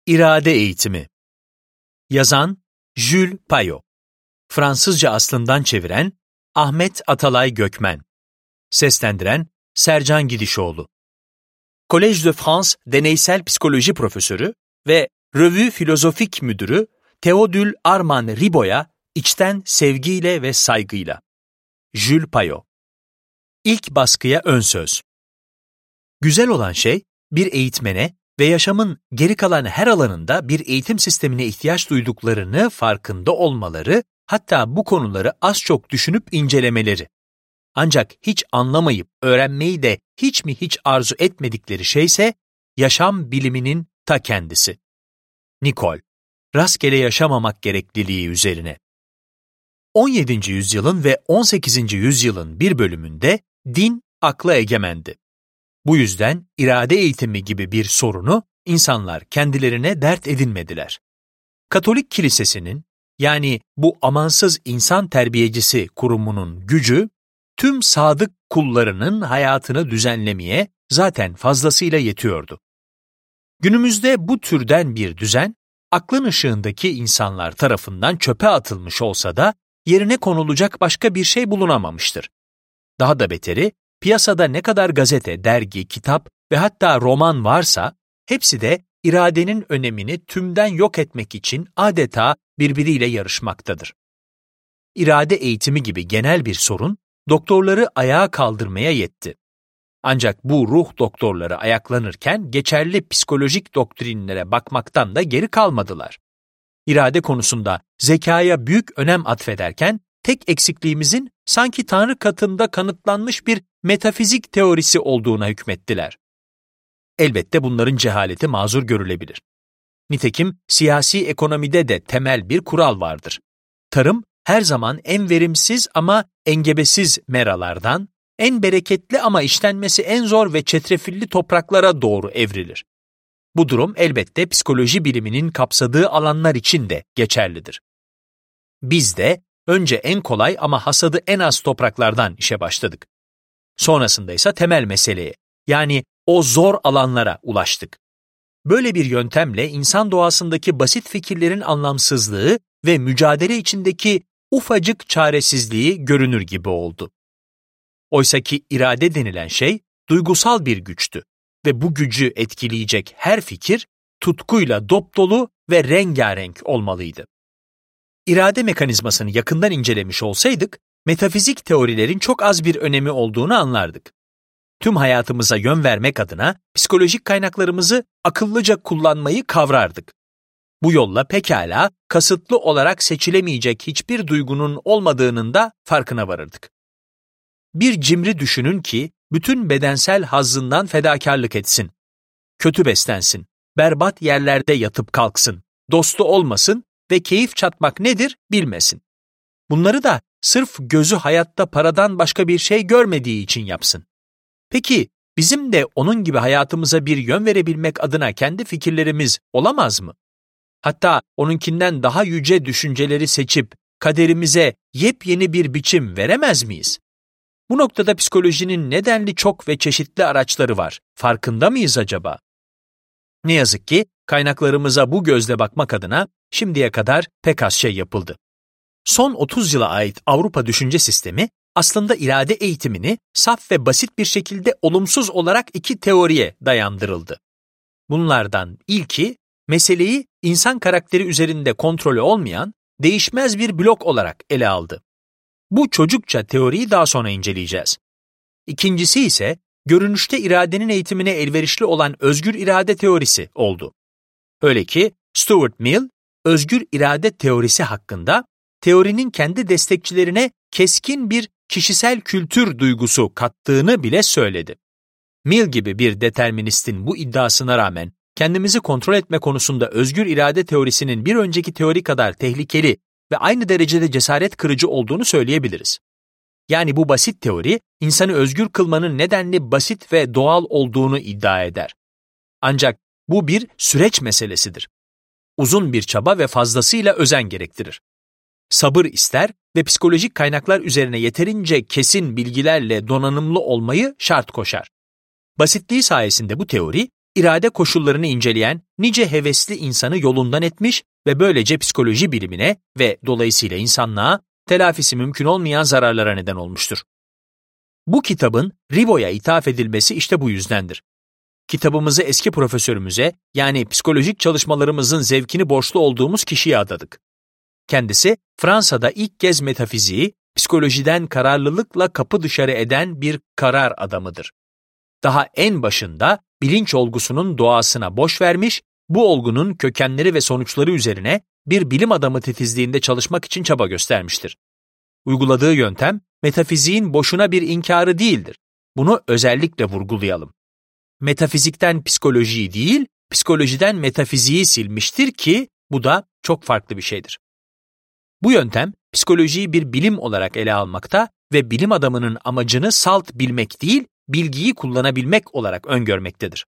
İrade eğitimi. Yazan Jules Payot. Fransızca aslından çeviren Ahmet Atalay Gökmen. Seslendiren Sercan Gidişoğlu. Collège de France Deneysel Psikoloji Profesörü ve Revue Philosophique Müdürü Théodule Armand Ribot'a içten sevgiyle ve saygıyla. Jules Payot. İlk baskıya ön söz. Güzel olan şey, bir eğitmene ve yaşamın geri kalan her alanında bir eğitim sistemine ihtiyaç duyduklarını farkında olmaları, hatta bu konuları az çok düşünüp incelemeleri. Ancak hiç anlamayıp öğrenmeyi de hiç arzu etmedikleri şeyse yaşam biliminin ta kendisi. Nicole, rastgele yaşamamak gerekliliği üzerine. 17. yüzyılın ve 18. yüzyılın bir bölümünde din akla egemendi. Bu yüzden irade eğitimi gibi bir sorunu insanlar kendilerine dert edinmediler. Katolik Kilisesi'nin, yani bu amansız insan terbiyecisi kurumunun gücü, tüm sadık kullarının hayatını düzenlemeye zaten fazlasıyla yetiyordu. Günümüzde bu türden bir düzen, aklın ışığındaki insanlar tarafından çöpe atılmış olsa da yerine konulacak başka bir şey bulunamamıştır. Daha da beteri, piyasada ne kadar gazete, dergi, kitap ve hatta roman varsa, hepsi de iradenin önemini tümden yok etmek için adeta birbiriyle yarışmaktadır. İrade eğitimi gibi genel bir sorun, doktorları ayağa kaldırmaya yetti. Ancak bu ruh doktorları ayaklanırken geçerli psikolojik doktrinlere bakmaktan da geri kalmadılar. İrade konusunda zekaya büyük önem atfederken, tek eksikliğimizin sanki Tanrı katında kanıtlanmış bir metafizik teorisi olduğuna hükmettiler. Elbette bunların cehaleti mazur görülebilir. Nitekim siyasi ekonomide de temel bir kural vardır. Tarım her zaman en verimsiz ama engebesiz meralardan, en bereketli ama işlenmesi en zor ve çetrefilli topraklara doğru evrilir. Bu durum elbette psikoloji biliminin kapsadığı alanlar için de geçerlidir. Biz de önce en kolay ama hasadı en az topraklardan işe başladık. Sonrasında ise temel meseleye, yani o zor alanlara ulaştık. Böyle bir yöntemle insan doğasındaki basit fikirlerin anlamsızlığı ve mücadele içindeki ufacık çaresizliği görünür gibi oldu. Oysaki irade denilen şey duygusal bir güçtü ve bu gücü etkileyecek her fikir tutkuyla dopdolu ve rengarenk olmalıydı. İrade mekanizmasını yakından incelemiş olsaydık, metafizik teorilerin çok az bir önemi olduğunu anlardık. Tüm hayatımıza yön vermek adına psikolojik kaynaklarımızı akıllıca kullanmayı kavrardık. Bu yolla pekala kasıtlı olarak seçilemeyecek hiçbir duygunun olmadığının da farkına varırdık. Bir cimri düşünün ki bütün bedensel hazzından fedakarlık etsin. Kötü beslensin, berbat yerlerde yatıp kalksın, dostu olmasın ve keyif çatmak nedir bilmesin. Bunları da sırf gözü hayatta paradan başka bir şey görmediği için yapsın. Peki bizim de onun gibi hayatımıza bir yön verebilmek adına kendi fikirlerimiz olamaz mı? Hatta onunkinden daha yüce düşünceleri seçip kaderimize yepyeni bir biçim veremez miyiz? Bu noktada psikolojinin nedenli çok ve çeşitli araçları var. Farkında mıyız acaba? Ne yazık ki kaynaklarımıza bu gözle bakmak adına şimdiye kadar pek az şey yapıldı. Son 30 yıla ait Avrupa düşünce sistemi aslında irade eğitimini saf ve basit bir şekilde olumsuz olarak iki teoriye dayandırıldı. Bunlardan ilki, meseleyi insan karakteri üzerinde kontrolü olmayan, değişmez bir blok olarak ele aldı. Bu çocukça teoriyi daha sonra inceleyeceğiz. İkincisi ise, görünüşte iradenin eğitimine elverişli olan özgür irade teorisi oldu. Öyle ki, Stuart Mill, özgür irade teorisi hakkında, teorinin kendi destekçilerine keskin bir kişisel kültür duygusu kattığını bile söyledi. Mill gibi bir deterministin bu iddiasına rağmen kendimizi kontrol etme konusunda özgür irade teorisinin bir önceki teori kadar tehlikeli ve aynı derecede cesaret kırıcı olduğunu söyleyebiliriz. Yani bu basit teori, insanı özgür kılmanın nedenli basit ve doğal olduğunu iddia eder. Ancak bu bir süreç meselesidir. Uzun bir çaba ve fazlasıyla özen gerektirir. Sabır ister ve psikolojik kaynaklar üzerine yeterince kesin bilgilerle donanımlı olmayı şart koşar. Basitliği sayesinde bu teori, irade koşullarını inceleyen nice hevesli insanı yolundan etmiş ve böylece psikoloji bilimine ve dolayısıyla insanlığa telafisi mümkün olmayan zararlara neden olmuştur. Bu kitabın Ribot'a ithaf edilmesi işte bu yüzdendir. Kitabımızı eski profesörümüze, yani psikolojik çalışmalarımızın zevkini borçlu olduğumuz kişiye adadık. Kendisi, Fransa'da ilk kez metafiziği, psikolojiden kararlılıkla kapı dışarı eden bir karar adamıdır. Daha en başında bilinç olgusunun doğasına boş vermiş, bu olgunun kökenleri ve sonuçları üzerine bir bilim adamı titizliğinde çalışmak için çaba göstermiştir. Uyguladığı yöntem, metafiziğin boşuna bir inkarı değildir. Bunu özellikle vurgulayalım. Metafizikten psikolojiyi değil, psikolojiden metafiziği silmiştir ki bu da çok farklı bir şeydir. Bu yöntem, psikolojiyi bir bilim olarak ele almakta ve bilim adamının amacını salt bilmek değil, bilgiyi kullanabilmek olarak öngörmektedir.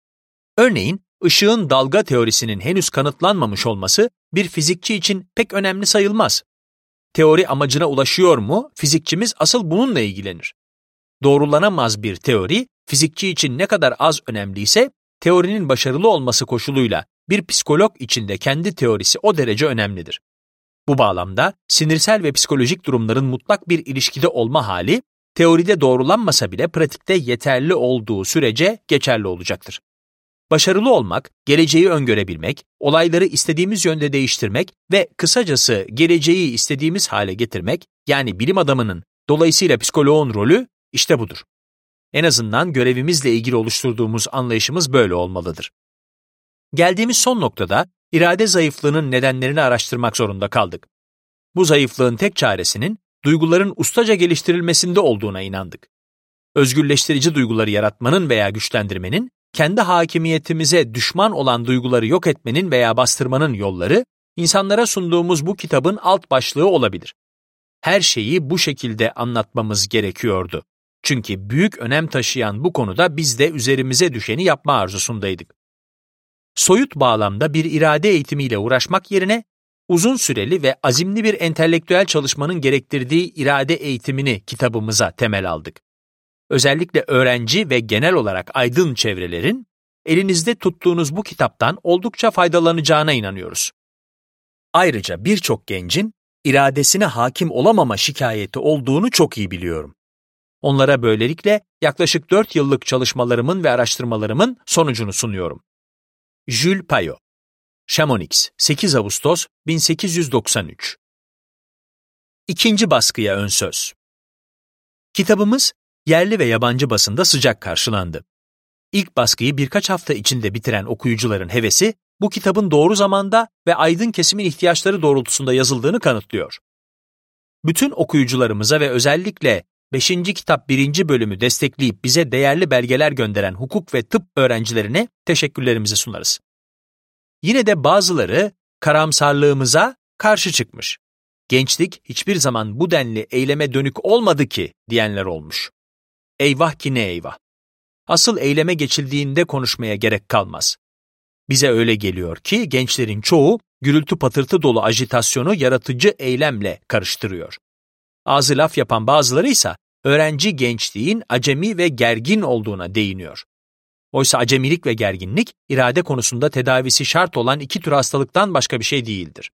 Örneğin, ışığın dalga teorisinin henüz kanıtlanmamış olması bir fizikçi için pek önemli sayılmaz. Teori amacına ulaşıyor mu, fizikçimiz asıl bununla ilgilenir. Doğrulanamaz bir teori, fizikçi için ne kadar az önemliyse, teorinin başarılı olması koşuluyla bir psikolog için de kendi teorisi o derece önemlidir. Bu bağlamda, sinirsel ve psikolojik durumların mutlak bir ilişkide olma hali, teoride doğrulanmasa bile pratikte yeterli olduğu sürece geçerli olacaktır. Başarılı olmak, geleceği öngörebilmek, olayları istediğimiz yönde değiştirmek ve kısacası geleceği istediğimiz hale getirmek, yani bilim adamının, dolayısıyla psikoloğun rolü işte budur. En azından görevimizle ilgili oluşturduğumuz anlayışımız böyle olmalıdır. Geldiğimiz son noktada, irade zayıflığının nedenlerini araştırmak zorunda kaldık. Bu zayıflığın tek çaresinin, duyguların ustaca geliştirilmesinde olduğuna inandık. Özgürleştirici duyguları yaratmanın veya güçlendirmenin, kendi hakimiyetimize düşman olan duyguları yok etmenin veya bastırmanın yolları, insanlara sunduğumuz bu kitabın alt başlığı olabilir. Her şeyi bu şekilde anlatmamız gerekiyordu. Çünkü büyük önem taşıyan bu konuda biz de üzerimize düşeni yapma arzusundaydık. Soyut bağlamda bir irade eğitimiyle uğraşmak yerine, uzun süreli ve azimli bir entelektüel çalışmanın gerektirdiği irade eğitimini kitabımıza temel aldık. Özellikle öğrenci ve genel olarak aydın çevrelerin, elinizde tuttuğunuz bu kitaptan oldukça faydalanacağına inanıyoruz. Ayrıca birçok gencin, iradesine hakim olamama şikayeti olduğunu çok iyi biliyorum. Onlara böylelikle yaklaşık 4 yıllık çalışmalarımın ve araştırmalarımın sonucunu sunuyorum. Jules Payot, Chamonix, 8 Ağustos 1893. İkinci baskıya ön söz. Kitabımız, yerli ve yabancı basında sıcak karşılandı. İlk baskıyı birkaç hafta içinde bitiren okuyucuların hevesi, bu kitabın doğru zamanda ve aydın kesimin ihtiyaçları doğrultusunda yazıldığını kanıtlıyor. Bütün okuyucularımıza ve özellikle 5. kitap 1. bölümü destekleyip bize değerli belgeler gönderen hukuk ve tıp öğrencilerine teşekkürlerimizi sunarız. Yine de bazıları karamsarlığımıza karşı çıkmış. Gençlik hiçbir zaman bu denli eyleme dönük olmadı ki diyenler olmuş. Eyvah ki ne eyvah. Asıl eyleme geçildiğinde konuşmaya gerek kalmaz. Bize öyle geliyor ki gençlerin çoğu gürültü patırtı dolu ajitasyonu yaratıcı eylemle karıştırıyor. Ağzı laf yapan bazıları ise öğrenci gençliğin acemi ve gergin olduğuna değiniyor. Oysa acemilik ve gerginlik irade konusunda tedavisi şart olan iki tür hastalıktan başka bir şey değildir.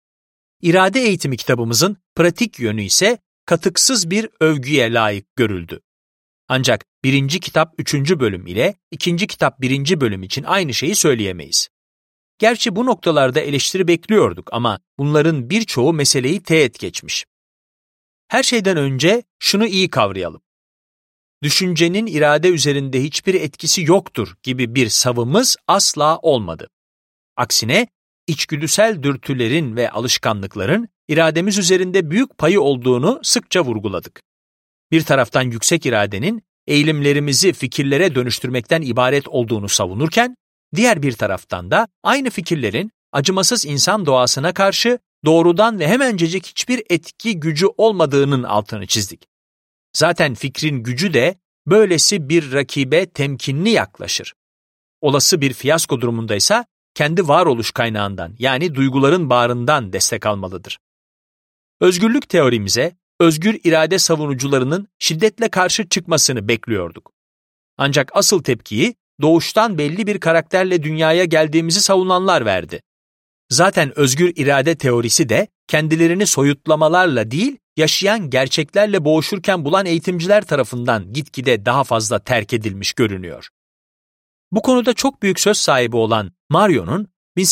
İrade eğitimi kitabımızın pratik yönü ise katıksız bir övgüye layık görüldü. Ancak 1. kitap 3. bölüm ile 2. kitap 1. bölüm için aynı şeyi söyleyemeyiz. Gerçi bu noktalarda eleştiri bekliyorduk ama bunların birçoğu meseleyi teğet geçmiş. Her şeyden önce şunu iyi kavrayalım. Düşüncenin irade üzerinde hiçbir etkisi yoktur gibi bir savımız asla olmadı. Aksine, içgüdüsel dürtülerin ve alışkanlıkların irademiz üzerinde büyük payı olduğunu sıkça vurguladık. Bir taraftan yüksek iradenin eğilimlerimizi fikirlere dönüştürmekten ibaret olduğunu savunurken, diğer bir taraftan da aynı fikirlerin acımasız insan doğasına karşı doğrudan ve hemencecik hiçbir etki gücü olmadığının altını çizdik. Zaten fikrin gücü de böylesi bir rakibe temkinli yaklaşır. Olası bir fiyasko durumundaysa kendi varoluş kaynağından yani duyguların bağrından destek almalıdır. Özgürlük teorimize özgür irade savunucularının şiddetle karşı çıkmasını bekliyorduk. Ancak asıl tepkiyi doğuştan belli bir karakterle dünyaya geldiğimizi savunanlar verdi. Zaten özgür irade teorisi de kendilerini soyutlamalarla değil, yaşayan gerçeklerle boğuşurken bulan eğitimciler tarafından gitgide daha fazla terk edilmiş görünüyor. Bu konuda çok büyük söz sahibi olan Mario'nun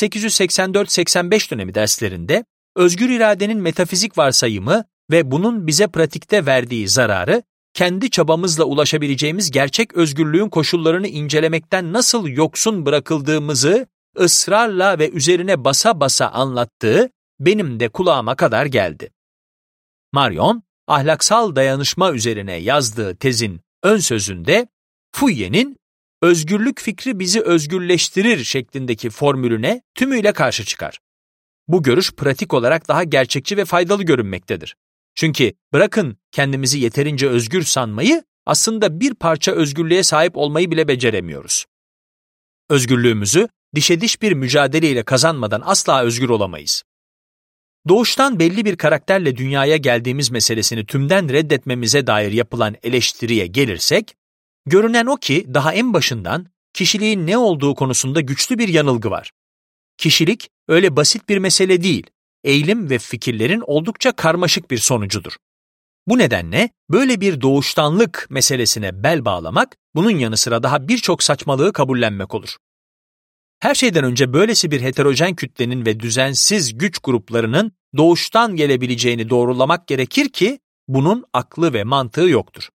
1884-85 dönemi derslerinde özgür iradenin metafizik varsayımı ve bunun bize pratikte verdiği zararı, kendi çabamızla ulaşabileceğimiz gerçek özgürlüğün koşullarını incelemekten nasıl yoksun bırakıldığımızı ısrarla ve üzerine basa basa anlattığı benim de kulağıma kadar geldi. Marion, ahlaksal dayanışma üzerine yazdığı tezin ön sözünde Fouillet'in özgürlük fikri bizi özgürleştirir şeklindeki formülüne tümüyle karşı çıkar. Bu görüş pratik olarak daha gerçekçi ve faydalı görünmektedir. Çünkü bırakın kendimizi yeterince özgür sanmayı, aslında bir parça özgürlüğe sahip olmayı bile beceremiyoruz. Özgürlüğümüzü dişe diş bir mücadeleyle kazanmadan asla özgür olamayız. Doğuştan belli bir karakterle dünyaya geldiğimiz meselesini tümden reddetmemize dair yapılan eleştiriye gelirsek, görünen o ki daha en başından kişiliğin ne olduğu konusunda güçlü bir yanılgı var. Kişilik öyle basit bir mesele değil, eğilim ve fikirlerin oldukça karmaşık bir sonucudur. Bu nedenle böyle bir doğuştanlık meselesine bel bağlamak, bunun yanı sıra daha birçok saçmalığı kabullenmek olur. Her şeyden önce böylesi bir heterojen kütlenin ve düzensiz güç gruplarının doğuştan gelebileceğini doğrulamak gerekir ki, bunun aklı ve mantığı yoktur.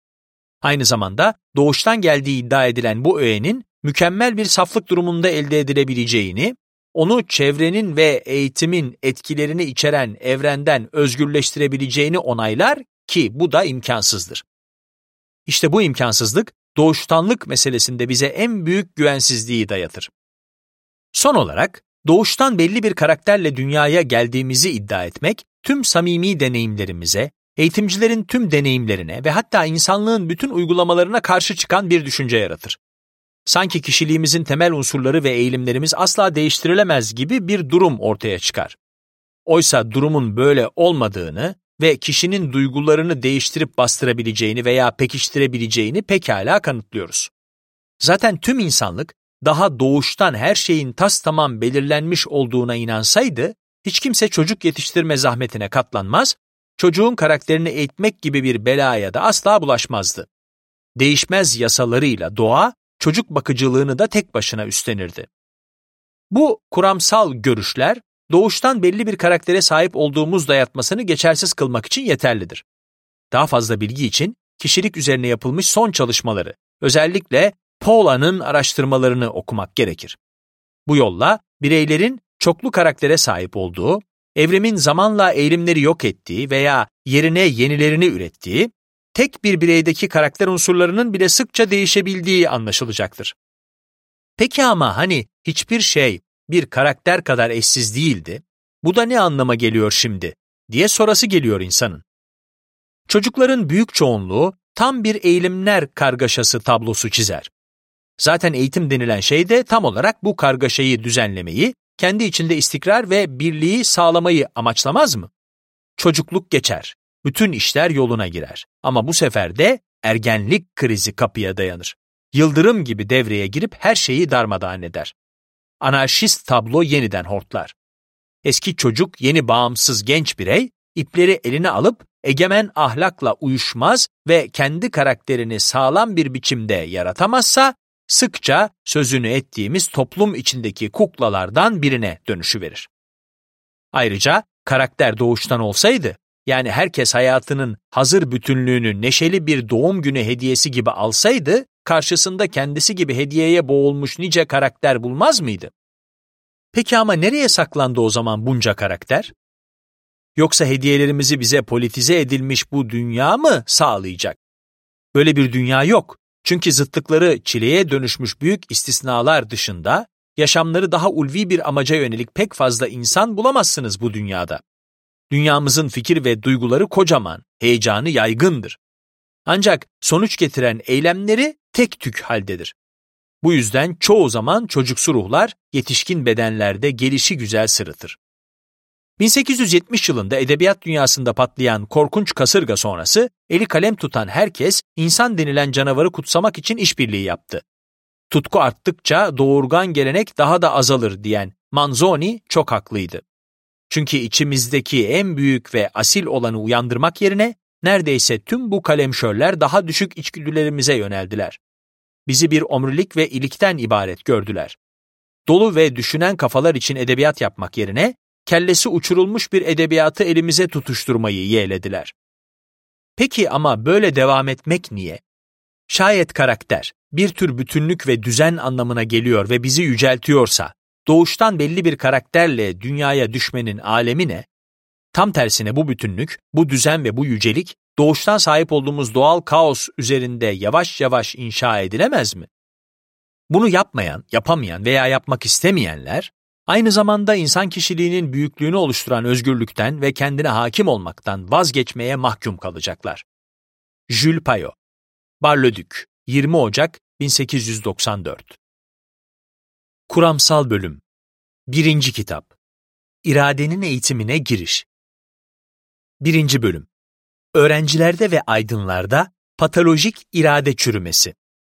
Aynı zamanda doğuştan geldiği iddia edilen bu öğenin mükemmel bir saflık durumunda elde edilebileceğini, onu çevrenin ve eğitimin etkilerini içeren evrenden özgürleştirebileceğini onaylar ki bu da imkansızdır. İşte bu imkansızlık, doğuştanlık meselesinde bize en büyük güvensizliği dayatır. Son olarak, doğuştan belli bir karakterle dünyaya geldiğimizi iddia etmek, tüm samimi deneyimlerimize, eğitimcilerin tüm deneyimlerine ve hatta insanlığın bütün uygulamalarına karşı çıkan bir düşünce yaratır. Sanki kişiliğimizin temel unsurları ve eğilimlerimiz asla değiştirilemez gibi bir durum ortaya çıkar. Oysa durumun böyle olmadığını ve kişinin duygularını değiştirip bastırabileceğini veya pekiştirebileceğini pekala kanıtlıyoruz. Zaten tüm insanlık, daha doğuştan her şeyin tastamam belirlenmiş olduğuna inansaydı, hiç kimse çocuk yetiştirme zahmetine katlanmaz, çocuğun karakterini eğitmek gibi bir belaya da asla bulaşmazdı. Değişmez yasalarıyla doğa, çocuk bakıcılığını da tek başına üstlenirdi. Bu kuramsal görüşler, doğuştan belli bir karaktere sahip olduğumuz dayatmasını geçersiz kılmak için yeterlidir. Daha fazla bilgi için kişilik üzerine yapılmış son çalışmaları, özellikle Paula'nın araştırmalarını okumak gerekir. Bu yolla bireylerin çoklu karaktere sahip olduğu, evrimin zamanla eğilimleri yok ettiği veya yerine yenilerini ürettiği, tek bir bireydeki karakter unsurlarının bile sıkça değişebildiği anlaşılacaktır. Peki ama hani hiçbir şey bir karakter kadar eşsiz değildi, bu da ne anlama geliyor şimdi diye sorası geliyor insanın. Çocukların büyük çoğunluğu tam bir eğilimler kargaşası tablosu çizer. Zaten eğitim denilen şey de tam olarak bu kargaşayı düzenlemeyi, kendi içinde istikrar ve birliği sağlamayı amaçlamaz mı? Çocukluk geçer, bütün işler yoluna girer ama bu sefer de ergenlik krizi kapıya dayanır. Yıldırım gibi devreye girip her şeyi darmadağın eder. Anarşist tablo yeniden hortlar. Eski çocuk, yeni bağımsız genç birey, ipleri eline alıp egemen ahlakla uyuşmaz ve kendi karakterini sağlam bir biçimde yaratamazsa, sıkça sözünü ettiğimiz toplum içindeki kuklalardan birine dönüşüverir. Ayrıca karakter doğuştan olsaydı, yani herkes hayatının hazır bütünlüğünü neşeli bir doğum günü hediyesi gibi alsaydı, karşısında kendisi gibi hediyeye boğulmuş nice karakter bulmaz mıydı? Peki ama nereye saklandı o zaman bunca karakter? Yoksa hediyelerimizi bize politize edilmiş bu dünya mı sağlayacak? Böyle bir dünya yok. Çünkü zıtlıkları çileye dönüşmüş büyük istisnalar dışında, yaşamları daha ulvi bir amaca yönelik pek fazla insan bulamazsınız bu dünyada. Dünyamızın fikir ve duyguları kocaman, heyecanı yaygındır. Ancak sonuç getiren eylemleri tek tük haldedir. Bu yüzden çoğu zaman çocuksu ruhlar yetişkin bedenlerde gelişigüzel sırıtır. 1870 yılında edebiyat dünyasında patlayan korkunç kasırga sonrası eli kalem tutan herkes insan denilen canavarı kutsamak için işbirliği yaptı. Tutku arttıkça doğurgan gelenek daha da azalır diyen Manzoni çok haklıydı. Çünkü içimizdeki en büyük ve asil olanı uyandırmak yerine neredeyse tüm bu kalemşörler daha düşük içgüdülerimize yöneldiler. Bizi bir omurilik ve ilikten ibaret gördüler. Dolu ve düşünen kafalar için edebiyat yapmak yerine kellesi uçurulmuş bir edebiyatı elimize tutuşturmayı yeğlediler. Peki ama böyle devam etmek niye? Şayet karakter, bir tür bütünlük ve düzen anlamına geliyor ve bizi yüceltiyorsa, doğuştan belli bir karakterle dünyaya düşmenin alemi ne? Tam tersine bu bütünlük, bu düzen ve bu yücelik, doğuştan sahip olduğumuz doğal kaos üzerinde yavaş yavaş inşa edilemez mi? Bunu yapmayan, yapamayan veya yapmak istemeyenler, aynı zamanda insan kişiliğinin büyüklüğünü oluşturan özgürlükten ve kendine hakim olmaktan vazgeçmeye mahkum kalacaklar. Jules Payot, Bar-le-Duc, 20 Ocak 1894. Kuramsal Bölüm 1. Kitap İradenin Eğitimine Giriş 1. Bölüm Öğrencilerde ve aydınlarda patolojik irade çürümesi.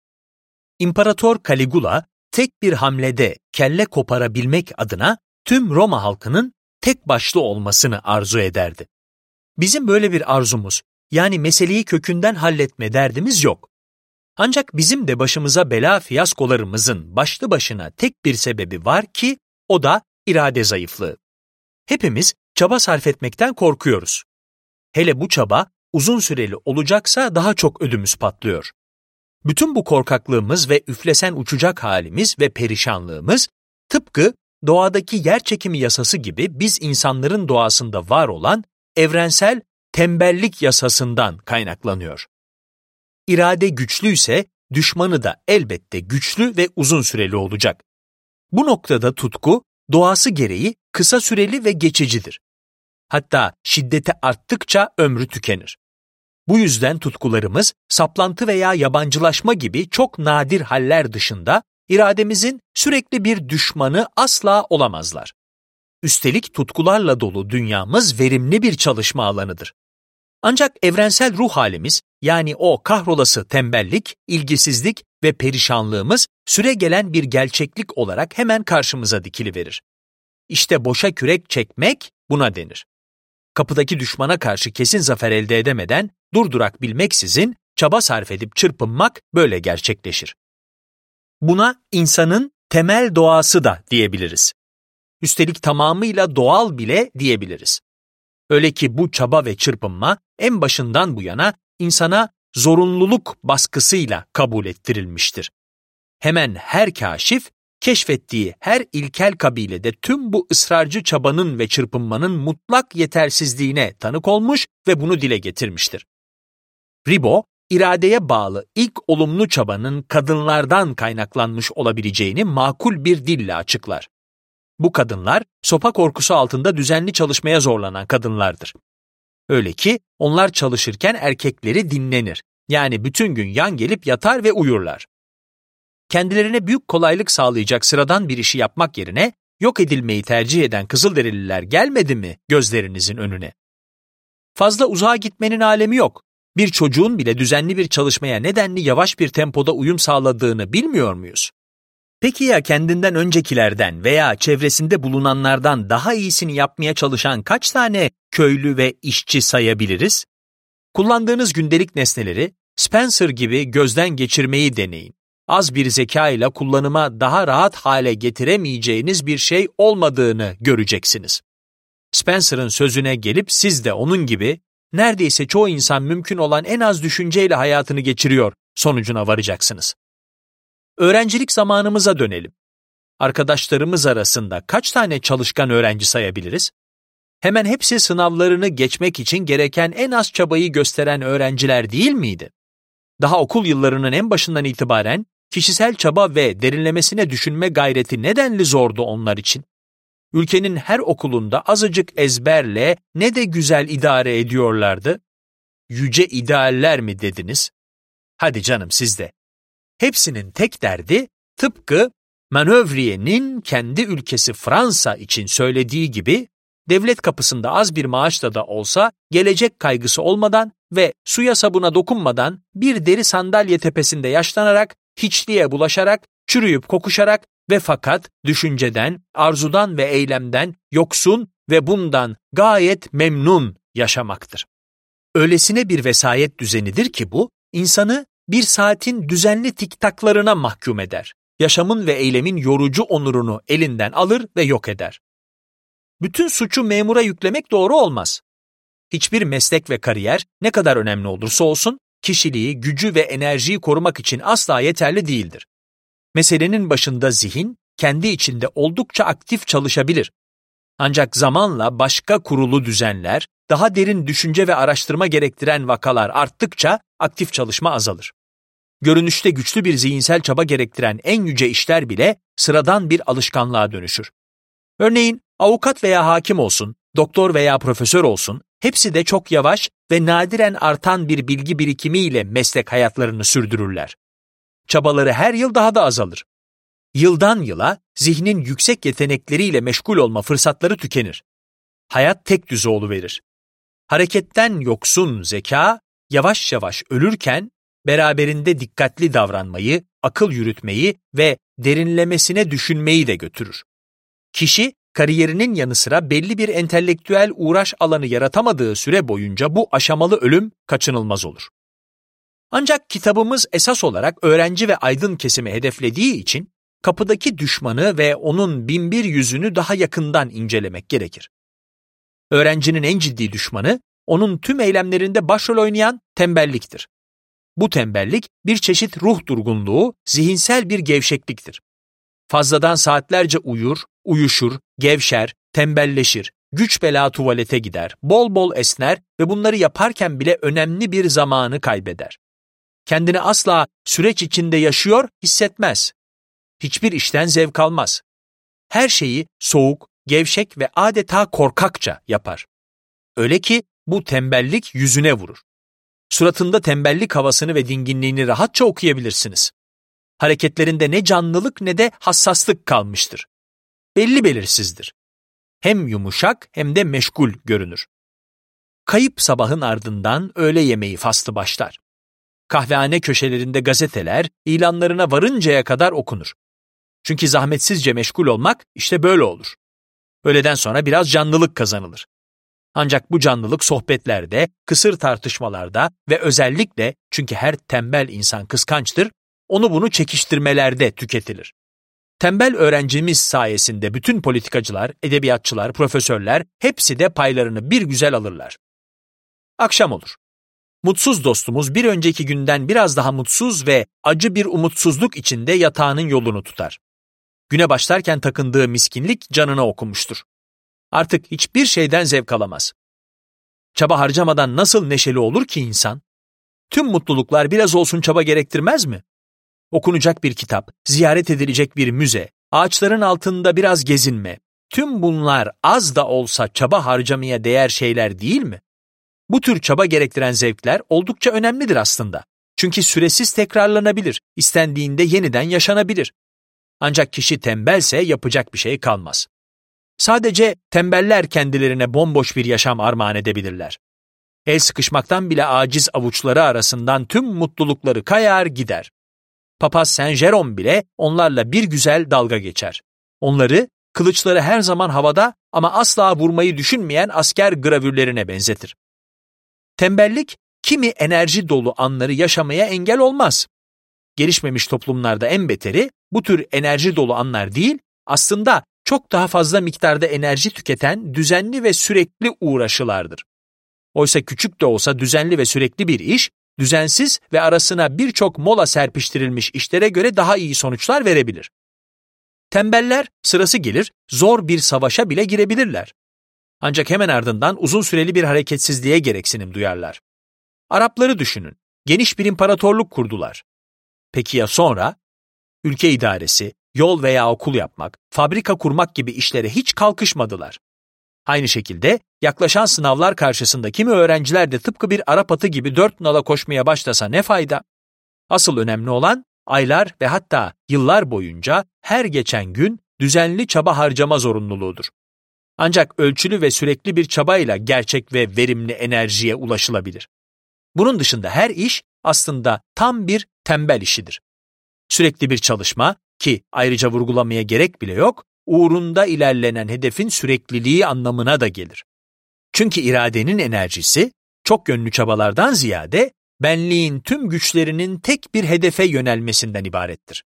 İmparator Caligula, tek bir hamlede kelle koparabilmek adına tüm Roma halkının tek başlı olmasını arzu ederdi. Bizim böyle bir arzumuz, yani meseleyi kökünden halletme derdimiz yok. Ancak bizim de başımıza bela fiyaskolarımızın başlı başına tek bir sebebi var ki, o da irade zayıflığı. Hepimiz çaba sarf etmekten korkuyoruz. Hele bu çaba uzun süreli olacaksa daha çok ödümüz patlıyor. Bütün bu korkaklığımız ve üflesen uçacak halimiz ve perişanlığımız, tıpkı doğadaki yerçekimi yasası gibi biz insanların doğasında var olan evrensel tembellik yasasından kaynaklanıyor. İrade güçlüyse düşmanı da elbette güçlü ve uzun süreli olacak. Bu noktada tutku, doğası gereği kısa süreli ve geçicidir. Hatta şiddeti arttıkça ömrü tükenir. Bu yüzden tutkularımız, saplantı veya yabancılaşma gibi çok nadir haller dışında irademizin sürekli bir düşmanı asla olamazlar. Üstelik tutkularla dolu dünyamız verimli bir çalışma alanıdır. Ancak evrensel ruh halimiz, yani o kahrolası tembellik, ilgisizlik ve perişanlığımız süregelen bir gerçeklik olarak hemen karşımıza dikiliverir. İşte boşa kürek çekmek buna denir. Kapıdaki düşmana karşı kesin zafer elde edemeden, durdurak bilmeksizin çaba sarf edip çırpınmak böyle gerçekleşir. Buna insanın temel doğası da diyebiliriz. Üstelik tamamıyla doğal bile diyebiliriz. Öyle ki bu çaba ve çırpınma en başından bu yana insana zorunluluk baskısıyla kabul ettirilmiştir. Hemen her kâşif, keşfettiği her ilkel kabilede tüm bu ısrarcı çabanın ve çırpınmanın mutlak yetersizliğine tanık olmuş ve bunu dile getirmiştir. Ribot, iradeye bağlı ilk olumlu çabanın kadınlardan kaynaklanmış olabileceğini makul bir dille açıklar. Bu kadınlar, sopa korkusu altında düzenli çalışmaya zorlanan kadınlardır. Öyle ki onlar çalışırken erkekleri dinlenir, yani bütün gün yan gelip yatar ve uyurlar. Kendilerine büyük kolaylık sağlayacak sıradan bir işi yapmak yerine yok edilmeyi tercih eden Kızılderililer gelmedi mi gözlerinizin önüne? Fazla uzağa gitmenin alemi yok. Bir çocuğun bile düzenli bir çalışmaya nedenli yavaş bir tempoda uyum sağladığını bilmiyor muyuz? Peki ya kendinden öncekilerden veya çevresinde bulunanlardan daha iyisini yapmaya çalışan kaç tane köylü ve işçi sayabiliriz? Kullandığınız gündelik nesneleri Spencer gibi gözden geçirmeyi deneyin. Az bir zeka ile kullanıma daha rahat hale getiremeyeceğiniz bir şey olmadığını göreceksiniz. Spencer'ın sözüne gelip siz de onun gibi neredeyse çoğu insan mümkün olan en az düşünceyle hayatını geçiriyor sonucuna varacaksınız. Öğrencilik zamanımıza dönelim. Arkadaşlarımız arasında kaç tane çalışkan öğrenci sayabiliriz? Hemen hepsi sınavlarını geçmek için gereken en az çabayı gösteren öğrenciler değil miydi? Daha okul yıllarının en başından itibaren kişisel çaba ve derinlemesine düşünme gayreti nedenli zordu onlar için? Ülkenin her okulunda azıcık ezberle ne de güzel idare ediyorlardı. Yüce idealler mi dediniz? Hadi canım siz de. Hepsinin tek derdi tıpkı Manövriye'nin kendi ülkesi Fransa için söylediği gibi devlet kapısında az bir maaşla da olsa gelecek kaygısı olmadan ve suya sabuna dokunmadan bir deri sandalye tepesinde yaşlanarak, hiçliğe bulaşarak çürüyüp kokuşarak ve fakat düşünceden, arzudan ve eylemden yoksun ve bundan gayet memnun yaşamaktır. Öylesine bir vesayet düzenidir ki bu, insanı bir saatin düzenli tiktaklarına mahkum eder. Yaşamın ve eylemin yorucu onurunu elinden alır ve yok eder. Bütün suçu memura yüklemek doğru olmaz. Hiçbir meslek ve kariyer ne kadar önemli olursa olsun, kişiliği, gücü ve enerjiyi korumak için asla yeterli değildir. Meselenin başında zihin, kendi içinde oldukça aktif çalışabilir. Ancak zamanla başka kurulu düzenler, daha derin düşünce ve araştırma gerektiren vakalar arttıkça aktif çalışma azalır. Görünüşte güçlü bir zihinsel çaba gerektiren en yüce işler bile sıradan bir alışkanlığa dönüşür. Örneğin avukat veya hakim olsun, doktor veya profesör olsun, hepsi de çok yavaş ve nadiren artan bir bilgi birikimiyle meslek hayatlarını sürdürürler. Çabaları her yıl daha da azalır. Yıldan yıla zihnin yüksek yetenekleriyle meşgul olma fırsatları tükenir. Hayat tekdüze oluverir. Hareketten yoksun zeka yavaş yavaş ölürken beraberinde dikkatli davranmayı, akıl yürütmeyi ve derinlemesine düşünmeyi de götürür. Kişi kariyerinin yanı sıra belli bir entelektüel uğraş alanı yaratamadığı süre boyunca bu aşamalı ölüm kaçınılmaz olur. Ancak kitabımız esas olarak öğrenci ve aydın kesimi hedeflediği için kapıdaki düşmanı ve onun binbir yüzünü daha yakından incelemek gerekir. Öğrencinin en ciddi düşmanı, onun tüm eylemlerinde başrol oynayan tembelliktir. Bu tembellik bir çeşit ruh durgunluğu, zihinsel bir gevşekliktir. Fazladan saatlerce uyur, uyuşur, gevşer, tembelleşir, güç bela tuvalete gider, bol bol esner ve bunları yaparken bile önemli bir zamanı kaybeder. Kendini asla süreç içinde yaşıyor, hissetmez. Hiçbir işten zevk almaz. Her şeyi soğuk, gevşek ve adeta korkakça yapar. Öyle ki bu tembellik yüzüne vurur. Suratında tembellik havasını ve dinginliğini rahatça okuyabilirsiniz. Hareketlerinde ne canlılık ne de hassaslık kalmıştır. Belli belirsizdir. Hem yumuşak hem de meşgul görünür. Kayıp sabahın ardından öğle yemeği faslı başlar. Kahvehane köşelerinde gazeteler ilanlarına varıncaya kadar okunur. Çünkü zahmetsizce meşgul olmak işte böyle olur. Öğleden sonra biraz canlılık kazanılır. Ancak bu canlılık sohbetlerde, kısır tartışmalarda ve özellikle çünkü her tembel insan kıskançtır, onu bunu çekiştirmelerde tüketilir. Tembel öğrencimiz sayesinde bütün politikacılar, edebiyatçılar, profesörler hepsi de paylarını bir güzel alırlar. Akşam olur. Mutsuz dostumuz bir önceki günden biraz daha mutsuz ve acı bir umutsuzluk içinde yatağının yolunu tutar. Güne başlarken takındığı miskinlik canına okumuştur. Artık hiçbir şeyden zevk alamaz. Çaba harcamadan nasıl neşeli olur ki insan? Tüm mutluluklar biraz olsun çaba gerektirmez mi? Okunacak bir kitap, ziyaret edilecek bir müze, ağaçların altında biraz gezinme, tüm bunlar az da olsa çaba harcamaya değer şeyler değil mi? Bu tür çaba gerektiren zevkler oldukça önemlidir aslında. Çünkü süresiz tekrarlanabilir, istendiğinde yeniden yaşanabilir. Ancak kişi tembelse yapacak bir şey kalmaz. Sadece tembeller kendilerine bomboş bir yaşam armağan edebilirler. El sıkışmaktan bile aciz avuçları arasından tüm mutlulukları kayar gider. Papaz Saint Jerome bile onlarla bir güzel dalga geçer. Onları, kılıçları her zaman havada ama asla vurmayı düşünmeyen asker gravürlerine benzetir. Tembellik, kimi enerji dolu anları yaşamaya engel olmaz. Gelişmemiş toplumlarda en beteri, bu tür enerji dolu anlar değil, aslında çok daha fazla miktarda enerji tüketen düzenli ve sürekli uğraşılardır. Oysa küçük de olsa düzenli ve sürekli bir iş, düzensiz ve arasına birçok mola serpiştirilmiş işlere göre daha iyi sonuçlar verebilir. Tembeller sırası gelir, zor bir savaşa bile girebilirler. Ancak hemen ardından uzun süreli bir hareketsizliğe gereksinim duyarlar. Arapları düşünün, geniş bir imparatorluk kurdular. Peki ya sonra? Ülke idaresi, yol veya okul yapmak, fabrika kurmak gibi işlere hiç kalkışmadılar. Aynı şekilde yaklaşan sınavlar karşısında kimi öğrenciler de tıpkı bir Arap atı gibi dört nala koşmaya başlasa ne fayda? Asıl önemli olan aylar ve hatta yıllar boyunca her geçen gün düzenli çaba harcama zorunluluğudur. Ancak ölçülü ve sürekli bir çabayla gerçek ve verimli enerjiye ulaşılabilir. Bunun dışında her iş aslında tam bir tembel işidir. Sürekli bir çalışma, ki ayrıca vurgulamaya gerek bile yok, uğrunda ilerlenen hedefin sürekliliği anlamına da gelir. Çünkü iradenin enerjisi, çok yönlü çabalardan ziyade, benliğin tüm güçlerinin tek bir hedefe yönelmesinden ibarettir.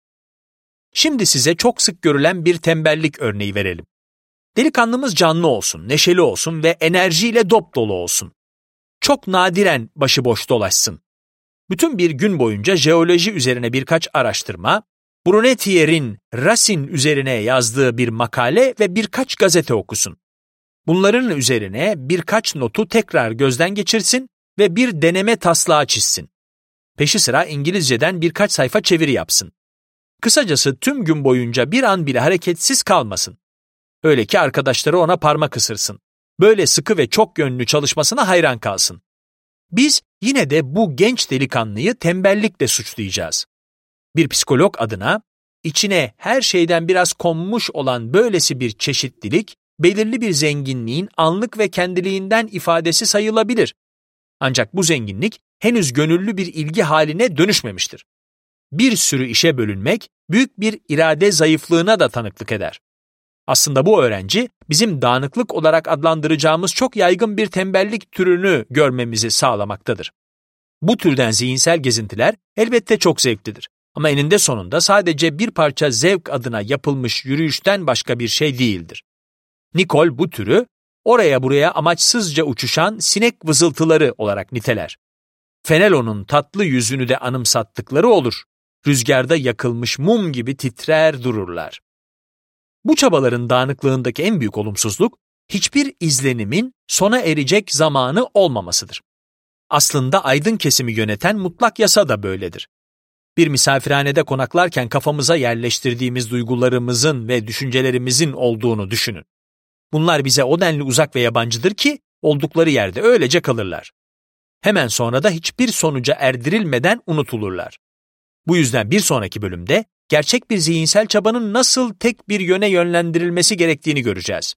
Şimdi size çok sık görülen bir tembellik örneği verelim. Delikanlımız canlı olsun, neşeli olsun ve enerjiyle dopdolu olsun. Çok nadiren başıboş dolaşsın. Bütün bir gün boyunca jeoloji üzerine birkaç araştırma, Brunetier'in Racine üzerine yazdığı bir makale ve birkaç gazete okusun. Bunların üzerine birkaç notu tekrar gözden geçirsin ve bir deneme taslağı çizsin. Peşi sıra İngilizceden birkaç sayfa çeviri yapsın. Kısacası tüm gün boyunca bir an bile hareketsiz kalmasın. Öyle ki arkadaşları ona parmak ısırsın. Böyle sıkı ve çok yönlü çalışmasına hayran kalsın. Biz yine de bu genç delikanlıyı tembellikle suçlayacağız. Bir psikolog adına, içine her şeyden biraz konmuş olan böylesi bir çeşitlilik, belirli bir zenginliğin anlık ve kendiliğinden ifadesi sayılabilir. Ancak bu zenginlik henüz gönüllü bir ilgi haline dönüşmemiştir. Bir sürü işe bölünmek, büyük bir irade zayıflığına da tanıklık eder. Aslında bu öğrenci, bizim dağınıklık olarak adlandıracağımız çok yaygın bir tembellik türünü görmemizi sağlamaktadır. Bu türden zihinsel gezintiler elbette çok zevklidir. Ama eninde sonunda sadece bir parça zevk adına yapılmış yürüyüşten başka bir şey değildir. Nicole bu türü, oraya buraya amaçsızca uçuşan sinek vızıltıları olarak niteler. Fenelon'un tatlı yüzünü de anımsattıkları olur. Rüzgarda yakılmış mum gibi titrer dururlar. Bu çabaların dağınıklığındaki en büyük olumsuzluk, hiçbir izlenimin sona erecek zamanı olmamasıdır. Aslında aydın kesimi yöneten mutlak yasa da böyledir. Bir misafirhanede konaklarken kafamıza yerleştirdiğimiz duygularımızın ve düşüncelerimizin olduğunu düşünün. Bunlar bize o denli uzak ve yabancıdır ki oldukları yerde öylece kalırlar. Hemen sonra da hiçbir sonuca erdirilmeden unutulurlar. Bu yüzden bir sonraki bölümde gerçek bir zihinsel çabanın nasıl tek bir yöne yönlendirilmesi gerektiğini göreceğiz.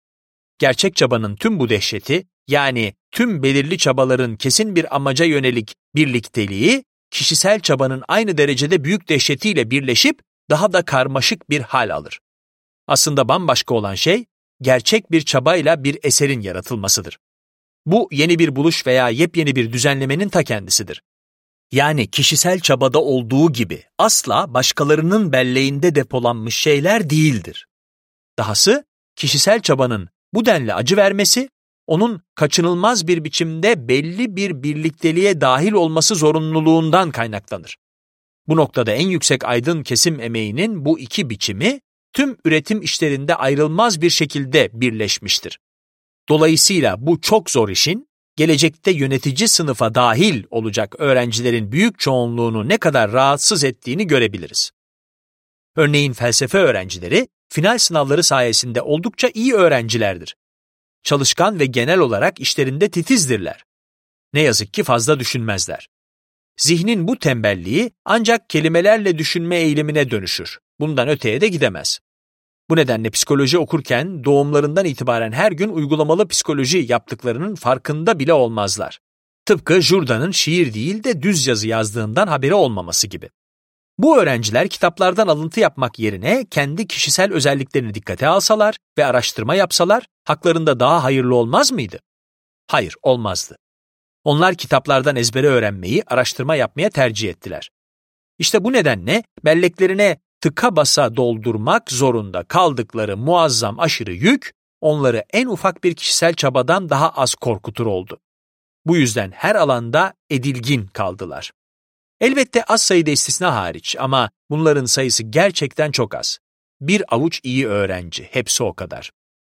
Gerçek çabanın tüm bu dehşeti, yani tüm belirli çabaların kesin bir amaca yönelik birlikteliği, kişisel çabanın aynı derecede büyük dehşetiyle birleşip daha da karmaşık bir hal alır. Aslında bambaşka olan şey, gerçek bir çabayla bir eserin yaratılmasıdır. Bu yeni bir buluş veya yepyeni bir düzenlemenin ta kendisidir. Yani kişisel çabada olduğu gibi asla başkalarının belleğinde depolanmış şeyler değildir. Dahası kişisel çabanın bu denli acı vermesi, onun kaçınılmaz bir biçimde belli bir birlikteliğe dahil olması zorunluluğundan kaynaklanır. Bu noktada en yüksek aydın kesim emeğinin bu iki biçimi tüm üretim işlerinde ayrılmaz bir şekilde birleşmiştir. Dolayısıyla bu çok zor işin, gelecekte yönetici sınıfa dahil olacak öğrencilerin büyük çoğunluğunu ne kadar rahatsız ettiğini görebiliriz. Örneğin felsefe öğrencileri, final sınavları sayesinde oldukça iyi öğrencilerdir. Çalışkan ve genel olarak işlerinde titizdirler. Ne yazık ki fazla düşünmezler. Zihnin bu tembelliği ancak kelimelerle düşünme eğilimine dönüşür. Bundan öteye de gidemez. Bu nedenle psikoloji okurken doğumlarından itibaren her gün uygulamalı psikoloji yaptıklarının farkında bile olmazlar. Tıpkı Jourdain'ın şiir değil de düz yazı yazdığından haberi olmaması gibi. Bu öğrenciler kitaplardan alıntı yapmak yerine kendi kişisel özelliklerini dikkate alsalar ve araştırma yapsalar haklarında daha hayırlı olmaz mıydı? Hayır, olmazdı. Onlar kitaplardan ezbere öğrenmeyi, araştırma yapmaya tercih ettiler. İşte bu nedenle belleklerine tıka basa doldurmak zorunda kaldıkları muazzam aşırı yük, onları en ufak bir kişisel çabadan daha az korkutur oldu. Bu yüzden her alanda edilgin kaldılar. Elbette az sayıda istisna hariç ama bunların sayısı gerçekten çok az. Bir avuç iyi öğrenci, hepsi o kadar.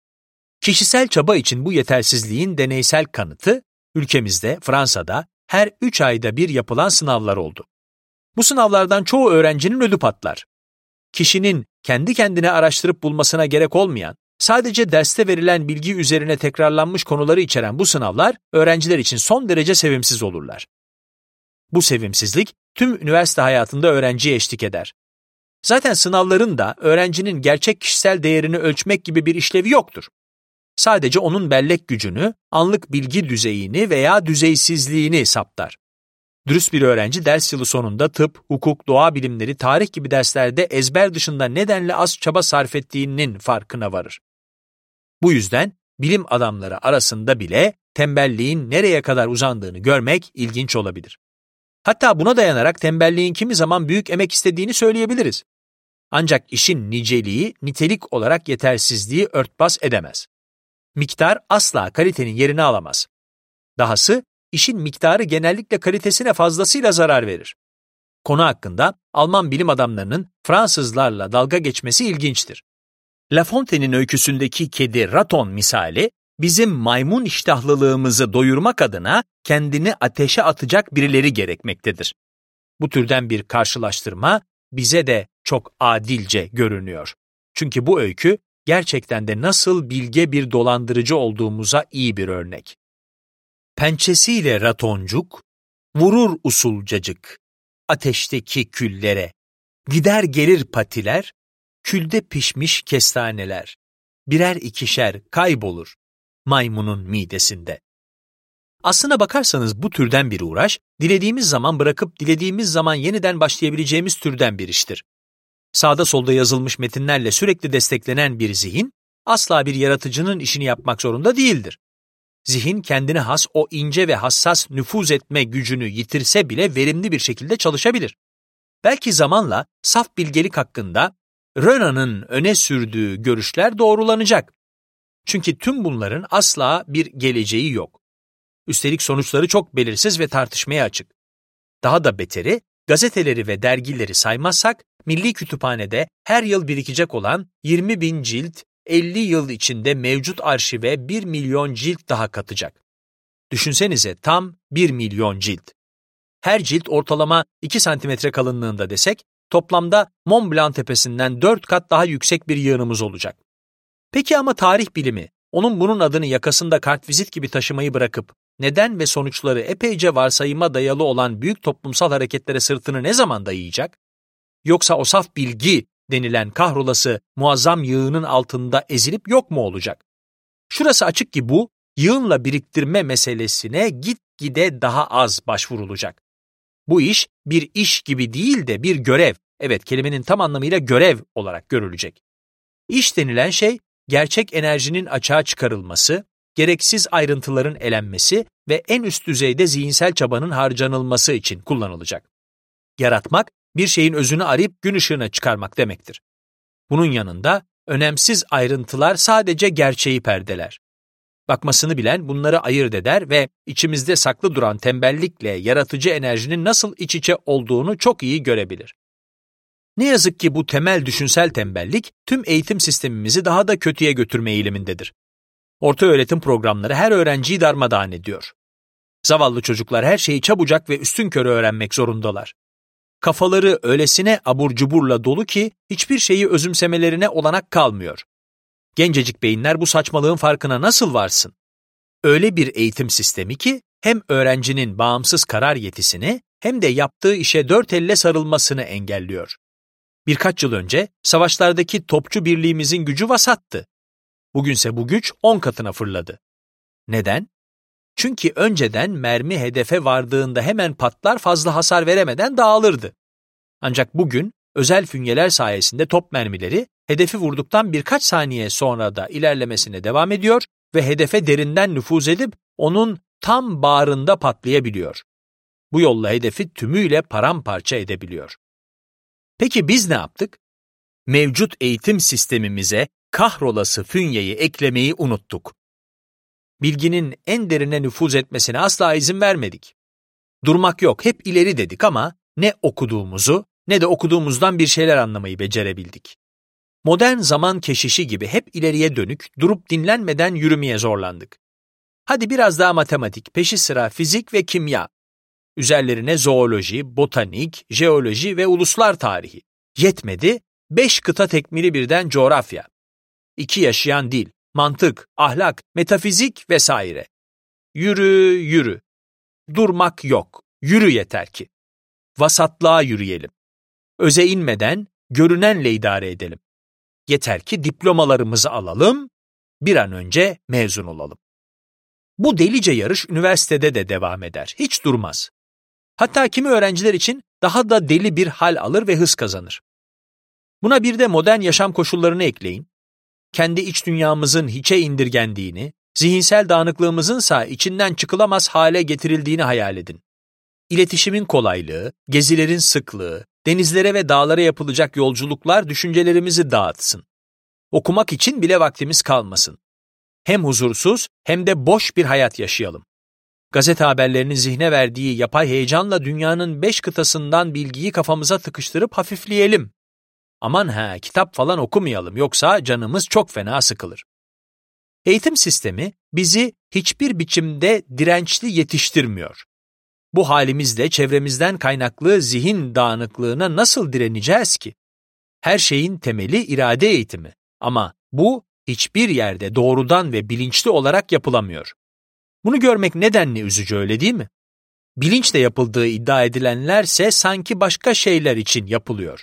Kişisel çaba için bu yetersizliğin deneysel kanıtı, ülkemizde, Fransa'da her 3 ayda bir yapılan sınavlar oldu. Bu sınavlardan çoğu öğrencinin ödü patlar. Kişinin kendi kendine araştırıp bulmasına gerek olmayan, sadece derste verilen bilgi üzerine tekrarlanmış konuları içeren bu sınavlar, öğrenciler için son derece sevimsiz olurlar. Bu sevimsizlik, tüm üniversite hayatında öğrenciye eşlik eder. Zaten sınavların da öğrencinin gerçek kişisel değerini ölçmek gibi bir işlevi yoktur. Sadece onun bellek gücünü, anlık bilgi düzeyini veya düzeysizliğini saptar. Dürüst bir öğrenci ders yılı sonunda tıp, hukuk, doğa bilimleri, tarih gibi derslerde ezber dışında nedenle az çaba sarf ettiğinin farkına varır. Bu yüzden bilim adamları arasında bile tembelliğin nereye kadar uzandığını görmek ilginç olabilir. Hatta buna dayanarak tembelliğin kimi zaman büyük emek istediğini söyleyebiliriz. Ancak işin niceliği, nitelik olarak yetersizliği örtbas edemez. Miktar asla kalitenin yerini alamaz. Dahası, işin miktarı genellikle kalitesine fazlasıyla zarar verir. Konu hakkında Alman bilim adamlarının Fransızlarla dalga geçmesi ilginçtir. La Fontaine'in öyküsündeki kedi Raton misali, bizim maymun iştahlılığımızı doyurmak adına kendini ateşe atacak birileri gerekmektedir. Bu türden bir karşılaştırma bize de çok adilce görünüyor. Çünkü bu öykü gerçekten de nasıl bilge bir dolandırıcı olduğumuza iyi bir örnek. Pençesiyle ratoncuk, vurur usulcacık, ateşteki küllere, gider gelir patiler, külde pişmiş kestaneler, birer ikişer kaybolur maymunun midesinde. Aslına bakarsanız bu türden bir uğraş, dilediğimiz zaman bırakıp dilediğimiz zaman yeniden başlayabileceğimiz türden bir iştir. Sağda solda yazılmış metinlerle sürekli desteklenen bir zihin, asla bir yaratıcının işini yapmak zorunda değildir. Zihin kendine has o ince ve hassas nüfuz etme gücünü yitirse bile verimli bir şekilde çalışabilir. Belki zamanla saf bilgelik hakkında Renan'ın öne sürdüğü görüşler doğrulanacak. Çünkü tüm bunların asla bir geleceği yok. Üstelik sonuçları çok belirsiz ve tartışmaya açık. Daha da beteri, gazeteleri ve dergileri saymazsak, Milli Kütüphane'de her yıl birikecek olan 20.000 cilt, 50 yıl içinde mevcut arşive 1 milyon cilt daha katacak. Düşünsenize tam 1 milyon cilt. Her cilt ortalama 2 santimetre kalınlığında desek, toplamda Mont Blanc tepesinden 4 kat daha yüksek bir yığınımız olacak. Peki ama tarih bilimi, onun bunun adını yakasında kartvizit gibi taşımayı bırakıp, neden ve sonuçları epeyce varsayıma dayalı olan büyük toplumsal hareketlere sırtını ne zaman dayayacak? Yoksa o saf bilgi denilen kahrolası muazzam yığının altında ezilip yok mu olacak? Şurası açık ki bu, yığınla biriktirme meselesine gitgide daha az başvurulacak. Bu iş bir iş gibi değil de bir görev, evet kelimenin tam anlamıyla görev olarak görülecek. İş denilen şey, gerçek enerjinin açığa çıkarılması, gereksiz ayrıntıların elenmesi ve en üst düzeyde zihinsel çabanın harcanılması için kullanılacak. Yaratmak, bir şeyin özünü arayıp gün ışığına çıkarmak demektir. Bunun yanında önemsiz ayrıntılar sadece gerçeği perdeler. Bakmasını bilen bunları ayırt eder ve içimizde saklı duran tembellikle yaratıcı enerjinin nasıl iç içe olduğunu çok iyi görebilir. Ne yazık ki bu temel düşünsel tembellik tüm eğitim sistemimizi daha da kötüye götürme eğilimindedir. Ortaöğretim programları her öğrenciyi darmadağın ediyor. Zavallı çocuklar her şeyi çabucak ve üstünkörü öğrenmek zorundalar. Kafaları öylesine abur cuburla dolu ki hiçbir şeyi özümsemelerine olanak kalmıyor. Gencecik beyinler bu saçmalığın farkına nasıl varsın? Öyle bir eğitim sistemi ki hem öğrencinin bağımsız karar yetisini hem de yaptığı işe dört elle sarılmasını engelliyor. Birkaç yıl önce savaşlardaki topçu birliğimizin gücü vasattı. Bugünse bu güç 10 katına fırladı. Neden? Çünkü önceden mermi hedefe vardığında hemen patlar, fazla hasar veremeden dağılırdı. Ancak bugün özel fünyeler sayesinde top mermileri hedefi vurduktan birkaç saniye sonra da ilerlemesine devam ediyor ve hedefe derinden nüfuz edip onun tam bağrında patlayabiliyor. Bu yolla hedefi tümüyle paramparça edebiliyor. Peki biz ne yaptık? Mevcut eğitim sistemimize kahrolası fünyeyi eklemeyi unuttuk. Bilginin en derine nüfuz etmesine asla izin vermedik. Durmak yok, hep ileri dedik ama ne okuduğumuzu ne de okuduğumuzdan bir şeyler anlamayı becerebildik. Modern zaman keşişi gibi hep ileriye dönük, durup dinlenmeden yürümeye zorlandık. Hadi biraz daha matematik, peşi sıra fizik ve kimya. Üzerlerine zooloji, botanik, jeoloji ve uluslar tarihi. Yetmedi, 5 kıta tekmili birden coğrafya. 2 yaşayan dil, mantık, ahlak, metafizik vesaire. Yürü, yürü. Durmak yok, yürü yeter ki. Vasatlığa yürüyelim. Öze inmeden görünenle idare edelim. Yeter ki diplomalarımızı alalım, bir an önce mezun olalım. Bu delice yarış üniversitede de devam eder, hiç durmaz. Hatta kimi öğrenciler için daha da deli bir hal alır ve hız kazanır. Buna bir de modern yaşam koşullarını ekleyin. Kendi iç dünyamızın hiçe indirgendiğini, zihinsel dağınıklığımızınsa içinden çıkılamaz hale getirildiğini hayal edin. İletişimin kolaylığı, gezilerin sıklığı, denizlere ve dağlara yapılacak yolculuklar düşüncelerimizi dağıtsın. Okumak için bile vaktimiz kalmasın. Hem huzursuz hem de boş bir hayat yaşayalım. Gazete haberlerinin zihne verdiği yapay heyecanla dünyanın 5 kıtasından bilgiyi kafamıza tıkıştırıp hafifleyelim. Aman kitap falan okumayalım yoksa canımız çok fena sıkılır. Eğitim sistemi bizi hiçbir biçimde dirençli yetiştirmiyor. Bu halimizle çevremizden kaynaklı zihin dağınıklığına nasıl direneceğiz ki? Her şeyin temeli irade eğitimi ama bu hiçbir yerde doğrudan ve bilinçli olarak yapılamıyor. Bunu görmek nedenli üzücü, öyle değil mi? Bilinçle yapıldığı iddia edilenlerse sanki başka şeyler için yapılıyor.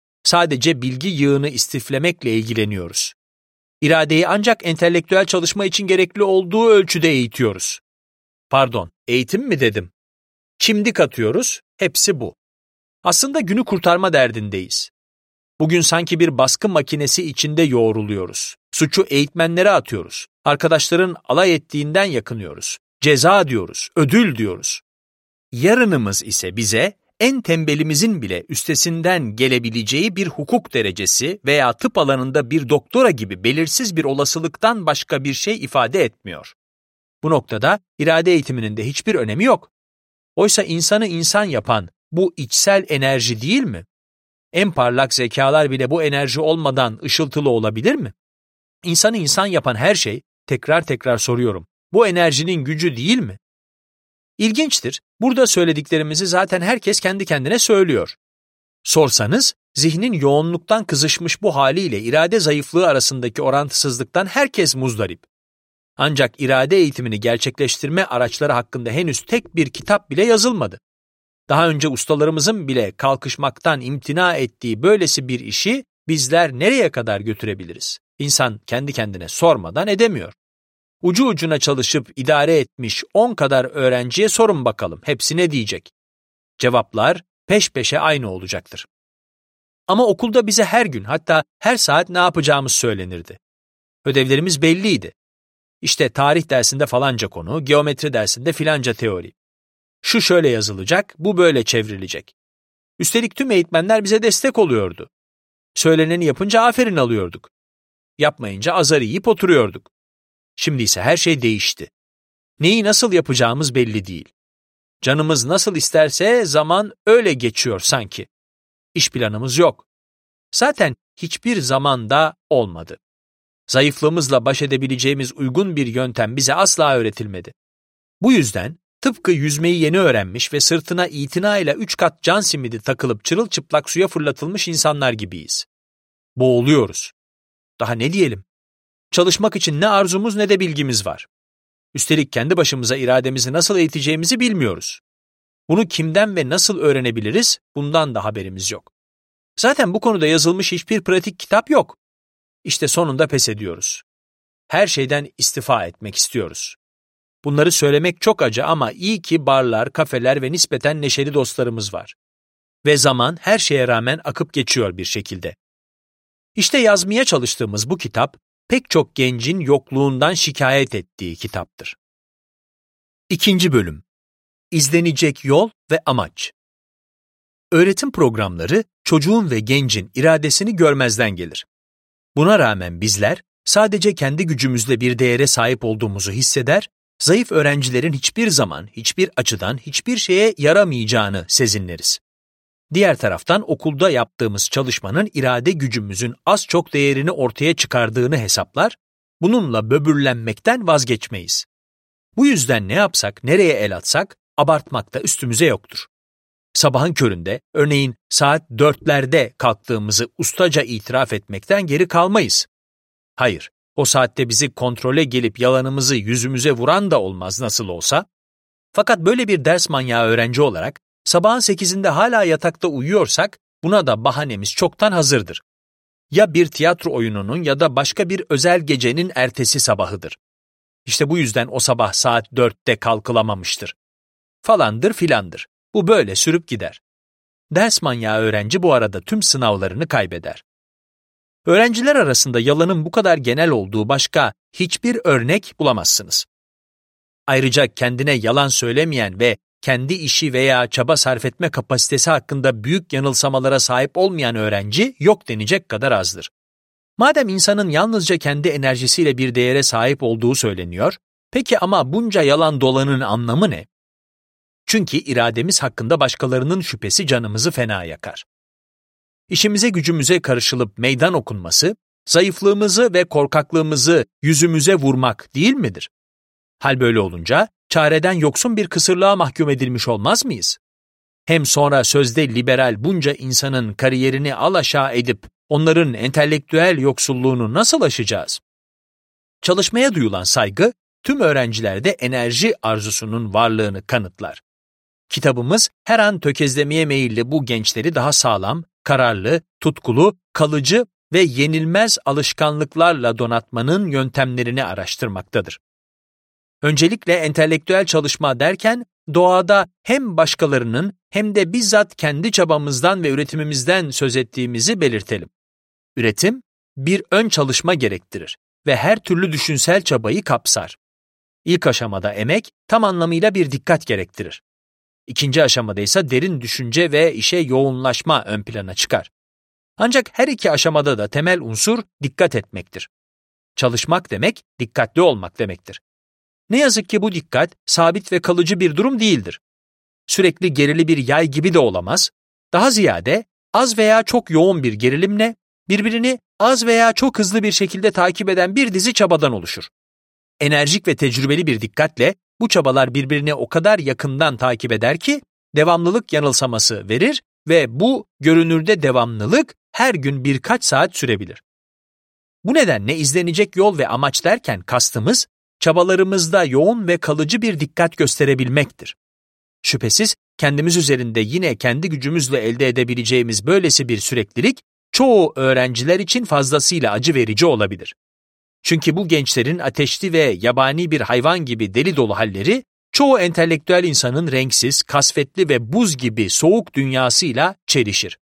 Sadece bilgi yığını istiflemekle ilgileniyoruz. İradeyi ancak entelektüel çalışma için gerekli olduğu ölçüde eğitiyoruz. Pardon, eğitim mi dedim? Çimdik atıyoruz, hepsi bu. Aslında günü kurtarma derdindeyiz. Bugün sanki bir baskı makinesi içinde yoğruluyoruz. Suçu eğitmenlere atıyoruz. Arkadaşların alay ettiğinden yakınıyoruz. Ceza diyoruz, ödül diyoruz. Yarınımız ise bize en tembelimizin bile üstesinden gelebileceği bir hukuk derecesi veya tıp alanında bir doktora gibi belirsiz bir olasılıktan başka bir şey ifade etmiyor. Bu noktada irade eğitiminin de hiçbir önemi yok. Oysa insanı insan yapan bu içsel enerji değil mi? En parlak zekalar bile bu enerji olmadan ışıltılı olabilir mi? İnsanı insan yapan her şey, tekrar tekrar soruyorum, bu enerjinin gücü değil mi? İlginçtir, burada söylediklerimizi zaten herkes kendi kendine söylüyor. Sorsanız, zihnin yoğunluktan kızışmış bu haliyle irade zayıflığı arasındaki orantısızlıktan herkes muzdarip. Ancak irade eğitimini gerçekleştirme araçları hakkında henüz tek bir kitap bile yazılmadı. Daha önce ustalarımızın bile kalkışmaktan imtina ettiği böylesi bir işi bizler nereye kadar götürebiliriz? İnsan kendi kendine sormadan edemiyor. Ucu ucuna çalışıp idare etmiş 10 kadar öğrenciye sorun bakalım, hepsi ne diyecek? Cevaplar peş peşe aynı olacaktır. Ama okulda bize her gün, hatta her saat ne yapacağımız söylenirdi. Ödevlerimiz belliydi. İşte tarih dersinde falanca konu, geometri dersinde filanca teori. Şu şöyle yazılacak, bu böyle çevrilecek. Üstelik tüm eğitmenler bize destek oluyordu. Söyleneni yapınca aferin alıyorduk. Yapmayınca azar yiyip oturuyorduk. Şimdi ise her şey değişti. Neyi nasıl yapacağımız belli değil. Canımız nasıl isterse zaman öyle geçiyor sanki. İş planımız yok. Zaten hiçbir zamanda olmadı. Zayıflığımızla baş edebileceğimiz uygun bir yöntem bize asla öğretilmedi. Bu yüzden tıpkı yüzmeyi yeni öğrenmiş ve sırtına itinayla 3 kat can simidi takılıp çırılçıplak suya fırlatılmış insanlar gibiyiz. Boğuluyoruz. Daha ne diyelim? Çalışmak için ne arzumuz ne de bilgimiz var. Üstelik kendi başımıza irademizi nasıl eğiteceğimizi bilmiyoruz. Bunu kimden ve nasıl öğrenebiliriz? Bundan da haberimiz yok. Zaten bu konuda yazılmış hiçbir pratik kitap yok. İşte sonunda pes ediyoruz. Her şeyden istifa etmek istiyoruz. Bunları söylemek çok acı ama iyi ki barlar, kafeler ve nispeten neşeli dostlarımız var. Ve zaman her şeye rağmen akıp geçiyor bir şekilde. İşte yazmaya çalıştığımız bu kitap, pek çok gencin yokluğundan şikayet ettiği kitaptır. 2. Bölüm. İzlenecek yol ve amaç. Öğretim programları çocuğun ve gencin iradesini görmezden gelir. Buna rağmen bizler sadece kendi gücümüzle bir değere sahip olduğumuzu hisseder, zayıf öğrencilerin hiçbir zaman, hiçbir açıdan hiçbir şeye yaramayacağını sezinleriz. Diğer taraftan okulda yaptığımız çalışmanın irade gücümüzün az çok değerini ortaya çıkardığını hesaplar, bununla böbürlenmekten vazgeçmeyiz. Bu yüzden ne yapsak, nereye el atsak, abartmakta üstümüze yoktur. Sabahın köründe, örneğin saat 4'lerde kalktığımızı ustaca itiraf etmekten geri kalmayız. Hayır, o saatte bizi kontrole gelip yalanımızı yüzümüze vuran da olmaz nasıl olsa. Fakat böyle bir ders manyağı öğrenci olarak, sabahın 8'inde hala yatakta uyuyorsak, buna da bahanemiz çoktan hazırdır. Ya bir tiyatro oyununun ya da başka bir özel gecenin ertesi sabahıdır. İşte bu yüzden o sabah saat 4'te kalkılamamıştır. Falandır filandır. Bu böyle sürüp gider. Ders manyağı öğrenci bu arada tüm sınavlarını kaybeder. Öğrenciler arasında yalanın bu kadar genel olduğu başka hiçbir örnek bulamazsınız. Ayrıca kendine yalan söylemeyen ve kendi işi veya çaba sarf etme kapasitesi hakkında büyük yanılsamalara sahip olmayan öğrenci yok denecek kadar azdır. Madem insanın yalnızca kendi enerjisiyle bir değere sahip olduğu söyleniyor, peki ama bunca yalan dolanın anlamı ne? Çünkü irademiz hakkında başkalarının şüphesi canımızı fena yakar. İşimize gücümüze karışılıp meydan okunması, zayıflığımızı ve korkaklığımızı yüzümüze vurmak değil midir? Hal böyle olunca, çareden yoksun bir kısırlığa mahkum edilmiş olmaz mıyız? Hem sonra sözde liberal bunca insanın kariyerini alaşağı edip, onların entelektüel yoksulluğunu nasıl aşacağız? Çalışmaya duyulan saygı, tüm öğrencilerde enerji arzusunun varlığını kanıtlar. Kitabımız her an tökezlemeye meyilli bu gençleri daha sağlam, kararlı, tutkulu, kalıcı ve yenilmez alışkanlıklarla donatmanın yöntemlerini araştırmaktadır. Öncelikle entelektüel çalışma derken, doğada hem başkalarının hem de bizzat kendi çabamızdan ve üretimimizden söz ettiğimizi belirtelim. Üretim, bir ön çalışma gerektirir ve her türlü düşünsel çabayı kapsar. İlk aşamada emek, tam anlamıyla bir dikkat gerektirir. İkinci aşamada ise derin düşünce ve işe yoğunlaşma ön plana çıkar. Ancak her iki aşamada da temel unsur dikkat etmektir. Çalışmak demek, dikkatli olmak demektir. Ne yazık ki bu dikkat, sabit ve kalıcı bir durum değildir. Sürekli gerili bir yay gibi de olamaz. Daha ziyade, az veya çok yoğun bir gerilimle, birbirini az veya çok hızlı bir şekilde takip eden bir dizi çabadan oluşur. Enerjik ve tecrübeli bir dikkatle, bu çabalar birbirini o kadar yakından takip eder ki, devamlılık yanılsaması verir ve bu görünürde devamlılık her gün birkaç saat sürebilir. Bu nedenle izlenecek yol ve amaç derken kastımız, çabalarımızda yoğun ve kalıcı bir dikkat gösterebilmektir. Şüphesiz kendimiz üzerinde yine kendi gücümüzle elde edebileceğimiz böylesi bir süreklilik, çoğu öğrenciler için fazlasıyla acı verici olabilir. Çünkü bu gençlerin ateşli ve yabani bir hayvan gibi deli dolu halleri, çoğu entelektüel insanın renksiz, kasvetli ve buz gibi soğuk dünyasıyla çelişir.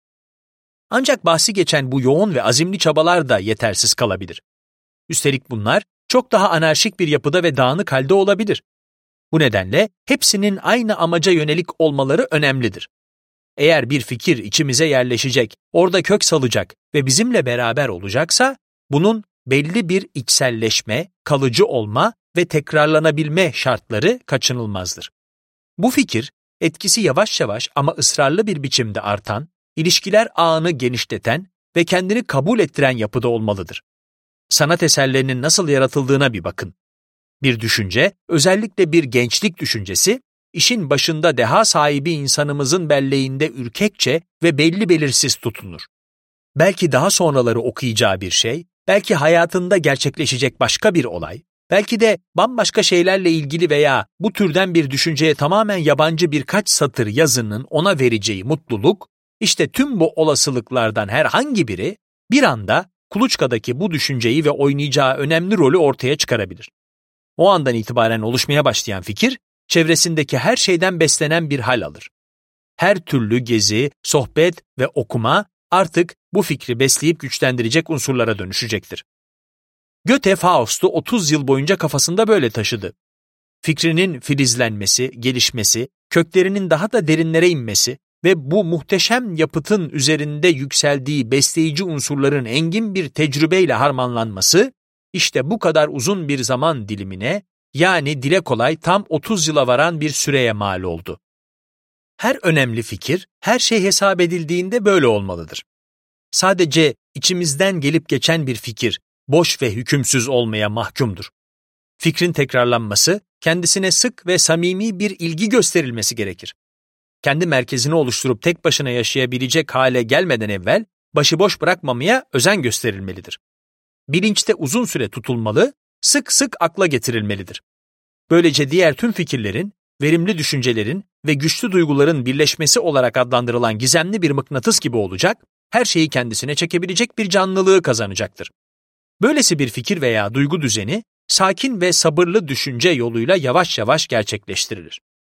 Ancak bahsi geçen bu yoğun ve azimli çabalar da yetersiz kalabilir. Üstelik bunlar çok daha anarşik bir yapıda ve dağınık halde olabilir. Bu nedenle hepsinin aynı amaca yönelik olmaları önemlidir. Eğer bir fikir içimize yerleşecek, orada kök salacak ve bizimle beraber olacaksa, bunun belli bir içselleşme, kalıcı olma ve tekrarlanabilme şartları kaçınılmazdır. Bu fikir, etkisi yavaş yavaş ama ısrarlı bir biçimde artan, ilişkiler ağını genişleten ve kendini kabul ettiren yapıda olmalıdır. Sanat eserlerinin nasıl yaratıldığına bir bakın. Bir düşünce, özellikle bir gençlik düşüncesi, işin başında deha sahibi insanımızın belleğinde ürkekçe ve belli belirsiz tutunur. Belki daha sonraları okuyacağı bir şey, belki hayatında gerçekleşecek başka bir olay, belki de bambaşka şeylerle ilgili veya bu türden bir düşünceye tamamen yabancı birkaç satır yazının ona vereceği mutluluk, işte tüm bu olasılıklardan herhangi biri bir anda kuluçkadaki bu düşünceyi ve oynayacağı önemli rolü ortaya çıkarabilir. O andan itibaren oluşmaya başlayan fikir, çevresindeki her şeyden beslenen bir hal alır. Her türlü gezi, sohbet ve okuma artık bu fikri besleyip güçlendirecek unsurlara dönüşecektir. Goethe Faust'u 30 yıl boyunca kafasında böyle taşıdı. Fikrinin filizlenmesi, gelişmesi, köklerinin daha da derinlere inmesi ve bu muhteşem yapıtın üzerinde yükseldiği besleyici unsurların engin bir tecrübeyle harmanlanması, işte bu kadar uzun bir zaman dilimine, yani dile kolay tam 30 yıla varan bir süreye mal oldu. Her önemli fikir, her şey hesap edildiğinde böyle olmalıdır. Sadece içimizden gelip geçen bir fikir, boş ve hükümsüz olmaya mahkumdur. Fikrin tekrarlanması, kendisine sık ve samimi bir ilgi gösterilmesi gerekir. Kendi merkezini oluşturup tek başına yaşayabilecek hale gelmeden evvel, başıboş bırakmamaya özen gösterilmelidir. Bilinçte uzun süre tutulmalı, sık sık akla getirilmelidir. Böylece diğer tüm fikirlerin, verimli düşüncelerin ve güçlü duyguların birleşmesi olarak adlandırılan gizemli bir mıknatıs gibi olacak, her şeyi kendisine çekebilecek bir canlılığı kazanacaktır. Böylesi bir fikir veya duygu düzeni, sakin ve sabırlı düşünce yoluyla yavaş yavaş gerçekleştirilir.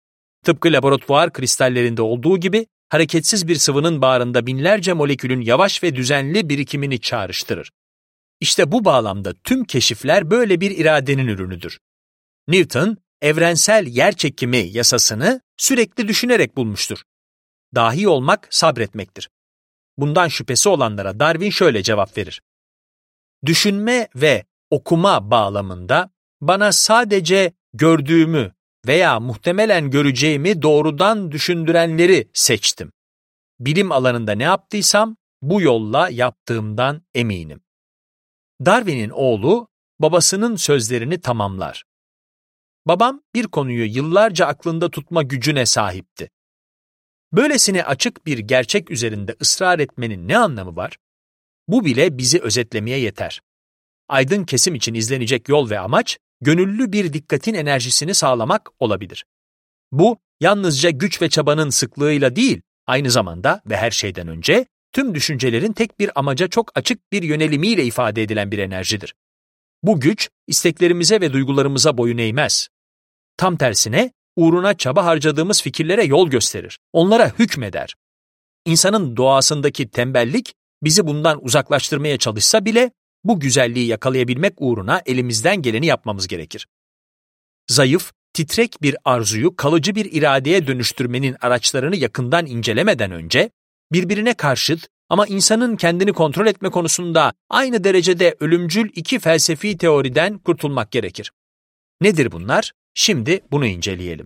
Tıpkı laboratuvar kristallerinde olduğu gibi hareketsiz bir sıvının bağrında binlerce molekülün yavaş ve düzenli birikimini çağrıştırır. İşte bu bağlamda tüm keşifler böyle bir iradenin ürünüdür. Newton, evrensel yerçekimi yasasını sürekli düşünerek bulmuştur. Dahi olmak sabretmektir. Bundan şüphesi olanlara Darwin şöyle cevap verir. Düşünme ve okuma bağlamında bana sadece gördüğümü veya muhtemelen göreceğimi doğrudan düşündürenleri seçtim. Bilim alanında ne yaptıysam bu yolla yaptığımdan eminim. Darwin'in oğlu babasının sözlerini tamamlar. Babam bir konuyu yıllarca aklında tutma gücüne sahipti. Böylesine açık bir gerçek üzerinde ısrar etmenin ne anlamı var? Bu bile bizi özetlemeye yeter. Aydın kesim için izlenecek yol ve amaç, gönüllü bir dikkatin enerjisini sağlamak olabilir. Bu, yalnızca güç ve çabanın sıklığıyla değil, aynı zamanda ve her şeyden önce, tüm düşüncelerin tek bir amaca çok açık bir yönelimiyle ifade edilen bir enerjidir. Bu güç, isteklerimize ve duygularımıza boyun eğmez. Tam tersine, uğruna çaba harcadığımız fikirlere yol gösterir, onlara hükmeder. İnsanın doğasındaki tembellik, bizi bundan uzaklaştırmaya çalışsa bile, bu güzelliği yakalayabilmek uğruna elimizden geleni yapmamız gerekir. Zayıf, titrek bir arzuyu kalıcı bir iradeye dönüştürmenin araçlarını yakından incelemeden önce, birbirine karşıt ama insanın kendini kontrol etme konusunda aynı derecede ölümcül iki felsefi teoriden kurtulmak gerekir. Nedir bunlar? Şimdi bunu inceleyelim.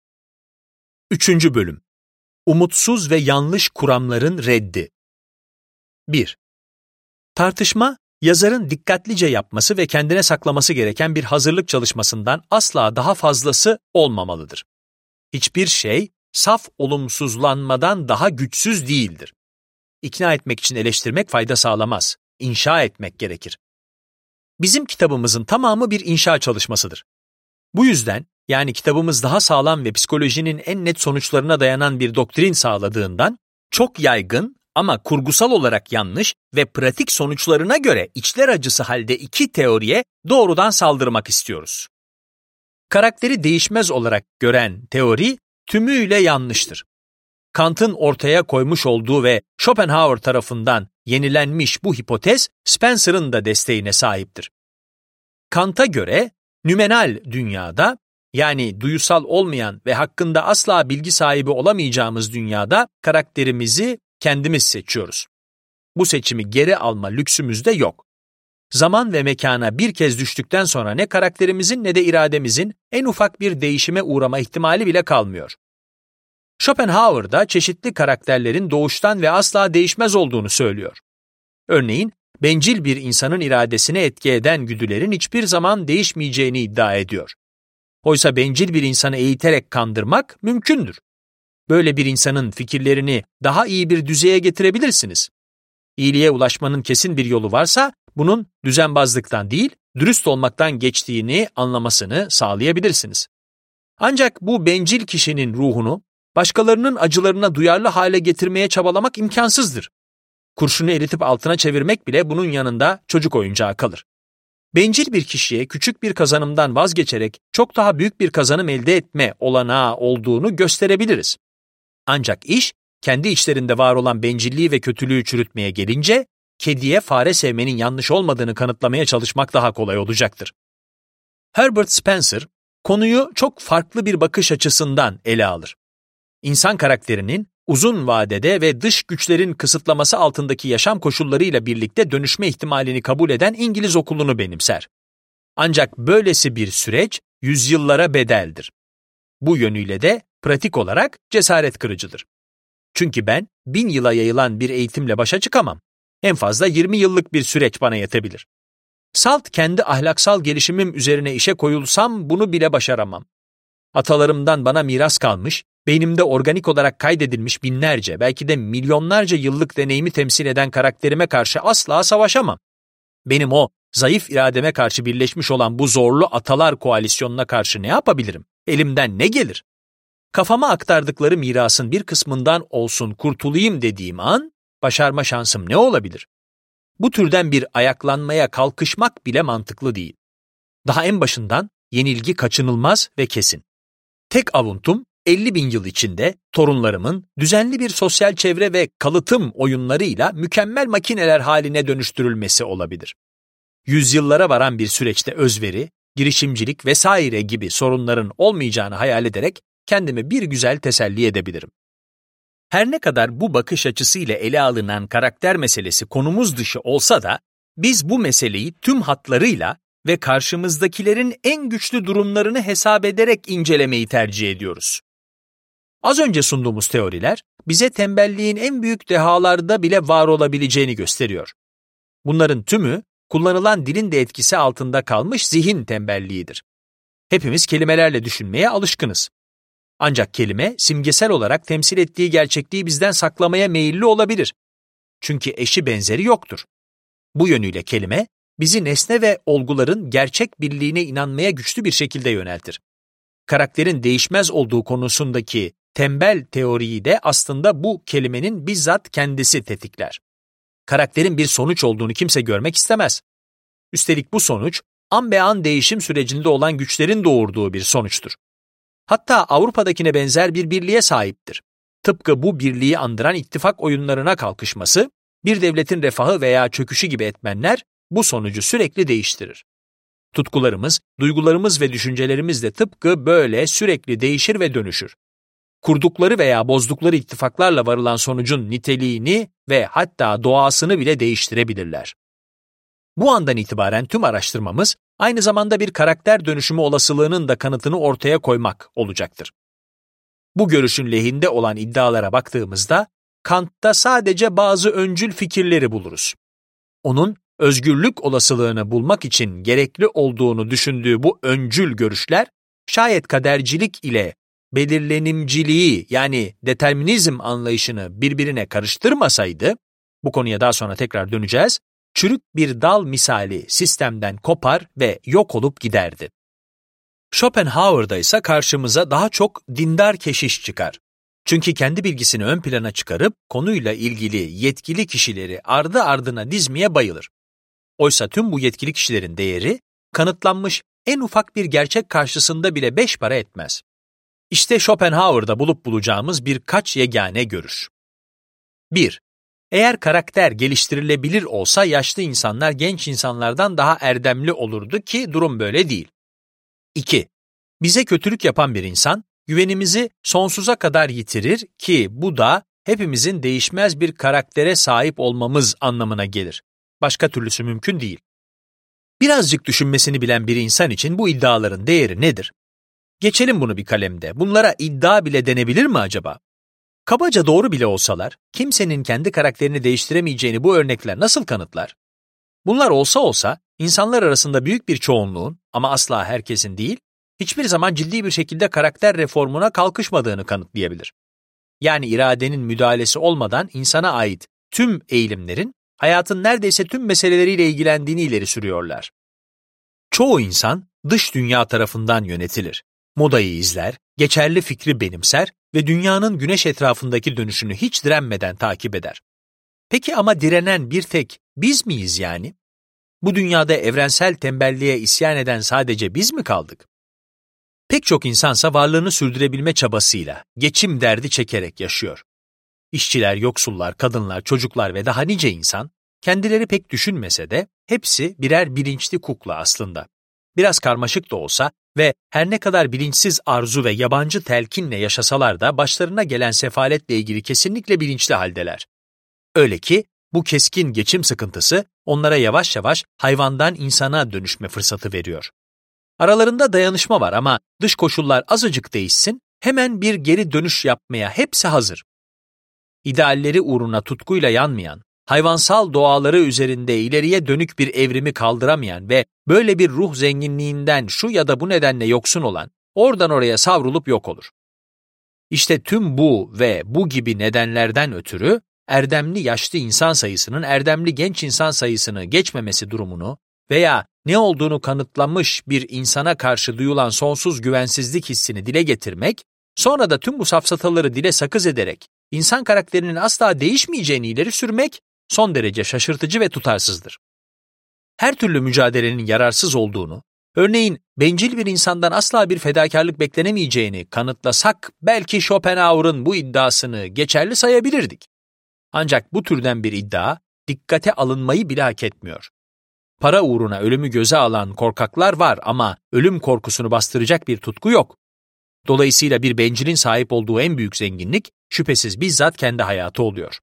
3. Bölüm. Umutsuz ve yanlış kuramların reddi. 1. Tartışma, yazarın dikkatlice yapması ve kendine saklaması gereken bir hazırlık çalışmasından asla daha fazlası olmamalıdır. Hiçbir şey, saf olumsuzlanmadan daha güçsüz değildir. İkna etmek için eleştirmek fayda sağlamaz, inşa etmek gerekir. Bizim kitabımızın tamamı bir inşa çalışmasıdır. Bu yüzden, yani kitabımız daha sağlam ve psikolojinin en net sonuçlarına dayanan bir doktrin sağladığından, çok yaygın ama kurgusal olarak yanlış ve pratik sonuçlarına göre içler acısı halde iki teoriye doğrudan saldırmak istiyoruz. Karakteri değişmez olarak gören teori tümüyle yanlıştır. Kant'ın ortaya koymuş olduğu ve Schopenhauer tarafından yenilenmiş bu hipotez Spencer'ın da desteğine sahiptir. Kant'a göre nümenal dünyada, yani duyusal olmayan ve hakkında asla bilgi sahibi olamayacağımız dünyada karakterimizi kendimiz seçiyoruz. Bu seçimi geri alma lüksümüz de yok. Zaman ve mekana bir kez düştükten sonra ne karakterimizin ne de irademizin en ufak bir değişime uğrama ihtimali bile kalmıyor. Schopenhauer da çeşitli karakterlerin doğuştan ve asla değişmez olduğunu söylüyor. Örneğin, bencil bir insanın iradesine etki eden güdülerin hiçbir zaman değişmeyeceğini iddia ediyor. Oysa bencil bir insanı eğiterek kandırmak mümkündür. Böyle bir insanın fikirlerini daha iyi bir düzeye getirebilirsiniz. İyiliğe ulaşmanın kesin bir yolu varsa, bunun düzenbazlıktan değil, dürüst olmaktan geçtiğini anlamasını sağlayabilirsiniz. Ancak bu bencil kişinin ruhunu, başkalarının acılarına duyarlı hale getirmeye çabalamak imkansızdır. Kurşunu eritip altına çevirmek bile bunun yanında çocuk oyuncağı kalır. Bencil bir kişiye küçük bir kazanımdan vazgeçerek çok daha büyük bir kazanım elde etme olanağı olduğunu gösterebiliriz. Ancak iş, kendi içlerinde var olan bencilliği ve kötülüğü çürütmeye gelince, kediye fare sevmenin yanlış olmadığını kanıtlamaya çalışmak daha kolay olacaktır. Herbert Spencer, konuyu çok farklı bir bakış açısından ele alır. İnsan karakterinin uzun vadede ve dış güçlerin kısıtlaması altındaki yaşam koşullarıyla birlikte dönüşme ihtimalini kabul eden İngiliz okulunu benimser. Ancak böylesi bir süreç yüzyıllara bedeldir. Bu yönüyle de pratik olarak cesaret kırıcıdır. Çünkü ben 1000 yıla yayılan bir eğitimle başa çıkamam. En fazla 20 yıllık bir süreç bana yetebilir. Salt kendi ahlaksal gelişimim üzerine işe koyulsam bunu bile başaramam. Atalarımdan bana miras kalmış, beynimde organik olarak kaydedilmiş binlerce, belki de milyonlarca yıllık deneyimi temsil eden karakterime karşı asla savaşamam. Benim o zayıf irademe karşı birleşmiş olan bu zorlu atalar koalisyonuna karşı ne yapabilirim? Elimden ne gelir? Kafama aktardıkları mirasın bir kısmından olsun kurtulayım dediğim an, başarma şansım ne olabilir? Bu türden bir ayaklanmaya kalkışmak bile mantıklı değil. Daha en başından yenilgi kaçınılmaz ve kesin. Tek avuntum, 50 bin yıl içinde torunlarımın düzenli bir sosyal çevre ve kalıtım oyunlarıyla mükemmel makineler haline dönüştürülmesi olabilir. Yüzyıllara varan bir süreçte özveri, girişimcilik vesaire gibi sorunların olmayacağını hayal ederek kendimi bir güzel teselli edebilirim. Her ne kadar bu bakış açısıyla ele alınan karakter meselesi konumuz dışı olsa da, biz bu meseleyi tüm hatlarıyla ve karşımızdakilerin en güçlü durumlarını hesap ederek incelemeyi tercih ediyoruz. Az önce sunduğumuz teoriler, bize tembelliğin en büyük dehalarda bile var olabileceğini gösteriyor. Bunların tümü, kullanılan dilin de etkisi altında kalmış zihin tembelliğidir. Hepimiz kelimelerle düşünmeye alışkınız. Ancak kelime, simgesel olarak temsil ettiği gerçekliği bizden saklamaya meyilli olabilir. Çünkü eşi benzeri yoktur. Bu yönüyle kelime, bizi nesne ve olguların gerçek birliğine inanmaya güçlü bir şekilde yöneltir. Karakterin değişmez olduğu konusundaki tembel teoriyi de aslında bu kelimenin bizzat kendisi tetikler. Karakterin bir sonuç olduğunu kimse görmek istemez. Üstelik bu sonuç, an be an değişim sürecinde olan güçlerin doğurduğu bir sonuçtur. Hatta Avrupa'dakine benzer bir birliğe sahiptir. Tıpkı bu birliği andıran ittifak oyunlarına kalkışması, bir devletin refahı veya çöküşü gibi etmenler bu sonucu sürekli değiştirir. Tutkularımız, duygularımız ve düşüncelerimiz de tıpkı böyle sürekli değişir ve dönüşür. Kurdukları veya bozdukları ittifaklarla varılan sonucun niteliğini ve hatta doğasını bile değiştirebilirler. Bu andan itibaren tüm araştırmamız, aynı zamanda bir karakter dönüşümü olasılığının da kanıtını ortaya koymak olacaktır. Bu görüşün lehinde olan iddialara baktığımızda, Kant'ta sadece bazı öncül fikirleri buluruz. Onun, özgürlük olasılığını bulmak için gerekli olduğunu düşündüğü bu öncül görüşler, şayet kadercilik ile belirlenimciliği yani determinizm anlayışını birbirine karıştırmasaydı, bu konuya daha sonra tekrar döneceğiz, çürük bir dal misali sistemden kopar ve yok olup giderdi. Schopenhauer'da ise karşımıza daha çok dindar keşiş çıkar. Çünkü kendi bilgisini ön plana çıkarıp konuyla ilgili yetkili kişileri ardı ardına dizmeye bayılır. Oysa tüm bu yetkili kişilerin değeri, kanıtlanmış en ufak bir gerçek karşısında bile 5 para etmez. İşte Schopenhauer'da bulup bulacağımız birkaç yegane görüş. 1. Eğer karakter geliştirilebilir olsa yaşlı insanlar genç insanlardan daha erdemli olurdu ki durum böyle değil. 2. Bize kötülük yapan bir insan, güvenimizi sonsuza kadar yitirir ki bu da hepimizin değişmez bir karaktere sahip olmamız anlamına gelir. Başka türlüsü mümkün değil. Birazcık düşünmesini bilen bir insan için bu iddiaların değeri nedir? Geçelim bunu bir kalemde. Bunlara iddia bile denebilir mi acaba? Kabaca doğru bile olsalar, kimsenin kendi karakterini değiştiremeyeceğini bu örnekler nasıl kanıtlar? Bunlar olsa insanlar arasında büyük bir çoğunluğun ama asla herkesin değil, hiçbir zaman ciddi bir şekilde karakter reformuna kalkışmadığını kanıtlayabilir. Yani iradenin müdahalesi olmadan insana ait tüm eğilimlerin hayatın neredeyse tüm meseleleriyle ilgilendiğini ileri sürüyorlar. Çoğu insan dış dünya tarafından yönetilir. Modayı izler, geçerli fikri benimser ve dünyanın güneş etrafındaki dönüşünü hiç direnmeden takip eder. Peki ama direnen bir tek biz miyiz yani? Bu dünyada evrensel tembelliğe isyan eden sadece biz mi kaldık? Pek çok insansa varlığını sürdürebilme çabasıyla, geçim derdi çekerek yaşıyor. İşçiler, yoksullar, kadınlar, çocuklar ve daha nice insan, kendileri pek düşünmese de hepsi birer bilinçli kukla aslında. Biraz karmaşık da olsa ve her ne kadar bilinçsiz arzu ve yabancı telkinle yaşasalar da başlarına gelen sefaletle ilgili kesinlikle bilinçli haldeler. Öyle ki bu keskin geçim sıkıntısı onlara yavaş yavaş hayvandan insana dönüşme fırsatı veriyor. Aralarında dayanışma var ama dış koşullar azıcık değişsin, hemen bir geri dönüş yapmaya hepsi hazır. İdealleri uğruna tutkuyla yanmayan, hayvansal doğaları üzerinde ileriye dönük bir evrimi kaldıramayan ve böyle bir ruh zenginliğinden şu ya da bu nedenle yoksun olan, oradan oraya savrulup yok olur. İşte tüm bu ve bu gibi nedenlerden ötürü, erdemli yaşlı insan sayısının erdemli genç insan sayısını geçmemesi durumunu veya ne olduğunu kanıtlanmış bir insana karşı duyulan sonsuz güvensizlik hissini dile getirmek, sonra da tüm bu safsataları dile sakız ederek insan karakterinin asla değişmeyeceğini ileri sürmek son derece şaşırtıcı ve tutarsızdır. Her türlü mücadelenin yararsız olduğunu, örneğin bencil bir insandan asla bir fedakarlık beklenemeyeceğini kanıtlasak belki Schopenhauer'ın bu iddiasını geçerli sayabilirdik. Ancak bu türden bir iddia dikkate alınmayı bile hak etmiyor. Para uğruna ölümü göze alan korkaklar var ama ölüm korkusunu bastıracak bir tutku yok. Dolayısıyla bir bencilin sahip olduğu en büyük zenginlik şüphesiz bizzat kendi hayatı oluyor.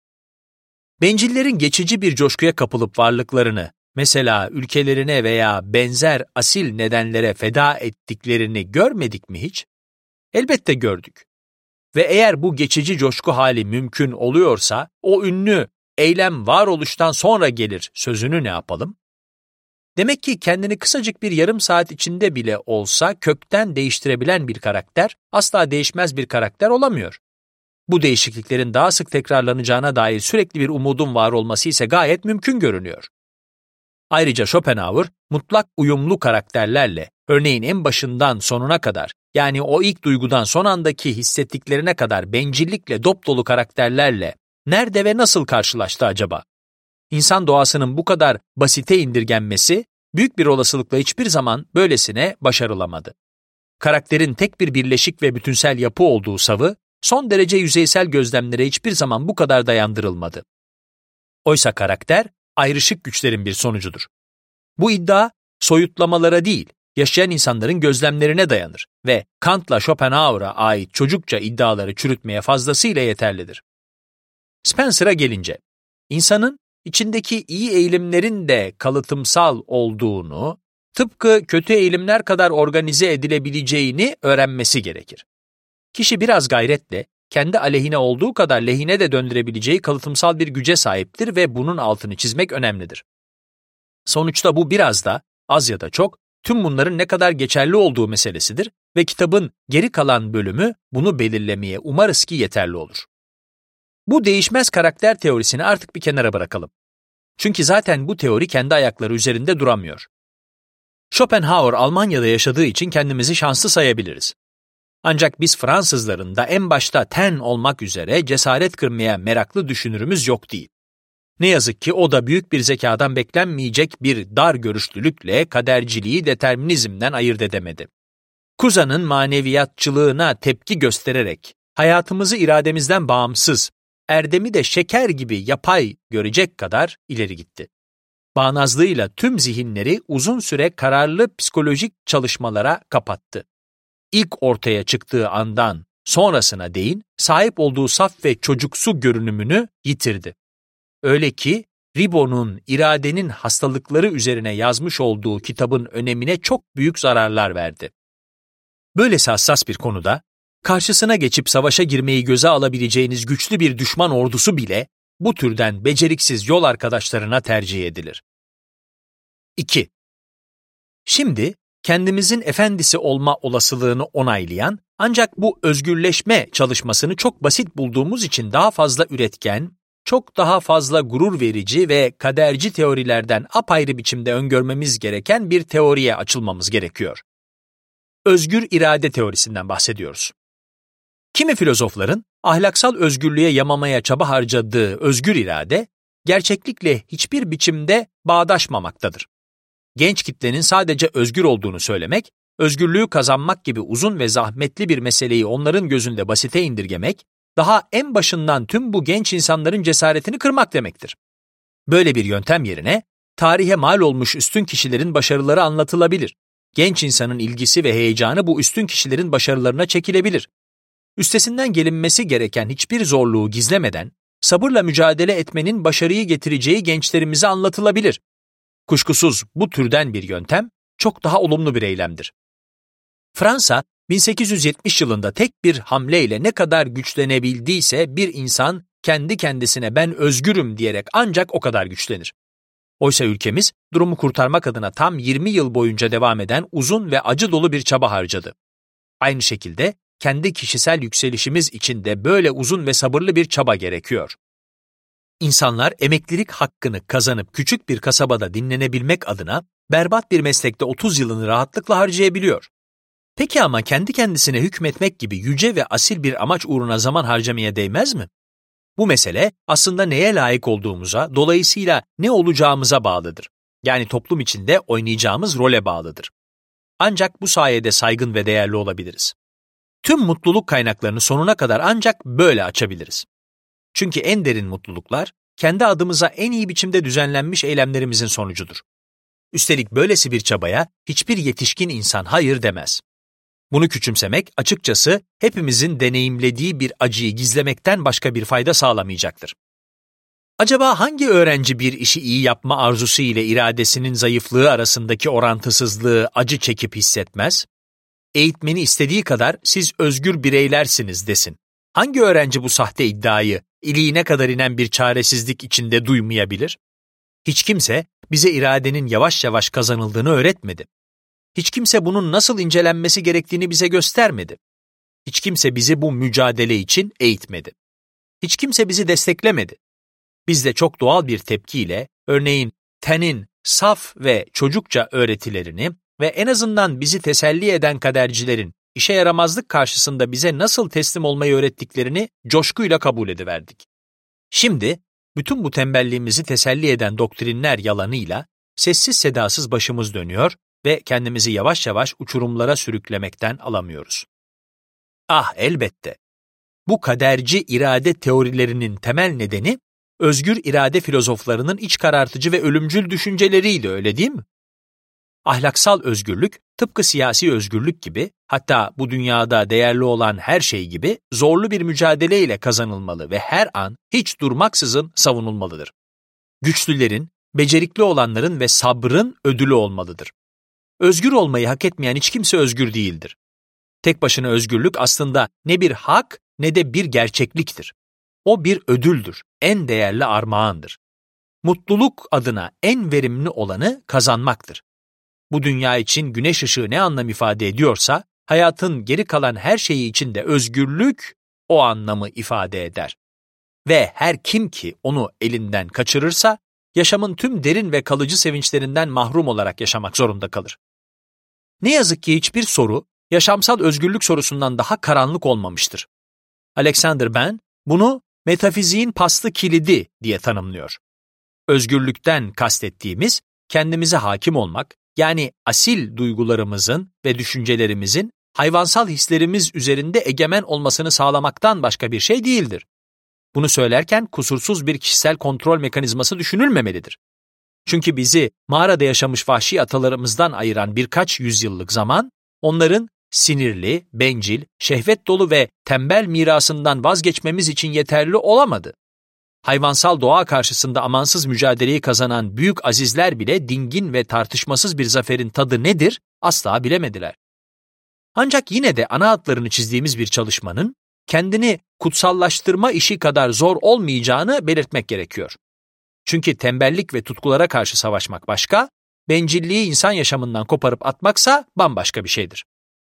Bencillerin geçici bir coşkuya kapılıp varlıklarını, mesela ülkelerine veya benzer asil nedenlere feda ettiklerini görmedik mi hiç? Elbette gördük. Ve eğer bu geçici coşku hali mümkün oluyorsa, o ünlü eylem varoluştan sonra gelir sözünü ne yapalım? Demek ki kendini kısacık bir yarım saat içinde bile olsa kökten değiştirebilen bir karakter, asla değişmez bir karakter olamıyor. Bu değişikliklerin daha sık tekrarlanacağına dair sürekli bir umudun var olması ise gayet mümkün görünüyor. Ayrıca Schopenhauer, mutlak uyumlu karakterlerle, örneğin en başından sonuna kadar, yani o ilk duygudan son andaki hissettiklerine kadar bencillikle dopdolu karakterlerle nerede ve nasıl karşılaştı acaba? İnsan doğasının bu kadar basite indirgenmesi, büyük bir olasılıkla hiçbir zaman böylesine başarılamadı. Karakterin tek bir birleşik ve bütünsel yapı olduğu savı, son derece yüzeysel gözlemlere hiçbir zaman bu kadar dayandırılmadı. Oysa karakter, ayrışık güçlerin bir sonucudur. Bu iddia, soyutlamalara değil, yaşayan insanların gözlemlerine dayanır ve Kant'la Schopenhauer'a ait çocukça iddiaları çürütmeye fazlasıyla yeterlidir. Spencer'a gelince, insanın içindeki iyi eğilimlerin de kalıtımsal olduğunu, tıpkı kötü eğilimler kadar organize edilebileceğini öğrenmesi gerekir. Kişi biraz gayretle, kendi aleyhine olduğu kadar lehine de döndürebileceği kalıtımsal bir güce sahiptir ve bunun altını çizmek önemlidir. Sonuçta bu biraz da, az ya da çok, tüm bunların ne kadar geçerli olduğu meselesidir ve kitabın geri kalan bölümü bunu belirlemeye umarız ki yeterli olur. Bu değişmez karakter teorisini artık bir kenara bırakalım. Çünkü zaten bu teori kendi ayakları üzerinde duramıyor. Schopenhauer Almanya'da yaşadığı için kendimizi şanslı sayabiliriz. Ancak biz Fransızların da en başta Taine olmak üzere cesaret kırmaya meraklı düşünürümüz yok değil. Ne yazık ki o da büyük bir zekadan beklenmeyecek bir dar görüşlülükle kaderciliği determinizmden ayırt edemedi. Cousin'ın maneviyatçılığına tepki göstererek hayatımızı irademizden bağımsız, erdemi de şeker gibi yapay görecek kadar ileri gitti. Bağnazlığıyla tüm zihinleri uzun süre kararlı psikolojik çalışmalara kapattı. İlk ortaya çıktığı andan sonrasına değin sahip olduğu saf ve çocuksu görünümünü yitirdi. Öyle ki Ribon'un iradenin hastalıkları üzerine yazmış olduğu kitabın önemine çok büyük zararlar verdi. Böylesi hassas bir konuda, karşısına geçip savaşa girmeyi göze alabileceğiniz güçlü bir düşman ordusu bile bu türden beceriksiz yol arkadaşlarına tercih edilir. 2. Şimdi kendimizin efendisi olma olasılığını onaylayan ancak bu özgürleşme çalışmasını çok basit bulduğumuz için daha fazla üretken, çok daha fazla gurur verici ve kaderci teorilerden apayrı biçimde öngörmemiz gereken bir teoriye açılmamız gerekiyor. Özgür irade teorisinden bahsediyoruz. Kimi filozofların ahlaksal özgürlüğe yamamaya çaba harcadığı özgür irade, gerçeklikle hiçbir biçimde bağdaşmamaktadır. Genç kitlenin sadece özgür olduğunu söylemek, özgürlüğü kazanmak gibi uzun ve zahmetli bir meseleyi onların gözünde basite indirgemek, daha en başından tüm bu genç insanların cesaretini kırmak demektir. Böyle bir yöntem yerine, tarihe mal olmuş üstün kişilerin başarıları anlatılabilir. Genç insanın ilgisi ve heyecanı bu üstün kişilerin başarılarına çekilebilir. Üstesinden gelinmesi gereken hiçbir zorluğu gizlemeden, sabırla mücadele etmenin başarıyı getireceği gençlerimize anlatılabilir. Kuşkusuz bu türden bir yöntem çok daha olumlu bir eylemdir. Fransa, 1870 yılında tek bir hamleyle ne kadar güçlenebildiyse bir insan kendi kendisine ben özgürüm diyerek ancak o kadar güçlenir. Oysa ülkemiz durumu kurtarmak adına tam 20 yıl boyunca devam eden uzun ve acı dolu bir çaba harcadı. Aynı şekilde kendi kişisel yükselişimiz için de böyle uzun ve sabırlı bir çaba gerekiyor. İnsanlar emeklilik hakkını kazanıp küçük bir kasabada dinlenebilmek adına berbat bir meslekte 30 yılını rahatlıkla harcayabiliyor. Peki ama kendi kendisine hükmetmek gibi yüce ve asil bir amaç uğruna zaman harcamaya değmez mi? Bu mesele aslında neye layık olduğumuza, dolayısıyla ne olacağımıza bağlıdır. Yani toplum içinde oynayacağımız role bağlıdır. Ancak bu sayede saygın ve değerli olabiliriz. Tüm mutluluk kaynaklarını sonuna kadar ancak böyle açabiliriz. Çünkü en derin mutluluklar, kendi adımıza en iyi biçimde düzenlenmiş eylemlerimizin sonucudur. Üstelik böylesi bir çabaya hiçbir yetişkin insan hayır demez. Bunu küçümsemek açıkçası hepimizin deneyimlediği bir acıyı gizlemekten başka bir fayda sağlamayacaktır. Acaba hangi öğrenci bir işi iyi yapma arzusu ile iradesinin zayıflığı arasındaki orantısızlığı acı çekip hissetmez? Eğitmeni istediği kadar siz özgür bireylersiniz desin. Hangi öğrenci bu sahte iddiayı iliğine kadar inen bir çaresizlik içinde duymayabilir? Hiç kimse bize iradenin yavaş yavaş kazanıldığını öğretmedi. Hiç kimse bunun nasıl incelenmesi gerektiğini bize göstermedi. Hiç kimse bizi bu mücadele için eğitmedi. Hiç kimse bizi desteklemedi. Biz de çok doğal bir tepkiyle, örneğin Ten'in saf ve çocukça öğretilerini ve en azından bizi teselli eden kadercilerin işe yaramazlık karşısında bize nasıl teslim olmayı öğrettiklerini coşkuyla kabul ediverdik. Şimdi, bütün bu tembelliğimizi teselli eden doktrinler yalanıyla sessiz sedasız başımız dönüyor ve kendimizi yavaş yavaş uçurumlara sürüklemekten alamıyoruz. Ah elbette! Bu kaderci irade teorilerinin temel nedeni, özgür irade filozoflarının iç karartıcı ve ölümcül düşünceleriydi, öyle değil mi? Ahlaksal özgürlük, tıpkı siyasi özgürlük gibi, hatta bu dünyada değerli olan her şey gibi zorlu bir mücadeleyle kazanılmalı ve her an hiç durmaksızın savunulmalıdır. Güçlülerin, becerikli olanların ve sabrın ödülü olmalıdır. Özgür olmayı hak etmeyen hiç kimse özgür değildir. Tek başına özgürlük aslında ne bir hak ne de bir gerçekliktir. O bir ödüldür, en değerli armağandır. Mutluluk adına en verimli olanı kazanmaktır. Bu dünya için güneş ışığı ne anlam ifade ediyorsa, hayatın geri kalan her şeyi için de özgürlük o anlamı ifade eder. Ve her kim ki onu elinden kaçırırsa, yaşamın tüm derin ve kalıcı sevinçlerinden mahrum olarak yaşamak zorunda kalır. Ne yazık ki hiçbir soru, yaşamsal özgürlük sorusundan daha karanlık olmamıştır. Alexander Ben, bunu metafiziğin paslı kilidi diye tanımlıyor. Özgürlükten kastettiğimiz, kendimize hakim olmak, yani asil duygularımızın ve düşüncelerimizin hayvansal hislerimiz üzerinde egemen olmasını sağlamaktan başka bir şey değildir. Bunu söylerken kusursuz bir kişisel kontrol mekanizması düşünülmemelidir. Çünkü bizi mağarada yaşamış vahşi atalarımızdan ayıran birkaç yüzyıllık zaman, onların sinirli, bencil, şehvet dolu ve tembel mirasından vazgeçmemiz için yeterli olamadı. Hayvansal doğa karşısında amansız mücadeleyi kazanan büyük azizler bile dingin ve tartışmasız bir zaferin tadı nedir asla bilemediler. Ancak yine de ana hatlarını çizdiğimiz bir çalışmanın kendini kutsallaştırma işi kadar zor olmayacağını belirtmek gerekiyor. Çünkü tembellik ve tutkulara karşı savaşmak başka, bencilliği insan yaşamından koparıp atmaksa bambaşka bir şeydir.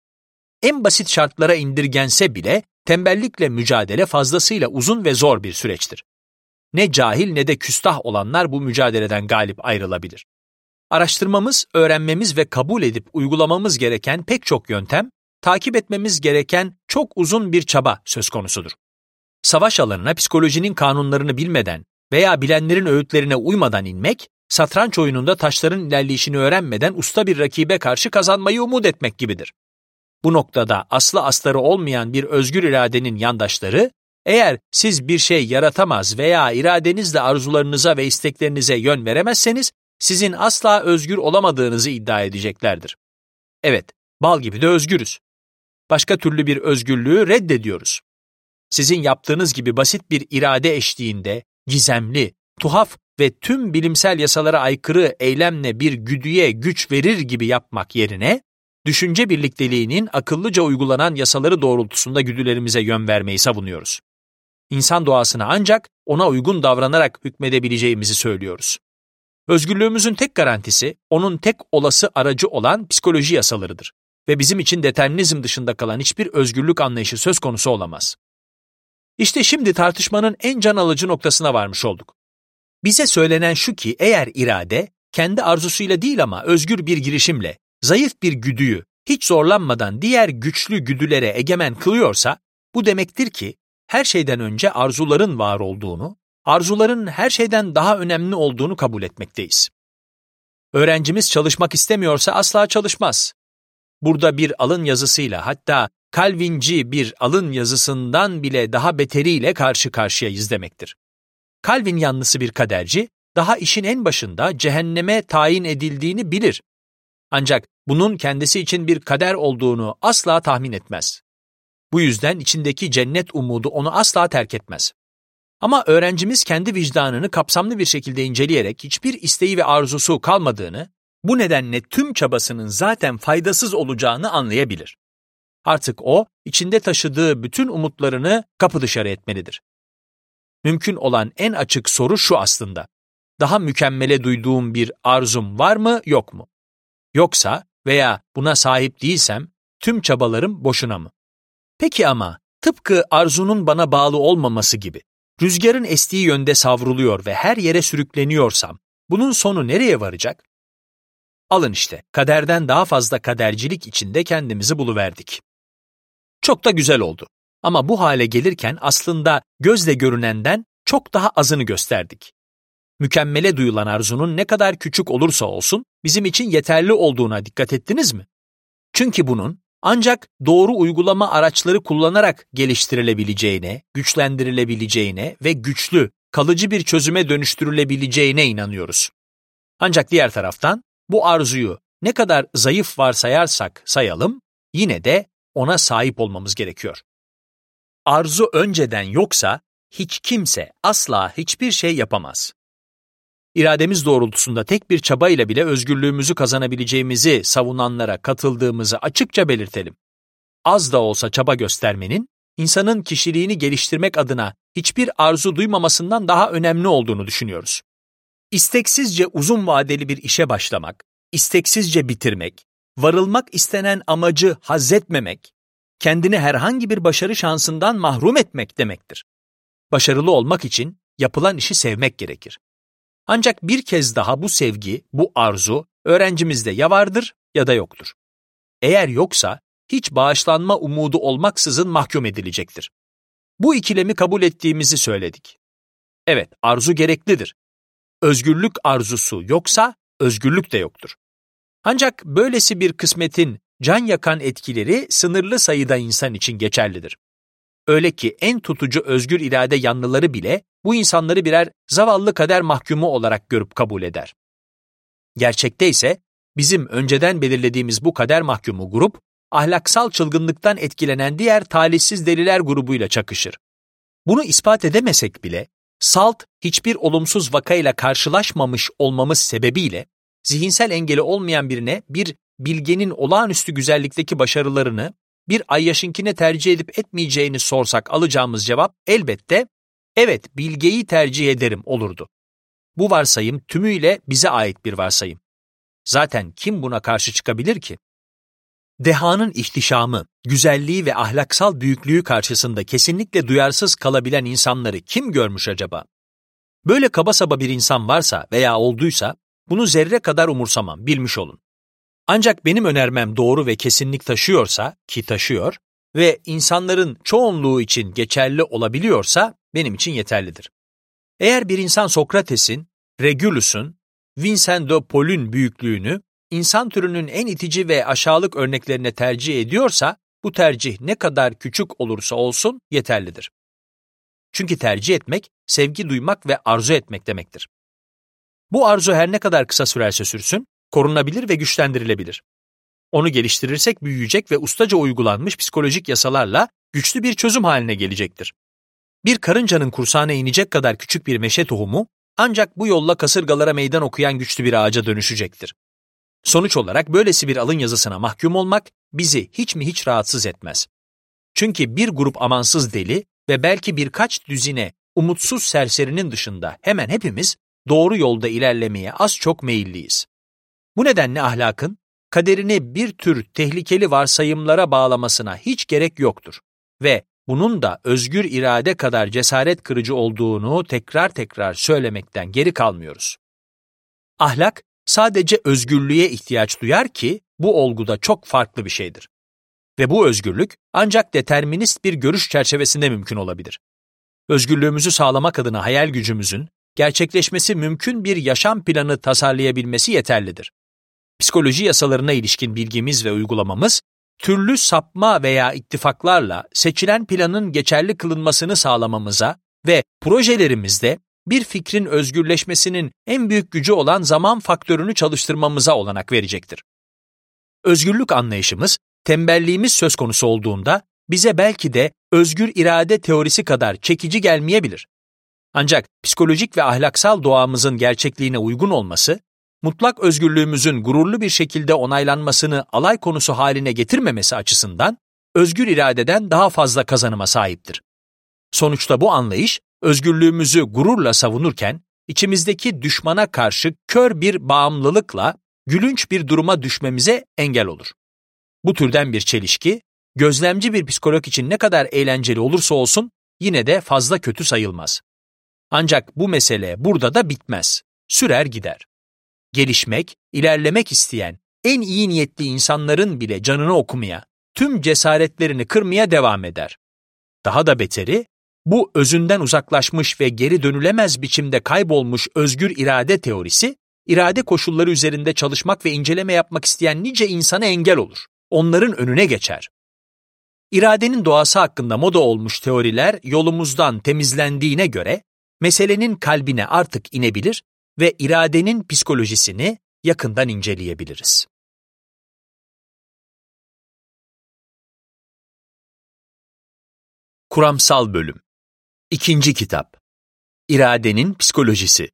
En basit şartlara indirgense bile tembellikle mücadele fazlasıyla uzun ve zor bir süreçtir. Ne cahil ne de küstah olanlar bu mücadeleden galip ayrılabilir. Araştırmamız, öğrenmemiz ve kabul edip uygulamamız gereken pek çok yöntem, takip etmemiz gereken çok uzun bir çaba söz konusudur. Savaş alanına psikolojinin kanunlarını bilmeden veya bilenlerin öğütlerine uymadan inmek, satranç oyununda taşların ilerleyişini öğrenmeden usta bir rakibe karşı kazanmayı umut etmek gibidir. Bu noktada aslı astarı olmayan bir özgür iradenin yandaşları, eğer siz bir şey yaratamaz veya iradenizle arzularınıza ve isteklerinize yön veremezseniz, sizin asla özgür olamadığınızı iddia edeceklerdir. Evet, bal gibi de özgürüz. Başka türlü bir özgürlüğü reddediyoruz. Sizin yaptığınız gibi basit bir irade eşliğinde, gizemli, tuhaf ve tüm bilimsel yasalara aykırı eylemle bir güdüye güç verir gibi yapmak yerine, düşünce birlikteliğinin akıllıca uygulanan yasaları doğrultusunda güdülerimize yön vermeyi savunuyoruz. İnsan doğasına ancak ona uygun davranarak hükmedebileceğimizi söylüyoruz. Özgürlüğümüzün tek garantisi, onun tek olası aracı olan psikoloji yasalarıdır ve bizim için determinizm dışında kalan hiçbir özgürlük anlayışı söz konusu olamaz. İşte şimdi tartışmanın en can alıcı noktasına varmış olduk. Bize söylenen şu ki eğer irade, kendi arzusuyla değil ama özgür bir girişimle, zayıf bir güdüyü hiç zorlanmadan diğer güçlü güdülere egemen kılıyorsa, bu demektir ki her şeyden önce arzuların var olduğunu, arzuların her şeyden daha önemli olduğunu kabul etmekteyiz. Öğrencimiz çalışmak istemiyorsa asla çalışmaz. burada bir alın yazısıyla, hatta Calvinci bir alın yazısından bile daha beteriyle karşı karşıyayız demektir. Calvin yanlısı bir kaderci, daha işin en başında cehenneme tayin edildiğini bilir. Ancak bunun kendisi için bir kader olduğunu asla tahmin etmez. Bu yüzden içindeki cennet umudu onu asla terk etmez. Ama öğrencimiz kendi vicdanını kapsamlı bir şekilde inceleyerek hiçbir isteği ve arzusu kalmadığını, bu nedenle tüm çabasının zaten faydasız olacağını anlayabilir. Artık o, içinde taşıdığı bütün umutlarını kapı dışarı etmelidir. Mümkün olan en açık soru şu aslında: daha mükemmele duyduğum bir arzum var mı, yok mu? Yoksa veya buna sahip değilsem tüm çabalarım boşuna mı? Peki ama tıpkı arzunun bana bağlı olmaması gibi, rüzgarın estiği yönde savruluyor ve her yere sürükleniyorsam, bunun sonu nereye varacak? Alın işte, kaderden daha fazla kadercilik içinde kendimizi buluverdik. Çok da güzel oldu. Ama bu hale gelirken aslında gözle görünenden çok daha azını gösterdik. Mükemmele duyulan arzunun ne kadar küçük olursa olsun bizim için yeterli olduğuna dikkat ettiniz mi? Çünkü bunun ancak doğru uygulama araçları kullanarak geliştirilebileceğine, güçlendirilebileceğine ve güçlü, kalıcı bir çözüme dönüştürülebileceğine inanıyoruz. Ancak diğer taraftan bu arzuyu ne kadar zayıf varsayarsak sayalım, yine de ona sahip olmamız gerekiyor. Arzu önceden yoksa hiç kimse asla hiçbir şey yapamaz. İrademiz doğrultusunda tek bir çabayla bile özgürlüğümüzü kazanabileceğimizi savunanlara katıldığımızı açıkça belirtelim. Az da olsa çaba göstermenin, insanın kişiliğini geliştirmek adına hiçbir arzu duymamasından daha önemli olduğunu düşünüyoruz. İsteksizce uzun vadeli bir işe başlamak, isteksizce bitirmek, varılmak istenen amacı hazzetmemek, kendini herhangi bir başarı şansından mahrum etmek demektir. Başarılı olmak için yapılan işi sevmek gerekir. Ancak bir kez daha bu sevgi, bu arzu öğrencimizde ya vardır ya da yoktur. Eğer yoksa hiç bağışlanma umudu olmaksızın mahkum edilecektir. Bu ikilemi kabul ettiğimizi söyledik. Evet, arzu gereklidir. Özgürlük arzusu yoksa özgürlük de yoktur. Ancak böylesi bir kısmetin can yakan etkileri sınırlı sayıda insan için geçerlidir. Öyle ki en tutucu özgür irade yanlıları bile bu insanları birer zavallı kader mahkumu olarak görüp kabul eder. Gerçekte ise bizim önceden belirlediğimiz bu kader mahkumu grup, ahlaksal çılgınlıktan etkilenen diğer talihsiz deliler grubuyla çakışır. Bunu ispat edemesek bile, salt hiçbir olumsuz vakayla karşılaşmamış olmamız sebebiyle, zihinsel engeli olmayan birine bir bilgenin olağanüstü güzellikteki başarılarını bir ayyaşınkine tercih edip etmeyeceğini sorsak alacağımız cevap elbette, evet bilgeyi tercih ederim olurdu. Bu varsayım tümüyle bize ait bir varsayım. Zaten kim buna karşı çıkabilir ki? Dehanın ihtişamı, güzelliği ve ahlaksal büyüklüğü karşısında kesinlikle duyarsız kalabilen insanları kim görmüş acaba? Böyle kaba saba bir insan varsa veya olduysa, bunu zerre kadar umursamam, bilmiş olun. Ancak benim önermem doğru ve kesinlik taşıyorsa, ki taşıyor, ve insanların çoğunluğu için geçerli olabiliyorsa, benim için yeterlidir. Eğer bir insan Sokrates'in, Regulus'un, Vincent de Paul'ün büyüklüğünü, insan türünün en itici ve aşağılık örneklerine tercih ediyorsa, bu tercih ne kadar küçük olursa olsun yeterlidir. Çünkü tercih etmek, sevgi duymak ve arzu etmek demektir. Bu arzu her ne kadar kısa sürerse sürsün, korunabilir ve güçlendirilebilir. Onu geliştirirsek büyüyecek ve ustaca uygulanmış psikolojik yasalarla güçlü bir çözüm haline gelecektir. Bir karıncanın kursağına inecek kadar küçük bir meşe tohumu, ancak bu yolla kasırgalara meydan okuyan güçlü bir ağaca dönüşecektir. Sonuç olarak böylesi bir alın yazısına mahkum olmak bizi hiç mi hiç rahatsız etmez. Çünkü bir grup amansız deli ve belki birkaç düzine umutsuz serserinin dışında hemen hepimiz doğru yolda ilerlemeye az çok meyilliyiz. Bu nedenle ahlakın kaderini bir tür tehlikeli varsayımlara bağlamasına hiç gerek yoktur ve bunun da özgür irade kadar cesaret kırıcı olduğunu tekrar tekrar söylemekten geri kalmıyoruz. Ahlak sadece özgürlüğe ihtiyaç duyar ki bu olguda çok farklı bir şeydir. Ve bu özgürlük ancak determinist bir görüş çerçevesinde mümkün olabilir. Özgürlüğümüzü sağlamak adına hayal gücümüzün gerçekleşmesi mümkün bir yaşam planı tasarlayabilmesi yeterlidir. psikoloji yasalarına ilişkin bilgimiz ve uygulamamız, türlü sapma veya ittifaklarla seçilen planın geçerli kılınmasını sağlamamıza ve projelerimizde bir fikrin özgürleşmesinin en büyük gücü olan zaman faktörünü çalıştırmamıza olanak verecektir. Özgürlük anlayışımız, tembelliğimiz söz konusu olduğunda bize belki de özgür irade teorisi kadar çekici gelmeyebilir. Ancak psikolojik ve ahlaksal doğamızın gerçekliğine uygun olması, mutlak özgürlüğümüzün gururlu bir şekilde onaylanmasını alay konusu haline getirmemesi açısından özgür iradeden daha fazla kazanıma sahiptir. Sonuçta bu anlayış, özgürlüğümüzü gururla savunurken, içimizdeki düşmana karşı kör bir bağımlılıkla gülünç bir duruma düşmemize engel olur. Bu türden bir çelişki, gözlemci bir psikolog için ne kadar eğlenceli olursa olsun yine de fazla kötü sayılmaz. Ancak bu mesele burada da bitmez, sürer gider. Gelişmek, ilerlemek isteyen en iyi niyetli insanların bile canını okumaya, tüm cesaretlerini kırmaya devam eder. Daha da beteri, bu özünden uzaklaşmış ve geri dönülemez biçimde kaybolmuş özgür irade teorisi, irade koşulları üzerinde çalışmak ve inceleme yapmak isteyen nice insana engel olur. Onların önüne geçer. İradenin doğası hakkında moda olmuş teoriler yolumuzdan temizlendiğine göre, meselenin kalbine artık inebilir ve iradenin psikolojisini yakından inceleyebiliriz. Kuramsal Bölüm 2. Kitap İradenin Psikolojisi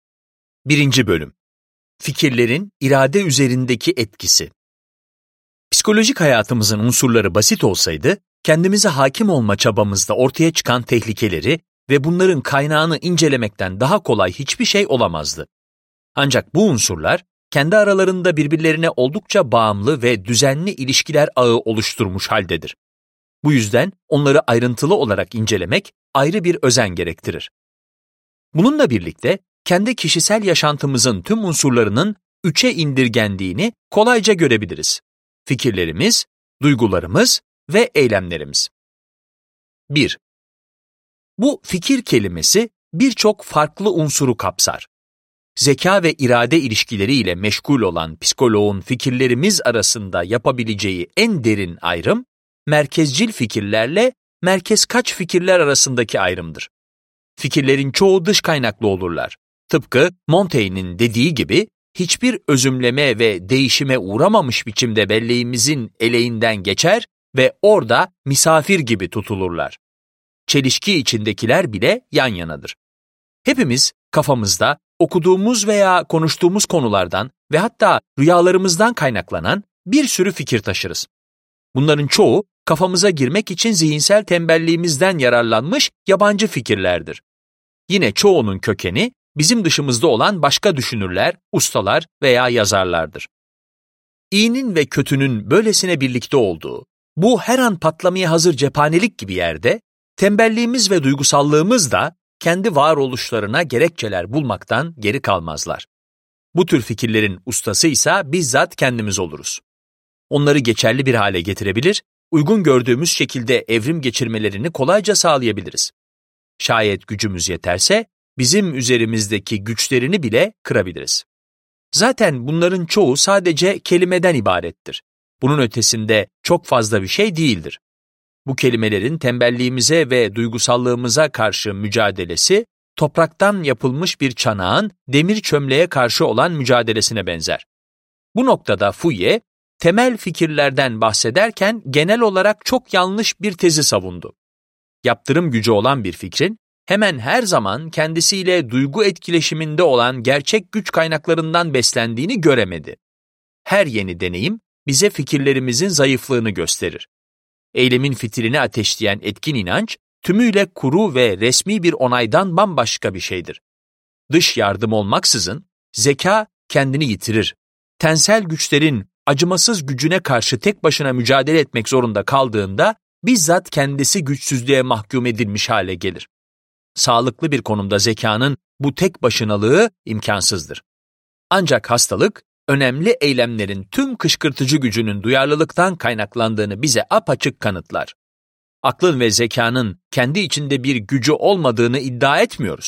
1. Bölüm Fikirlerin irade üzerindeki etkisi. Psikolojik hayatımızın unsurları basit olsaydı, kendimize hakim olma çabamızda ortaya çıkan tehlikeleri ve bunların kaynağını incelemekten daha kolay hiçbir şey olamazdı. Ancak bu unsurlar, kendi aralarında birbirlerine oldukça bağımlı ve düzenli ilişkiler ağı oluşturmuş haldedir. Bu yüzden onları ayrıntılı olarak incelemek ayrı bir özen gerektirir. Bununla birlikte, kendi kişisel yaşantımızın tüm unsurlarının 3'e indirgendiğini kolayca görebiliriz. Fikirlerimiz, duygularımız ve eylemlerimiz. 1. Bu fikir kelimesi birçok farklı unsuru kapsar. Zeka ve irade ilişkileriyle meşgul olan psikoloğun fikirlerimiz arasında yapabileceği en derin ayrım, merkezcil fikirlerle merkezkaç fikirler arasındaki ayrımdır. Fikirlerin çoğu dış kaynaklı olurlar. Tıpkı Montaigne'in dediği gibi, hiçbir özümleme ve değişime uğramamış biçimde belleğimizin eleğinden geçer ve orada misafir gibi tutulurlar. Çelişki içindekiler bile yan yanadır. Hepimiz kafamızda okuduğumuz veya konuştuğumuz konulardan ve hatta rüyalarımızdan kaynaklanan bir sürü fikir taşırız. Bunların çoğu kafamıza girmek için zihinsel tembelliğimizden yararlanmış yabancı fikirlerdir. Yine çoğunun kökeni bizim dışımızda olan başka düşünürler, ustalar veya yazarlardır. İyinin ve kötünün böylesine birlikte olduğu, bu her an patlamaya hazır cephanelik gibi yerde, tembelliğimiz ve duygusallığımız da kendi varoluşlarına gerekçeler bulmaktan geri kalmazlar. Bu tür fikirlerin ustası ise bizzat kendimiz oluruz. Onları geçerli bir hale getirebilir, uygun gördüğümüz şekilde evrim geçirmelerini kolayca sağlayabiliriz. Şayet gücümüz yeterse, bizim üzerimizdeki güçlerini bile kırabiliriz. Zaten bunların çoğu sadece kelimeden ibarettir. Bunun ötesinde çok fazla bir şey değildir. Bu kelimelerin tembelliğimize ve duygusallığımıza karşı mücadelesi, topraktan yapılmış bir çanağın demir çömleğe karşı olan mücadelesine benzer. Bu noktada Fouye, temel fikirlerden bahsederken genel olarak çok yanlış bir tezi savundu. Yaptırım gücü olan bir fikrin, hemen her zaman kendisiyle duygu etkileşiminde olan gerçek güç kaynaklarından beslendiğini göremedi. Her yeni deneyim bize fikirlerimizin zayıflığını gösterir. Eylemin fitilini ateşleyen etkin inanç, tümüyle kuru ve resmi bir onaydan bambaşka bir şeydir. Dış yardım olmaksızın, zeka kendini yitirir. Tensel güçlerin acımasız gücüne karşı tek başına mücadele etmek zorunda kaldığında, bizzat kendisi güçsüzlüğe mahkum edilmiş hale gelir. Sağlıklı bir konumda zekanın bu tek başınalığı imkansızdır. Ancak hastalık, önemli eylemlerin tüm kışkırtıcı gücünün duyarlılıktan kaynaklandığını bize apaçık kanıtlar. Aklın ve zekanın kendi içinde bir gücü olmadığını iddia etmiyoruz.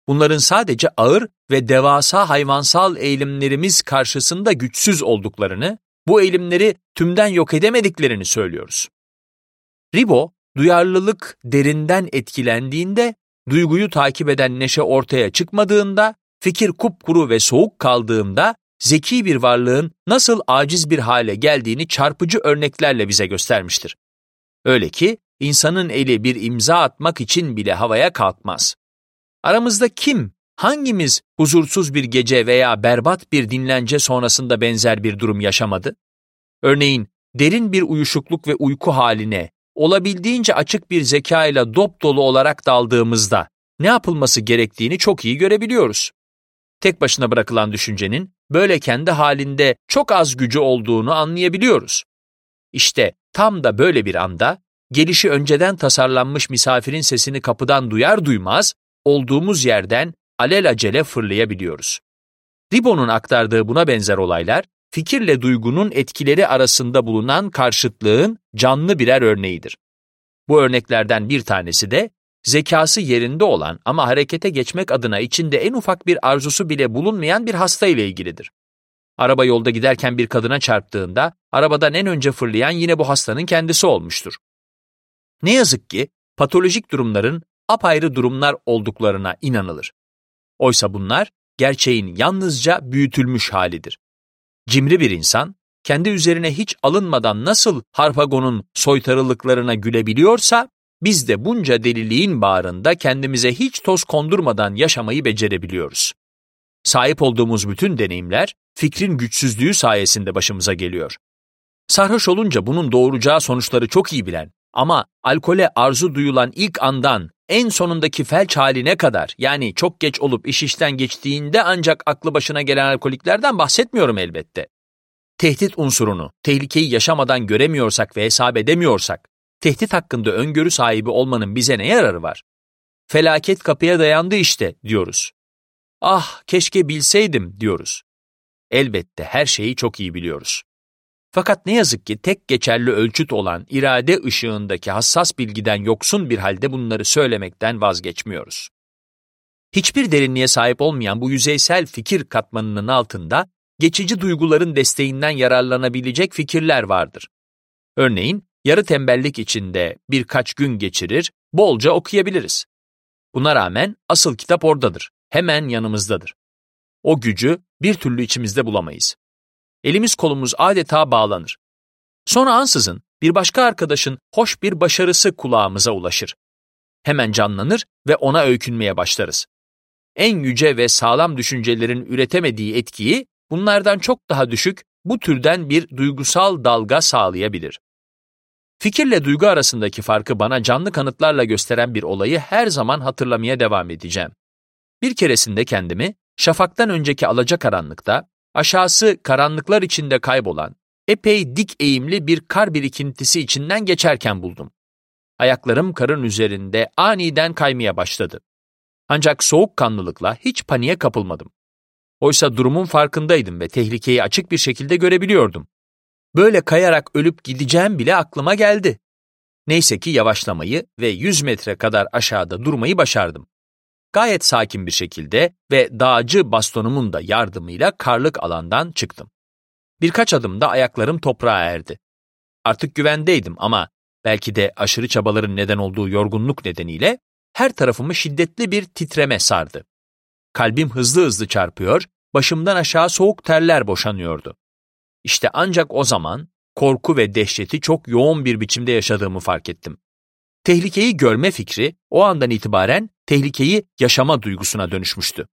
bunların sadece ağır ve devasa hayvansal eğilimlerimiz karşısında güçsüz olduklarını, bu eğilimleri tümden yok edemediklerini söylüyoruz. Ribot, duyarlılık derinden etkilendiğinde, duyguyu takip eden neşe ortaya çıkmadığında, fikir kupkuru ve soğuk kaldığında, zeki bir varlığın nasıl aciz bir hale geldiğini çarpıcı örneklerle bize göstermiştir. Öyle ki, insanın eli bir imza atmak için bile havaya kalkmaz. Aramızda kim, hangimiz huzursuz bir gece veya berbat bir dinlence sonrasında benzer bir durum yaşamadı? Örneğin, derin bir uyuşukluk ve uyku haline, olabildiğince açık bir zekayla dopdolu olarak daldığımızda ne yapılması gerektiğini çok iyi görebiliyoruz. Tek başına bırakılan düşüncenin böyle kendi halinde çok az gücü olduğunu anlayabiliyoruz. İşte tam da böyle bir anda, gelişi önceden tasarlanmış misafirin sesini kapıdan duyar duymaz, olduğumuz yerden alelacele fırlayabiliyoruz. Ribot'un aktardığı buna benzer olaylar, fikirle duygunun etkileri arasında bulunan karşıtlığın canlı birer örneğidir. Bu örneklerden bir tanesi de, zekası yerinde olan ama harekete geçmek adına içinde en ufak bir arzusu bile bulunmayan bir hasta ile ilgilidir. Araba yolda giderken bir kadına çarptığında, arabadan en önce fırlayan yine bu hastanın kendisi olmuştur. Ne yazık ki, patolojik durumların apayrı durumlar olduklarına inanılır. Oysa bunlar, gerçeğin yalnızca büyütülmüş halidir. Cimri bir insan, kendi üzerine hiç alınmadan nasıl Harpagon'un soytarılıklarına gülebiliyorsa, biz de bunca deliliğin bağrında kendimize hiç toz kondurmadan yaşamayı becerebiliyoruz. Sahip olduğumuz bütün deneyimler, fikrin güçsüzlüğü sayesinde başımıza geliyor. Sarhoş olunca bunun doğuracağı sonuçları çok iyi bilen ama alkole arzu duyulan ilk andan en sonundaki felç haline kadar, yani çok geç olup iş işten geçtiğinde ancak aklı başına gelen alkoliklerden bahsetmiyorum elbette. Tehdit unsurunu, tehlikeyi yaşamadan göremiyorsak ve hesap edemiyorsak, tehdit hakkında öngörü sahibi olmanın bize ne yararı var? Felaket kapıya dayandı işte, diyoruz. Ah, keşke bilseydim, diyoruz. Elbette her şeyi çok iyi biliyoruz. Fakat ne yazık ki tek geçerli ölçüt olan irade ışığındaki hassas bilgiden yoksun bir halde bunları söylemekten vazgeçmiyoruz. Hiçbir derinliğe sahip olmayan bu yüzeysel fikir katmanının altında geçici duyguların desteğinden yararlanabilecek fikirler vardır. Örneğin, yarı tembellik içinde birkaç gün geçirir, bolca okuyabiliriz. Buna rağmen asıl kitap oradadır, hemen yanımızdadır. O gücü bir türlü içimizde bulamayız. Elimiz kolumuz adeta bağlanır. Sonra ansızın bir başka arkadaşın hoş bir başarısı kulağımıza ulaşır. Hemen canlanır ve ona öykünmeye başlarız. En yüce ve sağlam düşüncelerin üretemediği etkiyi bunlardan çok daha düşük bu türden bir duygusal dalga sağlayabilir. Fikirle duygu arasındaki farkı bana canlı kanıtlarla gösteren bir olayı her zaman hatırlamaya devam edeceğim. Bir keresinde kendimi şafaktan önceki alacakaranlıkta, aşağısı karanlıklar içinde kaybolan, epey dik eğimli bir kar birikintisi içinden geçerken buldum. Ayaklarım karın üzerinde aniden kaymaya başladı. Ancak soğukkanlılıkla hiç paniğe kapılmadım. Oysa durumun farkındaydım ve tehlikeyi açık bir şekilde görebiliyordum. Böyle kayarak ölüp gideceğim bile aklıma geldi. Neyse ki yavaşlamayı ve 100 metre kadar aşağıda durmayı başardım. Gayet sakin bir şekilde ve dağcı bastonumun da yardımıyla karlık alandan çıktım. Birkaç adımda ayaklarım toprağa erdi. Artık güvendeydim ama belki de aşırı çabaların neden olduğu yorgunluk nedeniyle her tarafımı şiddetli bir titreme sardı. Kalbim hızlı hızlı çarpıyor, başımdan aşağı soğuk terler boşanıyordu. İşte ancak o zaman korku ve dehşeti çok yoğun bir biçimde yaşadığımı fark ettim. Tehlikeyi görme fikri o andan itibaren tehlikeyi yaşama duygusuna dönüşmüştü.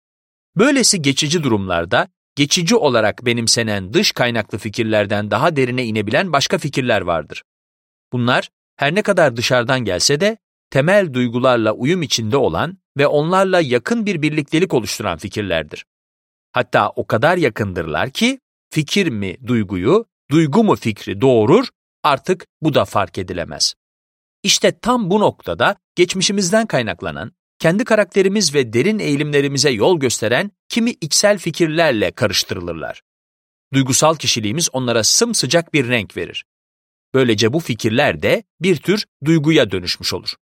Böylesi geçici durumlarda geçici olarak benimsenen dış kaynaklı fikirlerden daha derine inebilen başka fikirler vardır. Bunlar her ne kadar dışarıdan gelse de temel duygularla uyum içinde olan ve onlarla yakın bir birliktelik oluşturan fikirlerdir. Hatta o kadar yakındırlar ki fikir mi duyguyu, duygu mu fikri doğurur, artık bu da fark edilemez. İşte tam bu noktada geçmişimizden kaynaklanan, kendi karakterimiz ve derin eğilimlerimize yol gösteren kimi içsel fikirlerle karıştırılırlar. Duygusal kişiliğimiz onlara sımsıcak bir renk verir. Böylece bu fikirler de bir tür duyguya dönüşmüş olur.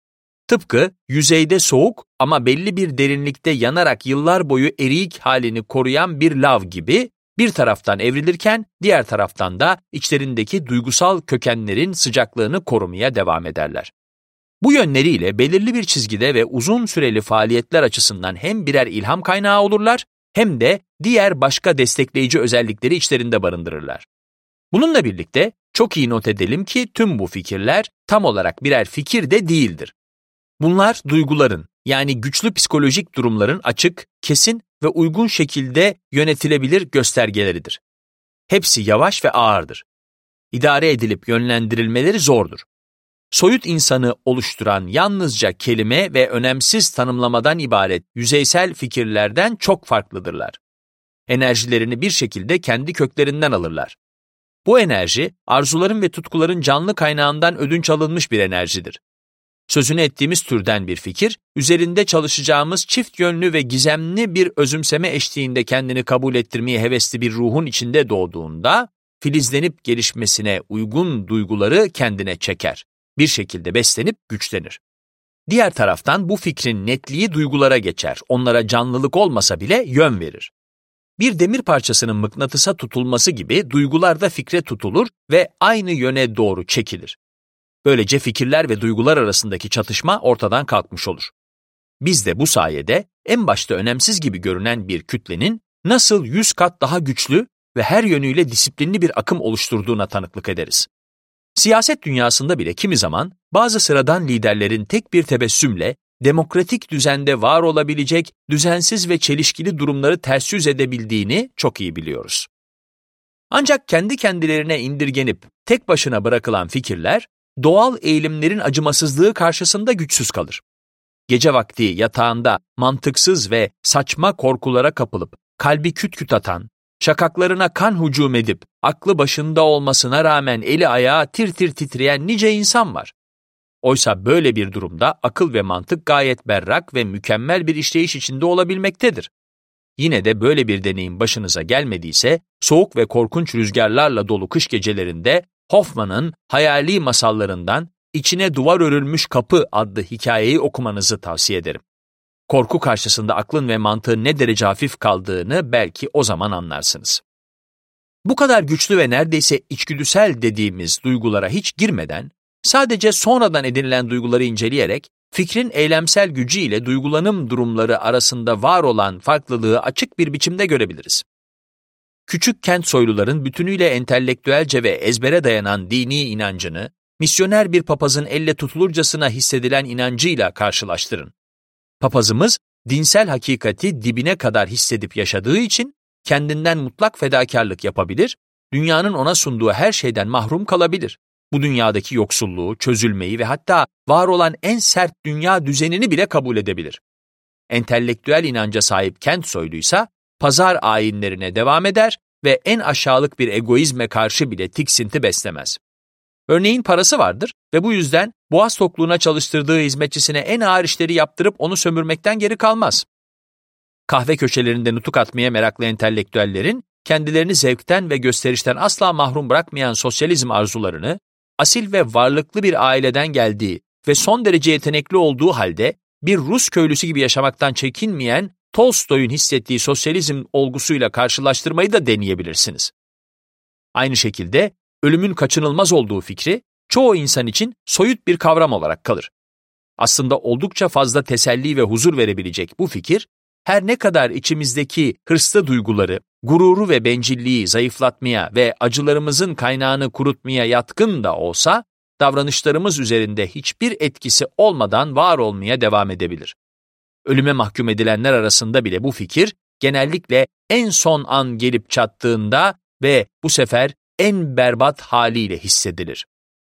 Tıpkı yüzeyde soğuk ama belli bir derinlikte yanarak yıllar boyu eriyik halini koruyan bir lav gibi bir taraftan evrilirken diğer taraftan da içlerindeki duygusal kökenlerin sıcaklığını korumaya devam ederler. Bu yönleriyle belirli bir çizgide ve uzun süreli faaliyetler açısından hem birer ilham kaynağı olurlar hem de diğer başka destekleyici özellikleri içlerinde barındırırlar. Bununla birlikte çok iyi not edelim ki tüm bu fikirler tam olarak birer fikir de değildir. Bunlar duyguların, yani güçlü psikolojik durumların açık, kesin ve uygun şekilde yönetilebilir göstergeleridir. Hepsi yavaş ve ağırdır. İdare edilip yönlendirilmeleri zordur. Soyut insanı oluşturan yalnızca kelime ve önemsiz tanımlamadan ibaret yüzeysel fikirlerden çok farklıdırlar. Enerjilerini bir şekilde kendi köklerinden alırlar. Bu enerji, arzuların ve tutkuların canlı kaynağından ödünç alınmış bir enerjidir. Sözünü ettiğimiz türden bir fikir, üzerinde çalışacağımız çift yönlü ve gizemli bir özümseme eşliğinde kendini kabul ettirmeye hevesli bir ruhun içinde doğduğunda, filizlenip gelişmesine uygun duyguları kendine çeker. Bir şekilde beslenip güçlenir. Diğer taraftan bu fikrin netliği duygulara geçer, onlara canlılık olmasa bile yön verir. Bir demir parçasının mıknatısa tutulması gibi duygular da fikre tutulur ve aynı yöne doğru çekilir. Böylece fikirler ve duygular arasındaki çatışma ortadan kalkmış olur. Biz de bu sayede en başta önemsiz gibi görünen bir kütlenin nasıl 100 kat daha güçlü ve her yönüyle disiplinli bir akım oluşturduğuna tanıklık ederiz. Siyaset dünyasında bile kimi zaman bazı sıradan liderlerin tek bir tebessümle demokratik düzende var olabilecek düzensiz ve çelişkili durumları ters yüz edebildiğini çok iyi biliyoruz. Ancak kendi kendilerine indirgenip tek başına bırakılan fikirler, doğal eğilimlerin acımasızlığı karşısında güçsüz kalır. Gece vakti yatağında mantıksız ve saçma korkulara kapılıp kalbi küt küt atan, şakaklarına kan hücum edip aklı başında olmasına rağmen eli ayağı tir tir titreyen nice insan var. Oysa böyle bir durumda akıl ve mantık gayet berrak ve mükemmel bir işleyiş içinde olabilmektedir. Yine de böyle bir deneyim başınıza gelmediyse, soğuk ve korkunç rüzgarlarla dolu kış gecelerinde Hoffman'ın hayali masallarından "İçine Duvar Örülmüş Kapı" adlı hikayeyi okumanızı tavsiye ederim. Korku karşısında aklın ve mantığın ne derece hafif kaldığını belki o zaman anlarsınız. Bu kadar güçlü ve neredeyse içgüdüsel dediğimiz duygulara hiç girmeden, sadece sonradan edinilen duyguları inceleyerek, fikrin eylemsel gücü ile duygulanım durumları arasında var olan farklılığı açık bir biçimde görebiliriz. Küçük kent soyluların bütünüyle entelektüelce ve ezbere dayanan dini inancını, misyoner bir papazın elle tutulurcasına hissedilen inancıyla karşılaştırın. Papazımız, dinsel hakikati dibine kadar hissedip yaşadığı için, kendinden mutlak fedakarlık yapabilir, dünyanın ona sunduğu her şeyden mahrum kalabilir. Bu dünyadaki yoksulluğu, çözülmeyi ve hatta var olan en sert dünya düzenini bile kabul edebilir. Entelektüel inanca sahip kent soyluysa, pazar ayinlerine devam eder ve en aşağılık bir egoizme karşı bile tiksinti beslemez. Örneğin parası vardır ve bu yüzden boğaz tokluğuna çalıştırdığı hizmetçisine en ağır işleri yaptırıp onu sömürmekten geri kalmaz. Kahve köşelerinde nutuk atmaya meraklı entelektüellerin, kendilerini zevkten ve gösterişten asla mahrum bırakmayan sosyalizm arzularını, asil ve varlıklı bir aileden geldiği ve son derece yetenekli olduğu halde bir Rus köylüsü gibi yaşamaktan çekinmeyen Tolstoy'un hissettiği sosyalizm olgusuyla karşılaştırmayı da deneyebilirsiniz. Aynı şekilde ölümün kaçınılmaz olduğu fikri çoğu insan için soyut bir kavram olarak kalır. Aslında oldukça fazla teselli ve huzur verebilecek bu fikir, her ne kadar içimizdeki hırslı duyguları, gururu ve bencilliği zayıflatmaya ve acılarımızın kaynağını kurutmaya yatkın da olsa, davranışlarımız üzerinde hiçbir etkisi olmadan var olmaya devam edebilir. Ölüme mahkum edilenler arasında bile bu fikir, genellikle en son an gelip çattığında ve bu sefer en berbat haliyle hissedilir.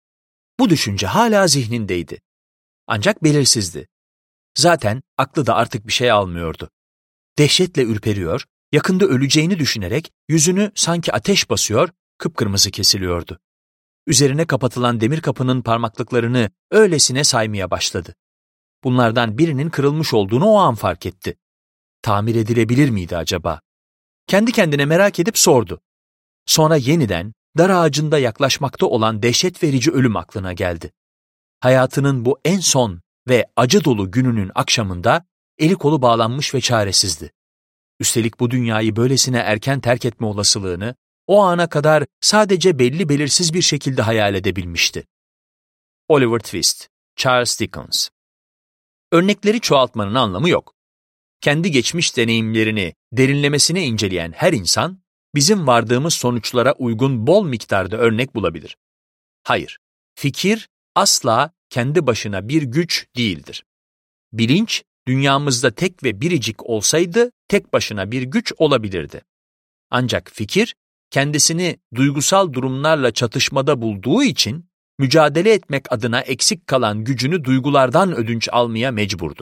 Bu düşünce hala zihnindeydi. Ancak belirsizdi. Zaten aklı da artık bir şey almıyordu. Dehşetle ürperiyor, yakında öleceğini düşünerek yüzünü sanki ateş basıyor, kıpkırmızı kesiliyordu. Üzerine kapatılan demir kapının parmaklıklarını öylesine saymaya başladı. Bunlardan birinin kırılmış olduğunu o an fark etti. Tamir edilebilir miydi acaba? Kendi kendine merak edip sordu. Sonra yeniden dar ağacında yaklaşmakta olan dehşet verici ölüm aklına geldi. Hayatının bu en son ve acı dolu gününün akşamında eli kolu bağlanmış ve çaresizdi. Üstelik bu dünyayı böylesine erken terk etme olasılığını o ana kadar sadece belli belirsiz bir şekilde hayal edebilmişti. Oliver Twist, Charles Dickens. Örnekleri çoğaltmanın anlamı yok. Kendi geçmiş deneyimlerini derinlemesine inceleyen her insan, bizim vardığımız sonuçlara uygun bol miktarda örnek bulabilir. Hayır, fikir asla kendi başına bir güç değildir. Bilinç, dünyamızda tek ve biricik olsaydı tek başına bir güç olabilirdi. Ancak fikir, kendisini duygusal durumlarla çatışmada bulduğu için, mücadele etmek adına eksik kalan gücünü duygulardan ödünç almaya mecburdur.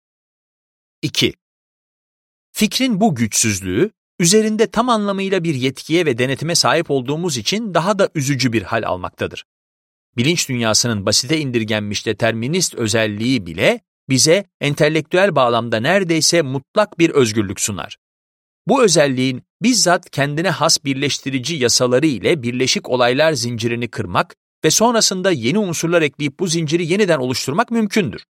2. Fikrin bu güçsüzlüğü, üzerinde tam anlamıyla bir yetkiye ve denetime sahip olduğumuz için daha da üzücü bir hal almaktadır. Bilinç dünyasının basite indirgenmiş determinist özelliği bile bize entelektüel bağlamda neredeyse mutlak bir özgürlük sunar. Bu özelliğin bizzat kendine has birleştirici yasaları ile birleşik olaylar zincirini kırmak ve sonrasında yeni unsurlar ekleyip bu zinciri yeniden oluşturmak mümkündür.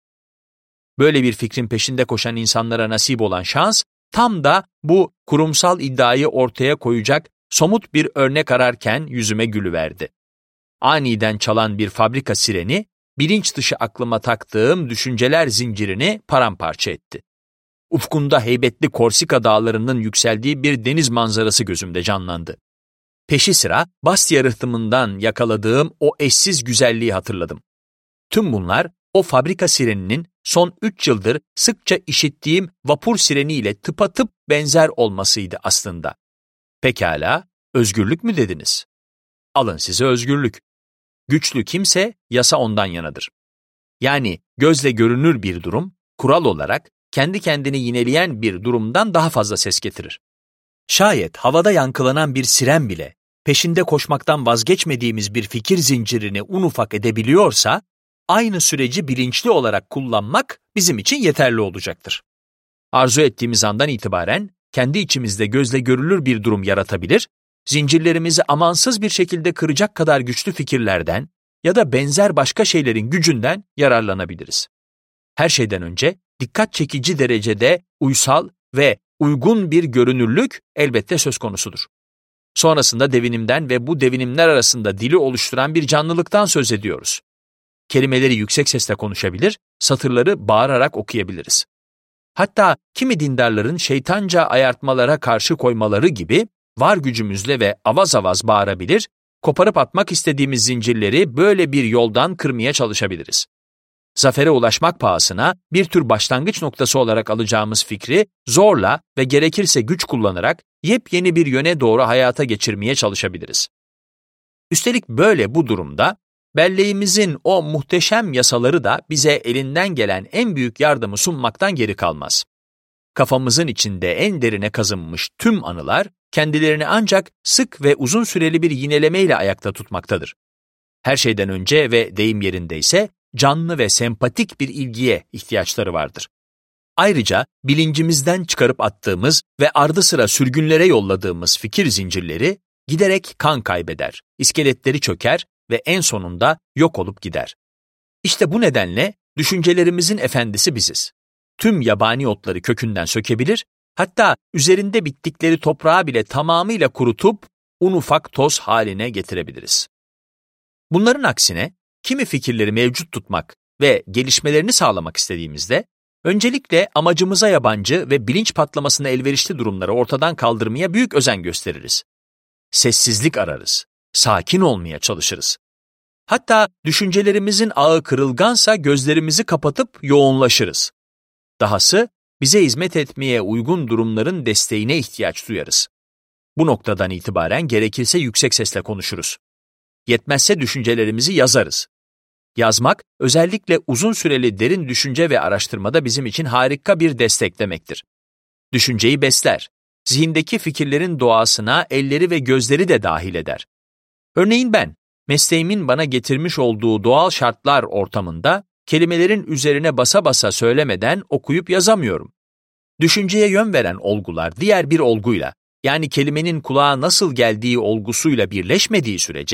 Böyle bir fikrin peşinde koşan insanlara nasip olan şans, tam da bu kurumsal iddiayı ortaya koyacak somut bir örnek ararken yüzüme gülüverdi. Aniden çalan bir fabrika sireni, bilinç dışı aklıma taktığım düşünceler zincirini paramparça etti. Ufkunda heybetli Korsika dağlarının yükseldiği bir deniz manzarası gözümde canlandı. Peşi sıra Bastia rıhtımından yakaladığım o eşsiz güzelliği hatırladım. Tüm bunlar o fabrika sireninin son 3 yıldır sıkça işittiğim vapur sireniyle tıpatıp benzer olmasıydı aslında. Pekala, özgürlük mü dediniz? Alın size özgürlük. Güçlü kimse yasa ondan yanadır. Yani gözle görünür bir durum, kural olarak kendi kendini yineleyen bir durumdan daha fazla ses getirir. Şayet havada yankılanan bir siren bile peşinde koşmaktan vazgeçmediğimiz bir fikir zincirini un ufak edebiliyorsa, aynı süreci bilinçli olarak kullanmak bizim için yeterli olacaktır. Arzu ettiğimiz andan itibaren kendi içimizde gözle görülür bir durum yaratabilir, zincirlerimizi amansız bir şekilde kıracak kadar güçlü fikirlerden ya da benzer başka şeylerin gücünden yararlanabiliriz. Her şeyden önce dikkat çekici derecede uysal ve uygun bir görünürlük elbette söz konusudur. Sonrasında devinimden ve bu devinimler arasında dili oluşturan bir canlılıktan söz ediyoruz. Kelimeleri yüksek sesle konuşabilir, satırları bağırarak okuyabiliriz. Hatta kimi dindarların şeytanca ayartmalara karşı koymaları gibi var gücümüzle ve avaz avaz bağırabilir, koparıp atmak istediğimiz zincirleri böyle bir yoldan kırmaya çalışabiliriz. Zafere ulaşmak pahasına bir tür başlangıç noktası olarak alacağımız fikri zorla ve gerekirse güç kullanarak yepyeni bir yöne doğru hayata geçirmeye çalışabiliriz. Üstelik böyle bu durumda belleğimizin o muhteşem yasaları da bize elinden gelen en büyük yardımı sunmaktan geri kalmaz. Kafamızın içinde en derine kazınmış tüm anılar kendilerini ancak sık ve uzun süreli bir yinelemeyle ayakta tutmaktadır. Her şeyden önce ve deyim yerindeyse canlı ve sempatik bir ilgiye ihtiyaçları vardır. Ayrıca bilincimizden çıkarıp attığımız ve ardı sıra sürgünlere yolladığımız fikir zincirleri giderek kan kaybeder, iskeletleri çöker ve en sonunda yok olup gider. İşte bu nedenle düşüncelerimizin efendisi biziz. Tüm yabani otları kökünden sökebilir, hatta üzerinde bittikleri toprağı bile tamamıyla kurutup un ufak toz haline getirebiliriz. Bunların aksine kimi fikirleri mevcut tutmak ve gelişmelerini sağlamak istediğimizde, öncelikle amacımıza yabancı ve bilinç patlamasına elverişli durumları ortadan kaldırmaya büyük özen gösteririz. Sessizlik ararız, sakin olmaya çalışırız. Hatta düşüncelerimizin ağı kırılgansa gözlerimizi kapatıp yoğunlaşırız. Dahası bize hizmet etmeye uygun durumların desteğine ihtiyaç duyarız. Bu noktadan itibaren gerekirse yüksek sesle konuşuruz. Yetmezse düşüncelerimizi yazarız. Yazmak, özellikle uzun süreli derin düşünce ve araştırmada bizim için harika bir destek demektir. Düşünceyi besler, zihindeki fikirlerin doğasına elleri ve gözleri de dahil eder. Örneğin ben, mesleğimin bana getirmiş olduğu doğal şartlar ortamında kelimelerin üzerine basa basa söylemeden okuyup yazamıyorum. Düşünceye yön veren olgular diğer bir olguyla, yani kelimenin kulağa nasıl geldiği olgusuyla birleşmediği sürece,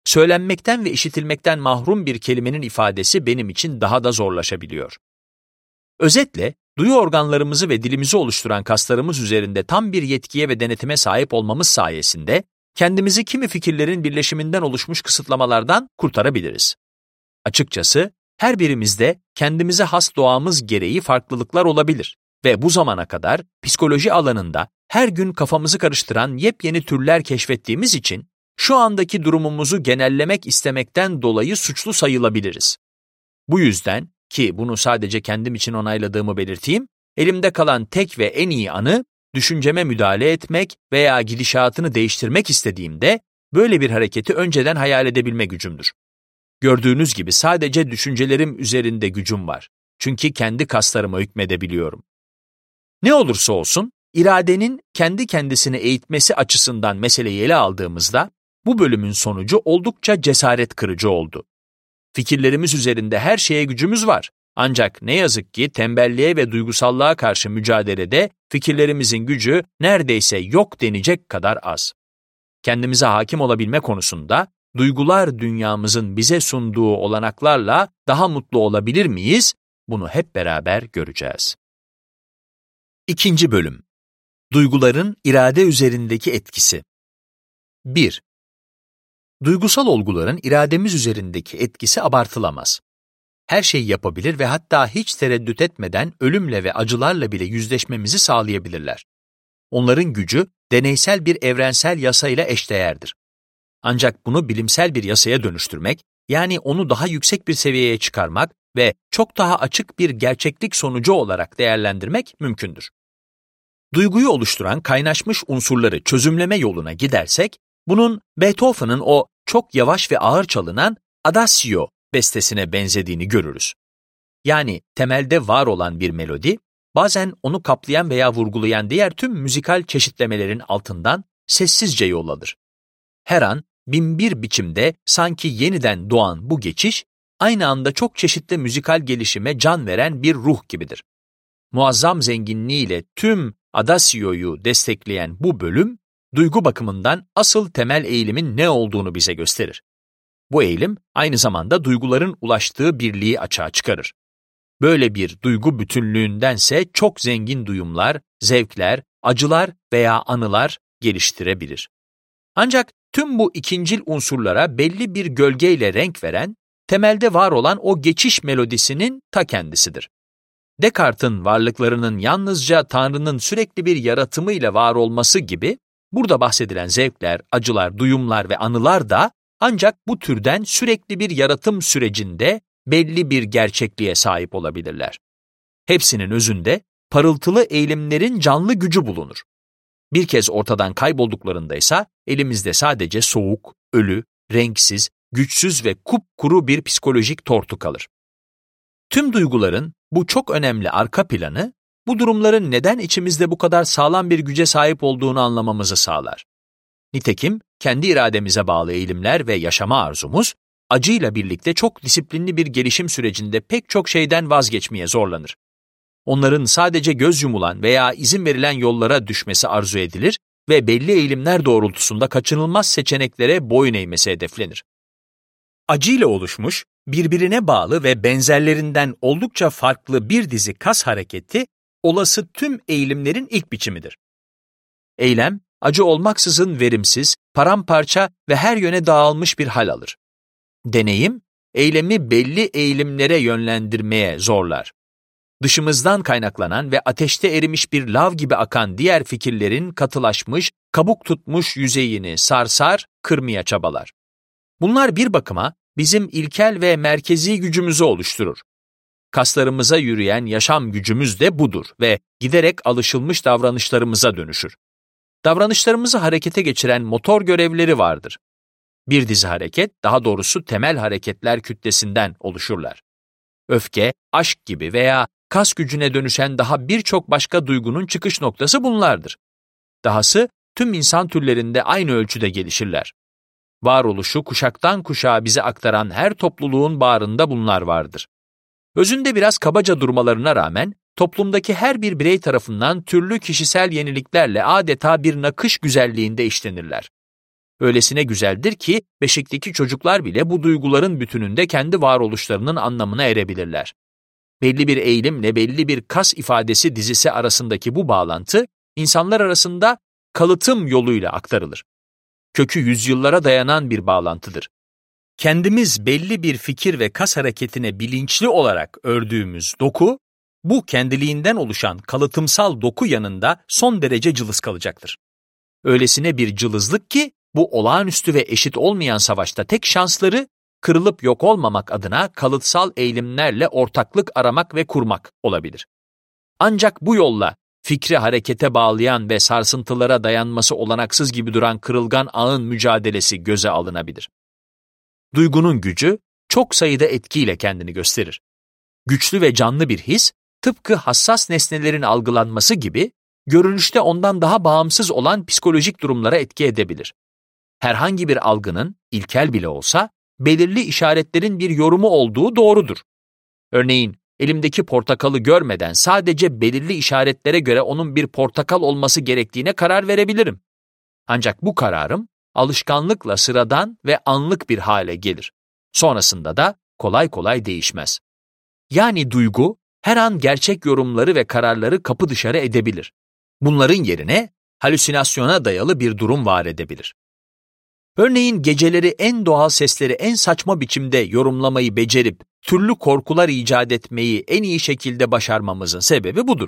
söylenmekten ve işitilmekten mahrum bir kelimenin ifadesi benim için daha da zorlaşabiliyor. Özetle, duyu organlarımızı ve dilimizi oluşturan kaslarımız üzerinde tam bir yetkiye ve denetime sahip olmamız sayesinde, kendimizi kimi fikirlerin birleşiminden oluşmuş kısıtlamalardan kurtarabiliriz. Açıkçası, her birimizde kendimize has doğamız gereği farklılıklar olabilir ve bu zamana kadar psikoloji alanında her gün kafamızı karıştıran yepyeni türler keşfettiğimiz için, şu andaki durumumuzu genellemek istemekten dolayı suçlu sayılabiliriz. Bu yüzden, ki bunu sadece kendim için onayladığımı belirteyim, elimde kalan tek ve en iyi anı, düşünceme müdahale etmek veya gidişatını değiştirmek istediğimde, böyle bir hareketi önceden hayal edebilme gücümdür. Gördüğünüz gibi sadece düşüncelerim üzerinde gücüm var. Çünkü kendi kaslarıma hükmedebiliyorum. Ne olursa olsun, iradenin kendi kendisini eğitmesi açısından meseleyi ele aldığımızda, bu bölümün sonucu oldukça cesaret kırıcı oldu. Fikirlerimiz üzerinde her şeye gücümüz var. Ancak ne yazık ki tembelliğe ve duygusallığa karşı mücadelede fikirlerimizin gücü neredeyse yok denecek kadar az. Kendimize hakim olabilme konusunda, duygular dünyamızın bize sunduğu olanaklarla daha mutlu olabilir miyiz? Bunu hep beraber göreceğiz. İkinci bölüm. Duyguların irade üzerindeki etkisi. 1. Duygusal olguların irademiz üzerindeki etkisi abartılamaz. Her şeyi yapabilir ve hatta hiç tereddüt etmeden ölümle ve acılarla bile yüzleşmemizi sağlayabilirler. Onların gücü deneysel bir evrensel yasayla eşdeğerdir. Ancak bunu bilimsel bir yasaya dönüştürmek, yani onu daha yüksek bir seviyeye çıkarmak ve çok daha açık bir gerçeklik sonucu olarak değerlendirmek mümkündür. Duyguyu oluşturan kaynaşmış unsurları çözümleme yoluna gidersek, bunun Beethoven'ın o çok yavaş ve ağır çalınan Adagio bestesine benzediğini görürüz. Yani temelde var olan bir melodi, bazen onu kaplayan veya vurgulayan diğer tüm müzikal çeşitlemelerin altından sessizce yol alır. Her an, binbir biçimde sanki yeniden doğan bu geçiş, aynı anda çok çeşitli müzikal gelişime can veren bir ruh gibidir. Muazzam zenginliğiyle tüm Adagio'yu destekleyen bu bölüm, duygu bakımından asıl temel eğilimin ne olduğunu bize gösterir. Bu eğilim, aynı zamanda duyguların ulaştığı birliği açığa çıkarır. Böyle bir duygu bütünlüğündense çok zengin duyumlar, zevkler, acılar veya anılar geliştirebilir. Ancak tüm bu ikincil unsurlara belli bir gölgeyle renk veren, temelde var olan o geçiş melodisinin ta kendisidir. Descartes'in varlıklarının yalnızca Tanrı'nın sürekli bir yaratımıyla var olması gibi, burada bahsedilen zevkler, acılar, duyumlar ve anılar da ancak bu türden sürekli bir yaratım sürecinde belli bir gerçekliğe sahip olabilirler. Hepsinin özünde parıltılı eğilimlerin canlı gücü bulunur. Bir kez ortadan kaybolduklarında ise elimizde sadece soğuk, ölü, renksiz, güçsüz ve kupkuru bir psikolojik tortu kalır. Tüm duyguların bu çok önemli arka planı, bu durumların neden içimizde bu kadar sağlam bir güce sahip olduğunu anlamamızı sağlar. Nitekim, kendi irademize bağlı eğilimler ve yaşama arzumuz, acıyla birlikte çok disiplinli bir gelişim sürecinde pek çok şeyden vazgeçmeye zorlanır. Onların sadece göz yumulan veya izin verilen yollara düşmesi arzu edilir ve belli eğilimler doğrultusunda kaçınılmaz seçeneklere boyun eğmesi hedeflenir. Acıyla oluşmuş, birbirine bağlı ve benzerlerinden oldukça farklı bir dizi kas hareketi, olası tüm eğilimlerin ilk biçimidir. Eylem, acı olmaksızın verimsiz, paramparça ve her yöne dağılmış bir hal alır. Deneyim, eylemi belli eğilimlere yönlendirmeye zorlar. Dışımızdan kaynaklanan ve ateşte erimiş bir lav gibi akan diğer fikirlerin katılaşmış, kabuk tutmuş yüzeyini sarsar, kırmaya çabalar. Bunlar bir bakıma bizim ilkel ve merkezi gücümüzü oluşturur. Kaslarımıza yürüyen yaşam gücümüz de budur ve giderek alışılmış davranışlarımıza dönüşür. Davranışlarımızı harekete geçiren motor görevleri vardır. Bir dizi hareket, daha doğrusu temel hareketler kütlesinden oluşurlar. Öfke, aşk gibi veya kas gücüne dönüşen daha birçok başka duygunun çıkış noktası bunlardır. Dahası tüm insan türlerinde aynı ölçüde gelişirler. Varoluşu kuşaktan kuşağa bize aktaran her topluluğun bağrında bunlar vardır. Özünde biraz kabaca durmalarına rağmen, toplumdaki her bir birey tarafından türlü kişisel yeniliklerle adeta bir nakış güzelliğinde işlenirler. Öylesine güzeldir ki beşikteki çocuklar bile bu duyguların bütününde kendi varoluşlarının anlamına erebilirler. Belli bir eğilimle belli bir kas ifadesi dizisi arasındaki bu bağlantı, insanlar arasında kalıtım yoluyla aktarılır. Kökü yüzyıllara dayanan bir bağlantıdır. Kendimiz belli bir fikir ve kas hareketine bilinçli olarak ördüğümüz doku, bu kendiliğinden oluşan kalıtımsal doku yanında son derece cılız kalacaktır. Öylesine bir cılızlık ki, bu olağanüstü ve eşit olmayan savaşta tek şansları, kırılıp yok olmamak adına kalıtsal eğilimlerle ortaklık aramak ve kurmak olabilir. Ancak bu yolla fikri harekete bağlayan ve sarsıntılara dayanması olanaksız gibi duran kırılgan ağın mücadelesi göze alınabilir. Duygunun gücü çok sayıda etkiyle kendini gösterir. Güçlü ve canlı bir his, tıpkı hassas nesnelerin algılanması gibi, görünüşte ondan daha bağımsız olan psikolojik durumlara etki edebilir. Herhangi bir algının, ilkel bile olsa, belirli işaretlerin bir yorumu olduğu doğrudur. Örneğin, elimdeki portakalı görmeden sadece belirli işaretlere göre onun bir portakal olması gerektiğine karar verebilirim. Ancak bu kararım, alışkanlıkla sıradan ve anlık bir hale gelir. Sonrasında da kolay kolay değişmez. Yani duygu, her an gerçek yorumları ve kararları kapı dışarı edebilir. Bunların yerine halüsinasyona dayalı bir durum var edebilir. Örneğin geceleri en doğal sesleri en saçma biçimde yorumlamayı becerip türlü korkular icat etmeyi en iyi şekilde başarmamızın sebebi budur.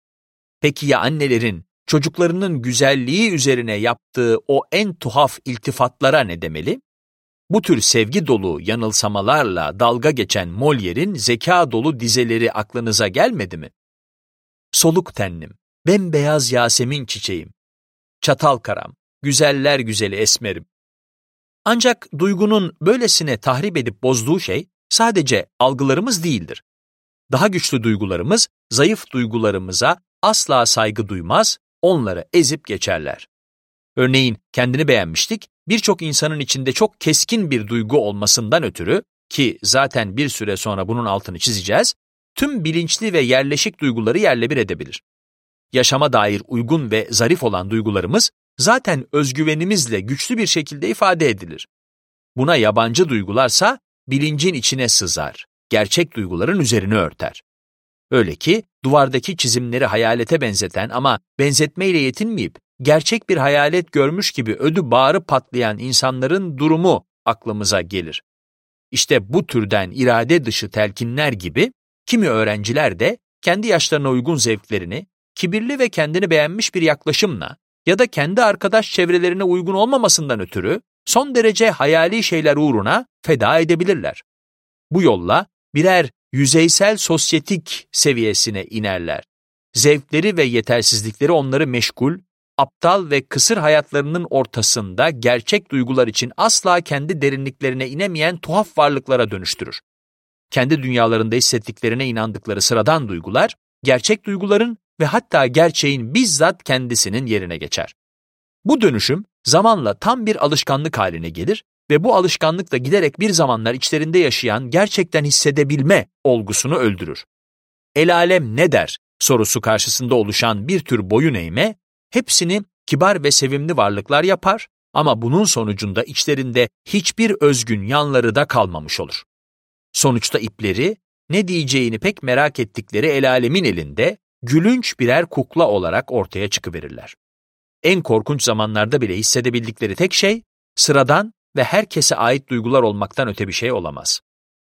Peki ya annelerin çocuklarının güzelliği üzerine yaptığı o en tuhaf iltifatlara ne demeli? Bu tür sevgi dolu yanılsamalarla dalga geçen Molière'in zeka dolu dizeleri aklınıza gelmedi mi? Soluk tenlim, bembeyaz Yasemin çiçeğim, çatal karam, güzeller güzeli esmerim. Ancak duygunun böylesine tahrip edip bozduğu şey sadece algılarımız değildir. Daha güçlü duygularımız, zayıf duygularımıza asla saygı duymaz, onları ezip geçerler. Örneğin kendini beğenmişlik, birçok insanın içinde çok keskin bir duygu olmasından ötürü, ki zaten bir süre sonra bunun altını çizeceğiz, tüm bilinçli ve yerleşik duyguları yerle bir edebilir. Yaşama dair uygun ve zarif olan duygularımız, zaten özgüvenimizle güçlü bir şekilde ifade edilir. Buna yabancı duygularsa bilincin içine sızar, gerçek duyguların üzerini örter. Öyle ki duvardaki çizimleri hayalete benzeten ama benzetmeyle yetinmeyip gerçek bir hayalet görmüş gibi ödü bağrı patlayan insanların durumu aklımıza gelir. İşte bu türden irade dışı telkinler gibi kimi öğrenciler de kendi yaşlarına uygun zevklerini kibirli ve kendini beğenmiş bir yaklaşımla ya da kendi arkadaş çevrelerine uygun olmamasından ötürü son derece hayali şeyler uğruna feda edebilirler. Bu yolla birer yüzeysel sosyetik seviyesine inerler. Zevkleri ve yetersizlikleri onları meşgul, aptal ve kısır hayatlarının ortasında gerçek duygular için asla kendi derinliklerine inemeyen tuhaf varlıklara dönüştürür. Kendi dünyalarında hissettiklerine inandıkları sıradan duygular, gerçek duyguların ve hatta gerçeğin bizzat kendisinin yerine geçer. Bu dönüşüm zamanla tam bir alışkanlık haline gelir ve bu alışkanlık da giderek bir zamanlar içlerinde yaşayan gerçekten hissedebilme olgusunu öldürür. El alem ne der sorusu karşısında oluşan bir tür boyun eğme, hepsini kibar ve sevimli varlıklar yapar ama bunun sonucunda içlerinde hiçbir özgün yanları da kalmamış olur. Sonuçta ipleri, ne diyeceğini pek merak ettikleri el alemin elinde, gülünç birer kukla olarak ortaya çıkıverirler. En korkunç zamanlarda bile hissedebildikleri tek şey, sıradan ve herkese ait duygular olmaktan öte bir şey olamaz.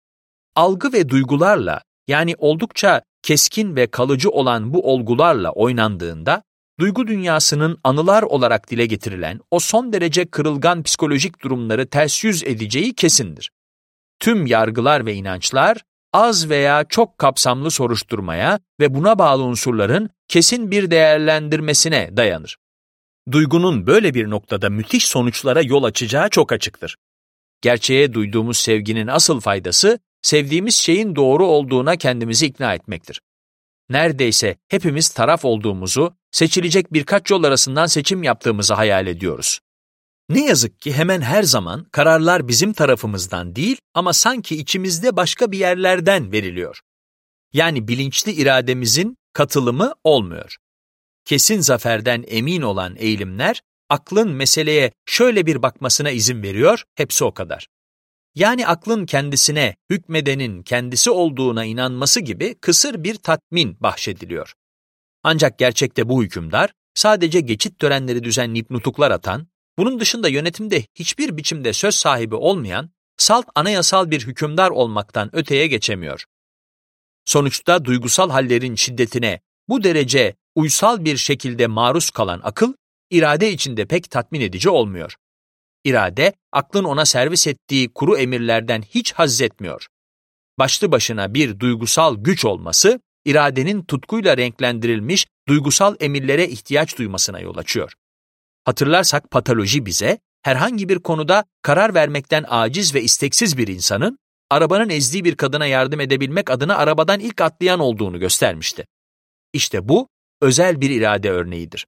Algı ve duygularla, yani oldukça keskin ve kalıcı olan bu olgularla oynandığında, duygu dünyasının anılar olarak dile getirilen o son derece kırılgan psikolojik durumları ters yüz edeceği kesindir. Tüm yargılar ve inançlar, az veya çok kapsamlı soruşturmaya ve buna bağlı unsurların kesin bir değerlendirmesine dayanır. Duygunun böyle bir noktada müthiş sonuçlara yol açacağı çok açıktır. Gerçeğe duyduğumuz sevginin asıl faydası, sevdiğimiz şeyin doğru olduğuna kendimizi ikna etmektir. Neredeyse hepimiz taraf olduğumuzu, seçilecek birkaç yol arasından seçim yaptığımızı hayal ediyoruz. Ne yazık ki hemen her zaman kararlar bizim tarafımızdan değil ama sanki içimizde başka bir yerlerden veriliyor. Yani bilinçli irademizin katılımı olmuyor. Kesin zaferden emin olan eğilimler aklın meseleye şöyle bir bakmasına izin veriyor, hepsi o kadar. Yani aklın kendisine hükmedenin kendisi olduğuna inanması gibi kısır bir tatmin bahşediliyor. Ancak gerçekte bu hükümdar sadece geçit törenleri düzenleyip nutuklar atan, bunun dışında yönetimde hiçbir biçimde söz sahibi olmayan, salt anayasal bir hükümdar olmaktan öteye geçemiyor. Sonuçta duygusal hallerin şiddetine bu derece uysal bir şekilde maruz kalan akıl, irade içinde pek tatmin edici olmuyor. İrade, aklın ona servis ettiği kuru emirlerden hiç haz etmiyor. Başlı başına bir duygusal güç olması, iradenin tutkuyla renklendirilmiş duygusal emirlere ihtiyaç duymasına yol açıyor. Hatırlarsak patoloji bize, herhangi bir konuda karar vermekten aciz ve isteksiz bir insanın, arabanın ezdiği bir kadına yardım edebilmek adına arabadan ilk atlayan olduğunu göstermişti. İşte bu, özel bir irade örneğidir.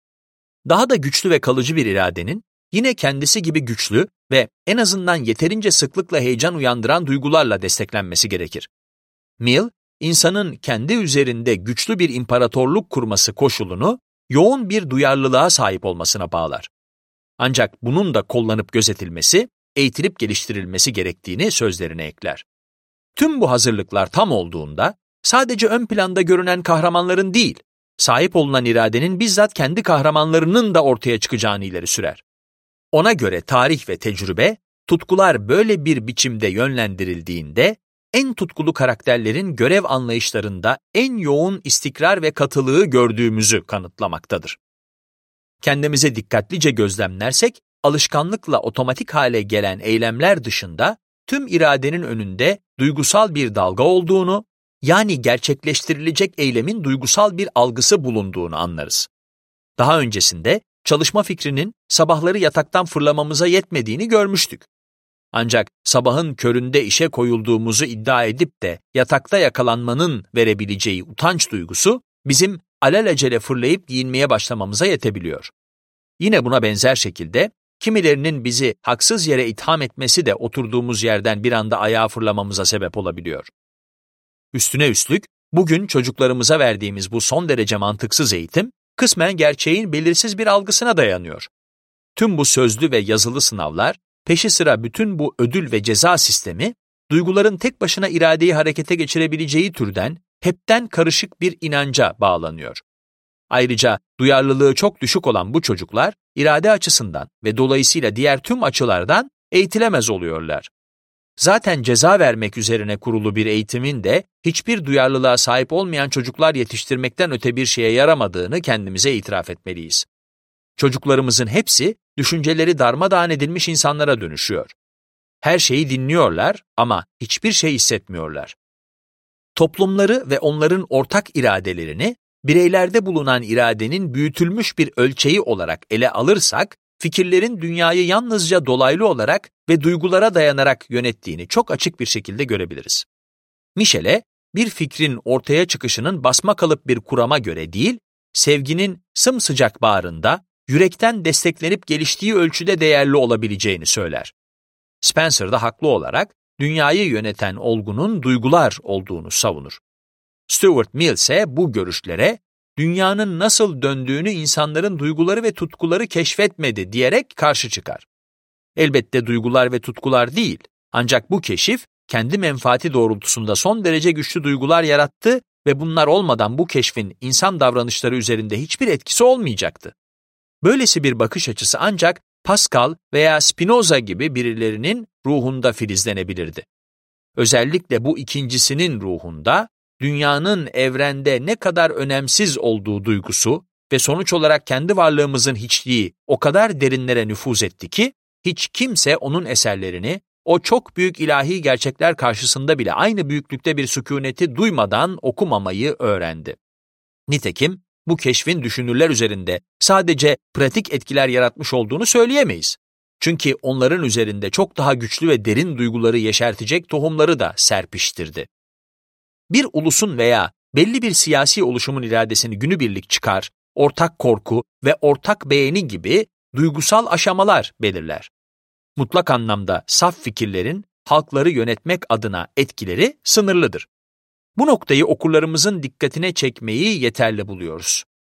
Daha da güçlü ve kalıcı bir iradenin, yine kendisi gibi güçlü ve en azından yeterince sıklıkla heyecan uyandıran duygularla desteklenmesi gerekir. Mill, insanın kendi üzerinde güçlü bir imparatorluk kurması koşulunu, yoğun bir duyarlılığa sahip olmasına bağlar. Ancak bunun da kollanıp gözetilmesi, eğitilip geliştirilmesi gerektiğini sözlerine ekler. Tüm bu hazırlıklar tam olduğunda, sadece ön planda görünen kahramanların değil, sahip olunan iradenin bizzat kendi kahramanlarının da ortaya çıkacağını ileri sürer. Ona göre tarih ve tecrübe, tutkular böyle bir biçimde yönlendirildiğinde, en tutkulu karakterlerin görev anlayışlarında en yoğun istikrar ve katılığı gördüğümüzü kanıtlamaktadır. Kendimize dikkatlice gözlemlersek, alışkanlıkla otomatik hale gelen eylemler dışında, tüm iradenin önünde duygusal bir dalga olduğunu, yani gerçekleştirilecek eylemin duygusal bir algısı bulunduğunu anlarız. Daha öncesinde, çalışma fikrinin sabahları yataktan fırlamamıza yetmediğini görmüştük. Ancak sabahın köründe işe koyulduğumuzu iddia edip de yatakta yakalanmanın verebileceği utanç duygusu bizim alelacele fırlayıp giyinmeye başlamamıza yetebiliyor. Yine buna benzer şekilde kimilerinin bizi haksız yere itham etmesi de oturduğumuz yerden bir anda ayağa fırlamamıza sebep olabiliyor. Üstüne üstlük bugün çocuklarımıza verdiğimiz bu son derece mantıksız eğitim kısmen gerçeğin belirsiz bir algısına dayanıyor. Tüm bu sözlü ve yazılı sınavlar, peşi sıra bütün bu ödül ve ceza sistemi, duyguların tek başına iradeyi harekete geçirebileceği türden, hepten karışık bir inanca bağlanıyor. Ayrıca duyarlılığı çok düşük olan bu çocuklar, irade açısından ve dolayısıyla diğer tüm açılardan eğitilemez oluyorlar. Zaten ceza vermek üzerine kurulu bir eğitimin de hiçbir duyarlılığa sahip olmayan çocuklar yetiştirmekten öte bir şeye yaramadığını kendimize itiraf etmeliyiz. Çocuklarımızın hepsi düşünceleri darmadağın edilmiş insanlara dönüşüyor. Her şeyi dinliyorlar ama hiçbir şey hissetmiyorlar. Toplumları ve onların ortak iradelerini bireylerde bulunan iradenin büyütülmüş bir ölçeği olarak ele alırsak, fikirlerin dünyayı yalnızca dolaylı olarak ve duygulara dayanarak yönettiğini çok açık bir şekilde görebiliriz. Michele, bir fikrin ortaya çıkışının basmakalıp bir kurama göre değil, sevginin sımsıcak bağrında, yürekten desteklenip geliştiği ölçüde değerli olabileceğini söyler. Spencer da haklı olarak dünyayı yöneten olgunun duygular olduğunu savunur. Stuart Mill ise bu görüşlere, dünyanın nasıl döndüğünü insanların duyguları ve tutkuları keşfetmedi diyerek karşı çıkar. Elbette duygular ve tutkular değil, ancak bu keşif kendi menfaati doğrultusunda son derece güçlü duygular yarattı ve bunlar olmadan bu keşfin insan davranışları üzerinde hiçbir etkisi olmayacaktı. Böylesi bir bakış açısı ancak Pascal veya Spinoza gibi birilerinin ruhunda filizlenebilirdi. Özellikle bu ikincisinin ruhunda, dünyanın evrende ne kadar önemsiz olduğu duygusu ve sonuç olarak kendi varlığımızın hiçliği o kadar derinlere nüfuz etti ki, hiç kimse onun eserlerini, o çok büyük ilahi gerçekler karşısında bile aynı büyüklükte bir sükûneti duymadan okumamayı öğrendi. Nitekim, bu keşfin düşünürler üzerinde sadece pratik etkiler yaratmış olduğunu söyleyemeyiz. Çünkü onların üzerinde çok daha güçlü ve derin duyguları yeşertecek tohumları da serpiştirdi. Bir ulusun veya belli bir siyasi oluşumun iradesini günübirlik çıkar, ortak korku ve ortak beğeni gibi duygusal aşamalar belirler. Mutlak anlamda saf fikirlerin halkları yönetmek adına etkileri sınırlıdır. Bu noktayı okurlarımızın dikkatine çekmeyi yeterli buluyoruz.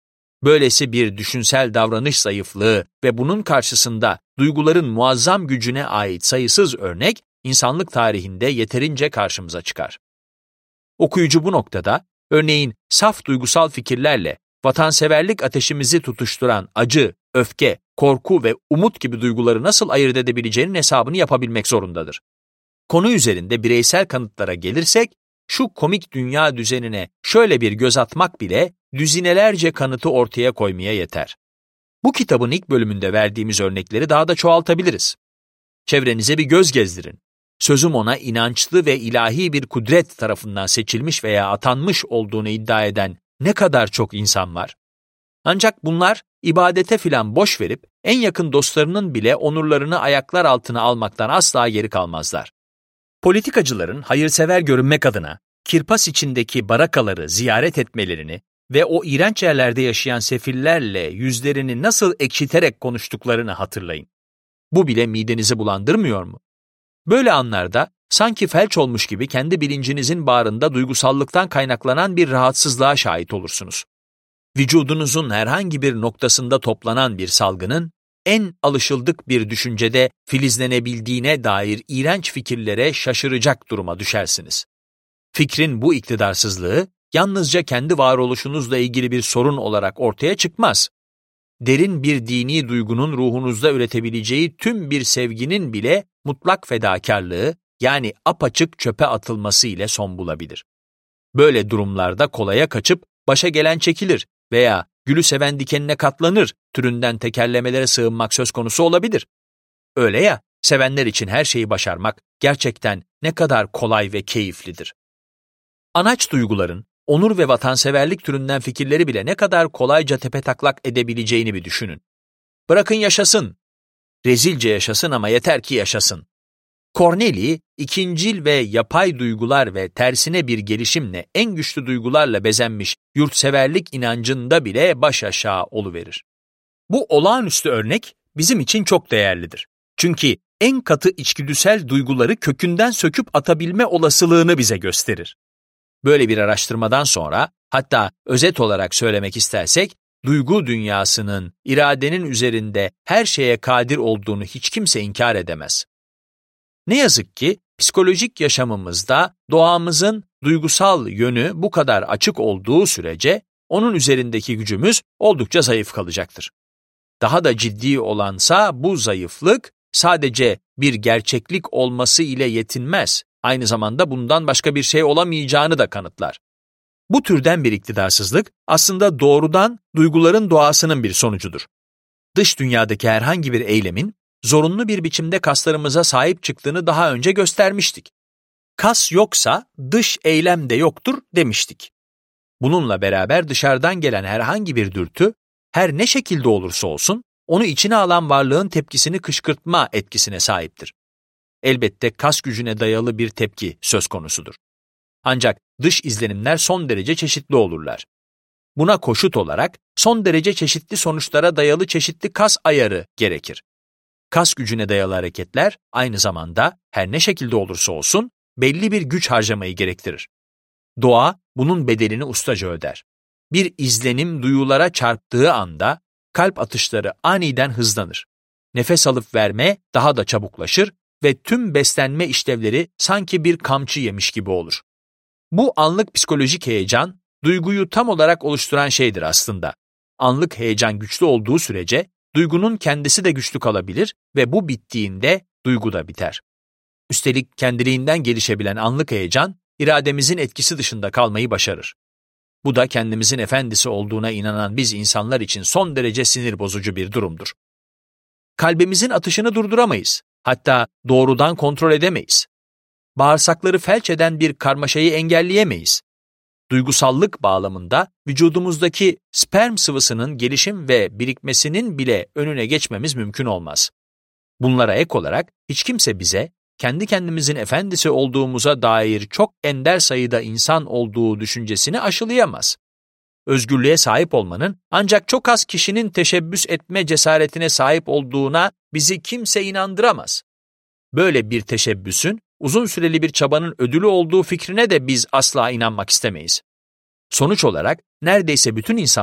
Böylesi bir düşünsel davranış zayıflığı ve bunun karşısında duyguların muazzam gücüne ait sayısız örnek, insanlık tarihinde yeterince karşımıza çıkar. Okuyucu bu noktada, örneğin saf duygusal fikirlerle vatanseverlik ateşimizi tutuşturan acı, öfke, korku ve umut gibi duyguları nasıl ayırt edebileceğinin hesabını yapabilmek zorundadır. Konu üzerinde bireysel kanıtlara gelirsek, şu komik dünya düzenine şöyle bir göz atmak bile düzinelerce kanıtı ortaya koymaya yeter. Bu kitabın ilk bölümünde verdiğimiz örnekleri daha da çoğaltabiliriz. Çevrenize bir göz gezdirin. Sözüm ona inançlı ve ilahi bir kudret tarafından seçilmiş veya atanmış olduğunu iddia eden ne kadar çok insan var. Ancak bunlar ibadete filan boş verip en yakın dostlarının bile onurlarını ayaklar altına almaktan asla geri kalmazlar. Politikacıların hayırsever görünmek adına kirpas içindeki barakaları ziyaret etmelerini ve o iğrenç yerlerde yaşayan sefillerle yüzlerini nasıl ekşiterek konuştuklarını hatırlayın. Bu bile midenizi bulandırmıyor mu? Böyle anlarda sanki felç olmuş gibi kendi bilincinizin bağrında duygusallıktan kaynaklanan bir rahatsızlığa şahit olursunuz. Vücudunuzun herhangi bir noktasında toplanan bir salgının en alışıldık bir düşüncede filizlenebildiğine dair iğrenç fikirlere şaşıracak duruma düşersiniz. Fikrin bu iktidarsızlığı yalnızca kendi varoluşunuzla ilgili bir sorun olarak ortaya çıkmaz. Derin bir dini duygunun ruhunuzda üretebileceği tüm bir sevginin bile mutlak fedakarlığı, yani apaçık çöpe atılması ile son bulabilir. Böyle durumlarda kolaya kaçıp başa gelen çekilir veya gülü seven dikenine katlanır türünden tekerlemelere sığınmak söz konusu olabilir. Öyle ya, sevenler için her şeyi başarmak gerçekten ne kadar kolay ve keyiflidir. Anaç duyguların, onur ve vatanseverlik türünden fikirleri bile ne kadar kolayca tepetaklak edebileceğini bir düşünün. Bırakın yaşasın. Rezilce yaşasın ama yeter ki yaşasın. Corneli, ikincil ve yapay duygular ve tersine bir gelişimle en güçlü duygularla bezenmiş yurtseverlik inancında bile baş aşağı oluverir. Bu olağanüstü örnek bizim için çok değerlidir. Çünkü en katı içgüdüsel duyguları kökünden söküp atabilme olasılığını bize gösterir. Böyle bir araştırmadan sonra, hatta özet olarak söylemek istersek, duygu dünyasının iradenin üzerinde her şeye kadir olduğunu hiç kimse inkar edemez. Ne yazık ki psikolojik yaşamımızda doğamızın duygusal yönü bu kadar açık olduğu sürece onun üzerindeki gücümüz oldukça zayıf kalacaktır. Daha da ciddi olansa bu zayıflık sadece bir gerçeklik olması ile yetinmez, aynı zamanda bundan başka bir şey olamayacağını da kanıtlar. Bu türden bir iktidarsızlık aslında doğrudan duyguların doğasının bir sonucudur. Dış dünyadaki herhangi bir eylemin zorunlu bir biçimde kaslarımıza sahip çıktığını daha önce göstermiştik. Kas yoksa dış eylem de yoktur demiştik. Bununla beraber dışarıdan gelen herhangi bir dürtü, her ne şekilde olursa olsun, onu içine alan varlığın tepkisini kışkırtma etkisine sahiptir. Elbette kas gücüne dayalı bir tepki söz konusudur. Ancak dış izlenimler son derece çeşitli olurlar. Buna koşut olarak son derece çeşitli sonuçlara dayalı çeşitli kas ayarı gerekir. Kas gücüne dayalı hareketler aynı zamanda her ne şekilde olursa olsun belli bir güç harcamayı gerektirir. Doğa bunun bedelini ustaca öder. Bir izlenim duyulara çarptığı anda kalp atışları aniden hızlanır. Nefes alıp verme daha da çabuklaşır ve tüm beslenme işlevleri sanki bir kamçı yemiş gibi olur. Bu anlık psikolojik heyecan, duyguyu tam olarak oluşturan şeydir aslında. Anlık heyecan güçlü olduğu sürece duygunun kendisi de güçlü kalabilir ve bu bittiğinde duygu da biter. Üstelik kendiliğinden gelişebilen anlık heyecan, irademizin etkisi dışında kalmayı başarır. Bu da kendimizin efendisi olduğuna inanan biz insanlar için son derece sinir bozucu bir durumdur. Kalbimizin atışını durduramayız, hatta doğrudan kontrol edemeyiz. Bağırsakları felç eden bir karmaşayı engelleyemeyiz. Duygusallık bağlamında vücudumuzdaki sperm sıvısının gelişim ve birikmesinin bile önüne geçmemiz mümkün olmaz. Bunlara ek olarak hiç kimse bize kendi kendimizin efendisi olduğumuza dair çok ender sayıda insan olduğu düşüncesini aşılayamaz. Özgürlüğe sahip olmanın ancak çok az kişinin teşebbüs etme cesaretine sahip olduğuna bizi kimse inandıramaz. Böyle bir teşebbüsün uzun süreli bir çabanın ödülü olduğu fikrine de biz asla inanmak istemeyiz. Sonuç olarak neredeyse bütün insanlar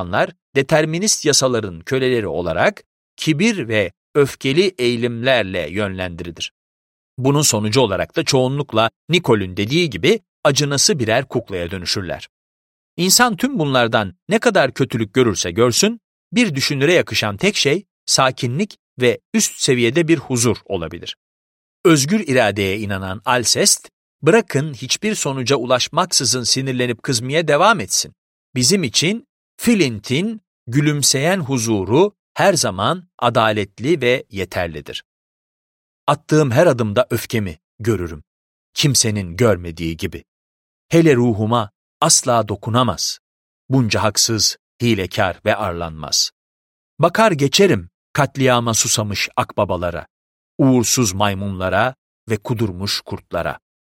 determinist yasaların köleleri olarak kibir ve öfkeli eğilimlerle yönlendirilir. Bunun sonucu olarak da çoğunlukla Nicole'ün dediği gibi acınası birer kuklaya dönüşürler. İnsan tüm bunlardan ne kadar kötülük görürse görsün, bir düşünüre yakışan tek şey sakinlik ve üst seviyede bir huzur olabilir. Özgür iradeye inanan Alceste, bırakın hiçbir sonuca ulaşmaksızın sinirlenip kızmaya devam etsin. Bizim için Flint'in gülümseyen huzuru her zaman adaletli ve yeterlidir. Attığım her adımda öfkemi görürüm. Kimsenin görmediği gibi. Hele ruhuma asla dokunamaz. Bunca haksız, hilekar ve arlanmaz. Bakar geçerim katliama susamış akbabalara, uğursuz maymunlara ve kudurmuş kurtlara.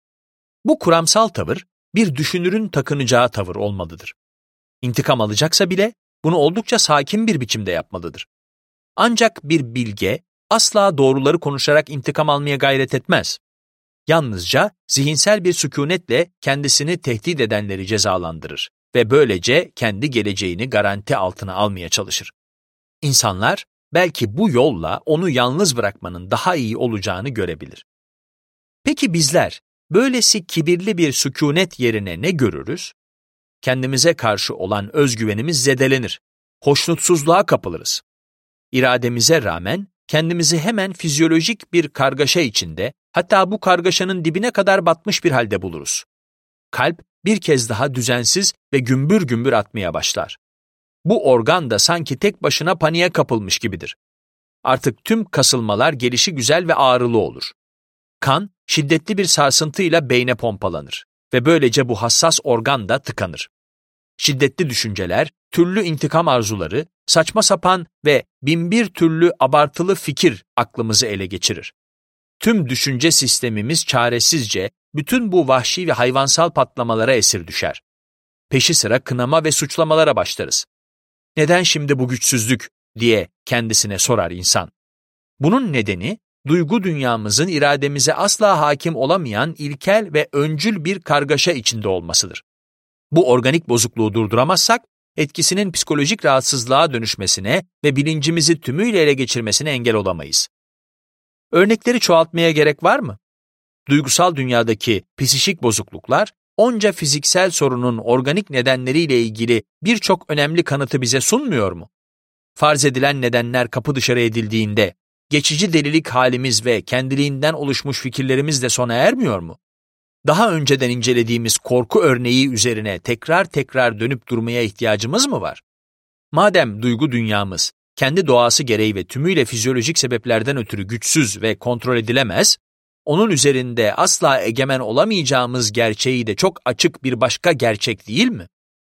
Bu kuramsal tavır, bir düşünürün takınacağı tavır olmalıdır. İntikam alacaksa bile bunu oldukça sakin bir biçimde yapmalıdır. Ancak bir bilge asla doğruları konuşarak intikam almaya gayret etmez. Yalnızca zihinsel bir sükunetle kendisini tehdit edenleri cezalandırır ve böylece kendi geleceğini garanti altına almaya çalışır. İnsanlar belki bu yolla onu yalnız bırakmanın daha iyi olacağını görebilir. Peki bizler böylesi kibirli bir sükunet yerine ne görürüz? Kendimize karşı olan özgüvenimiz zedelenir, hoşnutsuzluğa kapılırız. İrademize rağmen kendimizi hemen fizyolojik bir kargaşa içinde, hatta bu kargaşanın dibine kadar batmış bir halde buluruz. Kalp bir kez daha düzensiz ve gümbür gümbür atmaya başlar. Bu organ da sanki tek başına paniğe kapılmış gibidir. Artık tüm kasılmalar gelişigüzel ve ağrılı olur. Kan şiddetli bir sarsıntıyla beyne pompalanır ve böylece bu hassas organ da tıkanır. Şiddetli düşünceler, türlü intikam arzuları, saçma sapan ve binbir türlü abartılı fikir aklımızı ele geçirir. Tüm düşünce sistemimiz çaresizce bütün bu vahşi ve hayvansal patlamalara esir düşer. Peşi sıra kınama ve suçlamalara başlarız. Neden şimdi bu güçsüzlük diye kendisine sorar insan. Bunun nedeni duygu dünyamızın irademize asla hakim olamayan ilkel ve öncül bir kargaşa içinde olmasıdır. Bu organik bozukluğu durduramazsak, etkisinin psikolojik rahatsızlığa dönüşmesine ve bilincimizi tümüyle ele geçirmesine engel olamayız. Örnekleri çoğaltmaya gerek var mı? Duygusal dünyadaki psikik bozukluklar, onca fiziksel sorunun organik nedenleriyle ilgili birçok önemli kanıtı bize sunmuyor mu? Farz edilen nedenler kapı dışarı edildiğinde, geçici delilik halimiz ve kendiliğinden oluşmuş fikirlerimiz de sona ermiyor mu? Daha önceden incelediğimiz korku örneği üzerine tekrar tekrar dönüp durmaya ihtiyacımız mı var? Madem duygu dünyamız, kendi doğası gereği ve tümüyle fizyolojik sebeplerden ötürü güçsüz ve kontrol edilemez, onun üzerinde asla egemen olamayacağımız gerçeği de çok açık bir başka gerçek değil mi?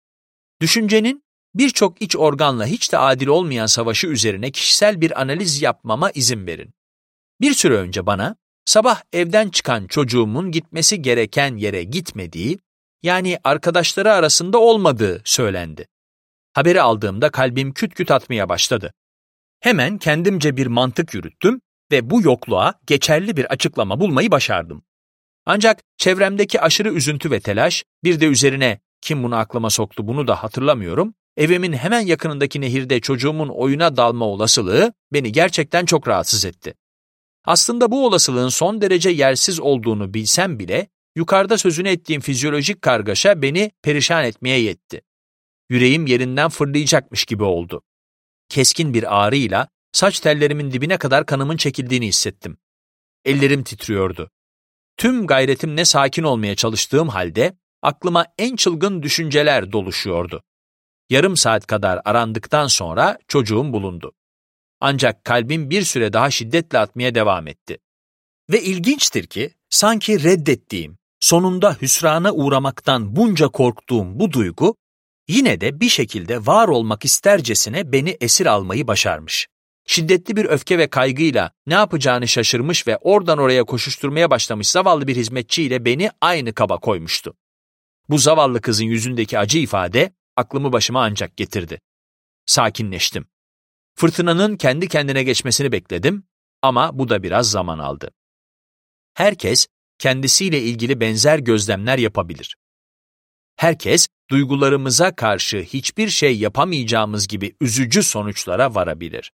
Düşüncenin birçok iç organla hiç de adil olmayan savaşı üzerine kişisel bir analiz yapmama izin verin. Bir süre önce bana, sabah evden çıkan çocuğumun gitmesi gereken yere gitmediği, yani arkadaşları arasında olmadığı söylendi. Haberi aldığımda kalbim küt küt atmaya başladı. Hemen kendimce bir mantık yürüttüm ve bu yokluğa geçerli bir açıklama bulmayı başardım. Ancak çevremdeki aşırı üzüntü ve telaş, bir de üzerine kim bunu aklıma soktu bunu da hatırlamıyorum, evimin hemen yakınındaki nehirde çocuğumun oyuna dalma olasılığı beni gerçekten çok rahatsız etti. Aslında bu olasılığın son derece yersiz olduğunu bilsem bile, yukarıda sözünü ettiğim fizyolojik kargaşa beni perişan etmeye yetti. Yüreğim yerinden fırlayacakmış gibi oldu. Keskin bir ağrıyla saç tellerimin dibine kadar kanımın çekildiğini hissettim. Ellerim titriyordu. Tüm gayretimle sakin olmaya çalıştığım halde aklıma en çılgın düşünceler doluşuyordu. Yarım saat kadar arandıktan sonra çocuğum bulundu. Ancak kalbim bir süre daha şiddetle atmaya devam etti. Ve ilginçtir ki, sanki reddettiğim, sonunda hüsrana uğramaktan bunca korktuğum bu duygu, yine de bir şekilde var olmak istercesine beni esir almayı başarmış. Şiddetli bir öfke ve kaygıyla ne yapacağını şaşırmış ve oradan oraya koşuşturmaya başlamış zavallı bir hizmetçiyle beni aynı kaba koymuştu. Bu zavallı kızın yüzündeki acı ifade aklımı başıma ancak getirdi. Sakinleştim. Fırtınanın kendi kendine geçmesini bekledim ama bu da biraz zaman aldı. Herkes kendisiyle ilgili benzer gözlemler yapabilir. Herkes duygularımıza karşı hiçbir şey yapamayacağımız gibi üzücü sonuçlara varabilir.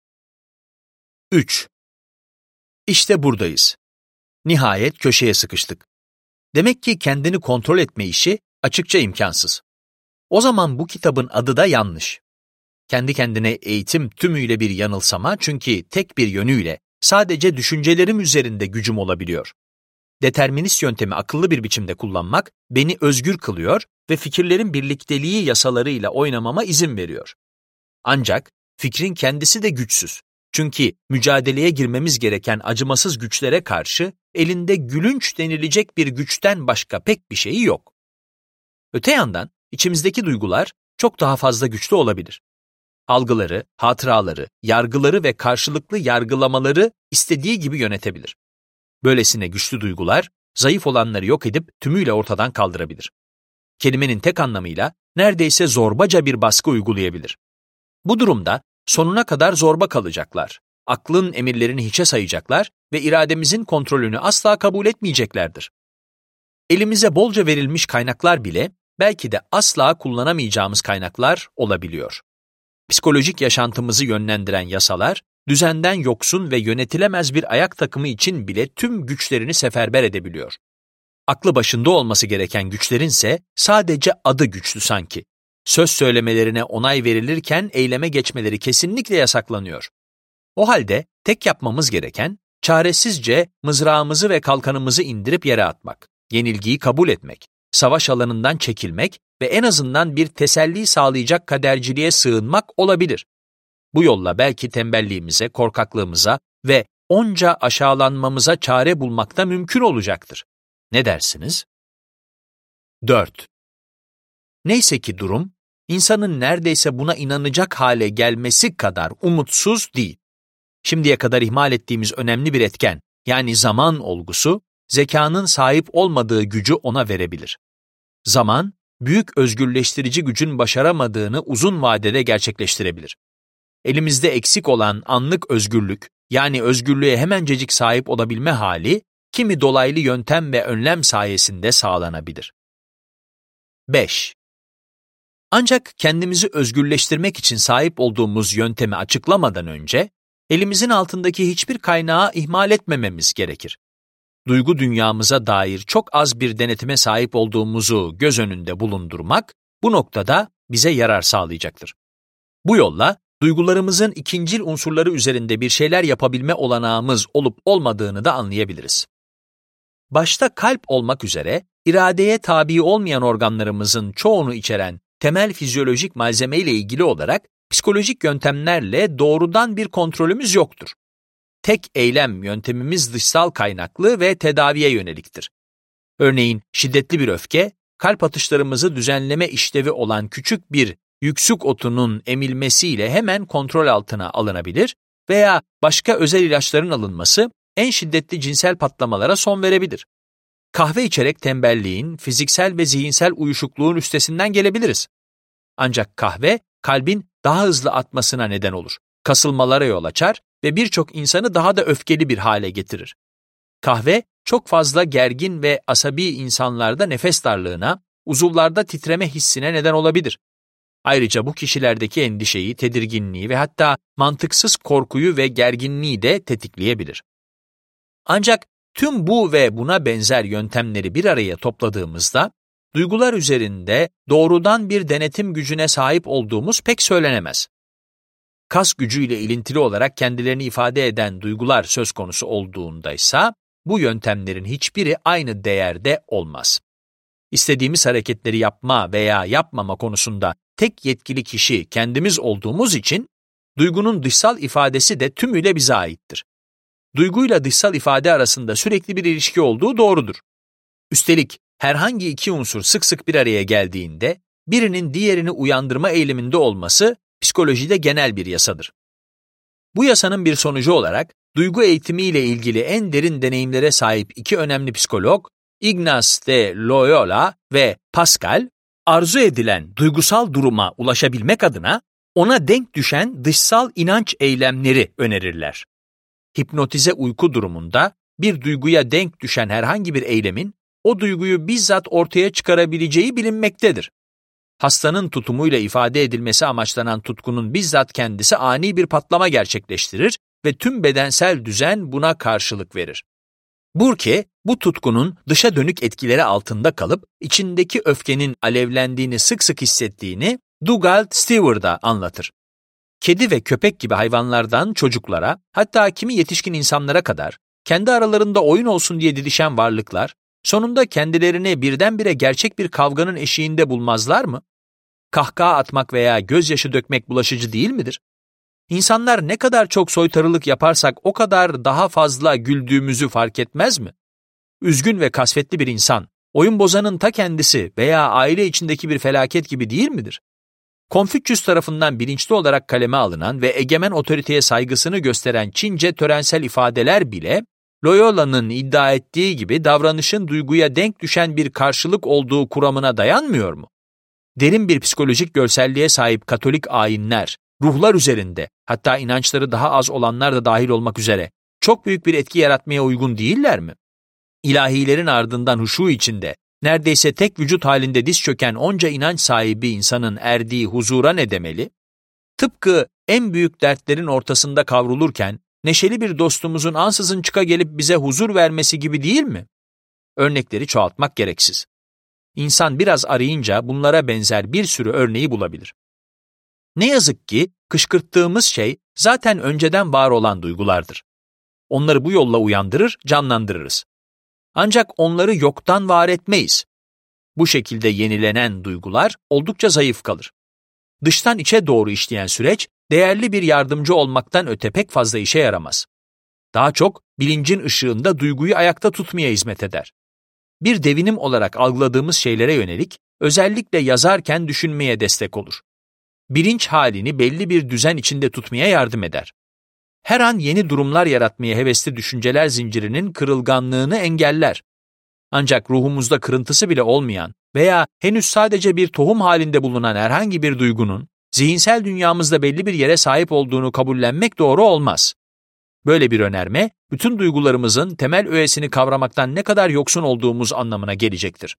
3. İşte buradayız. Nihayet köşeye sıkıştık. Demek ki kendini kontrol etme işi açıkça imkansız. O zaman bu kitabın adı da yanlış. Kendi kendine eğitim tümüyle bir yanılsama, çünkü tek bir yönüyle sadece düşüncelerim üzerinde gücüm olabiliyor. Determinist yöntemi akıllı bir biçimde kullanmak beni özgür kılıyor ve fikirlerin birlikteliği yasalarıyla oynamama izin veriyor. Ancak fikrin kendisi de güçsüz. Çünkü mücadeleye girmemiz gereken acımasız güçlere karşı elinde gülünç denilecek bir güçten başka pek bir şeyi yok. Öte yandan içimizdeki duygular çok daha fazla güçlü olabilir. Algıları, hatıraları, yargıları ve karşılıklı yargılamaları istediği gibi yönetebilir. Böylesine güçlü duygular, zayıf olanları yok edip tümüyle ortadan kaldırabilir. Kelimenin tek anlamıyla neredeyse zorbaca bir baskı uygulayabilir. Bu durumda sonuna kadar zorba kalacaklar, aklın emirlerini hiçe sayacaklar ve irademizin kontrolünü asla kabul etmeyeceklerdir. Elimize bolca verilmiş kaynaklar bile belki de asla kullanamayacağımız kaynaklar olabiliyor. Psikolojik yaşantımızı yönlendiren yasalar, düzenden yoksun ve yönetilemez bir ayak takımı için bile tüm güçlerini seferber edebiliyor. Aklı başında olması gereken güçlerinse sadece adı güçlü sanki. Söz söylemelerine onay verilirken eyleme geçmeleri kesinlikle yasaklanıyor. O halde tek yapmamız gereken, çaresizce mızrağımızı ve kalkanımızı indirip yere atmak, yenilgiyi kabul etmek, savaş alanından çekilmek ve en azından bir teselli sağlayacak kaderciliğe sığınmak olabilir. Bu yolla belki tembelliğimize, korkaklığımıza ve onca aşağılanmamıza çare bulmak da mümkün olacaktır. Ne dersiniz? 4. Neyse ki durum, insanın neredeyse buna inanacak hale gelmesi kadar umutsuz değil. Şimdiye kadar ihmal ettiğimiz önemli bir etken, yani zaman olgusu, zekanın sahip olmadığı gücü ona verebilir. Zaman, büyük özgürleştirici gücün başaramadığını uzun vadede gerçekleştirebilir. Elimizde eksik olan anlık özgürlük, yani özgürlüğe hemencecik sahip olabilme hali, kimi dolaylı yöntem ve önlem sayesinde sağlanabilir. 5. Ancak kendimizi özgürleştirmek için sahip olduğumuz yöntemi açıklamadan önce, elimizin altındaki hiçbir kaynağı ihmal etmememiz gerekir. Duygu dünyamıza dair çok az bir denetime sahip olduğumuzu göz önünde bulundurmak, bu noktada bize yarar sağlayacaktır. Bu yolla, duygularımızın ikincil unsurları üzerinde bir şeyler yapabilme olanağımız olup olmadığını da anlayabiliriz. Başta kalp olmak üzere, iradeye tabi olmayan organlarımızın çoğunu içeren temel fizyolojik malzeme ile ilgili olarak psikolojik yöntemlerle doğrudan bir kontrolümüz yoktur. Tek eylem yöntemimiz dışsal kaynaklı ve tedaviye yöneliktir. Örneğin şiddetli bir öfke, kalp atışlarımızı düzenleme işlevi olan küçük bir yüksük otunun emilmesiyle hemen kontrol altına alınabilir veya başka özel ilaçların alınması en şiddetli cinsel patlamalara son verebilir. Kahve içerek tembelliğin, fiziksel ve zihinsel uyuşukluğun üstesinden gelebiliriz. Ancak kahve, kalbin daha hızlı atmasına neden olur, kasılmalara yol açar ve birçok insanı daha da öfkeli bir hale getirir. Kahve, çok fazla gergin ve asabi insanlarda nefes darlığına, uzuvlarda titreme hissine neden olabilir. Ayrıca bu kişilerdeki endişeyi, tedirginliği ve hatta mantıksız korkuyu ve gerginliği de tetikleyebilir. Ancak tüm bu ve buna benzer yöntemleri bir araya topladığımızda, duygular üzerinde doğrudan bir denetim gücüne sahip olduğumuz pek söylenemez. Kas gücüyle ilintili olarak kendilerini ifade eden duygular söz konusu olduğundaysa, bu yöntemlerin hiçbiri aynı değerde olmaz. İstediğimiz hareketleri yapma veya yapmama konusunda tek yetkili kişi kendimiz olduğumuz için, duygunun dışsal ifadesi de tümüyle bize aittir. Duyguyla dışsal ifade arasında sürekli bir ilişki olduğu doğrudur. Üstelik herhangi iki unsur sık sık bir araya geldiğinde, birinin diğerini uyandırma eğiliminde olması psikolojide genel bir yasadır. Bu yasanın bir sonucu olarak, duygu eğitimiyle ilgili en derin deneyimlere sahip iki önemli psikolog, Ignace de Loyola ve Pascal, arzu edilen duygusal duruma ulaşabilmek adına ona denk düşen dışsal inanç eylemleri önerirler. Hipnotize uyku durumunda bir duyguya denk düşen herhangi bir eylemin o duyguyu bizzat ortaya çıkarabileceği bilinmektedir. Hastanın tutumuyla ifade edilmesi amaçlanan tutkunun bizzat kendisi ani bir patlama gerçekleştirir ve tüm bedensel düzen buna karşılık verir. Burke, bu tutkunun dışa dönük etkileri altında kalıp içindeki öfkenin alevlendiğini sık sık hissettiğini Dugald Stewart'a anlatır. Kedi ve köpek gibi hayvanlardan çocuklara, hatta kimi yetişkin insanlara kadar kendi aralarında oyun olsun diye didişen varlıklar, sonunda kendilerini birdenbire gerçek bir kavganın eşiğinde bulmazlar mı? Kahkaha atmak veya gözyaşı dökmek bulaşıcı değil midir? İnsanlar ne kadar çok soytarılık yaparsak o kadar daha fazla güldüğümüzü fark etmez mi? Üzgün ve kasvetli bir insan, oyun bozanın ta kendisi veya aile içindeki bir felaket gibi değil midir? Konfüçyüs tarafından bilinçli olarak kaleme alınan ve egemen otoriteye saygısını gösteren Çince törensel ifadeler bile, Loyola'nın iddia ettiği gibi davranışın duyguya denk düşen bir karşılık olduğu kuramına dayanmıyor mu? Derin bir psikolojik görselliğe sahip Katolik ayinler, ruhlar üzerinde, hatta inançları daha az olanlar da dahil olmak üzere, çok büyük bir etki yaratmaya uygun değiller mi? İlahilerin ardından huşu içinde, neredeyse tek vücut halinde diz çöken onca inanç sahibi insanın erdiği huzura ne demeli? Tıpkı en büyük dertlerin ortasında kavrulurken, neşeli bir dostumuzun ansızın çıka gelip bize huzur vermesi gibi değil mi? Örnekleri çoğaltmak gereksiz. İnsan biraz arayınca bunlara benzer bir sürü örneği bulabilir. Ne yazık ki kışkırttığımız şey zaten önceden var olan duygulardır. Onları bu yolla uyandırır, canlandırırız. Ancak onları yoktan var etmeyiz. Bu şekilde yenilenen duygular oldukça zayıf kalır. Dıştan içe doğru işleyen süreç, değerli bir yardımcı olmaktan öte pek fazla işe yaramaz. Daha çok bilincin ışığında duyguyu ayakta tutmaya hizmet eder. Bir devinim olarak algıladığımız şeylere yönelik, özellikle yazarken düşünmeye destek olur. Bilinç halini belli bir düzen içinde tutmaya yardım eder. Her an yeni durumlar yaratmaya hevesli düşünceler zincirinin kırılganlığını engeller. Ancak ruhumuzda kırıntısı bile olmayan veya henüz sadece bir tohum halinde bulunan herhangi bir duygunun, zihinsel dünyamızda belli bir yere sahip olduğunu kabullenmek doğru olmaz. Böyle bir önerme, bütün duygularımızın temel öğesini kavramaktan ne kadar yoksun olduğumuz anlamına gelecektir.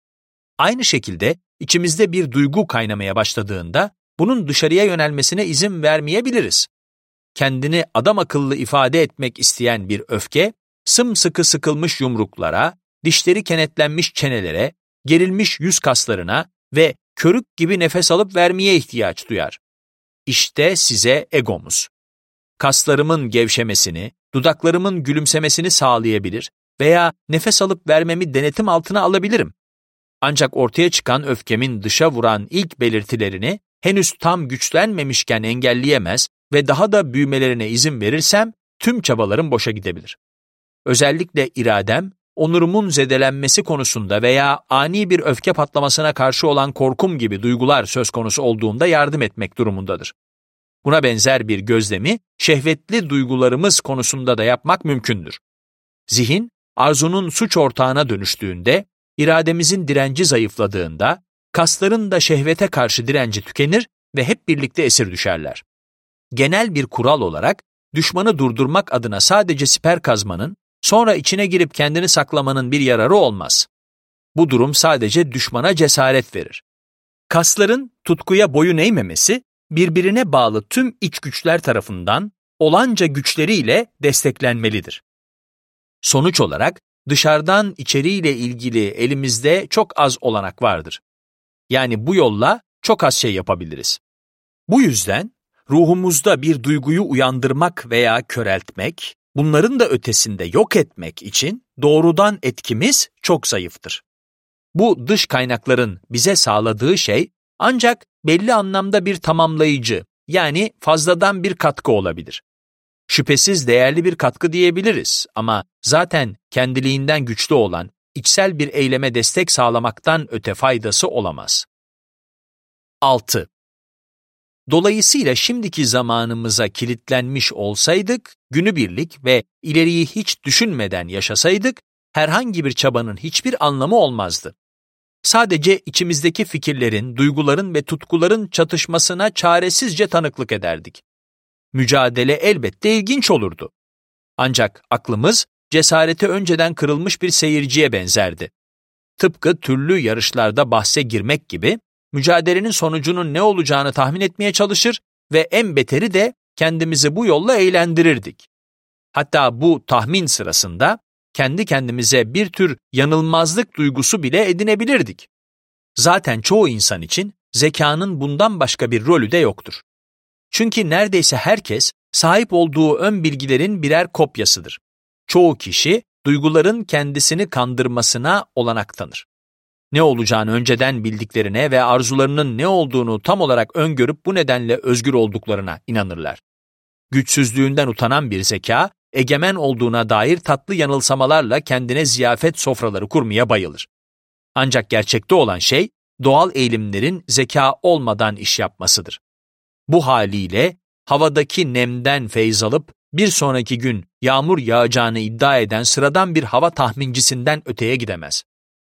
Aynı şekilde, içimizde bir duygu kaynamaya başladığında, bunun dışarıya yönelmesine izin vermeyebiliriz. Kendini adam akıllı ifade etmek isteyen bir öfke, sımsıkı sıkılmış yumruklara, dişleri kenetlenmiş çenelere, gerilmiş yüz kaslarına ve körük gibi nefes alıp vermeye ihtiyaç duyar. İşte size egomuz. Kaslarımın gevşemesini, dudaklarımın gülümsemesini sağlayabilir veya nefes alıp vermemi denetim altına alabilirim. Ancak ortaya çıkan öfkemin dışa vuran ilk belirtilerini henüz tam güçlenmemişken engelleyemez ve daha da büyümelerine izin verirsem tüm çabalarım boşa gidebilir. Özellikle iradem, onurumun zedelenmesi konusunda veya ani bir öfke patlamasına karşı olan korkum gibi duygular söz konusu olduğunda yardım etmek durumundadır. Buna benzer bir gözlemi şehvetli duygularımız konusunda da yapmak mümkündür. Zihin, arzunun suç ortağına dönüştüğünde, irademizin direnci zayıfladığında, kasların da şehvete karşı direnci tükenir ve hep birlikte esir düşerler. Genel bir kural olarak, düşmanı durdurmak adına sadece siper kazmanın, sonra içine girip kendini saklamanın bir yararı olmaz. Bu durum sadece düşmana cesaret verir. Kasların tutkuya boyun eğmemesi, birbirine bağlı tüm iç güçler tarafından olanca güçleriyle desteklenmelidir. Sonuç olarak dışarıdan içeriyle ilgili elimizde çok az olanak vardır. Yani bu yolla çok az şey yapabiliriz. Bu yüzden ruhumuzda bir duyguyu uyandırmak veya köreltmek, bunların da ötesinde yok etmek için doğrudan etkimiz çok zayıftır. Bu dış kaynakların bize sağladığı şey ancak belli anlamda bir tamamlayıcı, yani fazladan bir katkı olabilir. Şüphesiz değerli bir katkı diyebiliriz ama zaten kendiliğinden güçlü olan, içsel bir eyleme destek sağlamaktan öte faydası olamaz. 6. Dolayısıyla şimdiki zamanımıza kilitlenmiş olsaydık, günübirlik ve ileriyi hiç düşünmeden yaşasaydık, herhangi bir çabanın hiçbir anlamı olmazdı. Sadece içimizdeki fikirlerin, duyguların ve tutkuların çatışmasına çaresizce tanıklık ederdik. Mücadele elbette ilginç olurdu. Ancak aklımız, cesareti önceden kırılmış bir seyirciye benzerdi. Tıpkı türlü yarışlarda bahse girmek gibi, mücadelenin sonucunun ne olacağını tahmin etmeye çalışır ve en beteri de kendimizi bu yolla eğlendirirdik. Hatta bu tahmin sırasında kendi kendimize bir tür yanılmazlık duygusu bile edinebilirdik. Zaten çoğu insan için zekanın bundan başka bir rolü de yoktur. Çünkü neredeyse herkes sahip olduğu ön bilgilerin birer kopyasıdır. Çoğu kişi duyguların kendisini kandırmasına olanak tanır. Ne olacağını önceden bildiklerine ve arzularının ne olduğunu tam olarak öngörüp bu nedenle özgür olduklarına inanırlar. Güçsüzlüğünden utanan bir zeka, egemen olduğuna dair tatlı yanılsamalarla kendine ziyafet sofraları kurmaya bayılır. Ancak gerçekte olan şey, doğal eğilimlerin zeka olmadan iş yapmasıdır. Bu haliyle havadaki nemden feyz alıp bir sonraki gün yağmur yağacağını iddia eden sıradan bir hava tahmincisinden öteye gidemez.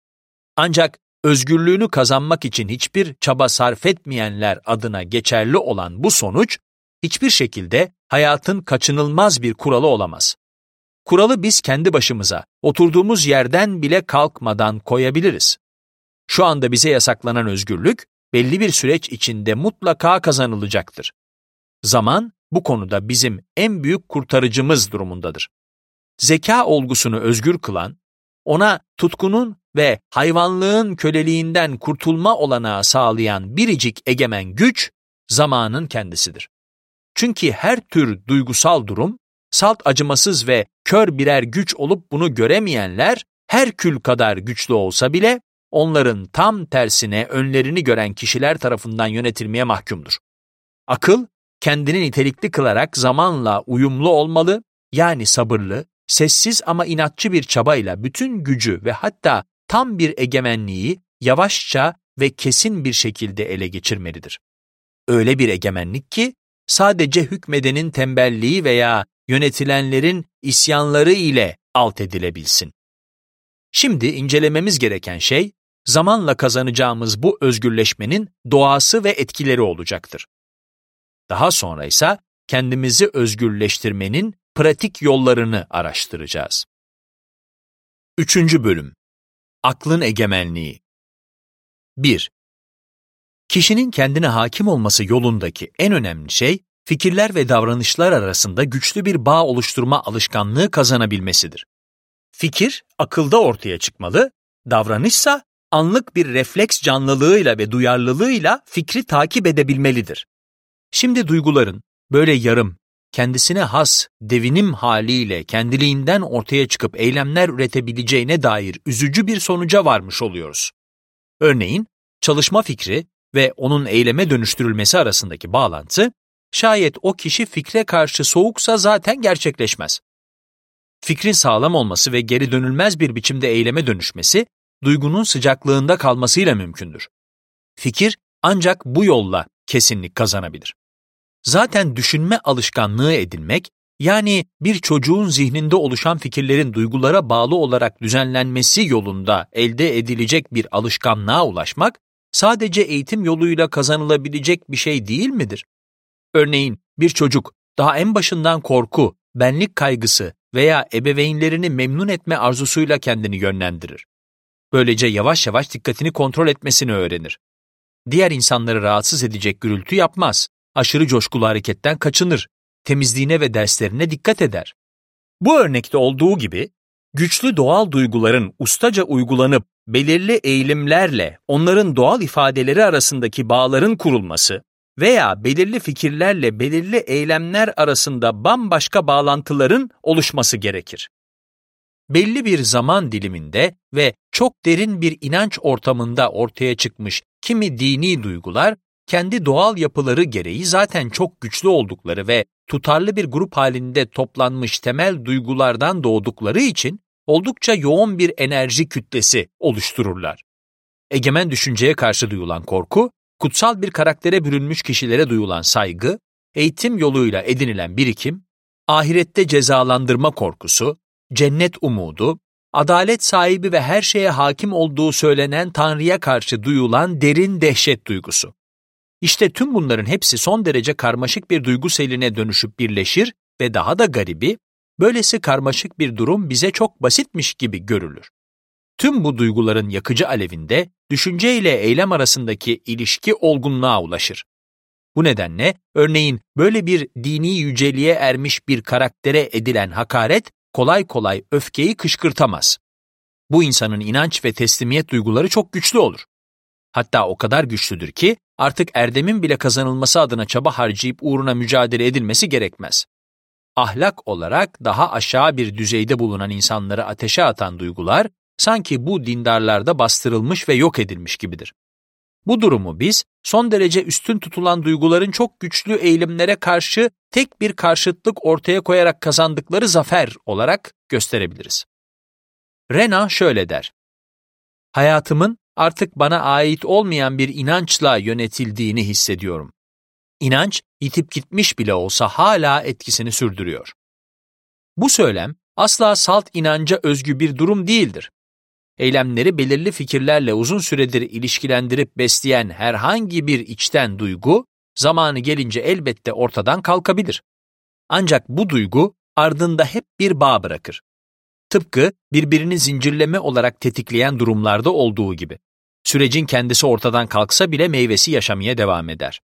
Ancak özgürlüğünü kazanmak için hiçbir çaba sarf etmeyenler adına geçerli olan bu sonuç, hiçbir şekilde hayatın kaçınılmaz bir kuralı olamaz. Kuralı biz kendi başımıza, oturduğumuz yerden bile kalkmadan koyabiliriz. Şu anda bize yasaklanan özgürlük, belli bir süreç içinde mutlaka kazanılacaktır. Zaman, bu konuda bizim en büyük kurtarıcımız durumundadır. Zeka olgusunu özgür kılan, ona tutkunun ve hayvanlığın köleliğinden kurtulma olanağı sağlayan biricik egemen güç, zamanın kendisidir. Çünkü her tür duygusal durum, salt acımasız ve kör birer güç olup bunu göremeyenler, Herkül kadar güçlü olsa bile, onların tam tersine önlerini gören kişiler tarafından yönetilmeye mahkumdur. Akıl, kendini nitelikli kılarak zamanla uyumlu olmalı, yani sabırlı, sessiz ama inatçı bir çabayla bütün gücü ve hatta tam bir egemenliği yavaşça ve kesin bir şekilde ele geçirmelidir. Öyle bir egemenlik ki, sadece hükmedenin tembelliği veya yönetilenlerin isyanları ile alt edilebilsin. Şimdi incelememiz gereken şey, zamanla kazanacağımız bu özgürleşmenin doğası ve etkileri olacaktır. Daha sonra ise kendimizi özgürleştirmenin pratik yollarını araştıracağız. 3. Bölüm. Aklın egemenliği. 1. Kişinin kendine hakim olması yolundaki en önemli şey, fikirler ve davranışlar arasında güçlü bir bağ oluşturma alışkanlığı kazanabilmesidir. Fikir, akılda ortaya çıkmalı, davranışsa anlık bir refleks canlılığıyla ve duyarlılığıyla fikri takip edebilmelidir. Şimdi duyguların böyle yarım, kendisine has, devinim haliyle kendiliğinden ortaya çıkıp eylemler üretebileceğine dair üzücü bir sonuca varmış oluyoruz. Örneğin, çalışma fikri ve onun eyleme dönüştürülmesi arasındaki bağlantı, şayet o kişi fikre karşı soğuksa zaten gerçekleşmez. Fikrin sağlam olması ve geri dönülmez bir biçimde eyleme dönüşmesi, duygunun sıcaklığında kalmasıyla mümkündür. Fikir ancak bu yolla kesinlik kazanabilir. Zaten düşünme alışkanlığı edinmek, yani bir çocuğun zihninde oluşan fikirlerin duygulara bağlı olarak düzenlenmesi yolunda elde edilecek bir alışkanlığa ulaşmak, sadece eğitim yoluyla kazanılabilecek bir şey değil midir? Örneğin bir çocuk daha en başından korku, benlik kaygısı veya ebeveynlerini memnun etme arzusuyla kendini yönlendirir. Böylece yavaş yavaş dikkatini kontrol etmesini öğrenir. Diğer insanları rahatsız edecek gürültü yapmaz, aşırı coşkulu hareketten kaçınır, temizliğine ve derslerine dikkat eder. Bu örnekte olduğu gibi, güçlü doğal duyguların ustaca uygulanıp belirli eğilimlerle onların doğal ifadeleri arasındaki bağların kurulması veya belirli fikirlerle belirli eylemler arasında bambaşka bağlantıların oluşması gerekir. Belli bir zaman diliminde ve çok derin bir inanç ortamında ortaya çıkmış kimi dini duygular, kendi doğal yapıları gereği zaten çok güçlü oldukları ve tutarlı bir grup halinde toplanmış temel duygulardan doğdukları için oldukça yoğun bir enerji kütlesi oluştururlar. Egemen düşünceye karşı duyulan korku, kutsal bir karaktere bürünmüş kişilere duyulan saygı, eğitim yoluyla edinilen birikim, ahirette cezalandırma korkusu, cennet umudu, adalet sahibi ve her şeye hakim olduğu söylenen Tanrı'ya karşı duyulan derin dehşet duygusu. İşte tüm bunların hepsi son derece karmaşık bir duygu seline dönüşüp birleşir ve daha da garibi, böylesi karmaşık bir durum bize çok basitmiş gibi görülür. Tüm bu duyguların yakıcı alevinde düşünce ile eylem arasındaki ilişki olgunluğa ulaşır. Bu nedenle örneğin böyle bir dini yüceliğe ermiş bir karaktere edilen hakaret kolay kolay öfkeyi kışkırtamaz. Bu insanın inanç ve teslimiyet duyguları çok güçlü olur. Hatta o kadar güçlüdür ki artık erdemin bile kazanılması adına çaba harcayıp uğruna mücadele edilmesi gerekmez. Ahlak olarak daha aşağı bir düzeyde bulunan insanları ateşe atan duygular sanki bu dindarlarda bastırılmış ve yok edilmiş gibidir. Bu durumu biz son derece üstün tutulan duyguların çok güçlü eğilimlere karşı tek bir karşıtlık ortaya koyarak kazandıkları zafer olarak gösterebiliriz. Renan şöyle der: "Hayatımın artık bana ait olmayan bir inançla yönetildiğini hissediyorum. İnanç, yitip gitmiş bile olsa hala etkisini sürdürüyor." Bu söylem asla salt inanca özgü bir durum değildir. Eylemleri belirli fikirlerle uzun süredir ilişkilendirip besleyen herhangi bir içten duygu, zamanı gelince elbette ortadan kalkabilir. Ancak bu duygu ardında hep bir bağ bırakır. Tıpkı birbirini zincirleme olarak tetikleyen durumlarda olduğu gibi. Sürecin kendisi ortadan kalksa bile meyvesi yaşamaya devam eder.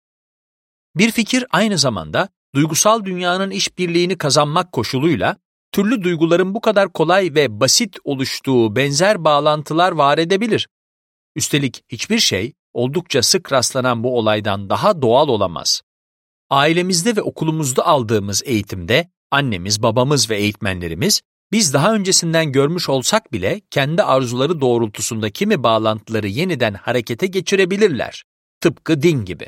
Bir fikir aynı zamanda duygusal dünyanın işbirliğini kazanmak koşuluyla türlü duyguların bu kadar kolay ve basit oluştuğu benzer bağlantılar var edebilir. Üstelik hiçbir şey oldukça sık rastlanan bu olaydan daha doğal olamaz. Ailemizde ve okulumuzda aldığımız eğitimde annemiz, babamız ve eğitmenlerimiz biz daha öncesinden görmüş olsak bile kendi arzuları doğrultusunda kimi bağlantıları yeniden harekete geçirebilirler. Tıpkı din gibi.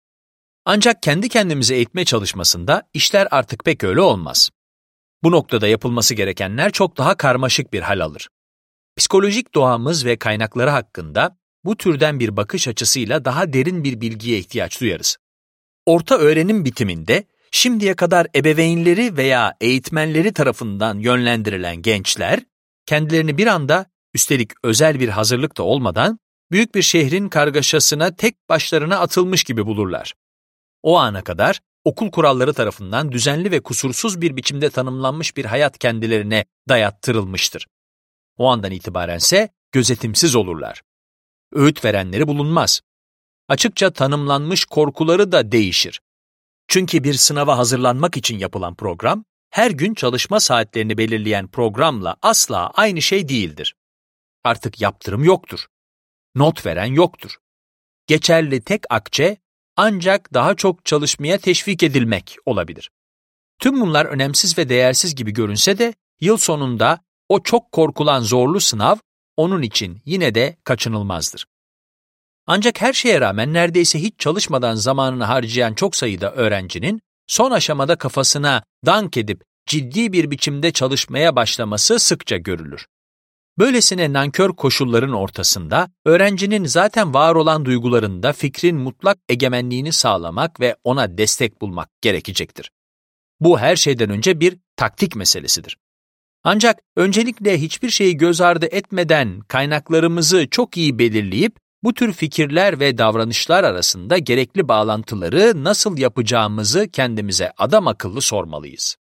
Ancak kendi kendimizi eğitme çalışmasında işler artık pek öyle olmaz. Bu noktada yapılması gerekenler çok daha karmaşık bir hal alır. Psikolojik doğamız ve kaynakları hakkında bu türden bir bakış açısıyla daha derin bir bilgiye ihtiyaç duyarız. Orta öğrenim bitiminde şimdiye kadar ebeveynleri veya eğitmenleri tarafından yönlendirilen gençler, kendilerini bir anda, üstelik özel bir hazırlık da olmadan, büyük bir şehrin kargaşasına tek başlarına atılmış gibi bulurlar. O ana kadar okul kuralları tarafından düzenli ve kusursuz bir biçimde tanımlanmış bir hayat kendilerine dayattırılmıştır. O andan itibarense gözetimsiz olurlar. Öğüt verenleri bulunmaz. Açıkça tanımlanmış korkuları da değişir. Çünkü bir sınava hazırlanmak için yapılan program, her gün çalışma saatlerini belirleyen programla asla aynı şey değildir. Artık yaptırım yoktur. Not veren yoktur. Geçerli tek akçe, ancak daha çok çalışmaya teşvik edilmek olabilir. Tüm bunlar önemsiz ve değersiz gibi görünse de, yıl sonunda o çok korkulan zorlu sınav, onun için yine de kaçınılmazdır. Ancak her şeye rağmen neredeyse hiç çalışmadan zamanını harcayan çok sayıda öğrencinin, son aşamada kafasına dank edip ciddi bir biçimde çalışmaya başlaması sıkça görülür. Böylesine nankör koşulların ortasında, öğrencinin zaten var olan duygularında fikrin mutlak egemenliğini sağlamak ve ona destek bulmak gerekecektir. Bu her şeyden önce bir taktik meselesidir. Ancak öncelikle hiçbir şeyi göz ardı etmeden kaynaklarımızı çok iyi belirleyip, bu tür fikirler ve davranışlar arasında gerekli bağlantıları nasıl yapacağımızı kendimize adam akıllı sormalıyız.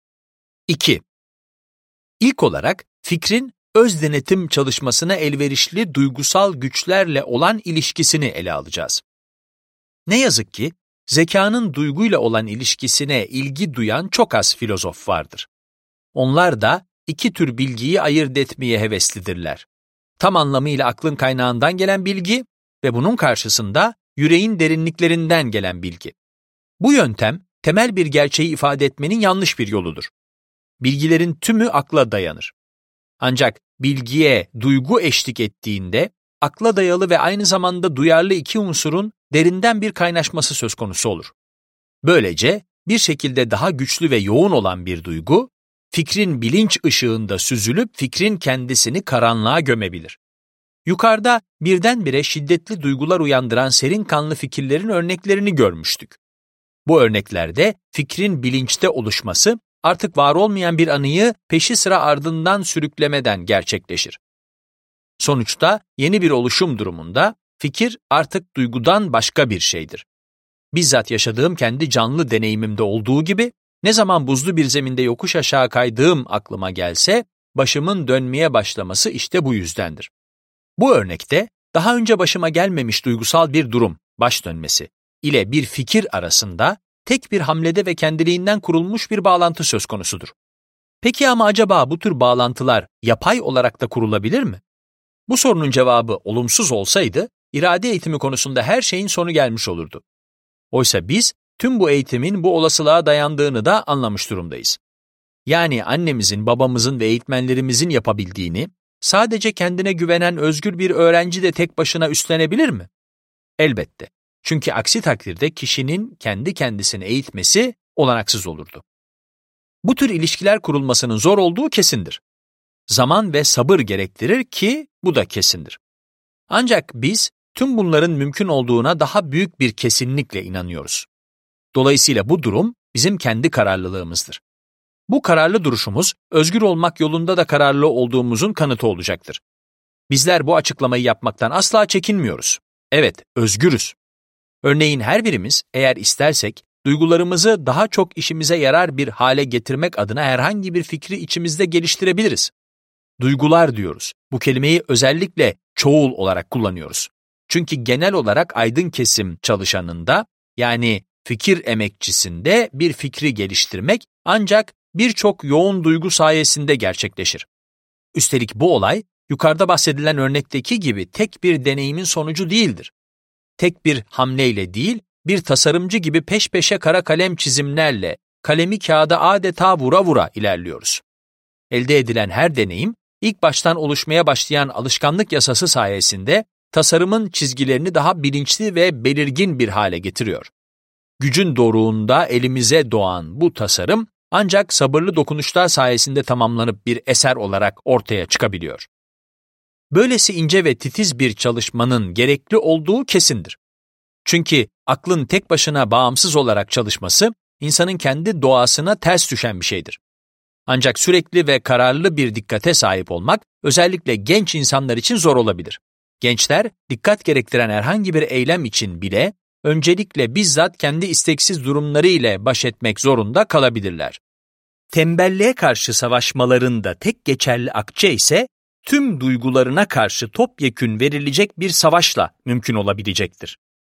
2. İlk olarak fikrin öz denetim çalışmasına elverişli duygusal güçlerle olan ilişkisini ele alacağız. Ne yazık ki, zekanın duyguyla olan ilişkisine ilgi duyan çok az filozof vardır. Onlar da iki tür bilgiyi ayırt etmeye heveslidirler. Tam anlamıyla aklın kaynağından gelen bilgi ve bunun karşısında yüreğin derinliklerinden gelen bilgi. Bu yöntem, temel bir gerçeği ifade etmenin yanlış bir yoludur. Bilgilerin tümü akla dayanır. Ancak bilgiye duygu eşlik ettiğinde, akla dayalı ve aynı zamanda duyarlı iki unsurun derinden bir kaynaşması söz konusu olur. Böylece bir şekilde daha güçlü ve yoğun olan bir duygu, fikrin bilinç ışığında süzülüp fikrin kendisini karanlığa gömebilir. Yukarıda birdenbire şiddetli duygular uyandıran serin kanlı fikirlerin örneklerini görmüştük. Bu örneklerde fikrin bilinçte oluşması artık var olmayan bir anıyı peşi sıra ardından sürüklemeden gerçekleşir. Sonuçta yeni bir oluşum durumunda fikir artık duygudan başka bir şeydir. Bizzat yaşadığım kendi canlı deneyimimde olduğu gibi, ne zaman buzlu bir zeminde yokuş aşağı kaydığım aklıma gelse, başımın dönmeye başlaması işte bu yüzdendir. Bu örnekte daha önce başıma gelmemiş duygusal bir durum, baş dönmesi, ile bir fikir arasında tek bir hamlede ve kendiliğinden kurulmuş bir bağlantı söz konusudur. Peki ama acaba bu tür bağlantılar yapay olarak da kurulabilir mi? Bu sorunun cevabı olumsuz olsaydı, irade eğitimi konusunda her şeyin sonu gelmiş olurdu. Oysa biz tüm bu eğitimin bu olasılığa dayandığını da anlamış durumdayız. Yani annemizin, babamızın ve eğitmenlerimizin yapabildiğini, sadece kendine güvenen özgür bir öğrenci de tek başına üstlenebilir mi? Elbette. Çünkü aksi takdirde kişinin kendi kendisini eğitmesi olanaksız olurdu. Bu tür ilişkiler kurulmasının zor olduğu kesindir. Zaman ve sabır gerektirir ki bu da kesindir. Ancak biz tüm bunların mümkün olduğuna daha büyük bir kesinlikle inanıyoruz. Dolayısıyla bu durum bizim kendi kararlılığımızdır. Bu kararlı duruşumuz, özgür olmak yolunda da kararlı olduğumuzun kanıtı olacaktır. Bizler bu açıklamayı yapmaktan asla çekinmiyoruz. Evet, özgürüz. Örneğin her birimiz, eğer istersek, duygularımızı daha çok işimize yarar bir hale getirmek adına herhangi bir fikri içimizde geliştirebiliriz. Duygular diyoruz. Bu kelimeyi özellikle çoğul olarak kullanıyoruz. Çünkü genel olarak aydın kesim çalışanında, yani fikir emekçisinde bir fikri geliştirmek ancak birçok yoğun duygu sayesinde gerçekleşir. Üstelik bu olay, yukarıda bahsedilen örnekteki gibi tek bir deneyimin sonucu değildir. Tek bir hamleyle değil, bir tasarımcı gibi peş peşe kara kalem çizimlerle, kalemi kağıda adeta vura vura ilerliyoruz. Elde edilen her deneyim, ilk baştan oluşmaya başlayan alışkanlık yasası sayesinde tasarımın çizgilerini daha bilinçli ve belirgin bir hale getiriyor. Gücün doruğunda elimize doğan bu tasarım, ancak sabırlı dokunuşlar sayesinde tamamlanıp bir eser olarak ortaya çıkabiliyor. Böylesi ince ve titiz bir çalışmanın gerekli olduğu kesindir. Çünkü aklın tek başına bağımsız olarak çalışması, insanın kendi doğasına ters düşen bir şeydir. Ancak sürekli ve kararlı bir dikkate sahip olmak, özellikle genç insanlar için zor olabilir. Gençler, dikkat gerektiren herhangi bir eylem için bile, öncelikle bizzat kendi isteksiz durumları ile baş etmek zorunda kalabilirler. Tembelliğe karşı savaşmalarında tek geçerli akçe ise, tüm duygularına karşı topyekün verilecek bir savaşla mümkün olabilecektir.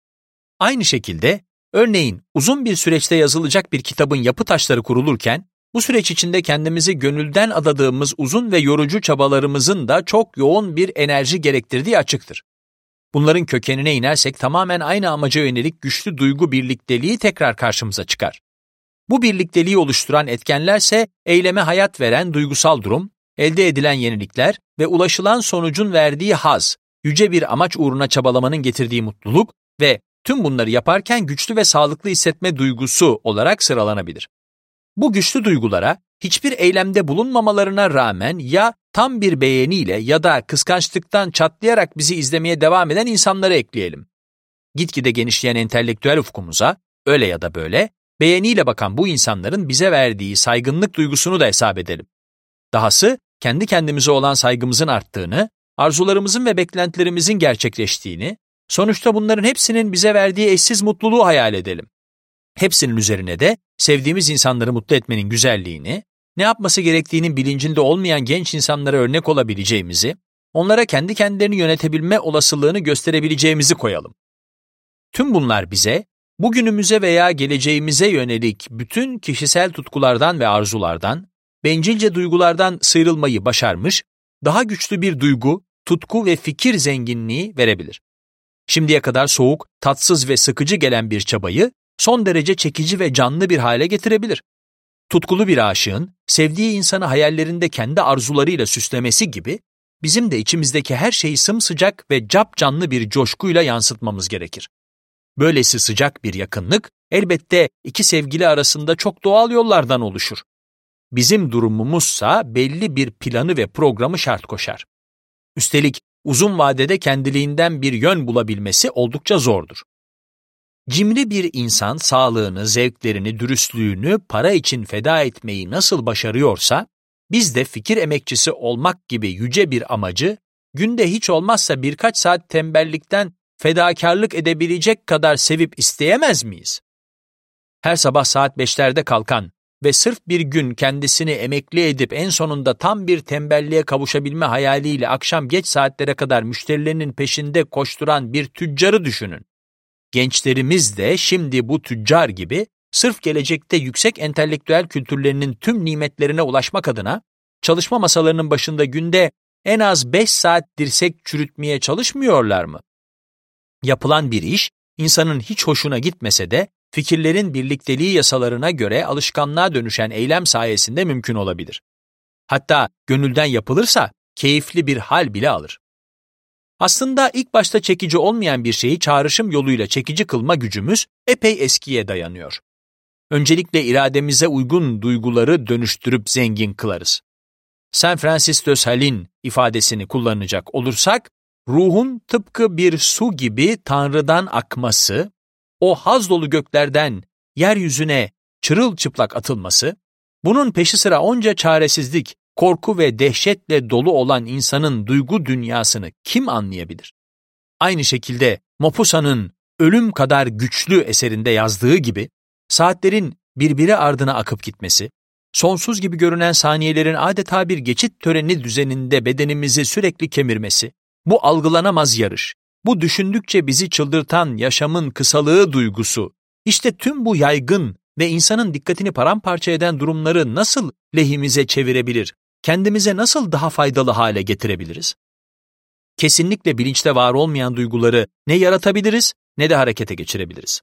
Aynı şekilde, örneğin uzun bir süreçte yazılacak bir kitabın yapı taşları kurulurken, bu süreç içinde kendimizi gönülden adadığımız uzun ve yorucu çabalarımızın da çok yoğun bir enerji gerektirdiği açıktır. Bunların kökenine inersek tamamen aynı amaca yönelik güçlü duygu birlikteliği tekrar karşımıza çıkar. Bu birlikteliği oluşturan etkenlerse eyleme hayat veren duygusal durum, elde edilen yenilikler ve ulaşılan sonucun verdiği haz, yüce bir amaç uğruna çabalamanın getirdiği mutluluk ve tüm bunları yaparken güçlü ve sağlıklı hissetme duygusu olarak sıralanabilir. Bu güçlü duygulara hiçbir eylemde bulunmamalarına rağmen ya tam bir beğeniyle ya da kıskançlıktan çatlayarak bizi izlemeye devam eden insanları ekleyelim. Gitgide genişleyen entelektüel ufkumuza, öyle ya da böyle, beğeniyle bakan bu insanların bize verdiği saygınlık duygusunu da hesap edelim. Dahası, kendi kendimize olan saygımızın arttığını, arzularımızın ve beklentilerimizin gerçekleştiğini, sonuçta bunların hepsinin bize verdiği eşsiz mutluluğu hayal edelim. Hepsinin üzerine de sevdiğimiz insanları mutlu etmenin güzelliğini, ne yapması gerektiğinin bilincinde olmayan genç insanlara örnek olabileceğimizi, onlara kendi kendilerini yönetebilme olasılığını gösterebileceğimizi koyalım. Tüm bunlar bize, bugünümüze veya geleceğimize yönelik bütün kişisel tutkulardan ve arzulardan, bencilce duygulardan sıyrılmayı başarmış, daha güçlü bir duygu, tutku ve fikir zenginliği verebilir. Şimdiye kadar soğuk, tatsız ve sıkıcı gelen bir çabayı, son derece çekici ve canlı bir hale getirebilir. Tutkulu bir aşığın, sevdiği insanı hayallerinde kendi arzularıyla süslemesi gibi, bizim de içimizdeki her şeyi sımsıcak ve capcanlı bir coşkuyla yansıtmamız gerekir. Böylesi sıcak bir yakınlık, elbette iki sevgili arasında çok doğal yollardan oluşur. Bizim durumumuzsa belli bir planı ve programı şart koşar. Üstelik uzun vadede kendiliğinden bir yön bulabilmesi oldukça zordur. Cimri bir insan sağlığını, zevklerini, dürüstlüğünü para için feda etmeyi nasıl başarıyorsa, biz de fikir emekçisi olmak gibi yüce bir amacı, günde hiç olmazsa birkaç saat tembellikten fedakarlık edebilecek kadar sevip isteyemez miyiz? Her sabah saat 5'lerde kalkan, ve sırf bir gün kendisini emekli edip en sonunda tam bir tembelliğe kavuşabilme hayaliyle akşam geç saatlere kadar müşterilerinin peşinde koşturan bir tüccarı düşünün. Gençlerimiz de şimdi bu tüccar gibi sırf gelecekte yüksek entelektüel kültürlerinin tüm nimetlerine ulaşmak adına çalışma masalarının başında günde en az 5 saat dirsek çürütmeye çalışmıyorlar mı? Yapılan bir iş, insanın hiç hoşuna gitmese de fikirlerin birlikteliği yasalarına göre alışkanlığa dönüşen eylem sayesinde mümkün olabilir. Hatta gönülden yapılırsa keyifli bir hal bile alır. Aslında ilk başta çekici olmayan bir şeyi çağrışım yoluyla çekici kılma gücümüz epey eskiye dayanıyor. Öncelikle irademize uygun duyguları dönüştürüp zengin kılarız. Saint Francis de Sales'in ifadesini kullanacak olursak, ruhun tıpkı bir su gibi Tanrı'dan akması, o haz dolu göklerden yeryüzüne çırılçıplak atılması, bunun peşi sıra onca çaresizlik, korku ve dehşetle dolu olan insanın duygu dünyasını kim anlayabilir? Aynı şekilde Maupassant'ın Ölüm Kadar Güçlü eserinde yazdığı gibi, saatlerin birbiri ardına akıp gitmesi, sonsuz gibi görünen saniyelerin adeta bir geçit töreni düzeninde bedenimizi sürekli kemirmesi, bu algılanamaz yarış, bu düşündükçe bizi çıldırtan yaşamın kısalığı duygusu, işte tüm bu yaygın ve insanın dikkatini paramparça eden durumları nasıl lehimize çevirebilir, kendimize nasıl daha faydalı hale getirebiliriz? Kesinlikle bilinçte var olmayan duyguları ne yaratabiliriz ne de harekete geçirebiliriz.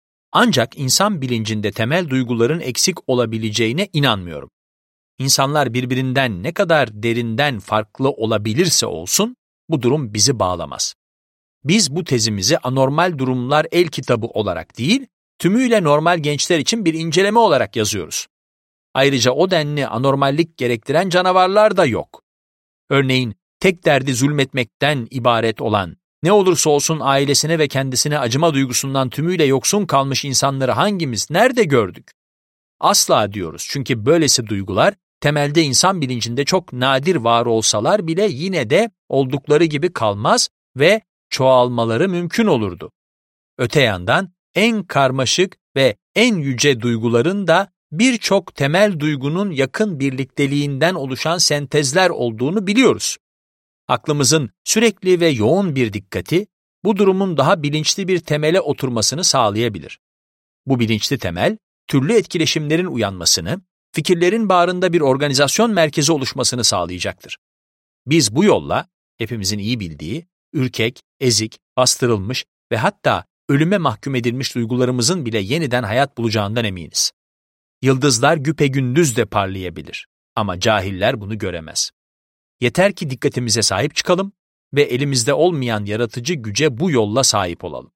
Ancak insan bilincinde temel duyguların eksik olabileceğine inanmıyorum. İnsanlar birbirinden ne kadar derinden farklı olabilirse olsun, bu durum bizi bağlamaz. Biz bu tezimizi anormal durumlar el kitabı olarak değil, tümüyle normal gençler için bir inceleme olarak yazıyoruz. Ayrıca o denli anormallik gerektiren canavarlar da yok. Örneğin tek derdi zulmetmekten ibaret olan, ne olursa olsun ailesine ve kendisine acıma duygusundan tümüyle yoksun kalmış insanları hangimiz nerede gördük? Asla diyoruz, çünkü böylesi duygular temelde insan bilincinde çok nadir var olsalar bile yine de oldukları gibi kalmaz ve çoğalmaları mümkün olurdu. Öte yandan en karmaşık ve en yüce duyguların da birçok temel duygunun yakın birlikteliğinden oluşan sentezler olduğunu biliyoruz. Aklımızın sürekli ve yoğun bir dikkati bu durumun daha bilinçli bir temele oturmasını sağlayabilir. Bu bilinçli temel, türlü etkileşimlerin uyanmasını, fikirlerin bağrında bir organizasyon merkezi oluşmasını sağlayacaktır. Biz bu yolla, hepimizin iyi bildiği, ürkek, ezik, bastırılmış ve hatta ölüme mahkum edilmiş duygularımızın bile yeniden hayat bulacağından eminiz. Yıldızlar güpegündüz de parlayabilir ama cahiller bunu göremez. Yeter ki dikkatimize sahip çıkalım ve elimizde olmayan yaratıcı güce bu yolla sahip olalım.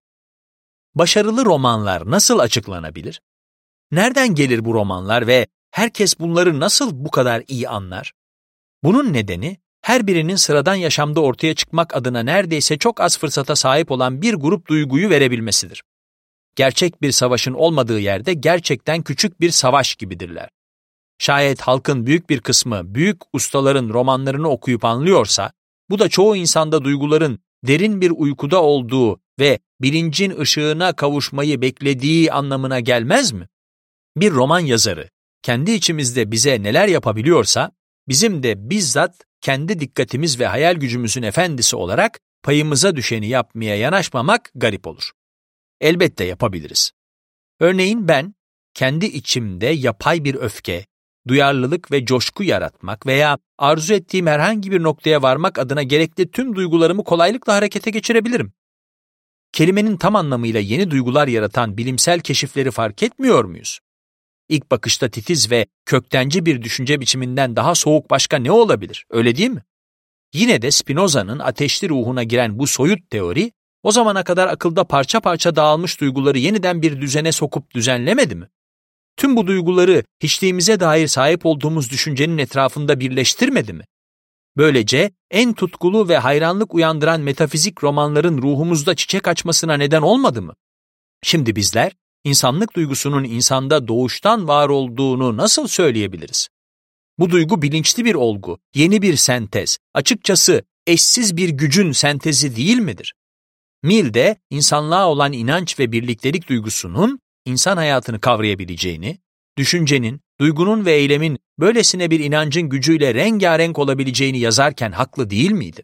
Başarılı romanlar nasıl açıklanabilir? Nereden gelir bu romanlar ve herkes bunları nasıl bu kadar iyi anlar? Bunun nedeni, her birinin sıradan yaşamda ortaya çıkmak adına neredeyse çok az fırsata sahip olan bir grup duyguyu verebilmesidir. Gerçek bir savaşın olmadığı yerde gerçekten küçük bir savaş gibidirler. Şayet halkın büyük bir kısmı büyük ustaların romanlarını okuyup anlıyorsa, bu da çoğu insanda duyguların derin bir uykuda olduğu ve bilincin ışığına kavuşmayı beklediği anlamına gelmez mi? Bir roman yazarı kendi içimizde bize neler yapabiliyorsa, bizim de bizzat kendi dikkatimiz ve hayal gücümüzün efendisi olarak payımıza düşeni yapmaya yanaşmamak garip olur. Elbette yapabiliriz. Örneğin ben, kendi içimde yapay bir öfke, duyarlılık ve coşku yaratmak veya arzu ettiğim herhangi bir noktaya varmak adına gerekli tüm duygularımı kolaylıkla harekete geçirebilirim. Kelimenin tam anlamıyla yeni duygular yaratan bilimsel keşifleri fark etmiyor muyuz? İlk bakışta titiz ve köktenci bir düşünce biçiminden daha soğuk başka ne olabilir, öyle değil mi? Yine de Spinoza'nın ateşli ruhuna giren bu soyut teori, o zamana kadar akılda parça parça dağılmış duyguları yeniden bir düzene sokup düzenlemedi mi? Tüm bu duyguları hiçliğimize dair sahip olduğumuz düşüncenin etrafında birleştirmedi mi? Böylece en tutkulu ve hayranlık uyandıran metafizik romanların ruhumuzda çiçek açmasına neden olmadı mı? Şimdi bizler, insanlık duygusunun insanda doğuştan var olduğunu nasıl söyleyebiliriz? Bu duygu bilinçli bir olgu, yeni bir sentez, açıkçası eşsiz bir gücün sentezi değil midir? Mill de insanlığa olan inanç ve birliktelik duygusunun insan hayatını kavrayabileceğini, düşüncenin, duygunun ve eylemin böylesine bir inancın gücüyle rengarenk olabileceğini yazarken haklı değil miydi?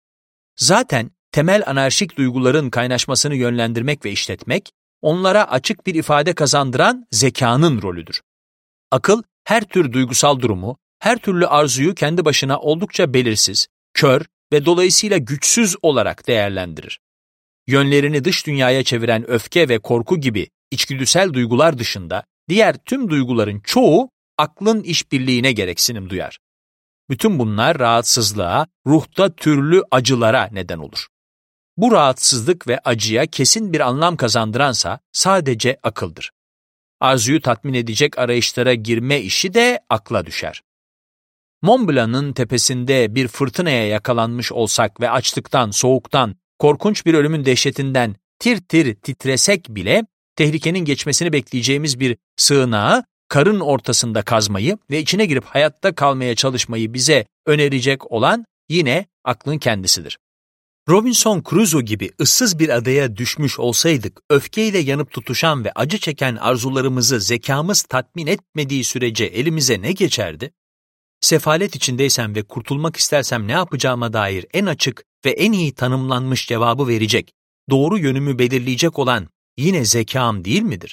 Zaten temel anarşik duyguların kaynaşmasını yönlendirmek ve işletmek, onlara açık bir ifade kazandıran zekanın rolüdür. Akıl, her tür duygusal durumu, her türlü arzuyu kendi başına oldukça belirsiz, kör ve dolayısıyla güçsüz olarak değerlendirir. Yönlerini dış dünyaya çeviren öfke ve korku gibi içgüdüsel duygular dışında, diğer tüm duyguların çoğu aklın işbirliğine gereksinim duyar. Bütün bunlar rahatsızlığa, ruhta türlü acılara neden olur. Bu rahatsızlık ve acıya kesin bir anlam kazandıransa sadece akıldır. Arzuyu tatmin edecek arayışlara girme işi de akla düşer. Mont Blanc'ın tepesinde bir fırtınaya yakalanmış olsak ve açlıktan, soğuktan, korkunç bir ölümün dehşetinden tir tir titresek bile, tehlikenin geçmesini bekleyeceğimiz bir sığınağı, karın ortasında kazmayı ve içine girip hayatta kalmaya çalışmayı bize önerecek olan yine aklın kendisidir. Robinson Crusoe gibi ıssız bir adaya düşmüş olsaydık, öfkeyle yanıp tutuşan ve acı çeken arzularımızı zekamız tatmin etmediği sürece elimize ne geçerdi? Sefalet içindeysem ve kurtulmak istersem ne yapacağıma dair en açık ve en iyi tanımlanmış cevabı verecek, doğru yönümü belirleyecek olan yine zekam değil midir?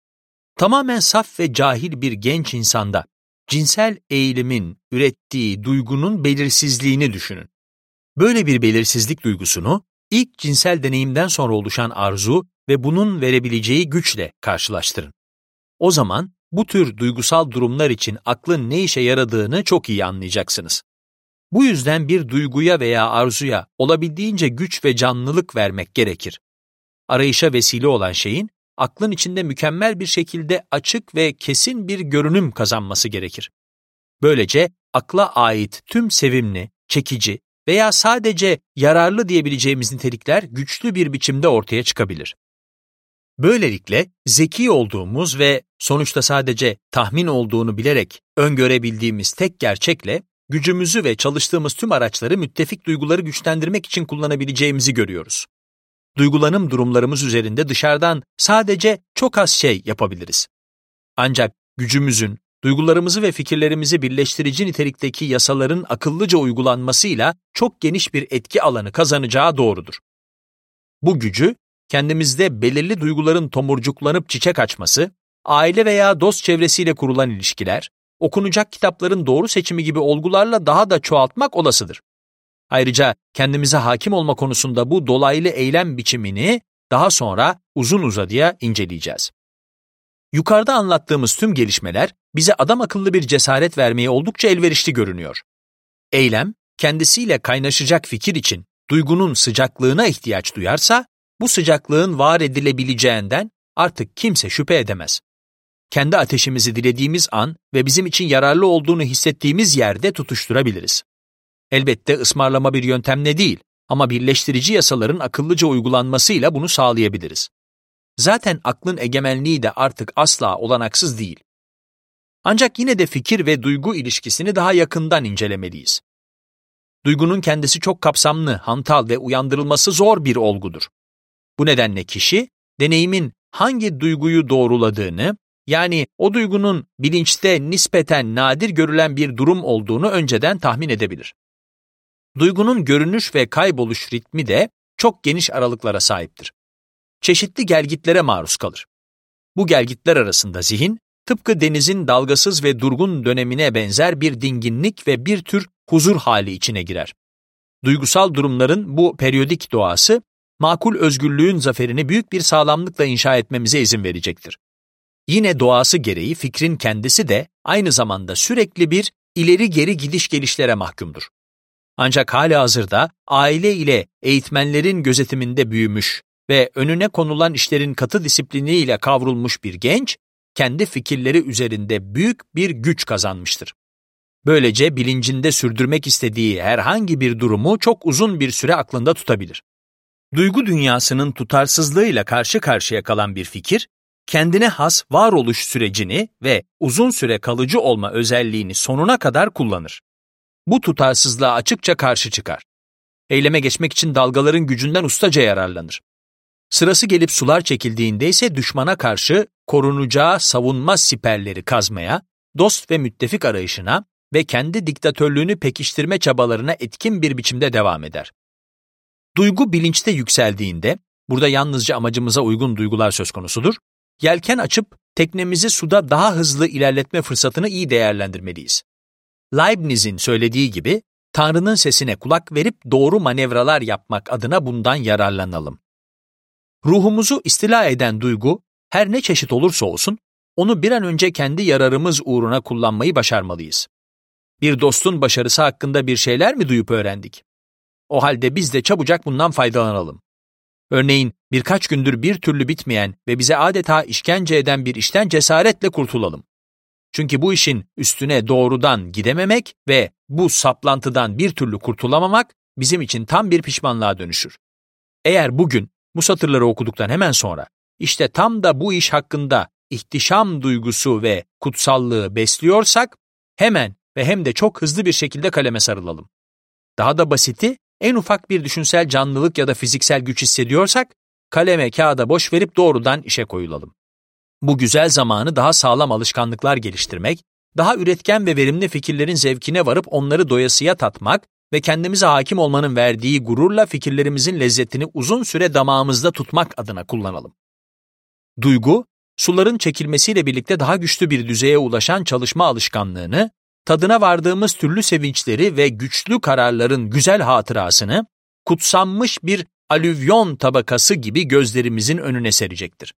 Tamamen saf ve cahil bir genç insanda cinsel eğilimin ürettiği duygunun belirsizliğini düşünün. Böyle bir belirsizlik duygusunu ilk cinsel deneyimden sonra oluşan arzu ve bunun verebileceği güçle karşılaştırın. O zaman bu tür duygusal durumlar için aklın ne işe yaradığını çok iyi anlayacaksınız. Bu yüzden bir duyguya veya arzuya olabildiğince güç ve canlılık vermek gerekir. Arayışa vesile olan şeyin aklın içinde mükemmel bir şekilde açık ve kesin bir görünüm kazanması gerekir. Böylece akla ait tüm sevimli, çekici veya sadece yararlı diyebileceğimiz nitelikler güçlü bir biçimde ortaya çıkabilir. Böylelikle zeki olduğumuz ve sonuçta sadece tahmin olduğunu bilerek öngörebildiğimiz tek gerçekle gücümüzü ve çalıştığımız tüm araçları müttefik duyguları güçlendirmek için kullanabileceğimizi görüyoruz. Duygulanım durumlarımız üzerinde dışarıdan sadece çok az şey yapabiliriz. Ancak gücümüzün, duygularımızı ve fikirlerimizi birleştirici nitelikteki yasaların akıllıca uygulanmasıyla çok geniş bir etki alanı kazanacağı doğrudur. Bu gücü, kendimizde belirli duyguların tomurcuklanıp çiçek açması, aile veya dost çevresiyle kurulan ilişkiler, okunacak kitapların doğru seçimi gibi olgularla daha da çoğaltmak olasıdır. Ayrıca kendimize hakim olma konusunda bu dolaylı eylem biçimini daha sonra uzun uzadıya inceleyeceğiz. Yukarıda anlattığımız tüm gelişmeler bize adam akıllı bir cesaret vermeye oldukça elverişli görünüyor. Eylem, kendisiyle kaynaşacak fikir için duygunun sıcaklığına ihtiyaç duyarsa, bu sıcaklığın var edilebileceğinden artık kimse şüphe edemez. Kendi ateşimizi dilediğimiz an ve bizim için yararlı olduğunu hissettiğimiz yerde tutuşturabiliriz. Elbette ısmarlama bir yöntemle değil ama birleştirici yasaların akıllıca uygulanmasıyla bunu sağlayabiliriz. Zaten aklın egemenliği de artık asla olanaksız değil. Ancak yine de fikir ve duygu ilişkisini daha yakından incelemeliyiz. Duygunun kendisi çok kapsamlı, hantal ve uyandırılması zor bir olgudur. Bu nedenle kişi, deneyimin hangi duyguyu doğruladığını, yani o duygunun bilinçte nispeten nadir görülen bir durum olduğunu önceden tahmin edebilir. Duygunun görünüş ve kayboluş ritmi de çok geniş aralıklara sahiptir. Çeşitli gelgitlere maruz kalır. Bu gelgitler arasında zihin, tıpkı denizin dalgasız ve durgun dönemine benzer bir dinginlik ve bir tür huzur hali içine girer. Duygusal durumların bu periyodik doğası, makul özgürlüğün zaferini büyük bir sağlamlıkla inşa etmemize izin verecektir. Yine doğası gereği fikrin kendisi de aynı zamanda sürekli bir ileri geri gidiş gelişlere mahkumdur. Ancak halihazırda aile ile eğitmenlerin gözetiminde büyümüş ve önüne konulan işlerin katı disipliniyle kavrulmuş bir genç, kendi fikirleri üzerinde büyük bir güç kazanmıştır. Böylece bilincinde sürdürmek istediği herhangi bir durumu çok uzun bir süre aklında tutabilir. Duygu dünyasının tutarsızlığıyla karşı karşıya kalan bir fikir, kendine has varoluş sürecini ve uzun süre kalıcı olma özelliğini sonuna kadar kullanır. Bu tutarsızlığa açıkça karşı çıkar. Eyleme geçmek için dalgaların gücünden ustaca yararlanır. Sırası gelip sular çekildiğinde ise düşmana karşı korunacağı savunma siperleri kazmaya, dost ve müttefik arayışına ve kendi diktatörlüğünü pekiştirme çabalarına etkin bir biçimde devam eder. Duygu bilinçte yükseldiğinde, burada yalnızca amacımıza uygun duygular söz konusudur, yelken açıp teknemizi suda daha hızlı ilerletme fırsatını iyi değerlendirmeliyiz. Leibniz'in söylediği gibi, Tanrı'nın sesine kulak verip doğru manevralar yapmak adına bundan yararlanalım. Ruhumuzu istila eden duygu, her ne çeşit olursa olsun, onu bir an önce kendi yararımız uğruna kullanmayı başarmalıyız. Bir dostun başarısı hakkında bir şeyler mi duyup öğrendik? O halde biz de çabucak bundan faydalanalım. Örneğin birkaç gündür bir türlü bitmeyen ve bize adeta işkence eden bir işten cesaretle kurtulalım. Çünkü bu işin üstüne doğrudan gidememek ve bu saplantıdan bir türlü kurtulamamak bizim için tam bir pişmanlığa dönüşür. Eğer bugün bu satırları okuduktan hemen sonra işte tam da bu iş hakkında ihtişam duygusu ve kutsallığı besliyorsak hemen ve hem de çok hızlı bir şekilde kaleme sarılalım. Daha da basiti, en ufak bir düşünsel canlılık ya da fiziksel güç hissediyorsak kaleme kağıda boş verip doğrudan işe koyulalım. Bu güzel zamanı daha sağlam alışkanlıklar geliştirmek, daha üretken ve verimli fikirlerin zevkine varıp onları doyasıya tatmak ve kendimize hakim olmanın verdiği gururla fikirlerimizin lezzetini uzun süre damağımızda tutmak adına kullanalım. Duygu, suların çekilmesiyle birlikte daha güçlü bir düzeye ulaşan çalışma alışkanlığını, tadına vardığımız türlü sevinçleri ve güçlü kararların güzel hatırasını, kutsanmış bir alüvyon tabakası gibi gözlerimizin önüne serecektir.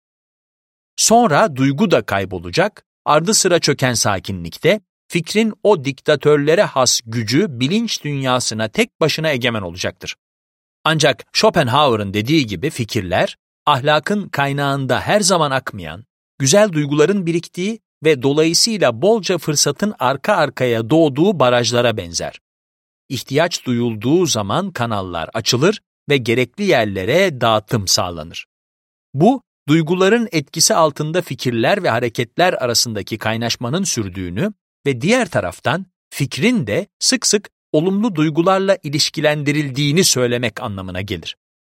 Sonra duygu da kaybolacak, ardı sıra çöken sakinlikte, fikrin o diktatörlere has gücü bilinç dünyasına tek başına egemen olacaktır. Ancak Schopenhauer'ın dediği gibi fikirler, ahlakın kaynağında her zaman akmayan, güzel duyguların biriktiği ve dolayısıyla bolca fırsatın arka arkaya doğduğu barajlara benzer. İhtiyaç duyulduğu zaman kanallar açılır ve gerekli yerlere dağıtım sağlanır. Bu, duyguların etkisi altında fikirler ve hareketler arasındaki kaynaşmanın sürdüğünü ve diğer taraftan fikrin de sık sık olumlu duygularla ilişkilendirildiğini söylemek anlamına gelir.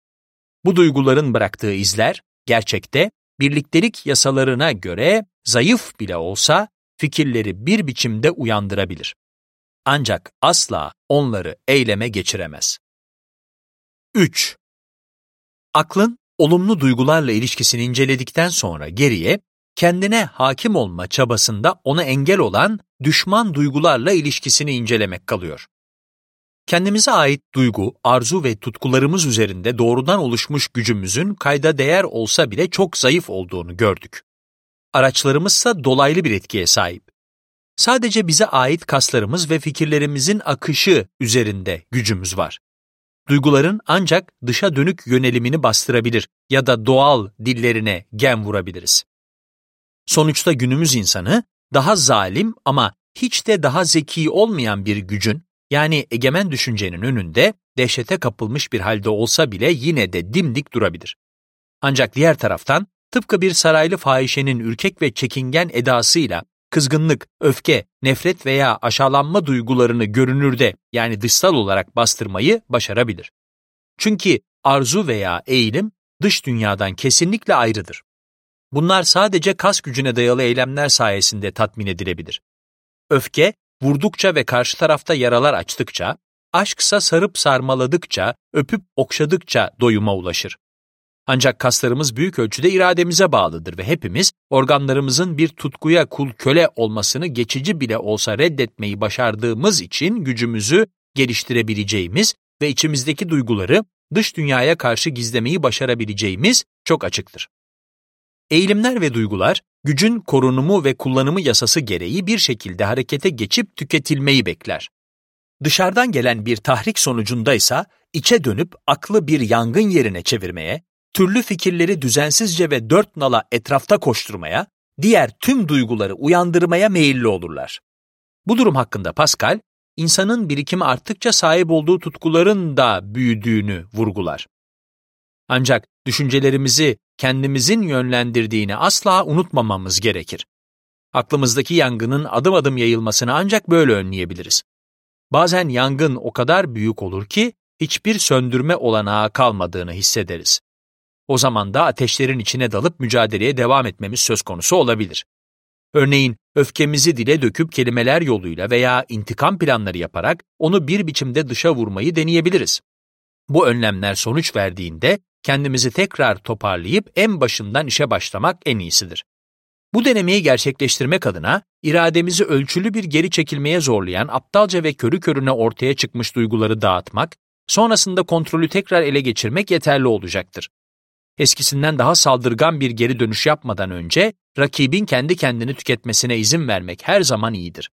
Bu duyguların bıraktığı izler, gerçekte birliktelik yasalarına göre zayıf bile olsa fikirleri bir biçimde uyandırabilir. Ancak asla onları eyleme geçiremez. 3. Aklın olumlu duygularla ilişkisini inceledikten sonra geriye, kendine hakim olma çabasında ona engel olan düşman duygularla ilişkisini incelemek kalıyor. Kendimize ait duygu, arzu ve tutkularımız üzerinde doğrudan oluşmuş gücümüzün kayda değer olsa bile çok zayıf olduğunu gördük. Araçlarımızsa dolaylı bir etkiye sahip. Sadece bize ait kaslarımız ve fikirlerimizin akışı üzerinde gücümüz var. Duyguların ancak dışa dönük yönelimini bastırabilir ya da doğal dillerine gem vurabiliriz. Sonuçta günümüz insanı daha zalim ama hiç de daha zeki olmayan bir gücün, yani egemen düşüncenin önünde dehşete kapılmış bir halde olsa bile yine de dimdik durabilir. Ancak diğer taraftan tıpkı bir saraylı fahişenin ürkek ve çekingen edasıyla kızgınlık, öfke, nefret veya aşağılanma duygularını görünürde yani dışsal olarak bastırmayı başarabilir. Çünkü arzu veya eğilim dış dünyadan kesinlikle ayrıdır. Bunlar sadece kas gücüne dayalı eylemler sayesinde tatmin edilebilir. Öfke, vurdukça ve karşı tarafta yaralar açtıkça, aşksa sarıp sarmaladıkça, öpüp okşadıkça doyuma ulaşır. Ancak kaslarımız büyük ölçüde irademize bağlıdır ve hepimiz organlarımızın bir tutkuya kul köle olmasını geçici bile olsa reddetmeyi başardığımız için gücümüzü geliştirebileceğimiz ve içimizdeki duyguları dış dünyaya karşı gizlemeyi başarabileceğimiz çok açıktır. Eğilimler ve duygular, gücün korunumu ve kullanımı yasası gereği bir şekilde harekete geçip tüketilmeyi bekler. Dışarıdan gelen bir tahrik sonucundaysa, içe dönüp aklı bir yangın yerine çevirmeye, türlü fikirleri düzensizce ve dört nala etrafta koşturmaya, diğer tüm duyguları uyandırmaya meyilli olurlar. Bu durum hakkında Pascal, insanın birikimi arttıkça sahip olduğu tutkuların da büyüdüğünü vurgular. Ancak düşüncelerimizi kendimizin yönlendirdiğini asla unutmamamız gerekir. Aklımızdaki yangının adım adım yayılmasını ancak böyle önleyebiliriz. Bazen yangın o kadar büyük olur ki hiçbir söndürme olanağı kalmadığını hissederiz. O zaman da ateşlerin içine dalıp mücadeleye devam etmemiz söz konusu olabilir. Örneğin öfkemizi dile döküp kelimeler yoluyla veya intikam planları yaparak onu bir biçimde dışa vurmayı deneyebiliriz. Bu önlemler sonuç verdiğinde kendimizi tekrar toparlayıp en başından işe başlamak en iyisidir. Bu denemeyi gerçekleştirmek adına irademizi ölçülü bir geri çekilmeye zorlayan aptalca ve körü körüne ortaya çıkmış duyguları dağıtmak, sonrasında kontrolü tekrar ele geçirmek yeterli olacaktır. Eskisinden daha saldırgan bir geri dönüş yapmadan önce rakibin kendi kendini tüketmesine izin vermek her zaman iyidir.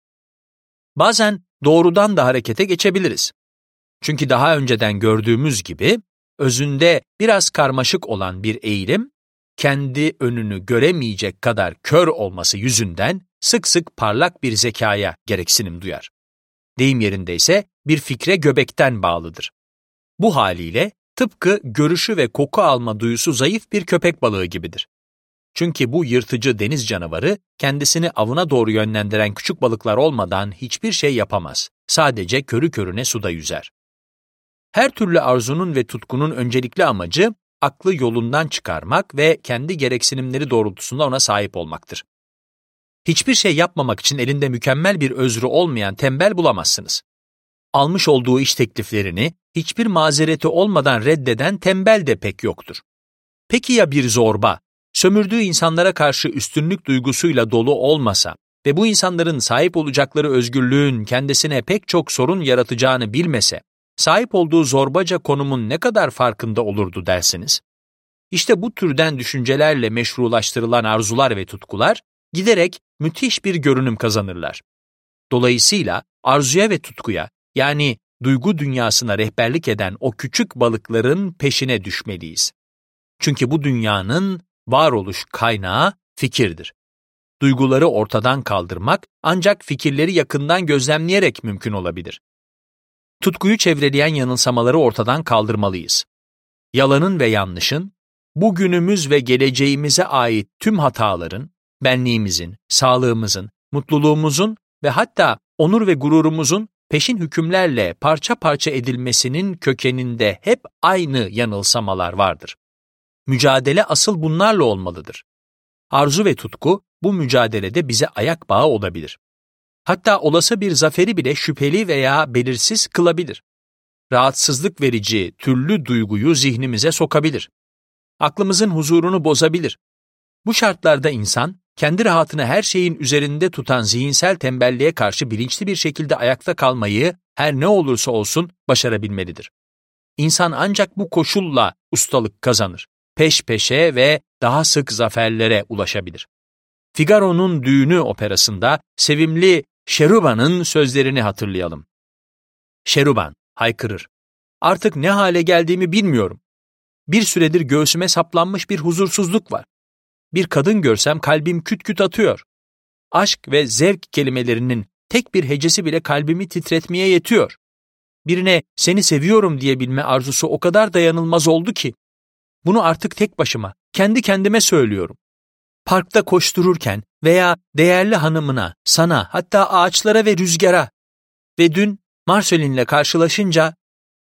Bazen doğrudan da harekete geçebiliriz. Çünkü daha önceden gördüğümüz gibi özünde biraz karmaşık olan bir eğilim, kendi önünü göremeyecek kadar kör olması yüzünden sık sık parlak bir zekaya gereksinim duyar. Deyim yerindeyse bir fikre göbekten bağlıdır. Bu haliyle tıpkı görüşü ve koku alma duyusu zayıf bir köpek balığı gibidir. Çünkü bu yırtıcı deniz canavarı kendisini avına doğru yönlendiren küçük balıklar olmadan hiçbir şey yapamaz. Sadece körü körüne suda yüzer. Her türlü arzunun ve tutkunun öncelikli amacı aklı yolundan çıkarmak ve kendi gereksinimleri doğrultusunda ona sahip olmaktır. Hiçbir şey yapmamak için elinde mükemmel bir özrü olmayan tembel bulamazsınız. Almış olduğu iş tekliflerini hiçbir mazereti olmadan reddeden tembel de pek yoktur. Peki ya bir zorba, sömürdüğü insanlara karşı üstünlük duygusuyla dolu olmasa ve bu insanların sahip olacakları özgürlüğün kendisine pek çok sorun yaratacağını bilmese, sahip olduğu zorbaca konumun ne kadar farkında olurdu dersiniz? İşte bu türden düşüncelerle meşrulaştırılan arzular ve tutkular giderek müthiş bir görünüm kazanırlar. Dolayısıyla arzuya ve tutkuya, yani duygu dünyasına rehberlik eden o küçük balıkların peşine düşmeliyiz. Çünkü bu dünyanın varoluş kaynağı fikirdir. Duyguları ortadan kaldırmak ancak fikirleri yakından gözlemleyerek mümkün olabilir. Tutkuyu çevreleyen yanılsamaları ortadan kaldırmalıyız. Yalanın ve yanlışın, bugünümüz ve geleceğimize ait tüm hataların, benliğimizin, sağlığımızın, mutluluğumuzun ve hatta onur ve gururumuzun peşin hükümlerle parça parça edilmesinin kökeninde hep aynı yanılsamalar vardır. Mücadele asıl bunlarla olmalıdır. Arzu ve tutku bu mücadelede bize ayak bağı olabilir. Hatta olası bir zaferi bile şüpheli veya belirsiz kılabilir. Rahatsızlık verici türlü duyguyu zihnimize sokabilir. Aklımızın huzurunu bozabilir. Bu şartlarda insan, kendi rahatını her şeyin üzerinde tutan zihinsel tembelliğe karşı bilinçli bir şekilde ayakta kalmayı her ne olursa olsun başarabilmelidir. İnsan ancak bu koşulla ustalık kazanır, peş peşe ve daha sık zaferlere ulaşabilir. Figaro'nun Düğünü operasında sevimli Şeruba'nın sözlerini hatırlayalım. Şeruban haykırır. Artık ne hale geldiğimi bilmiyorum. Bir süredir göğsüme saplanmış bir huzursuzluk var. Bir kadın görsem kalbim küt küt atıyor. Aşk ve zevk kelimelerinin tek bir hecesi bile kalbimi titretmeye yetiyor. Birine seni seviyorum diyebilme arzusu o kadar dayanılmaz oldu ki, bunu artık tek başıma, kendi kendime söylüyorum. Parkta koştururken veya değerli hanımına, sana, hatta ağaçlara ve rüzgara ve dün Marcelin'le karşılaşınca,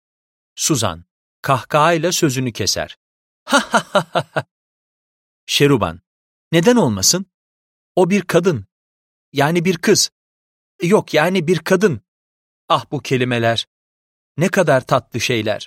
Suzan, kahkahayla sözünü keser. Ha ha ha ha. Şeruban, neden olmasın? O bir kadın, yani bir kız. Yok, yani bir kadın. Ah bu kelimeler, ne kadar tatlı şeyler.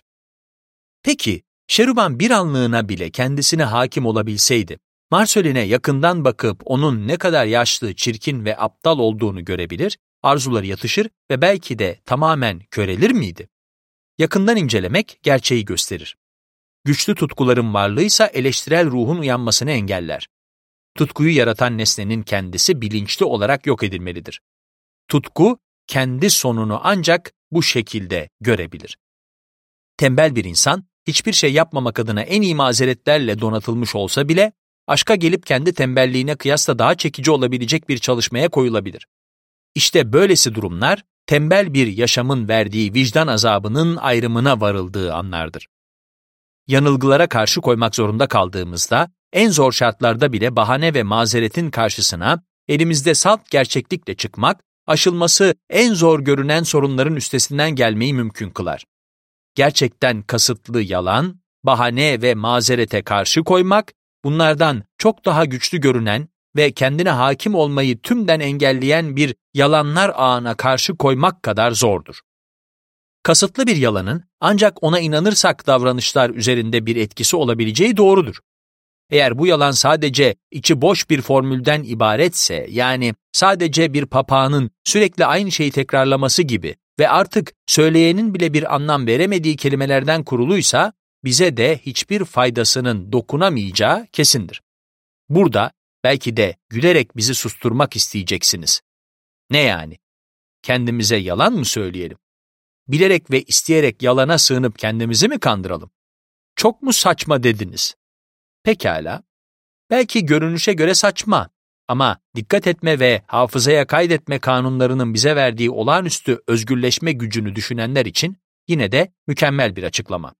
Peki, Şeruban bir anlığına bile kendisine hakim olabilseydi, Marcelin'e yakından bakıp onun ne kadar yaşlı, çirkin ve aptal olduğunu görebilir, arzuları yatışır ve belki de tamamen körelir miydi? Yakından incelemek gerçeği gösterir. Güçlü tutkuların varlığıysa eleştirel ruhun uyanmasını engeller. Tutkuyu yaratan nesnenin kendisi bilinçli olarak yok edilmelidir. Tutku, kendi sonunu ancak bu şekilde görebilir. Tembel bir insan, hiçbir şey yapmamak adına en iyi mazeretlerle donatılmış olsa bile, aşka gelip kendi tembelliğine kıyasla daha çekici olabilecek bir çalışmaya koyulabilir. İşte böylesi durumlar, tembel bir yaşamın verdiği vicdan azabının ayrımına varıldığı anlardır. Yanılgılara karşı koymak zorunda kaldığımızda, en zor şartlarda bile bahane ve mazeretin karşısına elimizde salt gerçeklikle çıkmak, aşılması en zor görünen sorunların üstesinden gelmeyi mümkün kılar. Gerçekten kasıtlı yalan, bahane ve mazerete karşı koymak, bunlardan çok daha güçlü görünen ve kendine hakim olmayı tümden engelleyen bir yalanlar ağına karşı koymak kadar zordur. Kasıtlı bir yalanın ancak ona inanırsak davranışlar üzerinde bir etkisi olabileceği doğrudur. Eğer bu yalan sadece içi boş bir formülden ibaretse, yani sadece bir papağanın sürekli aynı şeyi tekrarlaması gibi ve artık söyleyenin bile bir anlam veremediği kelimelerden kuruluysa, bize de hiçbir faydasının dokunamayacağı kesindir. Burada belki de gülerek bizi susturmak isteyeceksiniz. Ne yani? Kendimize yalan mı söyleyelim? Bilerek ve isteyerek yalana sığınıp kendimizi mi kandıralım? Çok mu saçma dediniz? Pekala. Belki görünüşe göre saçma ama dikkat etme ve hafızaya kaydetme kanunlarının bize verdiği olağanüstü özgürleşme gücünü düşünenler için yine de mükemmel bir açıklama.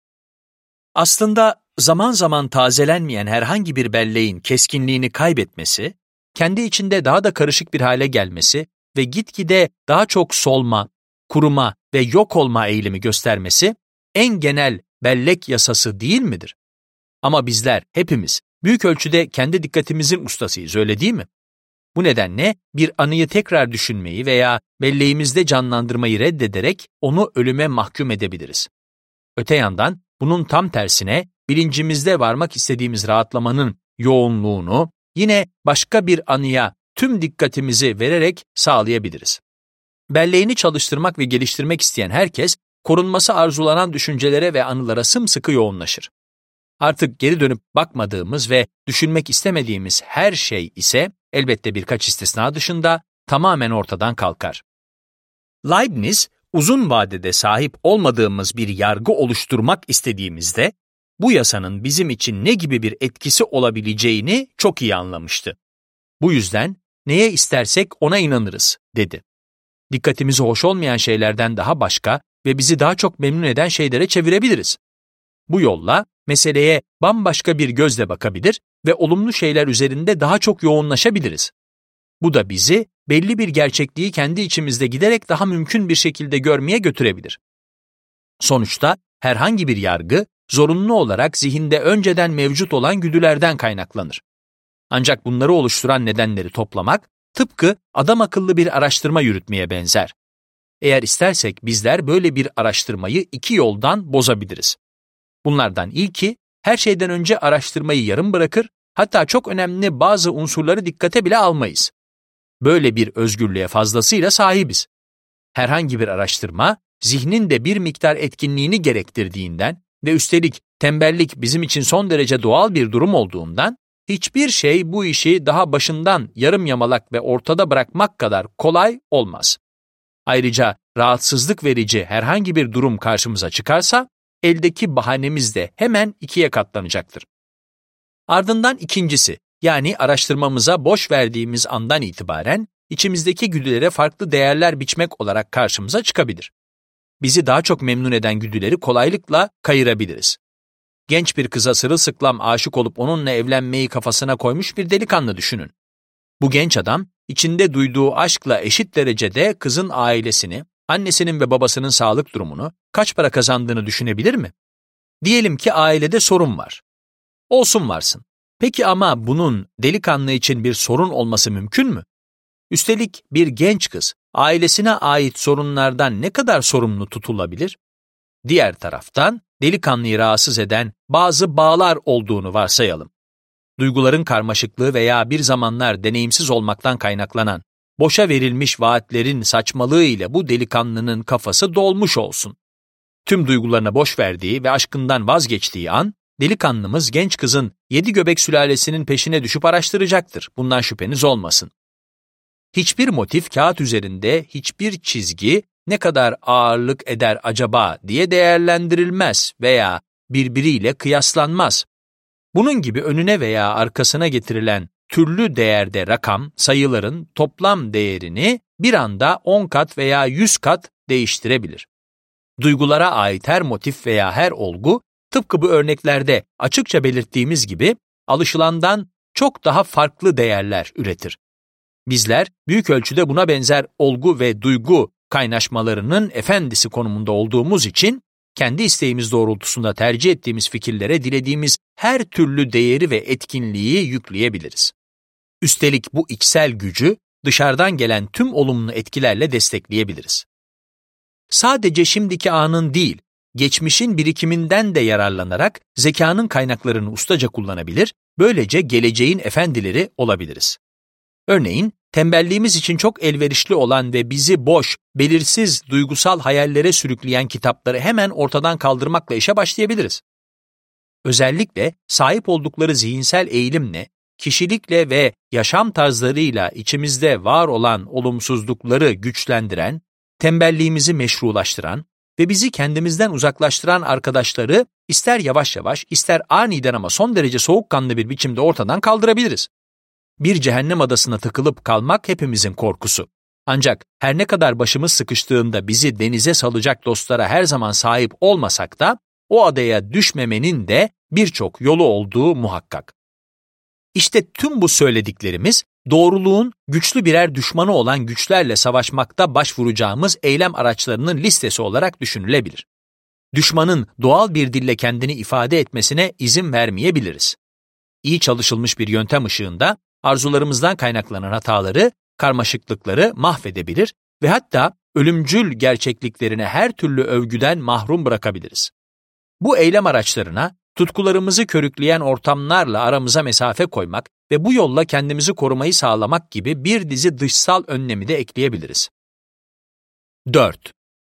Aslında zaman zaman tazelenmeyen herhangi bir belleğin keskinliğini kaybetmesi, kendi içinde daha da karışık bir hale gelmesi ve gitgide daha çok solma, kuruma ve yok olma eğilimi göstermesi en genel bellek yasası değil midir? Ama bizler hepimiz büyük ölçüde kendi dikkatimizin ustasıyız, öyle değil mi? Bu nedenle bir anıyı tekrar düşünmeyi veya belleğimizde canlandırmayı reddederek onu ölüme mahkum edebiliriz. Öte yandan bunun tam tersine bilincimizde varmak istediğimiz rahatlamanın yoğunluğunu yine başka bir anıya tüm dikkatimizi vererek sağlayabiliriz. Belleğini çalıştırmak ve geliştirmek isteyen herkes korunması arzulanan düşüncelere ve anılara sımsıkı yoğunlaşır. Artık geri dönüp bakmadığımız ve düşünmek istemediğimiz her şey ise elbette birkaç istisna dışında tamamen ortadan kalkar. Leibniz, uzun vadede sahip olmadığımız bir yargı oluşturmak istediğimizde bu yasanın bizim için ne gibi bir etkisi olabileceğini çok iyi anlamıştı. Bu yüzden neye istersek ona inanırız, dedi. Dikkatimizi hoş olmayan şeylerden daha başka ve bizi daha çok memnun eden şeylere çevirebiliriz. Bu yolla meseleye bambaşka bir gözle bakabilir ve olumlu şeyler üzerinde daha çok yoğunlaşabiliriz. Bu da bizi belli bir gerçekliği kendi içimizde giderek daha mümkün bir şekilde görmeye götürebilir. Sonuçta herhangi bir yargı zorunlu olarak zihinde önceden mevcut olan güdülerden kaynaklanır. Ancak bunları oluşturan nedenleri toplamak tıpkı adamakıllı bir araştırma yürütmeye benzer. Eğer istersek bizler böyle bir araştırmayı iki yoldan bozabiliriz. Bunlardan ilki, her şeyden önce araştırmayı yarım bırakır, hatta çok önemli bazı unsurları dikkate bile almayız. Böyle bir özgürlüğe fazlasıyla sahibiz. Herhangi bir araştırma, zihnin de bir miktar etkinliğini gerektirdiğinden ve üstelik tembellik bizim için son derece doğal bir durum olduğundan, hiçbir şey bu işi daha başından yarım yamalak ve ortada bırakmak kadar kolay olmaz. Ayrıca rahatsızlık verici herhangi bir durum karşımıza çıkarsa, eldeki bahanemiz de hemen ikiye katlanacaktır. Ardından ikincisi, yani araştırmamıza boş verdiğimiz andan itibaren içimizdeki güdülere farklı değerler biçmek olarak karşımıza çıkabilir. Bizi daha çok memnun eden güdüleri kolaylıkla kayırabiliriz. Genç bir kıza sırılsıklam aşık olup onunla evlenmeyi kafasına koymuş bir delikanlı düşünün. Bu genç adam, içinde duyduğu aşkla eşit derecede kızın ailesini, annesinin ve babasının sağlık durumunu, kaç para kazandığını düşünebilir mi? Diyelim ki ailede sorun var. Olsun varsın. Peki ama bunun delikanlı için bir sorun olması mümkün mü? Üstelik bir genç kız, ailesine ait sorunlardan ne kadar sorumlu tutulabilir? Diğer taraftan, delikanlıyı rahatsız eden bazı bağlar olduğunu varsayalım. Duyguların karmaşıklığı veya bir zamanlar deneyimsiz olmaktan kaynaklanan, boşa verilmiş vaatlerin saçmalığı ile bu delikanlının kafası dolmuş olsun. Tüm duygularına boş verdiği ve aşkından vazgeçtiği an, delikanlımız genç kızın 7 göbek sülalesinin peşine düşüp araştıracaktır. Bundan şüpheniz olmasın. Hiçbir motif kağıt üzerinde hiçbir çizgi ne kadar ağırlık eder acaba diye değerlendirilmez veya birbiriyle kıyaslanmaz. Bunun gibi önüne veya arkasına getirilen türlü değerde rakam, sayıların toplam değerini bir anda 10 kat veya 100 kat değiştirebilir. Duygulara ait her motif veya her olgu, tıpkı bu örneklerde açıkça belirttiğimiz gibi, alışılandan çok daha farklı değerler üretir. Bizler, büyük ölçüde buna benzer olgu ve duygu kaynaşmalarının efendisi konumunda olduğumuz için, kendi isteğimiz doğrultusunda tercih ettiğimiz fikirlere dilediğimiz her türlü değeri ve etkinliği yükleyebiliriz. Üstelik bu içsel gücü dışarıdan gelen tüm olumlu etkilerle destekleyebiliriz. Sadece şimdiki anın değil, geçmişin birikiminden de yararlanarak zekanın kaynaklarını ustaca kullanabilir, böylece geleceğin efendileri olabiliriz. Örneğin, tembelliğimiz için çok elverişli olan ve bizi boş, belirsiz duygusal hayallere sürükleyen kitapları hemen ortadan kaldırmakla işe başlayabiliriz. Özellikle sahip oldukları zihinsel eğilimle, kişilikle ve yaşam tarzlarıyla içimizde var olan olumsuzlukları güçlendiren, tembelliğimizi meşrulaştıran ve bizi kendimizden uzaklaştıran arkadaşları ister yavaş yavaş, ister aniden ama son derece soğukkanlı bir biçimde ortadan kaldırabiliriz. Bir cehennem adasına tıkılıp kalmak hepimizin korkusu. Ancak her ne kadar başımız sıkıştığında bizi denize salacak dostlara her zaman sahip olmasak da, o adaya düşmemenin de birçok yolu olduğu muhakkak. İşte tüm bu söylediklerimiz, doğruluğun güçlü birer düşmanı olan güçlerle savaşmakta başvuracağımız eylem araçlarının listesi olarak düşünülebilir. Düşmanın doğal bir dille kendini ifade etmesine izin vermeyebiliriz. İyi çalışılmış bir yöntem ışığında arzularımızdan kaynaklanan hataları, karmaşıklıkları mahvedebilir ve hatta ölümcül gerçekliklerine her türlü övgüden mahrum bırakabiliriz. Bu eylem araçlarına tutkularımızı körükleyen ortamlarla aramıza mesafe koymak ve bu yolla kendimizi korumayı sağlamak gibi bir dizi dışsal önlemi de ekleyebiliriz. 4.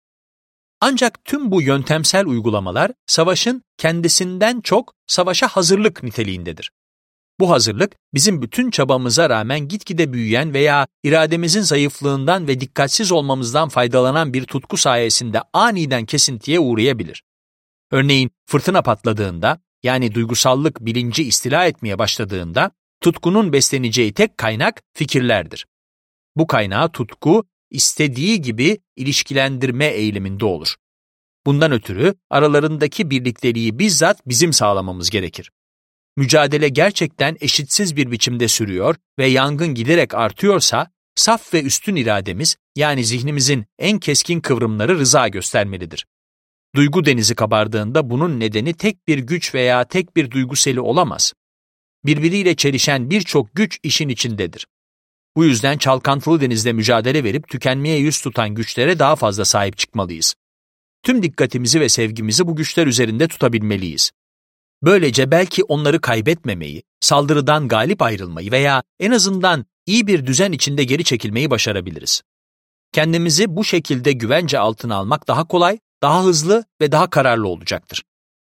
Ancak tüm bu yöntemsel uygulamalar savaşın kendisinden çok savaşa hazırlık niteliğindedir. Bu hazırlık bizim bütün çabamıza rağmen gitgide büyüyen veya irademizin zayıflığından ve dikkatsiz olmamızdan faydalanan bir tutku sayesinde aniden kesintiye uğrayabilir. Örneğin fırtına patladığında, yani duygusallık bilinci istila etmeye başladığında, tutkunun besleneceği tek kaynak fikirlerdir. Bu kaynağı tutku, istediği gibi ilişkilendirme eğiliminde olur. Bundan ötürü aralarındaki birlikteliği bizzat bizim sağlamamız gerekir. Mücadele gerçekten eşitsiz bir biçimde sürüyor ve yangın giderek artıyorsa, saf ve üstün irademiz, yani zihnimizin en keskin kıvrımları rıza göstermelidir. Duygu denizi kabardığında bunun nedeni tek bir güç veya tek bir duygu seli olamaz. Birbiriyle çelişen birçok güç işin içindedir. Bu yüzden çalkantılı denizde mücadele verip tükenmeye yüz tutan güçlere daha fazla sahip çıkmalıyız. Tüm dikkatimizi ve sevgimizi bu güçler üzerinde tutabilmeliyiz. Böylece belki onları kaybetmemeyi, saldırıdan galip ayrılmayı veya en azından iyi bir düzen içinde geri çekilmeyi başarabiliriz. Kendimizi bu şekilde güvence altına almak daha kolay, daha hızlı ve daha kararlı olacaktır.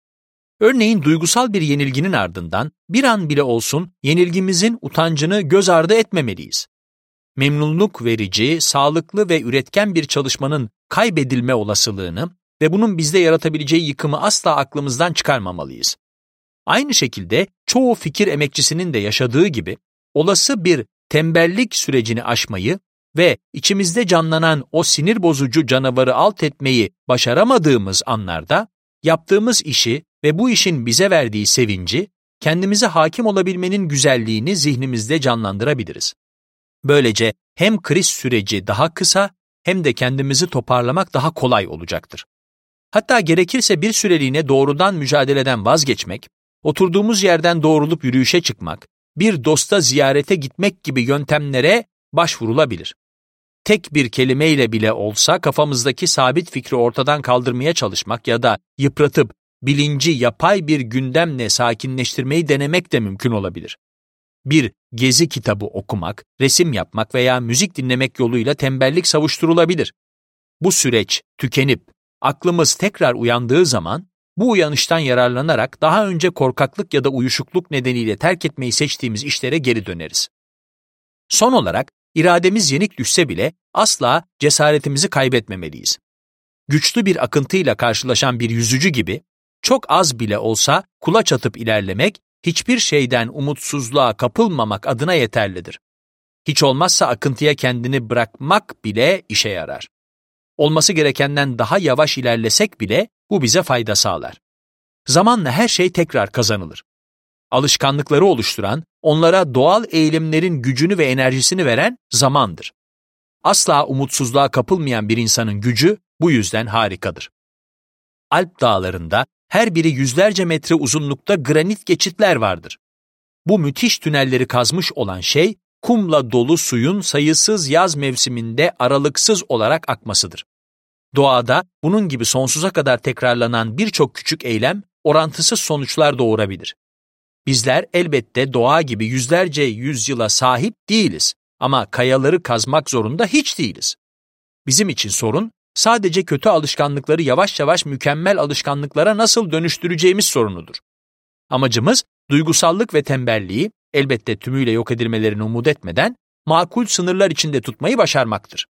Örneğin duygusal bir yenilginin ardından bir an bile olsun yenilgimizin utancını göz ardı etmemeliyiz. Memnunluk verici, sağlıklı ve üretken bir çalışmanın kaybedilme olasılığını ve bunun bizde yaratabileceği yıkımı asla aklımızdan çıkarmamalıyız. Aynı şekilde çoğu fikir emekçisinin de yaşadığı gibi olası bir tembellik sürecini aşmayı ve içimizde canlanan o sinir bozucu canavarı alt etmeyi başaramadığımız anlarda yaptığımız işi ve bu işin bize verdiği sevinci, kendimize hakim olabilmenin güzelliğini zihnimizde canlandırabiliriz. Böylece hem kriz süreci daha kısa hem de kendimizi toparlamak daha kolay olacaktır. Hatta gerekirse bir süreliğine doğrudan mücadeleden vazgeçmek, oturduğumuz yerden doğrulup yürüyüşe çıkmak, bir dosta ziyarete gitmek gibi yöntemlere başvurulabilir. Tek bir kelimeyle bile olsa kafamızdaki sabit fikri ortadan kaldırmaya çalışmak ya da yıpratıp bilinci yapay bir gündemle sakinleştirmeyi denemek de mümkün olabilir. Bir gezi kitabı okumak, resim yapmak veya müzik dinlemek yoluyla tembellik savuşturulabilir. Bu süreç tükenip aklımız tekrar uyandığı zaman bu uyanıştan yararlanarak daha önce korkaklık ya da uyuşukluk nedeniyle terk etmeyi seçtiğimiz işlere geri döneriz. Son olarak irademiz yenik düşse bile asla cesaretimizi kaybetmemeliyiz. Güçlü bir akıntıyla karşılaşan bir yüzücü gibi çok az bile olsa kulaç atıp ilerlemek, hiçbir şeyden umutsuzluğa kapılmamak adına yeterlidir. Hiç olmazsa akıntıya kendini bırakmak bile işe yarar. Olması gerekenden daha yavaş ilerlesek bile bu bize fayda sağlar. Zamanla her şey tekrar kazanılır. Alışkanlıkları oluşturan, onlara doğal eğilimlerin gücünü ve enerjisini veren zamandır. Asla umutsuzluğa kapılmayan bir insanın gücü bu yüzden harikadır. Alp dağlarında her biri yüzlerce metre uzunlukta granit geçitler vardır. Bu müthiş tünelleri kazmış olan şey, kumla dolu suyun sayısız yaz mevsiminde aralıksız olarak akmasıdır. Doğada bunun gibi sonsuza kadar tekrarlanan birçok küçük eylem orantısız sonuçlar doğurabilir. Bizler elbette doğa gibi yüzlerce yüzyıla sahip değiliz ama kayaları kazmak zorunda hiç değiliz. Bizim için sorun sadece kötü alışkanlıkları yavaş yavaş mükemmel alışkanlıklara nasıl dönüştüreceğimiz sorunudur. Amacımız duygusallık ve tembelliği elbette tümüyle yok edilmelerini umut etmeden makul sınırlar içinde tutmayı başarmaktır.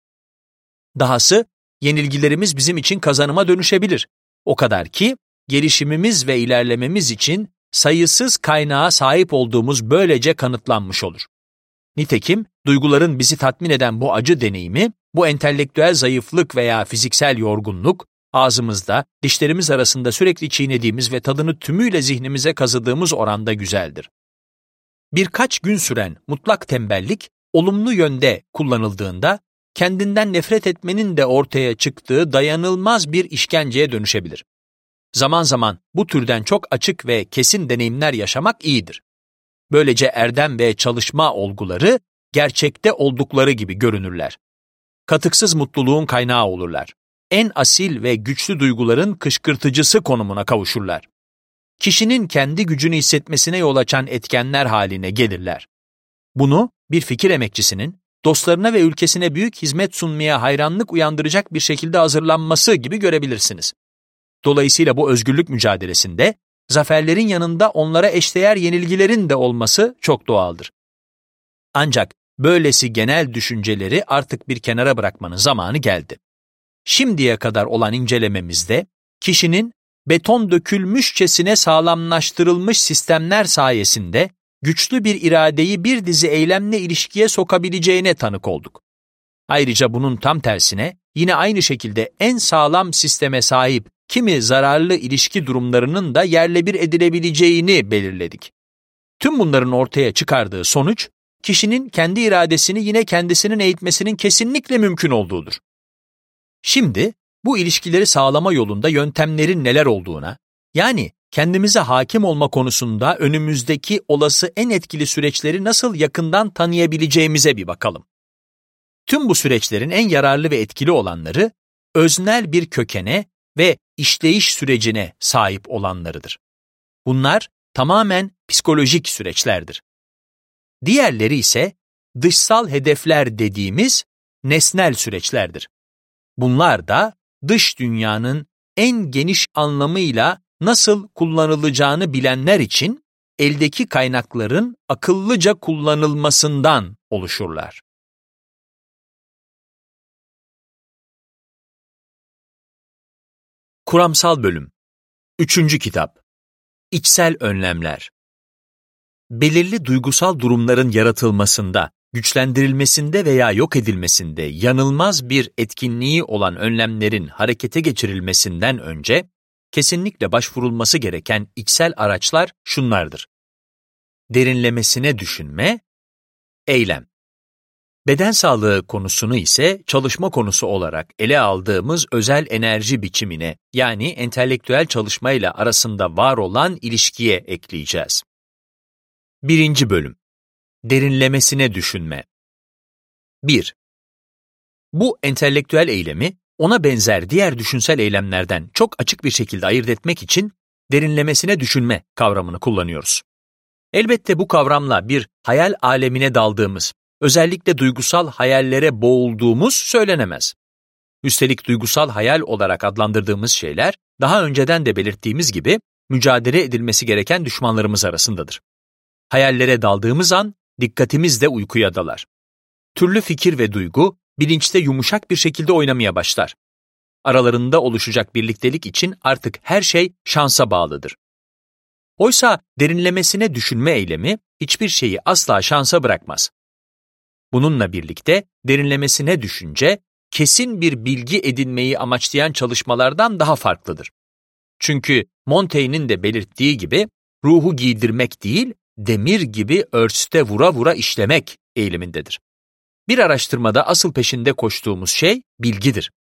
Dahası yenilgilerimiz bizim için kazanıma dönüşebilir. O kadar ki gelişimimiz ve ilerlememiz için sayısız kaynağa sahip olduğumuz böylece kanıtlanmış olur. Nitekim duyguların bizi tatmin eden bu acı deneyimi, bu entelektüel zayıflık veya fiziksel yorgunluk, ağzımızda, dişlerimiz arasında sürekli çiğnediğimiz ve tadını tümüyle zihnimize kazıdığımız oranda güzeldir. Birkaç gün süren mutlak tembellik, olumlu yönde kullanıldığında, kendinden nefret etmenin de ortaya çıktığı dayanılmaz bir işkenceye dönüşebilir. Zaman zaman bu türden çok açık ve kesin deneyimler yaşamak iyidir. Böylece erdem ve çalışma olguları gerçekte oldukları gibi görünürler. Katıksız mutluluğun kaynağı olurlar. En asil ve güçlü duyguların kışkırtıcısı konumuna kavuşurlar. Kişinin kendi gücünü hissetmesine yol açan etkenler haline gelirler. Bunu bir fikir emekçisinin dostlarına ve ülkesine büyük hizmet sunmaya hayranlık uyandıracak bir şekilde hazırlanması gibi görebilirsiniz. Dolayısıyla bu özgürlük mücadelesinde zaferlerin yanında onlara eşdeğer yenilgilerin de olması çok doğaldır. Ancak böylesi genel düşünceleri artık bir kenara bırakmanın zamanı geldi. Şimdiye kadar olan incelememizde kişinin beton dökülmüşçesine sağlamlaştırılmış sistemler sayesinde güçlü bir iradeyi bir dizi eylemle ilişkiye sokabileceğine tanık olduk. Ayrıca bunun tam tersine yine aynı şekilde en sağlam sisteme sahip kimi zararlı ilişki durumlarının da yerle bir edilebileceğini belirledik. Tüm bunların ortaya çıkardığı sonuç, kişinin kendi iradesini yine kendisinin eğitmesinin kesinlikle mümkün olduğudur. Şimdi bu ilişkileri sağlama yolunda yöntemlerin neler olduğuna, yani kendimize hakim olma konusunda önümüzdeki olası en etkili süreçleri nasıl yakından tanıyabileceğimize bir bakalım. Tüm bu süreçlerin en yararlı ve etkili olanları, öznel bir kökene ve işleyiş sürecine sahip olanlarıdır. Bunlar tamamen psikolojik süreçlerdir. Diğerleri ise dışsal hedefler dediğimiz nesnel süreçlerdir. Bunlar da dış dünyanın en geniş anlamıyla nasıl kullanılacağını bilenler için eldeki kaynakların akıllıca kullanılmasından oluşurlar. Kuramsal Bölüm 3. Kitap İçsel Önlemler. Belirli duygusal durumların yaratılmasında, güçlendirilmesinde veya yok edilmesinde yanılmaz bir etkinliği olan önlemlerin harekete geçirilmesinden önce, kesinlikle başvurulması gereken içsel araçlar şunlardır: derinlemesine düşünme, eylem. Beden sağlığı konusunu ise çalışma konusu olarak ele aldığımız özel enerji biçimine, yani entelektüel çalışmayla arasında var olan ilişkiye ekleyeceğiz. 1. Bölüm Derinlemesine düşünme. 1. Bu entelektüel eylemi, ona benzer diğer düşünsel eylemlerden çok açık bir şekilde ayırt etmek için derinlemesine düşünme kavramını kullanıyoruz. Elbette bu kavramla bir hayal alemine daldığımız, özellikle duygusal hayallere boğulduğumuz söylenemez. Üstelik duygusal hayal olarak adlandırdığımız şeyler, daha önceden de belirttiğimiz gibi, mücadele edilmesi gereken düşmanlarımız arasındadır. Hayallere daldığımız an, dikkatimiz de uykuya dalar. Türlü fikir ve duygu, bilinçte yumuşak bir şekilde oynamaya başlar. Aralarında oluşacak birliktelik için artık her şey şansa bağlıdır. Oysa derinlemesine düşünme eylemi, hiçbir şeyi asla şansa bırakmaz. Bununla birlikte derinlemesine düşünce, kesin bir bilgi edinmeyi amaçlayan çalışmalardan daha farklıdır. Çünkü Montaigne'in de belirttiği gibi, ruhu giydirmek değil, demir gibi örste vura vura işlemek eğilimindedir. Bir araştırmada asıl peşinde koştuğumuz şey bilgidir.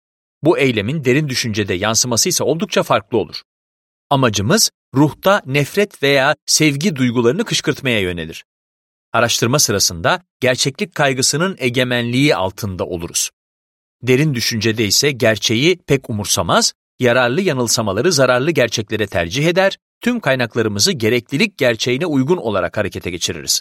Bu eylemin derin düşüncede yansıması ise oldukça farklı olur. Amacımız ruhta nefret veya sevgi duygularını kışkırtmaya yönelir. Araştırma sırasında gerçeklik kaygısının egemenliği altında oluruz. Derin düşüncede ise gerçeği pek umursamaz, yararlı yanılsamaları zararlı gerçeklere tercih eder, tüm kaynaklarımızı gereklilik gerçeğine uygun olarak harekete geçiririz.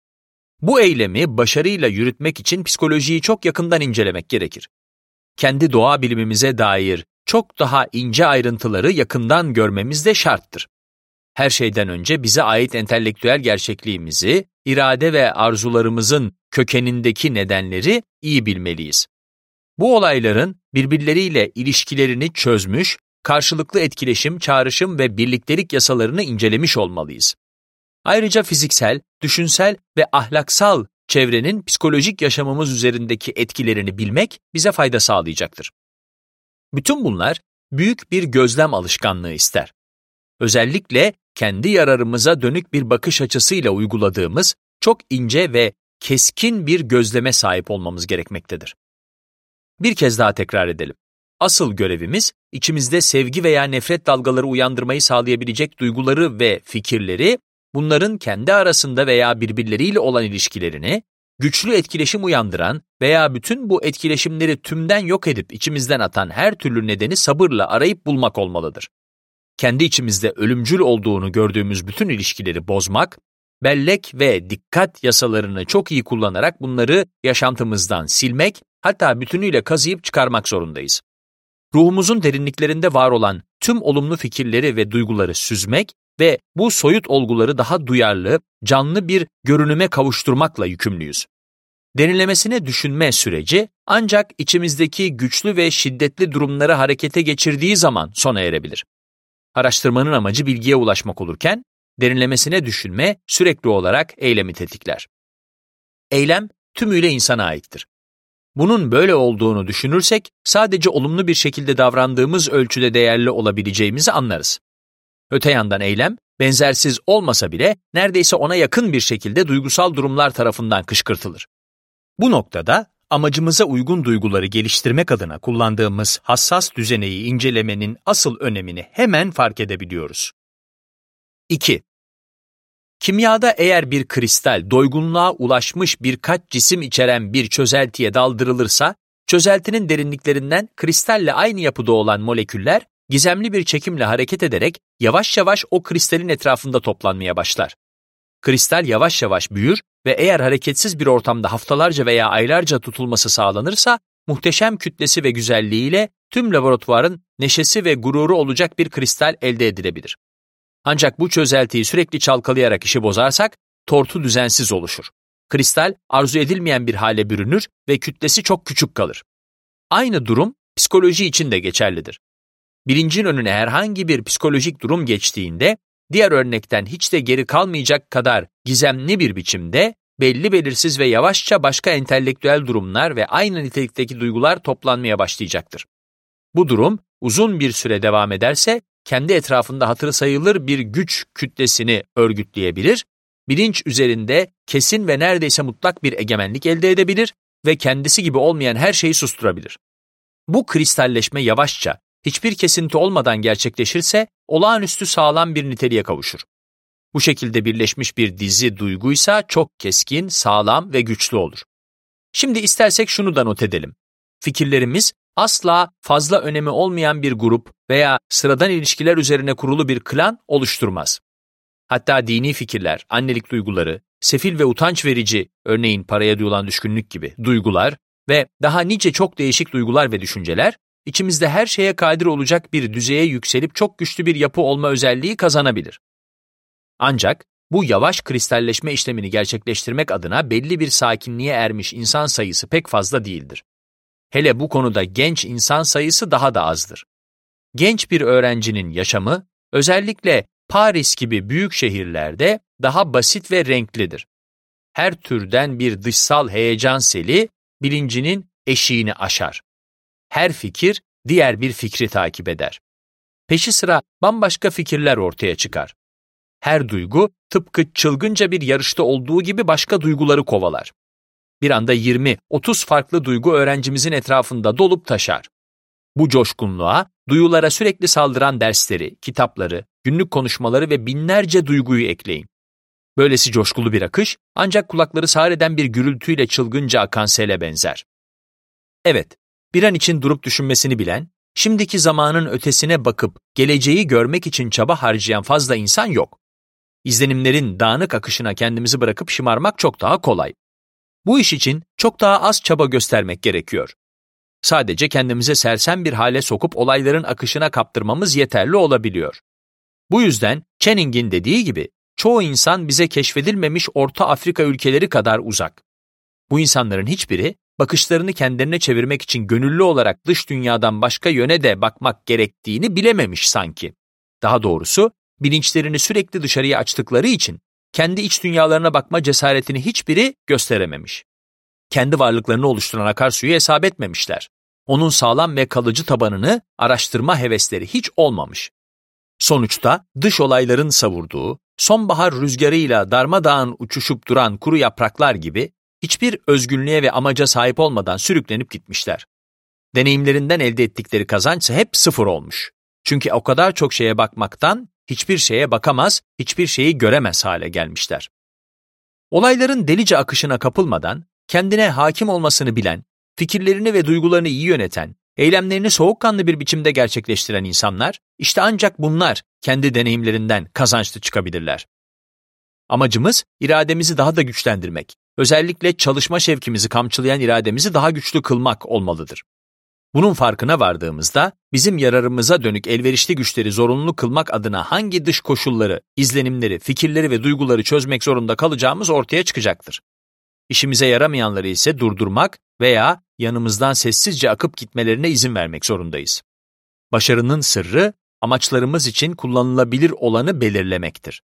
Bu eylemi başarıyla yürütmek için psikolojiyi çok yakından incelemek gerekir. Kendi doğa bilimimize dair çok daha ince ayrıntıları yakından görmemiz de şarttır. Her şeyden önce bize ait entelektüel gerçekliğimizi, irade ve arzularımızın kökenindeki nedenleri iyi bilmeliyiz. Bu olayların birbirleriyle ilişkilerini çözmüş, karşılıklı etkileşim, çağrışım ve birliktelik yasalarını incelemiş olmalıyız. Ayrıca fiziksel, düşünsel ve ahlaksal çevrenin psikolojik yaşamımız üzerindeki etkilerini bilmek bize fayda sağlayacaktır. Bütün bunlar büyük bir gözlem alışkanlığı ister. Özellikle kendi yararımıza dönük bir bakış açısıyla uyguladığımız çok ince ve keskin bir gözleme sahip olmamız gerekmektedir. Bir kez daha tekrar edelim. Asıl görevimiz, içimizde sevgi veya nefret dalgaları uyandırmayı sağlayabilecek duyguları ve fikirleri, bunların kendi arasında veya birbirleriyle olan ilişkilerini, güçlü etkileşim uyandıran veya bütün bu etkileşimleri tümden yok edip içimizden atan her türlü nedeni sabırla arayıp bulmak olmalıdır. Kendi içimizde ölümcül olduğunu gördüğümüz bütün ilişkileri bozmak, bellek ve dikkat yasalarını çok iyi kullanarak bunları yaşantımızdan silmek, hatta bütünüyle kazıyıp çıkarmak zorundayız. Ruhumuzun derinliklerinde var olan tüm olumlu fikirleri ve duyguları süzmek ve bu soyut olguları daha duyarlı, canlı bir görünüme kavuşturmakla yükümlüyüz. Derinlemesine düşünme süreci ancak içimizdeki güçlü ve şiddetli durumları harekete geçirdiği zaman sona erebilir. Araştırmanın amacı bilgiye ulaşmak olurken, derinlemesine düşünme sürekli olarak eylemi tetikler. Eylem tümüyle insana aittir. Bunun böyle olduğunu düşünürsek, sadece olumlu bir şekilde davrandığımız ölçüde değerli olabileceğimizi anlarız. Öte yandan eylem, benzersiz olmasa bile neredeyse ona yakın bir şekilde duygusal durumlar tarafından kışkırtılır. Bu noktada, amacımıza uygun duyguları geliştirmek adına kullandığımız hassas düzeneyi incelemenin asıl önemini hemen fark edebiliyoruz. 2. Kimyada eğer bir kristal doygunluğa ulaşmış birkaç cisim içeren bir çözeltiye daldırılırsa, çözeltinin derinliklerinden kristalle aynı yapıda olan moleküller gizemli bir çekimle hareket ederek yavaş yavaş o kristalin etrafında toplanmaya başlar. Kristal yavaş yavaş büyür ve eğer hareketsiz bir ortamda haftalarca veya aylarca tutulması sağlanırsa, muhteşem kütlesi ve güzelliğiyle tüm laboratuvarın neşesi ve gururu olacak bir kristal elde edilebilir. Ancak bu çözeltiyi sürekli çalkalayarak işi bozarsak, tortu düzensiz oluşur. Kristal arzu edilmeyen bir hale bürünür ve kütlesi çok küçük kalır. Aynı durum psikoloji için de geçerlidir. Bilincin önüne herhangi bir psikolojik durum geçtiğinde, diğer örnekten hiç de geri kalmayacak kadar gizemli bir biçimde, belli belirsiz ve yavaşça başka entelektüel durumlar ve aynı nitelikteki duygular toplanmaya başlayacaktır. Bu durum uzun bir süre devam ederse, kendi etrafında hatırı sayılır bir güç kütlesini örgütleyebilir, bilinç üzerinde kesin ve neredeyse mutlak bir egemenlik elde edebilir ve kendisi gibi olmayan her şeyi susturabilir. Bu kristalleşme yavaşça, hiçbir kesinti olmadan gerçekleşirse, olağanüstü sağlam bir niteliğe kavuşur. Bu şekilde birleşmiş bir dizi duyguysa çok keskin, sağlam ve güçlü olur. Şimdi istersek şunu da not edelim. Fikirlerimiz asla fazla önemi olmayan bir grup veya sıradan ilişkiler üzerine kurulu bir klan oluşturmaz. Hatta dini fikirler, annelik duyguları, sefil ve utanç verici, örneğin paraya duyulan düşkünlük gibi duygular ve daha nice çok değişik duygular ve düşünceler, içimizde her şeye kadir olacak bir düzeye yükselip çok güçlü bir yapı olma özelliği kazanabilir. Ancak bu yavaş kristalleşme işlemini gerçekleştirmek adına belli bir sakinliğe ermiş insan sayısı pek fazla değildir. Hele bu konuda genç insan sayısı daha da azdır. Genç bir öğrencinin yaşamı, özellikle Paris gibi büyük şehirlerde daha basit ve renklidir. Her türden bir dışsal heyecan seli, bilincinin eşiğini aşar. Her fikir, diğer bir fikri takip eder. Peşi sıra bambaşka fikirler ortaya çıkar. Her duygu, tıpkı çılgınca bir yarışta olduğu gibi başka duyguları kovalar. Bir anda 20-30 farklı duygu öğrencimizin etrafında dolup taşar. Bu coşkunluğa, duyulara sürekli saldıran dersleri, kitapları, günlük konuşmaları ve binlerce duyguyu ekleyin. Böylesi coşkulu bir akış, ancak kulakları sağır eden bir gürültüyle çılgınca akan sele benzer. Evet, bir an için durup düşünmesini bilen, şimdiki zamanın ötesine bakıp geleceği görmek için çaba harcayan fazla insan yok. İzlenimlerin dağınık akışına kendimizi bırakıp şımarmak çok daha kolay. Bu iş için çok daha az çaba göstermek gerekiyor. Sadece kendimize sersem bir hale sokup olayların akışına kaptırmamız yeterli olabiliyor. Bu yüzden Channing'in dediği gibi, çoğu insan bize keşfedilmemiş Orta Afrika ülkeleri kadar uzak. Bu insanların hiçbiri, bakışlarını kendilerine çevirmek için gönüllü olarak dış dünyadan başka yöne de bakmak gerektiğini bilememiş sanki. Daha doğrusu, bilinçlerini sürekli dışarıya açtıkları için, kendi iç dünyalarına bakma cesaretini hiçbiri gösterememiş. Kendi varlıklarını oluşturan akarsuyu hesap etmemişler. Onun sağlam ve kalıcı tabanını araştırma hevesleri hiç olmamış. Sonuçta dış olayların savurduğu, sonbahar rüzgarıyla darmadağın uçuşup duran kuru yapraklar gibi hiçbir özgünlüğe ve amaca sahip olmadan sürüklenip gitmişler. Deneyimlerinden elde ettikleri kazanç hep sıfır olmuş. Çünkü o kadar çok şeye bakmaktan hiçbir şeye bakamaz, hiçbir şeyi göremez hale gelmişler. Olayların delice akışına kapılmadan, kendine hakim olmasını bilen, fikirlerini ve duygularını iyi yöneten, eylemlerini soğukkanlı bir biçimde gerçekleştiren insanlar, işte ancak bunlar kendi deneyimlerinden kazançlı çıkabilirler. Amacımız, irademizi daha da güçlendirmek, özellikle çalışma şevkimizi kamçılayan irademizi daha güçlü kılmak olmalıdır. Bunun farkına vardığımızda, bizim yararımıza dönük elverişli güçleri zorunlu kılmak adına hangi dış koşulları, izlenimleri, fikirleri ve duyguları çözmek zorunda kalacağımız ortaya çıkacaktır. İşimize yaramayanları ise durdurmak veya yanımızdan sessizce akıp gitmelerine izin vermek zorundayız. Başarının sırrı, amaçlarımız için kullanılabilir olanı belirlemektir.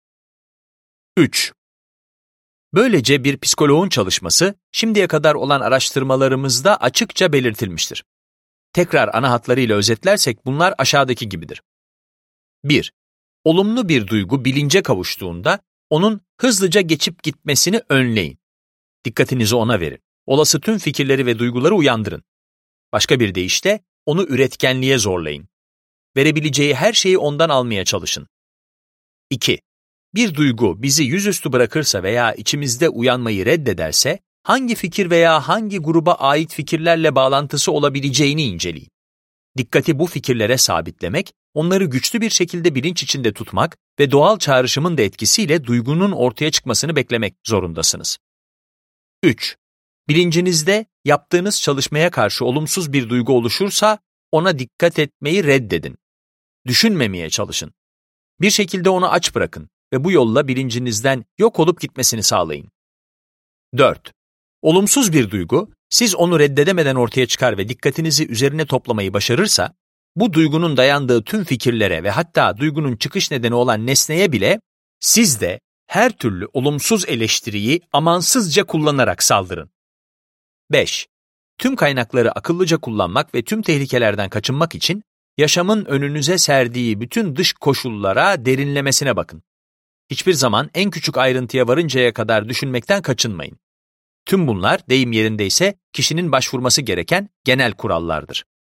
3. Böylece bir psikoloğun çalışması, şimdiye kadar olan araştırmalarımızda açıkça belirtilmiştir. Tekrar ana hatlarıyla özetlersek bunlar aşağıdaki gibidir. 1. Olumlu bir duygu bilince kavuştuğunda, onun hızlıca geçip gitmesini önleyin. Dikkatinizi ona verin. Olası tüm fikirleri ve duyguları uyandırın. Başka bir deyişle, onu üretkenliğe zorlayın. Verebileceği her şeyi ondan almaya çalışın. 2. Bir duygu bizi yüzüstü bırakırsa veya içimizde uyanmayı reddederse, hangi fikir veya hangi gruba ait fikirlerle bağlantısı olabileceğini inceleyin. Dikkati bu fikirlere sabitlemek, onları güçlü bir şekilde bilinç içinde tutmak ve doğal çağrışımın da etkisiyle duygunun ortaya çıkmasını beklemek zorundasınız. 3. Bilincinizde yaptığınız çalışmaya karşı olumsuz bir duygu oluşursa, ona dikkat etmeyi reddedin. Düşünmemeye çalışın. Bir şekilde onu aç bırakın ve bu yolla bilincinizden yok olup gitmesini sağlayın. 4. Olumsuz bir duygu, siz onu reddedemeden ortaya çıkar ve dikkatinizi üzerine toplamayı başarırsa, bu duygunun dayandığı tüm fikirlere ve hatta duygunun çıkış nedeni olan nesneye bile, siz de her türlü olumsuz eleştiriyi amansızca kullanarak saldırın. 5. Tüm kaynakları akıllıca kullanmak ve tüm tehlikelerden kaçınmak için, yaşamın önünüze serdiği bütün dış koşullara derinlemesine bakın. Hiçbir zaman en küçük ayrıntıya varıncaya kadar düşünmekten kaçınmayın. Tüm bunlar, deyim yerindeyse, kişinin başvurması gereken genel kurallardır.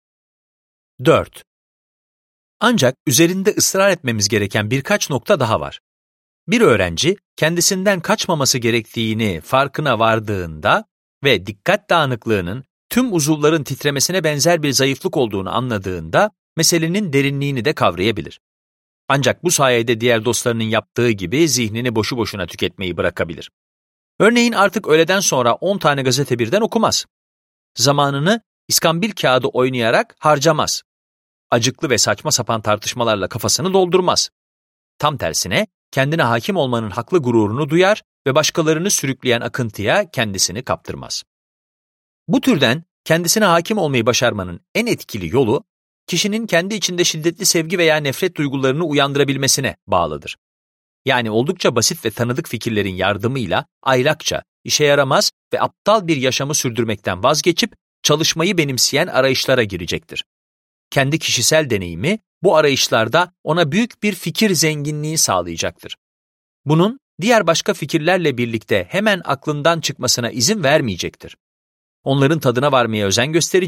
4. Ancak üzerinde ısrar etmemiz gereken birkaç nokta daha var. Bir öğrenci, kendisinden kaçmaması gerektiğini farkına vardığında ve dikkat dağınıklığının tüm uzuvların titremesine benzer bir zayıflık olduğunu anladığında, meselenin derinliğini de kavrayabilir. Ancak bu sayede diğer dostlarının yaptığı gibi zihnini boşu boşuna tüketmeyi bırakabilir. Örneğin artık öğleden sonra 10 tane gazete birden okumaz. Zamanını iskambil kağıdı oynayarak harcamaz. Acıklı ve saçma sapan tartışmalarla kafasını doldurmaz. Tam tersine kendine hakim olmanın haklı gururunu duyar ve başkalarını sürükleyen akıntıya kendisini kaptırmaz. Bu türden kendisine hakim olmayı başarmanın en etkili yolu, kişinin kendi içinde şiddetli sevgi veya nefret duygularını uyandırabilmesine bağlıdır. Yani oldukça basit ve tanıdık fikirlerin yardımıyla aylakça, işe yaramaz ve aptal bir yaşamı sürdürmekten vazgeçip çalışmayı benimseyen arayışlara girecektir. Kendi kişisel deneyimi bu arayışlarda ona büyük bir fikir zenginliği sağlayacaktır. Bunun diğer başka fikirlerle birlikte hemen aklından çıkmasına izin vermeyecektir. Onların tadına varmaya özen gösterecek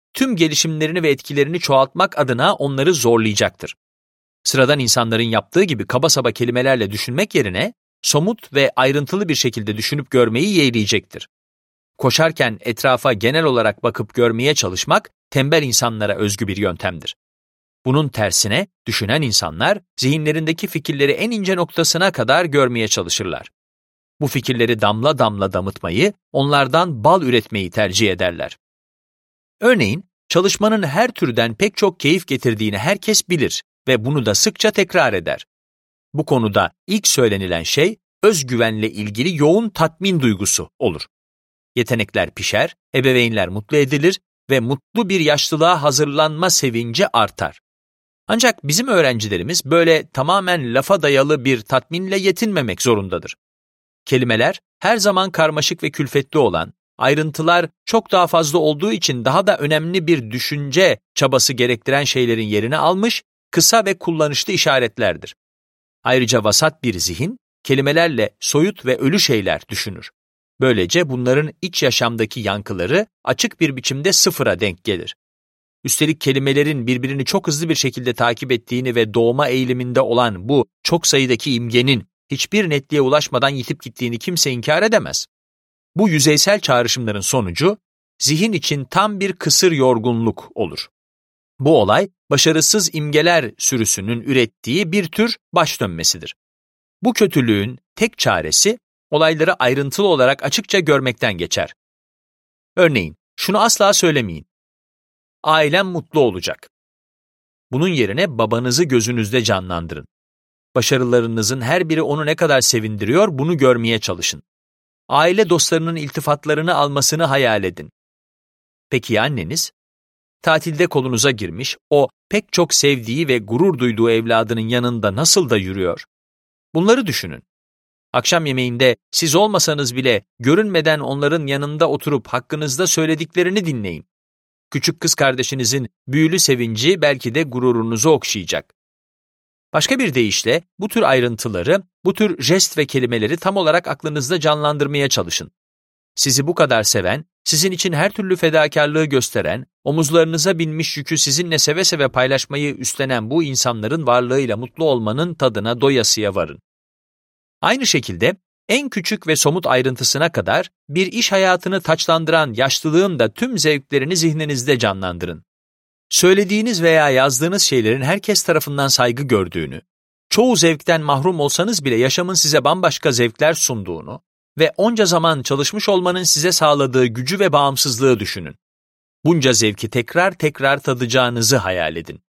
tüm gelişimlerini ve etkilerini çoğaltmak adına onları zorlayacaktır. Sıradan insanların yaptığı gibi kaba saba kelimelerle düşünmek yerine somut ve ayrıntılı bir şekilde düşünüp görmeyi yeğleyecektir. Koşarken etrafa genel olarak bakıp görmeye çalışmak tembel insanlara özgü bir yöntemdir. Bunun tersine düşünen insanlar zihinlerindeki fikirleri en ince noktasına kadar görmeye çalışırlar. Bu fikirleri damla damla damıtmayı, onlardan bal üretmeyi tercih ederler. Örneğin, çalışmanın her türden pek çok keyif getirdiğini herkes bilir ve bunu da sıkça tekrar eder. Bu konuda ilk söylenilen şey, özgüvenle ilgili yoğun tatmin duygusu olur. Yetenekler pişer, ebeveynler mutlu edilir ve mutlu bir yaşlılığa hazırlanma sevinci artar. Ancak bizim öğrencilerimiz böyle tamamen lafa dayalı bir tatminle yetinmemek zorundadır. Kelimeler her zaman karmaşık ve külfetli olan, ayrıntılar çok daha fazla olduğu için daha da önemli bir düşünce çabası gerektiren şeylerin yerini almış, kısa ve kullanışlı işaretlerdir. Ayrıca vasat bir zihin, kelimelerle soyut ve ölü şeyler düşünür. Böylece bunların iç yaşamdaki yankıları açık bir biçimde sıfıra denk gelir. Üstelik kelimelerin birbirini çok hızlı bir şekilde takip ettiğini ve doğma eğiliminde olan bu çok sayıdaki imgenin hiçbir netliğe ulaşmadan yitip gittiğini kimse inkar edemez. Bu yüzeysel çağrışımların sonucu, zihin için tam bir kısır yorgunluk olur. Bu olay, başarısız imgeler sürüsünün ürettiği bir tür baş dönmesidir. Bu kötülüğün tek çaresi, olayları ayrıntılı olarak açıkça görmekten geçer. Örneğin, şunu asla söylemeyin. Ailem mutlu olacak. Bunun yerine babanızı gözünüzde canlandırın. Başarılarınızın her biri onu ne kadar sevindiriyor, bunu görmeye çalışın. Aile dostlarının iltifatlarını almasını hayal edin. Peki ya anneniz? Tatilde kolunuza girmiş, o pek çok sevdiği ve gurur duyduğu evladının yanında nasıl da yürüyor? Bunları düşünün. Akşam yemeğinde siz olmasanız bile görünmeden onların yanında oturup hakkınızda söylediklerini dinleyin. Küçük kız kardeşinizin büyülü sevinci belki de gururunuzu okşayacak. Başka bir deyişle bu tür ayrıntıları, bu tür jest ve kelimeleri tam olarak aklınızda canlandırmaya çalışın. Sizi bu kadar seven, sizin için her türlü fedakarlığı gösteren, omuzlarınıza binmiş yükü sizinle seve seve paylaşmayı üstlenen bu insanların varlığıyla mutlu olmanın tadına doyasıya varın. Aynı şekilde en küçük ve somut ayrıntısına kadar bir iş hayatını taçlandıran yaşlılığın da tüm zevklerini zihninizde canlandırın. Söylediğiniz veya yazdığınız şeylerin herkes tarafından saygı gördüğünü, çoğu zevkten mahrum olsanız bile yaşamın size bambaşka zevkler sunduğunu ve onca zaman çalışmış olmanın size sağladığı gücü ve bağımsızlığı düşünün. Bunca zevki tekrar tekrar tadacağınızı hayal edin.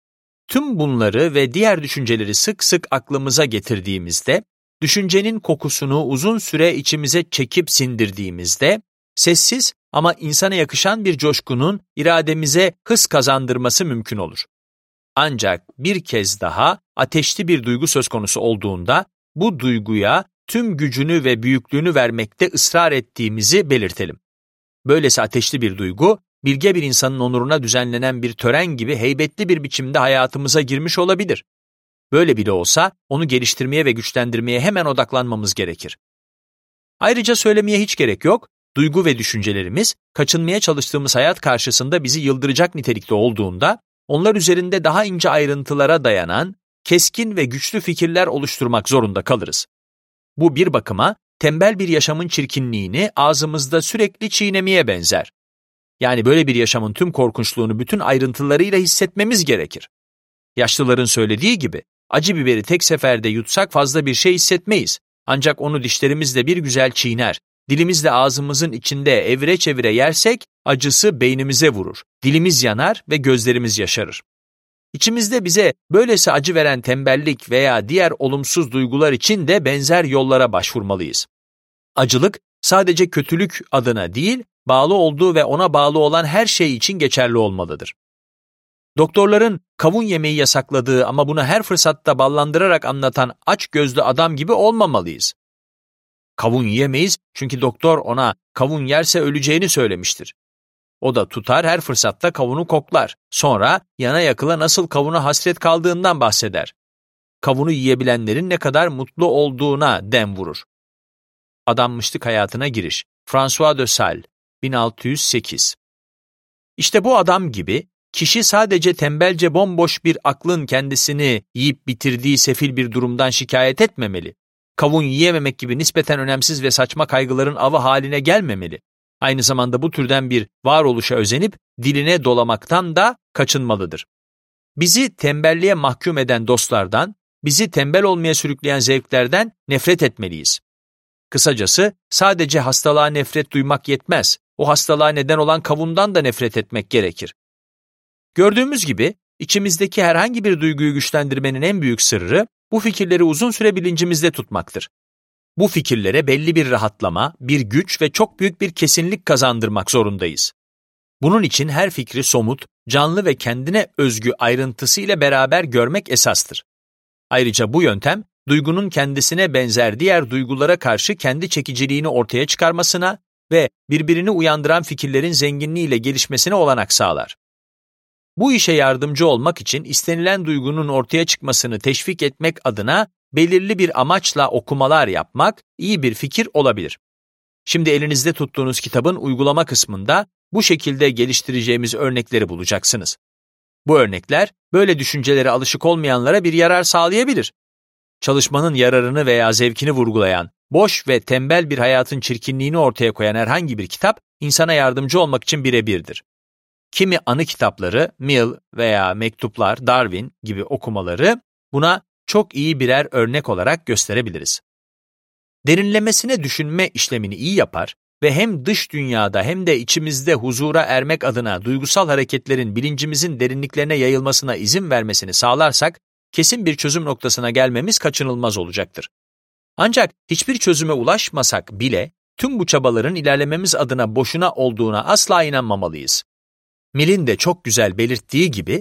Tüm bunları ve diğer düşünceleri sık sık aklımıza getirdiğimizde, düşüncenin kokusunu uzun süre içimize çekip sindirdiğimizde, sessiz ama insana yakışan bir coşkunun irademize hız kazandırması mümkün olur. Ancak bir kez daha ateşli bir duygu söz konusu olduğunda, bu duyguya tüm gücünü ve büyüklüğünü vermekte ısrar ettiğimizi belirtelim. Böylesi ateşli bir duygu, bilge bir insanın onuruna düzenlenen bir tören gibi heybetli bir biçimde hayatımıza girmiş olabilir. Böyle bile olsa onu geliştirmeye ve güçlendirmeye hemen odaklanmamız gerekir. Ayrıca söylemeye hiç gerek yok, duygu ve düşüncelerimiz kaçınmaya çalıştığımız hayat karşısında bizi yıldıracak nitelikte olduğunda, onlar üzerinde daha ince ayrıntılara dayanan, keskin ve güçlü fikirler oluşturmak zorunda kalırız. Bu bir bakıma tembel bir yaşamın çirkinliğini ağzımızda sürekli çiğnemeye benzer. Yani böyle bir yaşamın tüm korkunçluğunu bütün ayrıntılarıyla hissetmemiz gerekir. Yaşlıların söylediği gibi, acı biberi tek seferde yutsak fazla bir şey hissetmeyiz. Ancak onu dişlerimizle bir güzel çiğner, dilimizle ağzımızın içinde evire çevire yersek, acısı beynimize vurur, dilimiz yanar ve gözlerimiz yaşarır. İçimizde bize böylesi acı veren tembellik veya diğer olumsuz duygular için de benzer yollara başvurmalıyız. Acılık sadece kötülük adına değil, bağlı olduğu ve ona bağlı olan her şey için geçerli olmalıdır. Doktorların kavun yemeyi yasakladığı ama bunu her fırsatta ballandırarak anlatan açgözlü adam gibi olmamalıyız. Kavun yemeyiz çünkü doktor ona kavun yerse öleceğini söylemiştir. O da tutar her fırsatta kavunu koklar. Sonra yana yakıla nasıl kavuna hasret kaldığından bahseder. Kavunu yiyebilenlerin ne kadar mutlu olduğuna dem vurur. Adanmışlık hayatına giriş. François de Sales, 1608 İşte bu adam gibi, kişi sadece tembelce bomboş bir aklın kendisini yiyip bitirdiği sefil bir durumdan şikayet etmemeli. Kavun yiyememek gibi nispeten önemsiz ve saçma kaygıların avı haline gelmemeli. Aynı zamanda bu türden bir varoluşa özenip diline dolamaktan da kaçınmalıdır. Bizi tembelliğe mahkum eden dostlardan, bizi tembel olmaya sürükleyen zevklerden nefret etmeliyiz. Kısacası sadece hastalığa nefret duymak yetmez, o hastalığa neden olan kavundan da nefret etmek gerekir. Gördüğümüz gibi, içimizdeki herhangi bir duyguyu güçlendirmenin en büyük sırrı, bu fikirleri uzun süre bilincimizde tutmaktır. Bu fikirlere belli bir rahatlama, bir güç ve çok büyük bir kesinlik kazandırmak zorundayız. Bunun için her fikri somut, canlı ve kendine özgü ayrıntısıyla beraber görmek esastır. Ayrıca bu yöntem, duygunun kendisine benzer diğer duygulara karşı kendi çekiciliğini ortaya çıkarmasına ve birbirini uyandıran fikirlerin zenginliğiyle gelişmesine olanak sağlar. Bu işe yardımcı olmak için istenilen duygunun ortaya çıkmasını teşvik etmek adına belirli bir amaçla okumalar yapmak iyi bir fikir olabilir. Şimdi elinizde tuttuğunuz kitabın uygulama kısmında bu şekilde geliştireceğimiz örnekleri bulacaksınız. Bu örnekler böyle düşüncelere alışık olmayanlara bir yarar sağlayabilir. Çalışmanın yararını veya zevkini vurgulayan, boş ve tembel bir hayatın çirkinliğini ortaya koyan herhangi bir kitap insana yardımcı olmak için birebirdir. Kimi anı kitapları, Mill veya Mektuplar, Darwin gibi okumaları buna çok iyi birer örnek olarak gösterebiliriz. Derinlemesine düşünme işlemini iyi yapar ve hem dış dünyada hem de içimizde huzura ermek adına duygusal hareketlerin bilincimizin derinliklerine yayılmasına izin vermesini sağlarsak, kesin bir çözüm noktasına gelmemiz kaçınılmaz olacaktır. Ancak hiçbir çözüme ulaşmasak bile, tüm bu çabaların ilerlememiz adına boşuna olduğuna asla inanmamalıyız. Mill'in de çok güzel belirttiği gibi,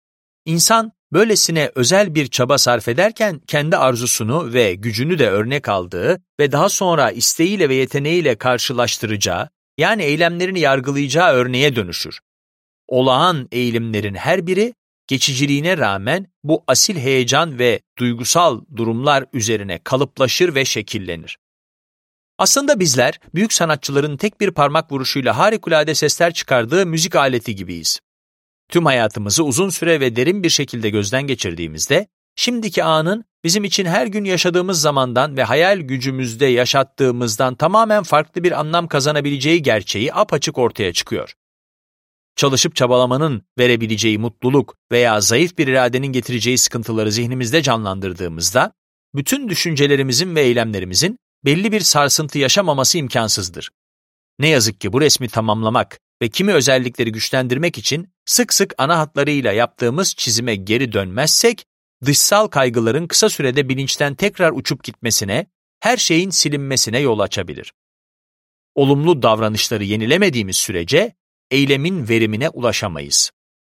insan böylesine özel bir çaba sarf ederken kendi arzusunu ve gücünü de örnek aldığı ve daha sonra isteğiyle ve yeteneğiyle karşılaştıracağı, yani eylemlerini yargılayacağı örneğe dönüşür. Olağan eğilimlerin her biri, geçiciliğine rağmen bu asil heyecan ve duygusal durumlar üzerine kalıplaşır ve şekillenir. Aslında bizler, büyük sanatçıların tek bir parmak vuruşuyla harikulade sesler çıkardığı müzik aleti gibiyiz. Tüm hayatımızı uzun süre ve derin bir şekilde gözden geçirdiğimizde, şimdiki anın bizim için her gün yaşadığımız zamandan ve hayal gücümüzde yaşattığımızdan tamamen farklı bir anlam kazanabileceği gerçeği apaçık ortaya çıkıyor. Çalışıp çabalamanın verebileceği mutluluk veya zayıf bir iradenin getireceği sıkıntıları zihnimizde canlandırdığımızda, bütün düşüncelerimizin ve eylemlerimizin belli bir sarsıntı yaşamaması imkansızdır. Ne yazık ki bu resmi tamamlamak ve kimi özellikleri güçlendirmek için sık sık ana hatlarıyla yaptığımız çizime geri dönmezsek, dışsal kaygıların kısa sürede bilinçten tekrar uçup gitmesine, her şeyin silinmesine yol açabilir. Olumlu davranışları yenilemediğimiz sürece, eylemin verimine ulaşamayız.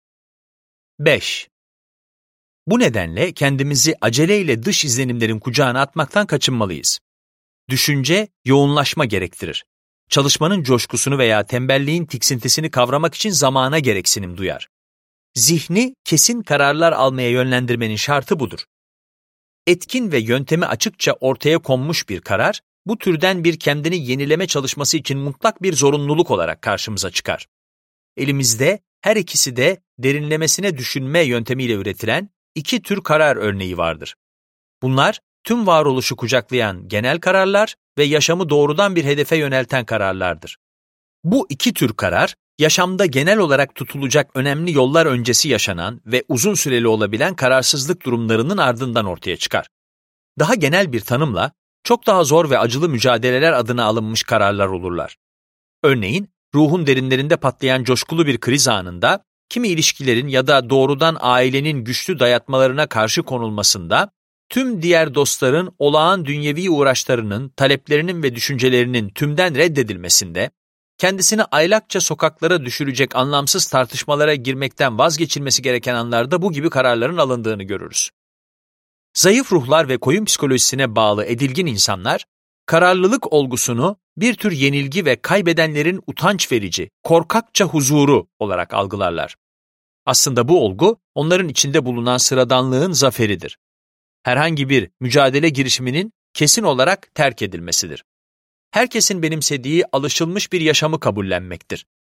5. Bu nedenle kendimizi aceleyle dış izlenimlerin kucağına atmaktan kaçınmalıyız. Düşünce, yoğunlaşma gerektirir. Çalışmanın coşkusunu veya tembelliğin tiksintisini kavramak için zamana gereksinim duyar. Zihni kesin kararlar almaya yönlendirmenin şartı budur. Etkin ve yöntemi açıkça ortaya konmuş bir karar, bu türden bir kendini yenileme çalışması için mutlak bir zorunluluk olarak karşımıza çıkar. Elimizde her ikisi de derinlemesine düşünme yöntemiyle üretilen iki tür karar örneği vardır. Bunlar, tüm varoluşu kucaklayan genel kararlar ve yaşamı doğrudan bir hedefe yönelten kararlardır. Bu iki tür karar, yaşamda genel olarak tutulacak önemli yollar öncesi yaşanan ve uzun süreli olabilen kararsızlık durumlarının ardından ortaya çıkar. Daha genel bir tanımla, çok daha zor ve acılı mücadeleler adına alınmış kararlar olurlar. Örneğin, ruhun derinlerinde patlayan coşkulu bir kriz anında, kimi ilişkilerin ya da doğrudan ailenin güçlü dayatmalarına karşı konulmasında, tüm diğer dostların olağan dünyevi uğraşlarının, taleplerinin ve düşüncelerinin tümden reddedilmesinde, kendisini aylakça sokaklara düşürecek anlamsız tartışmalara girmekten vazgeçilmesi gereken anlarda bu gibi kararların alındığını görürüz. Zayıf ruhlar ve koyun psikolojisine bağlı edilgin insanlar, kararlılık olgusunu bir tür yenilgi ve kaybedenlerin utanç verici, korkakça huzuru olarak algılarlar. Aslında bu olgu, onların içinde bulunan sıradanlığın zaferidir. Herhangi bir mücadele girişiminin kesin olarak terk edilmesidir. Herkesin benimsediği alışılmış bir yaşamı kabullenmektir.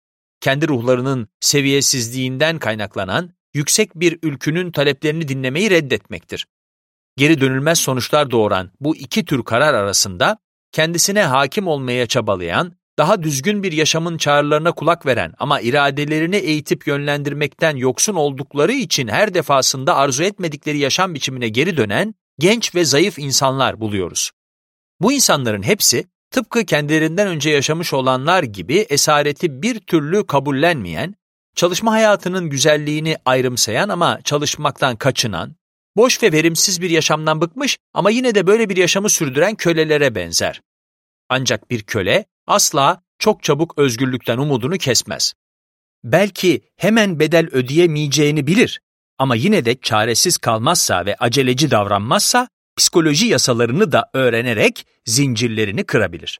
kendi ruhlarının seviyesizliğinden kaynaklanan yüksek bir ülkünün taleplerini dinlemeyi reddetmektir. Geri dönülmez sonuçlar doğuran bu iki tür karar arasında kendisine hakim olmaya çabalayan, daha düzgün bir yaşamın çağrılarına kulak veren ama iradelerini eğitip yönlendirmekten yoksun oldukları için her defasında arzu etmedikleri yaşam biçimine geri dönen genç ve zayıf insanlar buluyoruz. Bu insanların hepsi tıpkı kendilerinden önce yaşamış olanlar gibi esareti bir türlü kabullenmeyen, çalışma hayatının güzelliğini ayrımsayan ama çalışmaktan kaçınan, boş ve verimsiz bir yaşamdan bıkmış ama yine de böyle bir yaşamı sürdüren kölelere benzer. Ancak bir köle asla çok çabuk özgürlükten umudunu kesmez. Belki hemen bedel ödeyemeyeceğini bilir ama yine de çaresiz kalmazsa ve aceleci davranmazsa psikoloji yasalarını da öğrenerek zincirlerini kırabilir.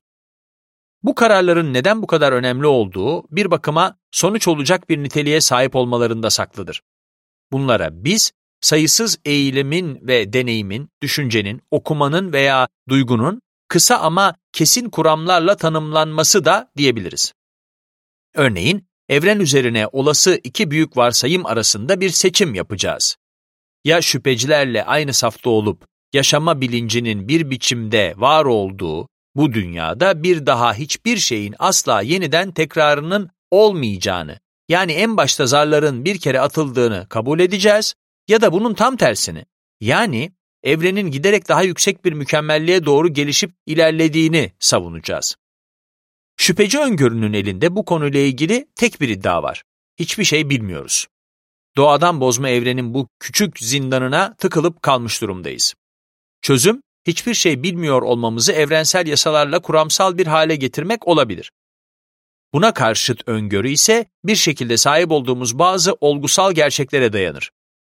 Bu kararların neden bu kadar önemli olduğu bir bakıma sonuç olacak bir niteliğe sahip olmalarında saklıdır. Bunlara biz sayısız eğilimin ve deneyimin, düşüncenin, okumanın veya duygunun kısa ama kesin kuramlarla tanımlanması da diyebiliriz. Örneğin, evren üzerine olası iki büyük varsayım arasında bir seçim yapacağız. Ya şüphecilerle aynı safta olup, yaşama bilincinin bir biçimde var olduğu bu dünyada bir daha hiçbir şeyin asla yeniden tekrarının olmayacağını, yani en başta zarların bir kere atıldığını kabul edeceğiz ya da bunun tam tersini, yani evrenin giderek daha yüksek bir mükemmelliğe doğru gelişip ilerlediğini savunacağız. Şüpheci öngörünün elinde bu konuyla ilgili tek bir iddia var. Hiçbir şey bilmiyoruz. Doğadan bozma evrenin bu küçük zindanına tıkılıp kalmış durumdayız. Çözüm, hiçbir şey bilmiyor olmamızı evrensel yasalarla kuramsal bir hale getirmek olabilir. Buna karşıt öngörü ise bir şekilde sahip olduğumuz bazı olgusal gerçeklere dayanır.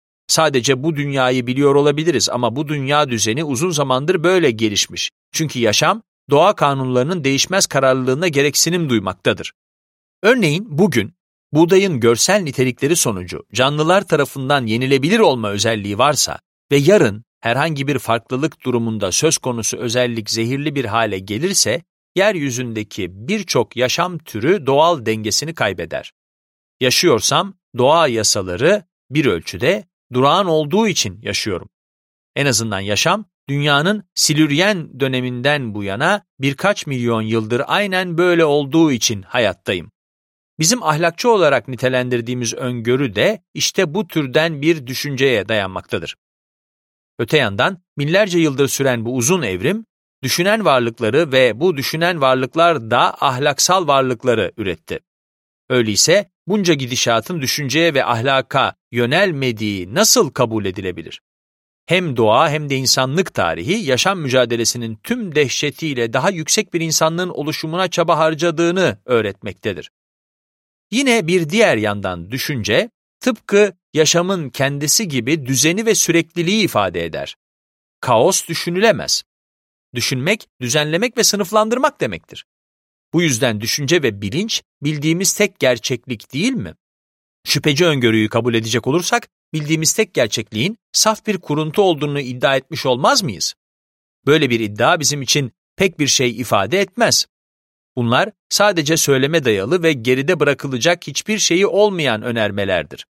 Sadece bu dünyayı biliyor olabiliriz ama bu dünya düzeni uzun zamandır böyle gelişmiş. Çünkü yaşam, doğa kanunlarının değişmez kararlılığına gereksinim duymaktadır. Örneğin bugün, buğdayın görsel nitelikleri sonucu canlılar tarafından yenilebilir olma özelliği varsa ve yarın herhangi bir farklılık durumunda söz konusu özellik zehirli bir hale gelirse, yeryüzündeki birçok yaşam türü doğal dengesini kaybeder. Yaşıyorsam, doğa yasaları bir ölçüde durağan olduğu için yaşıyorum. En azından yaşam, dünyanın Silüryen döneminden bu yana birkaç milyon yıldır aynen böyle olduğu için hayattayım. Bizim ahlakçı olarak nitelendirdiğimiz öngörü de işte bu türden bir düşünceye dayanmaktadır. Öte yandan binlerce yıldır süren bu uzun evrim, düşünen varlıkları ve bu düşünen varlıklar da ahlaksal varlıkları üretti. Öyleyse bunca gidişatın düşünceye ve ahlaka yönelmediği nasıl kabul edilebilir? Hem doğa hem de insanlık tarihi yaşam mücadelesinin tüm dehşetiyle daha yüksek bir insanlığın oluşumuna çaba harcadığını öğretmektedir. Yine bir diğer yandan düşünce, tıpkı yaşamın kendisi gibi düzeni ve sürekliliği ifade eder. Kaos düşünülemez. Düşünmek, düzenlemek ve sınıflandırmak demektir. Bu yüzden düşünce ve bilinç bildiğimiz tek gerçeklik değil mi? Şüpheci öngörüyü kabul edecek olursak, bildiğimiz tek gerçekliğin saf bir kuruntu olduğunu iddia etmiş olmaz mıyız? Böyle bir iddia bizim için pek bir şey ifade etmez. Bunlar sadece söyleme dayalı ve geride bırakılacak hiçbir şeyi olmayan önermelerdir.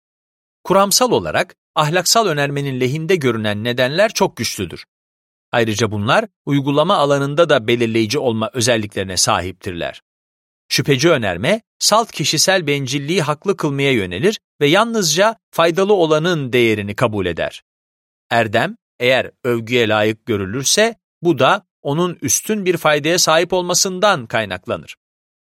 Kuramsal olarak ahlaksal önermenin lehinde görünen nedenler çok güçlüdür. Ayrıca bunlar uygulama alanında da belirleyici olma özelliklerine sahiptirler. Şüpheci önerme, salt kişisel bencilliği haklı kılmaya yönelir ve yalnızca faydalı olanın değerini kabul eder. Erdem, eğer övgüye layık görülürse, bu da onun üstün bir faydaya sahip olmasından kaynaklanır.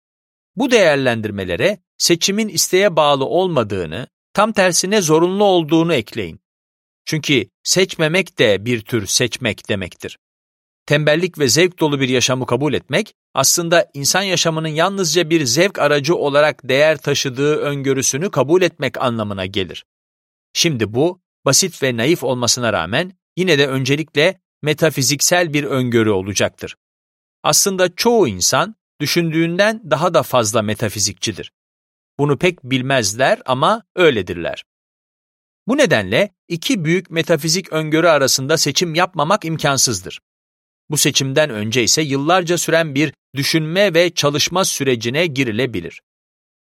Bu değerlendirmelere seçimin isteğe bağlı olmadığını, tam tersine zorunlu olduğunu ekleyin. Çünkü seçmemek de bir tür seçmek demektir. Tembellik ve zevk dolu bir yaşamı kabul etmek, aslında insan yaşamının yalnızca bir zevk aracı olarak değer taşıdığı öngörüsünü kabul etmek anlamına gelir. Şimdi bu, basit ve naif olmasına rağmen yine de öncelikle metafiziksel bir öngörü olacaktır. Aslında çoğu insan düşündüğünden daha da fazla metafizikçidir. Bunu pek bilmezler ama öyledirler. Bu nedenle iki büyük metafizik öngörü arasında seçim yapmamak imkansızdır. Bu seçimden önce ise yıllarca süren bir düşünme ve çalışma sürecine girilebilir.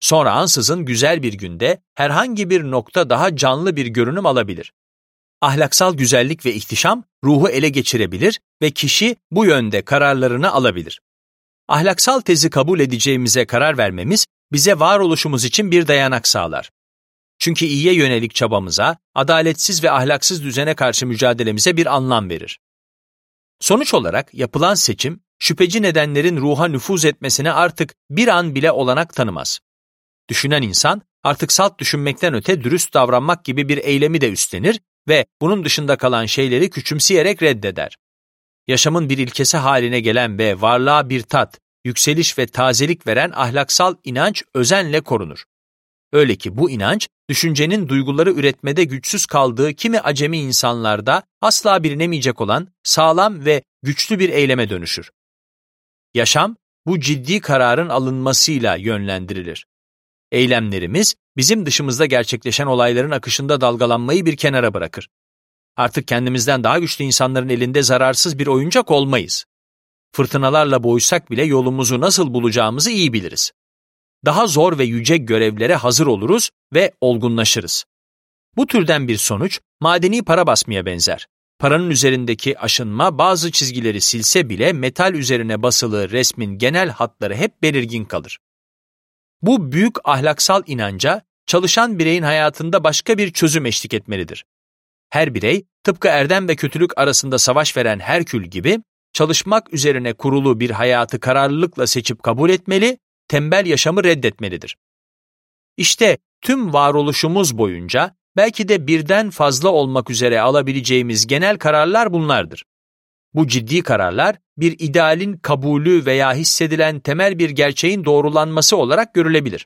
Sonra ansızın güzel bir günde herhangi bir nokta daha canlı bir görünüm alabilir. Ahlaksal güzellik ve ihtişam ruhu ele geçirebilir ve kişi bu yönde kararlarını alabilir. Ahlaksal tezi kabul edeceğimize karar vermemiz bize varoluşumuz için bir dayanak sağlar. Çünkü iyiye yönelik çabamıza, adaletsiz ve ahlaksız düzene karşı mücadelemize bir anlam verir. Sonuç olarak yapılan seçim, şüpheci nedenlerin ruha nüfuz etmesine artık bir an bile olanak tanımaz. Düşünen insan artık salt düşünmekten öte dürüst davranmak gibi bir eylemi de üstlenir ve bunun dışında kalan şeyleri küçümseyerek reddeder. Yaşamın bir ilkesi haline gelen ve varlığa bir tat, yükseliş ve tazelik veren ahlaksal inanç özenle korunur. Öyle ki bu inanç, düşüncenin duyguları üretmede güçsüz kaldığı kimi acemi insanlarda asla bilinemeyecek olan sağlam ve güçlü bir eyleme dönüşür. Yaşam, bu ciddi kararın alınmasıyla yönlendirilir. Eylemlerimiz, bizim dışımızda gerçekleşen olayların akışında dalgalanmayı bir kenara bırakır. Artık kendimizden daha güçlü insanların elinde zararsız bir oyuncak olmayız. Fırtınalarla boğuşsak bile yolumuzu nasıl bulacağımızı iyi biliriz. Daha zor ve yüce görevlere hazır oluruz ve olgunlaşırız. Bu türden bir sonuç, madeni para basmaya benzer. Paranın üzerindeki aşınma bazı çizgileri silse bile metal üzerine basılı resmin genel hatları hep belirgin kalır. Bu büyük ahlaksal inanca, çalışan bireyin hayatında başka bir çözüm eşlik etmelidir. Her birey, tıpkı erdem ve kötülük arasında savaş veren Herkül gibi, çalışmak üzerine kurulu bir hayatı kararlılıkla seçip kabul etmeli, tembel yaşamı reddetmelidir. İşte tüm varoluşumuz boyunca belki de birden fazla olmak üzere alabileceğimiz genel kararlar bunlardır. Bu ciddi kararlar bir idealin kabulü veya hissedilen temel bir gerçeğin doğrulanması olarak görülebilir.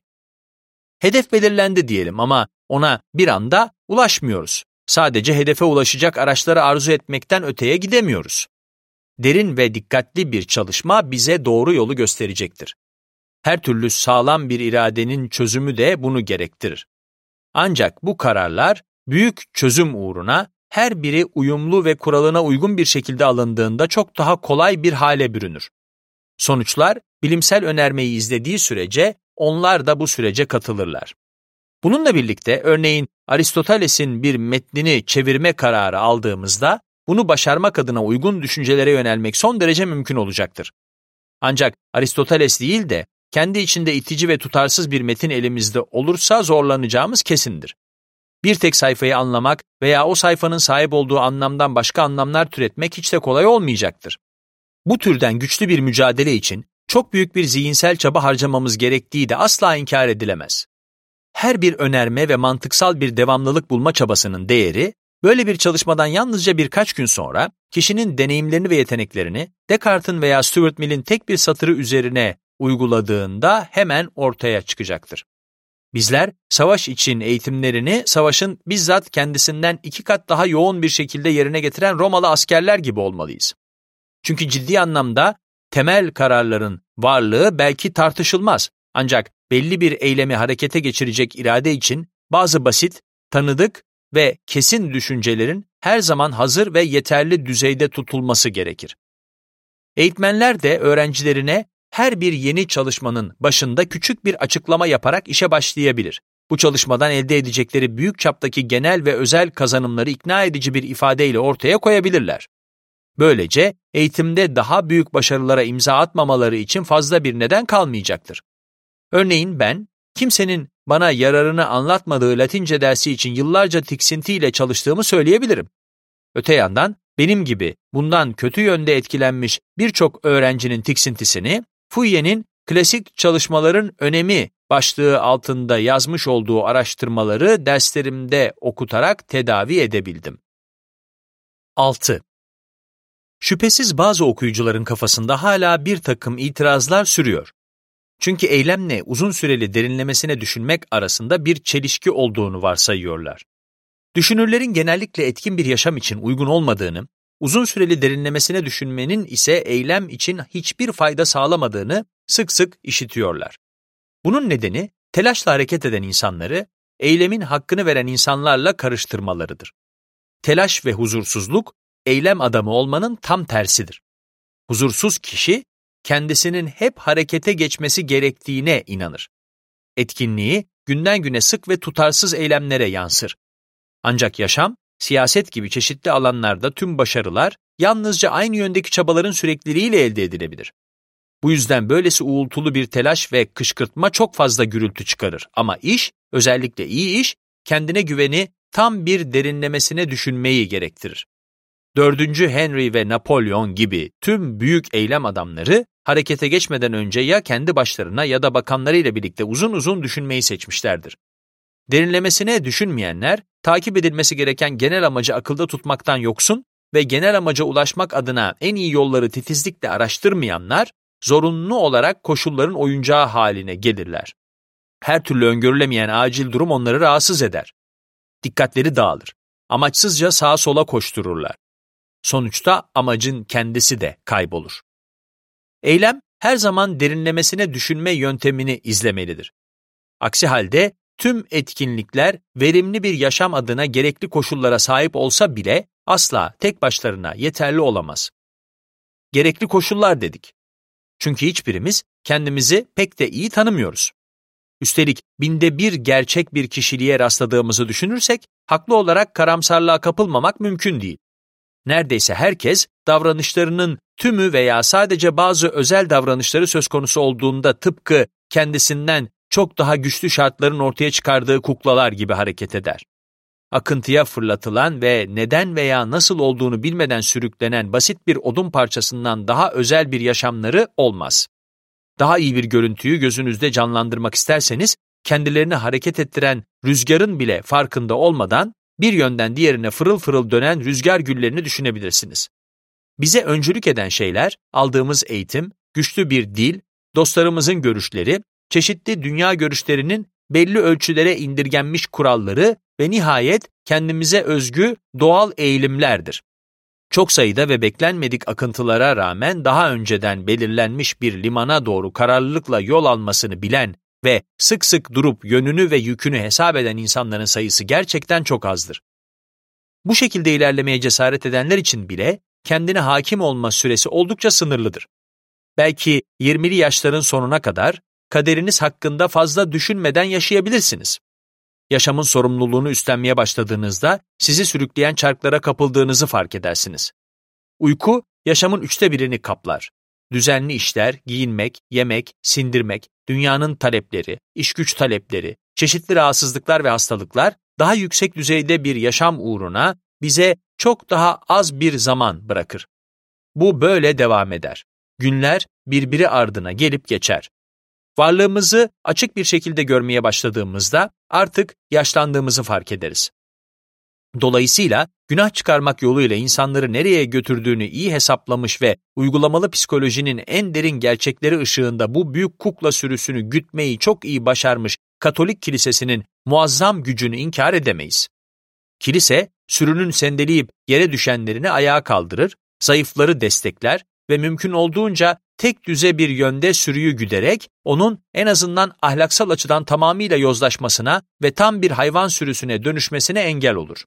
Hedef belirlendi diyelim ama ona bir anda ulaşmıyoruz. Sadece hedefe ulaşacak araçları arzu etmekten öteye gidemiyoruz. Derin ve dikkatli bir çalışma bize doğru yolu gösterecektir. Her türlü sağlam bir iradenin çözümü de bunu gerektirir. Ancak bu kararlar büyük çözüm uğruna her biri uyumlu ve kuralına uygun bir şekilde alındığında çok daha kolay bir hale bürünür. Sonuçlar bilimsel önermeyi izlediği sürece onlar da bu sürece katılırlar. Bununla birlikte örneğin Aristoteles'in bir metnini çevirme kararı aldığımızda bunu başarmak adına uygun düşüncelere yönelmek son derece mümkün olacaktır. Ancak Aristoteles değil de kendi içinde itici ve tutarsız bir metin elimizde olursa zorlanacağımız kesindir. Bir tek sayfayı anlamak veya o sayfanın sahip olduğu anlamdan başka anlamlar türetmek hiç de kolay olmayacaktır. Bu türden güçlü bir mücadele için çok büyük bir zihinsel çaba harcamamız gerektiği de asla inkar edilemez. Her bir önerme ve mantıksal bir devamlılık bulma çabasının değeri, böyle bir çalışmadan yalnızca birkaç gün sonra kişinin deneyimlerini ve yeteneklerini Descartes'in veya Stuart Mill'in tek bir satırı üzerine uyguladığında hemen ortaya çıkacaktır. Bizler savaş için eğitimlerini savaşın bizzat kendisinden 2 kat daha yoğun bir şekilde yerine getiren Romalı askerler gibi olmalıyız. Çünkü ciddi anlamda temel kararların varlığı belki tartışılmaz. Ancak belli bir eylemi harekete geçirecek irade için bazı basit, tanıdık ve kesin düşüncelerin her zaman hazır ve yeterli düzeyde tutulması gerekir. Eğitmenler de öğrencilerine her bir yeni çalışmanın başında küçük bir açıklama yaparak işe başlayabilir. Bu çalışmadan elde edecekleri büyük çaptaki genel ve özel kazanımları ikna edici bir ifadeyle ortaya koyabilirler. Böylece eğitimde daha büyük başarılara imza atmamaları için fazla bir neden kalmayacaktır. Örneğin ben, kimsenin bana yararını anlatmadığı Latince dersi için yıllarca tiksintiyle çalıştığımı söyleyebilirim. Öte yandan benim gibi bundan kötü yönde etkilenmiş birçok öğrencinin tiksintisini, Fouillet'in klasik çalışmaların önemi başlığı altında yazmış olduğu araştırmaları derslerimde okutarak tedavi edebildim. 6. Şüphesiz bazı okuyucuların kafasında hala bir takım itirazlar sürüyor. Çünkü eylemle uzun süreli derinlemesine düşünmek arasında bir çelişki olduğunu varsayıyorlar. Düşünürlerin genellikle etkin bir yaşam için uygun olmadığını, uzun süreli derinlemesine düşünmenin ise eylem için hiçbir fayda sağlamadığını sık sık işitiyorlar. Bunun nedeni telaşla hareket eden insanları, eylemin hakkını veren insanlarla karıştırmalarıdır. Telaş ve huzursuzluk, eylem adamı olmanın tam tersidir. Huzursuz kişi, kendisinin hep harekete geçmesi gerektiğine inanır. etkinliği günden güne sık ve tutarsız eylemlere yansır. Ancak yaşam, siyaset gibi çeşitli alanlarda tüm başarılar yalnızca aynı yöndeki çabaların sürekliliğiyle elde edilebilir. Bu yüzden böylesi uğultulu bir telaş ve kışkırtma çok fazla gürültü çıkarır. Ama iş, özellikle iyi iş, kendine güveni tam bir derinlemesine düşünmeyi gerektirir. 4. Henry ve Napolyon gibi tüm büyük eylem adamları harekete geçmeden önce ya kendi başlarına ya da bakanlarıyla birlikte uzun uzun düşünmeyi seçmişlerdir. Derinlemesine düşünmeyenler, takip edilmesi gereken genel amacı akılda tutmaktan yoksun ve genel amaca ulaşmak adına en iyi yolları titizlikle araştırmayanlar, zorunlu olarak koşulların oyuncağı haline gelirler. Her türlü öngörülemeyen acil durum onları rahatsız eder. Dikkatleri dağılır. Amaçsızca sağa sola koştururlar. Sonuçta amacın kendisi de kaybolur. Eylem her zaman derinlemesine düşünme yöntemini izlemelidir. Aksi halde tüm etkinlikler verimli bir yaşam adına gerekli koşullara sahip olsa bile asla tek başlarına yeterli olamaz. Gerekli koşullar dedik. Çünkü hiçbirimiz kendimizi pek de iyi tanımıyoruz. Üstelik binde bir gerçek bir kişiliğe rastladığımızı düşünürsek, haklı olarak karamsarlığa kapılmamak mümkün değil. Neredeyse herkes davranışlarının tümü veya sadece bazı özel davranışları söz konusu olduğunda tıpkı kendisinden çok daha güçlü şartların ortaya çıkardığı kuklalar gibi hareket eder. Akıntıya fırlatılan ve neden veya nasıl olduğunu bilmeden sürüklenen basit bir odun parçasından daha özel bir yaşamları olmaz. Daha iyi bir görüntüyü gözünüzde canlandırmak isterseniz, kendilerini hareket ettiren rüzgarın bile farkında olmadan bir yönden diğerine fırıl fırıl dönen rüzgar güllerini düşünebilirsiniz. Bize öncülük eden şeyler, aldığımız eğitim, güçlü bir dil, dostlarımızın görüşleri, çeşitli dünya görüşlerinin belli ölçülere indirgenmiş kuralları ve nihayet kendimize özgü doğal eğilimlerdir. Çok sayıda ve beklenmedik akıntılara rağmen daha önceden belirlenmiş bir limana doğru kararlılıkla yol almasını bilen ve sık sık durup yönünü ve yükünü hesap eden insanların sayısı gerçekten çok azdır. Bu şekilde ilerlemeye cesaret edenler için bile kendine hakim olma süresi oldukça sınırlıdır. Belki 20'li yaşların sonuna kadar kaderiniz hakkında fazla düşünmeden yaşayabilirsiniz. Yaşamın sorumluluğunu üstlenmeye başladığınızda sizi sürükleyen çarklara kapıldığınızı fark edersiniz. Uyku, yaşamın 1/3'ünü kaplar. Düzenli işler, giyinmek, yemek, sindirmek, dünyanın talepleri, işgüç talepleri, çeşitli rahatsızlıklar ve hastalıklar daha yüksek düzeyde bir yaşam uğruna bize çok daha az bir zaman bırakır. Bu böyle devam eder. Günler birbiri ardına gelip geçer. Varlığımızı açık bir şekilde görmeye başladığımızda artık yaşlandığımızı fark ederiz. Dolayısıyla günah çıkarmak yoluyla insanları nereye götürdüğünü iyi hesaplamış ve uygulamalı psikolojinin en derin gerçekleri ışığında bu büyük kukla sürüsünü gütmeyi çok iyi başarmış Katolik Kilisesi'nin muazzam gücünü inkar edemeyiz. Kilise, sürünün sendeleyip yere düşenlerini ayağa kaldırır, zayıfları destekler ve mümkün olduğunca tek düze bir yönde sürüyü güderek onun en azından ahlaksal açıdan tamamıyla yozlaşmasına ve tam bir hayvan sürüsüne dönüşmesine engel olur.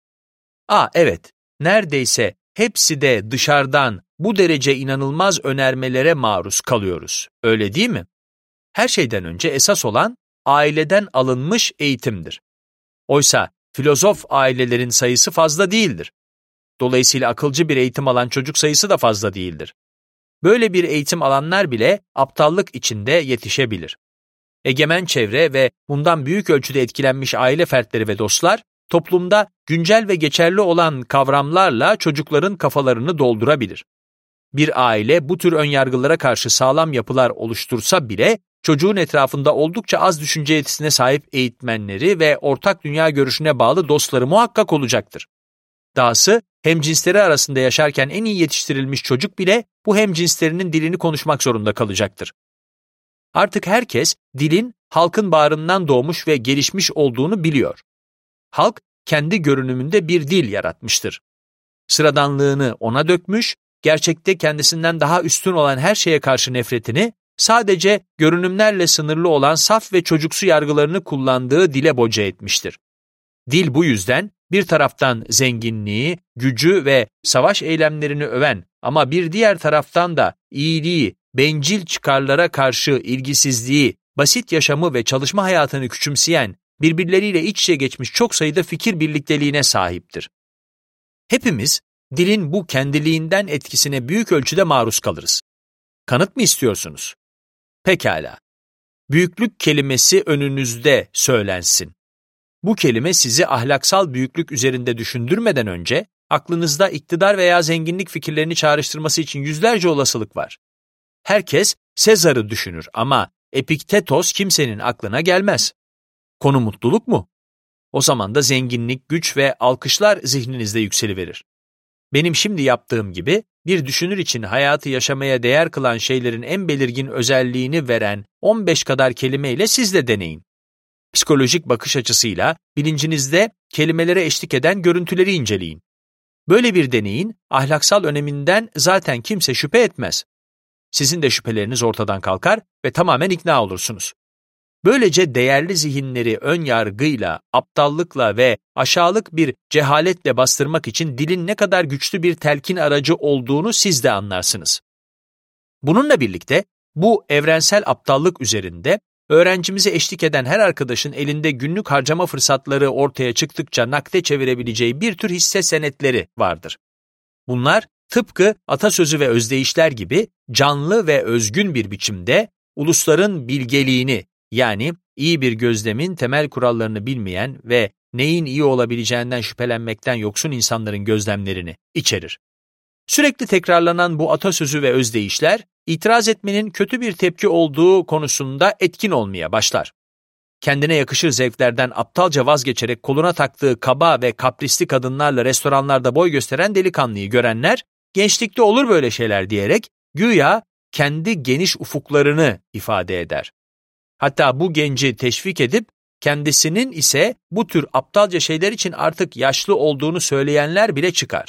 Evet, neredeyse hepsi de dışarıdan bu derece inanılmaz önermelere maruz kalıyoruz, öyle değil mi? Her şeyden önce esas olan aileden alınmış eğitimdir. Oysa filozof ailelerin sayısı fazla değildir. Dolayısıyla akılcı bir eğitim alan çocuk sayısı da fazla değildir. Böyle bir eğitim alanlar bile aptallık içinde yetişebilir. Egemen çevre ve bundan büyük ölçüde etkilenmiş aile fertleri ve dostlar, toplumda güncel ve geçerli olan kavramlarla çocukların kafalarını doldurabilir. Bir aile bu tür önyargılara karşı sağlam yapılar oluştursa bile, çocuğun etrafında oldukça az düşünce yetisine sahip eğitmenleri ve ortak dünya görüşüne bağlı dostları muhakkak olacaktır. Dahası, hemcinsleri arasında yaşarken en iyi yetiştirilmiş çocuk bile bu hemcinslerinin dilini konuşmak zorunda kalacaktır. Artık herkes dilin halkın bağrından doğmuş ve gelişmiş olduğunu biliyor. Halk kendi görünümünde bir dil yaratmıştır. Sıradanlığını ona dökmüş, gerçekte kendisinden daha üstün olan her şeye karşı nefretini sadece görünümlerle sınırlı olan saf ve çocuksu yargılarını kullandığı dile boca etmiştir. Dil bu yüzden bir taraftan zenginliği, gücü ve savaş eylemlerini öven ama bir diğer taraftan da iyiliği, bencil çıkarlara karşı ilgisizliği basit yaşamı ve çalışma hayatını küçümseyen, birbirleriyle iç içe geçmiş çok sayıda fikir birlikteliğine sahiptir. Hepimiz, dilin bu kendiliğinden etkisine büyük ölçüde maruz kalırız. Kanıt mı istiyorsunuz? Pekala. Büyüklük kelimesi önünüzde söylensin. Bu kelime sizi ahlaksal büyüklük üzerinde düşündürmeden önce, aklınızda iktidar veya zenginlik fikirlerini çağrıştırması için yüzlerce olasılık var. Herkes Sezar'ı düşünür ama Epiktetos kimsenin aklına gelmez. Konu mutluluk mu? O zaman da zenginlik, güç ve alkışlar zihninizde yükseliverir. Benim şimdi yaptığım gibi bir düşünür için hayatı yaşamaya değer kılan şeylerin en belirgin özelliğini veren 15 kadar kelimeyle siz de deneyin. Psikolojik bakış açısıyla bilincinizde kelimelere eşlik eden görüntüleri inceleyin. Böyle bir deneyin ahlaksal öneminden zaten kimse şüphe etmez. Sizin de şüpheleriniz ortadan kalkar ve tamamen ikna olursunuz. Böylece değerli zihinleri ön yargıyla, aptallıkla ve aşağılık bir cehaletle bastırmak için dilin ne kadar güçlü bir telkin aracı olduğunu siz de anlarsınız. Bununla birlikte bu evrensel aptallık üzerinde öğrencimize eşlik eden her arkadaşın elinde günlük harcama fırsatları ortaya çıktıkça nakde çevirebileceği bir tür hisse senetleri vardır. Bunlar tıpkı atasözü ve özdeyişler gibi canlı ve özgün bir biçimde ulusların bilgeliğini, yani iyi bir gözlemin temel kurallarını bilmeyen ve neyin iyi olabileceğinden şüphelenmekten yoksun insanların gözlemlerini içerir. Sürekli tekrarlanan bu atasözü ve özdeyişler, itiraz etmenin kötü bir tepki olduğu konusunda etkin olmaya başlar. Kendine yakışır zevklerden aptalca vazgeçerek koluna taktığı kaba ve kaprisli kadınlarla restoranlarda boy gösteren delikanlıyı görenler, gençlikte olur böyle şeyler diyerek güya kendi geniş ufuklarını ifade eder. Hatta bu genci teşvik edip kendisinin ise bu tür aptalca şeyler için artık yaşlı olduğunu söyleyenler bile çıkar.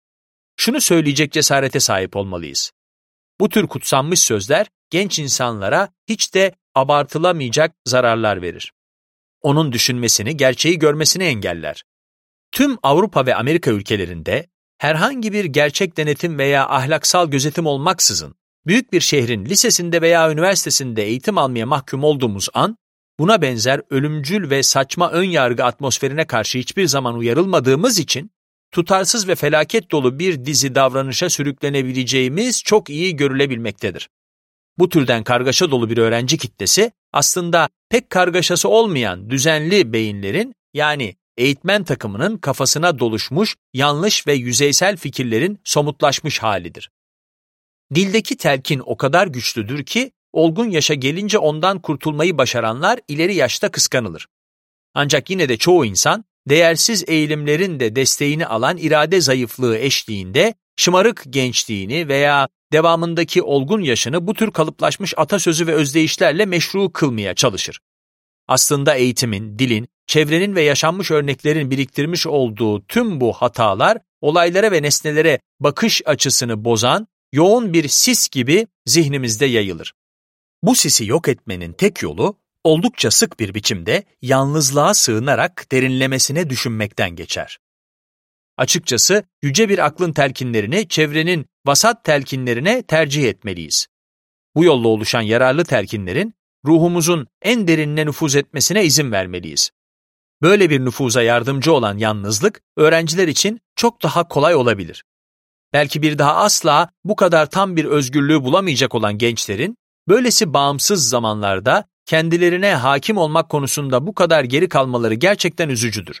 Şunu söyleyecek cesarete sahip olmalıyız. Bu tür kutsanmış sözler genç insanlara hiç de abartılamayacak zararlar verir. Onun düşünmesini, gerçeği görmesini engeller. Tüm Avrupa ve Amerika ülkelerinde herhangi bir gerçek denetim veya ahlaksal gözetim olmaksızın büyük bir şehrin lisesinde veya üniversitesinde eğitim almaya mahkum olduğumuz an, buna benzer ölümcül ve saçma önyargı atmosferine karşı hiçbir zaman uyarılmadığımız için, tutarsız ve felaket dolu bir dizi davranışa sürüklenebileceğimiz çok iyi görülebilmektedir. Bu türden kargaşa dolu bir öğrenci kitlesi, aslında pek kargaşası olmayan düzenli beyinlerin, yani eğitmen takımının kafasına doluşmuş yanlış ve yüzeysel fikirlerin somutlaşmış halidir. Dildeki telkin o kadar güçlüdür ki, olgun yaşa gelince ondan kurtulmayı başaranlar ileri yaşta kıskanılır. Ancak yine de çoğu insan, değersiz eğilimlerin de desteğini alan irade zayıflığı eşliğinde, şımarık gençliğini veya devamındaki olgun yaşını bu tür kalıplaşmış atasözü ve özdeyişlerle meşru kılmaya çalışır. Aslında eğitimin, dilin, çevrenin ve yaşanmış örneklerin biriktirmiş olduğu tüm bu hatalar, olaylara ve nesnelere bakış açısını bozan, yoğun bir sis gibi zihnimizde yayılır. Bu sisi yok etmenin tek yolu, oldukça sık bir biçimde yalnızlığa sığınarak derinlemesine düşünmekten geçer. Açıkçası yüce bir aklın telkinlerini çevrenin vasat telkinlerine tercih etmeliyiz. Bu yolla oluşan yararlı telkinlerin ruhumuzun en derinine nüfuz etmesine izin vermeliyiz. Böyle bir nüfuza yardımcı olan yalnızlık öğrenciler için çok daha kolay olabilir. Belki bir daha asla bu kadar tam bir özgürlüğü bulamayacak olan gençlerin, böylesi bağımsız zamanlarda kendilerine hakim olmak konusunda bu kadar geri kalmaları gerçekten üzücüdür.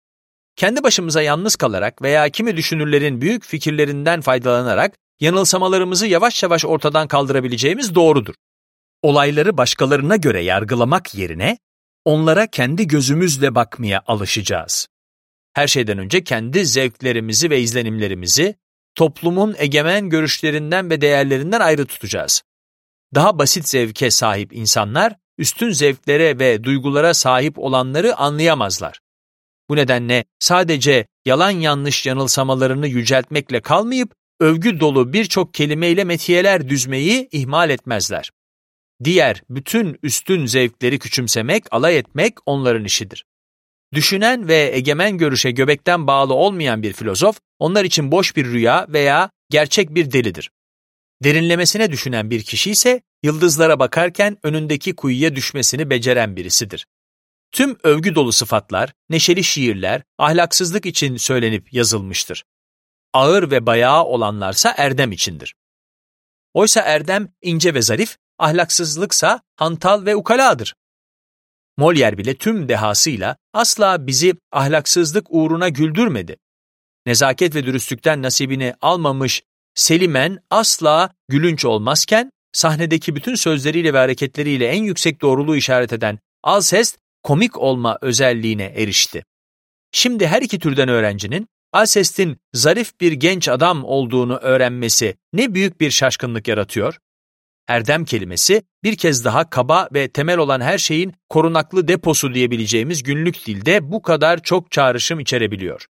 Kendi başımıza yalnız kalarak veya kimi düşünürlerin büyük fikirlerinden faydalanarak yanılsamalarımızı yavaş yavaş ortadan kaldırabileceğimiz doğrudur. Olayları başkalarına göre yargılamak yerine onlara kendi gözümüzle bakmaya alışacağız. Her şeyden önce kendi zevklerimizi ve izlenimlerimizi toplumun egemen görüşlerinden ve değerlerinden ayrı tutacağız. Daha basit zevke sahip insanlar, üstün zevklere ve duygulara sahip olanları anlayamazlar. Bu nedenle sadece yalan yanlış yanılsamalarını yüceltmekle kalmayıp, övgü dolu birçok kelimeyle metiyeler düzmeyi ihmal etmezler. Diğer bütün üstün zevkleri küçümsemek, alay etmek onların işidir. Düşünen ve egemen görüşe göbekten bağlı olmayan bir filozof, onlar için boş bir rüya veya gerçek bir delidir. Derinlemesine düşünen bir kişi ise yıldızlara bakarken önündeki kuyuya düşmesini beceren birisidir. Tüm övgü dolu sıfatlar, neşeli şiirler, ahlaksızlık için söylenip yazılmıştır. Ağır ve bayağı olanlarsa erdem içindir. Oysa erdem ince ve zarif, ahlaksızlıksa hantal ve ukaladır. Molière bile tüm dehasıyla asla bizi ahlaksızlık uğruna güldürmedi. Nezaket ve dürüstlükten nasibini almamış Selimen asla gülünç olmazken, sahnedeki bütün sözleriyle ve hareketleriyle en yüksek doğruluğu işaret eden Alceste, komik olma özelliğine erişti. Şimdi her iki türden öğrencinin Alceste'in zarif bir genç adam olduğunu öğrenmesi ne büyük bir şaşkınlık yaratıyor. Erdem kelimesi bir kez daha kaba ve temel olan her şeyin korunaklı deposu diyebileceğimiz günlük dilde bu kadar çok çağrışım içerebiliyor.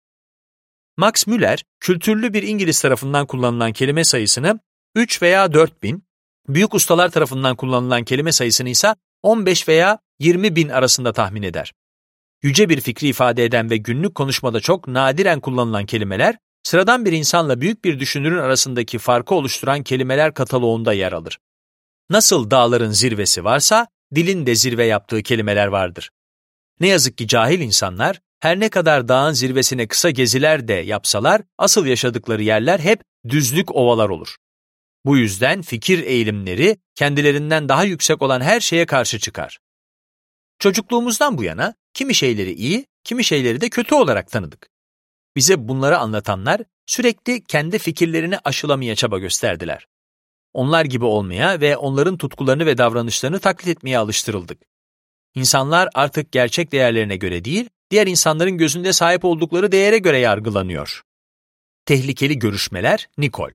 Max Müller, kültürlü bir İngiliz tarafından kullanılan kelime sayısını 3 veya 4000, büyük ustalar tarafından kullanılan kelime sayısını ise 15 veya 20.000 arasında tahmin eder. Yüce bir fikri ifade eden ve günlük konuşmada çok nadiren kullanılan kelimeler, sıradan bir insanla büyük bir düşünürün arasındaki farkı oluşturan kelimeler kataloğunda yer alır. Nasıl dağların zirvesi varsa, dilin de zirve yaptığı kelimeler vardır. Ne yazık ki cahil insanlar, her ne kadar dağın zirvesine kısa geziler de yapsalar, asıl yaşadıkları yerler hep düzlük ovalar olur. Bu yüzden fikir eğilimleri kendilerinden daha yüksek olan her şeye karşı çıkar. Çocukluğumuzdan bu yana kimi şeyleri iyi, kimi şeyleri de kötü olarak tanıdık. Bize bunları anlatanlar sürekli kendi fikirlerini aşılamaya çaba gösterdiler. Onlar gibi olmaya ve onların tutkularını ve davranışlarını taklit etmeye alıştırıldık. İnsanlar artık gerçek değerlerine göre değil, diğer insanların gözünde sahip oldukları değere göre yargılanıyor. Tehlikeli görüşmeler, Nicole.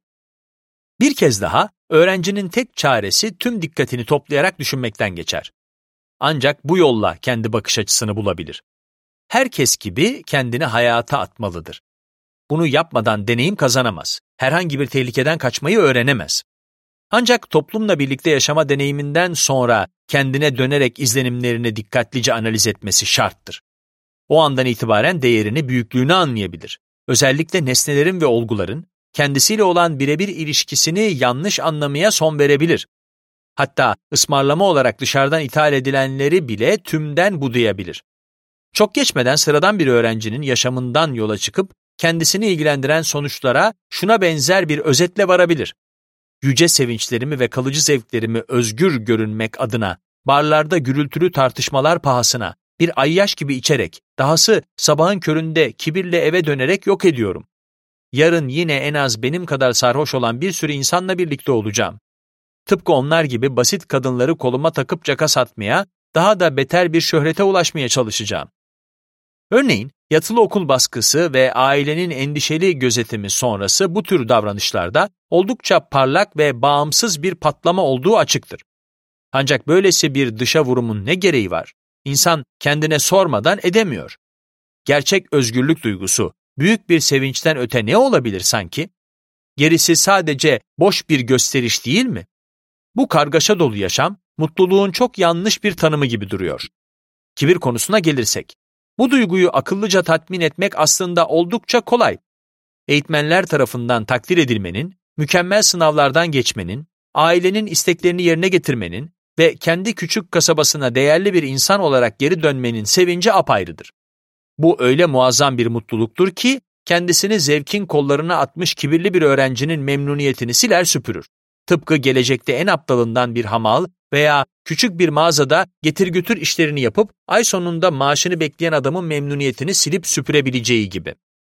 Bir kez daha, öğrencinin tek çaresi tüm dikkatini toplayarak düşünmekten geçer. Ancak bu yolla kendi bakış açısını bulabilir. Herkes gibi kendini hayata atmalıdır. Bunu yapmadan deneyim kazanamaz. Herhangi bir tehlikeden kaçmayı öğrenemez. Ancak toplumla birlikte yaşama deneyiminden sonra kendine dönerek izlenimlerini dikkatlice analiz etmesi şarttır. O andan itibaren değerini, büyüklüğünü anlayabilir. Özellikle nesnelerin ve olguların kendisiyle olan birebir ilişkisini yanlış anlamaya son verebilir. Hatta ısmarlama olarak dışarıdan ithal edilenleri bile tümden budayabilir. Çok geçmeden sıradan bir öğrencinin yaşamından yola çıkıp kendisini ilgilendiren sonuçlara şuna benzer bir özetle varabilir. Yüce sevinçlerimi ve kalıcı zevklerimi özgür görünmek adına, barlarda gürültülü tartışmalar pahasına, bir ayyaş gibi içerek, dahası sabahın köründe kibirle eve dönerek yok ediyorum. Yarın yine en az benim kadar sarhoş olan bir sürü insanla birlikte olacağım. Tıpkı onlar gibi basit kadınları koluma takıp caka satmaya, daha da beter bir şöhrete ulaşmaya çalışacağım. Örneğin, yatılı okul baskısı ve ailenin endişeli gözetimi sonrası bu tür davranışlarda oldukça parlak ve bağımsız bir patlama olduğu açıktır. Ancak böylesi bir dışa vurumun ne gereği var? İnsan kendine sormadan edemiyor. Gerçek özgürlük duygusu, büyük bir sevinçten öte ne olabilir sanki? Gerisi sadece boş bir gösteriş değil mi? Bu kargaşa dolu yaşam, mutluluğun çok yanlış bir tanımı gibi duruyor. Kibir konusuna gelirsek, bu duyguyu akıllıca tatmin etmek aslında oldukça kolay. Eğitmenler tarafından takdir edilmenin, mükemmel sınavlardan geçmenin, ailenin isteklerini yerine getirmenin ve kendi küçük kasabasına değerli bir insan olarak geri dönmenin sevinci apayrıdır. Bu öyle muazzam bir mutluluktur ki, kendisini zevkin kollarına atmış kibirli bir öğrencinin memnuniyetini siler süpürür. Tıpkı gelecekte en aptalından bir hamal veya küçük bir mağazada getir-götür işlerini yapıp ay sonunda maaşını bekleyen adamın memnuniyetini silip süpürebileceği gibi.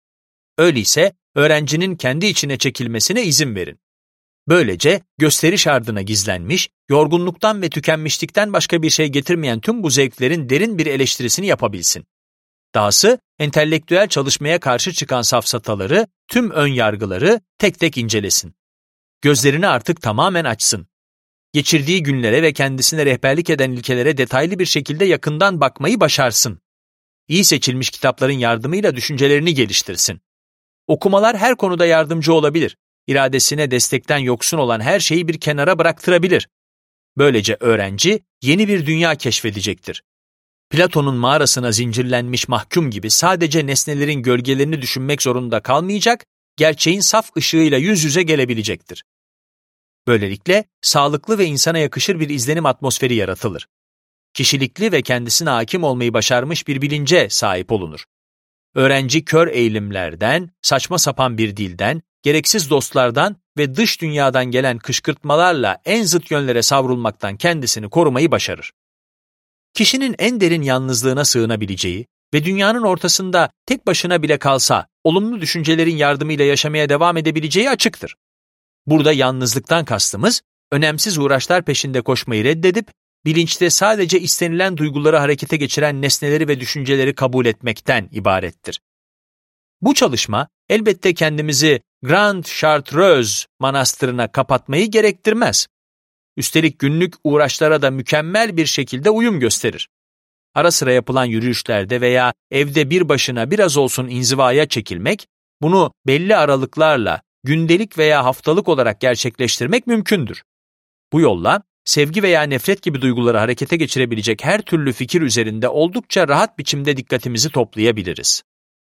Öyleyse öğrencinin kendi içine çekilmesine izin verin. Böylece gösteriş ardına gizlenmiş, yorgunluktan ve tükenmişlikten başka bir şey getirmeyen tüm bu zevklerin derin bir eleştirisini yapabilsin. Dahası entelektüel çalışmaya karşı çıkan safsataları, tüm ön yargıları tek tek incelesin. Gözlerini artık tamamen açsın. Geçirdiği günlere ve kendisine rehberlik eden ilkelere detaylı bir şekilde yakından bakmayı başarsın. İyi seçilmiş kitapların yardımıyla düşüncelerini geliştirsin. Okumalar her konuda yardımcı olabilir. İradesine destekten yoksun olan her şeyi bir kenara bıraktırabilir. Böylece öğrenci yeni bir dünya keşfedecektir. Platon'un mağarasına zincirlenmiş mahkum gibi sadece nesnelerin gölgelerini düşünmek zorunda kalmayacak, gerçeğin saf ışığıyla yüz yüze gelebilecektir. Böylelikle sağlıklı ve insana yakışır bir izlenim atmosferi yaratılır. Kişilikli ve kendisine hakim olmayı başarmış bir bilince sahip olunur. Öğrenci kör eğilimlerden, saçma sapan bir dilden, gereksiz dostlardan ve dış dünyadan gelen kışkırtmalarla en zıt yönlere savrulmaktan kendisini korumayı başarır. Kişinin en derin yalnızlığına sığınabileceği ve dünyanın ortasında tek başına bile kalsa olumlu düşüncelerin yardımıyla yaşamaya devam edebileceği açıktır. Burada yalnızlıktan kastımız, önemsiz uğraşlar peşinde koşmayı reddedip, bilinçte sadece istenilen duyguları harekete geçiren nesneleri ve düşünceleri kabul etmekten ibarettir. Bu çalışma, elbette kendimizi Grande Chartreuse Manastırı'na kapatmayı gerektirmez. Üstelik günlük uğraşlara da mükemmel bir şekilde uyum gösterir. Ara sıra yapılan yürüyüşlerde veya evde bir başına biraz olsun inzivaya çekilmek, bunu belli aralıklarla gündelik veya haftalık olarak gerçekleştirmek mümkündür. Bu yolla, sevgi veya nefret gibi duyguları harekete geçirebilecek her türlü fikir üzerinde oldukça rahat biçimde dikkatimizi toplayabiliriz.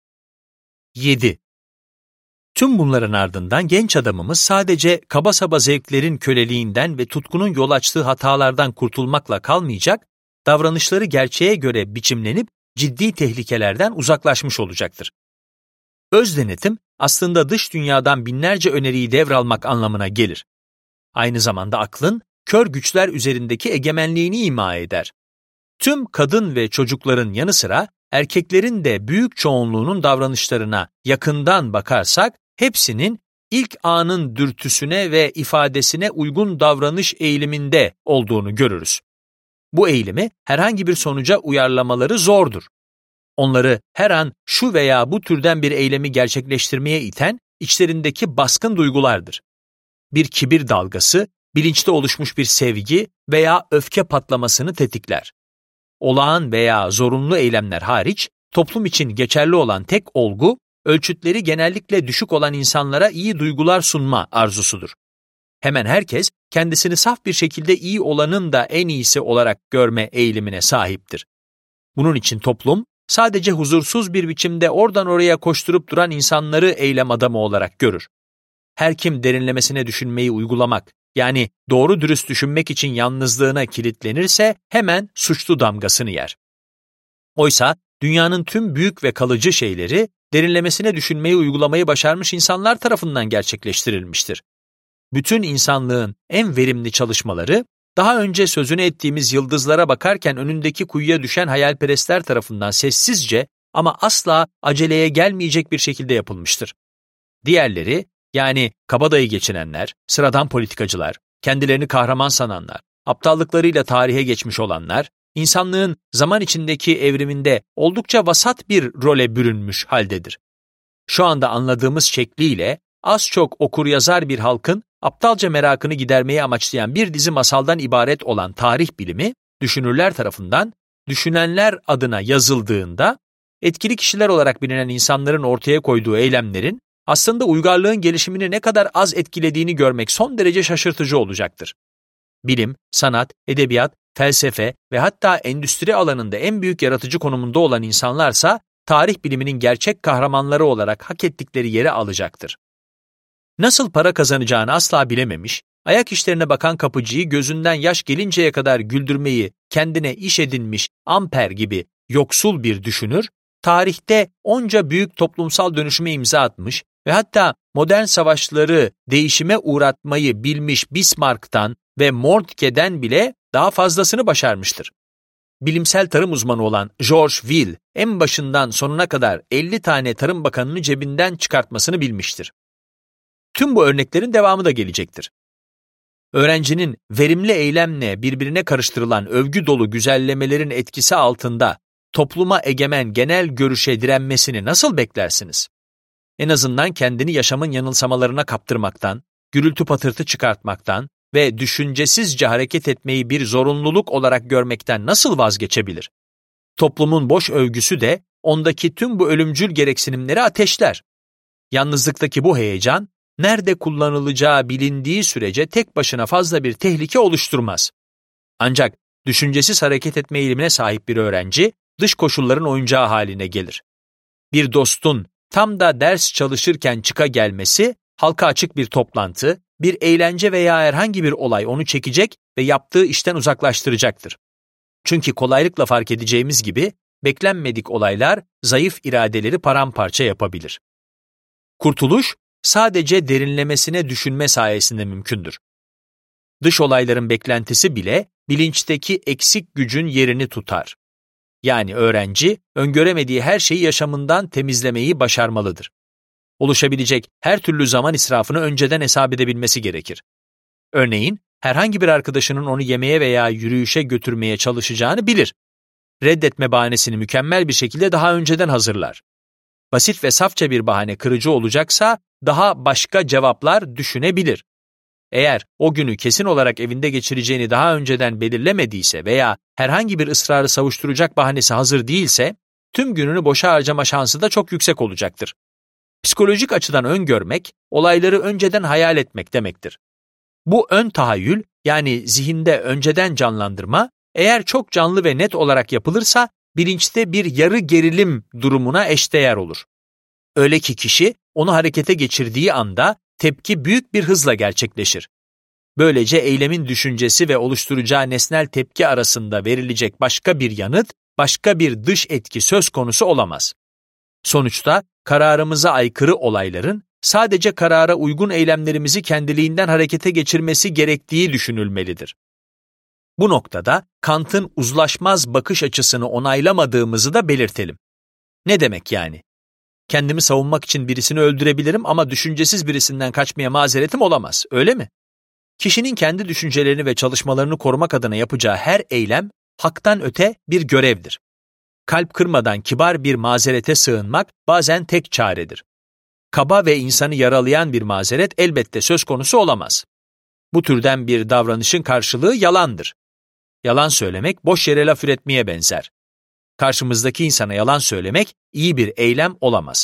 7. Tüm bunların ardından genç adamımız sadece kaba saba zevklerin köleliğinden ve tutkunun yol açtığı hatalardan kurtulmakla kalmayacak, davranışları gerçeğe göre biçimlenip ciddi tehlikelerden uzaklaşmış olacaktır. Öz denetim aslında dış dünyadan binlerce öneriyi devralmak anlamına gelir. Aynı zamanda aklın kör güçler üzerindeki egemenliğini ima eder. Tüm kadın ve çocukların yanı sıra erkeklerin de büyük çoğunluğunun davranışlarına yakından bakarsak, hepsinin ilk anın dürtüsüne ve ifadesine uygun davranış eğiliminde olduğunu görürüz. Bu eğilimi herhangi bir sonuca uyarlamaları zordur. Onları her an şu veya bu türden bir eylemi gerçekleştirmeye iten içlerindeki baskın duygulardır. Bir kibir dalgası, bilinçte oluşmuş bir sevgi veya öfke patlamasını tetikler. Olağan veya zorunlu eylemler hariç, toplum için geçerli olan tek olgu, ölçütleri genellikle düşük olan insanlara iyi duygular sunma arzusudur. Hemen herkes, kendisini saf bir şekilde iyi olanın da en iyisi olarak görme eğilimine sahiptir. Bunun için toplum, sadece huzursuz bir biçimde oradan oraya koşturup duran insanları eylem adamı olarak görür. Her kim derinlemesine düşünmeyi uygulamak, yani doğru dürüst düşünmek için yalnızlığına kilitlenirse hemen suçlu damgasını yer. Oysa dünyanın tüm büyük ve kalıcı şeyleri derinlemesine düşünmeyi uygulamayı başarmış insanlar tarafından gerçekleştirilmiştir. Bütün insanlığın en verimli çalışmaları, daha önce sözünü ettiğimiz yıldızlara bakarken önündeki kuyuya düşen hayalperestler tarafından sessizce ama asla aceleye gelmeyecek bir şekilde yapılmıştır. Diğerleri, yani kabadayı geçinenler, sıradan politikacılar, kendilerini kahraman sananlar, aptallıklarıyla tarihe geçmiş olanlar, insanlığın zaman içindeki evriminde oldukça vasat bir role bürünmüş haldedir. Şu anda anladığımız şekliyle az çok okuryazar bir halkın aptalca merakını gidermeyi amaçlayan bir dizi masaldan ibaret olan tarih bilimi, düşünürler tarafından, düşünenler adına yazıldığında, etkili kişiler olarak bilinen insanların ortaya koyduğu eylemlerin, aslında uygarlığın gelişimini ne kadar az etkilediğini görmek son derece şaşırtıcı olacaktır. Bilim, sanat, edebiyat, felsefe ve hatta endüstri alanında en büyük yaratıcı konumunda olan insanlarsa, tarih biliminin gerçek kahramanları olarak hak ettikleri yeri alacaktır. Nasıl para kazanacağını asla bilememiş, ayak işlerine bakan kapıcıyı gözünden yaş gelinceye kadar güldürmeyi kendine iş edinmiş Amper gibi yoksul bir düşünür, tarihte onca büyük toplumsal dönüşüme imza atmış ve hatta modern savaşları değişime uğratmayı bilmiş Bismarck'tan ve Moltke'den bile daha fazlasını başarmıştır. Bilimsel tarım uzmanı olan George Will, en başından sonuna kadar 50 tane tarım bakanını cebinden çıkartmasını bilmiştir. Tüm bu örneklerin devamı da gelecektir. Öğrencinin verimli eylemle birbirine karıştırılan övgü dolu güzellemelerin etkisi altında topluma egemen genel görüşe direnmesini nasıl beklersiniz? En azından kendini yaşamın yanılsamalarına kaptırmaktan, gürültü patırtı çıkartmaktan ve düşüncesizce hareket etmeyi bir zorunluluk olarak görmekten nasıl vazgeçebilir? Toplumun boş övgüsü de ondaki tüm bu ölümcül gereksinimleri ateşler. Yalnızlıktaki bu heyecan, nerede kullanılacağı bilindiği sürece tek başına fazla bir tehlike oluşturmaz. Ancak düşüncesiz hareket etme eğilimine sahip bir öğrenci, dış koşulların oyuncağı haline gelir. Bir dostun tam da ders çalışırken çıka gelmesi, halka açık bir toplantı, bir eğlence veya herhangi bir olay onu çekecek ve yaptığı işten uzaklaştıracaktır. Çünkü kolaylıkla fark edeceğimiz gibi, beklenmedik olaylar zayıf iradeleri paramparça yapabilir. Kurtuluş, sadece derinlemesine düşünme sayesinde mümkündür. Dış olayların beklentisi bile bilinçteki eksik gücün yerini tutar. Yani öğrenci, öngöremediği her şeyi yaşamından temizlemeyi başarmalıdır. Oluşabilecek her türlü zaman israfını önceden hesap edebilmesi gerekir. Örneğin, herhangi bir arkadaşının onu yemeğe veya yürüyüşe götürmeye çalışacağını bilir. Reddetme bahanesini mükemmel bir şekilde daha önceden hazırlar. Basit ve safça bir bahane kırıcı olacaksa, daha başka cevaplar düşünebilir. Eğer o günü kesin olarak evinde geçireceğini daha önceden belirlemediyse veya herhangi bir ısrarı savuşturacak bahanesi hazır değilse, tüm gününü boşa harcama şansı da çok yüksek olacaktır. Psikolojik açıdan öngörmek, olayları önceden hayal etmek demektir. Bu ön tahayyül, yani zihinde önceden canlandırma, eğer çok canlı ve net olarak yapılırsa, bilinçte bir yarı gerilim durumuna eşdeğer olur. Öyle ki kişi, onu harekete geçirdiği anda, tepki büyük bir hızla gerçekleşir. Böylece eylemin düşüncesi ve oluşturacağı nesnel tepki arasında verilecek başka bir yanıt, başka bir dış etki söz konusu olamaz. Sonuçta, kararımıza aykırı olayların, sadece karara uygun eylemlerimizi kendiliğinden harekete geçirmesi gerektiği düşünülmelidir. Bu noktada, Kant'ın uzlaşmaz bakış açısını onaylamadığımızı da belirtelim. Ne demek yani? Kendimi savunmak için birisini öldürebilirim ama düşüncesiz birisinden kaçmaya mazeretim olamaz, öyle mi? Kişinin kendi düşüncelerini ve çalışmalarını korumak adına yapacağı her eylem, haktan öte bir görevdir. Kalp kırmadan kibar bir mazerete sığınmak bazen tek çaredir. Kaba ve insanı yaralayan bir mazeret elbette söz konusu olamaz. Bu türden bir davranışın karşılığı yalandır. Yalan söylemek boş yere laf üretmeye benzer. Karşımızdaki insana yalan söylemek iyi bir eylem olamaz.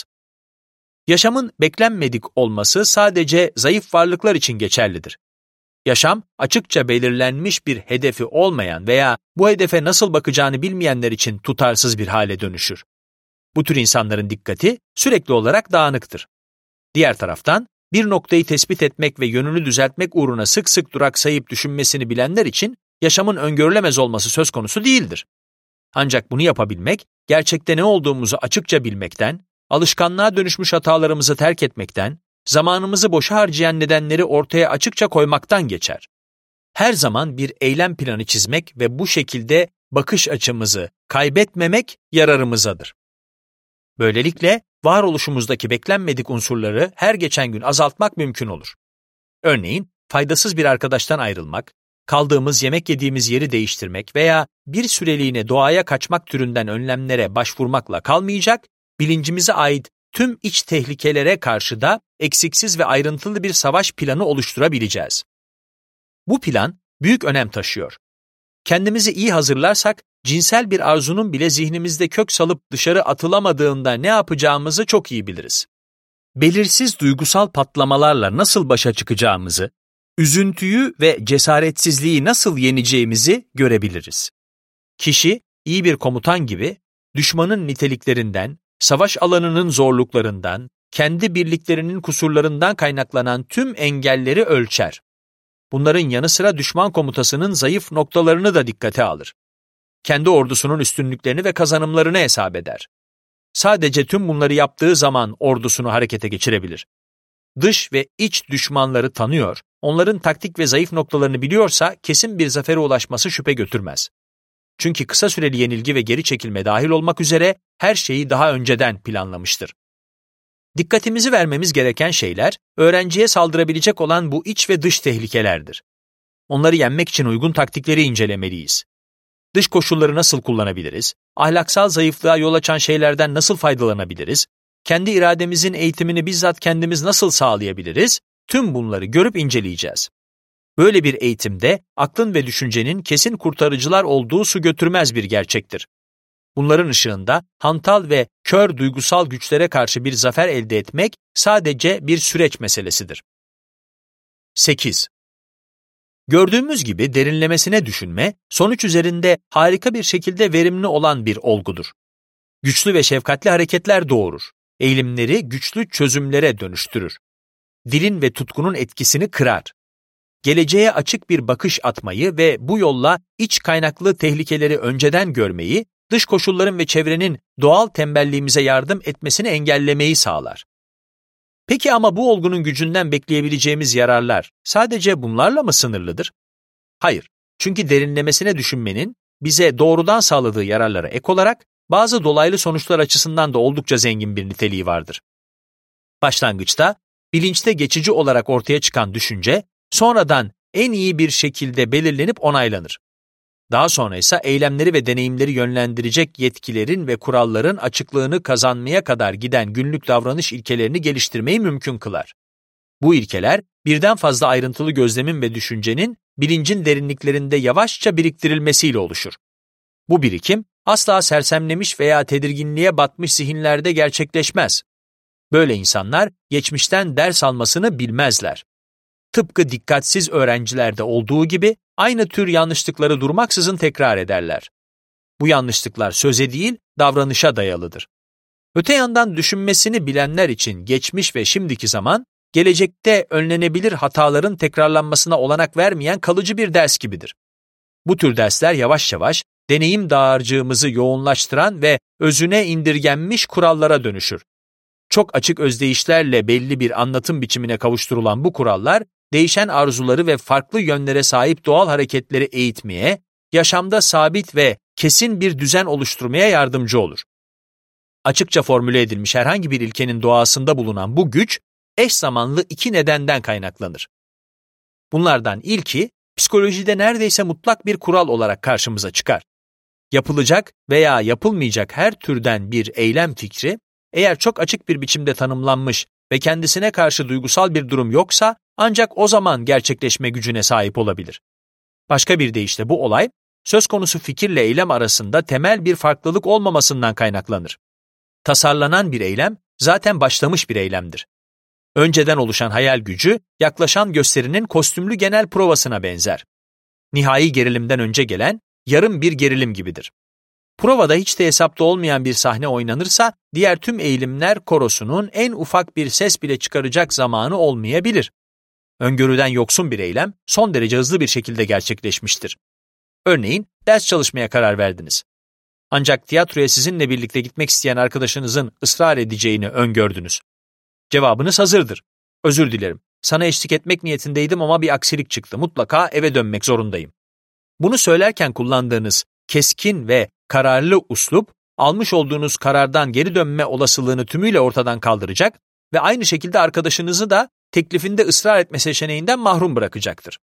Yaşamın beklenmedik olması sadece zayıf varlıklar için geçerlidir. Yaşam, açıkça belirlenmiş bir hedefi olmayan veya bu hedefe nasıl bakacağını bilmeyenler için tutarsız bir hale dönüşür. Bu tür insanların dikkati sürekli olarak dağınıktır. Diğer taraftan, bir noktayı tespit etmek ve yönünü düzeltmek uğruna sık sık duraksayıp düşünmesini bilenler için yaşamın öngörülemez olması söz konusu değildir. Ancak bunu yapabilmek, gerçekte ne olduğumuzu açıkça bilmekten, alışkanlığa dönüşmüş hatalarımızı terk etmekten, zamanımızı boşa harcayan nedenleri ortaya açıkça koymaktan geçer. Her zaman bir eylem planı çizmek ve bu şekilde bakış açımızı kaybetmemek yararımızadır. Böylelikle varoluşumuzdaki beklenmedik unsurları her geçen gün azaltmak mümkün olur. Örneğin, faydasız bir arkadaştan ayrılmak, kaldığımız yemek yediğimiz yeri değiştirmek veya bir süreliğine doğaya kaçmak türünden önlemlere başvurmakla kalmayacak, bilincimize ait tüm iç tehlikelere karşı da eksiksiz ve ayrıntılı bir savaş planı oluşturabileceğiz. Bu plan büyük önem taşıyor. Kendimizi iyi hazırlarsak, cinsel bir arzunun bile zihnimizde kök salıp dışarı atılamadığında ne yapacağımızı çok iyi biliriz. Belirsiz duygusal patlamalarla nasıl başa çıkacağımızı, üzüntüyü ve cesaretsizliği nasıl yeneceğimizi görebiliriz. Kişi, iyi bir komutan gibi, düşmanın niteliklerinden, savaş alanının zorluklarından, kendi birliklerinin kusurlarından kaynaklanan tüm engelleri ölçer. Bunların yanı sıra düşman komutasının zayıf noktalarını da dikkate alır. Kendi ordusunun üstünlüklerini ve kazanımlarını hesap eder. Sadece tüm bunları yaptığı zaman ordusunu harekete geçirebilir. Dış ve iç düşmanları tanıyor, onların taktik ve zayıf noktalarını biliyorsa kesin bir zafere ulaşması şüphe götürmez. Çünkü kısa süreli yenilgi ve geri çekilme dahil olmak üzere her şeyi daha önceden planlamıştır. Dikkatimizi vermemiz gereken şeyler, öğrenciye saldırabilecek olan bu iç ve dış tehlikelerdir. Onları yenmek için uygun taktikleri incelemeliyiz. Dış koşulları nasıl kullanabiliriz? Ahlaksal zayıflığa yol açan şeylerden nasıl faydalanabiliriz? Kendi irademizin eğitimini bizzat kendimiz nasıl sağlayabiliriz? Tüm bunları görüp inceleyeceğiz. Böyle bir eğitimde aklın ve düşüncenin kesin kurtarıcılar olduğu su götürmez bir gerçektir. Bunların ışığında hantal ve kör duygusal güçlere karşı bir zafer elde etmek sadece bir süreç meselesidir. 8. Gördüğümüz gibi derinlemesine düşünme, sonuç üzerinde harika bir şekilde verimli olan bir olgudur. Güçlü ve şefkatli hareketler doğurur. Eğilimleri güçlü çözümlere dönüştürür. dilin ve tutkunun etkisini kırar. Geleceğe açık bir bakış atmayı ve bu yolla iç kaynaklı tehlikeleri önceden görmeyi, dış koşulların ve çevrenin doğal tembelliğimize yardım etmesini engellemeyi sağlar. Peki ama bu olgunun gücünden bekleyebileceğimiz yararlar sadece bunlarla mı sınırlıdır? Hayır, çünkü derinlemesine düşünmenin bize doğrudan sağladığı yararlara ek olarak bazı dolaylı sonuçlar açısından da oldukça zengin bir niteliği vardır. Başlangıçta, bilinçte geçici olarak ortaya çıkan düşünce, sonradan en iyi bir şekilde belirlenip onaylanır. Daha sonra ise eylemleri ve deneyimleri yönlendirecek yetkilerin ve kuralların açıklığını kazanmaya kadar giden günlük davranış ilkelerini geliştirmeyi mümkün kılar. Bu ilkeler, birden fazla ayrıntılı gözlemin ve düşüncenin bilincin derinliklerinde yavaşça biriktirilmesiyle oluşur. Bu birikim, asla sersemlemiş veya tedirginliğe batmış zihinlerde gerçekleşmez. Böyle insanlar, geçmişten ders almasını bilmezler. Tıpkı dikkatsiz öğrencilerde olduğu gibi, aynı tür yanlışlıkları durmaksızın tekrar ederler. Bu yanlışlıklar söze değil, davranışa dayalıdır. Öte yandan düşünmesini bilenler için geçmiş ve şimdiki zaman, gelecekte önlenebilir hataların tekrarlanmasına olanak vermeyen kalıcı bir ders gibidir. Bu tür dersler yavaş yavaş, deneyim dağarcığımızı yoğunlaştıran ve özüne indirgenmiş kurallara dönüşür. Çok açık özdeyişlerle belli bir anlatım biçimine kavuşturulan bu kurallar, değişen arzuları ve farklı yönlere sahip doğal hareketleri eğitmeye, yaşamda sabit ve kesin bir düzen oluşturmaya yardımcı olur. Açıkça formüle edilmiş herhangi bir ilkenin doğasında bulunan bu güç, eş zamanlı iki nedenden kaynaklanır. Bunlardan ilki, psikolojide neredeyse mutlak bir kural olarak karşımıza çıkar. Yapılacak veya yapılmayacak her türden bir eylem fikri, eğer çok açık bir biçimde tanımlanmış ve kendisine karşı duygusal bir durum yoksa, ancak o zaman gerçekleşme gücüne sahip olabilir. Başka bir deyişle bu olay, söz konusu fikirle eylem arasında temel bir farklılık olmamasından kaynaklanır. Tasarlanan bir eylem, zaten başlamış bir eylemdir. Önceden oluşan hayal gücü, yaklaşan gösterinin kostümlü genel provasına benzer. Nihai gerilimden önce gelen, yarım bir gerilim gibidir. Provada hiç de hesapta olmayan bir sahne oynanırsa, diğer tüm eğilimler korosunun en ufak bir ses bile çıkaracak zamanı olmayabilir. Öngörüden yoksun bir eylem, son derece hızlı bir şekilde gerçekleşmiştir. Örneğin, ders çalışmaya karar verdiniz. Ancak tiyatroya sizinle birlikte gitmek isteyen arkadaşınızın ısrar edeceğini öngördünüz. Cevabınız hazırdır. Özür dilerim, sana eşlik etmek niyetindeydim ama bir aksilik çıktı. Mutlaka eve dönmek zorundayım. Bunu söylerken kullandığınız keskin ve kararlı üslup, almış olduğunuz karardan geri dönme olasılığını tümüyle ortadan kaldıracak ve aynı şekilde arkadaşınızı da teklifinde ısrar etme seçeneğinden mahrum bırakacaktır.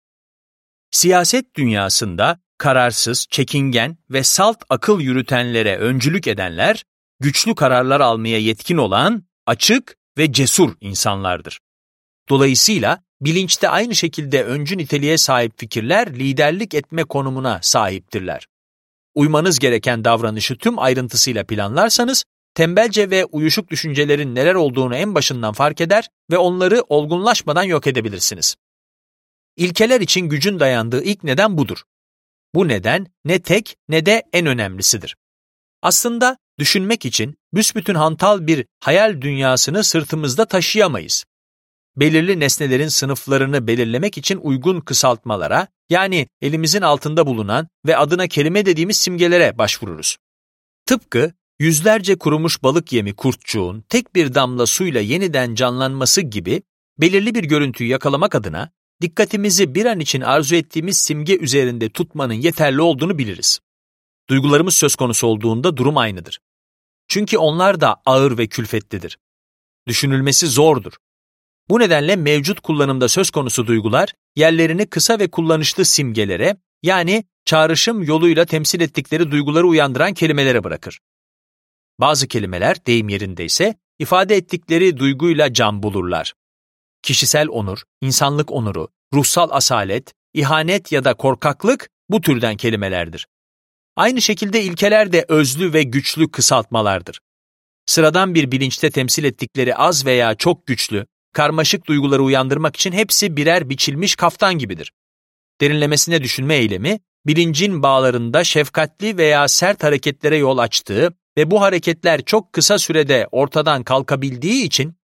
Siyaset dünyasında kararsız, çekingen ve salt akıl yürütenlere öncülük edenler, güçlü kararlar almaya yetkin olan, açık ve cesur insanlardır. Dolayısıyla bilinçte aynı şekilde öncü niteliğe sahip fikirler liderlik etme konumuna sahiptirler. Uymanız gereken davranışı tüm ayrıntısıyla planlarsanız, tembelce ve uyuşuk düşüncelerin neler olduğunu en başından fark eder ve onları olgunlaşmadan yok edebilirsiniz. İlkeler için gücün dayandığı ilk neden budur. Bu neden ne tek ne de en önemlisidir. Aslında düşünmek için büsbütün hantal bir hayal dünyasını sırtımızda taşıyamayız. Belirli nesnelerin sınıflarını belirlemek için uygun kısaltmalara, yani elimizin altında bulunan ve adına kelime dediğimiz simgelere başvururuz. Tıpkı yüzlerce kurumuş balık yemi kurtçuğun tek bir damla suyla yeniden canlanması gibi belirli bir görüntüyü yakalamak adına dikkatimizi bir an için arzu ettiğimiz simge üzerinde tutmanın yeterli olduğunu biliriz. Duygularımız söz konusu olduğunda durum aynıdır. Çünkü onlar da ağır ve külfetlidir. Düşünülmesi zordur. Bu nedenle mevcut kullanımda söz konusu duygular, yerlerini kısa ve kullanışlı simgelere, yani çağrışım yoluyla temsil ettikleri duyguları uyandıran kelimelere bırakır. Bazı kelimeler, deyim yerindeyse, ifade ettikleri duyguyla can bulurlar. Kişisel onur, insanlık onuru, ruhsal asalet, ihanet ya da korkaklık bu türden kelimelerdir. Aynı şekilde ilkeler de özlü ve güçlü kısaltmalardır. Sıradan bir bilinçte temsil ettikleri az veya çok güçlü, karmaşık duyguları uyandırmak için hepsi birer biçilmiş kaftan gibidir. Derinlemesine düşünme eylemi, bilincin bağlarında şefkatli veya sert hareketlere yol açtığı ve bu hareketler çok kısa sürede ortadan kalkabildiği için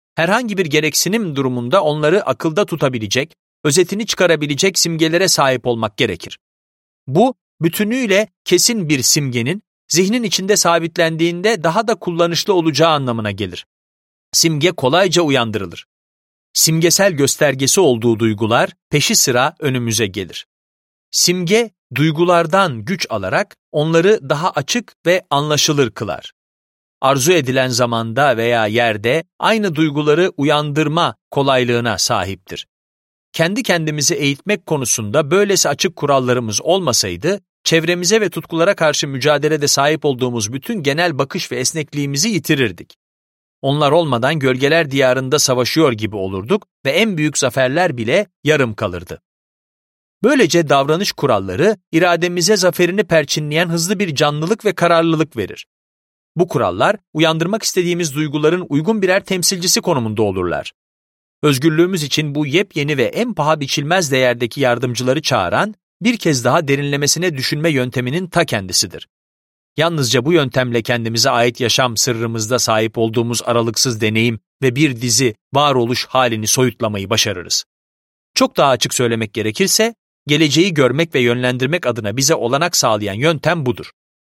Herhangi bir gereksinim durumunda onları akılda tutabilecek, özetini çıkarabilecek simgelere sahip olmak gerekir. Bu, bütünüyle kesin bir simgenin zihnin içinde sabitlendiğinde daha da kullanışlı olacağı anlamına gelir. Simge kolayca uyandırılır. Simgesel göstergesi olduğu duygular peşi sıra önümüze gelir. Simge, duygulardan güç alarak onları daha açık ve anlaşılır kılar. Arzu edilen zamanda veya yerde aynı duyguları uyandırma kolaylığına sahiptir. Kendi kendimizi eğitmek konusunda böylesi açık kurallarımız olmasaydı, çevremize ve tutkulara karşı mücadelede sahip olduğumuz bütün genel bakış ve esnekliğimizi yitirirdik. Onlar olmadan gölgeler diyarında savaşıyor gibi olurduk ve en büyük zaferler bile yarım kalırdı. Böylece davranış kuralları, irademize zaferini perçinleyen hızlı bir canlılık ve kararlılık verir. Bu kurallar, uyandırmak istediğimiz duyguların uygun birer temsilcisi konumunda olurlar. Özgürlüğümüz için bu yepyeni ve en paha biçilmez değerdeki yardımcıları çağıran, bir kez daha derinlemesine düşünme yönteminin ta kendisidir. Yalnızca bu yöntemle kendimize ait yaşam sırrımızda sahip olduğumuz aralıksız deneyim ve bir dizi varoluş halini soyutlamayı başarırız. Çok daha açık söylemek gerekirse, geleceği görmek ve yönlendirmek adına bize olanak sağlayan yöntem budur.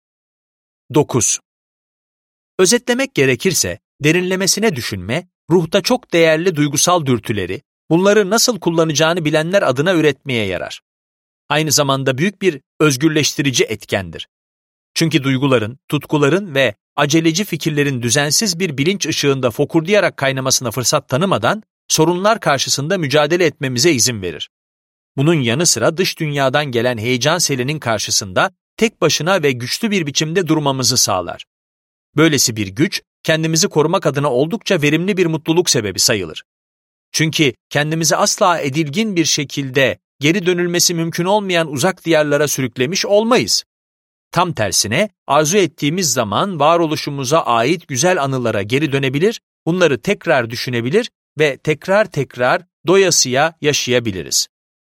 9. Özetlemek gerekirse, derinlemesine düşünme, ruhta çok değerli duygusal dürtüleri, bunları nasıl kullanacağını bilenler adına üretmeye yarar. Aynı zamanda büyük bir özgürleştirici etkendir. Çünkü duyguların, tutkuların ve aceleci fikirlerin düzensiz bir bilinç ışığında fokurdayarak kaynamasına fırsat tanımadan, sorunlar karşısında mücadele etmemize izin verir. Bunun yanı sıra dış dünyadan gelen heyecan selinin karşısında tek başına ve güçlü bir biçimde durmamızı sağlar. Böylesi bir güç, kendimizi korumak adına oldukça verimli bir mutluluk sebebi sayılır. Çünkü kendimizi asla edilgin bir şekilde geri dönülmesi mümkün olmayan uzak diyarlara sürüklemiş olmayız. Tam tersine, arzu ettiğimiz zaman varoluşumuza ait güzel anılara geri dönebilir, bunları tekrar düşünebilir ve tekrar doyasıya yaşayabiliriz.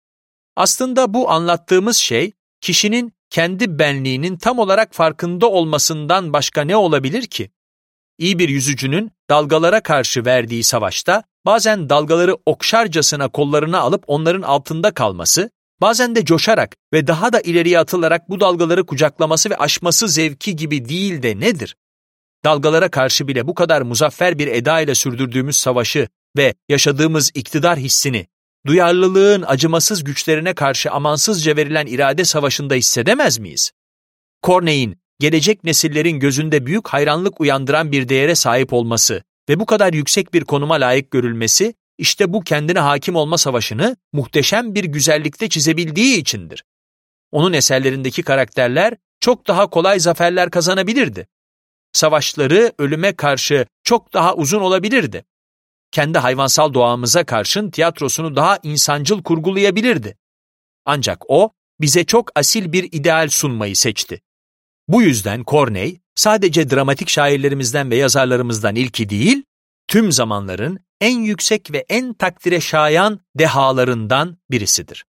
Aslında bu anlattığımız şey, kişinin kendi benliğinin tam olarak farkında olmasından başka ne olabilir ki? İyi bir yüzücünün dalgalara karşı verdiği savaşta, bazen dalgaları okşarcasına kollarına alıp onların altında kalması, bazen de coşarak ve daha da ileriye atılarak bu dalgaları kucaklaması ve aşması zevki gibi değil de nedir? Dalgalara karşı bile bu kadar muzaffer bir eda ile sürdürdüğümüz savaşı ve yaşadığımız iktidar hissini, duyarlılığın acımasız güçlerine karşı amansızca verilen irade savaşında hissedemez miyiz? Corneille'in, gelecek nesillerin gözünde büyük hayranlık uyandıran bir değere sahip olması ve bu kadar yüksek bir konuma layık görülmesi, işte bu kendine hakim olma savaşını muhteşem bir güzellikte çizebildiği içindir. Onun eserlerindeki karakterler çok daha kolay zaferler kazanabilirdi. Savaşları ölüme karşı çok daha uzun olabilirdi. Kendi hayvansal doğamıza karşın tiyatrosunu daha insancıl kurgulayabilirdi. Ancak o, bize çok asil bir ideal sunmayı seçti. Bu yüzden Corneille, sadece dramatik şairlerimizden ve yazarlarımızdan ilki değil, tüm zamanların en yüksek ve en takdire şayan dehalarından birisidir.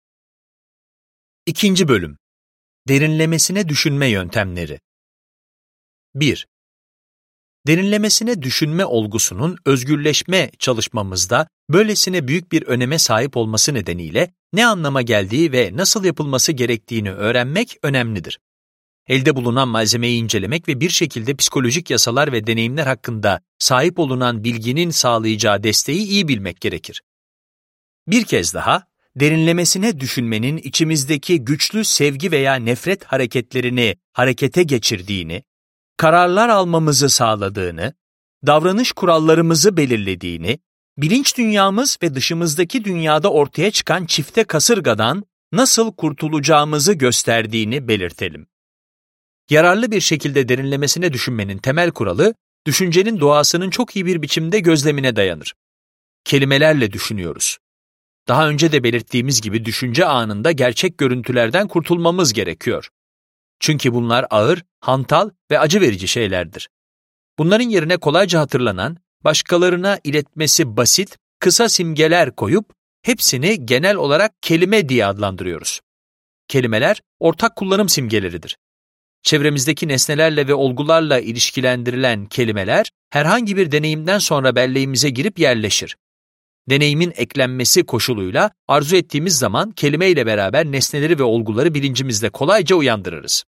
2. Bölüm. Derinlemesine düşünme yöntemleri. 1. Derinlemesine düşünme olgusunun özgürleşme çalışmamızda böylesine büyük bir öneme sahip olması nedeniyle ne anlama geldiği ve nasıl yapılması gerektiğini öğrenmek önemlidir. Elde bulunan malzemeyi incelemek ve bir şekilde psikolojik yasalar ve deneyimler hakkında sahip olunan bilginin sağlayacağı desteği iyi bilmek gerekir. Bir kez daha, derinlemesine düşünmenin içimizdeki güçlü sevgi veya nefret hareketlerini harekete geçirdiğini, kararlar almamızı sağladığını, davranış kurallarımızı belirlediğini, bilinç dünyamız ve dışımızdaki dünyada ortaya çıkan çifte kasırgadan nasıl kurtulacağımızı gösterdiğini belirtelim. Yararlı bir şekilde derinlemesine düşünmenin temel kuralı, düşüncenin doğasının çok iyi bir biçimde gözlemine dayanır. Kelimelerle düşünüyoruz. Daha önce de belirttiğimiz gibi düşünce anında gerçek görüntülerden kurtulmamız gerekiyor. Çünkü bunlar ağır, hantal ve acı verici şeylerdir. Bunların yerine kolayca hatırlanan, başkalarına iletmesi basit, kısa simgeler koyup, hepsini genel olarak kelime diye adlandırıyoruz. Kelimeler, ortak kullanım simgeleridir. Çevremizdeki nesnelerle ve olgularla ilişkilendirilen kelimeler herhangi bir deneyimden sonra belleğimize girip yerleşir. Deneyimin eklenmesi koşuluyla arzu ettiğimiz zaman kelimeyle beraber nesneleri ve olguları bilincimizde kolayca uyandırırız.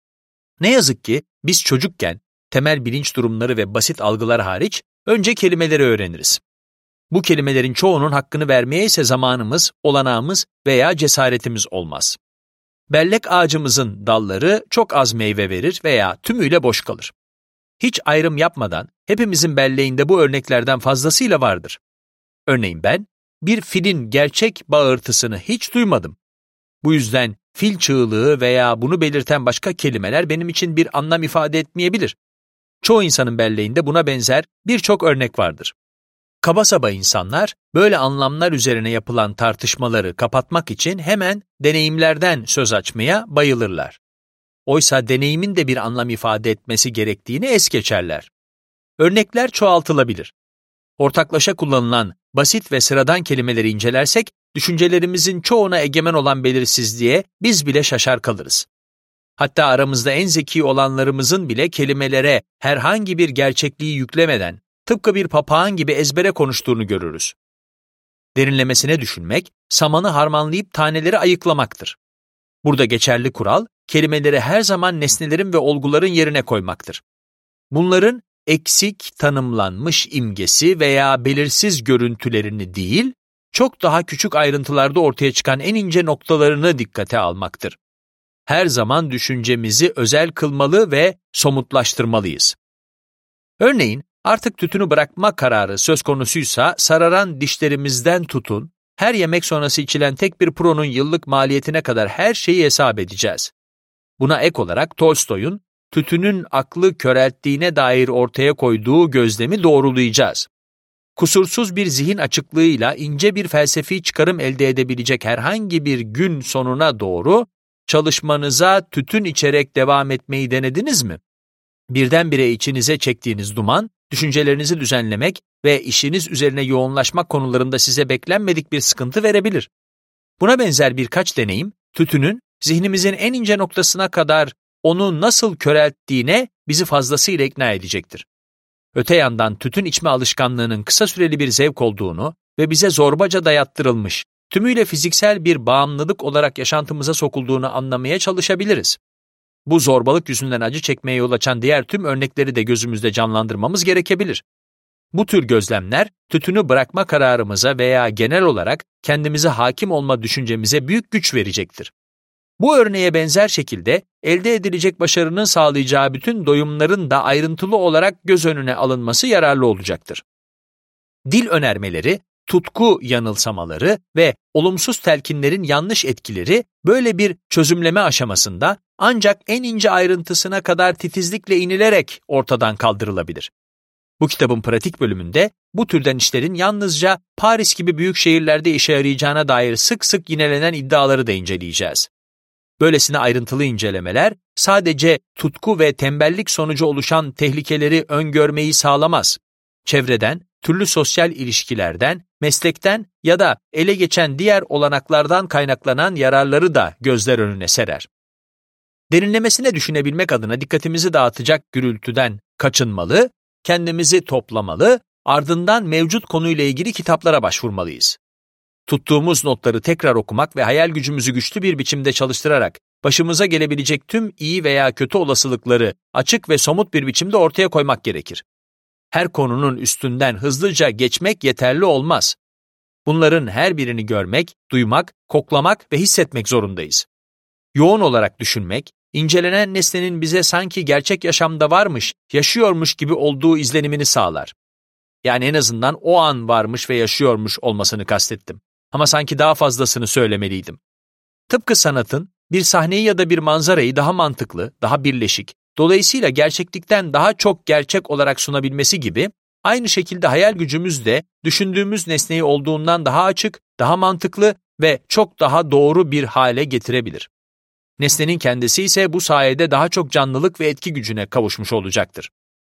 Ne yazık ki biz çocukken temel bilinç durumları ve basit algılar hariç önce kelimeleri öğreniriz. Bu kelimelerin çoğunun hakkını vermeye ise zamanımız, olanağımız veya cesaretimiz olmaz. Bellek ağacımızın dalları çok az meyve verir veya tümüyle boş kalır. Hiç ayrım yapmadan hepimizin belleğinde bu örneklerden fazlasıyla vardır. Örneğin ben, bir filin gerçek bağırtısını hiç duymadım. Bu yüzden fil çığlığı veya bunu belirten başka kelimeler benim için bir anlam ifade etmeyebilir. Çoğu insanın belleğinde buna benzer birçok örnek vardır. Kaba saba insanlar böyle anlamlar üzerine yapılan tartışmaları kapatmak için hemen deneyimlerden söz açmaya bayılırlar. Oysa deneyimin de bir anlam ifade etmesi gerektiğini es geçerler. Örnekler çoğaltılabilir. Ortaklaşa kullanılan basit ve sıradan kelimeleri incelersek, düşüncelerimizin çoğuna egemen olan belirsizliğe biz bile şaşar kalırız. Hatta aramızda en zeki olanlarımızın bile kelimelere herhangi bir gerçekliği yüklemeden, tıpkı bir papağan gibi ezbere konuştuğunu görürüz. Derinlemesine düşünmek, samanı harmanlayıp taneleri ayıklamaktır. Burada geçerli kural, kelimeleri her zaman nesnelerin ve olguların yerine koymaktır. Bunların eksik tanımlanmış imgesi veya belirsiz görüntülerini değil, çok daha küçük ayrıntılarda ortaya çıkan en ince noktalarını dikkate almaktır. Her zaman düşüncemizi özel kılmalı ve somutlaştırmalıyız. Örneğin, artık tütünü bırakma kararı söz konusuysa sararan dişlerimizden tutun, her yemek sonrası içilen tek bir puronun yıllık maliyetine kadar her şeyi hesap edeceğiz. Buna ek olarak Tolstoy'un tütünün aklı körelttiğine dair ortaya koyduğu gözlemi doğrulayacağız. Kusursuz bir zihin açıklığıyla ince bir felsefi çıkarım elde edebilecek herhangi bir gün sonuna doğru çalışmanıza tütün içerek devam etmeyi denediniz mi? Birdenbire içinize çektiğiniz duman, düşüncelerinizi düzenlemek ve işiniz üzerine yoğunlaşmak konularında size beklenmedik bir sıkıntı verebilir. Buna benzer birkaç deneyim, tütünün zihnimizin en ince noktasına kadar onu nasıl körelttiğine bizi fazlasıyla ikna edecektir. Öte yandan tütün içme alışkanlığının kısa süreli bir zevk olduğunu ve bize zorbaca dayattırılmış, tümüyle fiziksel bir bağımlılık olarak yaşantımıza sokulduğunu anlamaya çalışabiliriz. Bu zorbalık yüzünden acı çekmeye yol açan diğer tüm örnekleri de gözümüzde canlandırmamız gerekebilir. Bu tür gözlemler, tütünü bırakma kararımıza veya genel olarak kendimize hakim olma düşüncemize büyük güç verecektir. Bu örneğe benzer şekilde elde edilecek başarının sağlayacağı bütün doyumların da ayrıntılı olarak göz önüne alınması yararlı olacaktır. Dil önermeleri, tutku yanılsamaları ve olumsuz telkinlerin yanlış etkileri böyle bir çözümleme aşamasında ancak en ince ayrıntısına kadar titizlikle inilerek ortadan kaldırılabilir. Bu kitabın pratik bölümünde bu türden işlerin yalnızca Paris gibi büyük şehirlerde işe yarayacağına dair sık sık yinelenen iddiaları da inceleyeceğiz. Böylesine ayrıntılı incelemeler sadece tutku ve tembellik sonucu oluşan tehlikeleri öngörmeyi sağlamaz. Çevreden, türlü sosyal ilişkilerden, meslekten ya da ele geçen diğer olanaklardan kaynaklanan yararları da gözler önüne serer. Derinlemesine düşünebilmek adına dikkatimizi dağıtacak gürültüden kaçınmalı, kendimizi toplamalı, ardından mevcut konuyla ilgili kitaplara başvurmalıyız. Tuttuğumuz notları tekrar okumak ve hayal gücümüzü güçlü bir biçimde çalıştırarak başımıza gelebilecek tüm iyi veya kötü olasılıkları açık ve somut bir biçimde ortaya koymak gerekir. Her konunun üstünden hızlıca geçmek yeterli olmaz. Bunların her birini görmek, duymak, koklamak ve hissetmek zorundayız. Yoğun olarak düşünmek, incelenen nesnenin bize sanki gerçek yaşamda varmış, yaşıyormuş gibi olduğu izlenimini sağlar. Yani en azından o an varmış ve yaşıyormuş olmasını kastettim. Ama sanki daha fazlasını söylemeliydim. Tıpkı sanatın bir sahneyi ya da bir manzarayı daha mantıklı, daha birleşik, dolayısıyla gerçeklikten daha çok gerçek olarak sunabilmesi gibi, aynı şekilde hayal gücümüz de düşündüğümüz nesneyi olduğundan daha açık, daha mantıklı ve çok daha doğru bir hale getirebilir. Nesnenin kendisi ise bu sayede daha çok canlılık ve etki gücüne kavuşmuş olacaktır.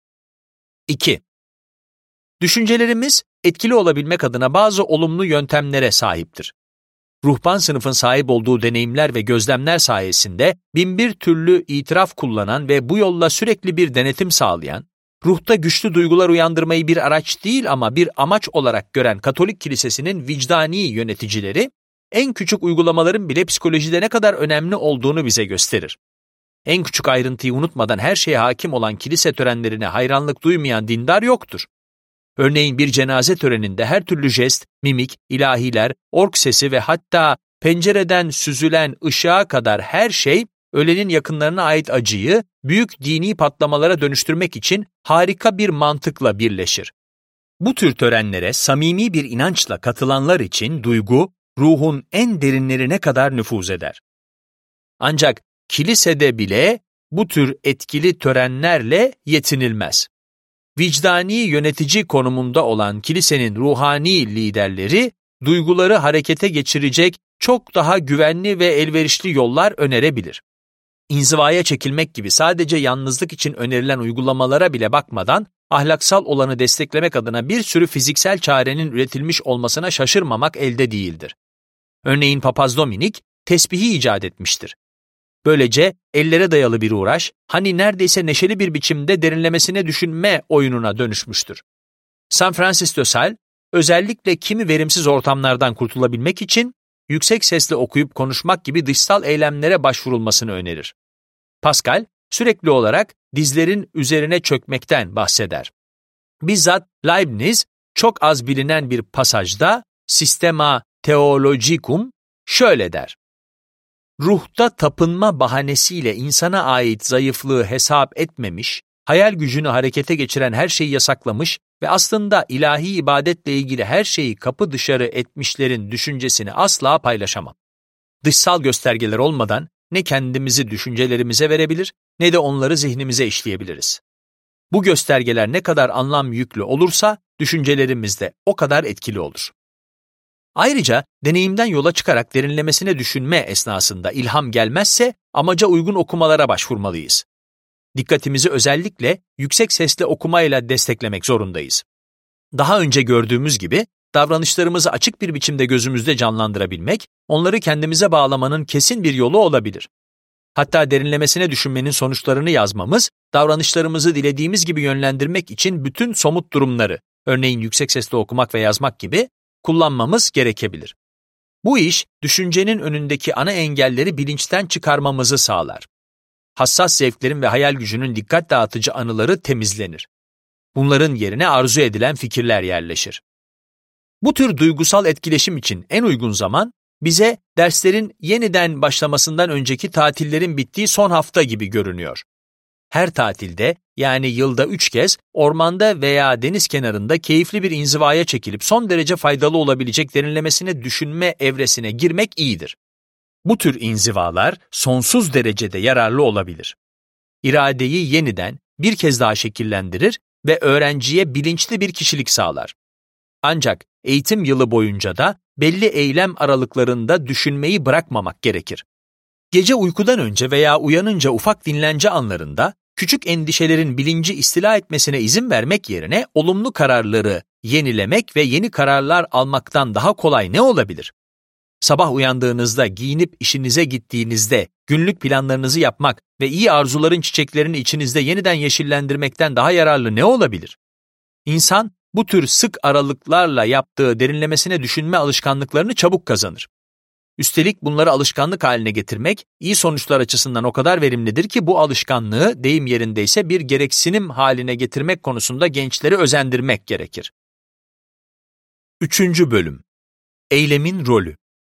2. Düşüncelerimiz etkili olabilmek adına bazı olumlu yöntemlere sahiptir. Ruhban sınıfın sahip olduğu deneyimler ve gözlemler sayesinde binbir türlü itiraf kullanan ve bu yolla sürekli bir denetim sağlayan, ruhta güçlü duygular uyandırmayı bir araç değil ama bir amaç olarak gören Katolik Kilisesi'nin vicdani yöneticileri, en küçük uygulamaların bile psikolojide ne kadar önemli olduğunu bize gösterir. En küçük ayrıntıyı unutmadan her şeye hakim olan kilise törenlerine hayranlık duymayan dindar yoktur. Örneğin bir cenaze töreninde her türlü jest, mimik, ilahiler, org sesi ve hatta pencereden süzülen ışığa kadar her şey, ölenin yakınlarına ait acıyı büyük dini patlamalara dönüştürmek için harika bir mantıkla birleşir. Bu tür törenlere samimi bir inançla katılanlar için duygu, ruhun en derinlerine kadar nüfuz eder. Ancak kilisede bile bu tür etkili törenlerle yetinilmez. Vicdani yönetici konumunda olan kilisenin ruhani liderleri, duyguları harekete geçirecek çok daha güvenli ve elverişli yollar önerebilir. İnzivaya çekilmek gibi sadece yalnızlık için önerilen uygulamalara bile bakmadan, ahlaksal olanı desteklemek adına bir sürü fiziksel çarenin üretilmiş olmasına şaşırmamak elde değildir. Örneğin Papaz Dominik, tesbihi icat etmiştir. Böylece ellere dayalı bir uğraş, neredeyse neşeli bir biçimde derinlemesine düşünme oyununa dönüşmüştür. San Francis de Sales, özellikle kimi verimsiz ortamlardan kurtulabilmek için yüksek sesle okuyup konuşmak gibi dışsal eylemlere başvurulmasını önerir. Pascal, sürekli olarak dizlerin üzerine çökmekten bahseder. Bizzat Leibniz, çok az bilinen bir pasajda Systema Theologicum şöyle der: ruhta tapınma bahanesiyle insana ait zayıflığı hesap etmemiş, hayal gücünü harekete geçiren her şeyi yasaklamış ve aslında ilahi ibadetle ilgili her şeyi kapı dışarı etmişlerin düşüncesini asla paylaşamam. Dışsal göstergeler olmadan ne kendimizi düşüncelerimize verebilir ne de onları zihnimize işleyebiliriz. Bu göstergeler ne kadar anlam yüklü olursa düşüncelerimiz de o kadar etkili olur. Ayrıca deneyimden yola çıkarak derinlemesine düşünme esnasında ilham gelmezse amaca uygun okumalara başvurmalıyız. Dikkatimizi özellikle yüksek sesle okumayla desteklemek zorundayız. Daha önce gördüğümüz gibi davranışlarımızı açık bir biçimde gözümüzde canlandırabilmek, onları kendimize bağlamanın kesin bir yolu olabilir. Hatta derinlemesine düşünmenin sonuçlarını yazmamız, davranışlarımızı dilediğimiz gibi yönlendirmek için bütün somut durumları, örneğin yüksek sesle okumak ve yazmak gibi, kullanmamız gerekebilir. Bu iş, düşüncenin önündeki ana engelleri bilinçten çıkarmamızı sağlar. Hassas zevklerin ve hayal gücünün dikkat dağıtıcı anıları temizlenir. Bunların yerine arzu edilen fikirler yerleşir. Bu tür duygusal etkileşim için en uygun zaman, bize derslerin yeniden başlamasından önceki tatillerin bittiği son hafta gibi görünüyor. Her tatilde, yani yılda 3 kez, ormanda veya deniz kenarında keyifli bir inzivaya çekilip son derece faydalı olabilecek derinlemesine düşünme evresine girmek iyidir. Bu tür inzivalar sonsuz derecede yararlı olabilir. İradeyi yeniden bir kez daha şekillendirir ve öğrenciye bilinçli bir kişilik sağlar. Ancak eğitim yılı boyunca da belli eylem aralıklarında düşünmeyi bırakmamak gerekir. Gece uykudan önce veya uyanınca ufak dinlence anlarında küçük endişelerin bilinci istila etmesine izin vermek yerine olumlu kararları yenilemek ve yeni kararlar almaktan daha kolay ne olabilir? Sabah uyandığınızda, giyinip işinize gittiğinizde günlük planlarınızı yapmak ve iyi arzuların çiçeklerini içinizde yeniden yeşillendirmekten daha yararlı ne olabilir? İnsan bu tür sık aralıklarla yaptığı derinlemesine düşünme alışkanlıklarını çabuk kazanır. Üstelik bunları alışkanlık haline getirmek iyi sonuçlar açısından o kadar verimlidir ki bu alışkanlığı deyim yerindeyse bir gereksinim haline getirmek konusunda gençleri özendirmek gerekir. 3. Bölüm. Eylemin rolü.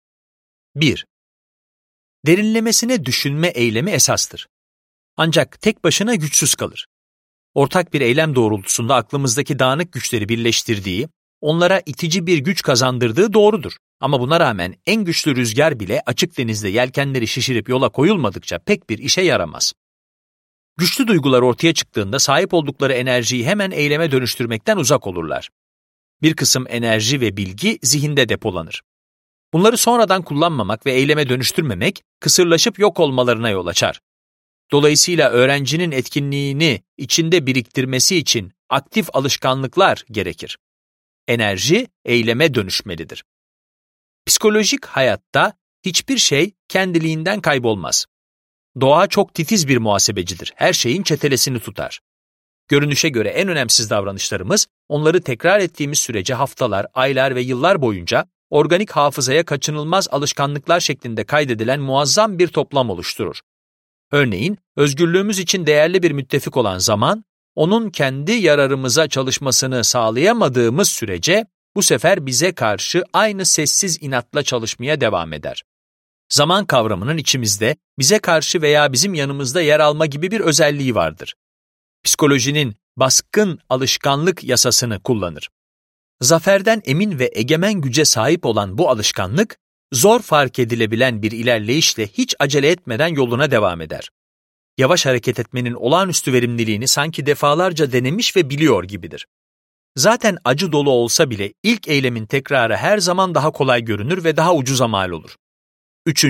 1. Derinlemesine düşünme eylemi esastır. Ancak tek başına güçsüz kalır. Ortak bir eylem doğrultusunda aklımızdaki dağınık güçleri birleştirdiği, onlara itici bir güç kazandırdığı doğrudur. Ama buna rağmen en güçlü rüzgar bile açık denizde yelkenleri şişirip yola koyulmadıkça pek bir işe yaramaz. Güçlü duygular ortaya çıktığında sahip oldukları enerjiyi hemen eyleme dönüştürmekten uzak olurlar. Bir kısım enerji ve bilgi zihinde depolanır. Bunları sonradan kullanmamak ve eyleme dönüştürmemek, kısırlaşıp yok olmalarına yol açar. Dolayısıyla öğrencinin etkinliğini içinde biriktirmesi için aktif alışkanlıklar gerekir. Enerji, eyleme dönüşmelidir. Psikolojik hayatta hiçbir şey kendiliğinden kaybolmaz. Doğa çok titiz bir muhasebecidir. Her şeyin çetelesini tutar. Görünüşe göre en önemsiz davranışlarımız, onları tekrar ettiğimiz sürece haftalar, aylar ve yıllar boyunca organik hafızaya kaçınılmaz alışkanlıklar şeklinde kaydedilen muazzam bir toplam oluşturur. Örneğin, özgürlüğümüz için değerli bir müttefik olan zaman, onun kendi yararımıza çalışmasını sağlayamadığımız sürece bu sefer bize karşı aynı sessiz inatla çalışmaya devam eder. Zaman kavramının içimizde bize karşı veya bizim yanımızda yer alma gibi bir özelliği vardır. Psikolojinin baskın alışkanlık yasasını kullanır. Zaferden emin ve egemen güce sahip olan bu alışkanlık, zor fark edilebilen bir ilerleyişle hiç acele etmeden yoluna devam eder. Yavaş hareket etmenin olağanüstü verimliliğini sanki defalarca denemiş ve biliyor gibidir. Zaten acı dolu olsa bile ilk eylemin tekrarı her zaman daha kolay görünür ve daha ucuza mal olur. 3.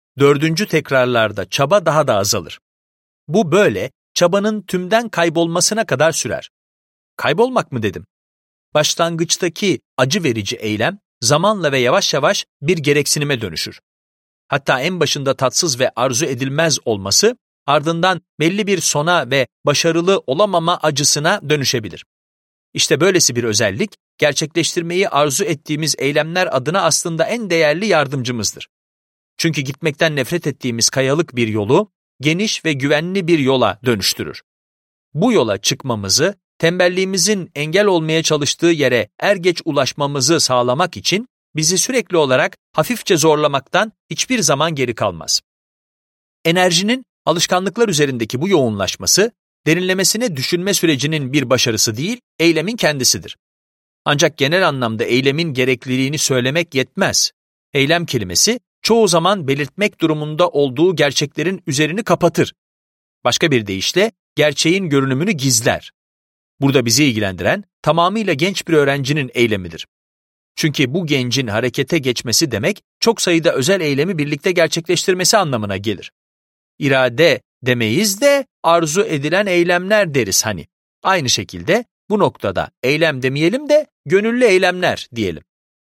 4. tekrarlarda çaba daha da azalır. Bu böyle, çabanın tümden kaybolmasına kadar sürer. Kaybolmak mı dedim? Başlangıçtaki acı verici eylem, zamanla ve yavaş yavaş bir gereksinime dönüşür. Hatta en başında tatsız ve arzu edilmez olması, ardından belli bir sona ve başarılı olamama acısına dönüşebilir. İşte böylesi bir özellik, gerçekleştirmeyi arzu ettiğimiz eylemler adına aslında en değerli yardımcımızdır. Çünkü gitmekten nefret ettiğimiz kayalık bir yolu, geniş ve güvenli bir yola dönüştürür. Bu yola çıkmamızı, tembelliğimizin engel olmaya çalıştığı yere er geç ulaşmamızı sağlamak için bizi sürekli olarak hafifçe zorlamaktan hiçbir zaman geri kalmaz. Enerjinin alışkanlıklar üzerindeki bu yoğunlaşması, derinlemesine düşünme sürecinin bir başarısı değil, eylemin kendisidir. Ancak genel anlamda eylemin gerekliliğini söylemek yetmez. Eylem kelimesi, çoğu zaman belirtmek durumunda olduğu gerçeklerin üzerini kapatır. Başka bir deyişle, gerçeğin görünümünü gizler. Burada bizi ilgilendiren, tamamıyla genç bir öğrencinin eylemidir. Çünkü bu gencin harekete geçmesi demek, çok sayıda özel eylemi birlikte gerçekleştirmesi anlamına gelir. İrade demeyiz de, arzu edilen eylemler deriz hani. Aynı şekilde, bu noktada eylem demeyelim de, gönüllü eylemler diyelim.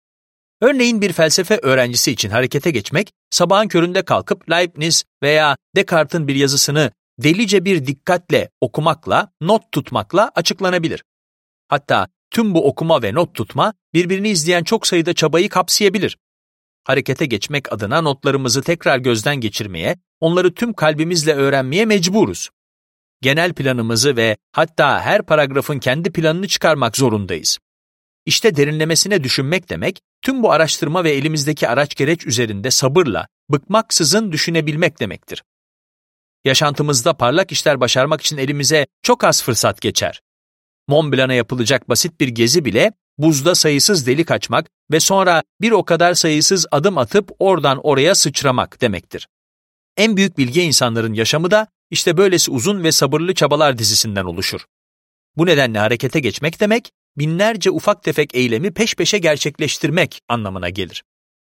Örneğin bir felsefe öğrencisi için harekete geçmek, sabahın köründe kalkıp Leibniz veya Descartes'in bir yazısını delice bir dikkatle okumakla, not tutmakla açıklanabilir. Hatta tüm bu okuma ve not tutma, birbirini izleyen çok sayıda çabayı kapsayabilir. Harekete geçmek adına notlarımızı tekrar gözden geçirmeye, onları tüm kalbimizle öğrenmeye mecburuz. Genel planımızı ve hatta her paragrafın kendi planını çıkarmak zorundayız. İşte derinlemesine düşünmek demek, tüm bu araştırma ve elimizdeki araç gereç üzerinde sabırla, bıkmaksızın düşünebilmek demektir. Yaşantımızda parlak işler başarmak için elimize çok az fırsat geçer. Mont Blanc'a yapılacak basit bir gezi bile, buzda sayısız delik açmak ve sonra bir o kadar sayısız adım atıp oradan oraya sıçramak demektir. En büyük bilge insanların yaşamı da işte böylesi uzun ve sabırlı çabalar dizisinden oluşur. Bu nedenle harekete geçmek demek, binlerce ufak tefek eylemi peş peşe gerçekleştirmek anlamına gelir.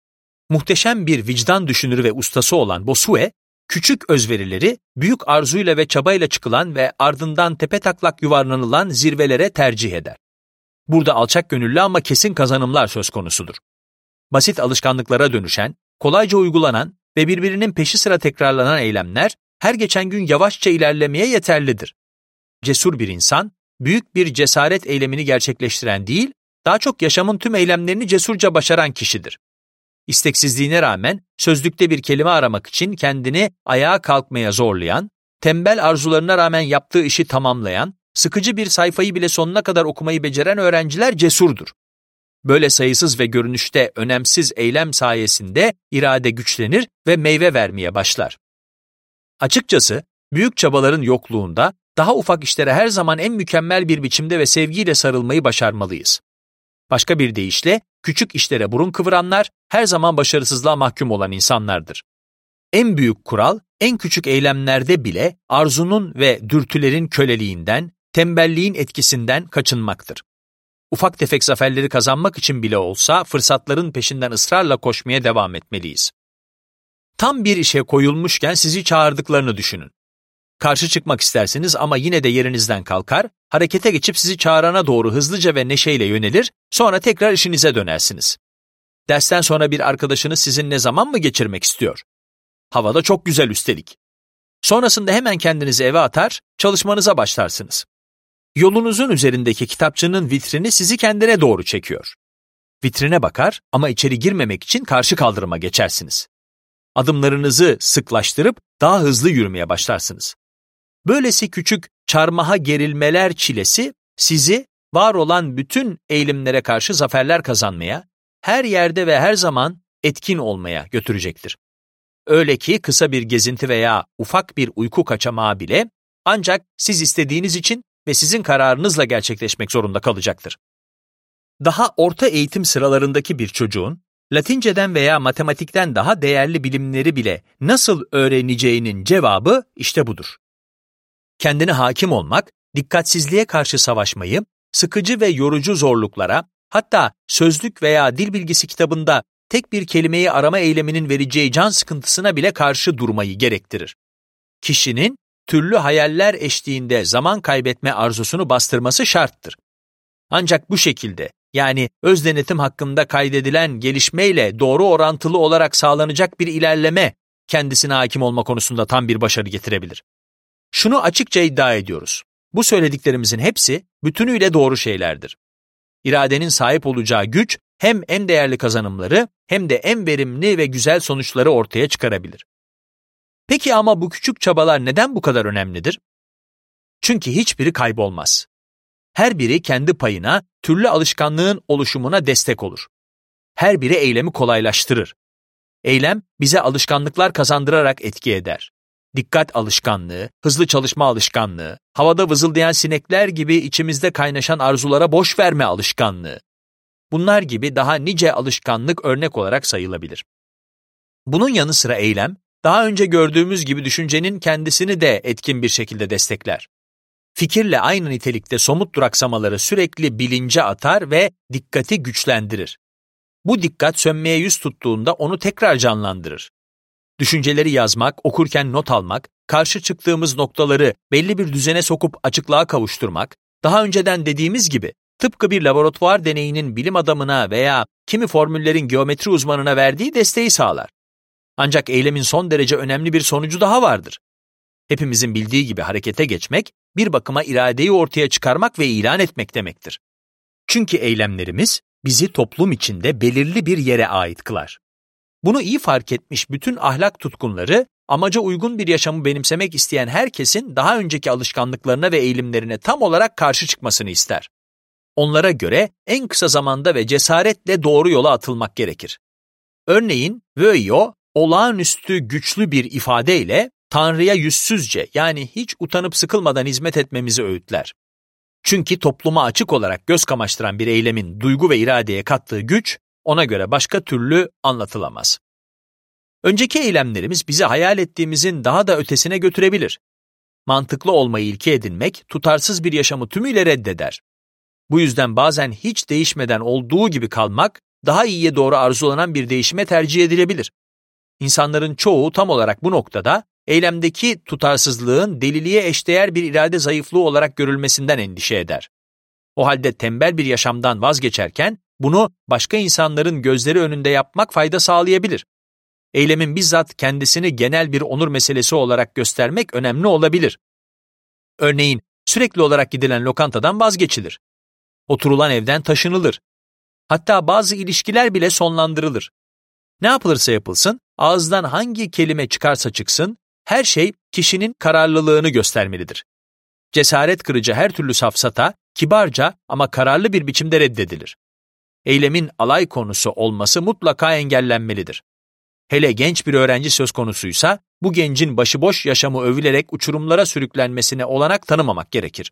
Muhteşem bir vicdan düşünürü ve ustası olan Bossuet, küçük özverileri büyük arzuyla ve çabayla çıkılan ve ardından tepetaklak yuvarlanılan zirvelere tercih eder. Burada alçak gönüllü ama kesin kazanımlar söz konusudur. Basit alışkanlıklara dönüşen, kolayca uygulanan ve birbirinin peşi sıra tekrarlanan eylemler her geçen gün yavaşça ilerlemeye yeterlidir. Cesur bir insan, büyük bir cesaret eylemini gerçekleştiren değil, daha çok yaşamın tüm eylemlerini cesurca başaran kişidir. İsteksizliğine rağmen sözlükte bir kelime aramak için kendini ayağa kalkmaya zorlayan, tembel arzularına rağmen yaptığı işi tamamlayan, sıkıcı bir sayfayı bile sonuna kadar okumayı beceren öğrenciler cesurdur. Böyle sayısız ve görünüşte önemsiz eylem sayesinde irade güçlenir ve meyve vermeye başlar. Açıkçası, büyük çabaların yokluğunda daha ufak işlere her zaman en mükemmel bir biçimde ve sevgiyle sarılmayı başarmalıyız. Başka bir deyişle, küçük işlere burun kıvıranlar her zaman başarısızlığa mahkum olan insanlardır. En büyük kural, en küçük eylemlerde bile arzunun ve dürtülerin köleliğinden, tembelliğin etkisinden kaçınmaktır. Ufak tefek zaferleri kazanmak için bile olsa fırsatların peşinden ısrarla koşmaya devam etmeliyiz. Tam bir işe koyulmuşken sizi çağırdıklarını düşünün. Karşı çıkmak istersiniz ama yine de yerinizden kalkar, harekete geçip sizi çağırana doğru hızlıca ve neşeyle yönelir, sonra tekrar işinize dönersiniz. Dersten sonra bir arkadaşınız sizinle zaman mı geçirmek istiyor? Havada çok güzel üstelik. Sonrasında hemen kendinizi eve atar, çalışmanıza başlarsınız. Yolunuzun üzerindeki kitapçının vitrini sizi kendine doğru çekiyor. Vitrine bakar ama içeri girmemek için karşı kaldırıma geçersiniz. Adımlarınızı sıklaştırıp daha hızlı yürümeye başlarsınız. Böylesi küçük çarmıha gerilmeler çilesi sizi var olan bütün eğilimlere karşı zaferler kazanmaya, her yerde ve her zaman etkin olmaya götürecektir. Öyle ki kısa bir gezinti veya ufak bir uyku kaçamağı bile ancak siz istediğiniz için ve sizin kararınızla gerçekleşmek zorunda kalacaktır. Daha orta eğitim sıralarındaki bir çocuğun, Latinceden veya matematikten daha değerli bilimleri bile nasıl öğreneceğinin cevabı işte budur. Kendine hakim olmak, dikkatsizliğe karşı savaşmayı, sıkıcı ve yorucu zorluklara, hatta sözlük veya dil bilgisi kitabında tek bir kelimeyi arama eyleminin vereceği can sıkıntısına bile karşı durmayı gerektirir. Kişinin türlü hayaller eşliğinde zaman kaybetme arzusunu bastırması şarttır. Ancak bu şekilde, yani öz denetim hakkında kaydedilen gelişmeyle doğru orantılı olarak sağlanacak bir ilerleme, kendisine hakim olma konusunda tam bir başarı getirebilir. Şunu açıkça iddia ediyoruz. Bu söylediklerimizin hepsi bütünüyle doğru şeylerdir. İradenin sahip olacağı güç hem en değerli kazanımları hem de en verimli ve güzel sonuçları ortaya çıkarabilir. Peki ama bu küçük çabalar neden bu kadar önemlidir? Çünkü hiçbiri kaybolmaz. Her biri kendi payına, türlü alışkanlığın oluşumuna destek olur. Her biri eylemi kolaylaştırır. Eylem bize alışkanlıklar kazandırarak etki eder. Dikkat alışkanlığı, hızlı çalışma alışkanlığı, havada vızıldayan sinekler gibi içimizde kaynaşan arzulara boş verme alışkanlığı. Bunlar gibi daha nice alışkanlık örnek olarak sayılabilir. Bunun yanı sıra eylem, daha önce gördüğümüz gibi düşüncenin kendisini de etkin bir şekilde destekler. Fikirle aynı nitelikte somut duraksamaları sürekli bilince atar ve dikkati güçlendirir. Bu dikkat sönmeye yüz tuttuğunda onu tekrar canlandırır. Düşünceleri yazmak, okurken not almak, karşı çıktığımız noktaları belli bir düzene sokup açıklığa kavuşturmak, daha önceden dediğimiz gibi tıpkı bir laboratuvar deneyinin bilim adamına veya kimi formüllerin geometri uzmanına verdiği desteği sağlar. Ancak eylemin son derece önemli bir sonucu daha vardır. Hepimizin bildiği gibi harekete geçmek, bir bakıma iradeyi ortaya çıkarmak ve ilan etmek demektir. Çünkü eylemlerimiz bizi toplum içinde belirli bir yere ait kılar. Bunu iyi fark etmiş bütün ahlak tutkunları, amaca uygun bir yaşamı benimsemek isteyen herkesin daha önceki alışkanlıklarına ve eğilimlerine tam olarak karşı çıkmasını ister. Onlara göre en kısa zamanda ve cesaretle doğru yola atılmak gerekir. Örneğin, Vöio, olağanüstü güçlü bir ifadeyle Tanrı'ya yüzsüzce, yani hiç utanıp sıkılmadan hizmet etmemizi öğütler. Çünkü topluma açık olarak göz kamaştıran bir eylemin duygu ve iradeye kattığı güç, ona göre başka türlü anlatılamaz. Önceki eylemlerimiz bizi hayal ettiğimizin daha da ötesine götürebilir. Mantıklı olmayı ilke edinmek, tutarsız bir yaşamı tümüyle reddeder. Bu yüzden bazen hiç değişmeden olduğu gibi kalmak, daha iyiye doğru arzulanan bir değişime tercih edilebilir. İnsanların çoğu tam olarak bu noktada, eylemdeki tutarsızlığın deliliğe eşdeğer bir irade zayıflığı olarak görülmesinden endişe eder. O halde tembel bir yaşamdan vazgeçerken, bunu başka insanların gözleri önünde yapmak fayda sağlayabilir. Eylemin bizzat kendisini genel bir onur meselesi olarak göstermek önemli olabilir. Örneğin, sürekli olarak gidilen lokantadan vazgeçilir. Oturulan evden taşınılır. Hatta bazı ilişkiler bile sonlandırılır. Ne yapılırsa yapılsın, ağızdan hangi kelime çıkarsa çıksın, her şey kişinin kararlılığını göstermelidir. Cesaret kırıcı her türlü safsata, kibarca ama kararlı bir biçimde reddedilir. Eylemin alay konusu olması mutlaka engellenmelidir. Hele genç bir öğrenci söz konusuysa, bu gencin başıboş yaşamı övülerek uçurumlara sürüklenmesine olanak tanımamak gerekir.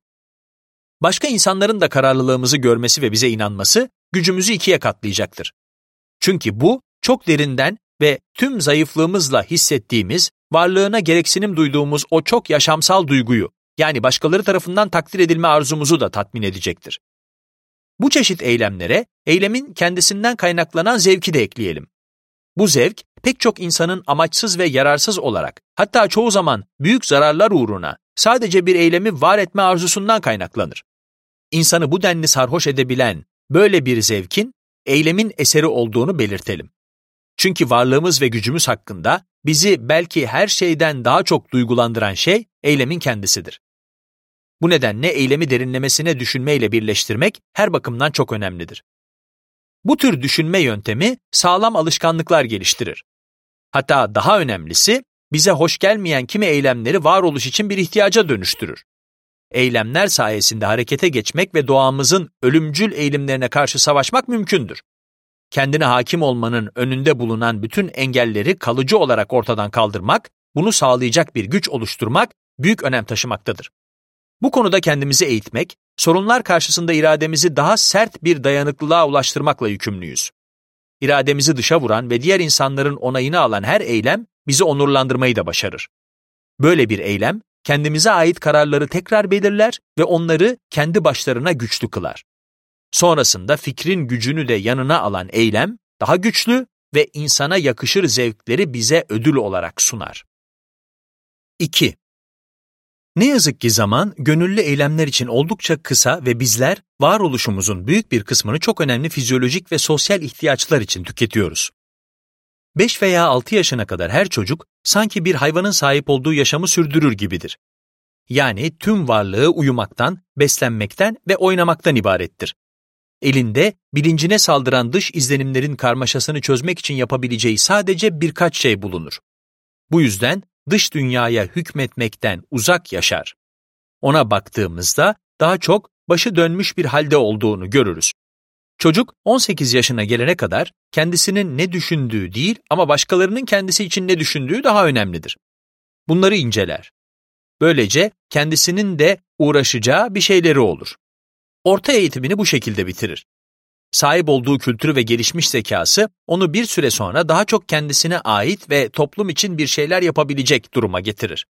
Başka insanların da kararlılığımızı görmesi ve bize inanması, gücümüzü ikiye katlayacaktır. Çünkü bu, çok derinden ve tüm zayıflığımızla hissettiğimiz, varlığına gereksinim duyduğumuz o çok yaşamsal duyguyu, yani başkaları tarafından takdir edilme arzumuzu da tatmin edecektir. Bu çeşit eylemlere, eylemin kendisinden kaynaklanan zevki de ekleyelim. Bu zevk, pek çok insanın amaçsız ve yararsız olarak, hatta çoğu zaman büyük zararlar uğruna, sadece bir eylemi var etme arzusundan kaynaklanır. İnsanı bu denli sarhoş edebilen, böyle bir zevkin, eylemin eseri olduğunu belirtelim. Çünkü varlığımız ve gücümüz hakkında bizi belki her şeyden daha çok duygulandıran şey eylemin kendisidir. Bu nedenle eylemi derinlemesine düşünmeyle birleştirmek her bakımdan çok önemlidir. Bu tür düşünme yöntemi sağlam alışkanlıklar geliştirir. Hatta daha önemlisi, bize hoş gelmeyen kimi eylemleri varoluş için bir ihtiyaca dönüştürür. Eylemler sayesinde harekete geçmek ve doğamızın ölümcül eğilimlerine karşı savaşmak mümkündür. Kendine hakim olmanın önünde bulunan bütün engelleri kalıcı olarak ortadan kaldırmak, bunu sağlayacak bir güç oluşturmak büyük önem taşımaktadır. Bu konuda kendimizi eğitmek, sorunlar karşısında irademizi daha sert bir dayanıklılığa ulaştırmakla yükümlüyüz. İrademizi dışa vuran ve diğer insanların onayını alan her eylem bizi onurlandırmayı da başarır. Böyle bir eylem, kendimize ait kararları tekrar belirler ve onları kendi başlarına güçlü kılar. Sonrasında fikrin gücünü de yanına alan eylem, daha güçlü ve insana yakışır zevkleri bize ödül olarak sunar. 2. Ne yazık ki zaman, gönüllü eylemler için oldukça kısa ve bizler, varoluşumuzun büyük bir kısmını çok önemli fizyolojik ve sosyal ihtiyaçlar için tüketiyoruz. 5 veya 6 yaşına kadar her çocuk, sanki bir hayvanın sahip olduğu yaşamı sürdürür gibidir. Yani tüm varlığı uyumaktan, beslenmekten ve oynamaktan ibarettir. Elinde, bilincine saldıran dış izlenimlerin karmaşasını çözmek için yapabileceği sadece birkaç şey bulunur. Bu yüzden, dış dünyaya hükmetmekten uzak yaşar. Ona baktığımızda daha çok başı dönmüş bir halde olduğunu görürüz. Çocuk 18 yaşına gelene kadar kendisinin ne düşündüğü değil ama başkalarının kendisi için ne düşündüğü daha önemlidir. Bunları inceler. Böylece kendisinin de uğraşacağı bir şeyleri olur. Orta eğitimini bu şekilde bitirir. Sahip olduğu kültürü ve gelişmiş zekası onu bir süre sonra daha çok kendisine ait ve toplum için bir şeyler yapabilecek duruma getirir.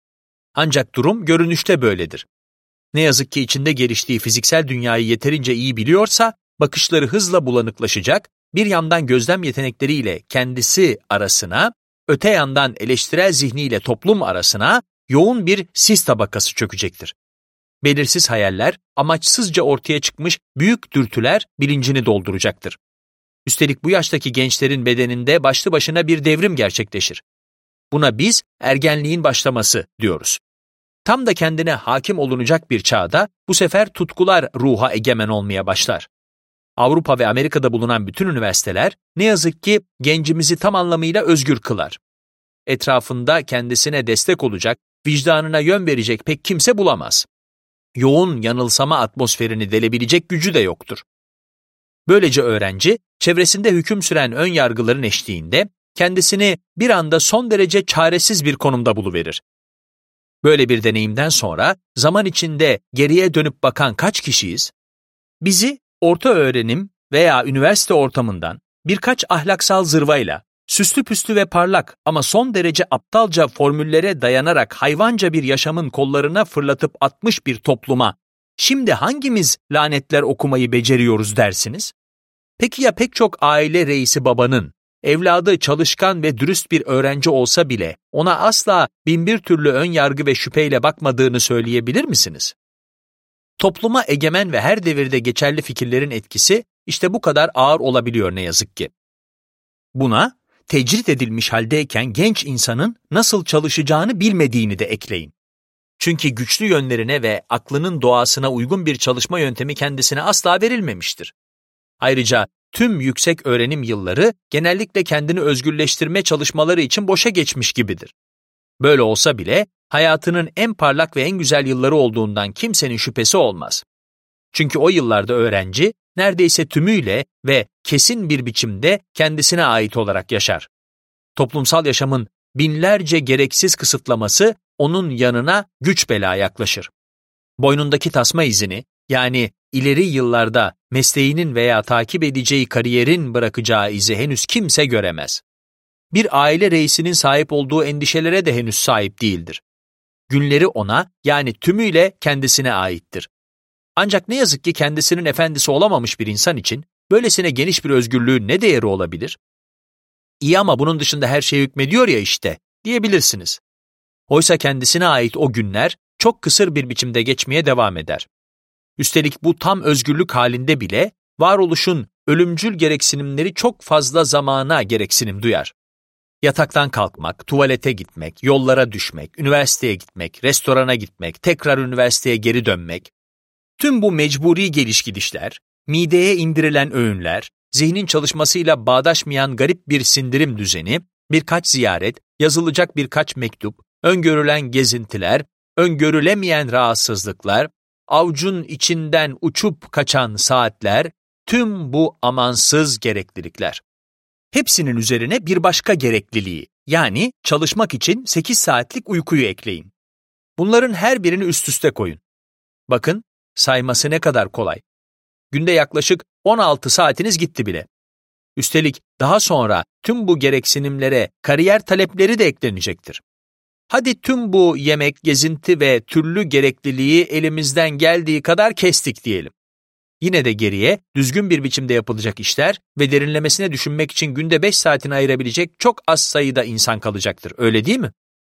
Ancak durum görünüşte böyledir. Ne yazık ki içinde geliştiği fiziksel dünyayı yeterince iyi biliyorsa, bakışları hızla bulanıklaşacak, bir yandan gözlem yetenekleriyle kendisi arasına, öte yandan eleştirel zihniyle toplum arasına yoğun bir sis tabakası çökecektir. Belirsiz hayaller, amaçsızca ortaya çıkmış büyük dürtüler bilincini dolduracaktır. Üstelik bu yaştaki gençlerin bedeninde başlı başına bir devrim gerçekleşir. Buna biz ergenliğin başlaması diyoruz. Tam da kendine hakim olunacak bir çağda bu sefer tutkular ruha egemen olmaya başlar. Avrupa ve Amerika'da bulunan bütün üniversiteler ne yazık ki gencimizi tam anlamıyla özgür kılar. Etrafında kendisine destek olacak, vicdanına yön verecek pek kimse bulamaz. Yoğun yanılsama atmosferini delebilecek gücü de yoktur. Böylece öğrenci, çevresinde hüküm süren ön yargıların eşliğinde kendisini bir anda son derece çaresiz bir konumda buluverir. Böyle bir deneyimden sonra zaman içinde geriye dönüp bakan kaç kişiyiz? Bizi orta öğrenim veya üniversite ortamından birkaç ahlaksal zırvayla, süslü püslü ve parlak ama son derece aptalca formüllere dayanarak hayvanca bir yaşamın kollarına fırlatıp atmış bir topluma, şimdi hangimiz lanetler okumayı beceriyoruz dersiniz? Peki ya pek çok aile reisi babanın, evladı çalışkan ve dürüst bir öğrenci olsa bile ona asla binbir türlü ön yargı ve şüpheyle bakmadığını söyleyebilir misiniz? Topluma egemen ve her devirde geçerli fikirlerin etkisi işte bu kadar ağır olabiliyor ne yazık ki. Buna, tecrit edilmiş haldeyken genç insanın nasıl çalışacağını bilmediğini de ekleyin. Çünkü güçlü yönlerine ve aklının doğasına uygun bir çalışma yöntemi kendisine asla verilmemiştir. Ayrıca tüm yüksek öğrenim yılları genellikle kendini özgürleştirme çalışmaları için boşa geçmiş gibidir. Böyle olsa bile hayatının en parlak ve en güzel yılları olduğundan kimsenin şüphesi olmaz. Çünkü o yıllarda öğrenci neredeyse tümüyle ve kesin bir biçimde kendisine ait olarak yaşar. Toplumsal yaşamın binlerce gereksiz kısıtlaması onun yanına güç bela yaklaşır. Boynundaki tasma izini, yani ileri yıllarda mesleğinin veya takip edeceği kariyerin bırakacağı izi henüz kimse göremez. Bir aile reisinin sahip olduğu endişelere de henüz sahip değildir. Günleri ona, yani tümüyle kendisine aittir. Ancak ne yazık ki kendisinin efendisi olamamış bir insan için böylesine geniş bir özgürlüğün ne değeri olabilir? İyi ama bunun dışında her şey hükmediyor ya işte, diyebilirsiniz. Oysa kendisine ait o günler çok kısır bir biçimde geçmeye devam eder. Üstelik bu tam özgürlük halinde bile varoluşun ölümcül gereksinimleri çok fazla zamana gereksinim duyar. Yataktan kalkmak, tuvalete gitmek, yollara düşmek, üniversiteye gitmek, restorana gitmek, tekrar üniversiteye geri dönmek. Tüm bu mecburi geliş-gidişler, mideye indirilen öğünler, zihnin çalışmasıyla bağdaşmayan garip bir sindirim düzeni, birkaç ziyaret, yazılacak birkaç mektup, öngörülen gezintiler, öngörülemeyen rahatsızlıklar, avucun içinden uçup kaçan saatler, tüm bu amansız gereklilikler. Hepsinin üzerine bir başka gerekliliği, yani çalışmak için 8 saatlik uykuyu ekleyin. Bunların her birini üst üste koyun. Bakın, sayması ne kadar kolay. Günde yaklaşık 16 saatiniz gitti bile. Üstelik daha sonra tüm bu gereksinimlere kariyer talepleri de eklenecektir. Hadi tüm bu yemek, gezinti ve türlü gerekliliği elimizden geldiği kadar kestik diyelim. Yine de geriye düzgün bir biçimde yapılacak işler ve derinlemesine düşünmek için günde 5 saatini ayırabilecek çok az sayıda insan kalacaktır, öyle değil mi?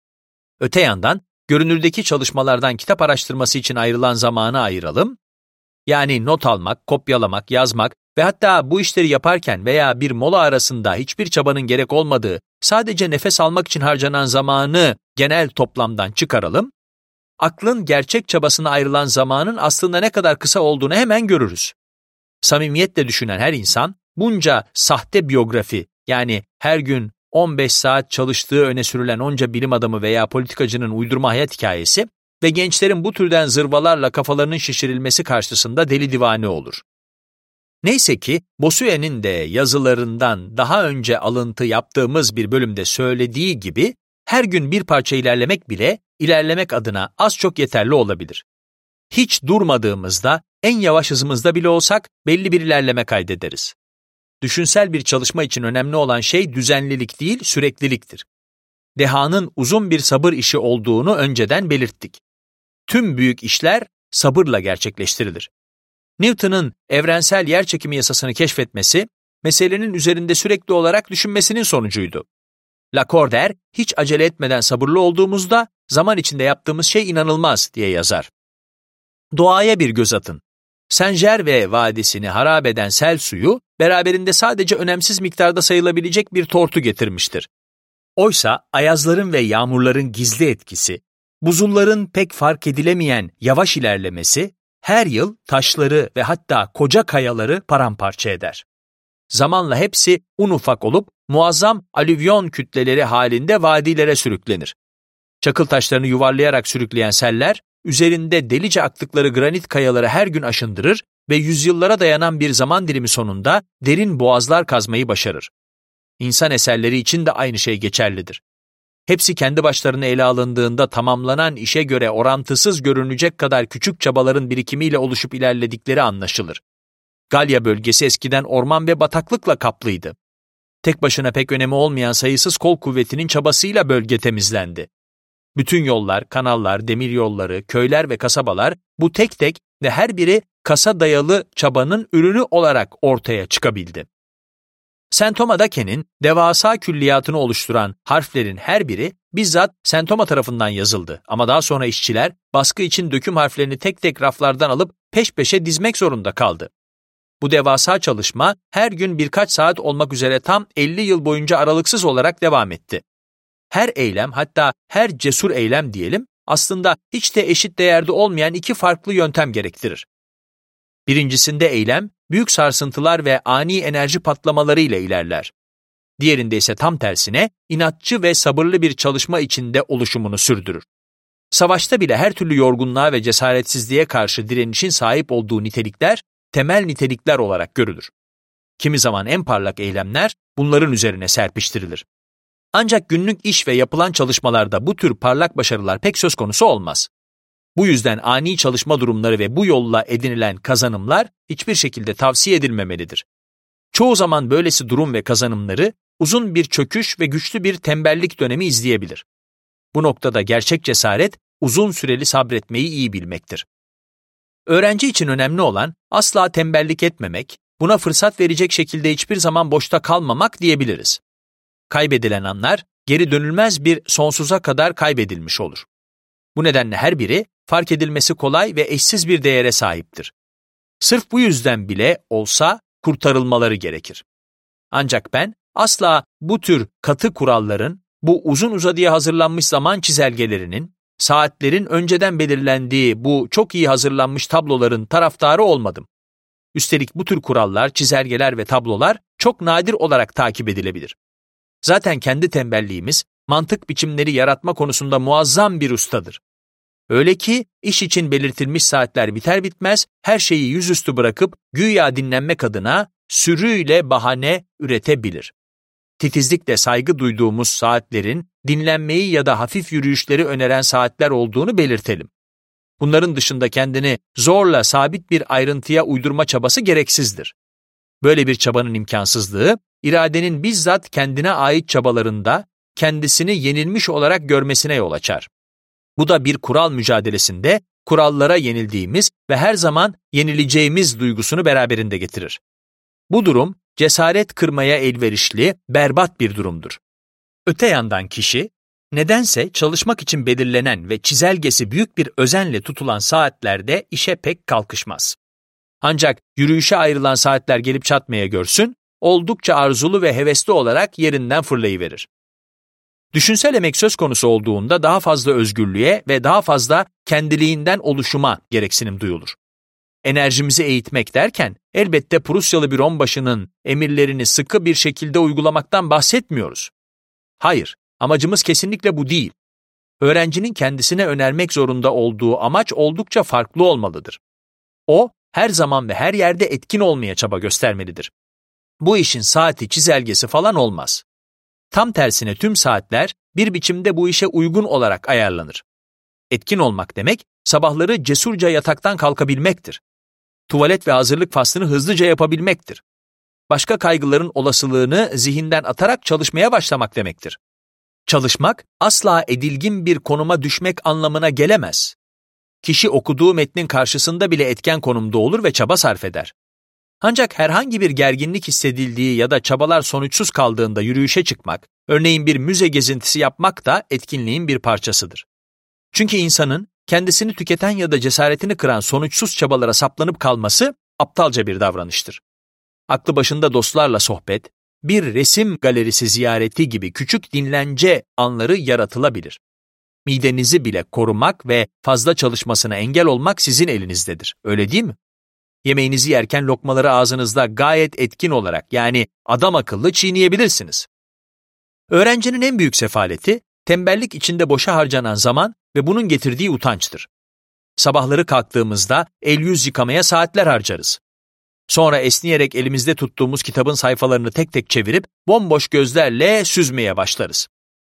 Öte yandan, görünürdeki çalışmalardan kitap araştırması için ayrılan zamanı ayıralım. Yani not almak, kopyalamak, yazmak ve hatta bu işleri yaparken veya bir mola arasında hiçbir çabanın gerek olmadığı, sadece nefes almak için harcanan zamanı genel toplamdan çıkaralım. Aklın gerçek çabasına ayrılan zamanın aslında ne kadar kısa olduğunu hemen görürüz. Samimiyetle düşünen her insan, bunca sahte biyografi, yani her gün 15 saat çalıştığı öne sürülen onca bilim adamı veya politikacının uydurma hayat hikayesi ve gençlerin bu türden zırvalarla kafalarının şişirilmesi karşısında deli divane olur. Neyse ki Bossuet'in de yazılarından daha önce alıntı yaptığımız bir bölümde söylediği gibi, her gün bir parça ilerlemek bile ilerlemek adına az çok yeterli olabilir. Hiç durmadığımızda, en yavaş hızımızda bile olsak belli bir ilerleme kaydederiz. Düşünsel bir çalışma için önemli olan şey düzenlilik değil, sürekliliktir. Dehanın uzun bir sabır işi olduğunu önceden belirttik. Tüm büyük işler sabırla gerçekleştirilir. Newton'un evrensel yerçekimi yasasını keşfetmesi, meselenin üzerinde sürekli olarak düşünmesinin sonucuydu. Lacordaire, hiç acele etmeden sabırlı olduğumuzda zaman içinde yaptığımız şey inanılmaz diye yazar. Doğaya bir göz atın. Saint-Gervais Vadisi'ni harap eden sel suyu, beraberinde sadece önemsiz miktarda sayılabilecek bir tortu getirmiştir. Oysa ayazların ve yağmurların gizli etkisi, buzulların pek fark edilemeyen yavaş ilerlemesi, her yıl taşları ve hatta koca kayaları paramparça eder. Zamanla hepsi un ufak olup muazzam alüvyon kütleleri halinde vadilere sürüklenir. Çakıl taşlarını yuvarlayarak sürükleyen seller, üzerinde delice aktıkları granit kayaları her gün aşındırır ve yüzyıllara dayanan bir zaman dilimi sonunda derin boğazlar kazmayı başarır. İnsan eserleri için de aynı şey geçerlidir. Hepsi kendi başlarına ele alındığında tamamlanan işe göre orantısız görünecek kadar küçük çabaların birikimiyle oluşup ilerledikleri anlaşılır. Galya bölgesi eskiden orman ve bataklıkla kaplıydı. Tek başına pek önemi olmayan sayısız kol kuvvetinin çabasıyla bölge temizlendi. Bütün yollar, kanallar, demiryolları, köyler ve kasabalar bu tek tek ve her biri kasa dayalı çabanın ürünü olarak ortaya çıkabildi. St. Thomas d'Aquin'in devasa külliyatını oluşturan harflerin her biri bizzat St. Thomas tarafından yazıldı ama daha sonra işçiler baskı için döküm harflerini tek tek raflardan alıp peş peşe dizmek zorunda kaldı. Bu devasa çalışma her gün birkaç saat olmak üzere tam 50 yıl boyunca aralıksız olarak devam etti. Her eylem, hatta her cesur eylem diyelim, aslında hiç de eşit değerde olmayan iki farklı yöntem gerektirir. Birincisinde eylem, büyük sarsıntılar ve ani enerji patlamaları ile ilerler. Diğerinde ise tam tersine, inatçı ve sabırlı bir çalışma içinde oluşumunu sürdürür. Savaşta bile her türlü yorgunluğa ve cesaretsizliğe karşı direnişin sahip olduğu nitelikler, temel nitelikler olarak görülür. Kimi zaman en parlak eylemler bunların üzerine serpiştirilir. Ancak günlük iş ve yapılan çalışmalarda bu tür parlak başarılar pek söz konusu olmaz. Bu yüzden ani çalışma durumları ve bu yolla edinilen kazanımlar hiçbir şekilde tavsiye edilmemelidir. Çoğu zaman böylesi durum ve kazanımları uzun bir çöküş ve güçlü bir tembellik dönemi izleyebilir. Bu noktada gerçek cesaret uzun süreli sabretmeyi iyi bilmektir. Öğrenci için önemli olan asla tembellik etmemek, buna fırsat verecek şekilde hiçbir zaman boşta kalmamak diyebiliriz. Kaybedilen anlar geri dönülmez bir sonsuza kadar kaybedilmiş olur. Bu nedenle her biri fark edilmesi kolay ve eşsiz bir değere sahiptir. Sırf bu yüzden bile olsa kurtarılmaları gerekir. Ancak ben asla bu tür katı kuralların, bu uzun uzadıya hazırlanmış zaman çizelgelerinin, saatlerin önceden belirlendiği bu çok iyi hazırlanmış tabloların taraftarı olmadım. Üstelik bu tür kurallar, çizelgeler ve tablolar çok nadir olarak takip edilebilir. Zaten kendi tembelliğimiz, mantık biçimleri yaratma konusunda muazzam bir ustadır. Öyle ki iş için belirtilmiş saatler biter bitmez her şeyi yüzüstü bırakıp güya dinlenmek adına sürüyle bahane üretebilir. Titizlikle saygı duyduğumuz saatlerin dinlenmeyi ya da hafif yürüyüşleri öneren saatler olduğunu belirtelim. Bunların dışında kendini zorla sabit bir ayrıntıya uydurma çabası gereksizdir. Böyle bir çabanın imkansızlığı, iradenin bizzat kendine ait çabalarında kendisini yenilmiş olarak görmesine yol açar. Bu da bir kural mücadelesinde kurallara yenildiğimiz ve her zaman yenileceğimiz duygusunu beraberinde getirir. Bu durum, cesaret kırmaya elverişli, berbat bir durumdur. Öte yandan kişi, nedense çalışmak için belirlenen ve çizelgesi büyük bir özenle tutulan saatlerde işe pek kalkışmaz. Ancak yürüyüşe ayrılan saatler gelip çatmaya görsün, oldukça arzulu ve hevesli olarak yerinden fırlayıverir. Düşünsel emek söz konusu olduğunda daha fazla özgürlüğe ve daha fazla kendiliğinden oluşuma gereksinim duyulur. Enerjimizi eğitmek derken elbette Prusyalı bir onbaşının emirlerini sıkı bir şekilde uygulamaktan bahsetmiyoruz. Hayır, amacımız kesinlikle bu değil. Öğrencinin kendisine önermek zorunda olduğu amaç oldukça farklı olmalıdır. O, her zaman ve her yerde etkin olmaya çaba göstermelidir. Bu işin saati, çizelgesi falan olmaz. Tam tersine tüm saatler bir biçimde bu işe uygun olarak ayarlanır. Etkin olmak demek, sabahları cesurca yataktan kalkabilmektir. Tuvalet ve hazırlık faslını hızlıca yapabilmektir. Başka kaygıların olasılığını zihinden atarak çalışmaya başlamak demektir. Çalışmak, asla edilgin bir konuma düşmek anlamına gelemez. Kişi okuduğu metnin karşısında bile etken konumda olur ve çaba sarf eder. Ancak herhangi bir gerginlik hissedildiği ya da çabalar sonuçsuz kaldığında yürüyüşe çıkmak, örneğin bir müze gezintisi yapmak da etkinliğin bir parçasıdır. Çünkü insanın kendisini tüketen ya da cesaretini kıran sonuçsuz çabalara saplanıp kalması aptalca bir davranıştır. Aklı başında dostlarla sohbet, bir resim galerisi ziyareti gibi küçük dinlence anları yaratılabilir. Midenizi bile korumak ve fazla çalışmasına engel olmak sizin elinizdedir, öyle değil mi? Yemeğinizi yerken lokmaları ağzınızda gayet etkin olarak, yani adam akıllı çiğneyebilirsiniz. Öğrencinin en büyük sefaleti, tembellik içinde boşa harcanan zaman ve bunun getirdiği utançtır. Sabahları kalktığımızda el yüz yıkamaya saatler harcarız. Sonra esniyerek elimizde tuttuğumuz kitabın sayfalarını tek tek çevirip bomboş gözlerle süzmeye başlarız.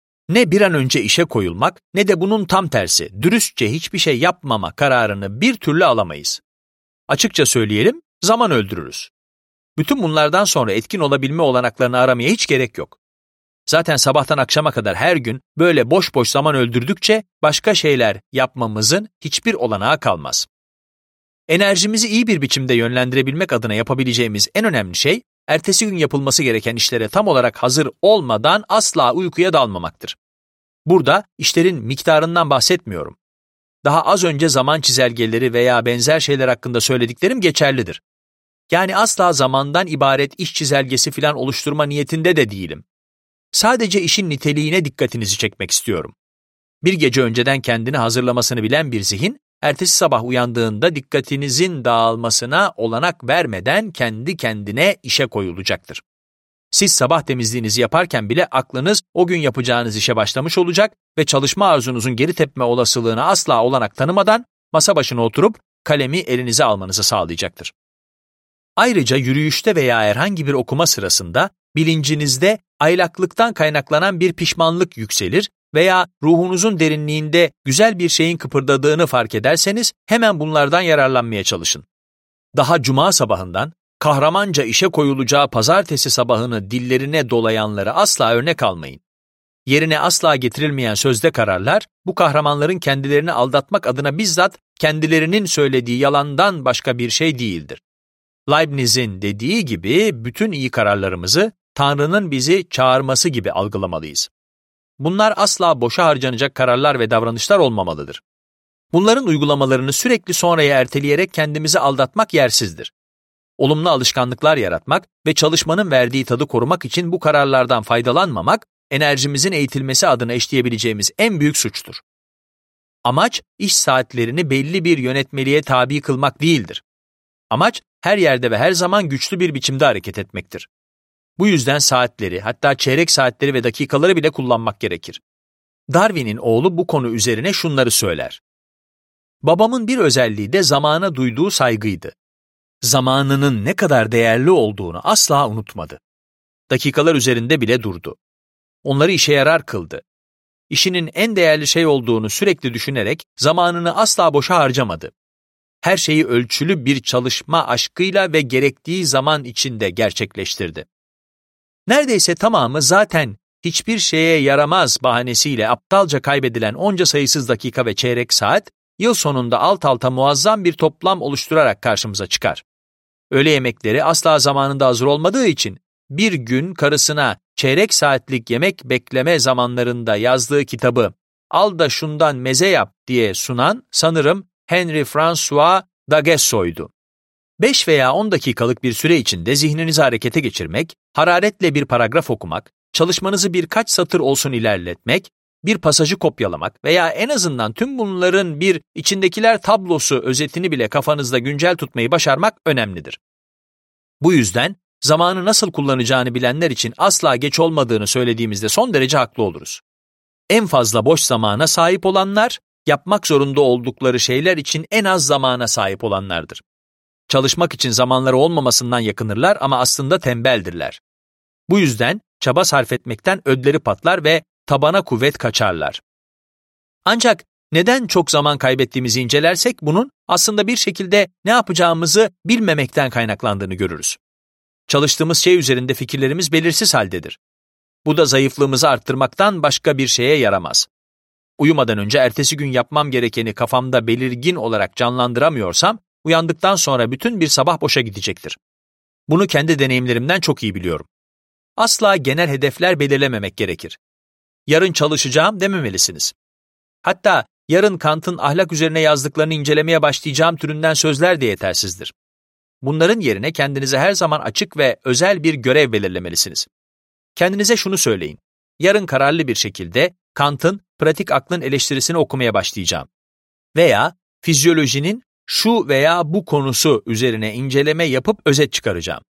Ne bir an önce işe koyulmak ne de bunun tam tersi, dürüstçe hiçbir şey yapmama kararını bir türlü alamayız. Açıkça söyleyelim, zaman öldürürüz. Bütün bunlardan sonra etkin olabilme olanaklarını aramaya hiç gerek yok. Zaten sabahtan akşama kadar her gün böyle boş boş zaman öldürdükçe başka şeyler yapmamızın hiçbir olanağı kalmaz. Enerjimizi iyi bir biçimde yönlendirebilmek adına yapabileceğimiz en önemli şey, ertesi gün yapılması gereken işlere tam olarak hazır olmadan asla uykuya dalmamaktır. Burada işlerin miktarından bahsetmiyorum. Daha az önce zaman çizelgeleri veya benzer şeyler hakkında söylediklerim geçerlidir. Yani asla zamandan ibaret iş çizelgesi falan oluşturma niyetinde de değilim. Sadece işin niteliğine dikkatinizi çekmek istiyorum. Bir gece önceden kendini hazırlamasını bilen bir zihin, ertesi sabah uyandığında dikkatinizin dağılmasına olanak vermeden kendi kendine işe koyulacaktır. Siz sabah temizliğinizi yaparken bile aklınız o gün yapacağınız işe başlamış olacak ve çalışma arzunuzun geri tepme olasılığına asla olanak tanımadan masa başına oturup kalemi elinize almanızı sağlayacaktır. Ayrıca yürüyüşte veya herhangi bir okuma sırasında bilincinizde aylaklıktan kaynaklanan bir pişmanlık yükselir veya ruhunuzun derinliğinde güzel bir şeyin kıpırdadığını fark ederseniz hemen bunlardan yararlanmaya çalışın. Daha cuma sabahından kahramanca işe koyulacağı pazartesi sabahını dillerine dolayanları asla örnek almayın. Yerine asla getirilmeyen sözde kararlar, bu kahramanların kendilerini aldatmak adına bizzat kendilerinin söylediği yalandan başka bir şey değildir. Leibniz'in dediği gibi bütün iyi kararlarımızı Tanrı'nın bizi çağırması gibi algılamalıyız. Bunlar asla boşa harcanacak kararlar ve davranışlar olmamalıdır. Bunların uygulamalarını sürekli sonraya erteleyerek kendimizi aldatmak yersizdir. olumlu alışkanlıklar yaratmak ve çalışmanın verdiği tadı korumak için bu kararlardan faydalanmamak, enerjimizin eğitilmesi adına işleyebileceğimiz en büyük suçtur. Amaç, iş saatlerini belli bir yönetmeliğe tabi kılmak değildir. Amaç, her yerde ve her zaman güçlü bir biçimde hareket etmektir. Bu yüzden saatleri, hatta çeyrek saatleri ve dakikaları bile kullanmak gerekir. Darwin'in oğlu bu konu üzerine şunları söyler. Babamın bir özelliği de zamana duyduğu saygıydı. Zamanının ne kadar değerli olduğunu asla unutmadı. Dakikalar üzerinde bile durdu. Onları işe yarar kıldı. İşinin en değerli şey olduğunu sürekli düşünerek zamanını asla boşa harcamadı. Her şeyi ölçülü bir çalışma aşkıyla ve gerektiği zaman içinde gerçekleştirdi. Neredeyse tamamı zaten hiçbir şeye yaramaz bahanesiyle aptalca kaybedilen onca sayısız dakika ve çeyrek saat, yıl sonunda alt alta muazzam bir toplam oluşturarak karşımıza çıkar. Öğle yemekleri asla zamanında hazır olmadığı için, bir gün karısına çeyrek saatlik yemek bekleme zamanlarında yazdığı kitabı "Al da şundan meze yap" diye sunan sanırım Henry François Daguesseau'ydu. 5 veya 10 dakikalık bir süre içinde zihninizi harekete geçirmek, hararetle bir paragraf okumak, çalışmanızı birkaç satır olsun ilerletmek, bir pasajı kopyalamak veya en azından tüm bunların bir içindekiler tablosu özetini bile kafanızda güncel tutmayı başarmak önemlidir. Bu yüzden zamanı nasıl kullanacağını bilenler için asla geç olmadığını söylediğimizde son derece haklı oluruz. En fazla boş zamana sahip olanlar, yapmak zorunda oldukları şeyler için en az zamana sahip olanlardır. Çalışmak için zamanları olmamasından yakınırlar ama aslında tembeldirler. Bu yüzden çaba sarf etmekten ödleri patlar ve tabana kuvvet kaçarlar. Ancak neden çok zaman kaybettiğimizi incelersek bunun aslında bir şekilde ne yapacağımızı bilmemekten kaynaklandığını görürüz. Çalıştığımız şey üzerinde fikirlerimiz belirsiz haldedir. Bu da zayıflığımızı arttırmaktan başka bir şeye yaramaz. Uyumadan önce ertesi gün yapmam gerekeni kafamda belirgin olarak canlandıramıyorsam, uyandıktan sonra bütün bir sabah boşa gidecektir. Bunu kendi deneyimlerimden çok iyi biliyorum. Asla genel hedefler belirlememek gerekir. Yarın çalışacağım dememelisiniz. Hatta yarın Kant'ın ahlak üzerine yazdıklarını incelemeye başlayacağım türünden sözler de yetersizdir. Bunların yerine kendinize her zaman açık ve özel bir görev belirlemelisiniz. Kendinize şunu söyleyin. Yarın kararlı bir şekilde Kant'ın pratik aklın eleştirisini okumaya başlayacağım. Veya fizyolojinin şu veya bu konusu üzerine inceleme yapıp özet çıkaracağım.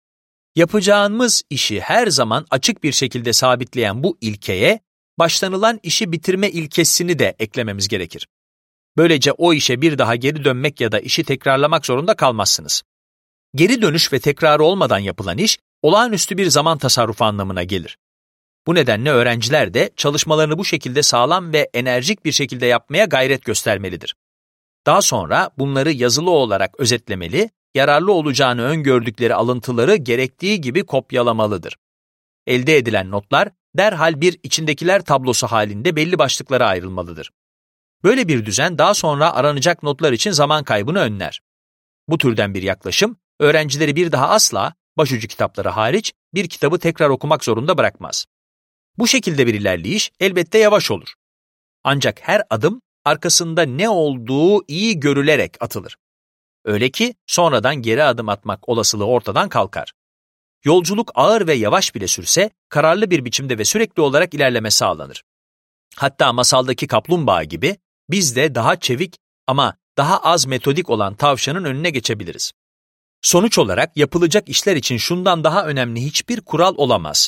Yapacağımız işi her zaman açık bir şekilde sabitleyen bu ilkeye, başlanılan işi bitirme ilkesini de eklememiz gerekir. Böylece o işe bir daha geri dönmek ya da işi tekrarlamak zorunda kalmazsınız. Geri dönüş ve tekrarı olmadan yapılan iş, olağanüstü bir zaman tasarrufu anlamına gelir. Bu nedenle öğrenciler de çalışmalarını bu şekilde sağlam ve enerjik bir şekilde yapmaya gayret göstermelidir. Daha sonra bunları yazılı olarak özetlemeli, yararlı olacağını öngördükleri alıntıları gerektiği gibi kopyalamalıdır. Elde edilen notlar derhal bir içindekiler tablosu halinde belli başlıklara ayrılmalıdır. Böyle bir düzen daha sonra aranacak notlar için zaman kaybını önler. Bu türden bir yaklaşım, öğrencileri bir daha asla, başucu kitapları hariç, bir kitabı tekrar okumak zorunda bırakmaz. Bu şekilde bir ilerleyiş elbette yavaş olur. Ancak her adım arkasında ne olduğu iyi görülerek atılır. Öyle ki sonradan geri adım atmak olasılığı ortadan kalkar. Yolculuk ağır ve yavaş bile sürse, kararlı bir biçimde ve sürekli olarak ilerleme sağlanır. Hatta masaldaki kaplumbağa gibi, biz de daha çevik ama daha az metodik olan tavşanın önüne geçebiliriz. Sonuç olarak yapılacak işler için şundan daha önemli hiçbir kural olamaz.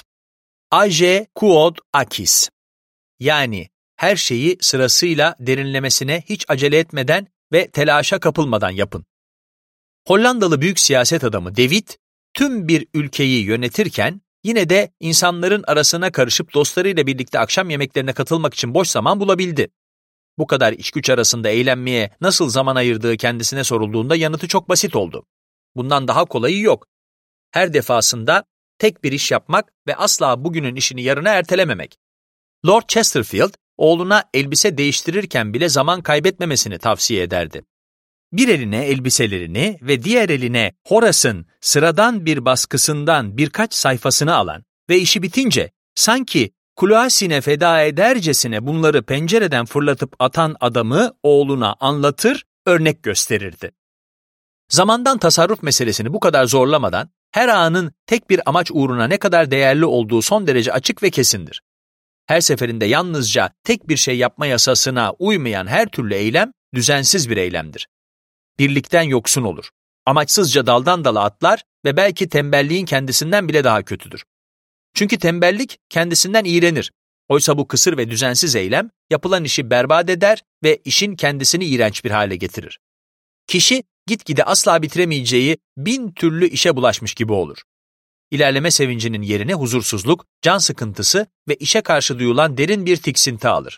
Age quod acis. Yani her şeyi sırasıyla derinlemesine hiç acele etmeden ve telaşa kapılmadan yapın. Hollandalı büyük siyaset adamı De Witt, tüm bir ülkeyi yönetirken yine de insanların arasına karışıp dostlarıyla birlikte akşam yemeklerine katılmak için boş zaman bulabildi. Bu kadar iş güç arasında eğlenmeye nasıl zaman ayırdığı kendisine sorulduğunda yanıtı çok basit oldu. Bundan daha kolayı yok. Her defasında tek bir iş yapmak ve asla bugünün işini yarına ertelememek. Lord Chesterfield, oğluna elbise değiştirirken bile zaman kaybetmemesini tavsiye ederdi. Bir eline elbiselerini ve diğer eline Horace'ın sıradan bir baskısından birkaç sayfasını alan ve işi bitince sanki Kloasine feda edercesine bunları pencereden fırlatıp atan adamı oğluna anlatır, örnek gösterirdi. Zamandan tasarruf meselesini bu kadar zorlamadan, her anın tek bir amaç uğruna ne kadar değerli olduğu son derece açık ve kesindir. Her seferinde yalnızca tek bir şey yapma yasasına uymayan her türlü eylem, düzensiz bir eylemdir. Birlikten yoksun olur. Amaçsızca daldan dala atlar ve belki tembelliğin kendisinden bile daha kötüdür. Çünkü tembellik kendisinden iğrenir. Oysa bu kısır ve düzensiz eylem, yapılan işi berbat eder ve işin kendisini iğrenç bir hale getirir. Kişi, gitgide asla bitiremeyeceği 1000 türlü işe bulaşmış gibi olur. İlerleme sevincinin yerini huzursuzluk, can sıkıntısı ve işe karşı duyulan derin bir tiksinti alır.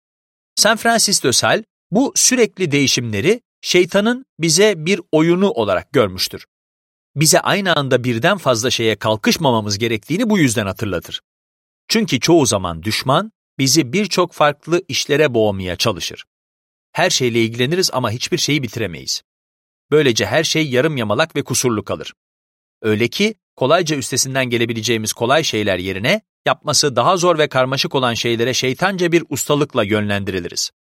Saint Francis de Sales, bu sürekli değişimleri şeytanın bize bir oyunu olarak görmüştür. Bize aynı anda birden fazla şeye kalkışmamamız gerektiğini bu yüzden hatırlatır. Çünkü çoğu zaman düşman, bizi birçok farklı işlere boğmaya çalışır. Her şeyle ilgileniriz ama hiçbir şeyi bitiremeyiz. Böylece her şey yarım yamalak ve kusurlu kalır. Öyle ki, kolayca üstesinden gelebileceğimiz kolay şeyler yerine, yapması daha zor ve karmaşık olan şeylere şeytanca bir ustalıkla yönlendiriliriz.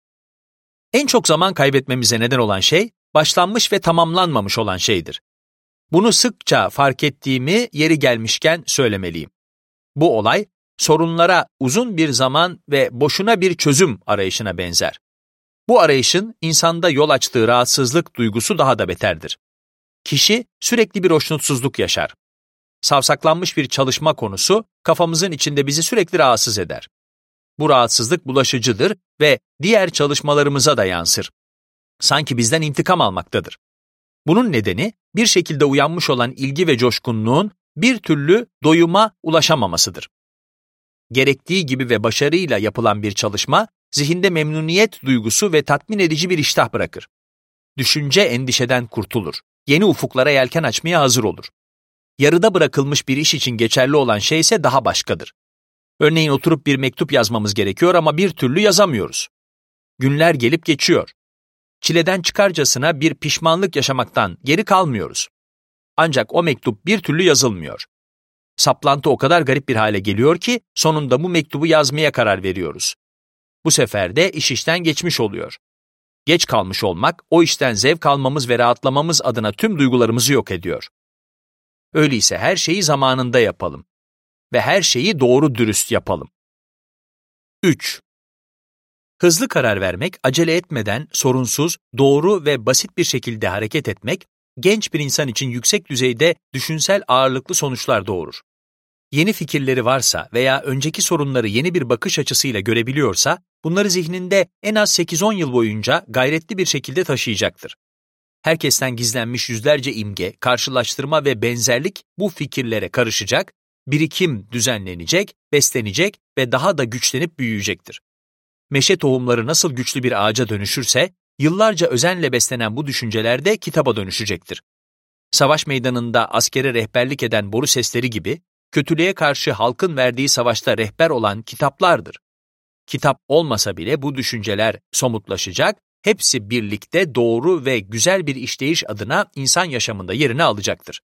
En çok zaman kaybetmemize neden olan şey, başlanmış ve tamamlanmamış olan şeydir. Bunu sıkça fark ettiğimi yeri gelmişken söylemeliyim. Bu olay, sorunlara uzun bir zaman ve boşuna bir çözüm arayışına benzer. Bu arayışın insanda yol açtığı rahatsızlık duygusu daha da beterdir. Kişi sürekli bir hoşnutsuzluk yaşar. Savsaklanmış bir çalışma konusu kafamızın içinde bizi sürekli rahatsız eder. Bu rahatsızlık bulaşıcıdır ve diğer çalışmalarımıza da yansır. Sanki bizden intikam almaktadır. Bunun nedeni bir şekilde uyanmış olan ilgi ve coşkunluğun bir türlü doyuma ulaşamamasıdır. Gerektiği gibi ve başarıyla yapılan bir çalışma, zihinde memnuniyet duygusu ve tatmin edici bir iştah bırakır. Düşünce endişeden kurtulur. Yeni ufuklara yelken açmaya hazır olur. Yarıda bırakılmış bir iş için geçerli olan şey ise daha başkadır. Örneğin oturup bir mektup yazmamız gerekiyor ama bir türlü yazamıyoruz. Günler gelip geçiyor. Çileden çıkarcasına bir pişmanlık yaşamaktan geri kalmıyoruz. Ancak o mektup bir türlü yazılmıyor. Saplantı o kadar garip bir hale geliyor ki sonunda bu mektubu yazmaya karar veriyoruz. Bu sefer de iş işten geçmiş oluyor. Geç kalmış olmak, o işten zevk almamız ve rahatlamamız adına tüm duygularımızı yok ediyor. Öyleyse her şeyi zamanında yapalım ve her şeyi doğru dürüst yapalım. 3. Hızlı karar vermek, acele etmeden sorunsuz, doğru ve basit bir şekilde hareket etmek, genç bir insan için yüksek düzeyde düşünsel ağırlıklı sonuçlar doğurur. Yeni fikirleri varsa veya önceki sorunları yeni bir bakış açısıyla görebiliyorsa, bunları zihninde en az 8-10 yıl boyunca gayretli bir şekilde taşıyacaktır. Herkesten gizlenmiş yüzlerce imge, karşılaştırma ve benzerlik bu fikirlere karışacak, birikim düzenlenecek, beslenecek ve daha da güçlenip büyüyecektir. Meşe tohumları nasıl güçlü bir ağaca dönüşürse, yıllarca özenle beslenen bu düşünceler de kitaba dönüşecektir. Savaş meydanında askere rehberlik eden boru sesleri gibi, kötülüğe karşı halkın verdiği savaşta rehber olan kitaplardır. Kitap olmasa bile bu düşünceler somutlaşacak, hepsi birlikte doğru ve güzel bir işleyiş adına insan yaşamında yerini alacaktır.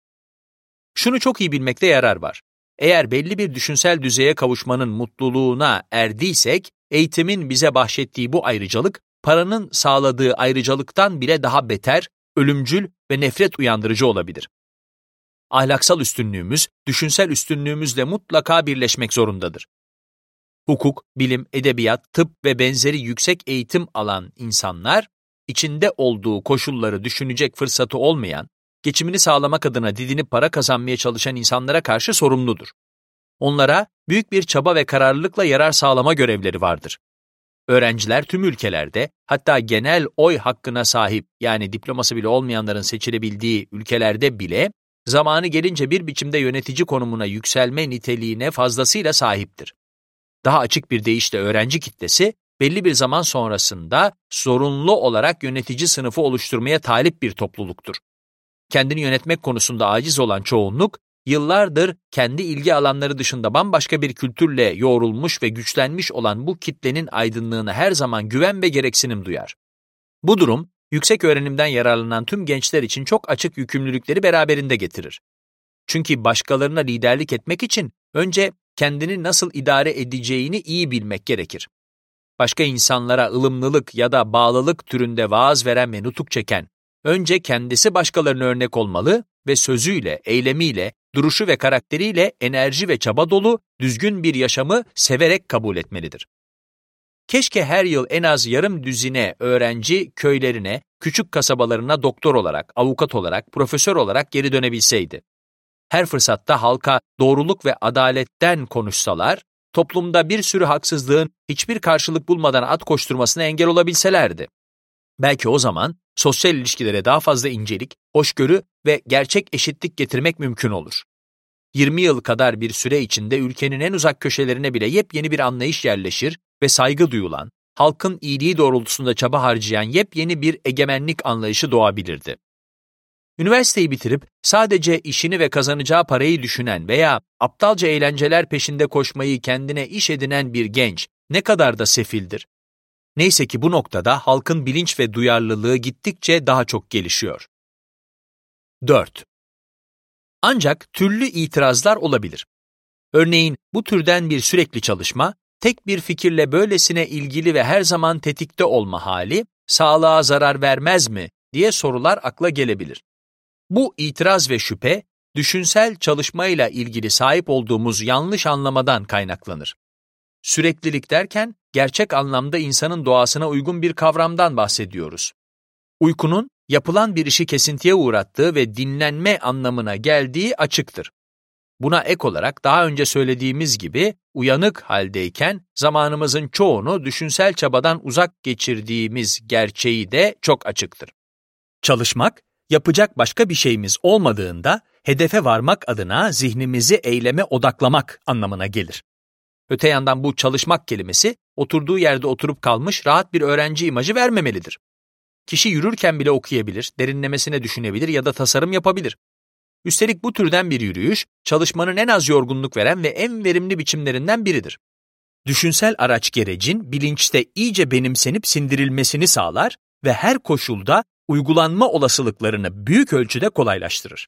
Şunu çok iyi bilmekte yarar var. Eğer belli bir düşünsel düzeye kavuşmanın mutluluğuna erdiysek, eğitimin bize bahşettiği bu ayrıcalık, paranın sağladığı ayrıcalıktan bile daha beter, ölümcül ve nefret uyandırıcı olabilir. Ahlaksal üstünlüğümüz, düşünsel üstünlüğümüzle mutlaka birleşmek zorundadır. Hukuk, bilim, edebiyat, tıp ve benzeri yüksek eğitim alan insanlar, içinde olduğu koşulları düşünecek fırsatı olmayan, geçimini sağlamak adına didinip para kazanmaya çalışan insanlara karşı sorumludur. Onlara büyük bir çaba ve kararlılıkla yarar sağlama görevleri vardır. Öğrenciler tüm ülkelerde, hatta genel oy hakkına sahip yani diploması bile olmayanların seçilebildiği ülkelerde bile, zamanı gelince bir biçimde yönetici konumuna yükselme niteliğine fazlasıyla sahiptir. Daha açık bir deyişle öğrenci kitlesi, belli bir zaman sonrasında zorunlu olarak yönetici sınıfı oluşturmaya talip bir topluluktur. Kendini yönetmek konusunda aciz olan çoğunluk, yıllardır kendi ilgi alanları dışında bambaşka bir kültürle yoğrulmuş ve güçlenmiş olan bu kitlenin aydınlığına her zaman güven ve gereksinim duyar. Bu durum, yüksek öğrenimden yararlanan tüm gençler için çok açık yükümlülükleri beraberinde getirir. Çünkü başkalarına liderlik etmek için önce kendini nasıl idare edeceğini iyi bilmek gerekir. Başka insanlara ılımlılık ya da bağlılık türünde vaaz veren ve nutuk çeken, önce kendisi başkalarına örnek olmalı ve sözüyle, eylemiyle, duruşu ve karakteriyle enerji ve çaba dolu, düzgün bir yaşamı severek kabul etmelidir. Keşke her yıl en az yarım düzine öğrenci köylerine, küçük kasabalarına doktor olarak, avukat olarak, profesör olarak geri dönebilseydi. Her fırsatta halka doğruluk ve adaletten konuşsalar, toplumda bir sürü haksızlığın hiçbir karşılık bulmadan at koşturmasına engel olabilselerdi. Belki o zaman sosyal ilişkilere daha fazla incelik, hoşgörü ve gerçek eşitlik getirmek mümkün olur. 20 yıl kadar bir süre içinde ülkenin en uzak köşelerine bile yepyeni bir anlayış yerleşir ve saygı duyulan, halkın iyiliği doğrultusunda çaba harcayan yepyeni bir egemenlik anlayışı doğabilirdi. Üniversiteyi bitirip sadece işini ve kazanacağı parayı düşünen veya aptalca eğlenceler peşinde koşmayı kendine iş edinen bir genç ne kadar da sefildir. Neyse ki bu noktada halkın bilinç ve duyarlılığı gittikçe daha çok gelişiyor. 4. Ancak türlü itirazlar olabilir. Örneğin bu türden bir sürekli çalışma, tek bir fikirle böylesine ilgili ve her zaman tetikte olma hali, sağlığa zarar vermez mi diye sorular akla gelebilir. Bu itiraz ve şüphe, düşünsel çalışmayla ilgili sahip olduğumuz yanlış anlamadan kaynaklanır. Süreklilik derken, gerçek anlamda insanın doğasına uygun bir kavramdan bahsediyoruz. Uykunun, yapılan bir işi kesintiye uğrattığı ve dinlenme anlamına geldiği açıktır. Buna ek olarak daha önce söylediğimiz gibi, uyanık haldeyken zamanımızın çoğunu düşünsel çabadan uzak geçirdiğimiz gerçeği de çok açıktır. Çalışmak, yapacak başka bir şeyimiz olmadığında, hedefe varmak adına zihnimizi eyleme odaklamak anlamına gelir. Öte yandan bu çalışmak kelimesi, oturduğu yerde oturup kalmış rahat bir öğrenci imajı vermemelidir. Kişi yürürken bile okuyabilir, derinlemesine düşünebilir ya da tasarım yapabilir. Üstelik bu türden bir yürüyüş, çalışmanın en az yorgunluk veren ve en verimli biçimlerinden biridir. Düşünsel araç gerecin bilinçte iyice benimsenip sindirilmesini sağlar ve her koşulda uygulanma olasılıklarını büyük ölçüde kolaylaştırır.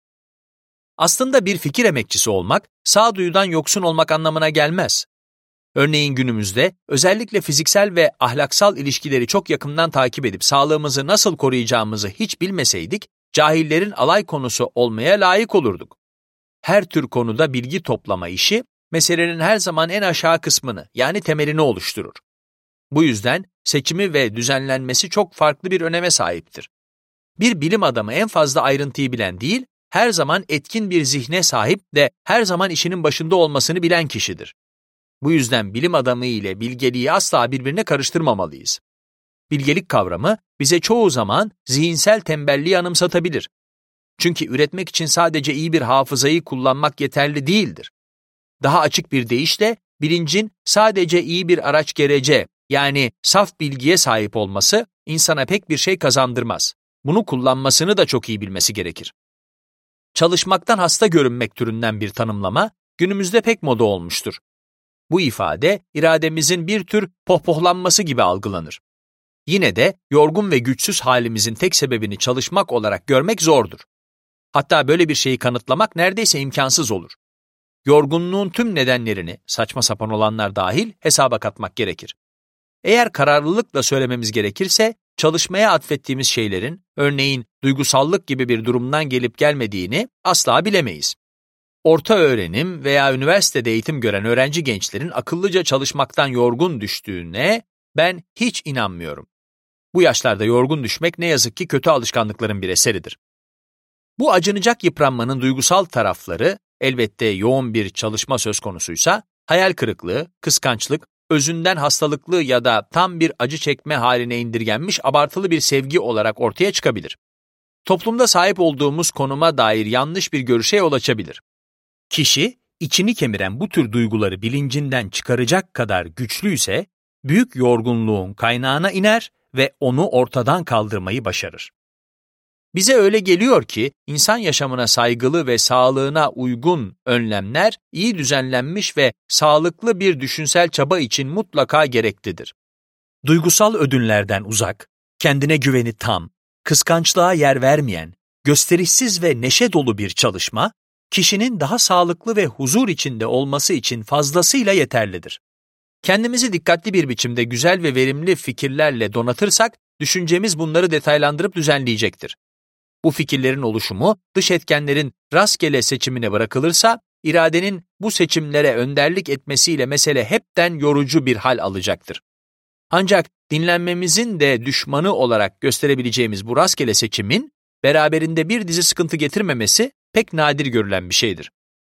Aslında bir fikir emekçisi olmak, sağduyudan yoksun olmak anlamına gelmez. Örneğin günümüzde özellikle fiziksel ve ahlaksal ilişkileri çok yakından takip edip sağlığımızı nasıl koruyacağımızı hiç bilmeseydik, cahillerin alay konusu olmaya layık olurduk. Her tür konuda bilgi toplama işi, meselenin her zaman en aşağı kısmını yani temelini oluşturur. Bu yüzden seçimi ve düzenlenmesi çok farklı bir öneme sahiptir. Bir bilim adamı en fazla ayrıntıyı bilen değil, her zaman etkin bir zihne sahip ve her zaman işinin başında olmasını bilen kişidir. Bu yüzden bilim adamı ile bilgeliği asla birbirine karıştırmamalıyız. Bilgelik kavramı bize çoğu zaman zihinsel tembelliği anımsatabilir. Çünkü üretmek için sadece iyi bir hafızayı kullanmak yeterli değildir. Daha açık bir deyişle, bilincin sadece iyi bir araç gerece, yani saf bilgiye sahip olması insana pek bir şey kazandırmaz. Bunu kullanmasını da çok iyi bilmesi gerekir. Çalışmaktan hasta görünmek türünden bir tanımlama günümüzde pek moda olmuştur. Bu ifade irademizin bir tür pohpohlanması gibi algılanır. Yine de yorgun ve güçsüz halimizin tek sebebini çalışmak olarak görmek zordur. Hatta böyle bir şeyi kanıtlamak neredeyse imkansız olur. Yorgunluğun tüm nedenlerini, saçma sapan olanlar dahil, hesaba katmak gerekir. Eğer kararlılıkla söylememiz gerekirse, çalışmaya atfettiğimiz şeylerin, örneğin duygusallık gibi bir durumdan gelip gelmediğini asla bilemeyiz. Orta öğrenim veya üniversitede eğitim gören öğrenci gençlerin akıllıca çalışmaktan yorgun düştüğüne ben hiç inanmıyorum. Bu yaşlarda yorgun düşmek ne yazık ki kötü alışkanlıkların bir eseridir. Bu acınacak yıpranmanın duygusal tarafları, elbette yoğun bir çalışma söz konusuysa, hayal kırıklığı, kıskançlık, özünden hastalıklı ya da tam bir acı çekme haline indirgenmiş abartılı bir sevgi olarak ortaya çıkabilir. Toplumda sahip olduğumuz konuma dair yanlış bir görüşe yol açabilir. Kişi, içini kemiren bu tür duyguları bilincinden çıkaracak kadar güçlüyse, büyük yorgunluğun kaynağına iner ve onu ortadan kaldırmayı başarır. Bize öyle geliyor ki, insan yaşamına saygılı ve sağlığına uygun önlemler, iyi düzenlenmiş ve sağlıklı bir düşünsel çaba için mutlaka gereklidir. Duygusal ödünlerden uzak, kendine güveni tam, kıskançlığa yer vermeyen, gösterişsiz ve neşe dolu bir çalışma, kişinin daha sağlıklı ve huzur içinde olması için fazlasıyla yeterlidir. Kendimizi dikkatli bir biçimde güzel ve verimli fikirlerle donatırsak, düşüncemiz bunları detaylandırıp düzenleyecektir. Bu fikirlerin oluşumu dış etkenlerin rastgele seçimine bırakılırsa, iradenin bu seçimlere önderlik etmesiyle mesele hepten yorucu bir hal alacaktır. Ancak dinlenmemizin de düşmanı olarak gösterebileceğimiz bu rastgele seçimin, beraberinde bir dizi sıkıntı getirmemesi pek nadir görülen bir şeydir.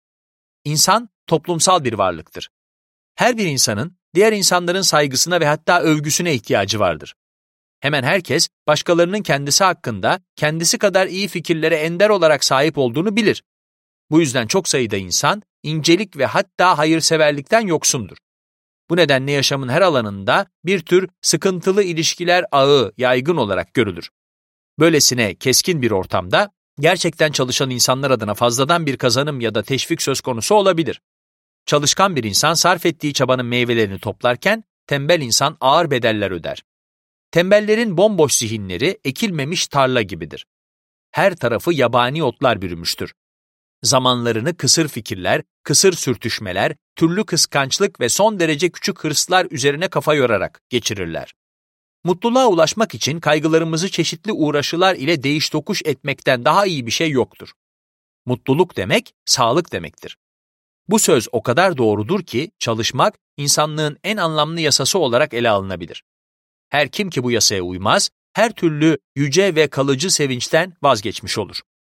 İnsan toplumsal bir varlıktır. Her bir insanın diğer insanların saygısına ve hatta övgüsüne ihtiyacı vardır. Hemen herkes başkalarının kendisi hakkında kendisi kadar iyi fikirlere ender olarak sahip olduğunu bilir. Bu yüzden çok sayıda insan incelik ve hatta hayırseverlikten yoksundur. Bu nedenle yaşamın her alanında bir tür sıkıntılı ilişkiler ağı yaygın olarak görülür. Böylesine keskin bir ortamda gerçekten çalışan insanlar adına fazladan bir kazanım ya da teşvik söz konusu olabilir. Çalışkan bir insan sarf ettiği çabanın meyvelerini toplarken tembel insan ağır bedeller öder. Tembellerin bomboş zihinleri ekilmemiş tarla gibidir. Her tarafı yabani otlar bürümüştür. Zamanlarını kısır fikirler, kısır sürtüşmeler, türlü kıskançlık ve son derece küçük hırslar üzerine kafa yorarak geçirirler. Mutluluğa ulaşmak için kaygılarımızı çeşitli uğraşılar ile değiş tokuş etmekten daha iyi bir şey yoktur. Mutluluk demek, sağlık demektir. Bu söz o kadar doğrudur ki çalışmak insanlığın en anlamlı yasası olarak ele alınabilir. Her kim ki bu yasaya uymaz, her türlü yüce ve kalıcı sevinçten vazgeçmiş olur.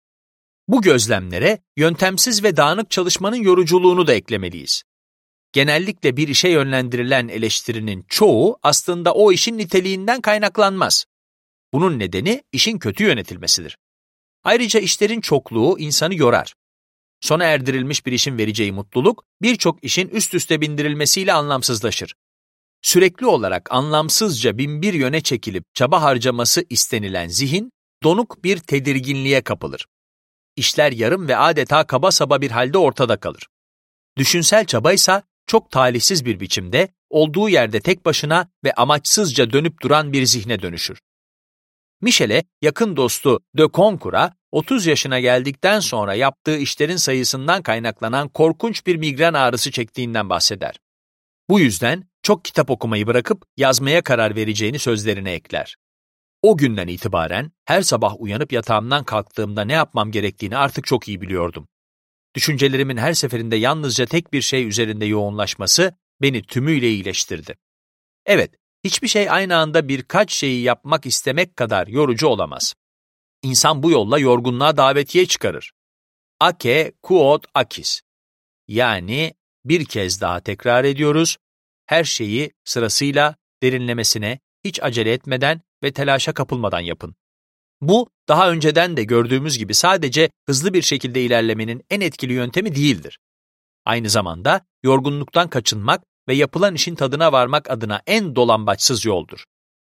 Bu gözlemlere yöntemsiz ve dağınık çalışmanın yoruculuğunu da eklemeliyiz. Genellikle bir işe yönlendirilen eleştirinin çoğu aslında o işin niteliğinden kaynaklanmaz. Bunun nedeni işin kötü yönetilmesidir. Ayrıca işlerin çokluğu insanı yorar. Sona erdirilmiş bir işin vereceği mutluluk, birçok işin üst üste bindirilmesiyle anlamsızlaşır. Sürekli olarak anlamsızca binbir yöne çekilip çaba harcaması istenilen zihin, donuk bir tedirginliğe kapılır. İşler yarım ve adeta kaba saba bir halde ortada kalır. Düşünsel çabaysa çok talihsiz bir biçimde, olduğu yerde tek başına ve amaçsızca dönüp duran bir zihne dönüşür. Michel'e yakın dostu de Goncourt'a 30 yaşına geldikten sonra yaptığı işlerin sayısından kaynaklanan korkunç bir migren ağrısı çektiğinden bahseder. Bu yüzden çok kitap okumayı bırakıp yazmaya karar vereceğini sözlerine ekler. O günden itibaren her sabah uyanıp yatağımdan kalktığımda ne yapmam gerektiğini artık çok iyi biliyordum. Düşüncelerimin her seferinde yalnızca tek bir şey üzerinde yoğunlaşması beni tümüyle iyileştirdi. Evet, hiçbir şey aynı anda birkaç şeyi yapmak istemek kadar yorucu olamaz. İnsan bu yolla yorgunluğa davetiye çıkarır. Ake kuot akis. Yani bir kez daha tekrar ediyoruz, her şeyi sırasıyla derinlemesine, hiç acele etmeden ve telaşa kapılmadan yapın. Bu, daha önceden de gördüğümüz gibi sadece hızlı bir şekilde ilerlemenin en etkili yöntemi değildir. Aynı zamanda yorgunluktan kaçınmak ve yapılan işin tadına varmak adına en dolambaçsız yoldur.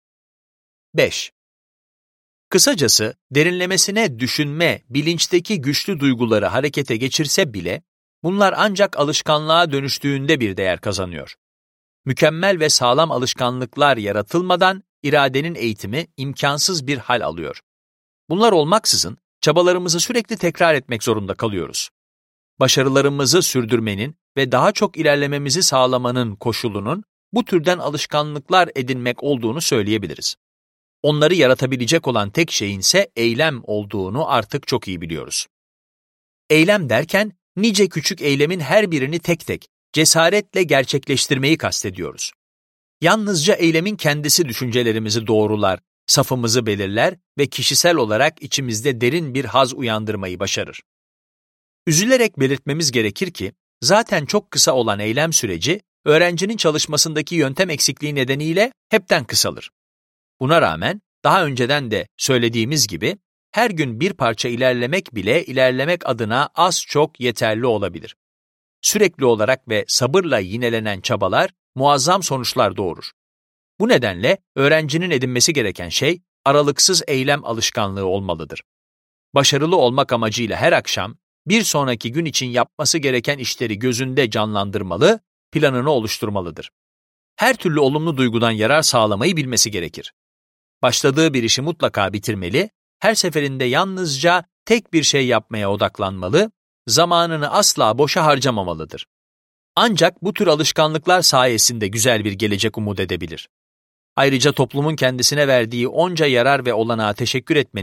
5. Kısacası, derinlemesine düşünme, bilinçteki güçlü duyguları harekete geçirse bile, bunlar ancak alışkanlığa dönüştüğünde bir değer kazanıyor. Mükemmel ve sağlam alışkanlıklar yaratılmadan iradenin eğitimi imkansız bir hal alıyor. Bunlar olmaksızın çabalarımızı sürekli tekrar etmek zorunda kalıyoruz. Başarılarımızı sürdürmenin ve daha çok ilerlememizi sağlamanın koşulunun bu türden alışkanlıklar edinmek olduğunu söyleyebiliriz. Onları yaratabilecek olan tek şeyin ise eylem olduğunu artık çok iyi biliyoruz. Eylem derken nice küçük eylemin her birini tek tek, cesaretle gerçekleştirmeyi kastediyoruz. Yalnızca eylemin kendisi düşüncelerimizi doğrular, safımızı belirler ve kişisel olarak içimizde derin bir haz uyandırmayı başarır. Üzülerek belirtmemiz gerekir ki, zaten çok kısa olan eylem süreci, öğrencinin çalışmasındaki yöntem eksikliği nedeniyle hepten kısalır. Buna rağmen, daha önceden de söylediğimiz gibi, her gün bir parça ilerlemek bile ilerlemek adına az çok yeterli olabilir. Sürekli olarak ve sabırla yinelenen çabalar muazzam sonuçlar doğurur. Bu nedenle öğrencinin edinmesi gereken şey aralıksız eylem alışkanlığı olmalıdır. Başarılı olmak amacıyla her akşam bir sonraki gün için yapması gereken işleri gözünde canlandırmalı, planını oluşturmalıdır. Her türlü olumlu duygudan yarar sağlamayı bilmesi gerekir. Başladığı bir işi mutlaka bitirmeli, her seferinde yalnızca tek bir şey yapmaya odaklanmalı, zamanını asla boşa harcamamalıdır. Ancak bu tür alışkanlıklar sayesinde güzel bir gelecek umut edebilir. Ayrıca toplumun kendisine verdiği onca yarar ve olanağa teşekkür etmenin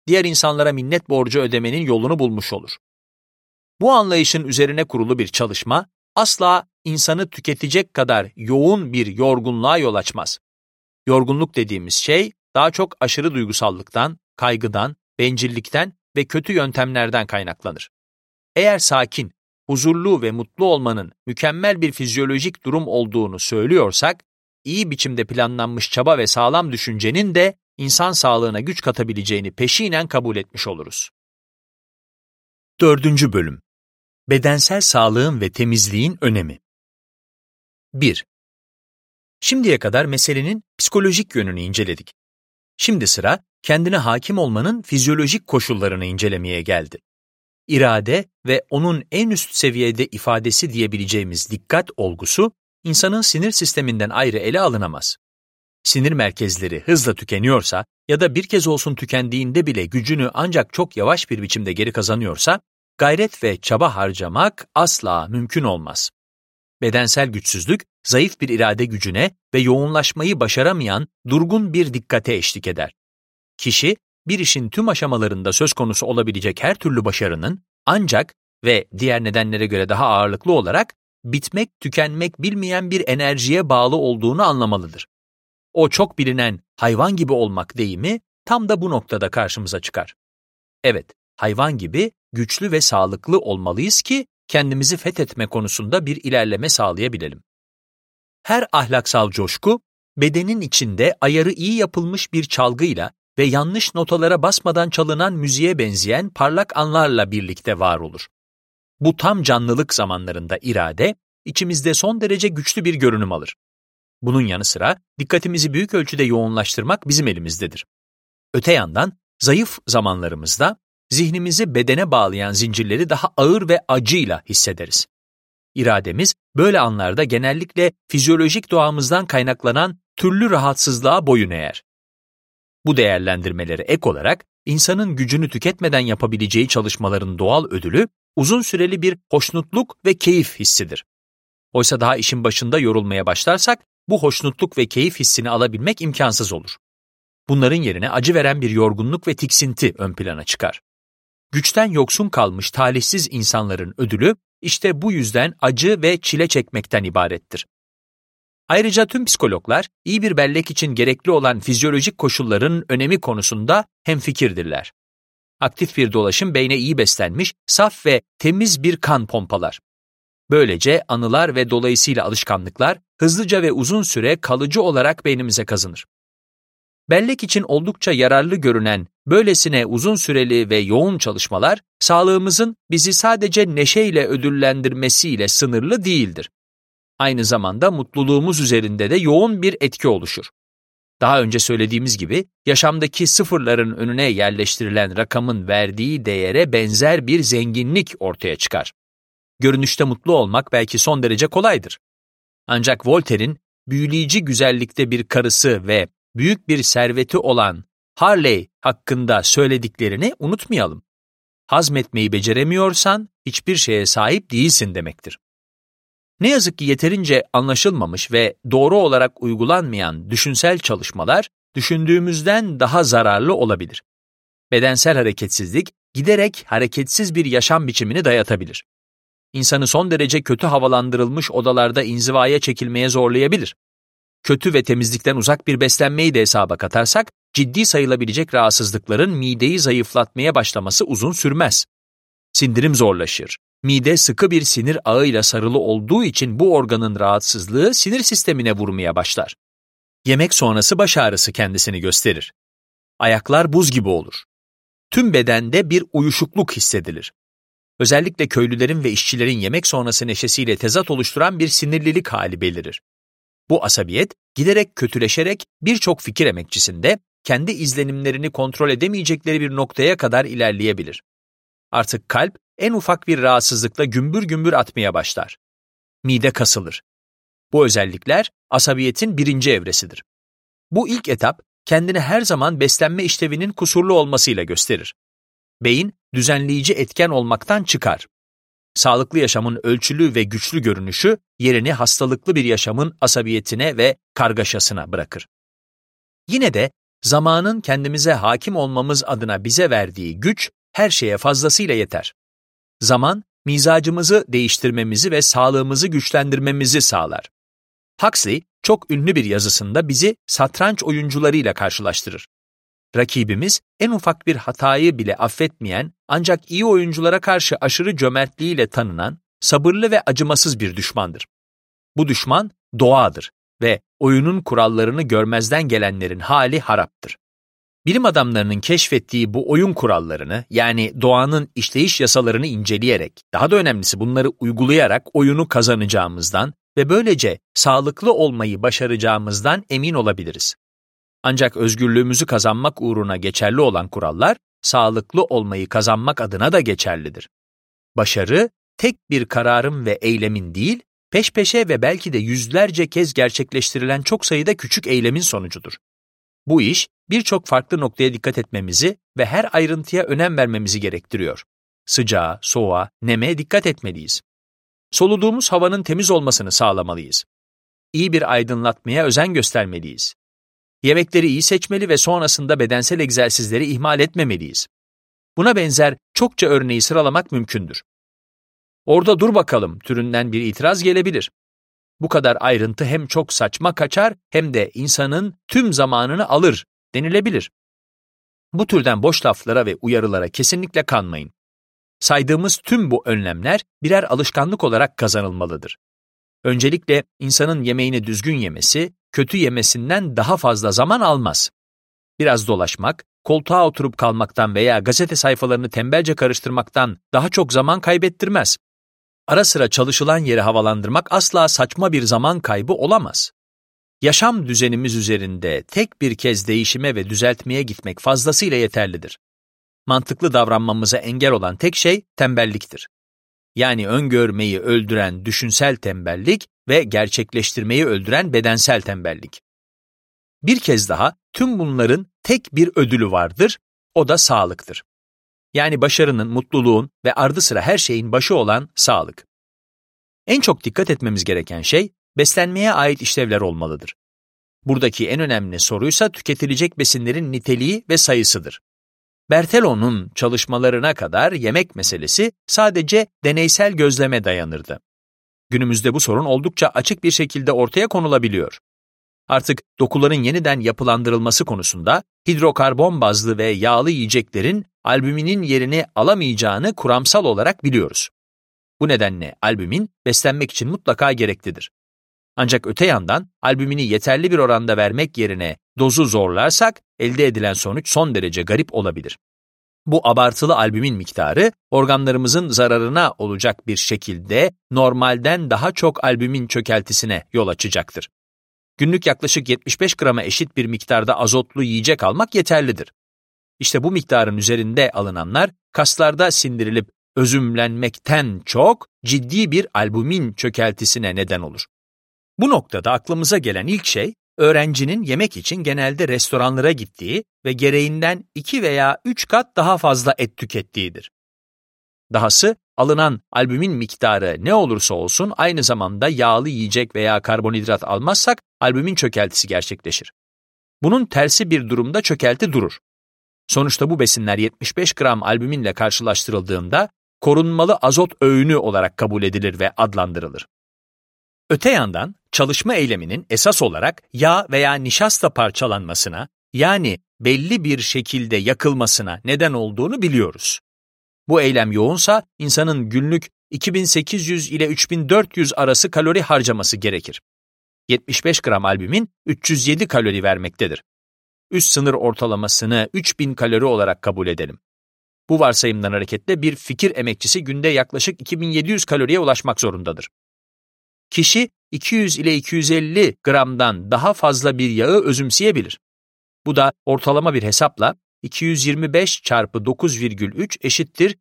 diğer insanlara minnet borcu ödemenin yolunu bulmuş olur. Bu anlayışın üzerine kurulu bir çalışma, asla insanı tüketecek kadar yoğun bir yorgunluğa yol açmaz. Yorgunluk dediğimiz şey, daha çok aşırı duygusallıktan, kaygıdan, bencillikten ve kötü yöntemlerden kaynaklanır. Eğer sakin, huzurlu ve mutlu olmanın mükemmel bir fizyolojik durum olduğunu söylüyorsak, iyi biçimde planlanmış çaba ve sağlam düşüncenin de insan sağlığına güç katabileceğini peşinen kabul etmiş oluruz. 4. Bölüm. Bedensel sağlığın ve temizliğin önemi. 1. Şimdiye kadar meselenin psikolojik yönünü inceledik. Şimdi sıra kendine hakim olmanın fizyolojik koşullarını incelemeye geldi. İrade ve onun en üst seviyede ifadesi diyebileceğimiz dikkat olgusu, insanın sinir sisteminden ayrı ele alınamaz. Sinir merkezleri hızla tükeniyorsa ya da bir kez olsun tükendiğinde bile gücünü ancak çok yavaş bir biçimde geri kazanıyorsa, gayret ve çaba harcamak asla mümkün olmaz. Bedensel güçsüzlük, zayıf bir irade gücüne ve yoğunlaşmayı başaramayan durgun bir dikkate eşlik eder. Kişi, bir işin tüm aşamalarında söz konusu olabilecek her türlü başarının ancak ve diğer nedenlere göre daha ağırlıklı olarak bitmek, tükenmek bilmeyen bir enerjiye bağlı olduğunu anlamalıdır. O çok bilinen hayvan gibi olmak deyimi tam da bu noktada karşımıza çıkar. Evet, hayvan gibi güçlü ve sağlıklı olmalıyız ki kendimizi fethetme konusunda bir ilerleme sağlayabilelim. Her ahlaksal coşku, bedenin içinde ayarı iyi yapılmış bir çalgıyla ve yanlış notalara basmadan çalınan müziğe benzeyen parlak anlarla birlikte var olur. Bu tam canlılık zamanlarında irade, içimizde son derece güçlü bir görünüm alır. Bunun yanı sıra dikkatimizi büyük ölçüde yoğunlaştırmak bizim elimizdedir. Öte yandan zayıf zamanlarımızda zihnimizi bedene bağlayan zincirleri daha ağır ve acıyla hissederiz. İrademiz böyle anlarda genellikle fizyolojik doğamızdan kaynaklanan türlü rahatsızlığa boyun eğer. Bu değerlendirmelere ek olarak insanın gücünü tüketmeden yapabileceği çalışmaların doğal ödülü uzun süreli bir hoşnutluk ve keyif hissidir. Oysa daha işin başında yorulmaya başlarsak bu hoşnutluk ve keyif hissini alabilmek imkansız olur. Bunların yerine acı veren bir yorgunluk ve tiksinti ön plana çıkar. Güçten yoksun kalmış talihsiz insanların ödülü işte bu yüzden acı ve çile çekmekten ibarettir. Ayrıca tüm psikologlar iyi bir bellek için gerekli olan fizyolojik koşulların önemi konusunda hemfikirdirler. Aktif bir dolaşım beyne iyi beslenmiş, saf ve temiz bir kan pompalar. Böylece anılar ve dolayısıyla alışkanlıklar hızlıca ve uzun süre kalıcı olarak beynimize kazınır. Bellek için oldukça yararlı görünen böylesine uzun süreli ve yoğun çalışmalar, sağlığımızın bizi sadece neşeyle ödüllendirmesiyle sınırlı değildir. Aynı zamanda mutluluğumuz üzerinde de yoğun bir etki oluşur. Daha önce söylediğimiz gibi, yaşamdaki sıfırların önüne yerleştirilen rakamın verdiği değere benzer bir zenginlik ortaya çıkar. Görünüşte mutlu olmak belki son derece kolaydır. Ancak Voltaire'in büyüleyici güzellikte bir karısı ve büyük bir serveti olan Harley hakkında söylediklerini unutmayalım. Hazmetmeyi beceremiyorsan hiçbir şeye sahip değilsin demektir. Ne yazık ki yeterince anlaşılmamış ve doğru olarak uygulanmayan düşünsel çalışmalar düşündüğümüzden daha zararlı olabilir. Bedensel hareketsizlik giderek hareketsiz bir yaşam biçimini dayatabilir. İnsanı son derece kötü havalandırılmış odalarda inzivaya çekilmeye zorlayabilir. Kötü ve temizlikten uzak bir beslenmeyi de hesaba katarsak, ciddi sayılabilecek rahatsızlıkların mideyi zayıflatmaya başlaması uzun sürmez. Sindirim zorlaşır. Mide sıkı bir sinir ağıyla sarılı olduğu için bu organın rahatsızlığı sinir sistemine vurmaya başlar. Yemek sonrası baş ağrısı kendisini gösterir. Ayaklar buz gibi olur. Tüm bedende bir uyuşukluk hissedilir. Özellikle köylülerin ve işçilerin yemek sonrası neşesiyle tezat oluşturan bir sinirlilik hali belirir. Bu asabiyet giderek kötüleşerek birçok fikir emekçisinde kendi izlenimlerini kontrol edemeyecekleri bir noktaya kadar ilerleyebilir. Artık kalp en ufak bir rahatsızlıkla gümbür gümbür atmaya başlar. Mide kasılır. Bu özellikler asabiyetin birinci evresidir. Bu ilk etap kendini her zaman beslenme işlevinin kusurlu olmasıyla gösterir. Beyin düzenleyici etken olmaktan çıkar. Sağlıklı yaşamın ölçülü ve güçlü görünüşü yerini hastalıklı bir yaşamın asabiyetine ve kargaşasına bırakır. Yine de Zamanın kendimize hakim olmamız adına bize verdiği güç her şeye fazlasıyla yeter. Zaman, mizacımızı değiştirmemizi ve sağlığımızı güçlendirmemizi sağlar. Huxley, çok ünlü bir yazısında bizi satranç oyuncularıyla karşılaştırır. Rakibimiz, en ufak bir hatayı bile affetmeyen, ancak iyi oyunculara karşı aşırı cömertliğiyle tanınan, sabırlı ve acımasız bir düşmandır. Bu düşman, doğadır ve oyunun kurallarını görmezden gelenlerin hali haraptır. Bilim adamlarının keşfettiği bu oyun kurallarını, yani doğanın işleyiş yasalarını inceleyerek, daha da önemlisi bunları uygulayarak oyunu kazanacağımızdan ve böylece sağlıklı olmayı başaracağımızdan emin olabiliriz. Ancak özgürlüğümüzü kazanmak uğruna geçerli olan kurallar, sağlıklı olmayı kazanmak adına da geçerlidir. Başarı, tek bir kararın ve eylemin değil, peş peşe ve belki de yüzlerce kez gerçekleştirilen çok sayıda küçük eylemin sonucudur. Bu iş, birçok farklı noktaya dikkat etmemizi ve her ayrıntıya önem vermemizi gerektiriyor. Sıcağa, soğuğa, neme dikkat etmeliyiz. Soluduğumuz havanın temiz olmasını sağlamalıyız. İyi bir aydınlatmaya özen göstermeliyiz. Yemekleri iyi seçmeli ve sonrasında bedensel egzersizleri ihmal etmemeliyiz. Buna benzer çokça örneği sıralamak mümkündür. Orada dur bakalım türünden bir itiraz gelebilir. Bu kadar ayrıntı hem çok saçma kaçar hem de insanın tüm zamanını alır denilebilir. Bu türden boş laflara ve uyarılara kesinlikle kanmayın. Saydığımız tüm bu önlemler birer alışkanlık olarak kazanılmalıdır. Öncelikle insanın yemeğini düzgün yemesi, kötü yemesinden daha fazla zaman almaz. Biraz dolaşmak, koltuğa oturup kalmaktan veya gazete sayfalarını tembelce karıştırmaktan daha çok zaman kaybettirmez. Ara sıra çalışılan yeri havalandırmak asla saçma bir zaman kaybı olamaz. Yaşam düzenimiz üzerinde tek bir kez değişime ve düzeltmeye gitmek fazlasıyla yeterlidir. Mantıklı davranmamıza engel olan tek şey tembelliktir. Yani öngörmeyi öldüren düşünsel tembellik ve gerçekleştirmeyi öldüren bedensel tembellik. Bir kez daha tüm bunların tek bir ödülü vardır, o da sağlıktır. Yani başarının, mutluluğun ve ardı sıra her şeyin başı olan sağlık. En çok dikkat etmemiz gereken şey, beslenmeye ait işlevler olmalıdır. Buradaki en önemli soruysa tüketilecek besinlerin niteliği ve sayısıdır. Berthelot'un çalışmalarına kadar yemek meselesi sadece deneysel gözleme dayanırdı. Günümüzde bu sorun oldukça açık bir şekilde ortaya konulabiliyor. Artık dokuların yeniden yapılandırılması konusunda hidrokarbon bazlı ve yağlı yiyeceklerin albüminin yerini alamayacağını kuramsal olarak biliyoruz. Bu nedenle albümin beslenmek için mutlaka gereklidir. Ancak öte yandan albümini yeterli bir oranda vermek yerine dozu zorlarsak elde edilen sonuç son derece garip olabilir. Bu abartılı albümin miktarı organlarımızın zararına olacak bir şekilde normalden daha çok albümin çökeltisine yol açacaktır. Günlük yaklaşık 75 grama eşit bir miktarda azotlu yiyecek almak yeterlidir. İşte bu miktarın üzerinde alınanlar kaslarda sindirilip özümlenmekten çok ciddi bir albümin çökeltisine neden olur. Bu noktada aklımıza gelen ilk şey, öğrencinin yemek için genelde restoranlara gittiği ve gereğinden 2 veya 3 kat daha fazla et tükettiğidir. Dahası alınan albümin miktarı ne olursa olsun aynı zamanda yağlı yiyecek veya karbonhidrat almazsak albümin çökeltisi gerçekleşir. Bunun tersi bir durumda çökelti durur. Sonuçta bu besinler 75 gram albüminle karşılaştırıldığında korunmalı azot öğünü olarak kabul edilir ve adlandırılır. Öte yandan çalışma eyleminin esas olarak yağ veya nişasta parçalanmasına, yani belli bir şekilde yakılmasına neden olduğunu biliyoruz. Bu eylem yoğunsa insanın günlük 2800 ile 3400 arası kalori harcaması gerekir. 75 gram albümin 307 kalori vermektedir. Üst sınır ortalamasını 3000 kalori olarak kabul edelim. Bu varsayımdan hareketle bir fikir emekçisi günde yaklaşık 2700 kaloriye ulaşmak zorundadır. Kişi 200 ile 250 gramdan daha fazla bir yağı özümseyebilir. Bu da ortalama bir hesapla 225 çarpı 9,3 eşittir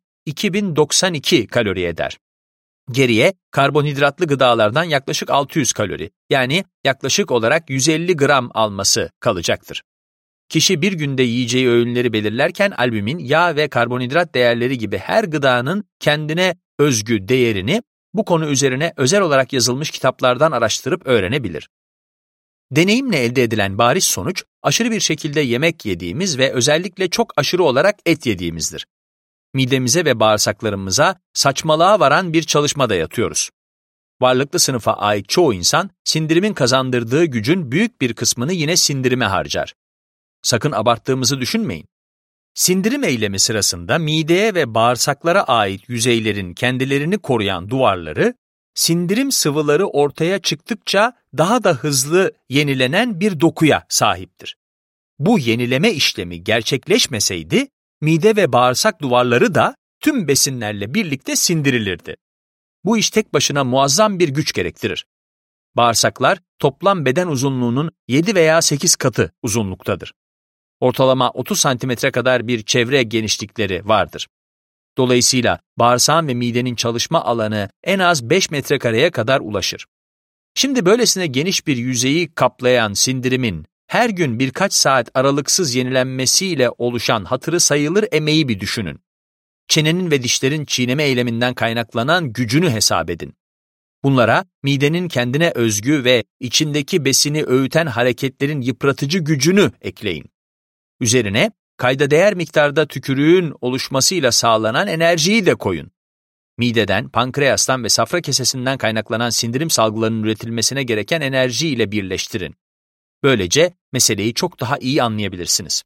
2092 kalori eder. Geriye karbonhidratlı gıdalardan yaklaşık 600 kalori, yani yaklaşık olarak 150 gram alması kalacaktır. Kişi bir günde yiyeceği öğünleri belirlerken albümin, yağ ve karbonhidrat değerleri gibi her gıdanın kendine özgü değerini bu konu üzerine özel olarak yazılmış kitaplardan araştırıp öğrenebilir. Deneyimle elde edilen bariz sonuç, aşırı bir şekilde yemek yediğimiz ve özellikle çok aşırı olarak et yediğimizdir. Midemize ve bağırsaklarımıza saçmalığa varan bir çalışmada yatıyoruz. Varlıklı sınıfa ait çoğu insan, sindirimin kazandırdığı gücün büyük bir kısmını yine sindirime harcar. Sakın abarttığımızı düşünmeyin. Sindirim eylemi sırasında mideye ve bağırsaklara ait yüzeylerin kendilerini koruyan duvarları, sindirim sıvıları ortaya çıktıkça daha da hızlı yenilenen bir dokuya sahiptir. Bu yenileme işlemi gerçekleşmeseydi, mide ve bağırsak duvarları da tüm besinlerle birlikte sindirilirdi. Bu iş tek başına muazzam bir güç gerektirir. Bağırsaklar toplam beden uzunluğunun 7 veya 8 katı uzunluktadır. Ortalama 30 santimetre kadar bir çevre genişlikleri vardır. Dolayısıyla bağırsağın ve midenin çalışma alanı en az 5 metrekareye kadar ulaşır. Şimdi böylesine geniş bir yüzeyi kaplayan sindirimin her gün birkaç saat aralıksız yenilenmesiyle oluşan hatırı sayılır emeği bir düşünün. Çenenin ve dişlerin çiğneme eyleminden kaynaklanan gücünü hesap edin. Bunlara midenin kendine özgü ve içindeki besini öğüten hareketlerin yıpratıcı gücünü ekleyin. Üzerine kayda değer miktarda tükürüğün oluşmasıyla sağlanan enerjiyi de koyun. Mideden, pankreastan ve safra kesesinden kaynaklanan sindirim salgılarının üretilmesine gereken enerji ile birleştirin. Böylece meseleyi çok daha iyi anlayabilirsiniz.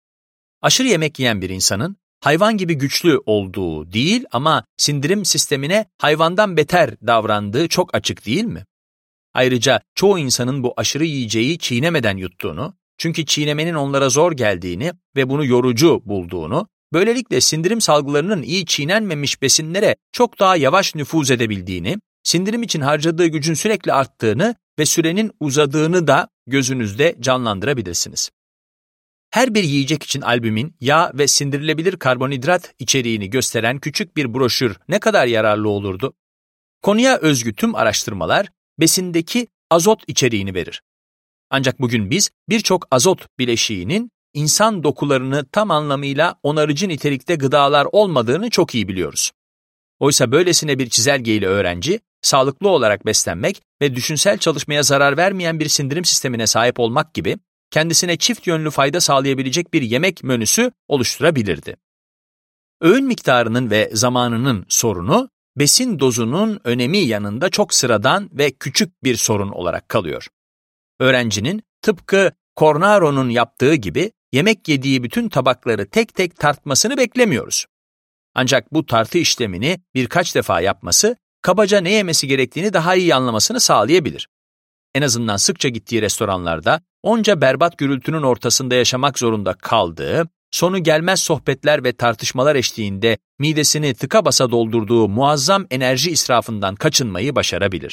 Aşırı yemek yiyen bir insanın hayvan gibi güçlü olduğu değil ama sindirim sistemine hayvandan beter davrandığı çok açık değil mi? Ayrıca çoğu insanın bu aşırı yiyeceği çiğnemeden yuttuğunu, çünkü çiğnemenin onlara zor geldiğini ve bunu yorucu bulduğunu, böylelikle sindirim salgılarının iyi çiğnenmemiş besinlere çok daha yavaş nüfuz edebildiğini, sindirim için harcadığı gücün sürekli arttığını ve sürenin uzadığını da gözünüzde canlandırabilirsiniz. Her bir yiyecek için albümin, yağ ve sindirilebilir karbonhidrat içeriğini gösteren küçük bir broşür ne kadar yararlı olurdu? Konuya özgü tüm araştırmalar besindeki azot içeriğini verir. Ancak bugün biz birçok azot bileşiğinin insan dokularını tam anlamıyla onarıcı nitelikte gıdalar olmadığını çok iyi biliyoruz. Oysa böylesine bir çizelgeyle öğrenci, sağlıklı olarak beslenmek ve düşünsel çalışmaya zarar vermeyen bir sindirim sistemine sahip olmak gibi, kendisine çift yönlü fayda sağlayabilecek bir yemek menüsü oluşturabilirdi. Öğün miktarının ve zamanının sorunu, besin dozunun önemi yanında çok sıradan ve küçük bir sorun olarak kalıyor. Öğrencinin tıpkı Cornaro'nun yaptığı gibi yemek yediği bütün tabakları tek tek tartmasını beklemiyoruz. Ancak bu tartı işlemini birkaç defa yapması, kabaca ne yemesi gerektiğini daha iyi anlamasını sağlayabilir. En azından sıkça gittiği restoranlarda onca berbat gürültünün ortasında yaşamak zorunda kaldığı, sonu gelmez sohbetler ve tartışmalar eşliğinde midesini tıka basa doldurduğu muazzam enerji israfından kaçınmayı başarabilir.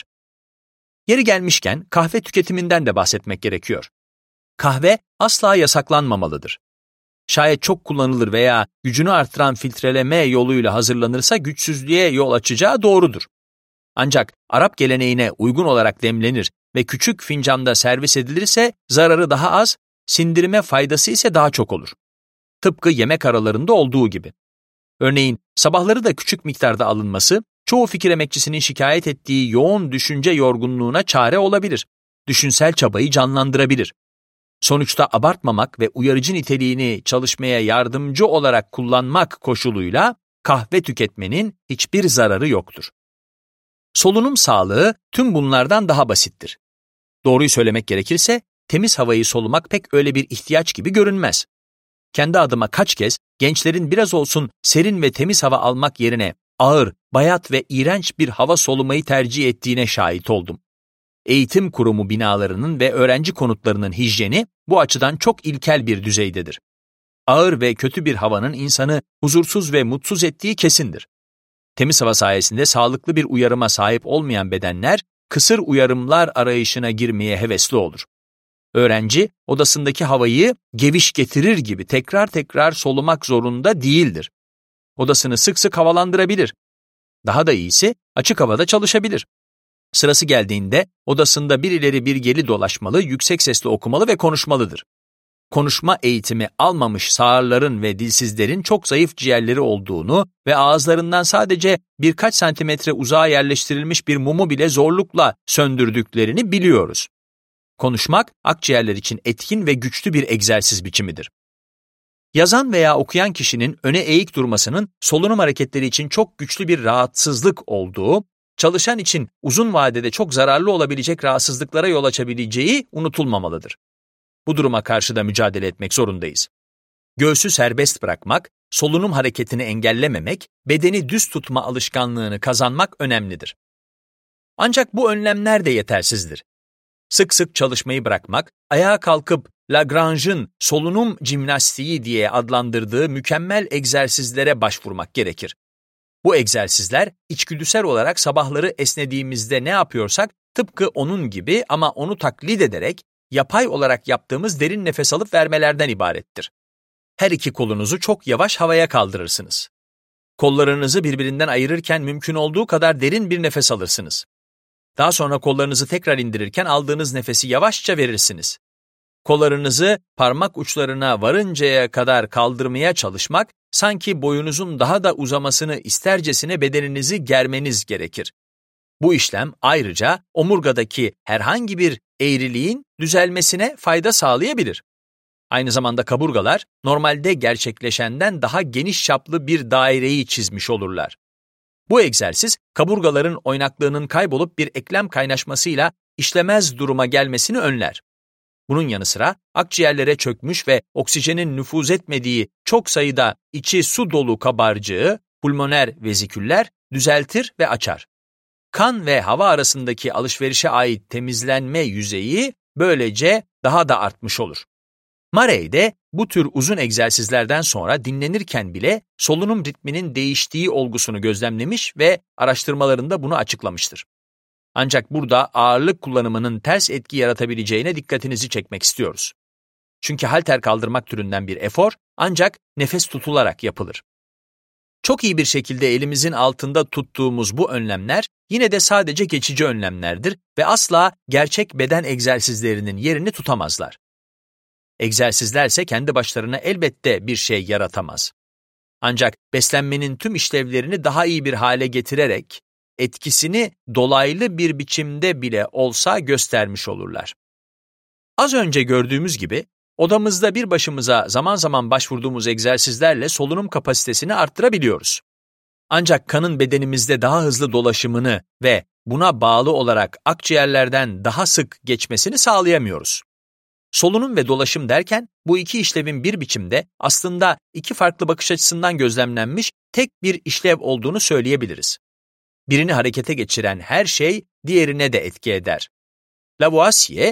Yeri gelmişken kahve tüketiminden de bahsetmek gerekiyor. Kahve asla yasaklanmamalıdır. Şayet çok kullanılır veya gücünü artıran filtreleme yoluyla hazırlanırsa güçsüzlüğe yol açacağı doğrudur. Ancak Arap geleneğine uygun olarak demlenir ve küçük fincanda servis edilirse zararı daha az, sindirime faydası ise daha çok olur. Tıpkı yemek aralarında olduğu gibi. Örneğin sabahları da küçük miktarda alınması, çoğu fikir emekçisinin şikayet ettiği yoğun düşünce yorgunluğuna çare olabilir. Düşünsel çabayı canlandırabilir. Sonuçta abartmamak ve uyarıcı niteliğini çalışmaya yardımcı olarak kullanmak koşuluyla kahve tüketmenin hiçbir zararı yoktur. Solunum sağlığı tüm bunlardan daha basittir. Doğruyu söylemek gerekirse, temiz havayı solumak pek öyle bir ihtiyaç gibi görünmez. Kendi adıma kaç kez gençlerin biraz olsun serin ve temiz hava almak yerine ağır, bayat ve iğrenç bir hava solumayı tercih ettiğine şahit oldum. Eğitim kurumu binalarının ve öğrenci konutlarının hijyeni bu açıdan çok ilkel bir düzeydedir. Ağır ve kötü bir havanın insanı huzursuz ve mutsuz ettiği kesindir. Temiz hava sayesinde sağlıklı bir uyarıma sahip olmayan bedenler, kısır uyarımlar arayışına girmeye hevesli olur. Öğrenci, odasındaki havayı geviş getirir gibi tekrar tekrar solumak zorunda değildir. Odasını sık sık havalandırabilir. Daha da iyisi, açık havada çalışabilir. Sırası geldiğinde odasında bir ileri bir geri dolaşmalı, yüksek sesle okumalı ve konuşmalıdır. Konuşma eğitimi almamış sağırların ve dilsizlerin çok zayıf ciğerleri olduğunu ve ağızlarından sadece birkaç santimetre uzağa yerleştirilmiş bir mumu bile zorlukla söndürdüklerini biliyoruz. Konuşmak, akciğerler için etkin ve güçlü bir egzersiz biçimidir. Yazan veya okuyan kişinin öne eğik durmasının solunum hareketleri için çok güçlü bir rahatsızlık olduğu, çalışan için uzun vadede çok zararlı olabilecek rahatsızlıklara yol açabileceği unutulmamalıdır. Bu duruma karşı da mücadele etmek zorundayız. Göğsü serbest bırakmak, solunum hareketini engellememek, bedeni düz tutma alışkanlığını kazanmak önemlidir. Ancak bu önlemler de yetersizdir. Sık sık çalışmayı bırakmak, ayağa kalkıp Lagrange'ın solunum jimnastiği diye adlandırdığı mükemmel egzersizlere başvurmak gerekir. Bu egzersizler içgüdüsel olarak sabahları esnediğimizde ne yapıyorsak tıpkı onun gibi ama onu taklit ederek yapay olarak yaptığımız derin nefes alıp vermelerden ibarettir. Her iki kolunuzu çok yavaş havaya kaldırırsınız. Kollarınızı birbirinden ayırırken mümkün olduğu kadar derin bir nefes alırsınız. Daha sonra kollarınızı tekrar indirirken aldığınız nefesi yavaşça verirsiniz. Kollarınızı parmak uçlarına varıncaya kadar kaldırmaya çalışmak, sanki boyunuzun daha da uzamasını istercesine bedeninizi germeniz gerekir. Bu işlem ayrıca omurgadaki herhangi bir eğriliğin düzelmesine fayda sağlayabilir. Aynı zamanda kaburgalar normalde gerçekleşenden daha geniş çaplı bir daireyi çizmiş olurlar. Bu egzersiz kaburgaların oynaklığının kaybolup bir eklem kaynaşmasıyla işlemez duruma gelmesini önler. Bunun yanı sıra akciğerlere çökmüş ve oksijenin nüfuz etmediği çok sayıda içi su dolu kabarcığı, pulmoner veziküller düzeltir ve açar. Kan ve hava arasındaki alışverişe ait temizlenme yüzeyi böylece daha da artmış olur. Murray de bu tür uzun egzersizlerden sonra dinlenirken bile solunum ritminin değiştiği olgusunu gözlemlemiş ve araştırmalarında bunu açıklamıştır. Ancak burada ağırlık kullanımının ters etki yaratabileceğine dikkatinizi çekmek istiyoruz. Çünkü halter kaldırmak türünden bir efor ancak nefes tutularak yapılır. Çok iyi bir şekilde elimizin altında tuttuğumuz bu önlemler yine de sadece geçici önlemlerdir ve asla gerçek beden egzersizlerinin yerini tutamazlar. Egzersizlerse kendi başlarına elbette bir şey yaratamaz. Ancak beslenmenin tüm işlevlerini daha iyi bir hale getirerek, etkisini dolaylı bir biçimde bile olsa göstermiş olurlar. Az önce gördüğümüz gibi, odamızda bir başımıza zaman zaman başvurduğumuz egzersizlerle solunum kapasitesini arttırabiliyoruz. Ancak kanın bedenimizde daha hızlı dolaşımını ve buna bağlı olarak akciğerlerden daha sık geçmesini sağlayamıyoruz. Solunum ve dolaşım derken bu iki işlevin bir biçimde aslında iki farklı bakış açısından gözlemlenmiş tek bir işlev olduğunu söyleyebiliriz. Birini harekete geçiren her şey diğerine de etki eder. Lavoisier,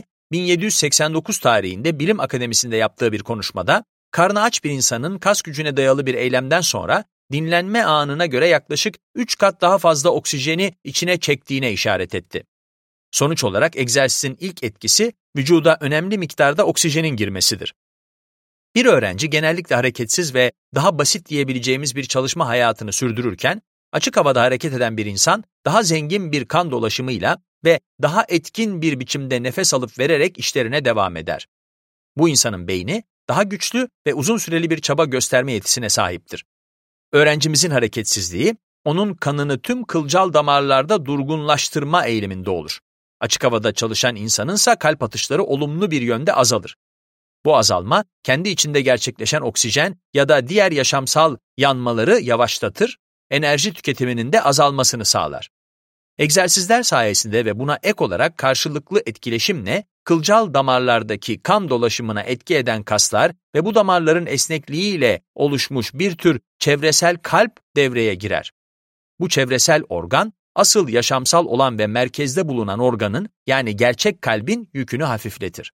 1789 tarihinde Bilim Akademisi'nde yaptığı bir konuşmada, karnı aç bir insanın kas gücüne dayalı bir eylemden sonra dinlenme anına göre yaklaşık 3 kat daha fazla oksijeni içine çektiğine işaret etti. Sonuç olarak egzersizin ilk etkisi vücuda önemli miktarda oksijenin girmesidir. Bir öğrenci genellikle hareketsiz ve daha basit diyebileceğimiz bir çalışma hayatını sürdürürken, açık havada hareket eden bir insan daha zengin bir kan dolaşımıyla ve daha etkin bir biçimde nefes alıp vererek işlerine devam eder. Bu insanın beyni daha güçlü ve uzun süreli bir çaba gösterme yetisine sahiptir. Öğrencimizin hareketsizliği, onun kanını tüm kılcal damarlarda durgunlaştırma eğiliminde olur. Açık havada çalışan insanınsa kalp atışları olumlu bir yönde azalır. Bu azalma, kendi içinde gerçekleşen oksijen ya da diğer yaşamsal yanmaları yavaşlatır, enerji tüketiminin de azalmasını sağlar. Egzersizler sayesinde ve buna ek olarak karşılıklı etkileşimle kılcal damarlardaki kan dolaşımına etki eden kaslar ve bu damarların esnekliğiyle oluşmuş bir tür çevresel kalp devreye girer. Bu çevresel organ, asıl yaşamsal olan ve merkezde bulunan organın yani gerçek kalbin yükünü hafifletir.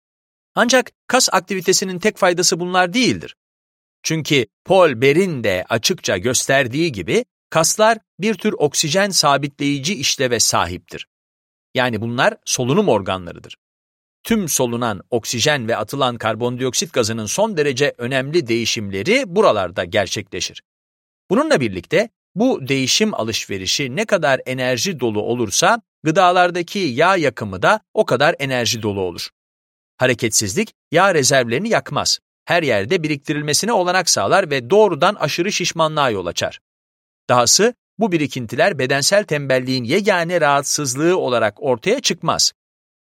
Ancak kas aktivitesinin tek faydası bunlar değildir. Çünkü Paul Ber'in de açıkça gösterdiği gibi kaslar bir tür oksijen sabitleyici işleve sahiptir. Yani bunlar solunum organlarıdır. Tüm solunan oksijen ve atılan karbondioksit gazının son derece önemli değişimleri buralarda gerçekleşir. Bununla birlikte bu değişim alışverişi ne kadar enerji dolu olursa gıdalardaki yağ yakımı da o kadar enerji dolu olur. Hareketsizlik yağ rezervlerini yakmaz. Her yerde biriktirilmesine olanak sağlar ve doğrudan aşırı şişmanlığa yol açar. Dahası bu birikintiler bedensel tembelliğin yegane rahatsızlığı olarak ortaya çıkmaz.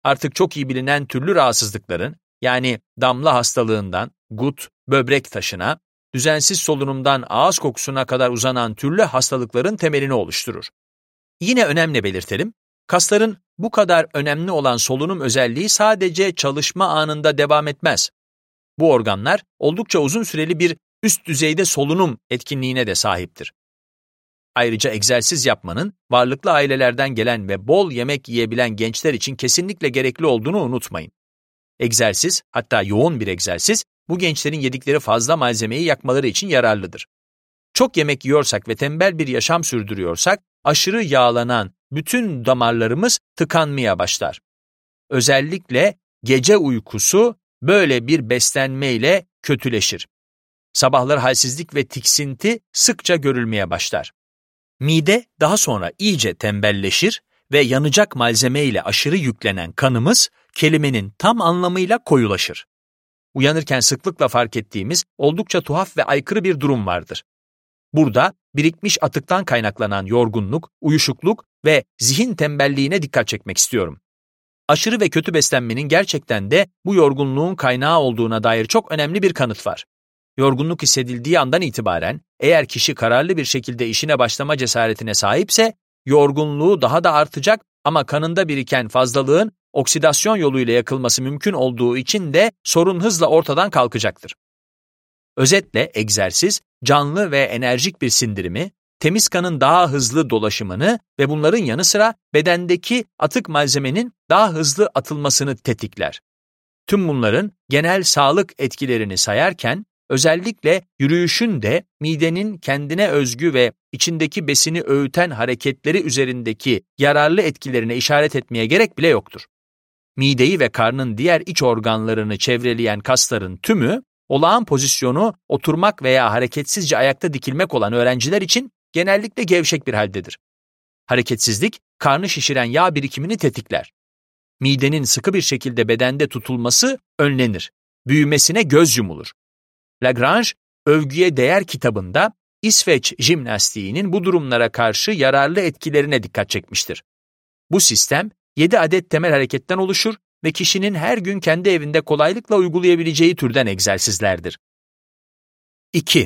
Artık çok iyi bilinen türlü rahatsızlıkların, yani damla hastalığından gut, böbrek taşına, düzensiz solunumdan ağız kokusuna kadar uzanan türlü hastalıkların temelini oluşturur. Yine önemli belirtelim, kasların bu kadar önemli olan solunum özelliği sadece çalışma anında devam etmez. Bu organlar oldukça uzun süreli bir üst düzeyde solunum etkinliğine de sahiptir. Ayrıca egzersiz yapmanın varlıklı ailelerden gelen ve bol yemek yiyebilen gençler için kesinlikle gerekli olduğunu unutmayın. Egzersiz, hatta yoğun bir egzersiz, bu gençlerin yedikleri fazla malzemeyi yakmaları için yararlıdır. Çok yemek yiyorsak ve tembel bir yaşam sürdürüyorsak, aşırı yağlanan bütün damarlarımız tıkanmaya başlar. Özellikle gece uykusu böyle bir beslenmeyle kötüleşir. Sabahlar halsizlik ve tiksinti sıkça görülmeye başlar. Mide daha sonra iyice tembelleşir ve yanacak malzemeyle aşırı yüklenen kanımız kelimenin tam anlamıyla koyulaşır. Uyanırken sıklıkla fark ettiğimiz oldukça tuhaf ve aykırı bir durum vardır. Burada birikmiş atıktan kaynaklanan yorgunluk, uyuşukluk ve zihin tembelliğine dikkat çekmek istiyorum. Aşırı ve kötü beslenmenin gerçekten de bu yorgunluğun kaynağı olduğuna dair çok önemli bir kanıt var. Yorgunluk hissedildiği andan itibaren eğer kişi kararlı bir şekilde işine başlama cesaretine sahipse, yorgunluğu daha da artacak ama kanında biriken fazlalığın oksidasyon yoluyla yakılması mümkün olduğu için de sorun hızla ortadan kalkacaktır. Özetle egzersiz, canlı ve enerjik bir sindirimi, temiz kanın daha hızlı dolaşımını ve bunların yanı sıra bedendeki atık malzemenin daha hızlı atılmasını tetikler. Tüm bunların genel sağlık etkilerini sayarken, özellikle yürüyüşün de midenin kendine özgü ve içindeki besini öğüten hareketleri üzerindeki yararlı etkilerine işaret etmeye gerek bile yoktur. Mideyi ve karnın diğer iç organlarını çevreleyen kasların tümü, olağan pozisyonu oturmak veya hareketsizce ayakta dikilmek olan öğrenciler için genellikle gevşek bir haldedir. Hareketsizlik, karnı şişiren yağ birikimini tetikler. Midenin sıkı bir şekilde bedende tutulması önlenir. Büyümesine göz yumulur. Lagrange, Övgüye Değer kitabında İsveç jimnastiğinin bu durumlara karşı yararlı etkilerine dikkat çekmiştir. Bu sistem 7 adet temel hareketten oluşur ve kişinin her gün kendi evinde kolaylıkla uygulayabileceği türden egzersizlerdir. 2.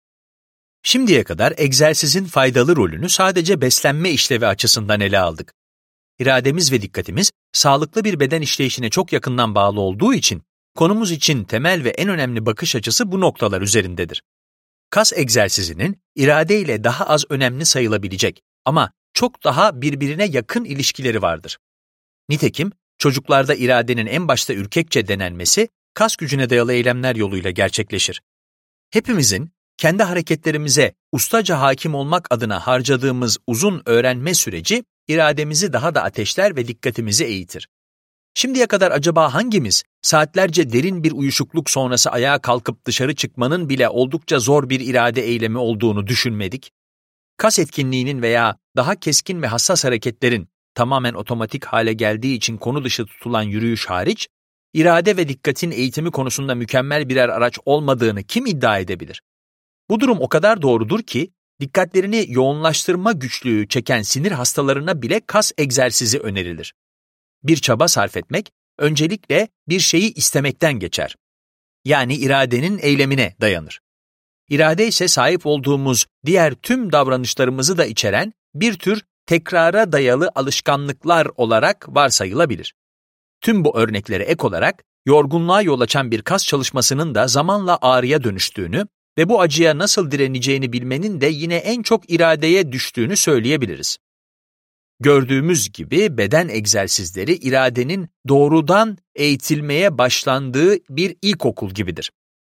Şimdiye kadar egzersizin faydalı rolünü sadece beslenme işlevi açısından ele aldık. İrademiz ve dikkatimiz sağlıklı bir beden işleyişine çok yakından bağlı olduğu için konumuz için temel ve en önemli bakış açısı bu noktalar üzerindedir. Kas egzersizinin iradeyle daha az önemli sayılabilecek ama çok daha birbirine yakın ilişkileri vardır. Nitekim çocuklarda iradenin en başta ürkekçe denenmesi kas gücüne dayalı eylemler yoluyla gerçekleşir. Hepimizin kendi hareketlerimize ustaca hakim olmak adına harcadığımız uzun öğrenme süreci irademizi daha da ateşler ve dikkatimizi eğitir. Şimdiye kadar acaba hangimiz saatlerce derin bir uyuşukluk sonrası ayağa kalkıp dışarı çıkmanın bile oldukça zor bir irade eylemi olduğunu düşünmedik? Kas etkinliğinin veya daha keskin ve hassas hareketlerin tamamen otomatik hale geldiği için konu dışı tutulan yürüyüş hariç, irade ve dikkatin eğitimi konusunda mükemmel birer araç olmadığını kim iddia edebilir? Bu durum o kadar doğrudur ki, dikkatlerini yoğunlaştırma güçlüğü çeken sinir hastalarına bile kas egzersizi önerilir. Bir çaba sarf etmek, öncelikle bir şeyi istemekten geçer. Yani iradenin eylemine dayanır. İrade ise sahip olduğumuz diğer tüm davranışlarımızı da içeren bir tür tekrara dayalı alışkanlıklar olarak varsayılabilir. Tüm bu örneklere ek olarak, yorgunluğa yol açan bir kas çalışmasının da zamanla ağrıya dönüştüğünü ve bu acıya nasıl direneceğini bilmenin de yine en çok iradeye düştüğünü söyleyebiliriz. Gördüğümüz gibi beden egzersizleri iradenin doğrudan eğitilmeye başlandığı bir ilkokul gibidir.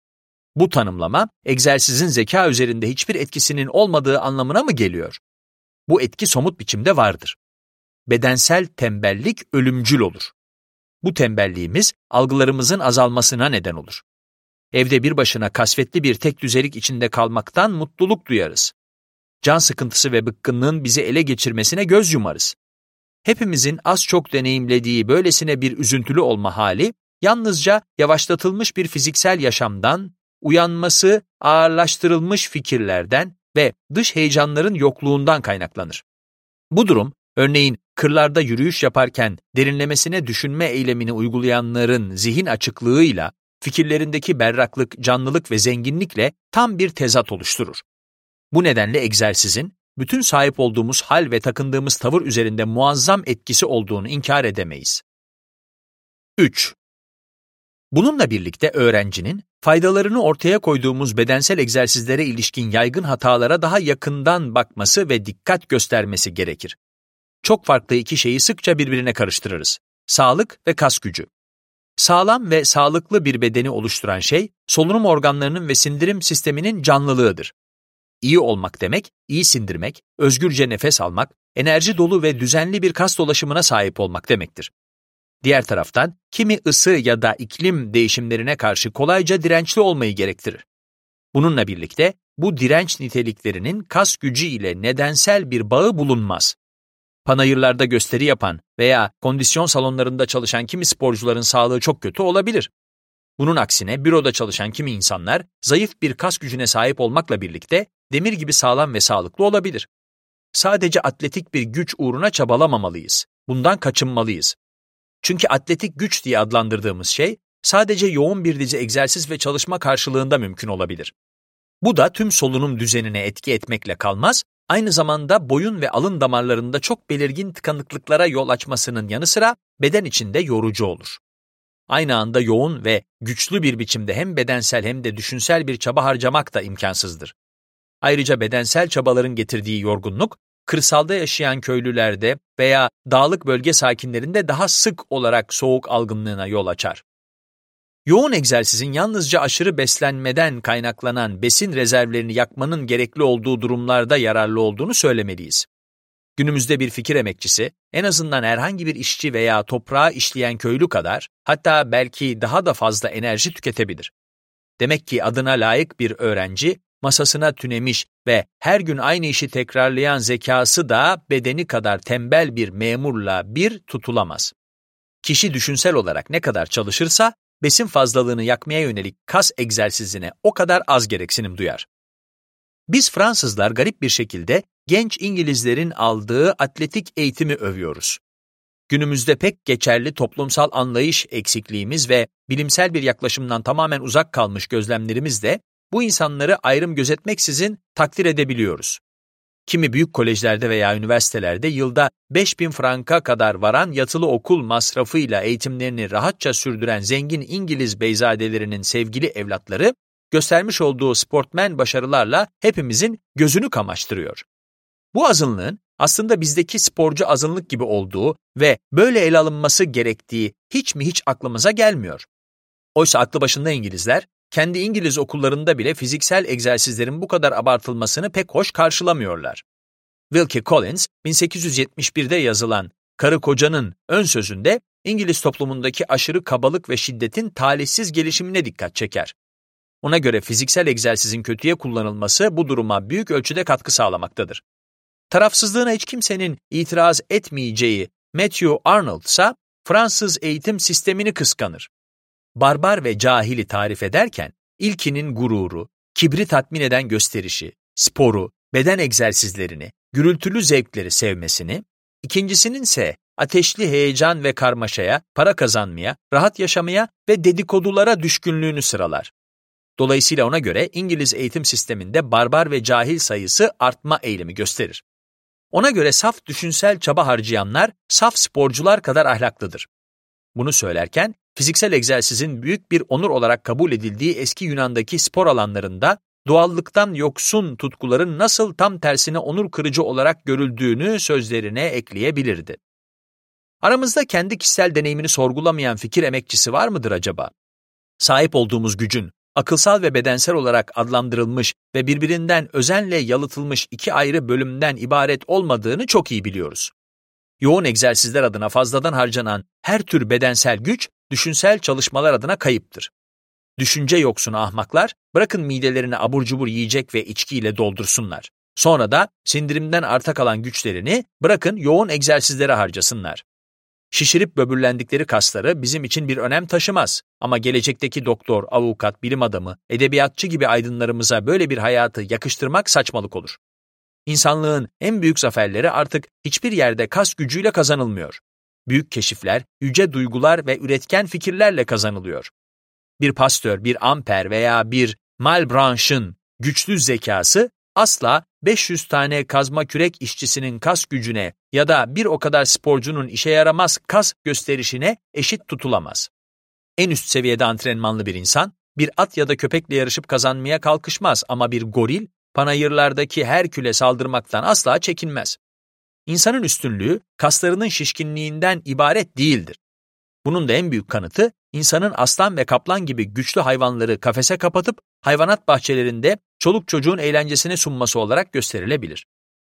Bu tanımlama, egzersizin zeka üzerinde hiçbir etkisinin olmadığı anlamına mı geliyor? Bu etki somut biçimde vardır. Bedensel tembellik ölümcül olur. Bu tembelliğimiz algılarımızın azalmasına neden olur. Evde bir başına kasvetli bir tek düzelik içinde kalmaktan mutluluk duyarız. Can sıkıntısı ve bıkkınlığın bizi ele geçirmesine göz yumarız. Hepimizin az çok deneyimlediği böylesine bir üzüntülü olma hali, yalnızca yavaşlatılmış bir fiziksel yaşamdan, uyanması ağırlaştırılmış fikirlerden ve dış heyecanların yokluğundan kaynaklanır. Bu durum, örneğin kırlarda yürüyüş yaparken derinlemesine düşünme eylemini uygulayanların zihin açıklığıyla, fikirlerindeki berraklık, canlılık ve zenginlikle tam bir tezat oluşturur. Bu nedenle egzersizin, bütün sahip olduğumuz hal ve takındığımız tavır üzerinde muazzam etkisi olduğunu inkar edemeyiz. 3. Bununla birlikte öğrencinin, faydalarını ortaya koyduğumuz bedensel egzersizlere ilişkin yaygın hatalara daha yakından bakması ve dikkat göstermesi gerekir. Çok farklı iki şeyi sıkça birbirine karıştırırız. Sağlık ve kas gücü. Sağlam ve sağlıklı bir bedeni oluşturan şey, solunum organlarının ve sindirim sisteminin canlılığıdır. İyi olmak demek, iyi sindirmek, özgürce nefes almak, enerji dolu ve düzenli bir kas dolaşımına sahip olmak demektir. Diğer taraftan, kimi ısı ya da iklim değişimlerine karşı kolayca dirençli olmayı gerektirir. Bununla birlikte, bu direnç niteliklerinin kas gücü ile nedensel bir bağı bulunmaz. Panayırlarda gösteri yapan veya kondisyon salonlarında çalışan kimi sporcuların sağlığı çok kötü olabilir. Bunun aksine büroda çalışan kimi insanlar zayıf bir kas gücüne sahip olmakla birlikte demir gibi sağlam ve sağlıklı olabilir. Sadece atletik bir güç uğruna çabalamamalıyız. Bundan kaçınmalıyız. Çünkü atletik güç diye adlandırdığımız şey sadece yoğun bir dizi egzersiz ve çalışma karşılığında mümkün olabilir. Bu da tüm solunum düzenine etki etmekle kalmaz, aynı zamanda boyun ve alın damarlarında çok belirgin tıkanıklıklara yol açmasının yanı sıra beden içinde yorucu olur. Aynı anda yoğun ve güçlü bir biçimde hem bedensel hem de düşünsel bir çaba harcamak da imkansızdır. Ayrıca bedensel çabaların getirdiği yorgunluk, kırsalda yaşayan köylülerde veya dağlık bölge sakinlerinde daha sık olarak soğuk algınlığına yol açar. Yoğun egzersizin yalnızca aşırı beslenmeden kaynaklanan besin rezervlerini yakmanın gerekli olduğu durumlarda yararlı olduğunu söylemeliyiz. Günümüzde bir fikir emekçisi, en azından herhangi bir işçi veya toprağı işleyen köylü kadar, hatta belki daha da fazla enerji tüketebilir. Demek ki adına layık bir öğrenci, masasına tünemiş ve her gün aynı işi tekrarlayan zekası da bedeni kadar tembel bir memurla bir tutulamaz. Kişi düşünsel olarak ne kadar çalışırsa, besin fazlalığını yakmaya yönelik kas egzersizine o kadar az gereksinim duyar. Biz Fransızlar garip bir şekilde genç İngilizlerin aldığı atletik eğitimi övüyoruz. Günümüzde pek geçerli toplumsal anlayış eksikliğimiz ve bilimsel bir yaklaşımdan tamamen uzak kalmış gözlemlerimizle bu insanları ayrım gözetmeksizin takdir edebiliyoruz. Kimi büyük kolejlerde veya üniversitelerde yılda 5.000 franka kadar varan yatılı okul masrafıyla eğitimlerini rahatça sürdüren zengin İngiliz beyzadelerinin sevgili evlatları, göstermiş olduğu sportmen başarılarla hepimizin gözünü kamaştırıyor. Bu azınlığın aslında bizdeki sporcu azınlık gibi olduğu ve böyle ele alınması gerektiği hiç mi hiç aklımıza gelmiyor. Oysa aklı başında İngilizler, kendi İngiliz okullarında bile fiziksel egzersizlerin bu kadar abartılmasını pek hoş karşılamıyorlar. Wilkie Collins, 1871'de yazılan Karı Kocanın ön sözünde İngiliz toplumundaki aşırı kabalık ve şiddetin talihsiz gelişimine dikkat çeker. Ona göre fiziksel egzersizin kötüye kullanılması bu duruma büyük ölçüde katkı sağlamaktadır. Tarafsızlığına hiç kimsenin itiraz etmeyeceği Matthew Arnold ise Fransız eğitim sistemini kıskanır. Barbar ve cahili tarif ederken, ilkinin gururu, kibri tatmin eden gösterişi, sporu, beden egzersizlerini, gürültülü zevkleri sevmesini, ikincisinin ise ateşli heyecan ve karmaşaya, para kazanmaya, rahat yaşamaya ve dedikodulara düşkünlüğünü sıralar. Dolayısıyla ona göre İngiliz eğitim sisteminde barbar ve cahil sayısı artma eğilimi gösterir. Ona göre saf düşünsel çaba harcayanlar, saf sporcular kadar ahlaklıdır. Bunu söylerken, fiziksel egzersizin büyük bir onur olarak kabul edildiği eski Yunan'daki spor alanlarında, doğallıktan yoksun tutkuların nasıl tam tersine onur kırıcı olarak görüldüğünü sözlerine ekleyebilirdi. Aramızda kendi kişisel deneyimini sorgulamayan fikir emekçisi var mıdır acaba? Sahip olduğumuz gücün, akılsal ve bedensel olarak adlandırılmış ve birbirinden özenle yalıtılmış iki ayrı bölümden ibaret olmadığını çok iyi biliyoruz. Yoğun egzersizler adına fazladan harcanan her tür bedensel güç, düşünsel çalışmalar adına kayıptır. Düşünce yoksunu ahmaklar, bırakın midelerini abur cubur yiyecek ve içkiyle doldursunlar. Sonra da sindirimden arta kalan güçlerini bırakın yoğun egzersizlere harcasınlar. Şişirip böbürlendikleri kasları bizim için bir önem taşımaz. Ama gelecekteki doktor, avukat, bilim adamı, edebiyatçı gibi aydınlarımıza böyle bir hayatı yakıştırmak saçmalık olur. İnsanlığın en büyük zaferleri artık hiçbir yerde kas gücüyle kazanılmıyor. Büyük keşifler, yüce duygular ve üretken fikirlerle kazanılıyor. Bir Pasteur, bir Ampère veya bir Malebranche'ın güçlü zekası asla 500 tane kazma kürek işçisinin kas gücüne ya da bir o kadar sporcunun işe yaramaz kas gösterişine eşit tutulamaz. En üst seviyede antrenmanlı bir insan, bir at ya da köpekle yarışıp kazanmaya kalkışmaz ama bir goril, panayırlardaki Herkül'e saldırmaktan asla çekinmez. İnsanın üstünlüğü, kaslarının şişkinliğinden ibaret değildir. Bunun da en büyük kanıtı, insanın aslan ve kaplan gibi güçlü hayvanları kafese kapatıp, hayvanat bahçelerinde çoluk çocuğun eğlencesine sunması olarak gösterilebilir.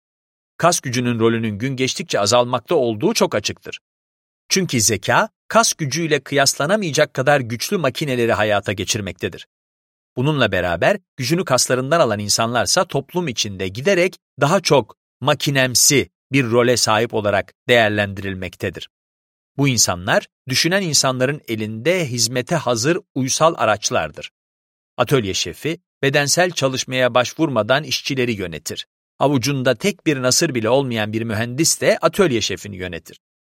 Kas gücünün rolünün gün geçtikçe azalmakta olduğu çok açıktır. Çünkü zeka, kas gücüyle kıyaslanamayacak kadar güçlü makineleri hayata geçirmektedir. Bununla beraber gücünü kaslarından alan insanlarsa toplum içinde giderek daha çok makinemsi bir role sahip olarak değerlendirilmektedir. Bu insanlar, düşünen insanların elinde hizmete hazır uysal araçlardır. Atölye şefi, bedensel çalışmaya başvurmadan işçileri yönetir. Avucunda tek bir nasır bile olmayan bir mühendis de atölye şefini yönetir.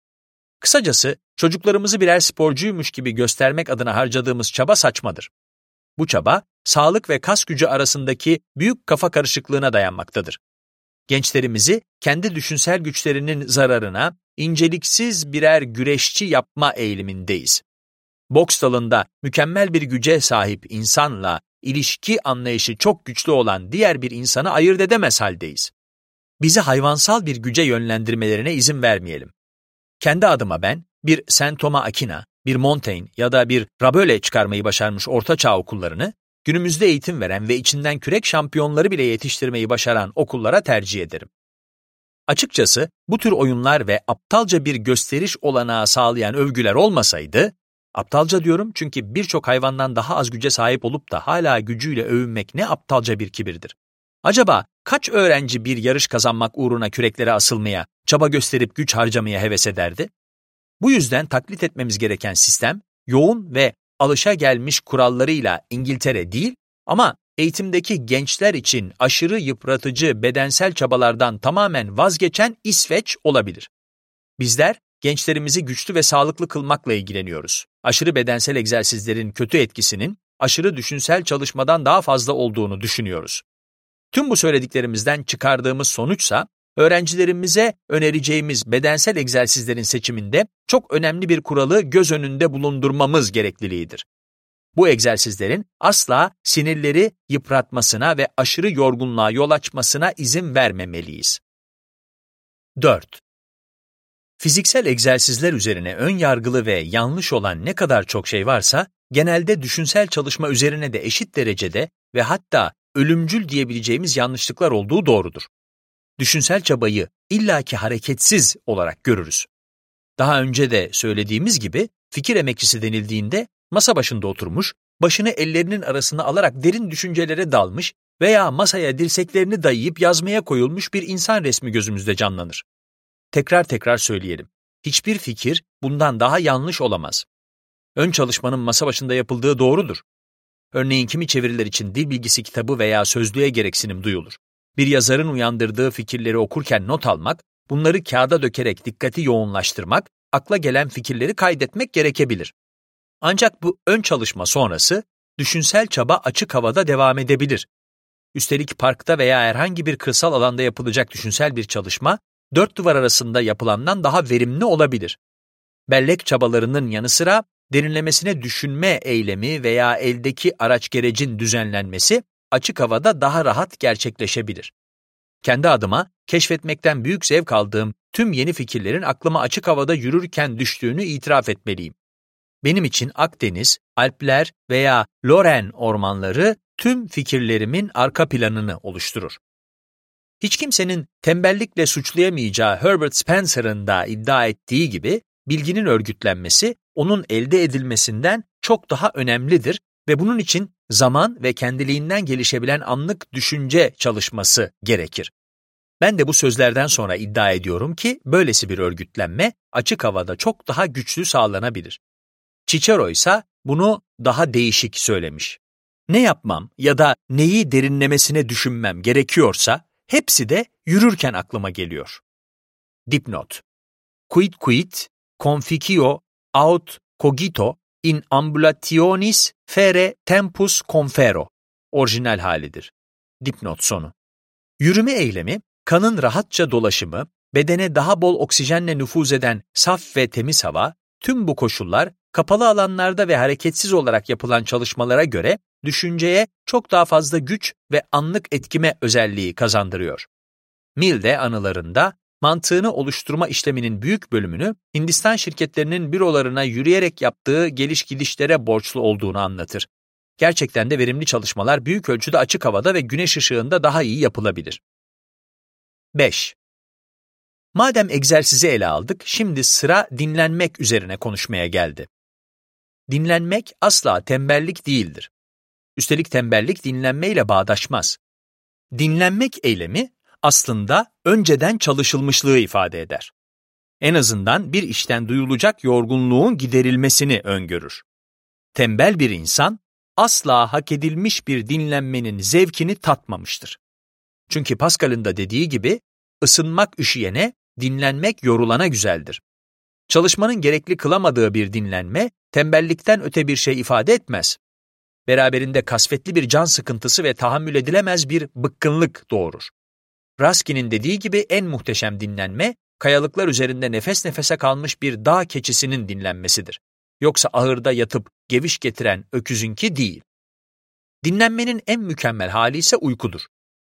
Kısacası, çocuklarımızı birer sporcuymuş gibi göstermek adına harcadığımız çaba saçmadır. Bu çaba, sağlık ve kas gücü arasındaki büyük kafa karışıklığına dayanmaktadır. Gençlerimizi kendi düşünsel güçlerinin zararına, inceliksiz birer güreşçi yapma eğilimindeyiz. Boks dalında mükemmel bir güce sahip insanla ilişki anlayışı çok güçlü olan diğer bir insanı ayırt edemez haldeyiz. Bizi hayvansal bir güce yönlendirmelerine izin vermeyelim. Kendi adıma ben, bir Saint Thomas Aquina, bir Montaigne ya da bir Rabelais çıkarmayı başarmış ortaçağ okullarını, günümüzde eğitim veren ve içinden kürek şampiyonları bile yetiştirmeyi başaran okullara tercih ederim. Açıkçası bu tür oyunlar ve aptalca bir gösteriş olanağı sağlayan övgüler olmasaydı, aptalca diyorum çünkü birçok hayvandan daha az güce sahip olup da hala gücüyle övünmek ne aptalca bir kibirdir. Acaba kaç öğrenci bir yarış kazanmak uğruna küreklere asılmaya, çaba gösterip güç harcamaya heves ederdi? Bu yüzden taklit etmemiz gereken sistem, yoğun ve alışagelmiş kurallarıyla İngiltere değil ama eğitimdeki gençler için aşırı yıpratıcı bedensel çabalardan tamamen vazgeçen İsveç olabilir. Bizler gençlerimizi güçlü ve sağlıklı kılmakla ilgileniyoruz. Aşırı bedensel egzersizlerin kötü etkisinin aşırı düşünsel çalışmadan daha fazla olduğunu düşünüyoruz. Tüm bu söylediklerimizden çıkardığımız sonuçsa, öğrencilerimize önereceğimiz bedensel egzersizlerin seçiminde çok önemli bir kuralı göz önünde bulundurmamız gerekliliğidir. Bu egzersizlerin asla sinirleri yıpratmasına ve aşırı yorgunluğa yol açmasına izin vermemeliyiz. 4. Fiziksel egzersizler üzerine ön yargılı ve yanlış olan ne kadar çok şey varsa, genelde düşünsel çalışma üzerine de eşit derecede ve hatta ölümcül diyebileceğimiz yanlışlıklar olduğu doğrudur. Düşünsel çabayı illaki hareketsiz olarak görürüz. Daha önce de söylediğimiz gibi fikir emekçisi denildiğinde masa başında oturmuş, başını ellerinin arasına alarak derin düşüncelere dalmış veya masaya dirseklerini dayayıp yazmaya koyulmuş bir insan resmi gözümüzde canlanır. Tekrar tekrar söyleyelim. Hiçbir fikir bundan daha yanlış olamaz. Ön çalışmanın masa başında yapıldığı doğrudur. Örneğin kimi çeviriler için dil bilgisi kitabı veya sözlüğe gereksinim duyulur. Bir yazarın uyandırdığı fikirleri okurken not almak, bunları kağıda dökerek dikkati yoğunlaştırmak, akla gelen fikirleri kaydetmek gerekebilir. Ancak bu ön çalışma sonrası, düşünsel çaba açık havada devam edebilir. Üstelik parkta veya herhangi bir kırsal alanda yapılacak düşünsel bir çalışma, dört duvar arasında yapılandan daha verimli olabilir. Bellek çabalarının yanı sıra, derinlemesine düşünme eylemi veya eldeki araç gerecin düzenlenmesi, açık havada daha rahat gerçekleşebilir. Kendi adıma, keşfetmekten büyük zevk aldığım tüm yeni fikirlerin aklıma açık havada yürürken düştüğünü itiraf etmeliyim. Benim için Akdeniz, Alpler veya Loren ormanları tüm fikirlerimin arka planını oluşturur. Hiç kimsenin tembellikle suçlayamayacağı Herbert Spencer'ın da iddia ettiği gibi, bilginin örgütlenmesi, onun elde edilmesinden çok daha önemlidir ve bunun için zaman ve kendiliğinden gelişebilen anlık düşünce çalışması gerekir. Ben de bu sözlerden sonra iddia ediyorum ki, böylesi bir örgütlenme açık havada çok daha güçlü sağlanabilir. Cicero ise bunu daha değişik söylemiş. Ne yapmam ya da neyi derinlemesine düşünmem gerekiyorsa, Hepsi de yürürken aklıma geliyor. Dipnot: Quid conficio aut cogito in ambulationis fere tempus confero. Orijinal halidir. Dipnot sonu. Yürüme eylemi, kanın rahatça dolaşımı, bedene daha bol oksijenle nüfuz eden saf ve temiz hava, tüm bu koşullar kapalı alanlarda ve hareketsiz olarak yapılan çalışmalara göre düşünceye çok daha fazla güç ve anlık etkime özelliği kazandırıyor. Mill de anılarında mantığını oluşturma işleminin büyük bölümünü Hindistan şirketlerinin bürolarına yürüyerek yaptığı geliş gidişlere borçlu olduğunu anlatır. Gerçekten de verimli çalışmalar büyük ölçüde açık havada ve güneş ışığında daha iyi yapılabilir. 5. Madem egzersizi ele aldık, şimdi sıra dinlenmek üzerine konuşmaya geldi. Dinlenmek asla tembellik değildir. Üstelik tembellik dinlenmeyle bağdaşmaz. Dinlenmek eylemi aslında önceden çalışılmışlığı ifade eder. En azından bir işten duyulacak yorgunluğun giderilmesini öngörür. Tembel bir insan asla hak edilmiş bir dinlenmenin zevkini tatmamıştır. Çünkü Pascal'ın da dediği gibi, ısınmak üşüyene, dinlenmek yorulana güzeldir. Çalışmanın gerekli kılamadığı bir dinlenme, tembellikten öte bir şey ifade etmez. Beraberinde kasvetli bir can sıkıntısı ve tahammül edilemez bir bıkkınlık doğurur. Ruskin'in dediği gibi en muhteşem dinlenme, kayalıklar üzerinde nefes nefese kalmış bir dağ keçisinin dinlenmesidir. Yoksa ahırda yatıp geviş getiren öküzünki değil. Dinlenmenin en mükemmel hali ise uykudur.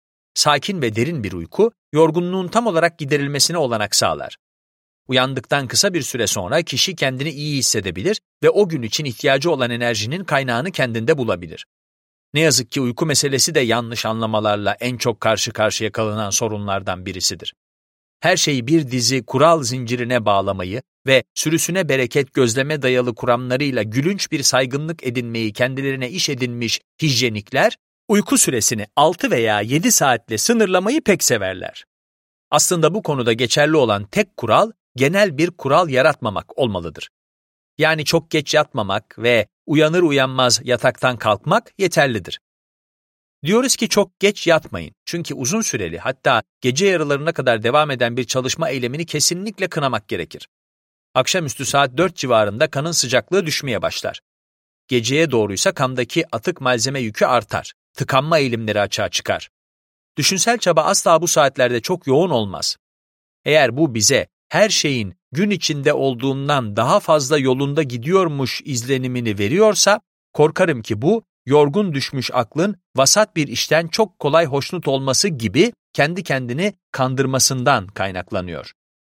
Sakin ve derin bir uyku, yorgunluğun tam olarak giderilmesine olanak sağlar. Uyandıktan kısa bir süre sonra kişi kendini iyi hissedebilir ve o gün için ihtiyacı olan enerjinin kaynağını kendinde bulabilir. Ne yazık ki uyku meselesi de yanlış anlamalarla en çok karşı karşıya kalınan sorunlardan birisidir. Her şeyi bir dizi kural zincirine bağlamayı ve sürüsüne bereket gözleme dayalı kuramlarıyla gülünç bir saygınlık edinmeyi kendilerine iş edinmiş hijyenikler, uyku süresini 6 veya 7 saatle sınırlamayı pek severler. Aslında bu konuda geçerli olan tek kural, genel bir kural yaratmamak olmalıdır. Yani çok geç yatmamak ve uyanır uyanmaz yataktan kalkmak yeterlidir. Diyoruz ki çok geç yatmayın. Çünkü uzun süreli, hatta gece yarılarına kadar devam eden bir çalışma eylemini kesinlikle kınamak gerekir. Akşamüstü saat 4 civarında kanın sıcaklığı düşmeye başlar. Geceye doğruysa kandaki atık malzeme yükü artar. Tıkanma eğilimleri açığa çıkar. Düşünsel çaba asla bu saatlerde çok yoğun olmaz. Eğer bu bize her şeyin gün içinde olduğundan daha fazla yolunda gidiyormuş izlenimini veriyorsa, korkarım ki bu, yorgun düşmüş aklın vasat bir işten çok kolay hoşnut olması gibi kendi kendini kandırmasından kaynaklanıyor.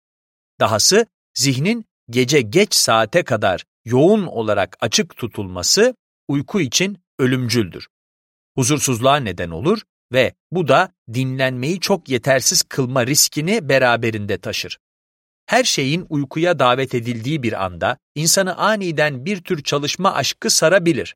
Dahası, zihnin gece geç saate kadar yoğun olarak açık tutulması uyku için ölümcüldür. Huzursuzluğa neden olur ve bu da dinlenmeyi çok yetersiz kılma riskini beraberinde taşır. Her şeyin uykuya davet edildiği bir anda insanı aniden bir tür çalışma aşkı sarabilir.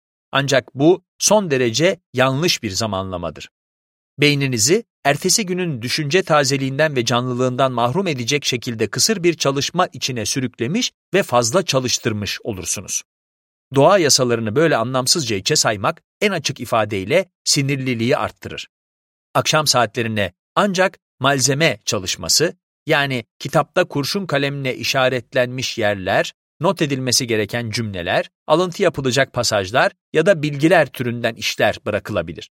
Ancak bu son derece yanlış bir zamanlamadır. Beyninizi ertesi günün düşünce tazeliğinden ve canlılığından mahrum edecek şekilde kısır bir çalışma içine sürüklemiş ve fazla çalıştırmış olursunuz. Doğa yasalarını böyle anlamsızca içe saymak en açık ifadeyle sinirliliği arttırır. Akşam saatlerine ancak malzeme çalışması, yani kitapta kurşun kalemle işaretlenmiş yerler, not edilmesi gereken cümleler, alıntı yapılacak pasajlar ya da bilgiler türünden işler bırakılabilir.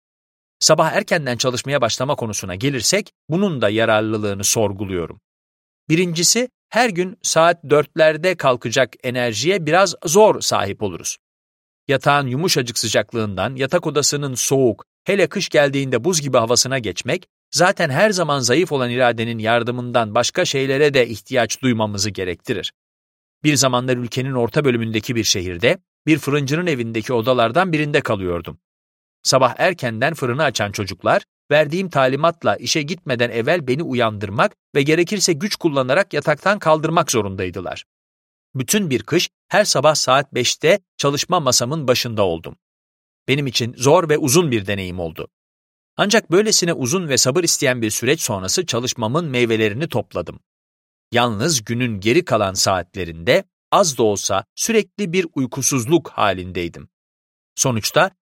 Sabah erkenden çalışmaya başlama konusuna gelirsek, bunun da yararlılığını sorguluyorum. Birincisi, her gün saat 4'lerde kalkacak enerjiye biraz zor sahip oluruz. Yatağın yumuşacık sıcaklığından, yatak odasının soğuk, hele kış geldiğinde buz gibi havasına geçmek, zaten her zaman zayıf olan iradenin yardımından başka şeylere de ihtiyaç duymamızı gerektirir. Bir zamanlar ülkenin orta bölümündeki bir şehirde, bir fırıncının evindeki odalardan birinde kalıyordum. Sabah erkenden fırını açan çocuklar, verdiğim talimatla işe gitmeden evvel beni uyandırmak ve gerekirse güç kullanarak yataktan kaldırmak zorundaydılar. Bütün bir kış her sabah saat 5'te çalışma masamın başında oldum. Benim için zor ve uzun bir deneyim oldu. Ancak böylesine uzun ve sabır isteyen bir süreç sonrası çalışmamın meyvelerini topladım. Yalnız günün geri kalan saatlerinde az da olsa sürekli bir uykusuzluk halindeydim. Sonuçta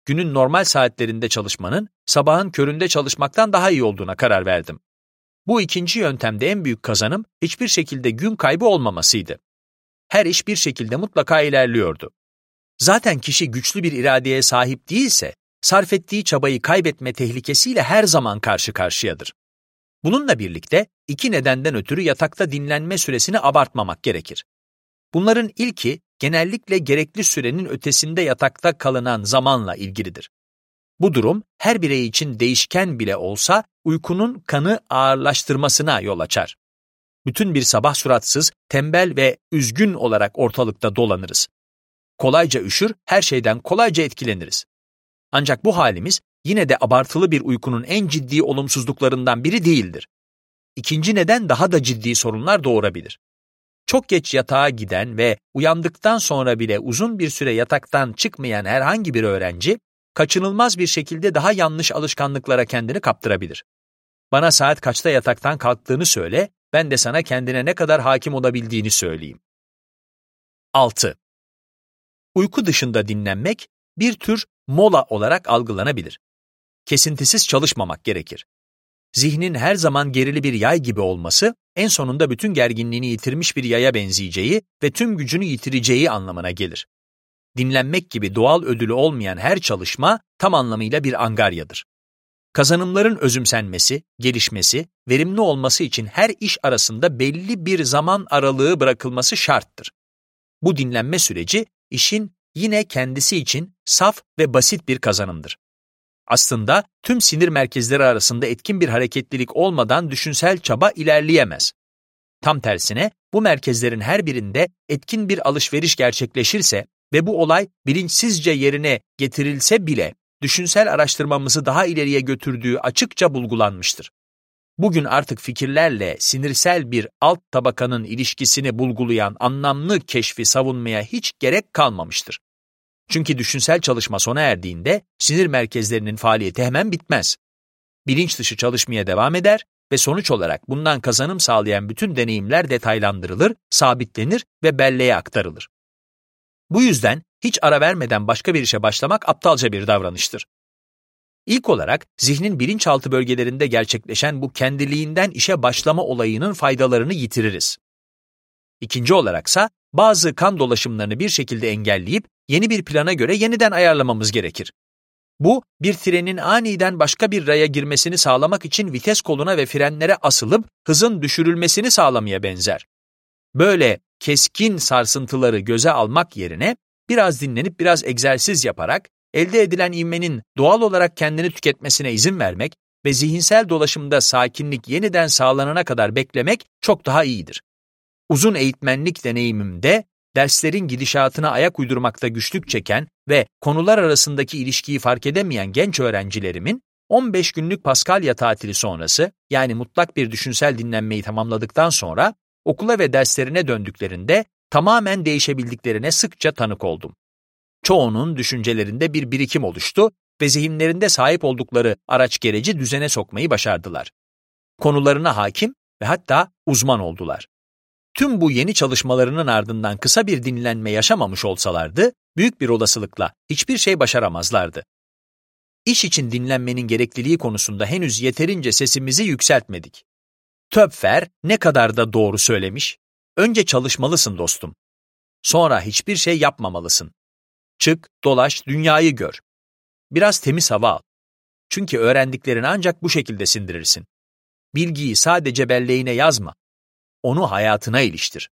günün normal saatlerinde çalışmanın sabahın köründe çalışmaktan daha iyi olduğuna karar verdim. Bu ikinci yöntemde en büyük kazanım hiçbir şekilde gün kaybı olmamasıydı. Her iş bir şekilde mutlaka ilerliyordu. Zaten kişi güçlü bir iradeye sahip değilse, sarf ettiği çabayı kaybetme tehlikesiyle her zaman karşı karşıyadır. Bununla birlikte iki nedenden ötürü yatakta dinlenme süresini abartmamak gerekir. Bunların ilki genellikle gerekli sürenin ötesinde yatakta kalınan zamanla ilgilidir. Bu durum her birey için değişken bile olsa uykunun kanı ağırlaştırmasına yol açar. Bütün bir sabah suratsız, tembel ve üzgün olarak ortalıkta dolanırız. Kolayca üşür, her şeyden kolayca etkileniriz. Ancak bu halimiz yine de abartılı bir uykunun en ciddi olumsuzluklarından biri değildir. İkinci neden daha da ciddi sorunlar doğurabilir. Çok geç yatağa giden ve uyandıktan sonra bile uzun bir süre yataktan çıkmayan herhangi bir öğrenci, kaçınılmaz bir şekilde daha yanlış alışkanlıklara kendini kaptırabilir. Bana saat kaçta yataktan kalktığını söyle, ben de sana kendine ne kadar hakim olabildiğini söyleyeyim. 6. Uyku dışında dinlenmek bir tür mola olarak algılanabilir. Kesintisiz çalışmamak gerekir. Zihnin her zaman gerili bir yay gibi olması, en sonunda bütün gerginliğini yitirmiş bir yaya benzeyeceği ve tüm gücünü yitireceği anlamına gelir. Dinlenmek gibi doğal ödülü olmayan her çalışma tam anlamıyla bir angaryadır. Kazanımların özümsenmesi, gelişmesi, verimli olması için her iş arasında belli bir zaman aralığı bırakılması şarttır. Bu dinlenme süreci, işin yine kendisi için saf ve basit bir kazanımdır. Aslında tüm sinir merkezleri arasında etkin bir hareketlilik olmadan düşünsel çaba ilerleyemez. Tam tersine bu merkezlerin her birinde etkin bir alışveriş gerçekleşirse ve bu olay bilinçsizce yerine getirilse bile düşünsel araştırmamızı daha ileriye götürdüğü açıkça bulgulanmıştır. Bugün artık fikirlerle sinirsel bir alt tabakanın ilişkisini bulgulayan anlamlı keşfi savunmaya hiç gerek kalmamıştır. Çünkü düşünsel çalışma sona erdiğinde sinir merkezlerinin faaliyeti hemen bitmez. Bilinç dışı çalışmaya devam eder ve sonuç olarak bundan kazanım sağlayan bütün deneyimler detaylandırılır, sabitlenir ve belleğe aktarılır. Bu yüzden hiç ara vermeden başka bir işe başlamak aptalca bir davranıştır. İlk olarak zihnin bilinçaltı bölgelerinde gerçekleşen bu kendiliğinden işe başlama olayının faydalarını yitiririz. İkinci olaraksa bazı kan dolaşımlarını bir şekilde engelleyip yeni bir plana göre yeniden ayarlamamız gerekir. Bu, bir trenin aniden başka bir raya girmesini sağlamak için vites koluna ve frenlere asılıp hızın düşürülmesini sağlamaya benzer. Böyle keskin sarsıntıları göze almak yerine biraz dinlenip biraz egzersiz yaparak elde edilen ivmenin doğal olarak kendini tüketmesine izin vermek ve zihinsel dolaşımda sakinlik yeniden sağlanana kadar beklemek çok daha iyidir. Uzun eğitmenlik deneyimimde derslerin gidişatına ayak uydurmakta güçlük çeken ve konular arasındaki ilişkiyi fark edemeyen genç öğrencilerimin 15 günlük Paskalya tatili sonrası, yani mutlak bir düşünsel dinlenmeyi tamamladıktan sonra okula ve derslerine döndüklerinde tamamen değişebildiklerine sıkça tanık oldum. Çoğunun düşüncelerinde bir birikim oluştu ve zihinlerinde sahip oldukları araç gereci düzene sokmayı başardılar. Konularına hakim ve hatta uzman oldular. Tüm bu yeni çalışmalarının ardından kısa bir dinlenme yaşamamış olsalardı, büyük bir olasılıkla hiçbir şey başaramazlardı. İş için dinlenmenin gerekliliği konusunda henüz yeterince sesimizi yükseltmedik. Töpfer ne kadar da doğru söylemiş. Önce çalışmalısın dostum. Sonra hiçbir şey yapmamalısın. Çık, dolaş, dünyayı gör. Biraz temiz hava al. Çünkü öğrendiklerini ancak bu şekilde sindirirsin. Bilgiyi sadece belleğine yazma. Onu hayatına iliştir.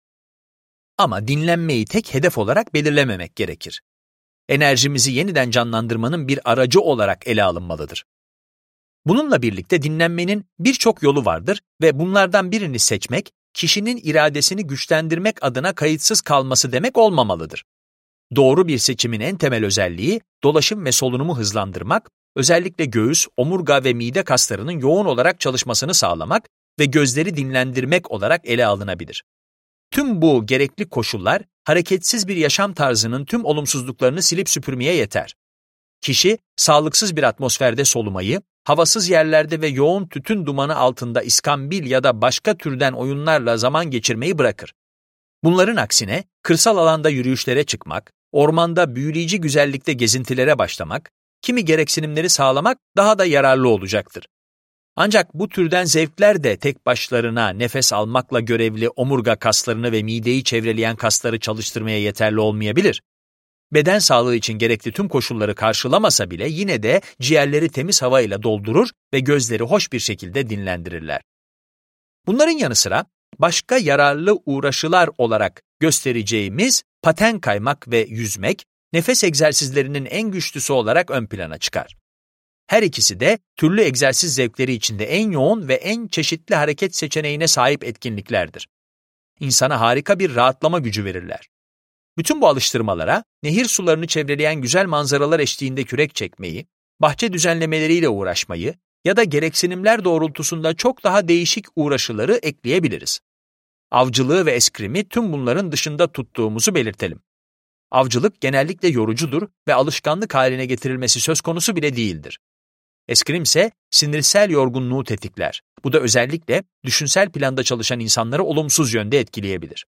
Ama dinlenmeyi tek hedef olarak belirlememek gerekir. Enerjimizi yeniden canlandırmanın bir aracı olarak ele alınmalıdır. Bununla birlikte dinlenmenin birçok yolu vardır ve bunlardan birini seçmek, kişinin iradesini güçlendirmek adına kayıtsız kalması demek olmamalıdır. Doğru bir seçimin en temel özelliği, dolaşım ve solunumu hızlandırmak, özellikle göğüs, omurga ve mide kaslarının yoğun olarak çalışmasını sağlamak ve gözleri dinlendirmek olarak ele alınabilir. Tüm bu gerekli koşullar, hareketsiz bir yaşam tarzının tüm olumsuzluklarını silip süpürmeye yeter. Kişi, sağlıksız bir atmosferde solumayı, havasız yerlerde ve yoğun tütün dumanı altında iskambil ya da başka türden oyunlarla zaman geçirmeyi bırakır. Bunların aksine, kırsal alanda yürüyüşlere çıkmak, ormanda büyüleyici güzellikte gezintilere başlamak, kimi gereksinimleri sağlamak daha da yararlı olacaktır. Ancak bu türden zevkler de tek başlarına nefes almakla görevli omurga kaslarını ve mideyi çevreleyen kasları çalıştırmaya yeterli olmayabilir. Beden sağlığı için gerekli tüm koşulları karşılamasa bile yine de ciğerleri temiz havayla doldurur ve gözleri hoş bir şekilde dinlendirirler. Bunların yanı sıra başka yararlı uğraşılar olarak göstereceğimiz paten kaymak ve yüzmek, nefes egzersizlerinin en güçlüsü olarak ön plana çıkar. Her ikisi de türlü egzersiz zevkleri içinde en yoğun ve en çeşitli hareket seçeneğine sahip etkinliklerdir. İnsana harika bir rahatlama gücü verirler. Bütün bu alıştırmalara, nehir sularını çevreleyen güzel manzaralar eşliğinde kürek çekmeyi, bahçe düzenlemeleriyle uğraşmayı ya da gereksinimler doğrultusunda çok daha değişik uğraşıları ekleyebiliriz. Avcılığı ve eskrimi tüm bunların dışında tuttuğumuzu belirtelim. Avcılık genellikle yorucudur ve alışkanlık haline getirilmesi söz konusu bile değildir. Eskrim ise sinirsel yorgunluğu tetikler. Bu da özellikle düşünsel planda çalışan insanları olumsuz yönde etkileyebilir.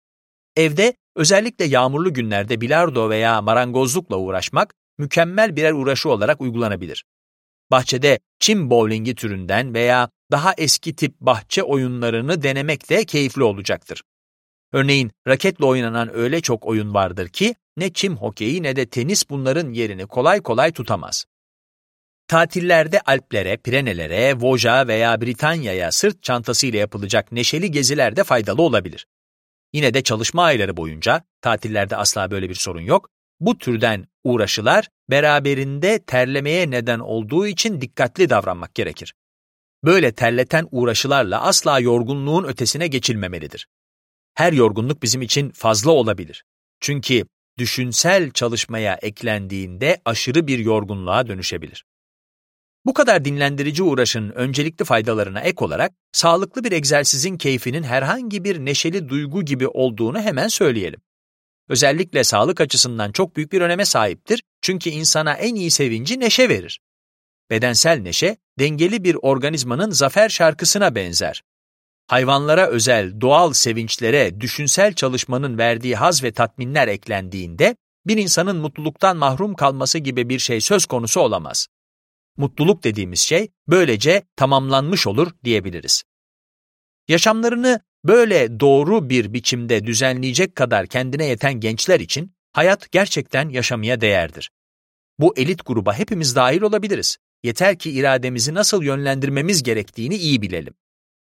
Evde, özellikle yağmurlu günlerde bilardo veya marangozlukla uğraşmak mükemmel birer uğraşı olarak uygulanabilir. Bahçede çim bowlingi türünden veya daha eski tip bahçe oyunlarını denemek de keyifli olacaktır. Örneğin raketle oynanan öyle çok oyun vardır ki ne çim hokeyi ne de tenis bunların yerini kolay kolay tutamaz. Tatillerde Alplere, Pirenelere, Vosges'a veya Britanya'ya sırt çantasıyla yapılacak neşeli geziler de faydalı olabilir. Yine de çalışma ayları boyunca, tatillerde asla böyle bir sorun yok, bu türden uğraşılar beraberinde terlemeye neden olduğu için dikkatli davranmak gerekir. Böyle terleten uğraşılarla asla yorgunluğun ötesine geçilmemelidir. Her yorgunluk bizim için fazla olabilir. Çünkü düşünsel çalışmaya eklendiğinde aşırı bir yorgunluğa dönüşebilir. Bu kadar dinlendirici uğraşın öncelikli faydalarına ek olarak, sağlıklı bir egzersizin keyfinin herhangi bir neşeli duygu gibi olduğunu hemen söyleyelim. Özellikle sağlık açısından çok büyük bir öneme sahiptir çünkü insana en iyi sevinci neşe verir. Bedensel neşe, dengeli bir organizmanın zafer şarkısına benzer. Hayvanlara özel doğal sevinçlere düşünsel çalışmanın verdiği haz ve tatminler eklendiğinde, bir insanın mutluluktan mahrum kalması gibi bir şey söz konusu olamaz. Mutluluk dediğimiz şey böylece tamamlanmış olur diyebiliriz. Yaşamlarını böyle doğru bir biçimde düzenleyecek kadar kendine yeten gençler için hayat gerçekten yaşamaya değerdir. Bu elit gruba hepimiz dahil olabiliriz. Yeter ki irademizi nasıl yönlendirmemiz gerektiğini iyi bilelim.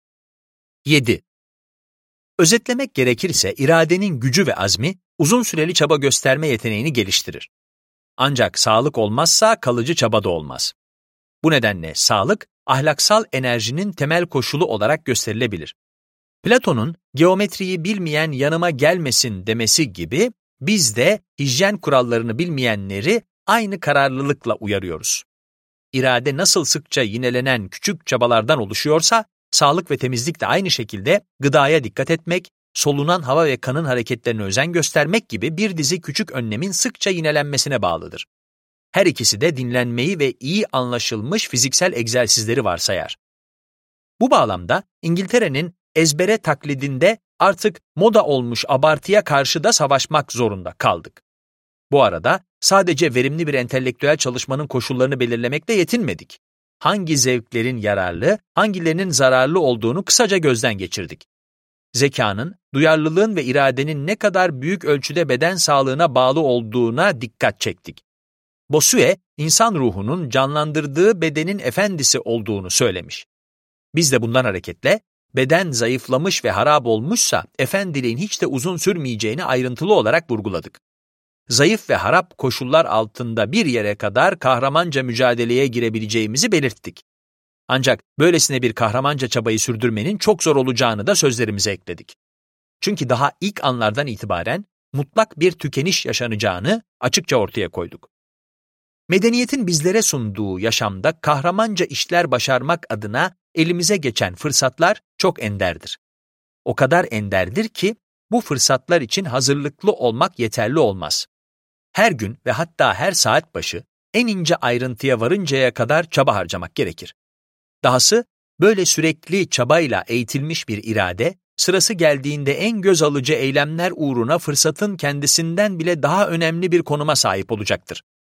7. Özetlemek gerekirse iradenin gücü ve azmi uzun süreli çaba gösterme yeteneğini geliştirir. Ancak sağlık olmazsa kalıcı çaba da olmaz. Bu nedenle sağlık, ahlaksal enerjinin temel koşulu olarak gösterilebilir. Platon'un geometriyi bilmeyen yanıma gelmesin demesi gibi biz de hijyen kurallarını bilmeyenleri aynı kararlılıkla uyarıyoruz. İrade nasıl sıkça yinelenen küçük çabalardan oluşuyorsa, sağlık ve temizlik de aynı şekilde gıdaya dikkat etmek, solunan hava ve kanın hareketlerine özen göstermek gibi bir dizi küçük önlemin sıkça yinelenmesine bağlıdır. Her ikisi de dinlenmeyi ve iyi anlaşılmış fiziksel egzersizleri varsayar. Bu bağlamda İngiltere'nin ezbere taklidinde artık moda olmuş abartıya karşı da savaşmak zorunda kaldık. Bu arada sadece verimli bir entelektüel çalışmanın koşullarını belirlemekle yetinmedik. Hangi zevklerin yararlı, hangilerinin zararlı olduğunu kısaca gözden geçirdik. Zekanın, duyarlılığın ve iradenin ne kadar büyük ölçüde beden sağlığına bağlı olduğuna dikkat çektik. Bossuet, insan ruhunun canlandırdığı bedenin efendisi olduğunu söylemiş. Biz de bundan hareketle, beden zayıflamış ve harap olmuşsa efendiliğin hiç de uzun sürmeyeceğini ayrıntılı olarak vurguladık. Zayıf ve harap koşullar altında bir yere kadar kahramanca mücadeleye girebileceğimizi belirttik. Ancak böylesine bir kahramanca çabayı sürdürmenin çok zor olacağını da sözlerimize ekledik. Çünkü daha ilk anlardan itibaren mutlak bir tükeniş yaşanacağını açıkça ortaya koyduk. Medeniyetin bizlere sunduğu yaşamda kahramanca işler başarmak adına elimize geçen fırsatlar çok enderdir. O kadar enderdir ki bu fırsatlar için hazırlıklı olmak yeterli olmaz. Her gün ve hatta her saat başı en ince ayrıntıya varıncaya kadar çaba harcamak gerekir. Dahası böyle sürekli çabayla eğitilmiş bir irade, sırası geldiğinde en göz alıcı eylemler uğruna fırsatın kendisinden bile daha önemli bir konuma sahip olacaktır.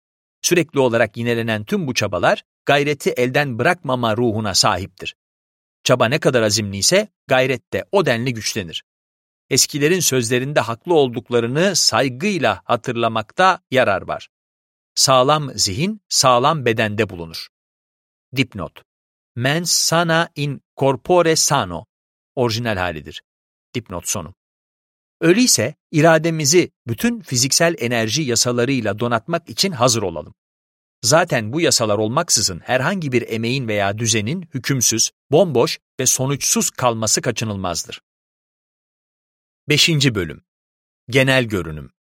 Sürekli olarak yinelenen tüm bu çabalar, gayreti elden bırakmama ruhuna sahiptir. Çaba ne kadar azimliyse, gayret de o denli güçlenir. Eskilerin sözlerinde haklı olduklarını saygıyla hatırlamakta yarar var. Sağlam zihin, sağlam bedende bulunur. Dipnot: Mens sana in corpore sano, orijinal halidir. Dipnot sonu. Öyleyse irademizi bütün fiziksel enerji yasalarıyla donatmak için hazır olalım. Zaten bu yasalar olmaksızın herhangi bir emeğin veya düzenin hükümsüz, bomboş ve sonuçsuz kalması kaçınılmazdır. 5. Bölüm. Genel görünüm.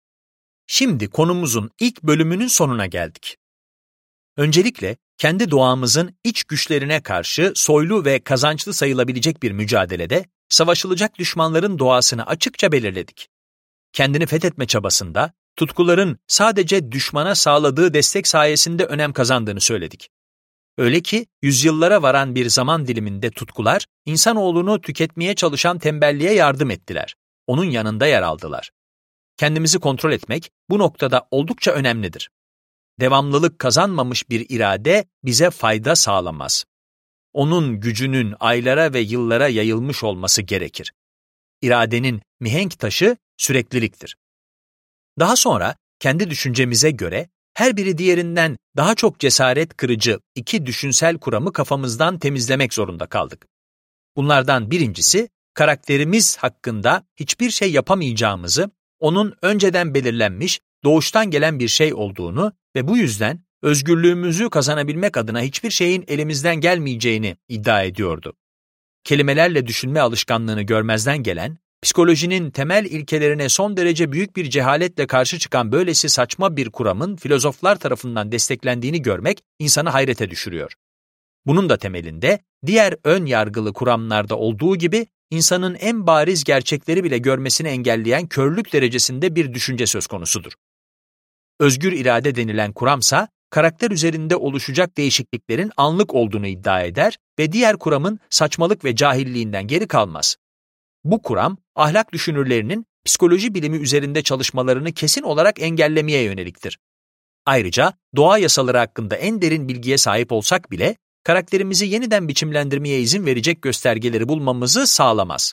Şimdi konumuzun ilk bölümünün sonuna geldik. Öncelikle kendi doğamızın iç güçlerine karşı soylu ve kazançlı sayılabilecek bir mücadelede savaşılacak düşmanların doğasını açıkça belirledik. Kendini fethetme çabasında tutkuların sadece düşmana sağladığı destek sayesinde önem kazandığını söyledik. Öyle ki yüzyıllara varan bir zaman diliminde tutkular insanoğlunu tüketmeye çalışan tembelliğe yardım ettiler. Onun yanında yer aldılar. Kendimizi kontrol etmek bu noktada oldukça önemlidir. Devamlılık kazanmamış bir irade bize fayda sağlamaz. Onun gücünün aylara ve yıllara yayılmış olması gerekir. İradenin mihenk taşı sürekliliktir. Daha sonra kendi düşüncemize göre her biri diğerinden daha çok cesaret kırıcı iki düşünsel kuramı kafamızdan temizlemek zorunda kaldık. Bunlardan birincisi, karakterimiz hakkında hiçbir şey yapamayacağımızı, onun önceden belirlenmiş, doğuştan gelen bir şey olduğunu ve bu yüzden özgürlüğümüzü kazanabilmek adına hiçbir şeyin elimizden gelmeyeceğini iddia ediyordu. Kelimelerle düşünme alışkanlığını görmezden gelen, psikolojinin temel ilkelerine son derece büyük bir cehaletle karşı çıkan böylesi saçma bir kuramın filozoflar tarafından desteklendiğini görmek insanı hayrete düşürüyor. Bunun da temelinde diğer ön yargılı kuramlarda olduğu gibi insanın en bariz gerçekleri bile görmesini engelleyen körlük derecesinde bir düşünce söz konusudur. Özgür irade denilen kuramsa, karakter üzerinde oluşacak değişikliklerin anlık olduğunu iddia eder ve diğer kuramın saçmalık ve cahilliğinden geri kalmaz. Bu kuram, ahlak düşünürlerinin psikoloji bilimi üzerinde çalışmalarını kesin olarak engellemeye yöneliktir. Ayrıca doğa yasaları hakkında en derin bilgiye sahip olsak bile, karakterimizi yeniden biçimlendirmeye izin verecek göstergeleri bulmamızı sağlamaz.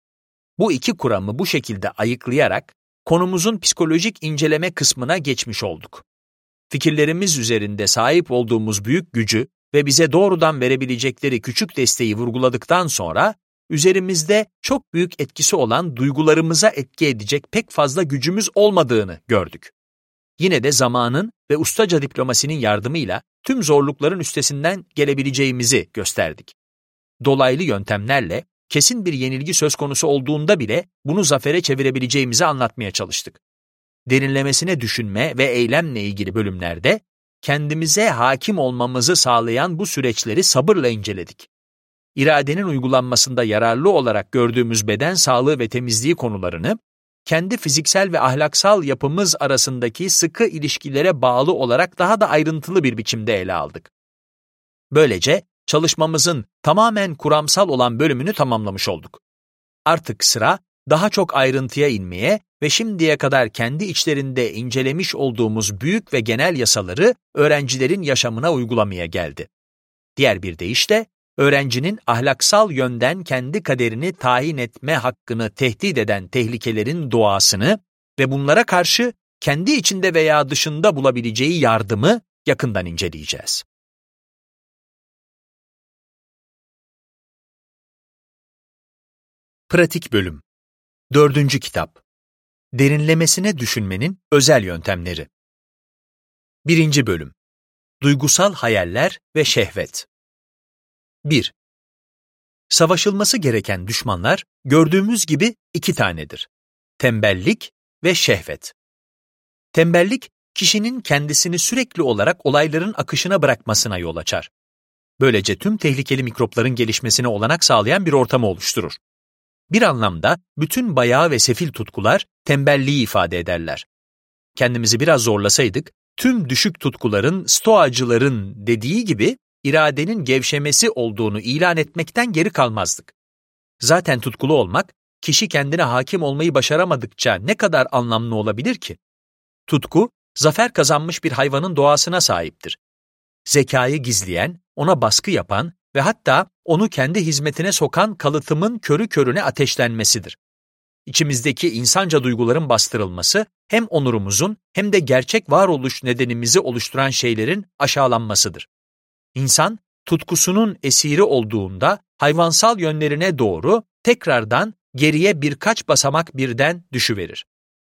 Bu iki kuramı bu şekilde ayıklayarak, konumuzun psikolojik inceleme kısmına geçmiş olduk. Fikirlerimiz üzerinde sahip olduğumuz büyük gücü ve bize doğrudan verebilecekleri küçük desteği vurguladıktan sonra, üzerimizde çok büyük etkisi olan duygularımıza etki edecek pek fazla gücümüz olmadığını gördük. Yine de zamanın ve ustaca diplomasinin yardımıyla tüm zorlukların üstesinden gelebileceğimizi gösterdik. Dolaylı yöntemlerle kesin bir yenilgi söz konusu olduğunda bile bunu zafere çevirebileceğimizi anlatmaya çalıştık. Derinlemesine düşünme ve eylemle ilgili bölümlerde kendimize hakim olmamızı sağlayan bu süreçleri sabırla inceledik. İradenin uygulanmasında yararlı olarak gördüğümüz beden sağlığı ve temizliği konularını, kendi fiziksel ve ahlaksal yapımız arasındaki sıkı ilişkilere bağlı olarak daha da ayrıntılı bir biçimde ele aldık. Böylece çalışmamızın tamamen kuramsal olan bölümünü tamamlamış olduk. Artık sıra daha çok ayrıntıya inmeye ve şimdiye kadar kendi içlerinde incelemiş olduğumuz büyük ve genel yasaları öğrencilerin yaşamına uygulamaya geldi. Diğer bir deyişle, öğrencinin ahlaksal yönden kendi kaderini tayin etme hakkını tehdit eden tehlikelerin doğasını ve bunlara karşı kendi içinde veya dışında bulabileceği yardımı yakından inceleyeceğiz. Pratik bölüm. 4. kitap. Derinlemesine düşünmenin özel yöntemleri. 1. bölüm. Duygusal hayaller ve şehvet. 1. Savaşılması gereken düşmanlar gördüğümüz gibi 2 tanedir. Tembellik ve şehvet. Tembellik, kişinin kendisini sürekli olarak olayların akışına bırakmasına yol açar. Böylece tüm tehlikeli mikropların gelişmesine olanak sağlayan bir ortamı oluşturur. Bir anlamda bütün bayağı ve sefil tutkular tembelliği ifade ederler. Kendimizi biraz zorlasaydık, tüm düşük tutkuların, stoacıların dediği gibi iradenin gevşemesi olduğunu ilan etmekten geri kalmazdık. Zaten tutkulu olmak, kişi kendine hakim olmayı başaramadıkça ne kadar anlamlı olabilir ki? Tutku, zafer kazanmış bir hayvanın doğasına sahiptir. Zekayı gizleyen, ona baskı yapan ve hatta onu kendi hizmetine sokan kalıtımın körü körüne ateşlenmesidir. İçimizdeki insanca duyguların bastırılması, hem onurumuzun hem de gerçek varoluş nedenimizi oluşturan şeylerin aşağılanmasıdır. İnsan, tutkusunun esiri olduğunda hayvansal yönlerine doğru tekrardan geriye birkaç basamak birden düşüverir.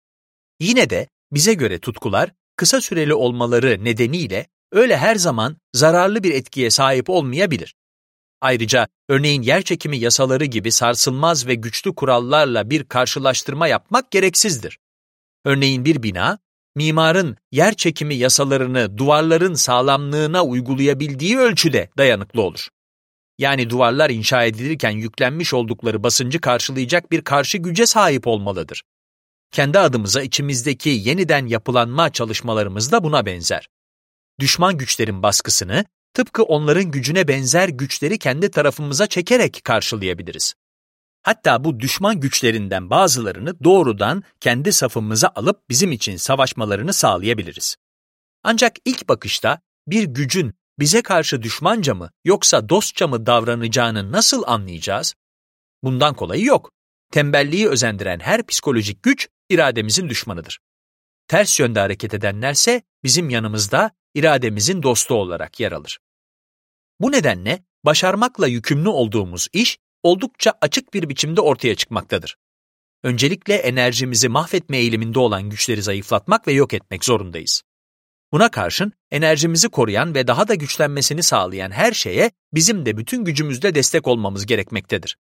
Yine de bize göre tutkular, kısa süreli olmaları nedeniyle öyle her zaman zararlı bir etkiye sahip olmayabilir. Ayrıca örneğin yerçekimi yasaları gibi sarsılmaz ve güçlü kurallarla bir karşılaştırma yapmak gereksizdir. Örneğin bir bina, mimarın yerçekimi yasalarını duvarların sağlamlığına uygulayabildiği ölçüde dayanıklı olur. Yani duvarlar inşa edilirken yüklenmiş oldukları basıncı karşılayacak bir karşı güce sahip olmalıdır. Kendi adımıza içimizdeki yeniden yapılanma çalışmalarımız da buna benzer. Düşman güçlerin baskısını, tıpkı onların gücüne benzer güçleri kendi tarafımıza çekerek karşılayabiliriz. Hatta bu düşman güçlerinden bazılarını doğrudan kendi safımıza alıp bizim için savaşmalarını sağlayabiliriz. Ancak ilk bakışta bir gücün bize karşı düşmanca mı yoksa dostça mı davranacağını nasıl anlayacağız? Bundan kolayı yok. Tembelliği özendiren her psikolojik güç irademizin düşmanıdır. Ters yönde hareket edenlerse bizim yanımızda irademizin dostu olarak yer alır. Bu nedenle başarmakla yükümlü olduğumuz iş oldukça açık bir biçimde ortaya çıkmaktadır. Öncelikle enerjimizi mahvetme eğiliminde olan güçleri zayıflatmak ve yok etmek zorundayız. Buna karşın enerjimizi koruyan ve daha da güçlenmesini sağlayan her şeye bizim de bütün gücümüzle destek olmamız gerekmektedir.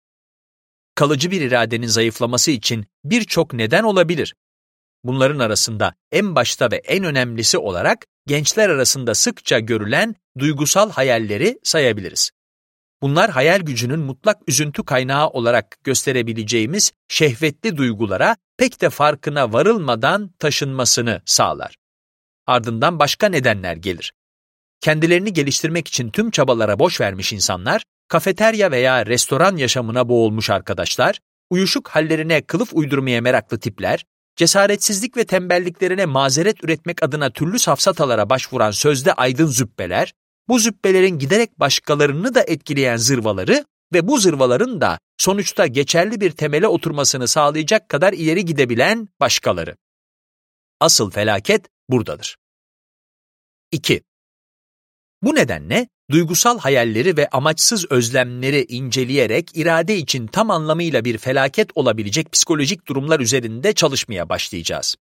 Kalıcı bir iradenin zayıflaması için birçok neden olabilir. Bunların arasında en başta ve en önemlisi olarak gençler arasında sıkça görülen duygusal hayalleri sayabiliriz. Bunlar hayal gücünün mutlak üzüntü kaynağı olarak gösterebileceğimiz şehvetli duygulara pek de farkına varılmadan taşınmasını sağlar. Ardından başka nedenler gelir. Kendilerini geliştirmek için tüm çabalara boş vermiş insanlar, kafeterya veya restoran yaşamına boğulmuş arkadaşlar, uyuşuk hallerine kılıf uydurmaya meraklı tipler, cesaretsizlik ve tembelliklerine mazeret üretmek adına türlü safsatalara başvuran sözde aydın züppeler, bu züppelerin giderek başkalarını da etkileyen zırvaları ve bu zırvaların da sonuçta geçerli bir temele oturmasını sağlayacak kadar ileri gidebilen başkaları. Asıl felaket buradadır. 2. Bu nedenle duygusal hayalleri ve amaçsız özlemleri inceleyerek irade için tam anlamıyla bir felaket olabilecek psikolojik durumlar üzerinde çalışmaya başlayacağız.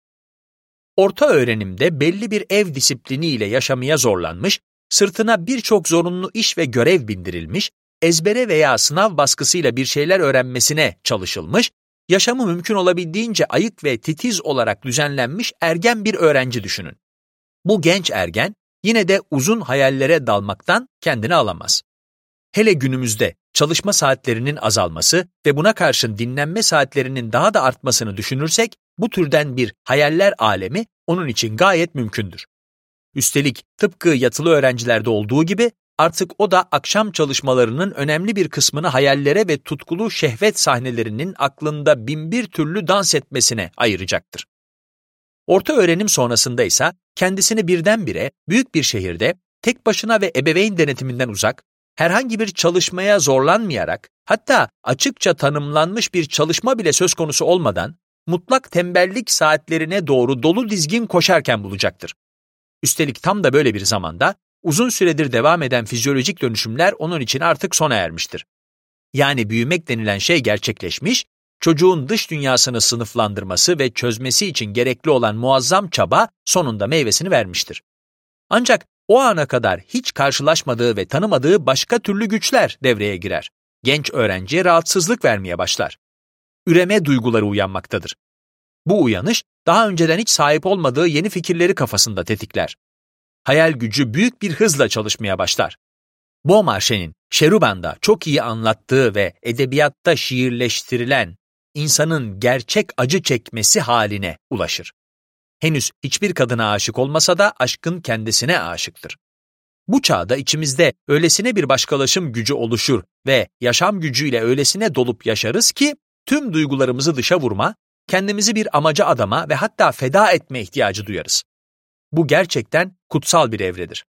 Orta öğrenimde belli bir ev disipliniyle yaşamaya zorlanmış, sırtına birçok zorunlu iş ve görev bindirilmiş, ezbere veya sınav baskısıyla bir şeyler öğrenmesine çalışılmış, yaşamı mümkün olabildiğince ayık ve titiz olarak düzenlenmiş ergen bir öğrenci düşünün. Bu genç ergen yine de uzun hayallere dalmaktan kendini alamaz. Hele günümüzde çalışma saatlerinin azalması ve buna karşın dinlenme saatlerinin daha da artmasını düşünürsek, bu türden bir hayaller alemi onun için gayet mümkündür. Üstelik tıpkı yatılı öğrencilerde olduğu gibi artık o da akşam çalışmalarının önemli bir kısmını hayallere ve tutkulu şehvet sahnelerinin aklında binbir türlü dans etmesine ayıracaktır. Orta öğrenim sonrasında ise kendisini birdenbire büyük bir şehirde tek başına ve ebeveyn denetiminden uzak, herhangi bir çalışmaya zorlanmayarak, hatta açıkça tanımlanmış bir çalışma bile söz konusu olmadan, mutlak tembellik saatlerine doğru dolu dizgin koşarken bulacaktır. Üstelik tam da böyle bir zamanda, uzun süredir devam eden fizyolojik dönüşümler onun için artık sona ermiştir. Yani büyümek denilen şey gerçekleşmiş, çocuğun dış dünyasını sınıflandırması ve çözmesi için gerekli olan muazzam çaba sonunda meyvesini vermiştir. Ancak o ana kadar hiç karşılaşmadığı ve tanımadığı başka türlü güçler devreye girer. Genç öğrenciye rahatsızlık vermeye başlar. Üreme duyguları uyanmaktadır. Bu uyanış, daha önceden hiç sahip olmadığı yeni fikirleri kafasında tetikler. Hayal gücü büyük bir hızla çalışmaya başlar. Beaumarchaine'in Şeruban'da çok iyi anlattığı ve edebiyatta şiirleştirilen insanın gerçek acı çekmesi haline ulaşır. Henüz hiçbir kadına aşık olmasa da aşkın kendisine aşıktır. Bu çağda içimizde öylesine bir başkalaşım gücü oluşur ve yaşam gücüyle öylesine dolup yaşarız ki tüm duygularımızı dışa vurma, kendimizi bir amaca adama ve hatta feda etme ihtiyacı duyarız. Bu gerçekten kutsal bir evredir.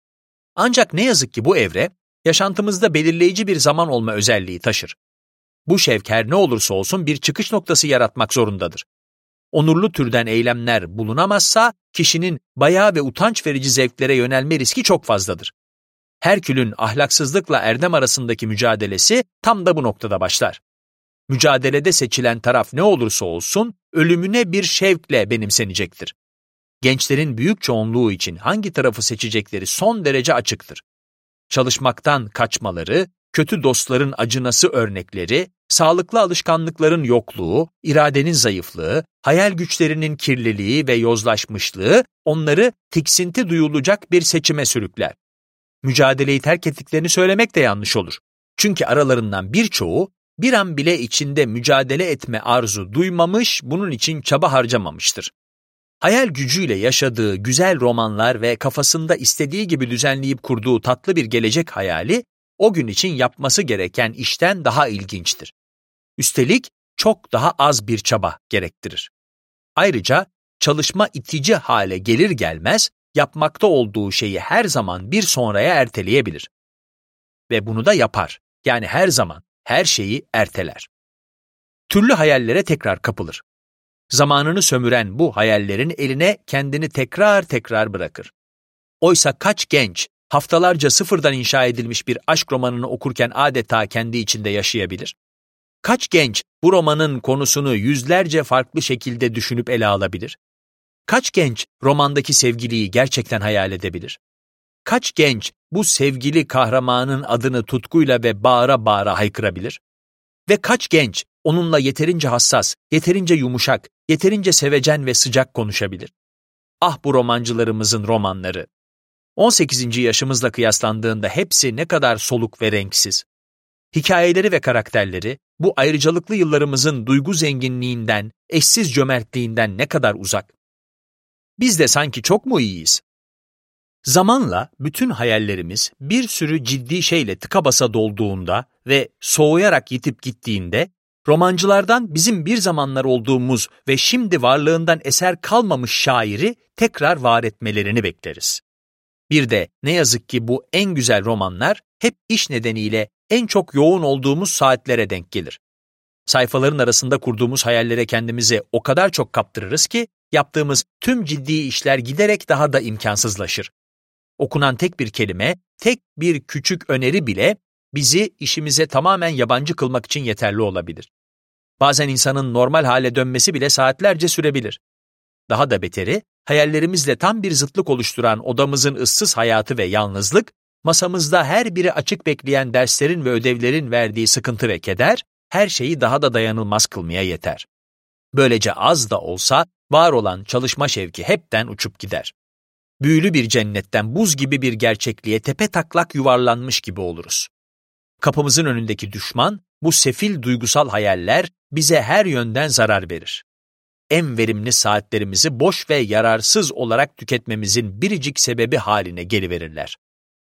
Ancak ne yazık ki bu evre, yaşantımızda belirleyici bir zaman olma özelliği taşır. Bu şevk her ne olursa olsun bir çıkış noktası yaratmak zorundadır. Onurlu türden eylemler bulunamazsa, kişinin bayağı ve utanç verici zevklere yönelme riski çok fazladır. Herkül'ün ahlaksızlıkla erdem arasındaki mücadelesi tam da bu noktada başlar. Mücadelede seçilen taraf ne olursa olsun, ölümüne bir şevkle benimsenecektir. Gençlerin büyük çoğunluğu için hangi tarafı seçecekleri son derece açıktır. Çalışmaktan kaçmaları, kötü dostların acınası örnekleri, sağlıklı alışkanlıkların yokluğu, iradenin zayıflığı, hayal güçlerinin kirliliği ve yozlaşmışlığı onları tiksinti duyulacak bir seçime sürükler. Mücadeleyi terk ettiklerini söylemek de yanlış olur. Çünkü aralarından birçoğu bir an bile içinde mücadele etme arzu duymamış, bunun için çaba harcamamıştır. Hayal gücüyle yaşadığı güzel romanlar ve kafasında istediği gibi düzenleyip kurduğu tatlı bir gelecek hayali, o gün için yapması gereken işten daha ilginçtir. Üstelik çok daha az bir çaba gerektirir. Ayrıca çalışma itici hale gelir gelmez, yapmakta olduğu şeyi her zaman bir sonraya erteleyebilir. Ve bunu da yapar. Yani her zaman, her şeyi erteler. Türlü hayallere tekrar kapılır. Zamanını sömüren bu hayallerin eline kendini tekrar tekrar bırakır. Oysa kaç genç, haftalarca sıfırdan inşa edilmiş bir aşk romanını okurken adeta kendi içinde yaşayabilir? Kaç genç bu romanın konusunu yüzlerce farklı şekilde düşünüp ele alabilir? Kaç genç romandaki sevgiliyi gerçekten hayal edebilir? Kaç genç bu sevgili kahramanın adını tutkuyla ve bağıra bağıra haykırabilir? Ve kaç genç onunla yeterince hassas, yeterince yumuşak, yeterince sevecen ve sıcak konuşabilir? Ah bu romancılarımızın romanları! 18. yaşımızla kıyaslandığında hepsi ne kadar soluk ve renksiz. Hikayeleri ve karakterleri bu ayrıcalıklı yıllarımızın duygu zenginliğinden, eşsiz cömertliğinden ne kadar uzak. Biz de sanki çok mu iyiyiz? Zamanla bütün hayallerimiz bir sürü ciddi şeyle tıka basa dolduğunda ve soğuyarak yitip gittiğinde, romancılardan bizim bir zamanlar olduğumuz ve şimdi varlığından eser kalmamış şairi tekrar var etmelerini bekleriz. Bir de ne yazık ki bu en güzel romanlar hep iş nedeniyle en çok yoğun olduğumuz saatlere denk gelir. Sayfaların arasında kurduğumuz hayallere kendimizi o kadar çok kaptırırız ki yaptığımız tüm ciddi işler giderek daha da imkansızlaşır. Okunan tek bir kelime, tek bir küçük öneri bile bizi işimize tamamen yabancı kılmak için yeterli olabilir. Bazen insanın normal hale dönmesi bile saatlerce sürebilir. Daha da beteri, hayallerimizle tam bir zıtlık oluşturan odamızın ıssız hayatı ve yalnızlık, masamızda her biri açık bekleyen derslerin ve ödevlerin verdiği sıkıntı ve keder, her şeyi daha da dayanılmaz kılmaya yeter. Böylece az da olsa var olan çalışma şevki hepten uçup gider. Büyülü bir cennetten buz gibi bir gerçekliğe tepetaklak yuvarlanmış gibi oluruz. Kapımızın önündeki düşman, bu sefil duygusal hayaller bize her yönden zarar verir. En verimli saatlerimizi boş ve yararsız olarak tüketmemizin biricik sebebi haline geliverirler.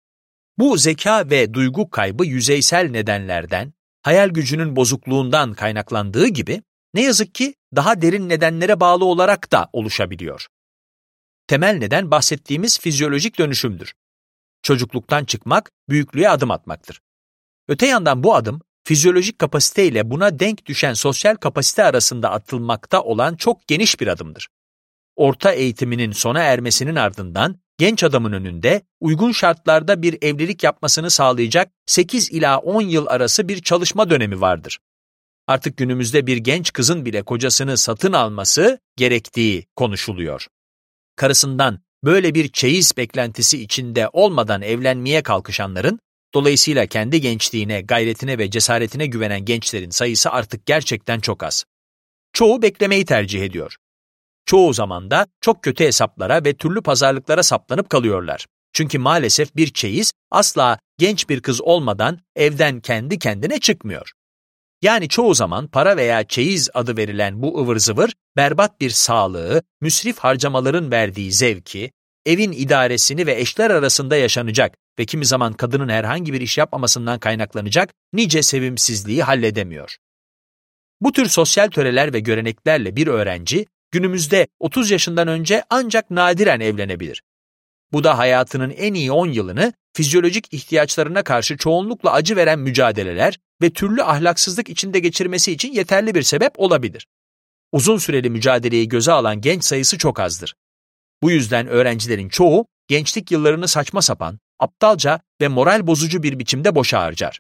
Bu zeka ve duygu kaybı yüzeysel nedenlerden, hayal gücünün bozukluğundan kaynaklandığı gibi, ne yazık ki daha derin nedenlere bağlı olarak da oluşabiliyor. Temel neden bahsettiğimiz fizyolojik dönüşümdür. Çocukluktan çıkmak, büyüklüğe adım atmaktır. Öte yandan bu adım, fizyolojik kapasite ile buna denk düşen sosyal kapasite arasında atılmakta olan çok geniş bir adımdır. Orta eğitiminin sona ermesinin ardından, genç adamın önünde uygun şartlarda bir evlilik yapmasını sağlayacak 8 ila 10 yıl arası bir çalışma dönemi vardır. Artık günümüzde bir genç kızın bile kocasını satın alması gerektiği konuşuluyor. Karısından böyle bir çeyiz beklentisi içinde olmadan evlenmeye kalkışanların, dolayısıyla kendi gençliğine, gayretine ve cesaretine güvenen gençlerin sayısı artık gerçekten çok az. Çoğu beklemeyi tercih ediyor. Çoğu zaman da çok kötü hesaplara ve türlü pazarlıklara saplanıp kalıyorlar. Çünkü maalesef bir çeyiz asla genç bir kız olmadan evden kendi kendine çıkmıyor. Yani çoğu zaman para veya çeyiz adı verilen bu ıvır zıvır, berbat bir sağlığı, müsrif harcamaların verdiği zevki, evin idaresini ve eşler arasında yaşanacak ve kimi zaman kadının herhangi bir iş yapmamasından kaynaklanacak nice sevimsizliği halledemiyor. Bu tür sosyal töreler ve göreneklerle bir öğrenci, günümüzde 30 yaşından önce ancak nadiren evlenebilir. Bu da hayatının en iyi 10 yılını fizyolojik ihtiyaçlarına karşı çoğunlukla acı veren mücadeleler ve türlü ahlaksızlık içinde geçirmesi için yeterli bir sebep olabilir. Uzun süreli mücadeleyi göze alan genç sayısı çok azdır. Bu yüzden öğrencilerin çoğu gençlik yıllarını saçma sapan, aptalca ve moral bozucu bir biçimde boşa harcar.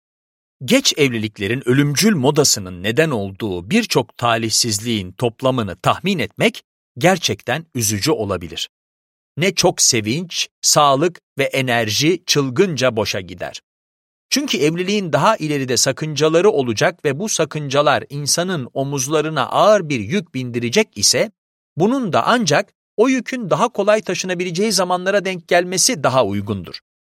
Geç evliliklerin ölümcül modasının neden olduğu birçok talihsizliğin toplamını tahmin etmek gerçekten üzücü olabilir. Ne çok sevinç, sağlık ve enerji çılgınca boşa gider. Çünkü evliliğin daha ileride sakıncaları olacak ve bu sakıncalar insanın omuzlarına ağır bir yük bindirecek ise, bunun da ancak o yükün daha kolay taşınabileceği zamanlara denk gelmesi daha uygundur.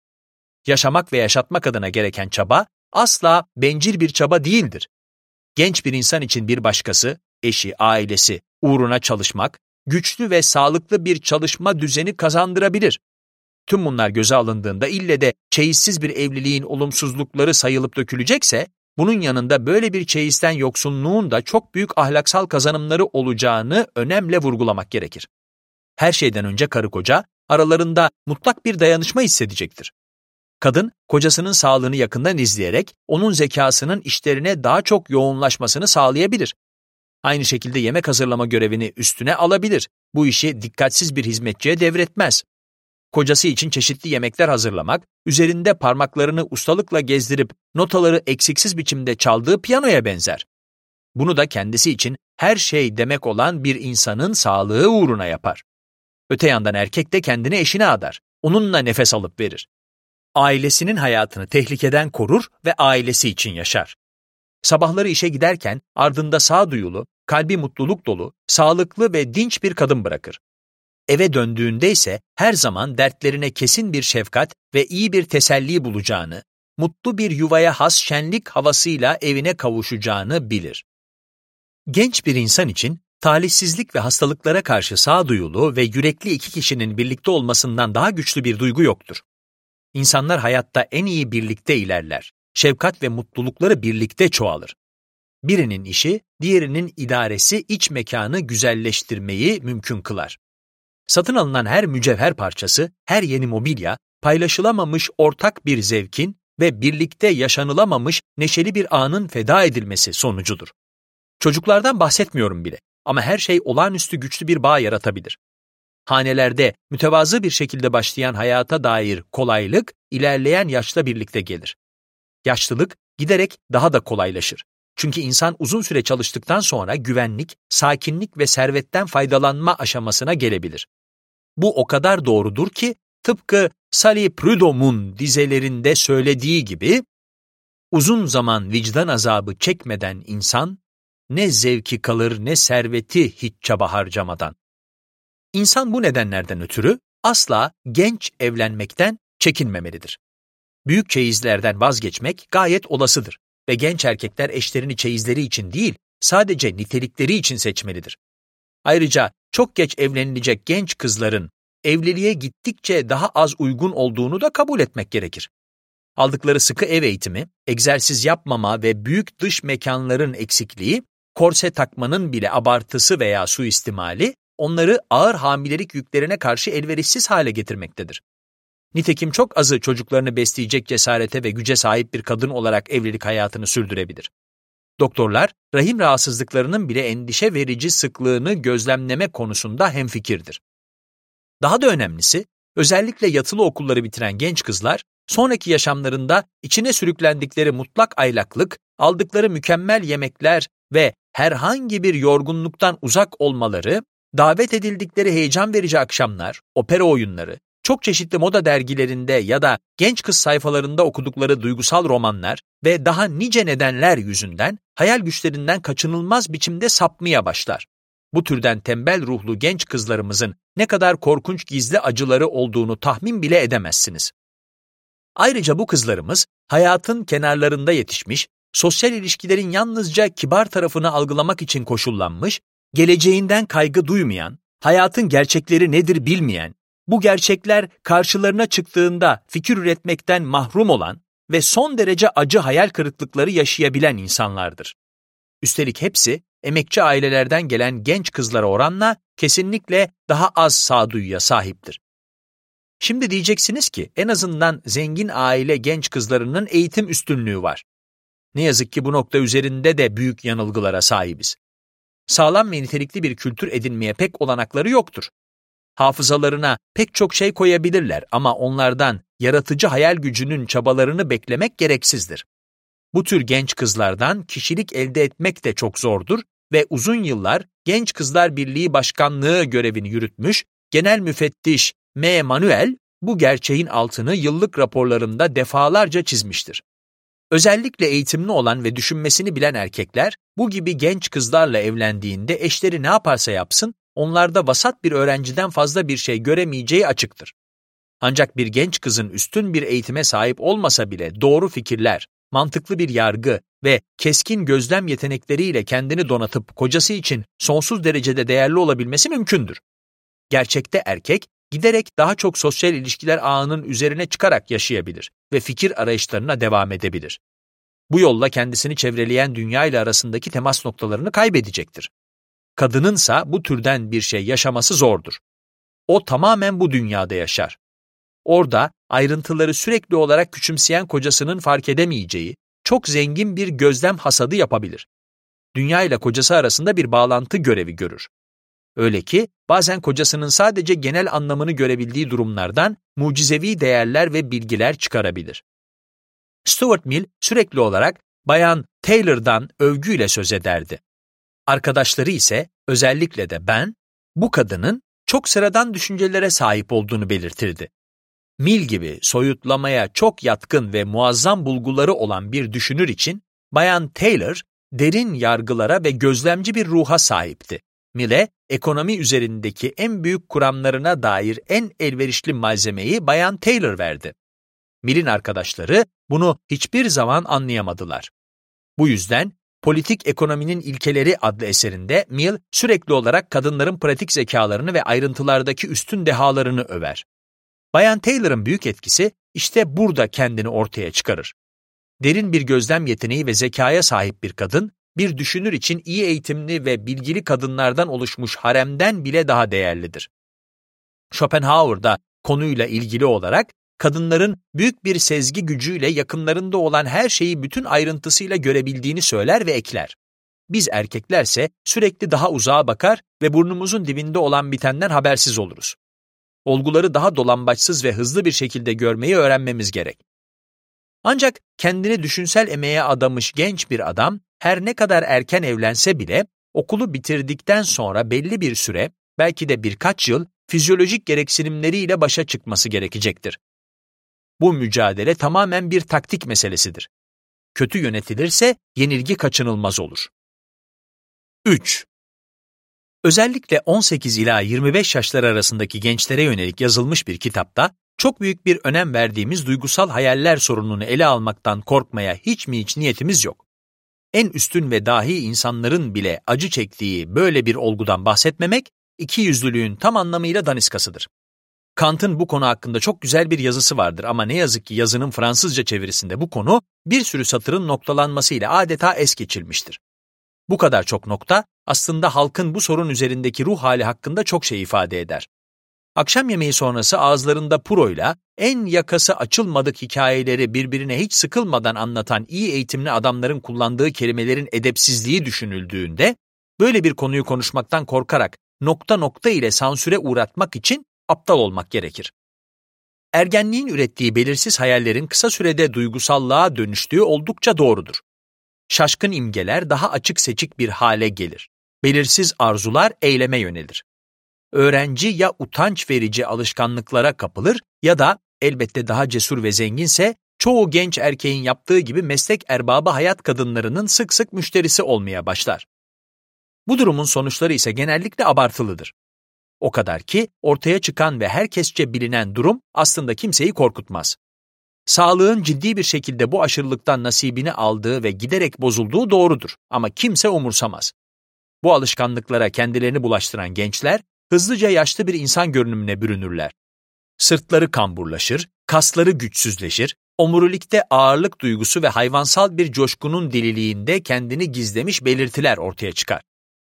Yaşamak ve yaşatmak adına gereken çaba, asla bencil bir çaba değildir. Genç bir insan için bir başkası, eşi, ailesi uğruna çalışmak, güçlü ve sağlıklı bir çalışma düzeni kazandırabilir. Tüm bunlar göze alındığında ille de çeyizsiz bir evliliğin olumsuzlukları sayılıp dökülecekse, bunun yanında böyle bir çeyizden yoksunluğun da çok büyük ahlaksal kazanımları olacağını önemle vurgulamak gerekir. Her şeyden önce karı koca aralarında mutlak bir dayanışma hissedecektir. Kadın, kocasının sağlığını yakından izleyerek onun zekasının işlerine daha çok yoğunlaşmasını sağlayabilir. Aynı şekilde yemek hazırlama görevini üstüne alabilir. Bu işi dikkatsiz bir hizmetçiye devretmez. Kocası için çeşitli yemekler hazırlamak, üzerinde parmaklarını ustalıkla gezdirip notaları eksiksiz biçimde çaldığı piyanoya benzer. Bunu da kendisi için her şey demek olan bir insanın sağlığı uğruna yapar. Öte yandan erkek de kendini eşine adar, onunla nefes alıp verir. Ailesinin hayatını tehlikeden korur ve ailesi için yaşar. Sabahları işe giderken ardında sağduyulu, kalbi mutluluk dolu, sağlıklı ve dinç bir kadın bırakır. Eve döndüğünde ise her zaman dertlerine kesin bir şefkat ve iyi bir teselli bulacağını, mutlu bir yuvaya has şenlik havasıyla evine kavuşacağını bilir. Genç bir insan için talihsizlik ve hastalıklara karşı sağduyulu ve yürekli iki kişinin birlikte olmasından daha güçlü bir duygu yoktur. İnsanlar hayatta en iyi birlikte ilerler. Şefkat ve mutlulukları birlikte çoğalır. Birinin işi, diğerinin idaresi iç mekanı güzelleştirmeyi mümkün kılar. Satın alınan her mücevher parçası, her yeni mobilya, paylaşılamamış ortak bir zevkin ve birlikte yaşanılamamış neşeli bir anın feda edilmesi sonucudur. Çocuklardan bahsetmiyorum bile ama her şey olağanüstü güçlü bir bağ yaratabilir. Hanelerde mütevazı bir şekilde başlayan hayata dair kolaylık, ilerleyen yaşla birlikte gelir. Yaşlılık giderek daha da kolaylaşır. Çünkü insan uzun süre çalıştıktan sonra güvenlik, sakinlik ve servetten faydalanma aşamasına gelebilir. Bu o kadar doğrudur ki, tıpkı Sally Prudhomme'un dizelerinde söylediği gibi, uzun zaman vicdan azabı çekmeden insan, ne zevki kalır ne serveti hiç çaba harcamadan. İnsan bu nedenlerden ötürü asla genç evlenmekten çekinmemelidir. Büyük çeyizlerden vazgeçmek gayet olasıdır ve genç erkekler eşlerini çeyizleri için değil, sadece nitelikleri için seçmelidir. Ayrıca çok geç evlenilecek genç kızların evliliğe gittikçe daha az uygun olduğunu da kabul etmek gerekir. Aldıkları sıkı ev eğitimi, egzersiz yapmama ve büyük dış mekanların eksikliği, korse takmanın bile abartısı veya suistimali, onları ağır hamilelik yüklerine karşı elverişsiz hale getirmektedir. Nitekim çok azı çocuklarını besleyecek cesarete ve güce sahip bir kadın olarak evlilik hayatını sürdürebilir. Doktorlar, rahim rahatsızlıklarının bile endişe verici sıklığını gözlemleme konusunda hemfikirdir. Daha da önemlisi, özellikle yatılı okulları bitiren genç kızlar, sonraki yaşamlarında içine sürüklendikleri mutlak aylaklık, aldıkları mükemmel yemekler ve herhangi bir yorgunluktan uzak olmaları, davet edildikleri heyecan verici akşamlar, opera oyunları, çok çeşitli moda dergilerinde ya da genç kız sayfalarında okudukları duygusal romanlar ve daha nice nedenler yüzünden hayal güçlerinden kaçınılmaz biçimde sapmaya başlar. Bu türden tembel ruhlu genç kızlarımızın ne kadar korkunç gizli acıları olduğunu tahmin bile edemezsiniz. Ayrıca bu kızlarımız hayatın kenarlarında yetişmiş, sosyal ilişkilerin yalnızca kibar tarafını algılamak için koşullanmış, geleceğinden kaygı duymayan, hayatın gerçekleri nedir bilmeyen, bu gerçekler karşılarına çıktığında fikir üretmekten mahrum olan ve son derece acı hayal kırıklıkları yaşayabilen insanlardır. Üstelik hepsi emekçi ailelerden gelen genç kızlara oranla kesinlikle daha az sağduyuya sahiptir. Şimdi diyeceksiniz ki en azından zengin aile genç kızlarının eğitim üstünlüğü var. Ne yazık ki bu nokta üzerinde de büyük yanılgılara sahibiz. Sağlam ve nitelikli bir kültür edinmeye pek olanakları yoktur. Hafızalarına pek çok şey koyabilirler ama onlardan yaratıcı hayal gücünün çabalarını beklemek gereksizdir. Bu tür genç kızlardan kişilik elde etmek de çok zordur ve uzun yıllar Genç Kızlar Birliği Başkanlığı görevini yürütmüş Genel Müfettiş M. Manuel bu gerçeğin altını yıllık raporlarında defalarca çizmiştir. Özellikle eğitimli olan ve düşünmesini bilen erkekler bu gibi genç kızlarla evlendiğinde eşleri ne yaparsa yapsın onlarda vasat bir öğrenciden fazla bir şey göremeyeceği açıktır. Ancak bir genç kızın üstün bir eğitime sahip olmasa bile doğru fikirler, mantıklı bir yargı ve keskin gözlem yetenekleriyle kendini donatıp kocası için sonsuz derecede değerli olabilmesi mümkündür. Gerçekte erkek, giderek daha çok sosyal ilişkiler ağının üzerine çıkarak yaşayabilir ve fikir arayışlarına devam edebilir. Bu yolla kendisini çevreleyen dünya ile arasındaki temas noktalarını kaybedecektir. Kadınınsa bu türden bir şey yaşaması zordur. O tamamen bu dünyada yaşar. Orada ayrıntıları sürekli olarak küçümseyen kocasının fark edemeyeceği, çok zengin bir gözlem hasadı yapabilir. Dünya ile kocası arasında bir bağlantı görevi görür. Öyle ki bazen kocasının sadece genel anlamını görebildiği durumlardan mucizevi değerler ve bilgiler çıkarabilir. Stuart Mill sürekli olarak Bayan Taylor'dan övgüyle söz ederdi. Arkadaşları ise özellikle de ben, bu kadının çok sıradan düşüncelere sahip olduğunu belirtirdi. Mill gibi soyutlamaya çok yatkın ve muazzam bulguları olan bir düşünür için Bayan Taylor derin yargılara ve gözlemci bir ruha sahipti. Mill'e ekonomi üzerindeki en büyük kuramlarına dair en elverişli malzemeyi Bayan Taylor verdi. Mill'in arkadaşları bunu hiçbir zaman anlayamadılar. Bu yüzden Politik Ekonominin İlkeleri adlı eserinde Mill sürekli olarak kadınların pratik zekalarını ve ayrıntılardaki üstün dehalarını över. Bayan Taylor'ın büyük etkisi işte burada kendini ortaya çıkarır. Derin bir gözlem yeteneği ve zekaya sahip bir kadın, bir düşünür için iyi eğitimli ve bilgili kadınlardan oluşmuş haremden bile daha değerlidir. Schopenhauer da konuyla ilgili olarak kadınların büyük bir sezgi gücüyle yakınlarında olan her şeyi bütün ayrıntısıyla görebildiğini söyler ve ekler. Biz erkeklerse sürekli daha uzağa bakar ve burnumuzun dibinde olan bitenden habersiz oluruz. Olguları daha dolambaçsız ve hızlı bir şekilde görmeyi öğrenmemiz gerek. Ancak kendini düşünsel emeğe adamış genç bir adam, her ne kadar erken evlense bile okulu bitirdikten sonra belli bir süre, belki de birkaç yıl, fizyolojik gereksinimleriyle başa çıkması gerekecektir. Bu mücadele tamamen bir taktik meselesidir. Kötü yönetilirse yenilgi kaçınılmaz olur. 3. Özellikle 18 ila 25 yaşlar arasındaki gençlere yönelik yazılmış bir kitapta, çok büyük bir önem verdiğimiz duygusal hayaller sorununu ele almaktan korkmaya hiç niyetimiz yok. En üstün ve dahi insanların bile acı çektiği böyle bir olgudan bahsetmemek, ikiyüzlülüğün tam anlamıyla daniskasıdır. Kant'ın bu konu hakkında çok güzel bir yazısı vardır ama ne yazık ki yazının Fransızca çevirisinde bu konu bir sürü satırın noktalanmasıyla adeta es geçilmiştir. Bu kadar çok nokta aslında halkın bu sorun üzerindeki ruh hali hakkında çok şey ifade eder. Akşam yemeği sonrası ağızlarında puroyla en yakası açılmadık hikayeleri birbirine hiç sıkılmadan anlatan iyi eğitimli adamların kullandığı kelimelerin edepsizliği düşünüldüğünde, böyle bir konuyu konuşmaktan korkarak nokta ile sansüre uğratmak için aptal olmak gerekir. Ergenliğin ürettiği belirsiz hayallerin kısa sürede duygusallığa dönüştüğü oldukça doğrudur. Şaşkın imgeler daha açık seçik bir hale gelir. Belirsiz arzular eyleme yönelir. Öğrenci ya utanç verici alışkanlıklara kapılır ya da elbette daha cesur ve zenginse çoğu genç erkeğin yaptığı gibi meslek erbabı hayat kadınlarının sık sık müşterisi olmaya başlar. Bu durumun sonuçları ise genellikle abartılıdır. O kadar ki ortaya çıkan ve herkesçe bilinen durum aslında kimseyi korkutmaz. Sağlığın ciddi bir şekilde bu aşırılıktan nasibini aldığı ve giderek bozulduğu doğrudur ama kimse umursamaz. Bu alışkanlıklara kendilerini bulaştıran gençler hızlıca yaşlı bir insan görünümüne bürünürler. Sırtları kamburlaşır, kasları güçsüzleşir, omurilikte ağırlık duygusu ve hayvansal bir coşkunun deliliğinde kendini gizlemiş belirtiler ortaya çıkar.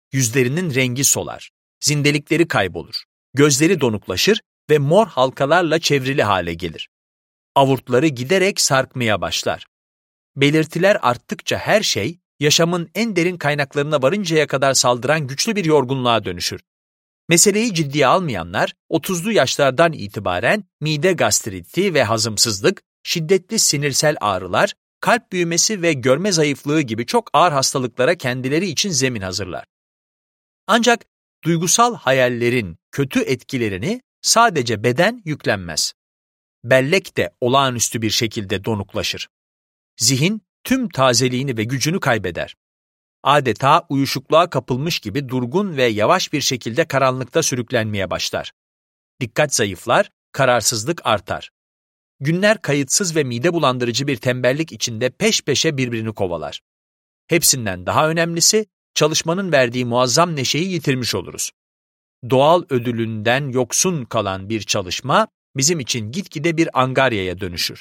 yüzlerinin rengi solar, zindelikleri kaybolur, gözleri donuklaşır ve mor halkalarla çevrili hale gelir. Avurtları giderek sarkmaya başlar. Belirtiler arttıkça her şey, yaşamın en derin kaynaklarına varıncaya kadar saldıran güçlü bir yorgunluğa dönüşür. Meseleyi ciddiye almayanlar, 30'lu yaşlardan itibaren mide gastriti ve hazımsızlık, şiddetli sinirsel ağrılar, kalp büyümesi ve görme zayıflığı gibi çok ağır hastalıklara kendileri için zemin hazırlar. Ancak duygusal hayallerin kötü etkilerini sadece beden yüklenmez. Bellek de olağanüstü bir şekilde donuklaşır. Zihin tüm tazeliğini ve gücünü kaybeder. Adeta uyuşukluğa kapılmış gibi durgun ve yavaş bir şekilde karanlıkta sürüklenmeye başlar. Dikkat zayıflar, kararsızlık artar. Günler kayıtsız ve mide bulandırıcı bir tembellik içinde peş peşe birbirini kovalar. Hepsinden daha önemlisi, çalışmanın verdiği muazzam neşeyi yitirmiş oluruz. Doğal ödülünden yoksun kalan bir çalışma, bizim için gitgide bir angaryaya dönüşür.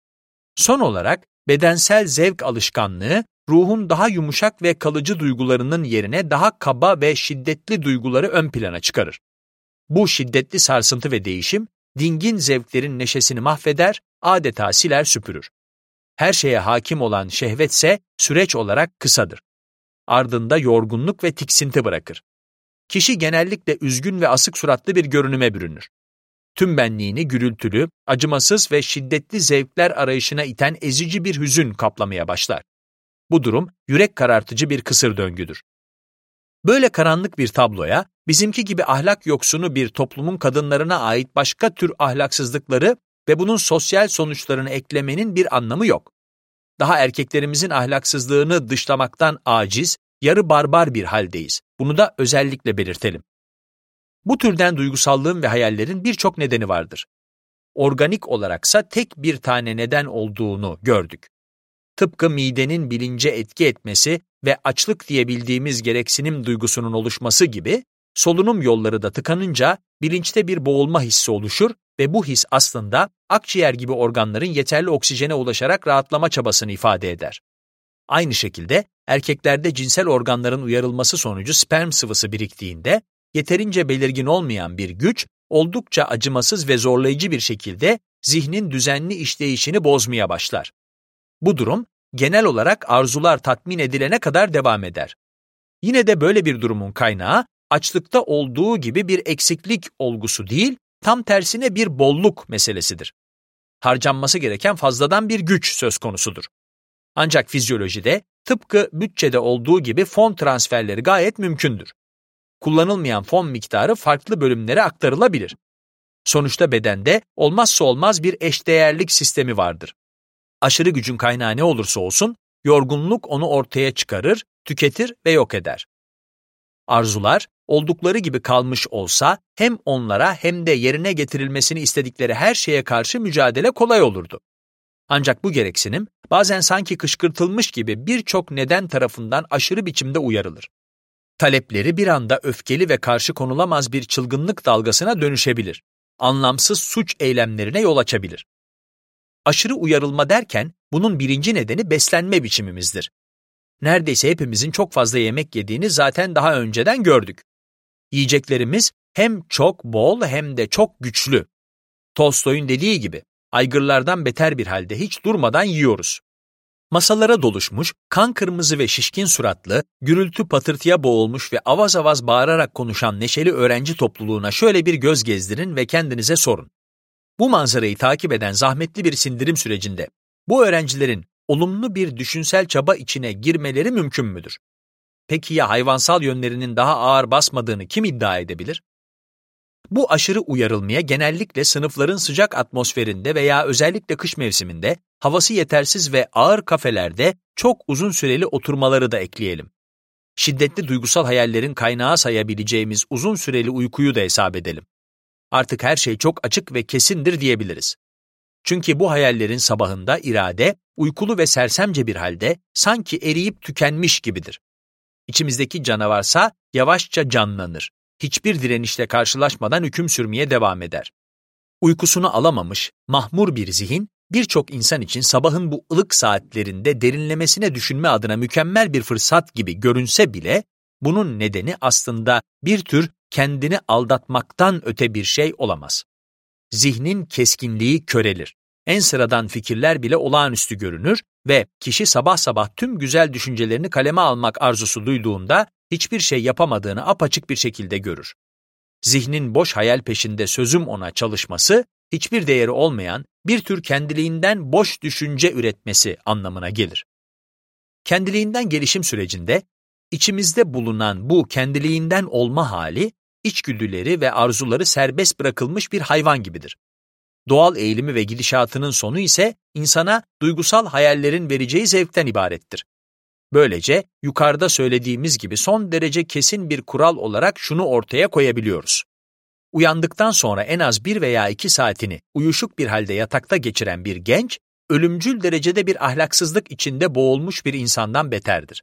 Son olarak, bedensel zevk alışkanlığı, ruhun daha yumuşak ve kalıcı duygularının yerine daha kaba ve şiddetli duyguları ön plana çıkarır. Bu şiddetli sarsıntı ve değişim, dingin zevklerin neşesini mahveder, adeta siler süpürür. Her şeye hakim olan şehvetse süreç olarak kısadır. Ardında yorgunluk ve tiksinti bırakır. Kişi genellikle üzgün ve asık suratlı bir görünüme bürünür. Tüm benliğini gürültülü, acımasız ve şiddetli zevkler arayışına iten ezici bir hüzün kaplamaya başlar. Bu durum, yürek karartıcı bir kısır döngüdür. Böyle karanlık bir tabloya, bizimki gibi ahlak yoksunu bir toplumun kadınlarına ait başka tür ahlaksızlıkları ve bunun sosyal sonuçlarını eklemenin bir anlamı yok. Daha erkeklerimizin ahlaksızlığını dışlamaktan aciz, yarı barbar bir haldeyiz. Bunu da özellikle belirtelim. Bu türden duygusallığın ve hayallerin birçok nedeni vardır. Organik olaraksa tek bir tane neden olduğunu gördük. Tıpkı midenin bilince etki etmesi ve açlık diye bildiğimiz gereksinim duygusunun oluşması gibi, solunum yolları da tıkanınca bilinçte bir boğulma hissi oluşur ve bu his aslında akciğer gibi organların yeterli oksijene ulaşarak rahatlama çabasını ifade eder. Aynı şekilde erkeklerde cinsel organların uyarılması sonucu sperm sıvısı biriktiğinde, yeterince belirgin olmayan bir güç, oldukça acımasız ve zorlayıcı bir şekilde zihnin düzenli işleyişini bozmaya başlar. Bu durum, genel olarak arzular tatmin edilene kadar devam eder. Yine de böyle bir durumun kaynağı, açlıkta olduğu gibi bir eksiklik olgusu değil, tam tersine bir bolluk meselesidir. Harcanması gereken fazladan bir güç söz konusudur. Ancak fizyolojide, tıpkı bütçede olduğu gibi fon transferleri gayet mümkündür. Kullanılmayan fon miktarı farklı bölümlere aktarılabilir. Sonuçta bedende olmazsa olmaz bir eşdeğerlik sistemi vardır. Aşırı gücün kaynağı ne olursa olsun, yorgunluk onu ortaya çıkarır, tüketir ve yok eder. Arzular, oldukları gibi kalmış olsa, hem onlara hem de yerine getirilmesini istedikleri her şeye karşı mücadele kolay olurdu. Ancak bu gereksinim, bazen sanki kışkırtılmış gibi birçok neden tarafından aşırı biçimde uyarılır. Talepleri bir anda öfkeli ve karşı konulamaz bir çılgınlık dalgasına dönüşebilir. Anlamsız suç eylemlerine yol açabilir. Aşırı uyarılma derken, bunun birinci nedeni beslenme biçimimizdir. Neredeyse hepimizin çok fazla yemek yediğini zaten daha önceden gördük. Yiyeceklerimiz hem çok bol hem de çok güçlü. Tolstoy'un dediği gibi, aygırlardan beter bir halde hiç durmadan yiyoruz. Masalara doluşmuş, kan kırmızı ve şişkin suratlı, gürültü patırtıya boğulmuş ve avaz avaz bağırarak konuşan neşeli öğrenci topluluğuna şöyle bir göz gezdirin ve kendinize sorun. Bu manzarayı takip eden zahmetli bir sindirim sürecinde, bu öğrencilerin olumlu bir düşünsel çaba içine girmeleri mümkün müdür? Peki ya hayvansal yönlerinin daha ağır basmadığını kim iddia edebilir? Bu aşırı uyarılmaya genellikle sınıfların sıcak atmosferinde veya özellikle kış mevsiminde, havası yetersiz ve ağır kafelerde çok uzun süreli oturmaları da ekleyelim. Şiddetli duygusal hayallerin kaynağı sayabileceğimiz uzun süreli uykuyu da hesap edelim. Artık her şey çok açık ve kesindir diyebiliriz. Çünkü bu hayallerin sabahında irade, uykulu ve sersemce bir halde sanki eriyip tükenmiş gibidir. İçimizdeki canavarsa yavaşça canlanır. Hiçbir direnişle karşılaşmadan hüküm sürmeye devam eder. Uykusunu alamamış, mahmur bir zihin, birçok insan için sabahın bu ılık saatlerinde derinlemesine düşünme adına mükemmel bir fırsat gibi görünse bile, bunun nedeni aslında bir tür kendini aldatmaktan öte bir şey olamaz. Zihnin keskinliği körelir. En sıradan fikirler bile olağanüstü görünür ve kişi sabah sabah tüm güzel düşüncelerini kaleme almak arzusu duyduğunda hiçbir şey yapamadığını apaçık bir şekilde görür. Zihnin boş hayal peşinde sözüm ona çalışması, hiçbir değeri olmayan bir tür kendiliğinden boş düşünce üretmesi anlamına gelir. Kendiliğinden gelişim sürecinde, içimizde bulunan bu kendiliğinden olma hali, içgüdüleri ve arzuları serbest bırakılmış bir hayvan gibidir. Doğal eğilimi ve gidişatının sonu ise insana duygusal hayallerin vereceği zevkten ibarettir. Böylece yukarıda söylediğimiz gibi son derece kesin bir kural olarak şunu ortaya koyabiliyoruz. Uyandıktan sonra en az 1 veya 2 saatini uyuşuk bir halde yatakta geçiren bir genç, ölümcül derecede bir ahlaksızlık içinde boğulmuş bir insandan beterdir.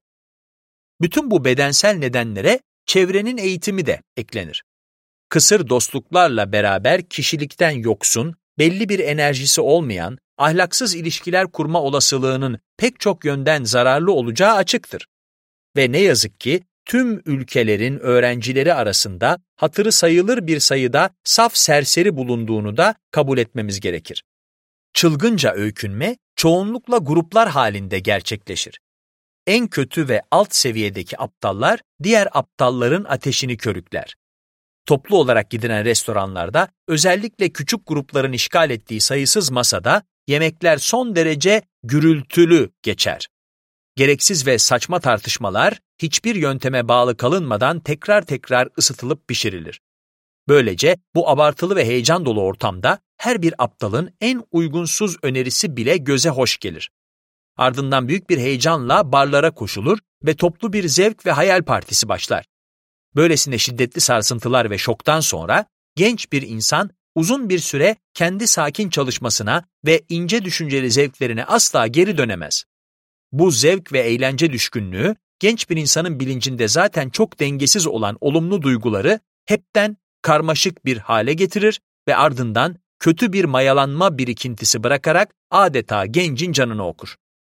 Bütün bu bedensel nedenlere çevrenin eğitimi de eklenir. Kısır dostluklarla beraber kişilikten yoksun, belli bir enerjisi olmayan, ahlaksız ilişkiler kurma olasılığının pek çok yönden zararlı olacağı açıktır. Ve ne yazık ki tüm ülkelerin öğrencileri arasında hatırı sayılır bir sayıda saf serseri bulunduğunu da kabul etmemiz gerekir. Çılgınca öykünme çoğunlukla gruplar halinde gerçekleşir. En kötü ve alt seviyedeki aptallar diğer aptalların ateşini körükler. Toplu olarak gidilen restoranlarda, özellikle küçük grupların işgal ettiği sayısız masada yemekler son derece gürültülü geçer. Gereksiz ve saçma tartışmalar hiçbir yönteme bağlı kalınmadan tekrar tekrar ısıtılıp pişirilir. Böylece bu abartılı ve heyecan dolu ortamda her bir aptalın en uygunsuz önerisi bile göze hoş gelir. Ardından büyük bir heyecanla barlara koşulur ve toplu bir zevk ve hayal partisi başlar. Böylesine şiddetli sarsıntılar ve şoktan sonra genç bir insan uzun bir süre kendi sakin çalışmasına ve ince düşünceli zevklerine asla geri dönemez. Bu zevk ve eğlence düşkünlüğü genç bir insanın bilincinde zaten çok dengesiz olan olumlu duyguları hepten karmaşık bir hale getirir ve ardından kötü bir mayalanma birikintisi bırakarak adeta gencin canını okur.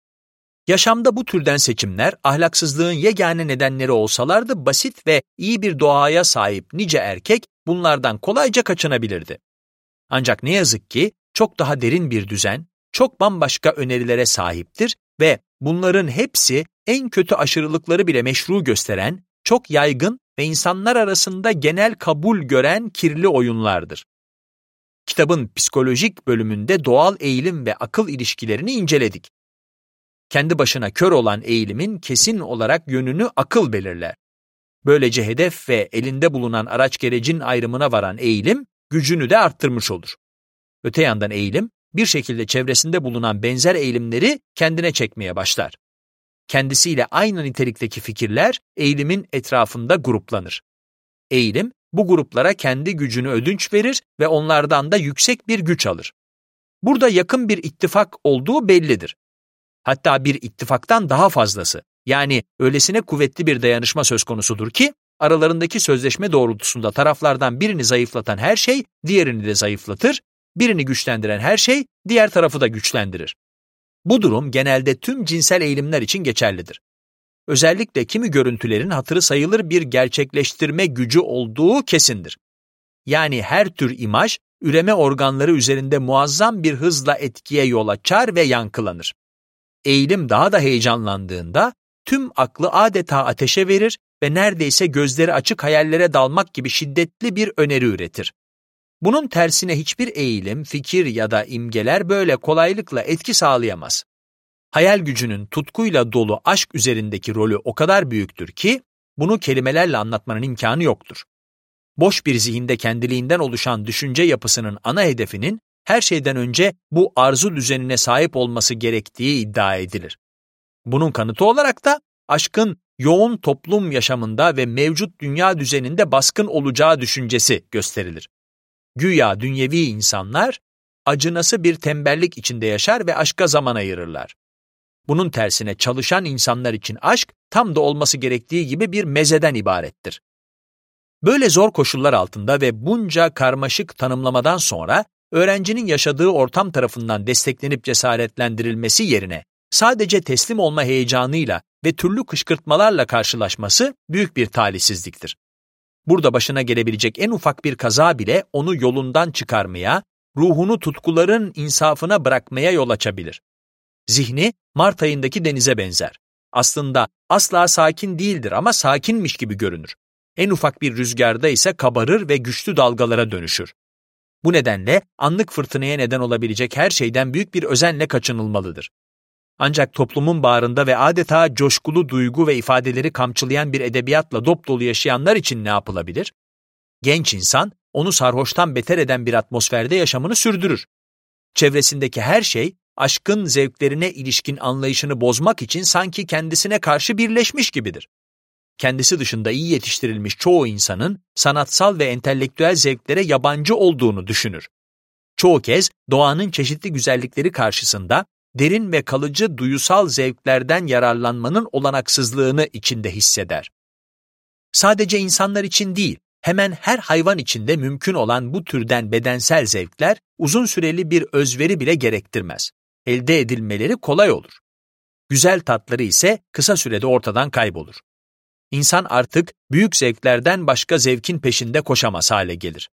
Yaşamda bu türden seçimler ahlaksızlığın yegane nedenleri olsalardı basit ve iyi bir doğaya sahip nice erkek bunlardan kolayca kaçınabilirdi. Ancak ne yazık ki çok daha derin bir düzen, çok bambaşka önerilere sahiptir ve bunların hepsi en kötü aşırılıkları bile meşru gösteren, çok yaygın ve insanlar arasında genel kabul gören kirli oyunlardır. Kitabın psikolojik bölümünde doğal eğilim ve akıl ilişkilerini inceledik. Kendi başına kör olan eğilimin kesin olarak yönünü akıl belirler. Böylece hedef ve elinde bulunan araç gerecin ayrımına varan eğilim, gücünü de arttırmış olur. Öte yandan eğilim, bir şekilde çevresinde bulunan benzer eğilimleri kendine çekmeye başlar. Kendisiyle aynı nitelikteki fikirler eğilimin etrafında gruplanır. Eğilim, bu gruplara kendi gücünü ödünç verir ve onlardan da yüksek bir güç alır. Burada yakın bir ittifak olduğu bellidir. Hatta bir ittifaktan daha fazlası, yani öylesine kuvvetli bir dayanışma söz konusudur ki, aralarındaki sözleşme doğrultusunda taraflardan birini zayıflatan her şey diğerini de zayıflatır, birini güçlendiren her şey diğer tarafı da güçlendirir. Bu durum genelde tüm cinsel eğilimler için geçerlidir. Özellikle kimi görüntülerin hatırı sayılır bir gerçekleştirme gücü olduğu kesindir. Yani her tür imaj, üreme organları üzerinde muazzam bir hızla etkiye yol açar ve yankılanır. Eğilim daha da heyecanlandığında tüm aklı adeta ateşe verir ve neredeyse gözleri açık hayallere dalmak gibi şiddetli bir öneri üretir. Bunun tersine hiçbir eğilim, fikir ya da imgeler böyle kolaylıkla etki sağlayamaz. Hayal gücünün tutkuyla dolu aşk üzerindeki rolü o kadar büyüktür ki, bunu kelimelerle anlatmanın imkanı yoktur. Boş bir zihinde kendiliğinden oluşan düşünce yapısının ana hedefinin, her şeyden önce bu arzu düzenine sahip olması gerektiği iddia edilir. Bunun kanıtı olarak da aşkın yoğun toplum yaşamında ve mevcut dünya düzeninde baskın olacağı düşüncesi gösterilir. Güya dünyevi insanlar acınası bir tembellik içinde yaşar ve aşka zaman ayırırlar. Bunun tersine çalışan insanlar için aşk tam da olması gerektiği gibi bir mezeden ibarettir. Böyle zor koşullar altında ve bunca karmaşık tanımlamadan sonra öğrencinin yaşadığı ortam tarafından desteklenip cesaretlendirilmesi yerine sadece teslim olma heyecanıyla ve türlü kışkırtmalarla karşılaşması büyük bir talihsizliktir. Burada başına gelebilecek en ufak bir kaza bile onu yolundan çıkarmaya, ruhunu tutkuların insafına bırakmaya yol açabilir. Zihni Mart ayındaki denize benzer. Aslında asla sakin değildir ama sakinmiş gibi görünür. En ufak bir rüzgarda ise kabarır ve güçlü dalgalara dönüşür. Bu nedenle anlık fırtınaya neden olabilecek her şeyden büyük bir özenle kaçınılmalıdır. Ancak toplumun bağrında ve adeta coşkulu duygu ve ifadeleri kamçılayan bir edebiyatla dopdolu yaşayanlar için ne yapılabilir? Genç insan, onu sarhoştan beter eden bir atmosferde yaşamını sürdürür. Çevresindeki her şey, aşkın zevklerine ilişkin anlayışını bozmak için sanki kendisine karşı birleşmiş gibidir. Kendisi dışında iyi yetiştirilmiş çoğu insanın sanatsal ve entelektüel zevklere yabancı olduğunu düşünür. Çoğu kez doğanın çeşitli güzellikleri karşısında derin ve kalıcı duyusal zevklerden yararlanmanın olanaksızlığını içinde hisseder. Sadece insanlar için değil, hemen her hayvan içinde mümkün olan bu türden bedensel zevkler uzun süreli bir özveri bile gerektirmez. Elde edilmeleri kolay olur. Güzel tatları ise kısa sürede ortadan kaybolur. İnsan artık büyük zevklerden başka zevkin peşinde koşamaz hale gelir.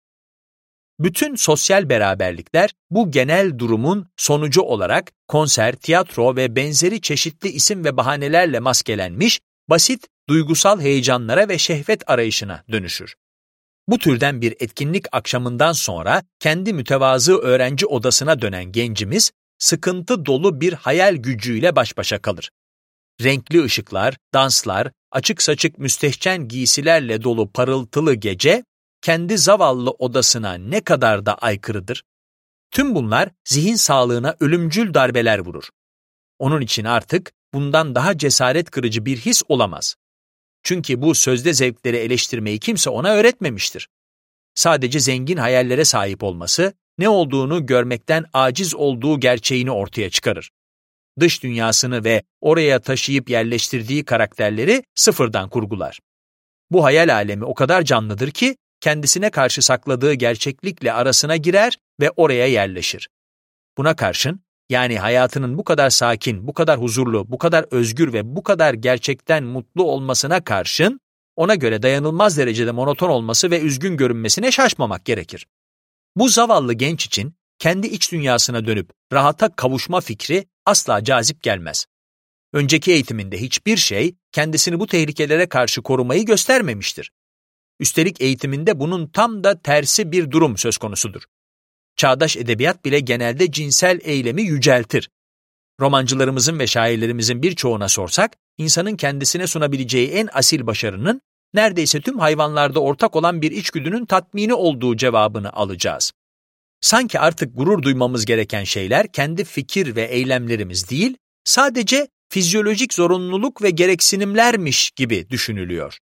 Bütün sosyal beraberlikler bu genel durumun sonucu olarak konser, tiyatro ve benzeri çeşitli isim ve bahanelerle maskelenmiş, basit duygusal heyecanlara ve şehvet arayışına dönüşür. Bu türden bir etkinlik akşamından sonra kendi mütevazı öğrenci odasına dönen gencimiz, sıkıntı dolu bir hayal gücüyle baş başa kalır. Renkli ışıklar, danslar, açık saçık müstehcen giysilerle dolu parıltılı gece, kendi zavallı odasına ne kadar da aykırıdır. Tüm bunlar zihin sağlığına ölümcül darbeler vurur. Onun için artık bundan daha cesaret kırıcı bir his olamaz. Çünkü bu sözde zevkleri eleştirmeyi kimse ona öğretmemiştir. Sadece zengin hayallere sahip olması, ne olduğunu görmekten aciz olduğu gerçeğini ortaya çıkarır. Dış dünyasını ve oraya taşıyıp yerleştirdiği karakterleri sıfırdan kurgular. Bu hayal alemi o kadar canlıdır ki, kendisine karşı sakladığı gerçeklikle arasına girer ve oraya yerleşir. Buna karşın, yani hayatının bu kadar sakin, bu kadar huzurlu, bu kadar özgür ve bu kadar gerçekten mutlu olmasına karşın, ona göre dayanılmaz derecede monoton olması ve üzgün görünmesine şaşmamak gerekir. Bu zavallı genç için kendi iç dünyasına dönüp rahata kavuşma fikri asla cazip gelmez. Önceki eğitiminde hiçbir şey kendisini bu tehlikelere karşı korumayı göstermemiştir. Üstelik eğitiminde bunun tam da tersi bir durum söz konusudur. Çağdaş edebiyat bile genelde cinsel eylemi yüceltir. Romancılarımızın ve şairlerimizin birçoğuna sorsak, insanın kendisine sunabileceği en asil başarının, neredeyse tüm hayvanlarda ortak olan bir içgüdünün tatmini olduğu cevabını alacağız. Sanki artık gurur duymamız gereken şeyler kendi fikir ve eylemlerimiz değil, sadece fizyolojik zorunluluk ve gereksinimlermiş gibi düşünülüyor.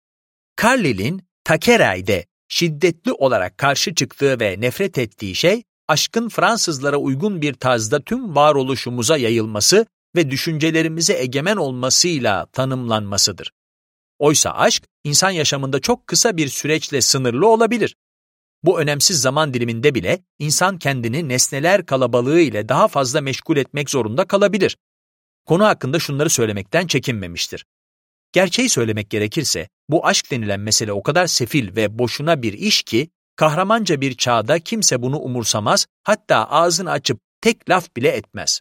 Carlyle'in Thackeray'de şiddetli olarak karşı çıktığı ve nefret ettiği şey, aşkın Fransızlara uygun bir tarzda tüm varoluşumuza yayılması ve düşüncelerimize egemen olmasıyla tanımlanmasıdır. Oysa aşk, insan yaşamında çok kısa bir süreçle sınırlı olabilir. Bu önemsiz zaman diliminde bile insan kendini nesneler kalabalığı ile daha fazla meşgul etmek zorunda kalabilir. Konu hakkında şunları söylemekten çekinmemiştir. Gerçeği söylemek gerekirse, bu aşk denilen mesele o kadar sefil ve boşuna bir iş ki, kahramanca bir çağda kimse bunu umursamaz, hatta ağzını açıp tek laf bile etmez.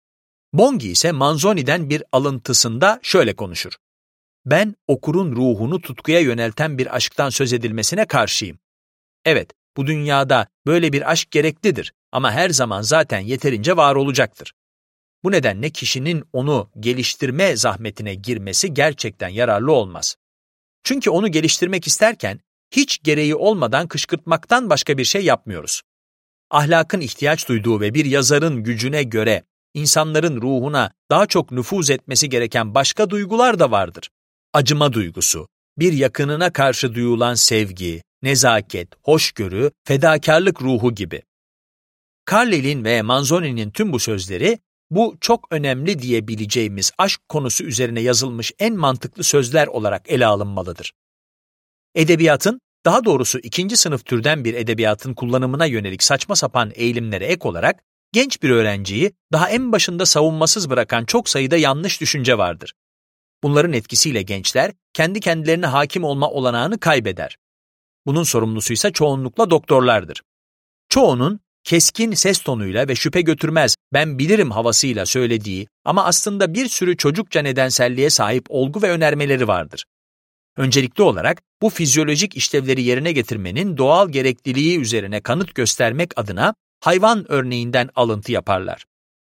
Bongi ise Manzoni'den bir alıntısında şöyle konuşur. Ben okurun ruhunu tutkuya yönelten bir aşktan söz edilmesine karşıyım. Evet, bu dünyada böyle bir aşk gereklidir ama her zaman zaten yeterince var olacaktır. Bu nedenle kişinin onu geliştirme zahmetine girmesi gerçekten yararlı olmaz. Çünkü onu geliştirmek isterken hiç gereği olmadan kışkırtmaktan başka bir şey yapmıyoruz. Ahlakın ihtiyaç duyduğu ve bir yazarın gücüne göre insanların ruhuna daha çok nüfuz etmesi gereken başka duygular da vardır. Acıma duygusu, bir yakınına karşı duyulan sevgi, nezaket, hoşgörü, fedakarlık ruhu gibi. Carlyle'in ve Manzoni'nin tüm bu sözleri, bu çok önemli diyebileceğimiz aşk konusu üzerine yazılmış en mantıklı sözler olarak ele alınmalıdır. Edebiyatın, daha doğrusu ikinci sınıf türden bir edebiyatın kullanımına yönelik saçma sapan eğilimlere ek olarak, genç bir öğrenciyi daha en başında savunmasız bırakan çok sayıda yanlış düşünce vardır. Bunların etkisiyle gençler kendi kendilerine hakim olma olanağını kaybeder. Bunun sorumlusuysa çoğunlukla doktorlardır. Çoğunun keskin ses tonuyla ve şüphe götürmez, ben bilirim havasıyla söylediği ama aslında bir sürü çocukça nedenselliğe sahip olgu ve önermeleri vardır. Öncelikli olarak bu fizyolojik işlevleri yerine getirmenin doğal gerekliliği üzerine kanıt göstermek adına hayvan örneğinden alıntı yaparlar.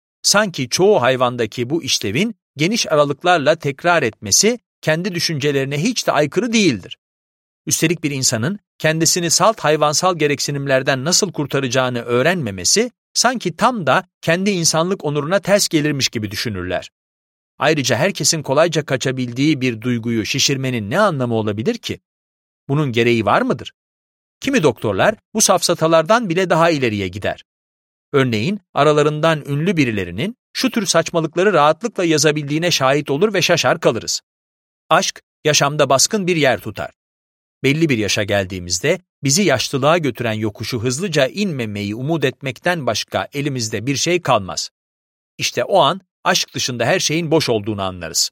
Sanki çoğu hayvandaki bu işlevin geniş aralıklarla tekrar etmesi kendi düşüncelerine hiç de aykırı değildir. Üstelik bir insanın kendisini salt hayvansal gereksinimlerden nasıl kurtaracağını öğrenmemesi sanki tam da kendi insanlık onuruna ters gelirmiş gibi düşünürler. Ayrıca herkesin kolayca kaçabildiği bir duyguyu şişirmenin ne anlamı olabilir ki? Bunun gereği var mıdır? Kimi doktorlar bu safsatalardan bile daha ileriye gider. Örneğin aralarından ünlü birilerinin şu tür saçmalıkları rahatlıkla yazabildiğine şahit olur ve şaşar kalırız. Aşk, yaşamda baskın bir yer tutar. Belli bir yaşa geldiğimizde bizi yaşlılığa götüren yokuşu hızlıca inmemeyi umut etmekten başka elimizde bir şey kalmaz. İşte o an aşk dışında her şeyin boş olduğunu anlarız.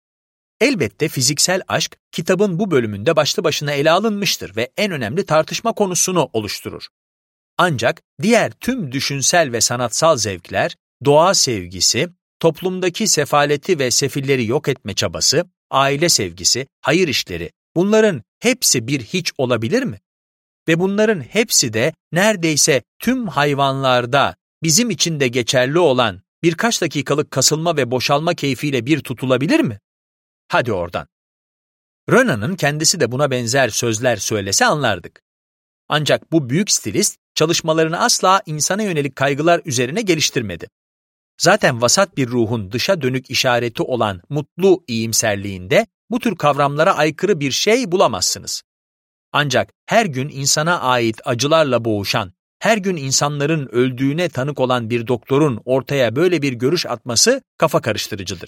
Elbette fiziksel aşk kitabın bu bölümünde başlı başına ele alınmıştır ve en önemli tartışma konusunu oluşturur. Ancak diğer tüm düşünsel ve sanatsal zevkler, doğa sevgisi, toplumdaki sefaleti ve sefilleri yok etme çabası, aile sevgisi, hayır işleri, bunların hepsi bir hiç olabilir mi? Ve bunların hepsi de neredeyse tüm hayvanlarda bizim için de geçerli olan birkaç dakikalık kasılma ve boşalma keyfiyle bir tutulabilir mi? Hadi oradan. Renan'ın kendisi de buna benzer sözler söylese anlardık. Ancak bu büyük stilist çalışmalarını asla insana yönelik kaygılar üzerine geliştirmedi. Zaten vasat bir ruhun dışa dönük işareti olan mutlu iyimserliğinde bu tür kavramlara aykırı bir şey bulamazsınız. Ancak her gün insana ait acılarla boğuşan, her gün insanların öldüğüne tanık olan bir doktorun ortaya böyle bir görüş atması kafa karıştırıcıdır.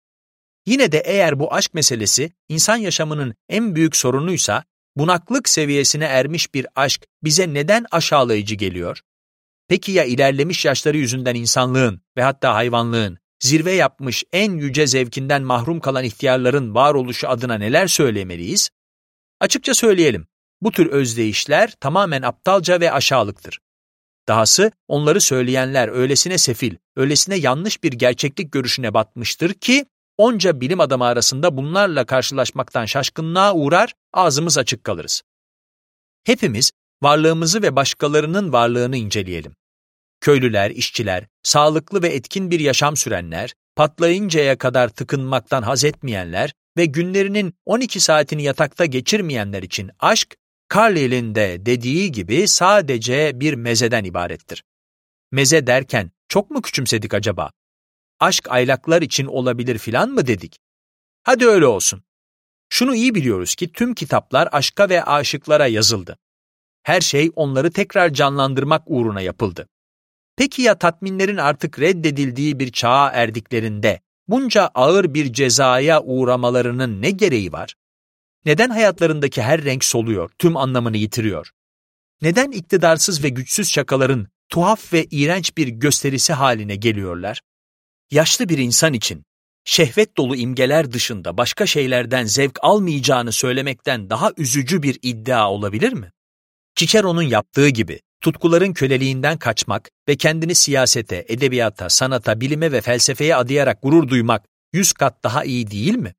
Yine de eğer bu aşk meselesi insan yaşamının en büyük sorunuysa, bunaklık seviyesine ermiş bir aşk bize neden aşağılayıcı geliyor? Peki ya ilerlemiş yaşları yüzünden insanlığın ve hatta hayvanlığın zirve yapmış en yüce zevkinden mahrum kalan ihtiyarların varoluşu adına neler söylemeliyiz? Açıkça söyleyelim, bu tür özdeyişler tamamen aptalca ve aşağılıktır. Dahası onları söyleyenler öylesine sefil, öylesine yanlış bir gerçeklik görüşüne batmıştır ki, onca bilim adamı arasında bunlarla karşılaşmaktan şaşkınlığa uğrar, ağzımız açık kalırız. Hepimiz varlığımızı ve başkalarının varlığını inceleyelim. Köylüler, işçiler, sağlıklı ve etkin bir yaşam sürenler, patlayıncaya kadar tıkınmaktan haz etmeyenler ve günlerinin 12 saatini yatakta geçirmeyenler için aşk, Carlyle'in de dediği gibi sadece bir mezeden ibarettir. Meze derken çok mu küçümsedik acaba? Aşk aylaklar için olabilir filan mı dedik? Hadi öyle olsun. Şunu iyi biliyoruz ki tüm kitaplar aşka ve aşıklara yazıldı. Her şey onları tekrar canlandırmak uğruna yapıldı. Peki ya tatminlerin artık reddedildiği bir çağa erdiklerinde bunca ağır bir cezaya uğramalarının ne gereği var? Neden hayatlarındaki her renk soluyor, tüm anlamını yitiriyor? Neden iktidarsız ve güçsüz şakaların tuhaf ve iğrenç bir gösterisi haline geliyorlar? Yaşlı bir insan için şehvet dolu imgeler dışında başka şeylerden zevk almayacağını söylemekten daha üzücü bir iddia olabilir mi? Cicero'nun yaptığı gibi tutkuların köleliğinden kaçmak ve kendini siyasete, edebiyata, sanata, bilime ve felsefeye adayarak gurur duymak 100 kat daha iyi değil mi?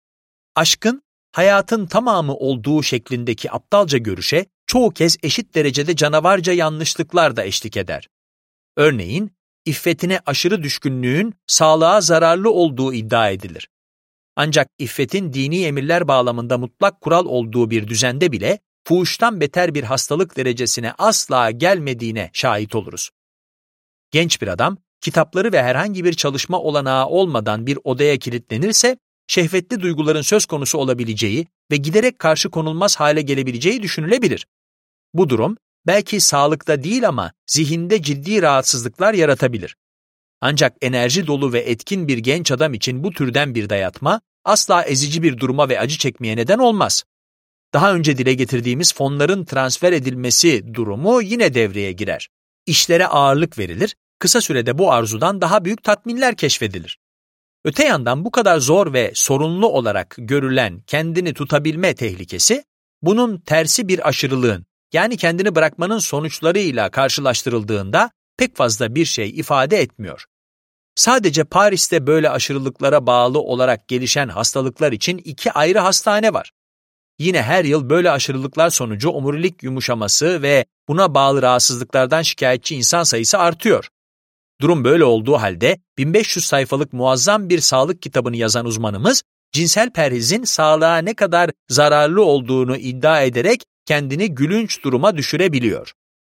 Aşkın hayatın tamamı olduğu şeklindeki aptalca görüşe çoğu kez eşit derecede canavarca yanlışlıklar da eşlik eder. Örneğin, iffetine aşırı düşkünlüğün sağlığa zararlı olduğu iddia edilir. Ancak iffetin dini emirler bağlamında mutlak kural olduğu bir düzende bile fuhuştan beter bir hastalık derecesine asla gelmediğine şahit oluruz. Genç bir adam, kitapları ve herhangi bir çalışma olanağı olmadan bir odaya kilitlenirse, şehvetli duyguların söz konusu olabileceği ve giderek karşı konulmaz hale gelebileceği düşünülebilir. Bu durum, belki sağlıkta değil ama zihinde ciddi rahatsızlıklar yaratabilir. Ancak enerji dolu ve etkin bir genç adam için bu türden bir dayatma, asla ezici bir duruma ve acı çekmeye neden olmaz. Daha önce dile getirdiğimiz fonların transfer edilmesi durumu yine devreye girer. İşlere ağırlık verilir, kısa sürede bu arzudan daha büyük tatminler keşfedilir. Öte yandan bu kadar zor ve sorunlu olarak görülen kendini tutabilme tehlikesi, bunun tersi bir aşırılığın, yani kendini bırakmanın sonuçlarıyla karşılaştırıldığında pek fazla bir şey ifade etmiyor. Sadece Paris'te böyle aşırılıklara bağlı olarak gelişen hastalıklar için 2 ayrı hastane var. Yine her yıl böyle aşırılıklar sonucu omurilik yumuşaması ve buna bağlı rahatsızlıklardan şikayetçi insan sayısı artıyor. Durum böyle olduğu halde 1500 sayfalık muazzam bir sağlık kitabını yazan uzmanımız, cinsel perhizin sağlığa ne kadar zararlı olduğunu iddia ederek kendini gülünç duruma düşürebiliyor.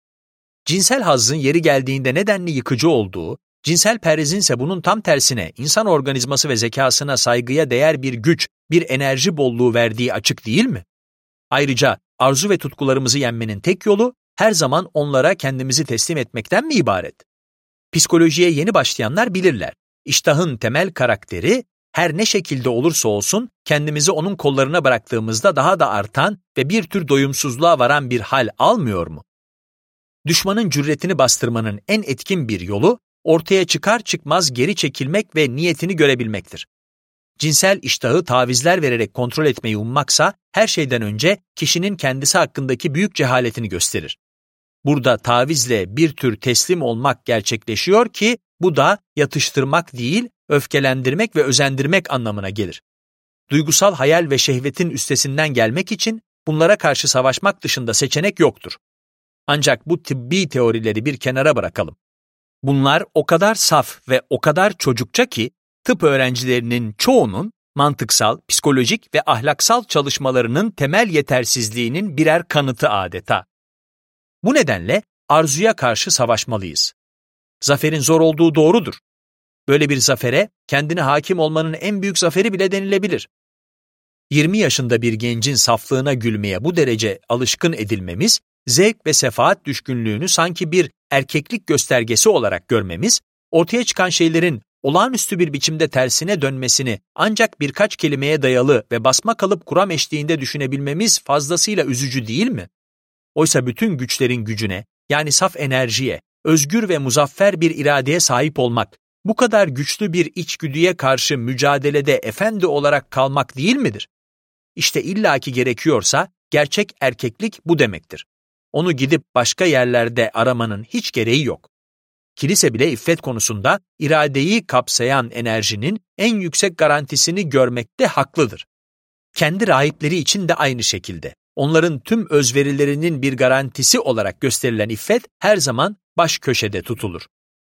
Cinsel hazzın yeri geldiğinde nedenli yıkıcı olduğu, cinsel perhizin ise bunun tam tersine insan organizması ve zekasına saygıya değer bir güç, bir enerji bolluğu verdiği açık değil mi? Ayrıca arzu ve tutkularımızı yenmenin tek yolu her zaman onlara kendimizi teslim etmekten mi ibaret? Psikolojiye yeni başlayanlar bilirler. İştahın temel karakteri her ne şekilde olursa olsun kendimizi onun kollarına bıraktığımızda daha da artan ve bir tür doyumsuzluğa varan bir hal almıyor mu? Düşmanın cüretini bastırmanın en etkin bir yolu ortaya çıkar çıkmaz geri çekilmek ve niyetini görebilmektir. Cinsel iştahı tavizler vererek kontrol etmeyi ummaksa her şeyden önce kişinin kendisi hakkındaki büyük cehaletini gösterir. Burada tavizle bir tür teslim olmak gerçekleşiyor ki bu da yatıştırmak değil, öfkelendirmek ve özendirmek anlamına gelir. Duygusal hayal ve şehvetin üstesinden gelmek için bunlara karşı savaşmak dışında seçenek yoktur. Ancak bu tıbbi teorileri bir kenara bırakalım. Bunlar o kadar saf ve o kadar çocukça ki tıp öğrencilerinin çoğunun mantıksal, psikolojik ve ahlaksal çalışmalarının temel yetersizliğinin birer kanıtı adeta. Bu nedenle arzuya karşı savaşmalıyız. Zaferin zor olduğu doğrudur. Böyle bir zafere kendine hakim olmanın en büyük zaferi bile denilebilir. 20 yaşında bir gencin saflığına gülmeye bu derece alışkın edilmemiz, zevk ve sefaat düşkünlüğünü sanki bir erkeklik göstergesi olarak görmemiz, ortaya çıkan şeylerin olağanüstü bir biçimde tersine dönmesini ancak birkaç kelimeye dayalı ve basmakalıp kuram eşliğinde düşünebilmemiz fazlasıyla üzücü değil mi? Oysa bütün güçlerin gücüne, yani saf enerjiye, özgür ve muzaffer bir iradeye sahip olmak, bu kadar güçlü bir içgüdüye karşı mücadelede efendi olarak kalmak değil midir? İşte illaki gerekiyorsa gerçek erkeklik bu demektir. Onu gidip başka yerlerde aramanın hiç gereği yok. Kilise bile iffet konusunda iradeyi kapsayan enerjinin en yüksek garantisini görmekte haklıdır. Kendi rahipleri için de aynı şekilde. Onların tüm özverilerinin bir garantisi olarak gösterilen iffet her zaman baş köşede tutulur.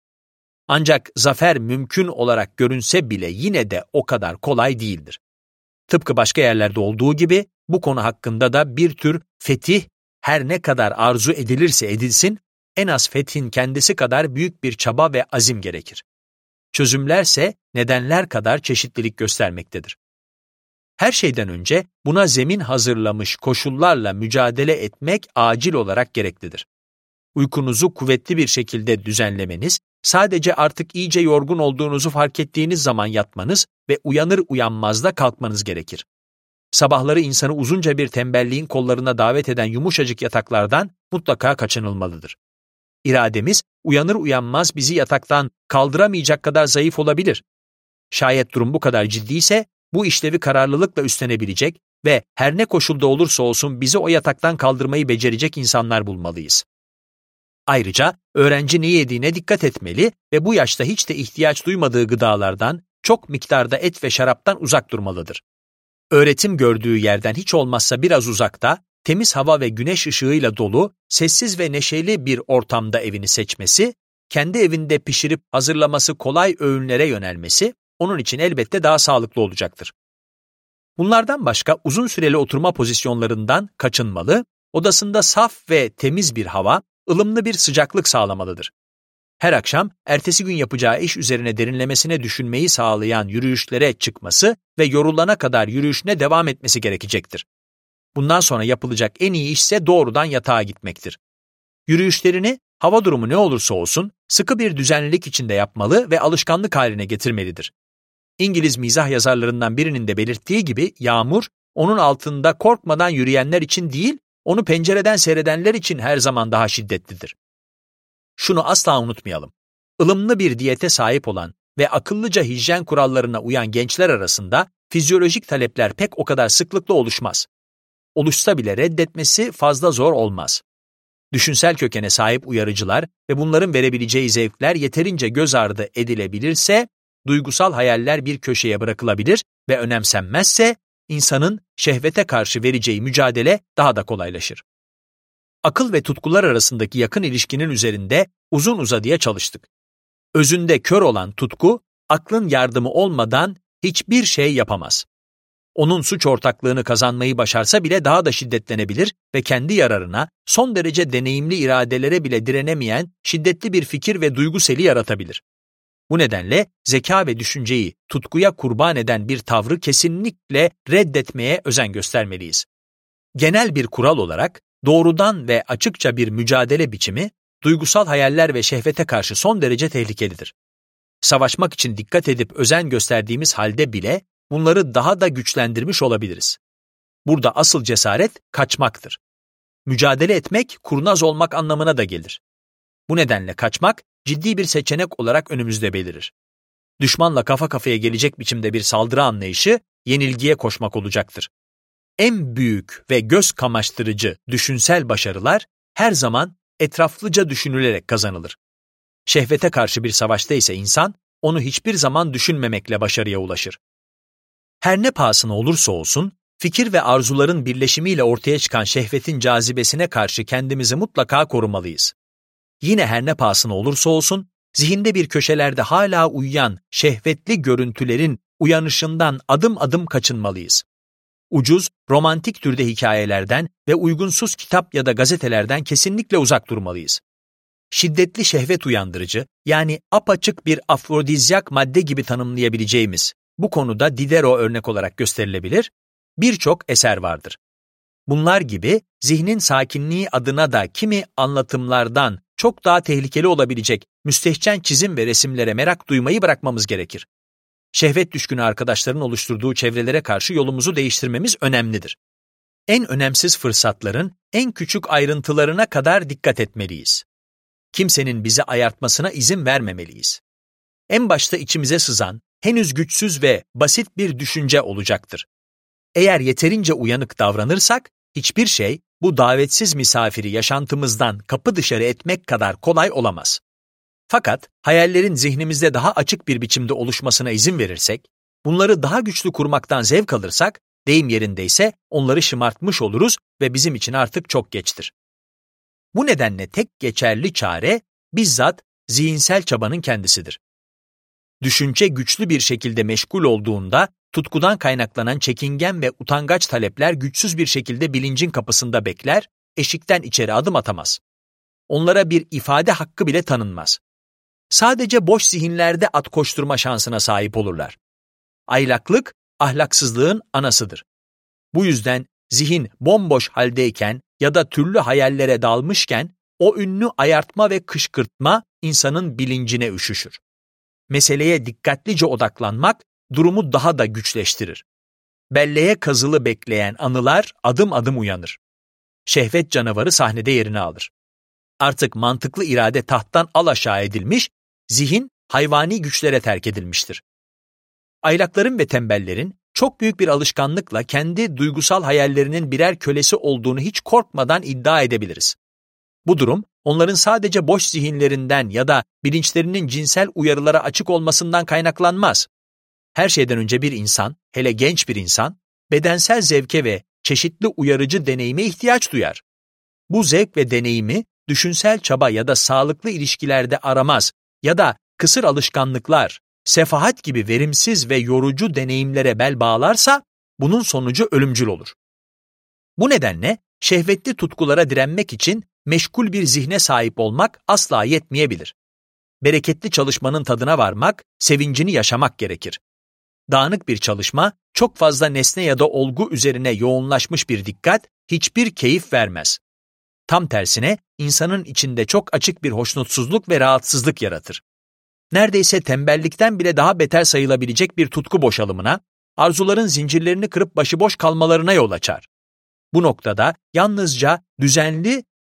Ancak zafer mümkün olarak görünse bile yine de o kadar kolay değildir. Tıpkı başka yerlerde olduğu gibi bu konu hakkında da bir tür fetih her ne kadar arzu edilirse edilsin, en az fethin kendisi kadar büyük bir çaba ve azim gerekir. Çözümlerse nedenler kadar çeşitlilik göstermektedir. Her şeyden önce buna zemin hazırlamış koşullarla mücadele etmek acil olarak gereklidir. Uykunuzu kuvvetli bir şekilde düzenlemeniz, sadece artık iyice yorgun olduğunuzu fark ettiğiniz zaman yatmanız ve uyanır uyanmaz da kalkmanız gerekir. Sabahları insanı uzunca bir tembelliğin kollarına davet eden yumuşacık yataklardan mutlaka kaçınılmalıdır. İrademiz uyanır uyanmaz bizi yataktan kaldıramayacak kadar zayıf olabilir. Şayet durum bu kadar ciddiyse bu işlevi kararlılıkla üstlenebilecek ve her ne koşulda olursa olsun bizi o yataktan kaldırmayı becerecek insanlar bulmalıyız. Ayrıca öğrenci ne yediğine dikkat etmeli ve bu yaşta hiç de ihtiyaç duymadığı gıdalardan, çok miktarda et ve şaraptan uzak durmalıdır. Öğretim gördüğü yerden hiç olmazsa biraz uzakta, temiz hava ve güneş ışığıyla dolu, sessiz ve neşeli bir ortamda evini seçmesi, kendi evinde pişirip hazırlaması kolay öğünlere yönelmesi, onun için elbette daha sağlıklı olacaktır. Bunlardan başka uzun süreli oturma pozisyonlarından kaçınmalı, odasında saf ve temiz bir hava, ılımlı bir sıcaklık sağlamalıdır. Her akşam ertesi gün yapacağı iş üzerine derinlemesine düşünmeyi sağlayan yürüyüşlere çıkması ve yorulana kadar yürüyüşüne devam etmesi gerekecektir. Bundan sonra yapılacak en iyi işse doğrudan yatağa gitmektir. Yürüyüşlerini hava durumu ne olursa olsun sıkı bir düzenlilik içinde yapmalı ve alışkanlık haline getirmelidir. İngiliz mizah yazarlarından birinin de belirttiği gibi yağmur, onun altında korkmadan yürüyenler için değil, onu pencereden seyredenler için her zaman daha şiddetlidir. Şunu asla unutmayalım. ılımlı bir diyete sahip olan ve akıllıca hijyen kurallarına uyan gençler arasında fizyolojik talepler pek o kadar sıklıkla oluşmaz. Oluşsa bile reddetmesi fazla zor olmaz. Düşünsel kökene sahip uyarıcılar ve bunların verebileceği zevkler yeterince göz ardı edilebilirse, duygusal hayaller bir köşeye bırakılabilir ve önemsenmezse, insanın şehvete karşı vereceği mücadele daha da kolaylaşır. Akıl ve tutkular arasındaki yakın ilişkinin üzerinde uzun uzadıya çalıştık. Özünde kör olan tutku, aklın yardımı olmadan hiçbir şey yapamaz. Onun suç ortaklığını kazanmayı başarsa bile daha da şiddetlenebilir ve kendi yararına son derece deneyimli iradelere bile direnemeyen şiddetli bir fikir ve duygu seli yaratabilir. Bu nedenle zeka ve düşünceyi tutkuya kurban eden bir tavrı kesinlikle reddetmeye özen göstermeliyiz. Genel bir kural olarak doğrudan ve açıkça bir mücadele biçimi, duygusal hayaller ve şehvete karşı son derece tehlikelidir. Savaşmak için dikkat edip özen gösterdiğimiz halde bile bunları daha da güçlendirmiş olabiliriz. Burada asıl cesaret kaçmaktır. Mücadele etmek, kurnaz olmak anlamına da gelir. Bu nedenle kaçmak, ciddi bir seçenek olarak önümüzde belirir. Düşmanla kafa kafaya gelecek biçimde bir saldırı anlayışı, yenilgiye koşmak olacaktır. En büyük ve göz kamaştırıcı düşünsel başarılar her zaman etraflıca düşünülerek kazanılır. Şehvete karşı bir savaşta ise insan, onu hiçbir zaman düşünmemekle başarıya ulaşır. Her ne pahasına olursa olsun, fikir ve arzuların birleşimiyle ortaya çıkan şehvetin cazibesine karşı kendimizi mutlaka korumalıyız. Yine her ne pahasına olursa olsun, zihinde bir köşelerde hala uyuyan şehvetli görüntülerin uyanışından adım adım kaçınmalıyız. Ucuz, romantik türde hikayelerden ve uygunsuz kitap ya da gazetelerden kesinlikle uzak durmalıyız. Şiddetli şehvet uyandırıcı, yani apaçık bir afrodizyak madde gibi tanımlayabileceğimiz, bu konuda Diderot örnek olarak gösterilebilir, birçok eser vardır. Bunlar gibi zihnin sakinliği adına da kimi anlatımlardan çok daha tehlikeli olabilecek müstehcen çizim ve resimlere merak duymayı bırakmamız gerekir. Şehvet düşkünü arkadaşların oluşturduğu çevrelere karşı yolumuzu değiştirmemiz önemlidir. En önemsiz fırsatların en küçük ayrıntılarına kadar dikkat etmeliyiz. Kimsenin bizi ayartmasına izin vermemeliyiz. En başta içimize sızan, henüz güçsüz ve basit bir düşünce olacaktır. Eğer yeterince uyanık davranırsak, hiçbir şey bu davetsiz misafiri yaşantımızdan kapı dışarı etmek kadar kolay olamaz. Fakat hayallerin zihnimizde daha açık bir biçimde oluşmasına izin verirsek, bunları daha güçlü kurmaktan zevk alırsak, deyim yerindeyse onları şımartmış oluruz ve bizim için artık çok geçtir. Bu nedenle tek geçerli çare bizzat zihinsel çabanın kendisidir. Düşünce güçlü bir şekilde meşgul olduğunda, tutkudan kaynaklanan çekingen ve utangaç talepler güçsüz bir şekilde bilincin kapısında bekler, eşikten içeri adım atamaz. Onlara bir ifade hakkı bile tanınmaz. Sadece boş zihinlerde at koşturma şansına sahip olurlar. Aylaklık, ahlaksızlığın anasıdır. Bu yüzden zihin bomboş haldeyken ya da türlü hayallere dalmışken, o ünlü ayartma ve kışkırtma insanın bilincine üşüşür. Meseleye dikkatlice odaklanmak, durumu daha da güçleştirir. Belleğe kazılı bekleyen anılar adım adım uyanır. Şehvet canavarı sahnede yerini alır. Artık mantıklı irade tahttan alaşağı edilmiş, zihin hayvani güçlere terk edilmiştir. Aylakların ve tembellerin çok büyük bir alışkanlıkla kendi duygusal hayallerinin birer kölesi olduğunu hiç korkmadan iddia edebiliriz. Bu durum, onların sadece boş zihinlerinden ya da bilinçlerinin cinsel uyarılara açık olmasından kaynaklanmaz. Her şeyden önce bir insan, hele genç bir insan, bedensel zevke ve çeşitli uyarıcı deneyime ihtiyaç duyar. Bu zevk ve deneyimi düşünsel çaba ya da sağlıklı ilişkilerde aramaz ya da kısır alışkanlıklar, sefahat gibi verimsiz ve yorucu deneyimlere bel bağlarsa, bunun sonucu ölümcül olur. Bu nedenle şehvetli tutkulara direnmek için meşgul bir zihne sahip olmak asla yetmeyebilir. Bereketli çalışmanın tadına varmak, sevincini yaşamak gerekir. Dağınık bir çalışma, çok fazla nesne ya da olgu üzerine yoğunlaşmış bir dikkat hiçbir keyif vermez. Tam tersine insanın içinde çok açık bir hoşnutsuzluk ve rahatsızlık yaratır. Neredeyse tembellikten bile daha beter sayılabilecek bir tutku boşalımına, arzuların zincirlerini kırıp başıboş kalmalarına yol açar. Bu noktada yalnızca düzenli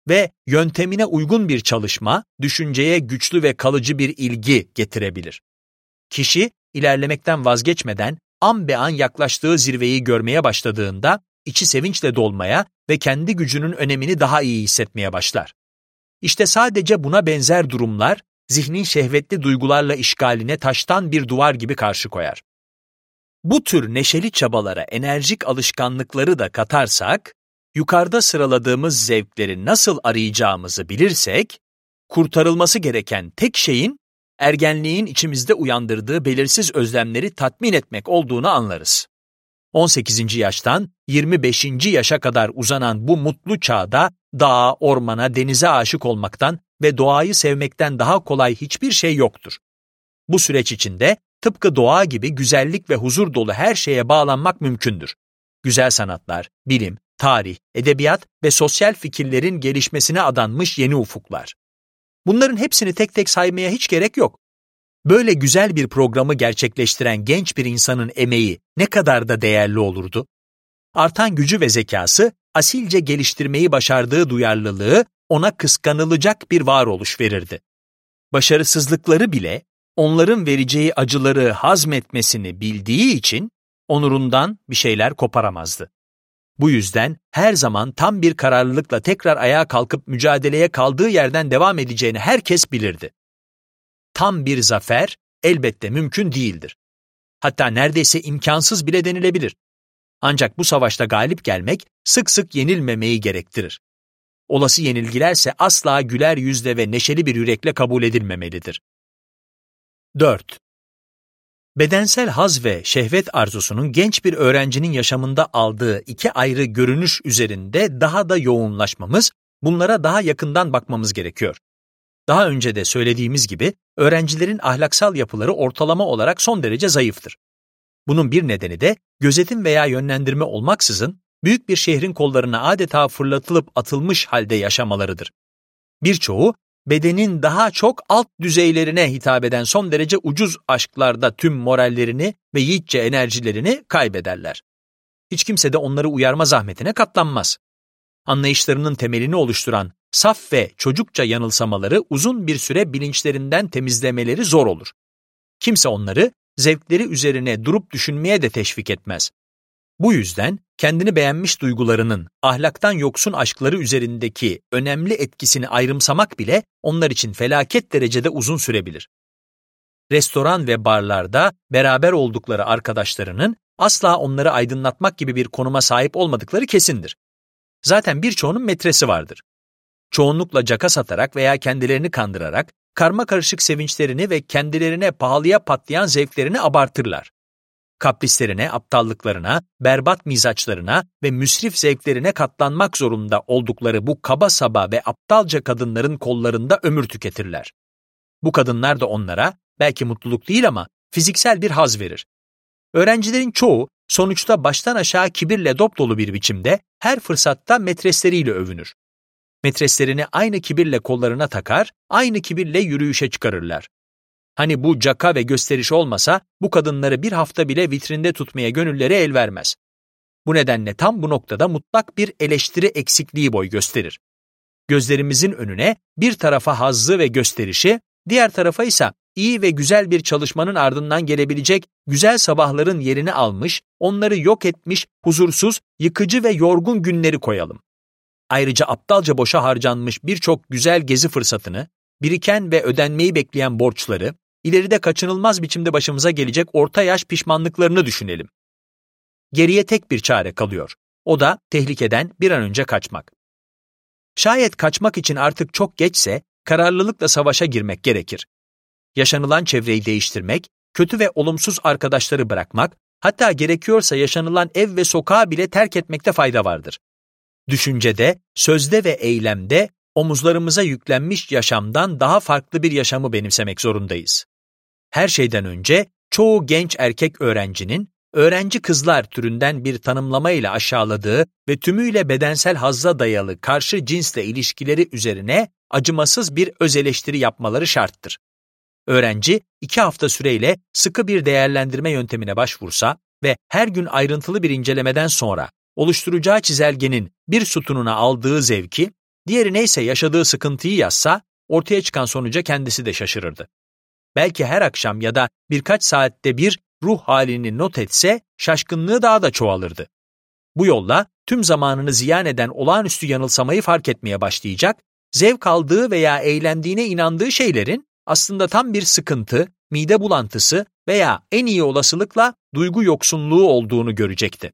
ve yöntemine uygun bir çalışma, düşünceye güçlü ve kalıcı bir ilgi getirebilir. Kişi, ilerlemekten vazgeçmeden an be an yaklaştığı zirveyi görmeye başladığında, içi sevinçle dolmaya ve kendi gücünün önemini daha iyi hissetmeye başlar. İşte sadece buna benzer durumlar, zihnin şehvetli duygularla işgaline taştan bir duvar gibi karşı koyar. Bu tür neşeli çabalara enerjik alışkanlıkları da katarsak, yukarıda sıraladığımız zevkleri nasıl arayacağımızı bilirsek, kurtarılması gereken tek şeyin, ergenliğin içimizde uyandırdığı belirsiz özlemleri tatmin etmek olduğunu anlarız. 18. yaştan 25. yaşa kadar uzanan bu mutlu çağda dağa, ormana, denize aşık olmaktan ve doğayı sevmekten daha kolay hiçbir şey yoktur. Bu süreç içinde tıpkı doğa gibi güzellik ve huzur dolu her şeye bağlanmak mümkündür. Güzel sanatlar, bilim, tarih, edebiyat ve sosyal fikirlerin gelişmesine adanmış yeni ufuklar. Bunların hepsini tek tek saymaya hiç gerek yok. Böyle güzel bir programı gerçekleştiren genç bir insanın emeği ne kadar da değerli olurdu? Artan gücü ve zekası, asilce geliştirmeyi başardığı duyarlılığı ona kıskanılacak bir varoluş verirdi. Başarısızlıkları bile onların vereceği acıları hazmetmesini bildiği için onurundan bir şeyler koparamazdı. Bu yüzden her zaman tam bir kararlılıkla tekrar ayağa kalkıp mücadeleye kaldığı yerden devam edeceğini herkes bilirdi. Tam bir zafer elbette mümkün değildir. Hatta neredeyse imkansız bile denilebilir. Ancak bu savaşta galip gelmek sık sık yenilmemeyi gerektirir. Olası yenilgilerse asla güler yüzle ve neşeli bir yürekle kabul edilmemelidir. 4. Bedensel haz ve şehvet arzusunun genç bir öğrencinin yaşamında aldığı iki ayrı görünüş üzerinde daha da yoğunlaşmamız, bunlara daha yakından bakmamız gerekiyor. Daha önce de söylediğimiz gibi, öğrencilerin ahlaksal yapıları ortalama olarak son derece zayıftır. Bunun bir nedeni de gözetim veya yönlendirme olmaksızın büyük bir şehrin kollarına adeta fırlatılıp atılmış halde yaşamalarıdır. Birçoğu, bedenin daha çok alt düzeylerine hitap eden son derece ucuz aşklarda tüm morallerini ve yiğitçe enerjilerini kaybederler. Hiç kimse de onları uyarma zahmetine katlanmaz. Anlayışlarının temelini oluşturan saf ve çocukça yanılsamaları uzun bir süre bilinçlerinden temizlemeleri zor olur. Kimse onları zevkleri üzerine durup düşünmeye de teşvik etmez. Bu yüzden kendini beğenmiş duygularının ahlaktan yoksun aşkları üzerindeki önemli etkisini ayrımsamak bile onlar için felaket derecede uzun sürebilir. Restoran ve barlarda beraber oldukları arkadaşlarının asla onları aydınlatmak gibi bir konuma sahip olmadıkları kesindir. Zaten birçoğunun metresi vardır. Çoğunlukla caka satarak veya kendilerini kandırarak karmakarışık sevinçlerini ve kendilerine pahalıya patlayan zevklerini abartırlar. Kaprislerine, aptallıklarına, berbat mizaçlarına ve müsrif zevklerine katlanmak zorunda oldukları bu kaba saba ve aptalca kadınların kollarında ömür tüketirler. Bu kadınlar da onlara, belki mutluluk değil ama fiziksel bir haz verir. Öğrencilerin çoğu sonuçta baştan aşağı kibirle dopdolu bir biçimde her fırsatta metresleriyle övünür. Metreslerini aynı kibirle kollarına takar, aynı kibirle yürüyüşe çıkarırlar. Hani bu caka ve gösteriş olmasa bu kadınları bir hafta bile vitrinde tutmaya gönülleri el vermez. Bu nedenle tam bu noktada mutlak bir eleştiri eksikliği boy gösterir. Gözlerimizin önüne bir tarafa hazzı ve gösterişi, diğer tarafa ise iyi ve güzel bir çalışmanın ardından gelebilecek güzel sabahların yerini almış, onları yok etmiş, huzursuz, yıkıcı ve yorgun günleri koyalım. Ayrıca aptalca boşa harcanmış birçok güzel gezi fırsatını, biriken ve ödenmeyi bekleyen borçları, ileride kaçınılmaz biçimde başımıza gelecek orta yaş pişmanlıklarını düşünelim. Geriye tek bir çare kalıyor. O da tehlikeden bir an önce kaçmak. Şayet kaçmak için artık çok geçse, kararlılıkla savaşa girmek gerekir. Yaşanılan çevreyi değiştirmek, kötü ve olumsuz arkadaşları bırakmak, hatta gerekiyorsa yaşanılan ev ve sokağı bile terk etmekte fayda vardır. Düşüncede, sözde ve eylemde omuzlarımıza yüklenmiş yaşamdan daha farklı bir yaşamı benimsemek zorundayız. Her şeyden önce çoğu genç erkek öğrencinin öğrenci kızlar türünden bir tanımlamayla aşağıladığı ve tümüyle bedensel hazza dayalı karşı cinsle ilişkileri üzerine acımasız bir öz eleştiri yapmaları şarttır. Öğrenci 2 hafta süreyle sıkı bir değerlendirme yöntemine başvursa ve her gün ayrıntılı bir incelemeden sonra oluşturacağı çizelgenin bir sütununa aldığı zevki, diğeri neyse yaşadığı sıkıntıyı yazsa, ortaya çıkan sonuca kendisi de şaşırırdı. Belki her akşam ya da birkaç saatte bir ruh halini not etse, şaşkınlığı daha da çoğalırdı. Bu yolla tüm zamanını ziyan eden olağanüstü yanılsamayı fark etmeye başlayacak, zevk aldığı veya eğlendiğine inandığı şeylerin aslında tam bir sıkıntı, mide bulantısı veya en iyi olasılıkla duygu yoksunluğu olduğunu görecekti.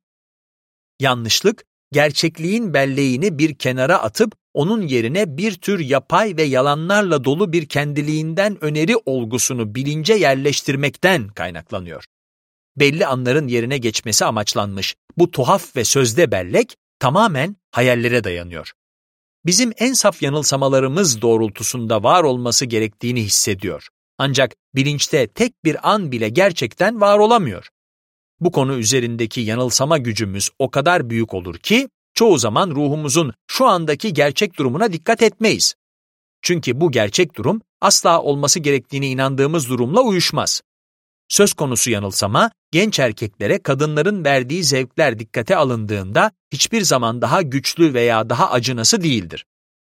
Yanlışlık, gerçekliğin belleğini bir kenara atıp onun yerine bir tür yapay ve yalanlarla dolu bir kendiliğinden öneri olgusunu bilince yerleştirmekten kaynaklanıyor. Belli anların yerine geçmesi amaçlanmış bu tuhaf ve sözde bellek tamamen hayallere dayanıyor. Bizim en saf yanılsamalarımız doğrultusunda var olması gerektiğini hissediyor. Ancak bilinçte tek bir an bile gerçekten var olamıyor. Bu konu üzerindeki yanılsama gücümüz o kadar büyük olur ki, çoğu zaman ruhumuzun şu andaki gerçek durumuna dikkat etmeyiz. Çünkü bu gerçek durum asla olması gerektiğine inandığımız durumla uyuşmaz. Söz konusu yanılsama, genç erkeklere kadınların verdiği zevkler dikkate alındığında hiçbir zaman daha güçlü veya daha acınası değildir.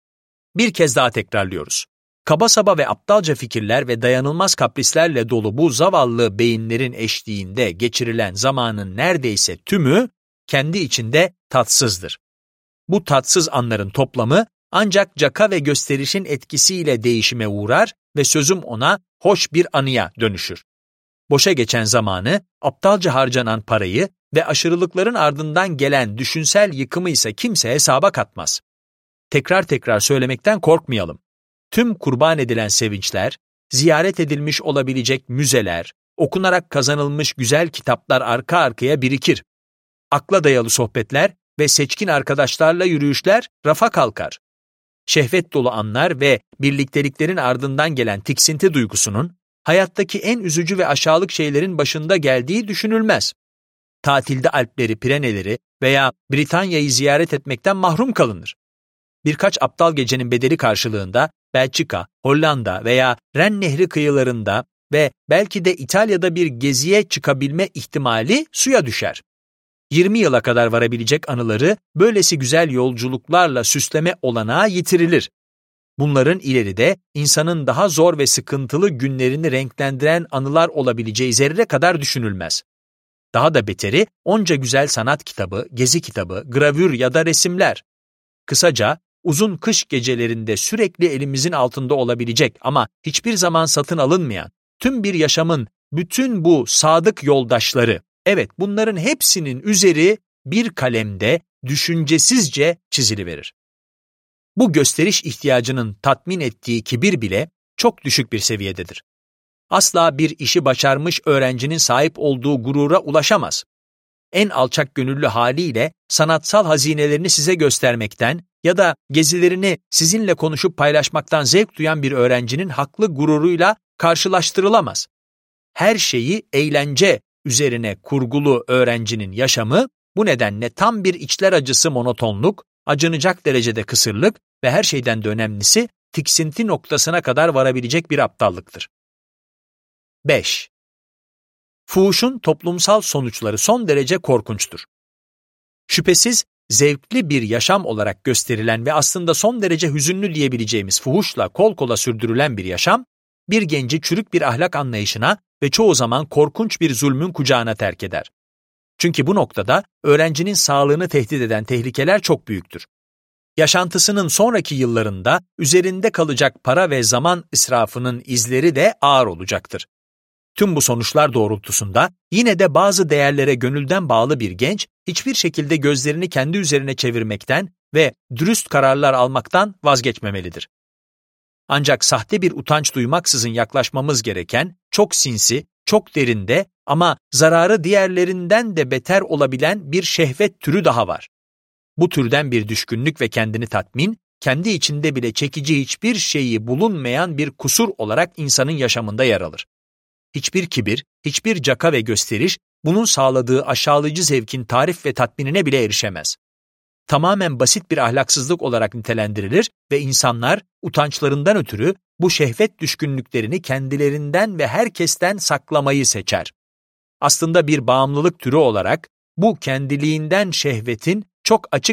Bir kez daha tekrarlıyoruz. Kaba saba ve aptalca fikirler ve dayanılmaz kaprislerle dolu bu zavallı beyinlerin eşliğinde geçirilen zamanın neredeyse tümü kendi içinde tatsızdır. Bu tatsız anların toplamı ancak caka ve gösterişin etkisiyle değişime uğrar ve sözüm ona hoş bir anıya dönüşür. Boşa geçen zamanı, aptalca harcanan parayı ve aşırılıkların ardından gelen düşünsel yıkımı ise kimse hesaba katmaz. Tekrar tekrar söylemekten korkmayalım. Tüm kurban edilen sevinçler, ziyaret edilmiş olabilecek müzeler, okunarak kazanılmış güzel kitaplar arka arkaya birikir. Akla dayalı sohbetler ve seçkin arkadaşlarla yürüyüşler rafa kalkar. Şehvet dolu anlar ve birlikteliklerin ardından gelen tiksinti duygusunun, hayattaki en üzücü ve aşağılık şeylerin başında geldiği düşünülmez. Tatilde Alpleri, Pireneleri veya Britanya'yı ziyaret etmekten mahrum kalınır. Birkaç aptal gecenin bedeli karşılığında Belçika, Hollanda veya Ren Nehri kıyılarında ve belki de İtalya'da bir geziye çıkabilme ihtimali suya düşer. 20 yıla kadar varabilecek anıları böylesi güzel yolculuklarla süsleme olanağı yitirilir. Bunların ileride insanın daha zor ve sıkıntılı günlerini renklendiren anılar olabileceği zerre kadar düşünülmez. Daha da beteri onca güzel sanat kitabı, gezi kitabı, gravür ya da resimler. Kısaca uzun kış gecelerinde sürekli elimizin altında olabilecek ama hiçbir zaman satın alınmayan tüm bir yaşamın bütün bu sadık yoldaşları, evet bunların hepsinin üzeri bir kalemde düşüncesizce çiziliverir. Bu gösteriş ihtiyacının tatmin ettiği kibir bile çok düşük bir seviyededir. Asla bir işi başarmış öğrencinin sahip olduğu gurura ulaşamaz. En alçak gönüllü haliyle sanatsal hazinelerini size göstermekten ya da gezilerini sizinle konuşup paylaşmaktan zevk duyan bir öğrencinin haklı gururuyla karşılaştırılamaz. Her şeyi eğlence üzerine kurgulu öğrencinin yaşamı bu nedenle tam bir içler acısı monotonluk, acınacak derecede kısırlık ve her şeyden de önemlisi tiksinti noktasına kadar varabilecek bir aptallıktır. 5. Fuhuşun toplumsal sonuçları son derece korkunçtur. Şüphesiz zevkli bir yaşam olarak gösterilen ve aslında son derece hüzünlü diyebileceğimiz fuhuşla kol kola sürdürülen bir yaşam, bir genci çürük bir ahlak anlayışına ve çoğu zaman korkunç bir zulmün kucağına terk eder. Çünkü bu noktada öğrencinin sağlığını tehdit eden tehlikeler çok büyüktür. Yaşantısının sonraki yıllarında üzerinde kalacak para ve zaman israfının izleri de ağır olacaktır. Tüm bu sonuçlar doğrultusunda yine de bazı değerlere gönülden bağlı bir genç hiçbir şekilde gözlerini kendi üzerine çevirmekten ve dürüst kararlar almaktan vazgeçmemelidir. Ancak sahte bir utanç duymaksızın yaklaşmamız gereken, çok sinsi, çok derinde ama zararı diğerlerinden de beter olabilen bir şehvet türü daha var. Bu türden bir düşkünlük ve kendini tatmin, kendi içinde bile çekici hiçbir şeyi bulunmayan bir kusur olarak insanın yaşamında yer alır. Hiçbir kibir, hiçbir caka ve gösteriş bunun sağladığı aşağılayıcı zevkin tarif ve tatminine bile erişemez. Tamamen basit bir ahlaksızlık olarak nitelendirilir ve insanlar utançlarından ötürü bu şehvet düşkünlüklerini kendilerinden ve herkesten saklamayı seçer. Aslında bir bağımlılık türü olarak bu kendiliğinden şehvetin çok açık bir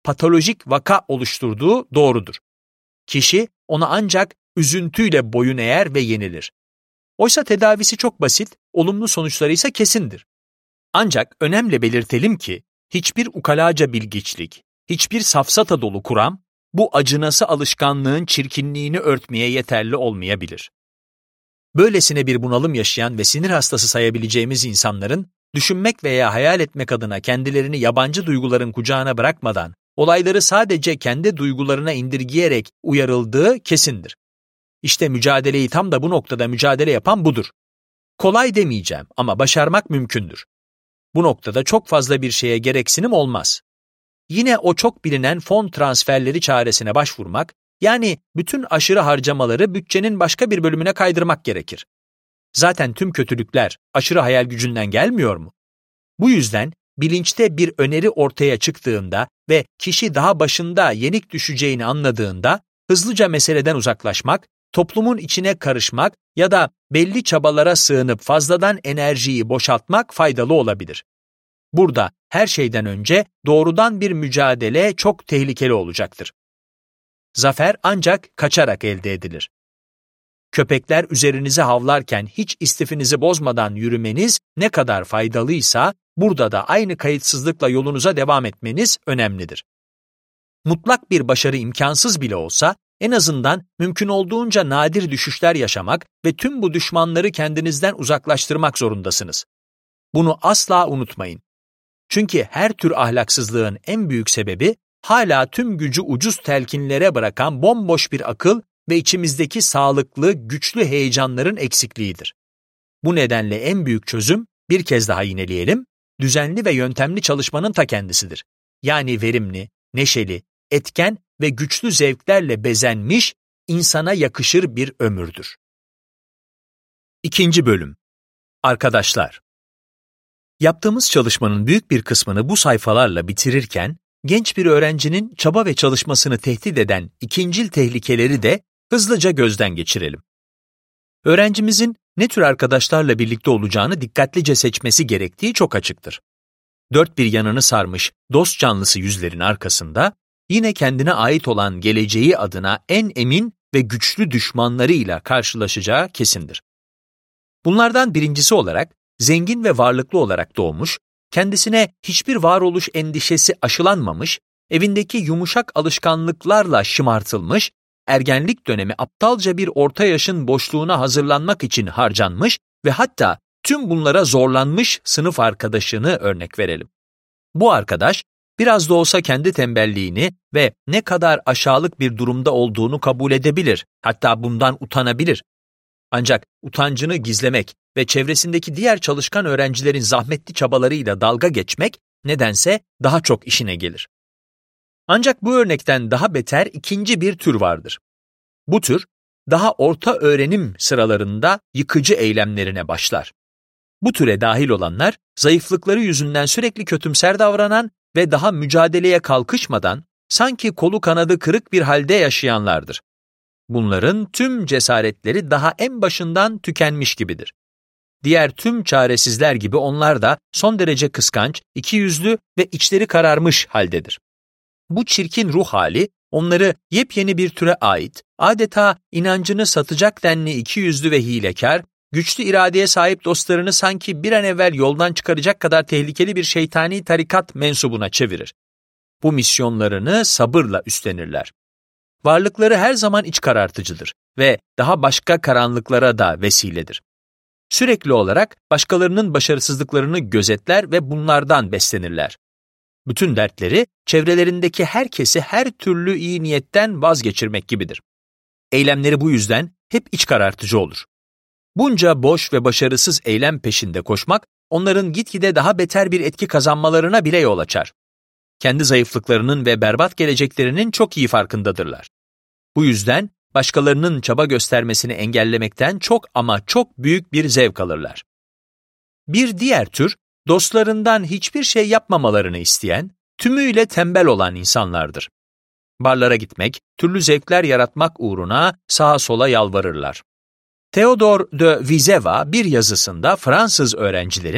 patolojik vaka oluşturduğu doğrudur. Kişi ona ancak üzüntüyle boyun eğer ve yenilir. Oysa tedavisi çok basit, olumlu sonuçları ise kesindir. Ancak önemli belirtelim ki hiçbir ukalaca bilgiçlik, hiçbir safsata dolu kuram bu acınası alışkanlığın çirkinliğini örtmeye yeterli olmayabilir. Böylesine bir bunalım yaşayan ve sinir hastası sayabileceğimiz insanların düşünmek veya hayal etmek adına kendilerini yabancı duyguların kucağına bırakmadan olayları sadece kendi duygularına indirgeyerek uyarıldığı kesindir. İşte mücadeleyi tam da bu noktada mücadele yapan budur. Kolay demeyeceğim ama başarmak mümkündür. Bu noktada çok fazla bir şeye gereksinim olmaz. Yine o çok bilinen fon transferleri çaresine başvurmak, yani bütün aşırı harcamaları bütçenin başka bir bölümüne kaydırmak gerekir. Zaten tüm kötülükler aşırı hayal gücünden gelmiyor mu? Bu yüzden bilinçte bir öneri ortaya çıktığında ve kişi daha başında yenik düşeceğini anladığında hızlıca meseleden uzaklaşmak, toplumun içine karışmak ya da belli çabalara sığınıp fazladan enerjiyi boşaltmak faydalı olabilir. Burada her şeyden önce doğrudan bir mücadele çok tehlikeli olacaktır. Zafer ancak kaçarak elde edilir. Köpekler üzerinize havlarken hiç istifinizi bozmadan yürümeniz ne kadar faydalıysa, burada da aynı kayıtsızlıkla yolunuza devam etmeniz önemlidir. Mutlak bir başarı imkansız bile olsa, en azından mümkün olduğunca nadir düşüşler yaşamak ve tüm bu düşmanları kendinizden uzaklaştırmak zorundasınız. Bunu asla unutmayın. Çünkü her tür ahlaksızlığın en büyük sebebi, hala tüm gücü ucuz telkinlere bırakan bomboş bir akıl ve içimizdeki sağlıklı, güçlü heyecanların eksikliğidir. Bu nedenle en büyük çözüm, bir kez daha yineleyelim, düzenli ve yöntemli çalışmanın ta kendisidir. Yani verimli, neşeli, etken ve güçlü zevklerle bezenmiş, insana yakışır bir ömürdür. 2. Bölüm. Arkadaşlar. Yaptığımız çalışmanın büyük bir kısmını bu sayfalarla bitirirken, genç bir öğrencinin çaba ve çalışmasını tehdit eden ikincil tehlikeleri de hızlıca gözden geçirelim. Öğrencimizin ne tür arkadaşlarla birlikte olacağını dikkatlice seçmesi gerektiği çok açıktır. Dört bir yanını sarmış dost canlısı yüzlerin arkasında, yine kendine ait olan geleceği adına en emin ve güçlü düşmanlarıyla karşılaşacağı kesindir. Bunlardan birincisi olarak, zengin ve varlıklı olarak doğmuş, kendisine hiçbir varoluş endişesi aşılanmamış, evindeki yumuşak alışkanlıklarla şımartılmış, ergenlik dönemi aptalca bir orta yaşın boşluğuna hazırlanmak için harcanmış ve hatta tüm bunlara zorlanmış sınıf arkadaşını örnek verelim. Bu arkadaş, biraz da olsa kendi tembelliğini ve ne kadar aşağılık bir durumda olduğunu kabul edebilir, hatta bundan utanabilir. Ancak utancını gizlemek ve çevresindeki diğer çalışkan öğrencilerin zahmetli çabalarıyla dalga geçmek nedense daha çok işine gelir. Ancak bu örnekten daha beter ikinci bir tür vardır. Bu tür, daha orta öğrenim sıralarında yıkıcı eylemlerine başlar. Bu türe dahil olanlar, zayıflıkları yüzünden sürekli kötümser davranan ve daha mücadeleye kalkışmadan, sanki kolu kanadı kırık bir halde yaşayanlardır. Bunların tüm cesaretleri daha en başından tükenmiş gibidir. Diğer tüm çaresizler gibi onlar da son derece kıskanç, ikiyüzlü ve içleri kararmış haldedir. Bu çirkin ruh hali, onları yepyeni bir türe ait, adeta inancını satacak denli ikiyüzlü ve hilekar, güçlü iradeye sahip dostlarını sanki bir an evvel yoldan çıkaracak kadar tehlikeli bir şeytani tarikat mensubuna çevirir. Bu misyonlarını sabırla üstlenirler. Varlıkları her zaman iç karartıcıdır ve daha başka karanlıklara da vesiledir. Sürekli olarak başkalarının başarısızlıklarını gözetler ve bunlardan beslenirler. Bütün dertleri çevrelerindeki herkesi her türlü iyi niyetten vazgeçirmek gibidir. Eylemleri bu yüzden hep iç karartıcı olur. Bunca boş ve başarısız eylem peşinde koşmak, onların gitgide daha beter bir etki kazanmalarına bile yol açar. Kendi zayıflıklarının ve berbat geleceklerinin çok iyi farkındadırlar. Bu yüzden başkalarının çaba göstermesini engellemekten çok ama çok büyük bir zevk alırlar. Bir diğer tür, dostlarından hiçbir şey yapmamalarını isteyen, tümüyle tembel olan insanlardır. Barlara gitmek, türlü zevkler yaratmak uğruna sağa sola yalvarırlar. Theodore de Vizeva bir yazısında Fransız öğrencilerin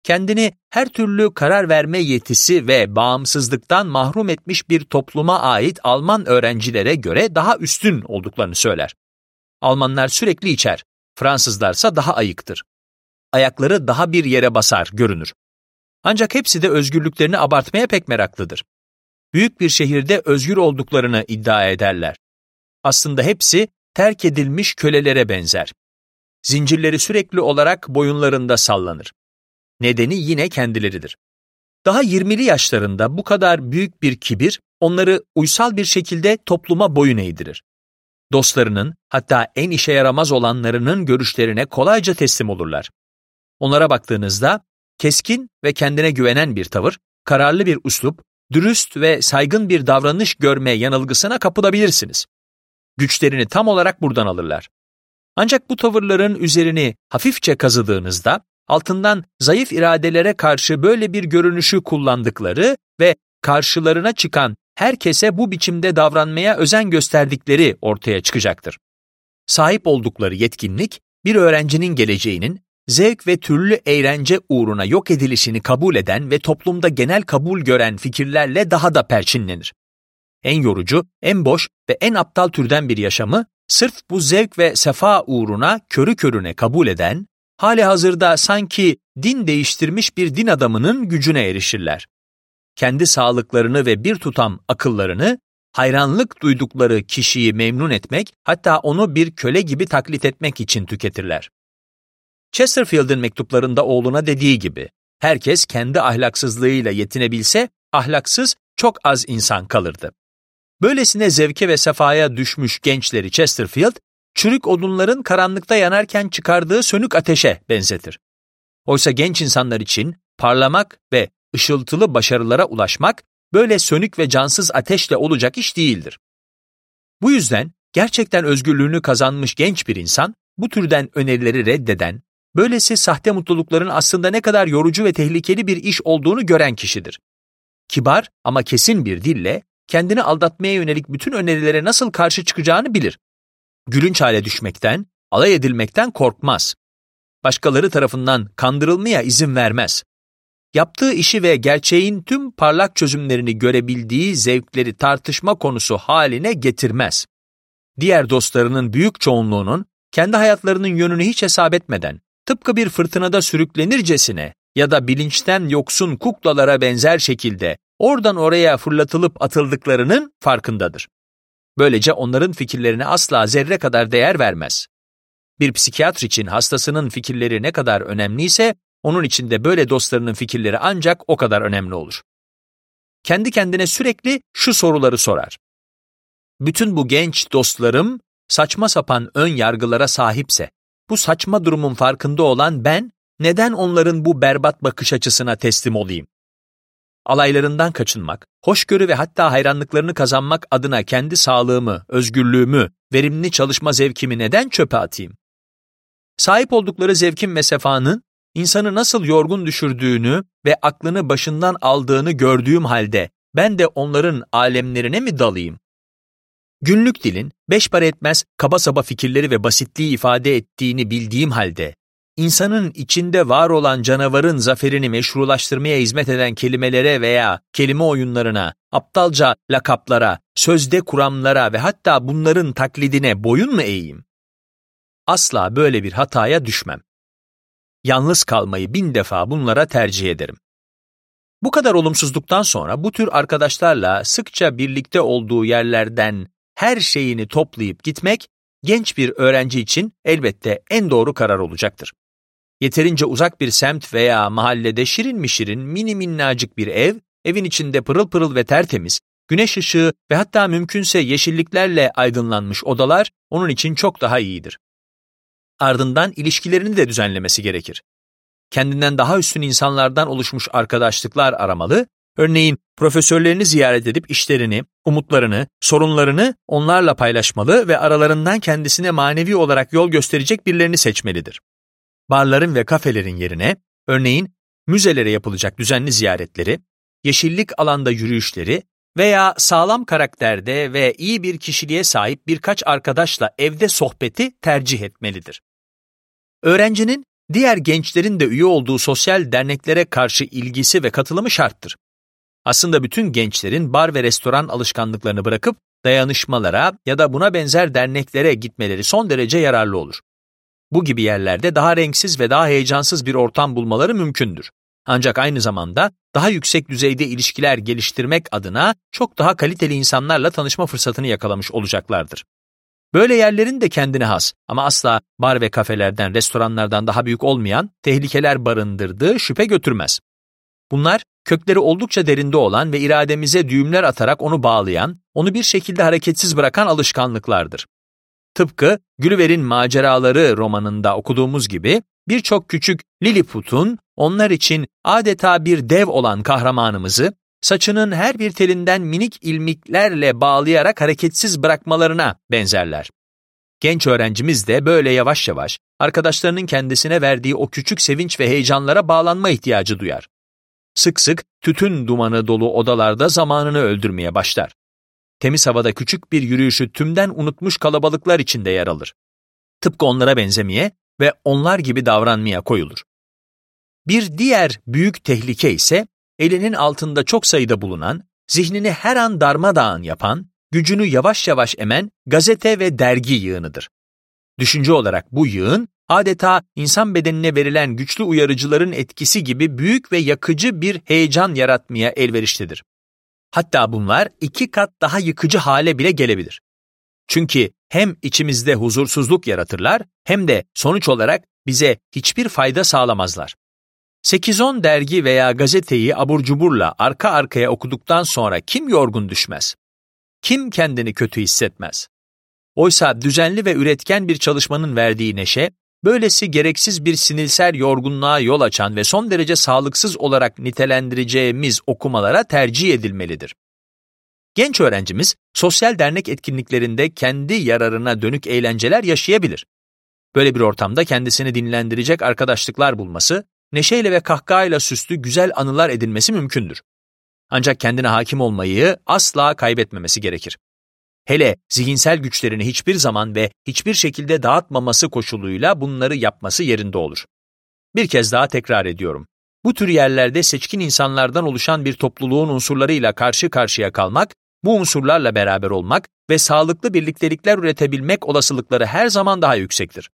kendini her türlü karar verme yetisi ve bağımsızlıktan mahrum etmiş bir topluma ait Alman öğrencilere göre daha üstün olduklarını söyler. Almanlar sürekli içer, Fransızlarsa daha ayıktır. Ayakları daha bir yere basar, görünür. Ancak hepsi de özgürlüklerini abartmaya pek meraklıdır. Büyük bir şehirde özgür olduklarını iddia ederler. Aslında hepsi terk edilmiş kölelere benzer. Zincirleri sürekli olarak boyunlarında sallanır. Nedeni yine kendileridir. Daha 20'li yaşlarında bu kadar büyük bir kibir onları uysal bir şekilde topluma boyun eğdirir. Dostlarının, hatta en işe yaramaz olanlarının görüşlerine kolayca teslim olurlar. Onlara baktığınızda keskin ve kendine güvenen bir tavır, kararlı bir üslup, dürüst ve saygın bir davranış görme yanılgısına kapılabilirsiniz. Güçlerini tam olarak buradan alırlar. Ancak bu tavırların üzerini hafifçe kazıdığınızda, altından zayıf iradelere karşı böyle bir görünüşü kullandıkları ve karşılarına çıkan herkese bu biçimde davranmaya özen gösterdikleri ortaya çıkacaktır. Sahip oldukları yetkinlik, bir öğrencinin geleceğinin, zevk ve türlü eğlence uğruna yok edilişini kabul eden ve toplumda genel kabul gören fikirlerle daha da perçinlenir. En yorucu, en boş ve en aptal türden bir yaşamı, sırf bu zevk ve sefa uğruna körü körüne kabul eden, halihazırda sanki din değiştirmiş bir din adamının gücüne erişirler. Kendi sağlıklarını ve bir tutam akıllarını, hayranlık duydukları kişiyi memnun etmek, hatta onu bir köle gibi taklit etmek için tüketirler. Chesterfield'in mektuplarında oğluna dediği gibi, herkes kendi ahlaksızlığıyla yetinebilse, ahlaksız çok az insan kalırdı. Böylesine zevke ve sefaya düşmüş gençleri Chesterfield, çürük odunların karanlıkta yanarken çıkardığı sönük ateşe benzetir. Oysa genç insanlar için parlamak ve ışıltılı başarılara ulaşmak, böyle sönük ve cansız ateşle olacak iş değildir. Bu yüzden gerçekten özgürlüğünü kazanmış genç bir insan, bu türden önerileri reddeden, böylesi sahte mutlulukların aslında ne kadar yorucu ve tehlikeli bir iş olduğunu gören kişidir. Kibar ama kesin bir dille, kendini aldatmaya yönelik bütün önerilere nasıl karşı çıkacağını bilir. Gülünç hale düşmekten, alay edilmekten korkmaz. Başkaları tarafından kandırılmaya izin vermez. Yaptığı işi ve gerçeğin tüm parlak çözümlerini görebildiği zevkleri tartışma konusu haline getirmez. Diğer dostlarının büyük çoğunluğunun kendi hayatlarının yönünü hiç hesap etmeden, tıpkı bir fırtınada sürüklenircesine ya da bilinçten yoksun kuklalara benzer şekilde oradan oraya fırlatılıp atıldıklarının farkındadır. Böylece onların fikirlerine asla zerre kadar değer vermez. Bir psikiyatr için hastasının fikirleri ne kadar önemliyse, onun için de böyle dostlarının fikirleri ancak o kadar önemli olur. Kendi kendine sürekli şu soruları sorar. Bütün bu genç dostlarım saçma sapan ön yargılara sahipse, bu saçma durumun farkında olan ben, neden onların bu berbat bakış açısına teslim olayım? Alaylarından kaçınmak, hoşgörü ve hatta hayranlıklarını kazanmak adına kendi sağlığımı, özgürlüğümü, verimli çalışma zevkimi neden çöpe atayım? Sahip oldukları zevkin ve sefanın, insanı nasıl yorgun düşürdüğünü ve aklını başından aldığını gördüğüm halde, ben de onların alemlerine mi dalayım? Günlük dilin, beş para etmez, kaba saba fikirleri ve basitliği ifade ettiğini bildiğim halde, İnsanın içinde var olan canavarın zaferini meşrulaştırmaya hizmet eden kelimelere veya kelime oyunlarına, aptalca lakaplara, sözde kuramlara ve hatta bunların taklidine boyun mu eğeyim? Asla böyle bir hataya düşmem. Yalnız kalmayı 1000 defa bunlara tercih ederim. Bu kadar olumsuzluktan sonra bu tür arkadaşlarla sıkça birlikte olduğu yerlerden her şeyini toplayıp gitmek, genç bir öğrenci için elbette en doğru karar olacaktır. Yeterince uzak bir semt veya mahallede şirin mi şirin mini minnacık bir ev, evin içinde pırıl pırıl ve tertemiz, güneş ışığı ve hatta mümkünse yeşilliklerle aydınlanmış odalar onun için çok daha iyidir. Ardından ilişkilerini de düzenlemesi gerekir. Kendinden daha üstün insanlardan oluşmuş arkadaşlıklar aramalı, örneğin profesörlerini ziyaret edip işlerini, umutlarını, sorunlarını onlarla paylaşmalı ve aralarından kendisine manevi olarak yol gösterecek birilerini seçmelidir. Barların ve kafelerin yerine, örneğin müzelere yapılacak düzenli ziyaretleri, yeşillik alanda yürüyüşleri veya sağlam karakterde ve iyi bir kişiliğe sahip birkaç arkadaşla evde sohbeti tercih etmelidir. Öğrencinin diğer gençlerin de üye olduğu sosyal derneklere karşı ilgisi ve katılımı şarttır. Aslında bütün gençlerin bar ve restoran alışkanlıklarını bırakıp dayanışmalara ya da buna benzer derneklere gitmeleri son derece yararlı olur. Bu gibi yerlerde daha renksiz ve daha heyecansız bir ortam bulmaları mümkündür. Ancak aynı zamanda daha yüksek düzeyde ilişkiler geliştirmek adına çok daha kaliteli insanlarla tanışma fırsatını yakalamış olacaklardır. Böyle yerlerin de kendine has ama asla bar ve kafelerden, restoranlardan daha büyük olmayan tehlikeler barındırdığı şüphe götürmez. Bunlar kökleri oldukça derinde olan ve irademize düğümler atarak onu bağlayan, onu bir şekilde hareketsiz bırakan alışkanlıklardır. Tıpkı Gulliver'in Maceraları romanında okuduğumuz gibi birçok küçük Lilliput'un onlar için adeta bir dev olan kahramanımızı saçının her bir telinden minik ilmiklerle bağlayarak hareketsiz bırakmalarına benzerler. Genç öğrencimiz de böyle yavaş yavaş arkadaşlarının kendisine verdiği o küçük sevinç ve heyecanlara bağlanma ihtiyacı duyar. Sık sık tütün dumanı dolu odalarda zamanını öldürmeye başlar. Temiz havada küçük bir yürüyüşü tümden unutmuş kalabalıklar içinde yer alır. Tıpkı onlara benzemeye ve onlar gibi davranmaya koyulur. Bir diğer büyük tehlike ise elinin altında çok sayıda bulunan, zihnini her an darmadağın yapan, gücünü yavaş yavaş emen gazete ve dergi yığınıdır. Düşünce olarak bu yığın, adeta insan bedenine verilen güçlü uyarıcıların etkisi gibi büyük ve yakıcı bir heyecan yaratmaya elverişlidir. Hatta bunlar 2 kat daha yıkıcı hale bile gelebilir. Çünkü hem içimizde huzursuzluk yaratırlar hem de sonuç olarak bize hiçbir fayda sağlamazlar. 8-10 dergi veya gazeteyi abur cuburla arka arkaya okuduktan sonra kim yorgun düşmez? Kim kendini kötü hissetmez? Oysa düzenli ve üretken bir çalışmanın verdiği neşe, böylesi gereksiz bir sinirsel yorgunluğa yol açan ve son derece sağlıksız olarak nitelendireceğimiz okumalara tercih edilmelidir. Genç öğrencimiz, sosyal dernek etkinliklerinde kendi yararına dönük eğlenceler yaşayabilir. Böyle bir ortamda kendisini dinlendirecek arkadaşlıklar bulması, neşeyle ve kahkahayla süslü güzel anılar edinmesi mümkündür. Ancak kendine hakim olmayı asla kaybetmemesi gerekir. Hele zihinsel güçlerini hiçbir zaman ve hiçbir şekilde dağıtmaması koşuluyla bunları yapması yerinde olur. Bir kez daha tekrar ediyorum. Bu tür yerlerde seçkin insanlardan oluşan bir topluluğun unsurlarıyla karşı karşıya kalmak, bu unsurlarla beraber olmak ve sağlıklı birliktelikler üretebilmek olasılıkları her zaman daha yüksektir.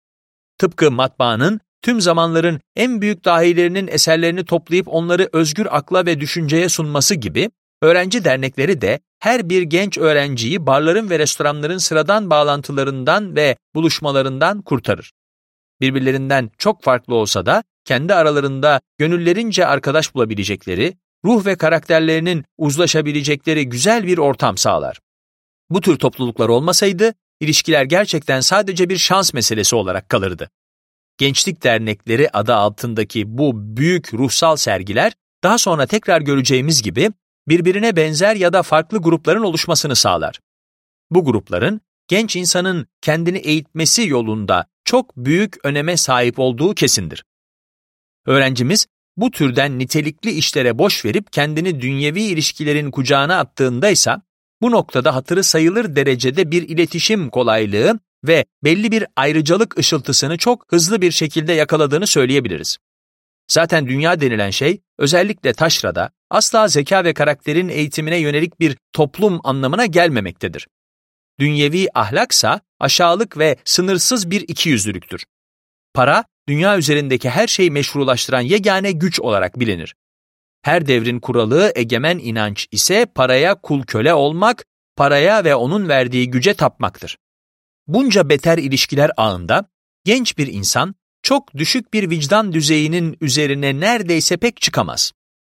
Tıpkı matbaanın tüm zamanların en büyük dahilerinin eserlerini toplayıp onları özgür akla ve düşünceye sunması gibi, öğrenci dernekleri de her bir genç öğrenciyi barların ve restoranların sıradan bağlantılarından ve buluşmalarından kurtarır. Birbirlerinden çok farklı olsa da kendi aralarında gönüllerince arkadaş bulabilecekleri, ruh ve karakterlerinin uzlaşabilecekleri güzel bir ortam sağlar. Bu tür topluluklar olmasaydı, ilişkiler gerçekten sadece bir şans meselesi olarak kalırdı. Gençlik dernekleri adı altındaki bu büyük ruhsal sergiler, daha sonra tekrar göreceğimiz gibi, birbirine benzer ya da farklı grupların oluşmasını sağlar. Bu grupların, genç insanın kendini eğitmesi yolunda çok büyük öneme sahip olduğu kesindir. Öğrencimiz, bu türden nitelikli işlere boş verip kendini dünyevi ilişkilerin kucağına attığındaysa, bu noktada hatırı sayılır derecede bir iletişim kolaylığı ve belli bir ayrıcalık ışıltısını çok hızlı bir şekilde yakaladığını söyleyebiliriz. Zaten dünya denilen şey, özellikle taşrada, asla zeka ve karakterin eğitimine yönelik bir toplum anlamına gelmemektedir. Dünyevi ahlaksa aşağılık ve sınırsız bir ikiyüzlülüktür. Para, dünya üzerindeki her şeyi meşrulaştıran yegane güç olarak bilinir. Her devrin kuralı egemen inanç ise paraya kul köle olmak, paraya ve onun verdiği güce tapmaktır. Bunca beter ilişkiler ağında, genç bir insan, çok düşük bir vicdan düzeyinin üzerine neredeyse pek çıkamaz.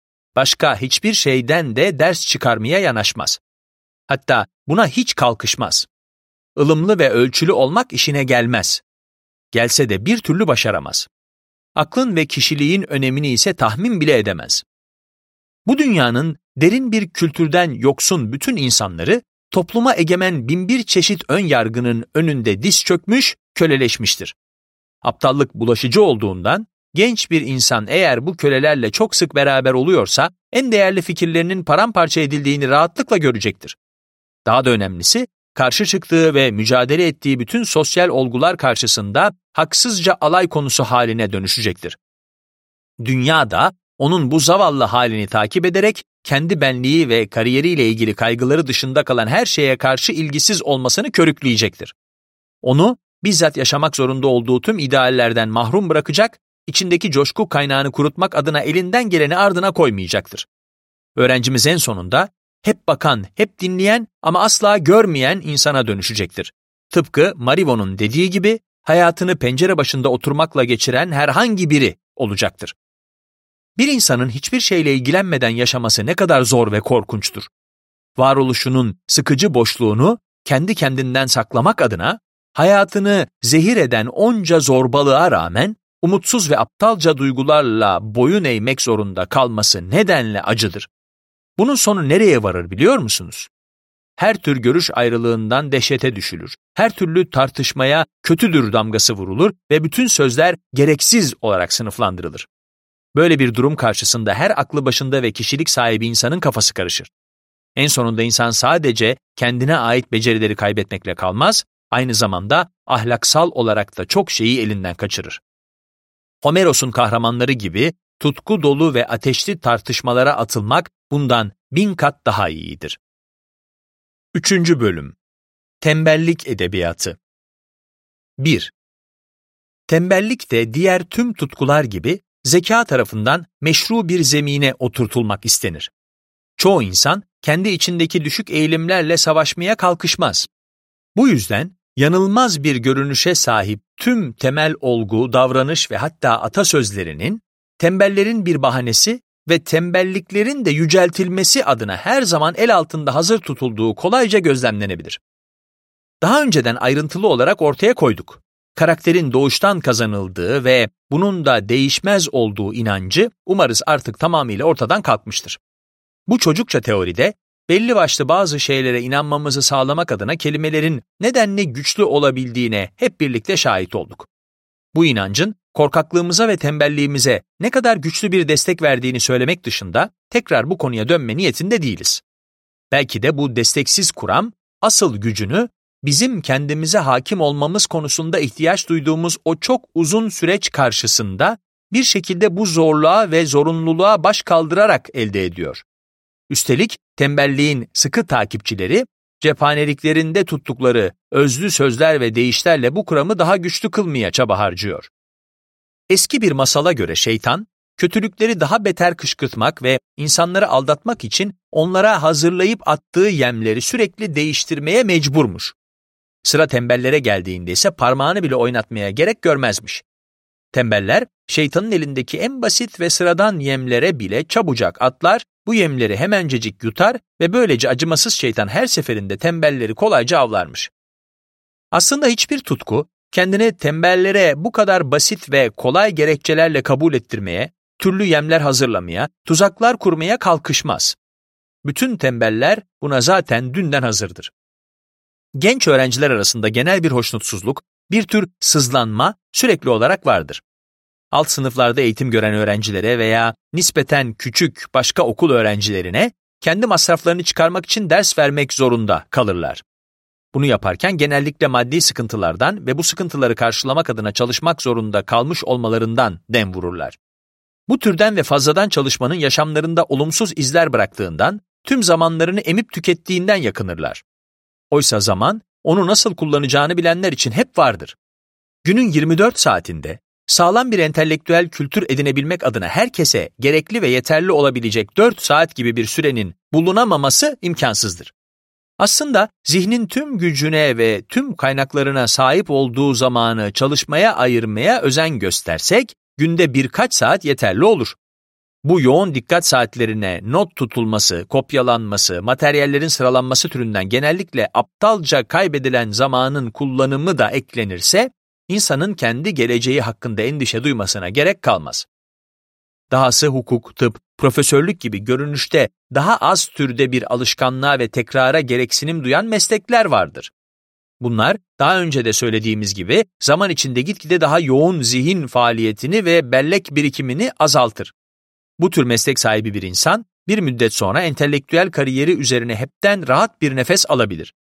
Başka hiçbir şeyden de ders çıkarmaya yanaşmaz. Hatta buna hiç kalkışmaz. Ilımlı ve ölçülü olmak işine gelmez. Gelse de bir türlü başaramaz. Aklın ve kişiliğin önemini ise tahmin bile edemez. Bu dünyanın derin bir kültürden yoksun bütün insanları, topluma egemen binbir çeşit ön yargının önünde diz çökmüş, köleleşmiştir. Aptallık bulaşıcı olduğundan, genç bir insan eğer bu kölelerle çok sık beraber oluyorsa, en değerli fikirlerinin paramparça edildiğini rahatlıkla görecektir. Daha da önemlisi, karşı çıktığı ve mücadele ettiği bütün sosyal olgular karşısında haksızca alay konusu haline dönüşecektir. Dünya da onun bu zavallı halini takip ederek kendi benliği ve kariyeriyle ilgili kaygıları dışında kalan her şeye karşı ilgisiz olmasını körükleyecektir. Onu bizzat yaşamak zorunda olduğu tüm ideallerden mahrum bırakacak, içindeki coşku kaynağını kurutmak adına elinden geleni ardına koymayacaktır. Öğrencimiz en sonunda hep bakan, hep dinleyen ama asla görmeyen insana dönüşecektir. Tıpkı Marivaux'un dediği gibi hayatını pencere başında oturmakla geçiren herhangi biri olacaktır. Bir insanın hiçbir şeyle ilgilenmeden yaşaması ne kadar zor ve korkunçtur. Varoluşunun sıkıcı boşluğunu kendi kendinden saklamak adına hayatını zehir eden onca zorbalığa rağmen umutsuz ve aptalca duygularla boyun eğmek zorunda kalması nedenle acıdır. Bunun sonu nereye varır biliyor musunuz? Her tür görüş ayrılığından dehşete düşülür. Her türlü tartışmaya kötüdür damgası vurulur ve bütün sözler gereksiz olarak sınıflandırılır. Böyle bir durum karşısında her aklı başında ve kişilik sahibi insanın kafası karışır. En sonunda insan sadece kendine ait becerileri kaybetmekle kalmaz, aynı zamanda ahlaksal olarak da çok şeyi elinden kaçırır. Homeros'un kahramanları gibi tutku dolu ve ateşli tartışmalara atılmak bundan 1000 kat daha iyidir. 3. Bölüm Tembellik Edebiyatı 1. Tembellik de diğer tüm tutkular gibi zeka tarafından meşru bir zemine oturtulmak istenir. Çoğu insan kendi içindeki düşük eğilimlerle savaşmaya kalkışmaz. Bu yüzden yanılmaz bir görünüşe sahip tüm temel olgu, davranış ve hatta atasözlerinin tembellerin bir bahanesi ve tembelliklerin de yüceltilmesi adına her zaman el altında hazır tutulduğu kolayca gözlemlenebilir. Daha önceden ayrıntılı olarak ortaya koyduk. Karakterin doğuştan kazanıldığı ve bunun da değişmez olduğu inancı umarız artık tamamıyla ortadan kalkmıştır. Bu çocukça teoride belli başlı bazı şeylere inanmamızı sağlamak adına kelimelerin nedenli güçlü olabildiğine hep birlikte şahit olduk. Bu inancın korkaklığımıza ve tembelliğimize ne kadar güçlü bir destek verdiğini söylemek dışında tekrar bu konuya dönme niyetinde değiliz. Belki de bu desteksiz kuram asıl gücünü bizim kendimize hakim olmamız konusunda ihtiyaç duyduğumuz o çok uzun süreç karşısında bir şekilde bu zorluğa ve zorunluluğa baş kaldırarak elde ediyor. Üstelik tembelliğin sıkı takipçileri, cephaneliklerinde tuttukları özlü sözler ve deyişlerle bu kuramı daha güçlü kılmaya çaba harcıyor. Eski bir masala göre şeytan, kötülükleri daha beter kışkırtmak ve insanları aldatmak için onlara hazırlayıp attığı yemleri sürekli değiştirmeye mecburmuş. Sıra tembellere geldiğinde ise parmağını bile oynatmaya gerek görmezmiş. Tembeller, şeytanın elindeki en basit ve sıradan yemlere bile çabucak atlar, bu yemleri hemencecik yutar ve böylece acımasız şeytan her seferinde tembelleri kolayca avlarmış. Aslında hiçbir tutku, kendini tembellere bu kadar basit ve kolay gerekçelerle kabul ettirmeye, türlü yemler hazırlamaya, tuzaklar kurmaya kalkışmaz. Bütün tembeller buna zaten dünden hazırdır. Genç öğrenciler arasında genel bir hoşnutsuzluk, bir tür sızlanma sürekli olarak vardır. Alt sınıflarda eğitim gören öğrencilere veya nispeten küçük başka okul öğrencilerine kendi masraflarını çıkarmak için ders vermek zorunda kalırlar. Bunu yaparken genellikle maddi sıkıntılardan ve bu sıkıntıları karşılamak adına çalışmak zorunda kalmış olmalarından dem vururlar. Bu türden ve fazladan çalışmanın yaşamlarında olumsuz izler bıraktığından, tüm zamanlarını emip tükettiğinden yakınırlar. Oysa zaman, onu nasıl kullanacağını bilenler için hep vardır. Günün 24 saatinde, sağlam bir entelektüel kültür edinebilmek adına herkese gerekli ve yeterli olabilecek 4 saat gibi bir sürenin bulunamaması imkansızdır. Aslında zihnin tüm gücüne ve tüm kaynaklarına sahip olduğu zamanı çalışmaya ayırmaya özen göstersek, günde birkaç saat yeterli olur. Bu yoğun dikkat saatlerine not tutulması, kopyalanması, materyallerin sıralanması türünden genellikle aptalca kaybedilen zamanın kullanımı da eklenirse, insanın kendi geleceği hakkında endişe duymasına gerek kalmaz. Dahası hukuk, tıp, profesörlük gibi görünüşte daha az türde bir alışkanlığa ve tekrara gereksinim duyan meslekler vardır. Bunlar, daha önce de söylediğimiz gibi, zaman içinde gitgide daha yoğun zihin faaliyetini ve bellek birikimini azaltır. Bu tür meslek sahibi bir insan, bir müddet sonra entelektüel kariyeri üzerine hepten rahat bir nefes alabilir.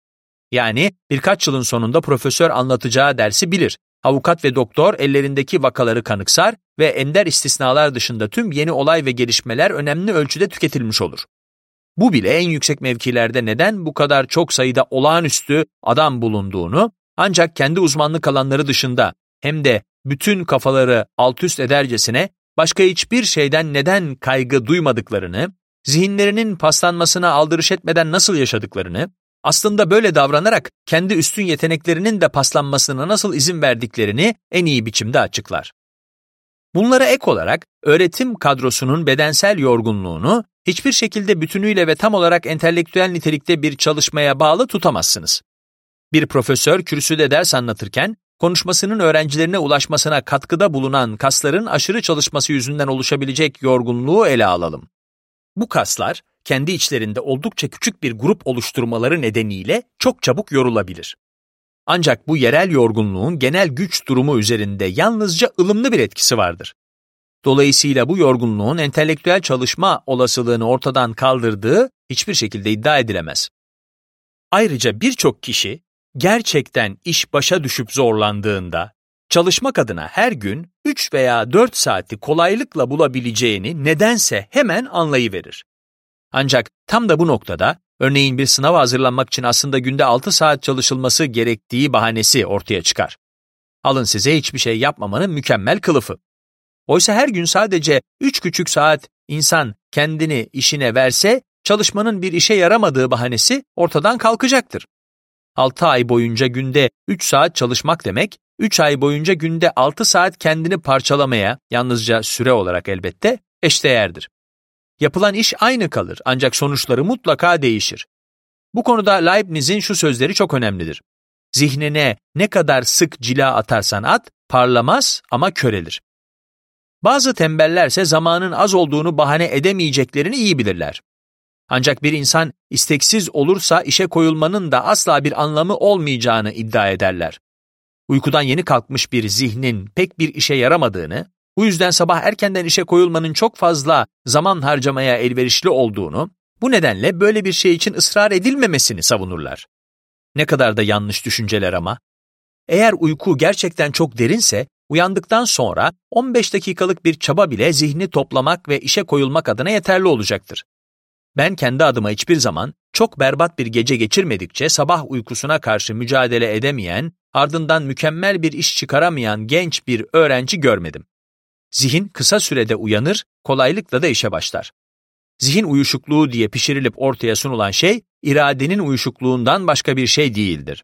Yani birkaç yılın sonunda profesör anlatacağı dersi bilir. Avukat ve doktor ellerindeki vakaları kanıksar ve ender istisnalar dışında tüm yeni olay ve gelişmeler önemli ölçüde tüketilmiş olur. Bu bile en yüksek mevkilerde neden bu kadar çok sayıda olağanüstü adam bulunduğunu, ancak kendi uzmanlık alanları dışında hem de bütün kafaları alt üst edercesine başka hiçbir şeyden neden kaygı duymadıklarını, zihinlerinin paslanmasına aldırış etmeden nasıl yaşadıklarını, aslında böyle davranarak kendi üstün yeteneklerinin de paslanmasına nasıl izin verdiklerini en iyi biçimde açıklar. Bunlara ek olarak öğretim kadrosunun bedensel yorgunluğunu hiçbir şekilde bütünüyle ve tam olarak entelektüel nitelikte bir çalışmaya bağlı tutamazsınız. Bir profesör kürsüde ders anlatırken, konuşmasının öğrencilerine ulaşmasına katkıda bulunan kasların aşırı çalışması yüzünden oluşabilecek yorgunluğu ele alalım. Bu kaslar, kendi içlerinde oldukça küçük bir grup oluşturmaları nedeniyle çok çabuk yorulabilir. Ancak bu yerel yorgunluğun genel güç durumu üzerinde yalnızca ılımlı bir etkisi vardır. Dolayısıyla bu yorgunluğun entelektüel çalışma olasılığını ortadan kaldırdığı hiçbir şekilde iddia edilemez. Ayrıca birçok kişi gerçekten iş başa düşüp zorlandığında, çalışmak adına her gün 3 veya 4 saati kolaylıkla bulabileceğini nedense hemen anlayıverir. Ancak tam da bu noktada, örneğin bir sınava hazırlanmak için aslında günde 6 saat çalışılması gerektiği bahanesi ortaya çıkar. Alın size hiçbir şey yapmamanın mükemmel kılıfı. Oysa her gün sadece 3 küçük saat insan kendini işine verse, çalışmanın bir işe yaramadığı bahanesi ortadan kalkacaktır. 6 ay boyunca günde 3 saat çalışmak demek, 3 ay boyunca günde 6 saat kendini parçalamaya, yalnızca süre olarak elbette, eşdeğerdir. Yapılan iş aynı kalır ancak sonuçları mutlaka değişir. Bu konuda Leibniz'in şu sözleri çok önemlidir. Zihnine ne kadar sık cila atarsan at, parlamaz ama körelir. Bazı tembellerse zamanın az olduğunu bahane edemeyeceklerini iyi bilirler. Ancak bir insan isteksiz olursa işe koyulmanın da asla bir anlamı olmayacağını iddia ederler. Uykudan yeni kalkmış bir zihnin pek bir işe yaramadığını, bu yüzden sabah erkenden işe koyulmanın çok fazla zaman harcamaya elverişli olduğunu, bu nedenle böyle bir şey için ısrar edilmemesini savunurlar. Ne kadar da yanlış düşünceler ama. Eğer uyku gerçekten çok derinse, uyandıktan sonra 15 dakikalık bir çaba bile zihni toplamak ve işe koyulmak adına yeterli olacaktır. Ben kendi adıma hiçbir zaman çok berbat bir gece geçirmedikçe sabah uykusuna karşı mücadele edemeyen, ardından mükemmel bir iş çıkaramayan genç bir öğrenci görmedim. Zihin kısa sürede uyanır, kolaylıkla da işe başlar. Zihin uyuşukluğu diye pişirilip ortaya sunulan şey, iradenin uyuşukluğundan başka bir şey değildir.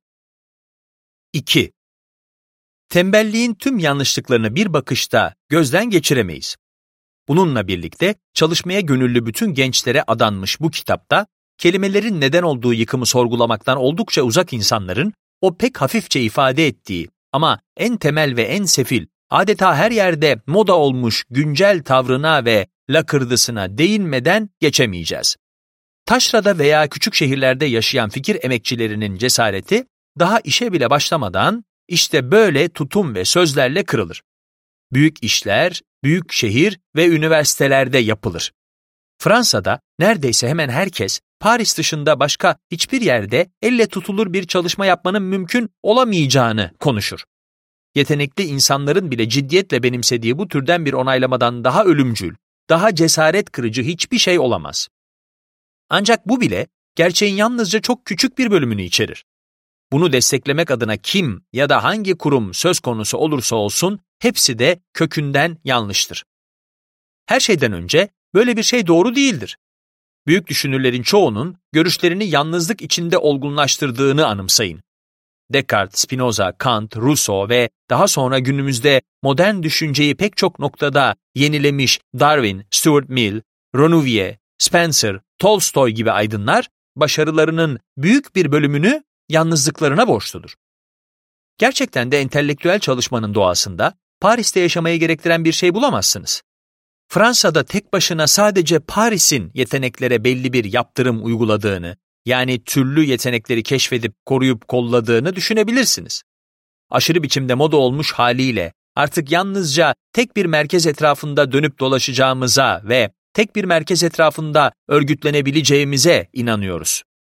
2. Tembelliğin tüm yanlışlıklarını bir bakışta gözden geçiremeyiz. Bununla birlikte çalışmaya gönüllü bütün gençlere adanmış bu kitapta, kelimelerin neden olduğu yıkımı sorgulamaktan oldukça uzak insanların, o pek hafifçe ifade ettiği ama en temel ve en sefil, adeta her yerde moda olmuş güncel tavrına ve lakırdısına değinmeden geçemeyeceğiz. Taşrada veya küçük şehirlerde yaşayan fikir emekçilerinin cesareti, daha işe bile başlamadan işte böyle tutum ve sözlerle kırılır. Büyük işler, büyük şehir ve üniversitelerde yapılır. Fransa'da neredeyse hemen herkes, Paris dışında başka hiçbir yerde elle tutulur bir çalışma yapmanın mümkün olamayacağını konuşur. Yetenekli insanların bile ciddiyetle benimsediği bu türden bir onaylamadan daha ölümcül, daha cesaret kırıcı hiçbir şey olamaz. Ancak bu bile gerçeğin yalnızca çok küçük bir bölümünü içerir. Bunu desteklemek adına kim ya da hangi kurum söz konusu olursa olsun, hepsi de kökünden yanlıştır. Her şeyden önce böyle bir şey doğru değildir. Büyük düşünürlerin çoğunun görüşlerini yalnızlık içinde olgunlaştırdığını anımsayın. Descartes, Spinoza, Kant, Rousseau ve daha sonra günümüzde modern düşünceyi pek çok noktada yenilemiş Darwin, Stuart Mill, Renouvier, Spencer, Tolstoy gibi aydınlar, başarılarının büyük bir bölümünü yalnızlıklarına borçludur. Gerçekten de entelektüel çalışmanın doğasında Paris'te yaşamayı gerektiren bir şey bulamazsınız. Fransa'da tek başına sadece Paris'in yeteneklere belli bir yaptırım uyguladığını, yani türlü yetenekleri keşfedip koruyup kolladığını düşünebilirsiniz. Aşırı biçimde moda olmuş haliyle artık yalnızca tek bir merkez etrafında dönüp dolaşacağımıza ve tek bir merkez etrafında örgütlenebileceğimize inanıyoruz.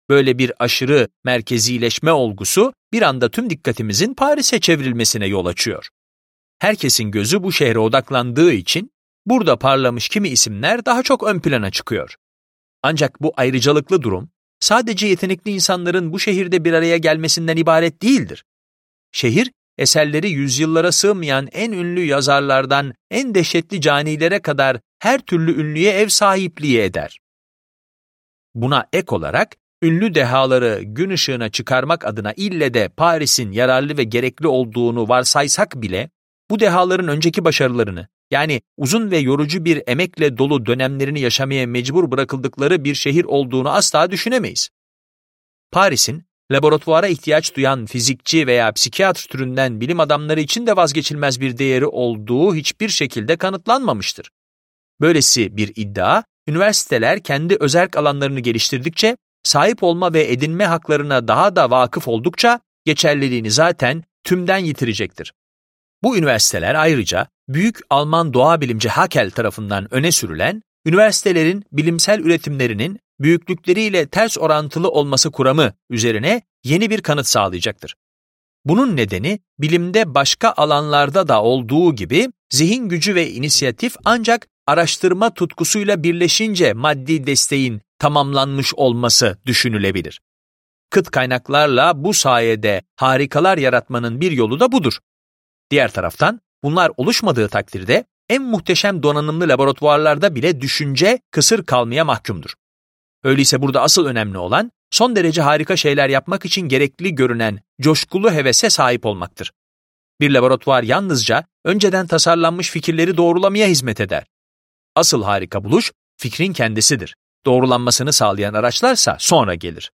Böyle bir aşırı merkezileşme olgusu bir anda tüm dikkatimizin Paris'e çevrilmesine yol açıyor. Herkesin gözü bu şehre odaklandığı için burada parlamış kimi isimler daha çok ön plana çıkıyor. Ancak bu ayrıcalıklı durum sadece yetenekli insanların bu şehirde bir araya gelmesinden ibaret değildir. Şehir, eserleri yüzyıllara sığmayan en ünlü yazarlardan en dehşetli canilere kadar her türlü ünlüye ev sahipliği eder. Buna ek olarak, ünlü dehaları gün ışığına çıkarmak adına ille de Paris'in yararlı ve gerekli olduğunu varsaysak bile, bu dehaların önceki başarılarını, yani uzun ve yorucu bir emekle dolu dönemlerini yaşamaya mecbur bırakıldıkları bir şehir olduğunu asla düşünemeyiz. Paris'in, laboratuvara ihtiyaç duyan fizikçi veya psikiyatr türünden bilim adamları için de vazgeçilmez bir değeri olduğu hiçbir şekilde kanıtlanmamıştır. Böylesi bir iddia, üniversiteler kendi özerk alanlarını geliştirdikçe, sahip olma ve edinme haklarına daha da vakıf oldukça geçerliliğini zaten tümden yitirecektir. Bu üniversiteler ayrıca büyük Alman doğa bilimci Haeckel tarafından öne sürülen, üniversitelerin bilimsel üretimlerinin büyüklükleriyle ters orantılı olması kuramı üzerine yeni bir kanıt sağlayacaktır. Bunun nedeni bilimde başka alanlarda da olduğu gibi zihin gücü ve inisiyatif ancak araştırma tutkusuyla birleşince maddi desteğin tamamlanmış olması düşünülebilir. Kıt kaynaklarla bu sayede harikalar yaratmanın bir yolu da budur. Diğer taraftan bunlar oluşmadığı takdirde en muhteşem donanımlı laboratuvarlarda bile düşünce kısır kalmaya mahkumdur. Öyleyse burada asıl önemli olan son derece harika şeyler yapmak için gerekli görünen coşkulu hevese sahip olmaktır. Bir laboratuvar yalnızca önceden tasarlanmış fikirleri doğrulamaya hizmet eder. Asıl harika buluş fikrin kendisidir. Doğrulanmasını sağlayan araçlarsa sonra gelir.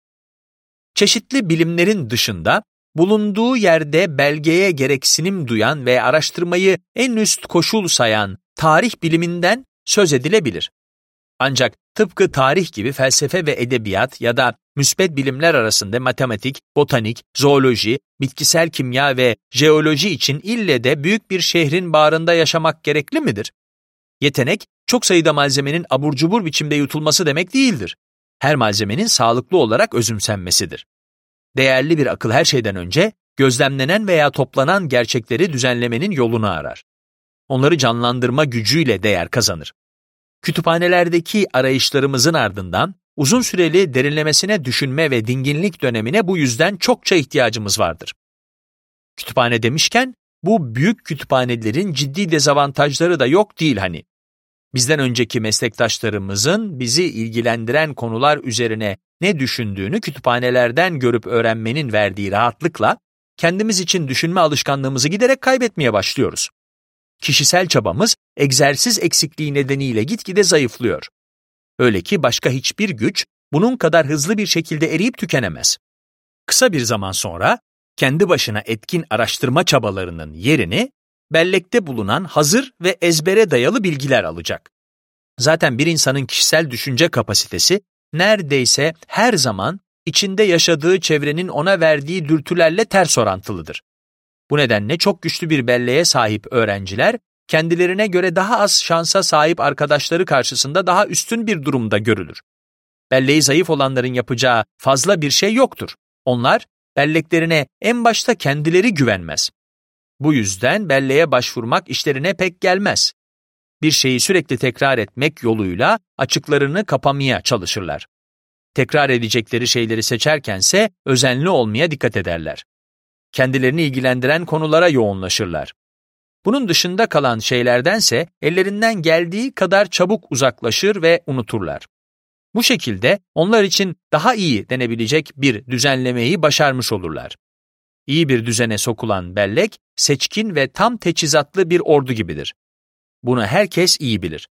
Çeşitli bilimlerin dışında bulunduğu yerde belgeye gereksinim duyan ve araştırmayı en üst koşul sayan tarih biliminden söz edilebilir. Ancak tıpkı tarih gibi felsefe ve edebiyat ya da müsbet bilimler arasında matematik, botanik, zooloji, bitkisel kimya ve jeoloji için ille de büyük bir şehrin bağrında yaşamak gerekli midir? Yetenek, çok sayıda malzemenin abur cubur biçimde yutulması demek değildir. Her malzemenin sağlıklı olarak özümsenmesidir. Değerli bir akıl her şeyden önce, gözlemlenen veya toplanan gerçekleri düzenlemenin yolunu arar. Onları canlandırma gücüyle değer kazanır. Kütüphanelerdeki arayışlarımızın ardından, uzun süreli derinlemesine düşünme ve dinginlik dönemine bu yüzden çokça ihtiyacımız vardır. Kütüphane demişken, bu büyük kütüphanelerin ciddi dezavantajları da yok değil hani. Bizden önceki meslektaşlarımızın bizi ilgilendiren konular üzerine ne düşündüğünü kütüphanelerden görüp öğrenmenin verdiği rahatlıkla, kendimiz için düşünme alışkanlığımızı giderek kaybetmeye başlıyoruz. Kişisel çabamız, egzersiz eksikliği nedeniyle gitgide zayıflıyor. Öyle ki başka hiçbir güç, bunun kadar hızlı bir şekilde eriyip tükenemez. Kısa bir zaman sonra, kendi başına etkin araştırma çabalarının yerini, bellekte bulunan hazır ve ezbere dayalı bilgiler alacak. Zaten bir insanın kişisel düşünce kapasitesi, neredeyse her zaman içinde yaşadığı çevrenin ona verdiği dürtülerle ters orantılıdır. Bu nedenle çok güçlü bir belleğe sahip öğrenciler, kendilerine göre daha az şansa sahip arkadaşları karşısında daha üstün bir durumda görülür. Belleği zayıf olanların yapacağı fazla bir şey yoktur. Onlar, belleklerine en başta kendileri güvenmez. Bu yüzden belleğe başvurmak işlerine pek gelmez. Bir şeyi sürekli tekrar etmek yoluyla açıklarını kapamaya çalışırlar. Tekrar edecekleri şeyleri seçerkense özenli olmaya dikkat ederler. Kendilerini ilgilendiren konulara yoğunlaşırlar. Bunun dışında kalan şeylerdense ellerinden geldiği kadar çabuk uzaklaşır ve unuturlar. Bu şekilde onlar için daha iyi denebilecek bir düzenlemeyi başarmış olurlar. İyi bir düzene sokulan bellek, seçkin ve tam teçhizatlı bir ordu gibidir. Bunu herkes iyi bilir.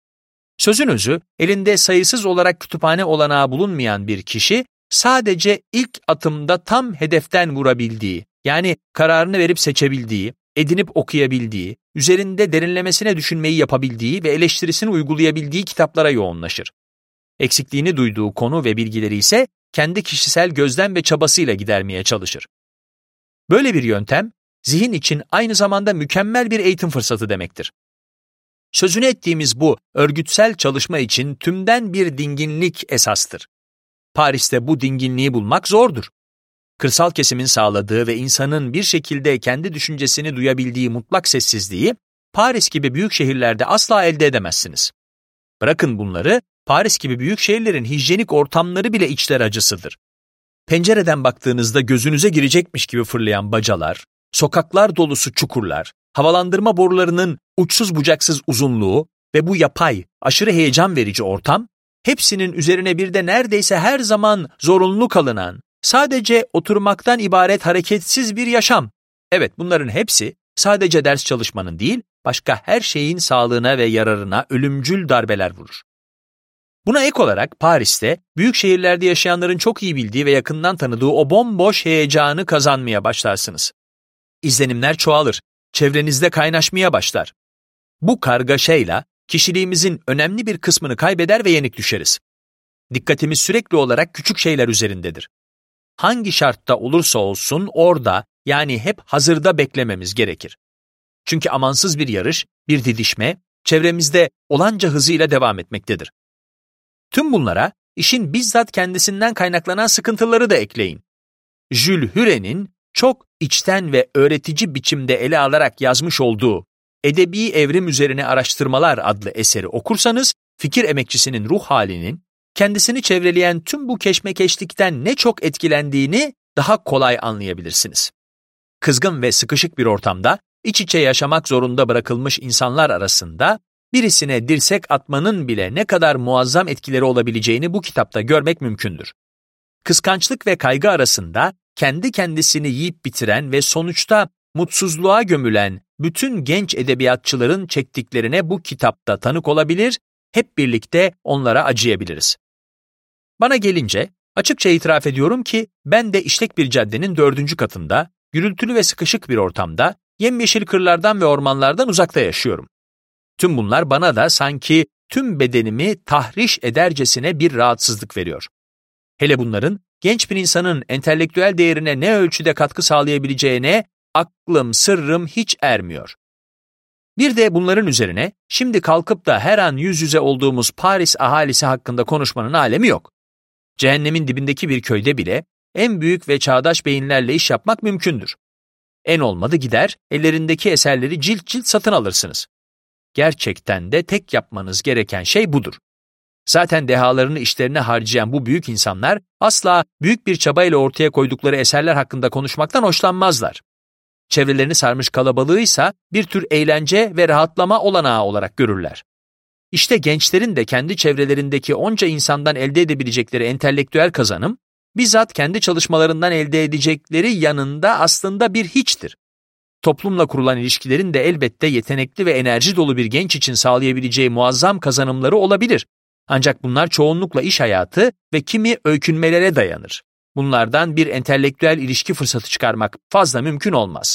Sözün özü, elinde sayısız olarak kütüphane olanağı bulunmayan bir kişi, sadece ilk atımda tam hedeften vurabildiği, yani kararını verip seçebildiği, edinip okuyabildiği, üzerinde derinlemesine düşünmeyi yapabildiği ve eleştirisini uygulayabildiği kitaplara yoğunlaşır. Eksikliğini duyduğu konu ve bilgileri ise kendi kişisel gözlem ve çabasıyla gidermeye çalışır. Böyle bir yöntem, zihin için aynı zamanda mükemmel bir eğitim fırsatı demektir. Sözünü ettiğimiz bu örgütsel çalışma için tümden bir dinginlik esastır. Paris'te bu dinginliği bulmak zordur. Kırsal kesimin sağladığı ve insanın bir şekilde kendi düşüncesini duyabildiği mutlak sessizliği, Paris gibi büyük şehirlerde asla elde edemezsiniz. Bırakın bunları, Paris gibi büyük şehirlerin hijyenik ortamları bile içler acısıdır. Pencereden baktığınızda gözünüze girecekmiş gibi fırlayan bacalar, sokaklar dolusu çukurlar, havalandırma borularının uçsuz bucaksız uzunluğu ve bu yapay, aşırı heyecan verici ortam, hepsinin üzerine bir de neredeyse her zaman zorunlu kalınan, sadece oturmaktan ibaret hareketsiz bir yaşam. Evet, bunların hepsi sadece ders çalışmanın değil, başka her şeyin sağlığına ve yararına ölümcül darbeler vurur. Buna ek olarak Paris'te, büyük şehirlerde yaşayanların çok iyi bildiği ve yakından tanıdığı o bomboş heyecanı kazanmaya başlarsınız. İzlenimler çoğalır, çevrenizde kaynaşmaya başlar. Bu kargaşayla kişiliğimizin önemli bir kısmını kaybeder ve yenik düşeriz. Dikkatimiz sürekli olarak küçük şeyler üzerindedir. Hangi şartta olursa olsun orada, yani hep hazırda beklememiz gerekir. Çünkü amansız bir yarış, bir didişme, çevremizde olanca hızıyla devam etmektedir. Tüm bunlara işin bizzat kendisinden kaynaklanan sıkıntıları da ekleyin. Jules Hure'nin çok içten ve öğretici biçimde ele alarak yazmış olduğu Edebi Evrim Üzerine Araştırmalar adlı eseri okursanız, fikir emekçisinin ruh halinin, kendisini çevreleyen tüm bu keşmekeşlikten ne çok etkilendiğini daha kolay anlayabilirsiniz. Kızgın ve sıkışık bir ortamda, iç içe yaşamak zorunda bırakılmış insanlar arasında, birisine dirsek atmanın bile ne kadar muazzam etkileri olabileceğini bu kitapta görmek mümkündür. Kıskançlık ve kaygı arasında kendi kendisini yiyip bitiren ve sonuçta mutsuzluğa gömülen bütün genç edebiyatçıların çektiklerine bu kitapta tanık olabilir, hep birlikte onlara acıyabiliriz. Bana gelince, açıkça itiraf ediyorum ki ben de işlek bir caddenin 4. katında, gürültülü ve sıkışık bir ortamda, yemyeşil kırlardan ve ormanlardan uzakta yaşıyorum. Tüm bunlar bana da sanki tüm bedenimi tahriş edercesine bir rahatsızlık veriyor. Hele bunların genç bir insanın entelektüel değerine ne ölçüde katkı sağlayabileceğine aklım sırrım hiç ermiyor. Bir de bunların üzerine şimdi kalkıp da her an yüz yüze olduğumuz Paris ahalisi hakkında konuşmanın alemi yok. Cehennemin dibindeki bir köyde bile en büyük ve çağdaş beyinlerle iş yapmak mümkündür. En olmadı gider, ellerindeki eserleri cilt cilt satın alırsınız. Gerçekten de tek yapmanız gereken şey budur. Zaten dehalarını işlerine harcayan bu büyük insanlar asla büyük bir çabayla ortaya koydukları eserler hakkında konuşmaktan hoşlanmazlar. Çevrelerini sarmış kalabalığıysa bir tür eğlence ve rahatlama olanağı olarak görürler. İşte gençlerin de kendi çevrelerindeki onca insandan elde edebilecekleri entelektüel kazanım, bizzat kendi çalışmalarından elde edecekleri yanında aslında bir hiçtir. Toplumla kurulan ilişkilerin de elbette yetenekli ve enerji dolu bir genç için sağlayabileceği muazzam kazanımları olabilir. Ancak bunlar çoğunlukla iş hayatı ve kimi öykünmelere dayanır. Bunlardan bir entelektüel ilişki fırsatı çıkarmak fazla mümkün olmaz.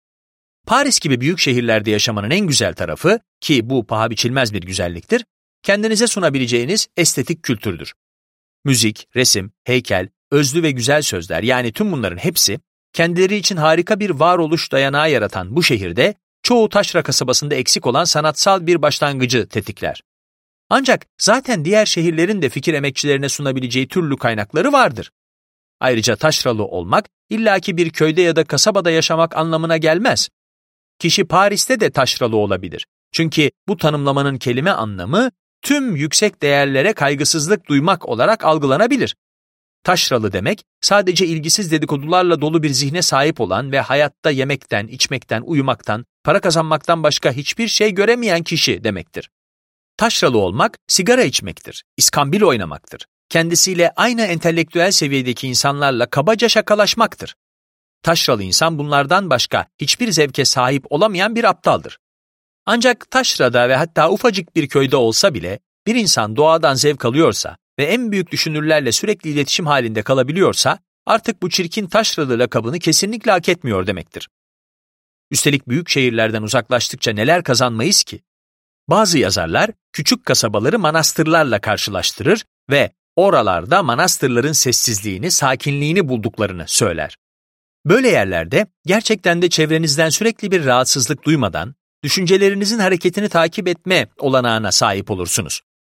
Paris gibi büyük şehirlerde yaşamanın en güzel tarafı, ki bu paha biçilmez bir güzelliktir, kendinize sunabileceğiniz estetik kültürdür. Müzik, resim, heykel, özlü ve güzel sözler, yani tüm bunların hepsi, kendileri için harika bir varoluş dayanağı yaratan bu şehirde, çoğu taşra kasabasında eksik olan sanatsal bir başlangıcı tetikler. Ancak zaten diğer şehirlerin de fikir emekçilerine sunabileceği türlü kaynakları vardır. Ayrıca taşralı olmak, illaki bir köyde ya da kasabada yaşamak anlamına gelmez. Kişi Paris'te de taşralı olabilir. Çünkü bu tanımlamanın kelime anlamı, tüm yüksek değerlere kaygısızlık duymak olarak algılanabilir. Taşralı demek, sadece ilgisiz dedikodularla dolu bir zihne sahip olan ve hayatta yemekten, içmekten, uyumaktan, para kazanmaktan başka hiçbir şey göremeyen kişi demektir. Taşralı olmak, sigara içmektir, iskambil oynamaktır. Kendisiyle aynı entelektüel seviyedeki insanlarla kabaca şakalaşmaktır. Taşralı insan bunlardan başka hiçbir zevke sahip olamayan bir aptaldır. Ancak taşrada ve hatta ufacık bir köyde olsa bile bir insan doğadan zevk alıyorsa ve en büyük düşünürlerle sürekli iletişim halinde kalabiliyorsa artık bu çirkin taşralı lakabını kesinlikle hak etmiyor demektir. Üstelik büyük şehirlerden uzaklaştıkça neler kazanmayız ki? Bazı yazarlar küçük kasabaları manastırlarla karşılaştırır ve oralarda manastırların sessizliğini, sakinliğini bulduklarını söyler. Böyle yerlerde gerçekten de çevrenizden sürekli bir rahatsızlık duymadan, düşüncelerinizin hareketini takip etme olanağına sahip olursunuz.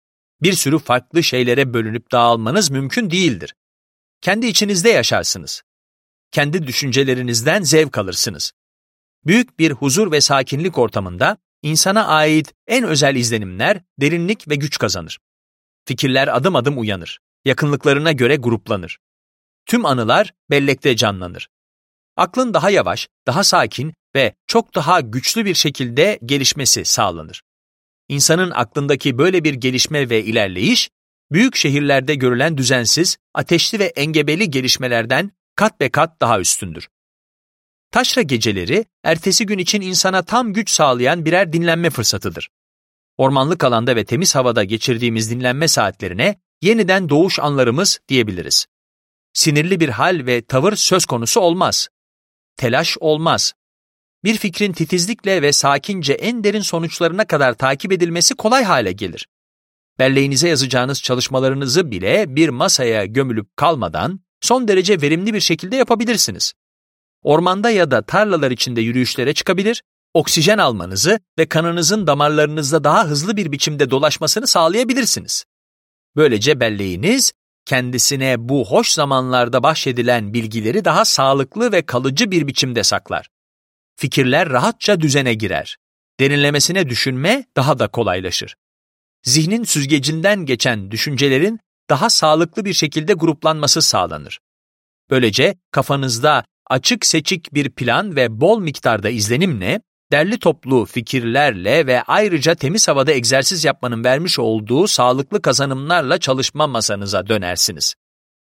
Bir sürü farklı şeylere bölünüp dağılmanız mümkün değildir. Kendi içinizde yaşarsınız. Kendi düşüncelerinizden zevk alırsınız. Büyük bir huzur ve sakinlik ortamında insana ait en özel izlenimler derinlik ve güç kazanır. Fikirler adım adım uyanır. Yakınlıklarına göre gruplanır. Tüm anılar bellekte canlanır. Aklın daha yavaş, daha sakin ve çok daha güçlü bir şekilde gelişmesi sağlanır. İnsanın aklındaki böyle bir gelişme ve ilerleyiş, büyük şehirlerde görülen düzensiz, ateşli ve engebeli gelişmelerden kat be kat daha üstündür. Taşra geceleri, ertesi gün için insana tam güç sağlayan birer dinlenme fırsatıdır. Ormanlık alanda ve temiz havada geçirdiğimiz dinlenme saatlerine yeniden doğuş anlarımız diyebiliriz. Sinirli bir hal ve tavır söz konusu olmaz. Telaş olmaz. Bir fikrin titizlikle ve sakince en derin sonuçlarına kadar takip edilmesi kolay hale gelir. Belleğinize yazacağınız çalışmalarınızı bile bir masaya gömülüp kalmadan son derece verimli bir şekilde yapabilirsiniz. Ormanda ya da tarlalar içinde yürüyüşlere çıkabilir, oksijen almanızı ve kanınızın damarlarınızda daha hızlı bir biçimde dolaşmasını sağlayabilirsiniz. Böylece belleğiniz, kendisine bu hoş zamanlarda bahşedilen bilgileri daha sağlıklı ve kalıcı bir biçimde saklar. Fikirler rahatça düzene girer. Derinlemesine düşünme daha da kolaylaşır. Zihnin süzgecinden geçen düşüncelerin daha sağlıklı bir şekilde gruplanması sağlanır. Böylece kafanızda açık seçik bir plan ve bol miktarda izlenimle, derli toplu fikirlerle ve ayrıca temiz havada egzersiz yapmanın vermiş olduğu sağlıklı kazanımlarla çalışma masanıza dönersiniz.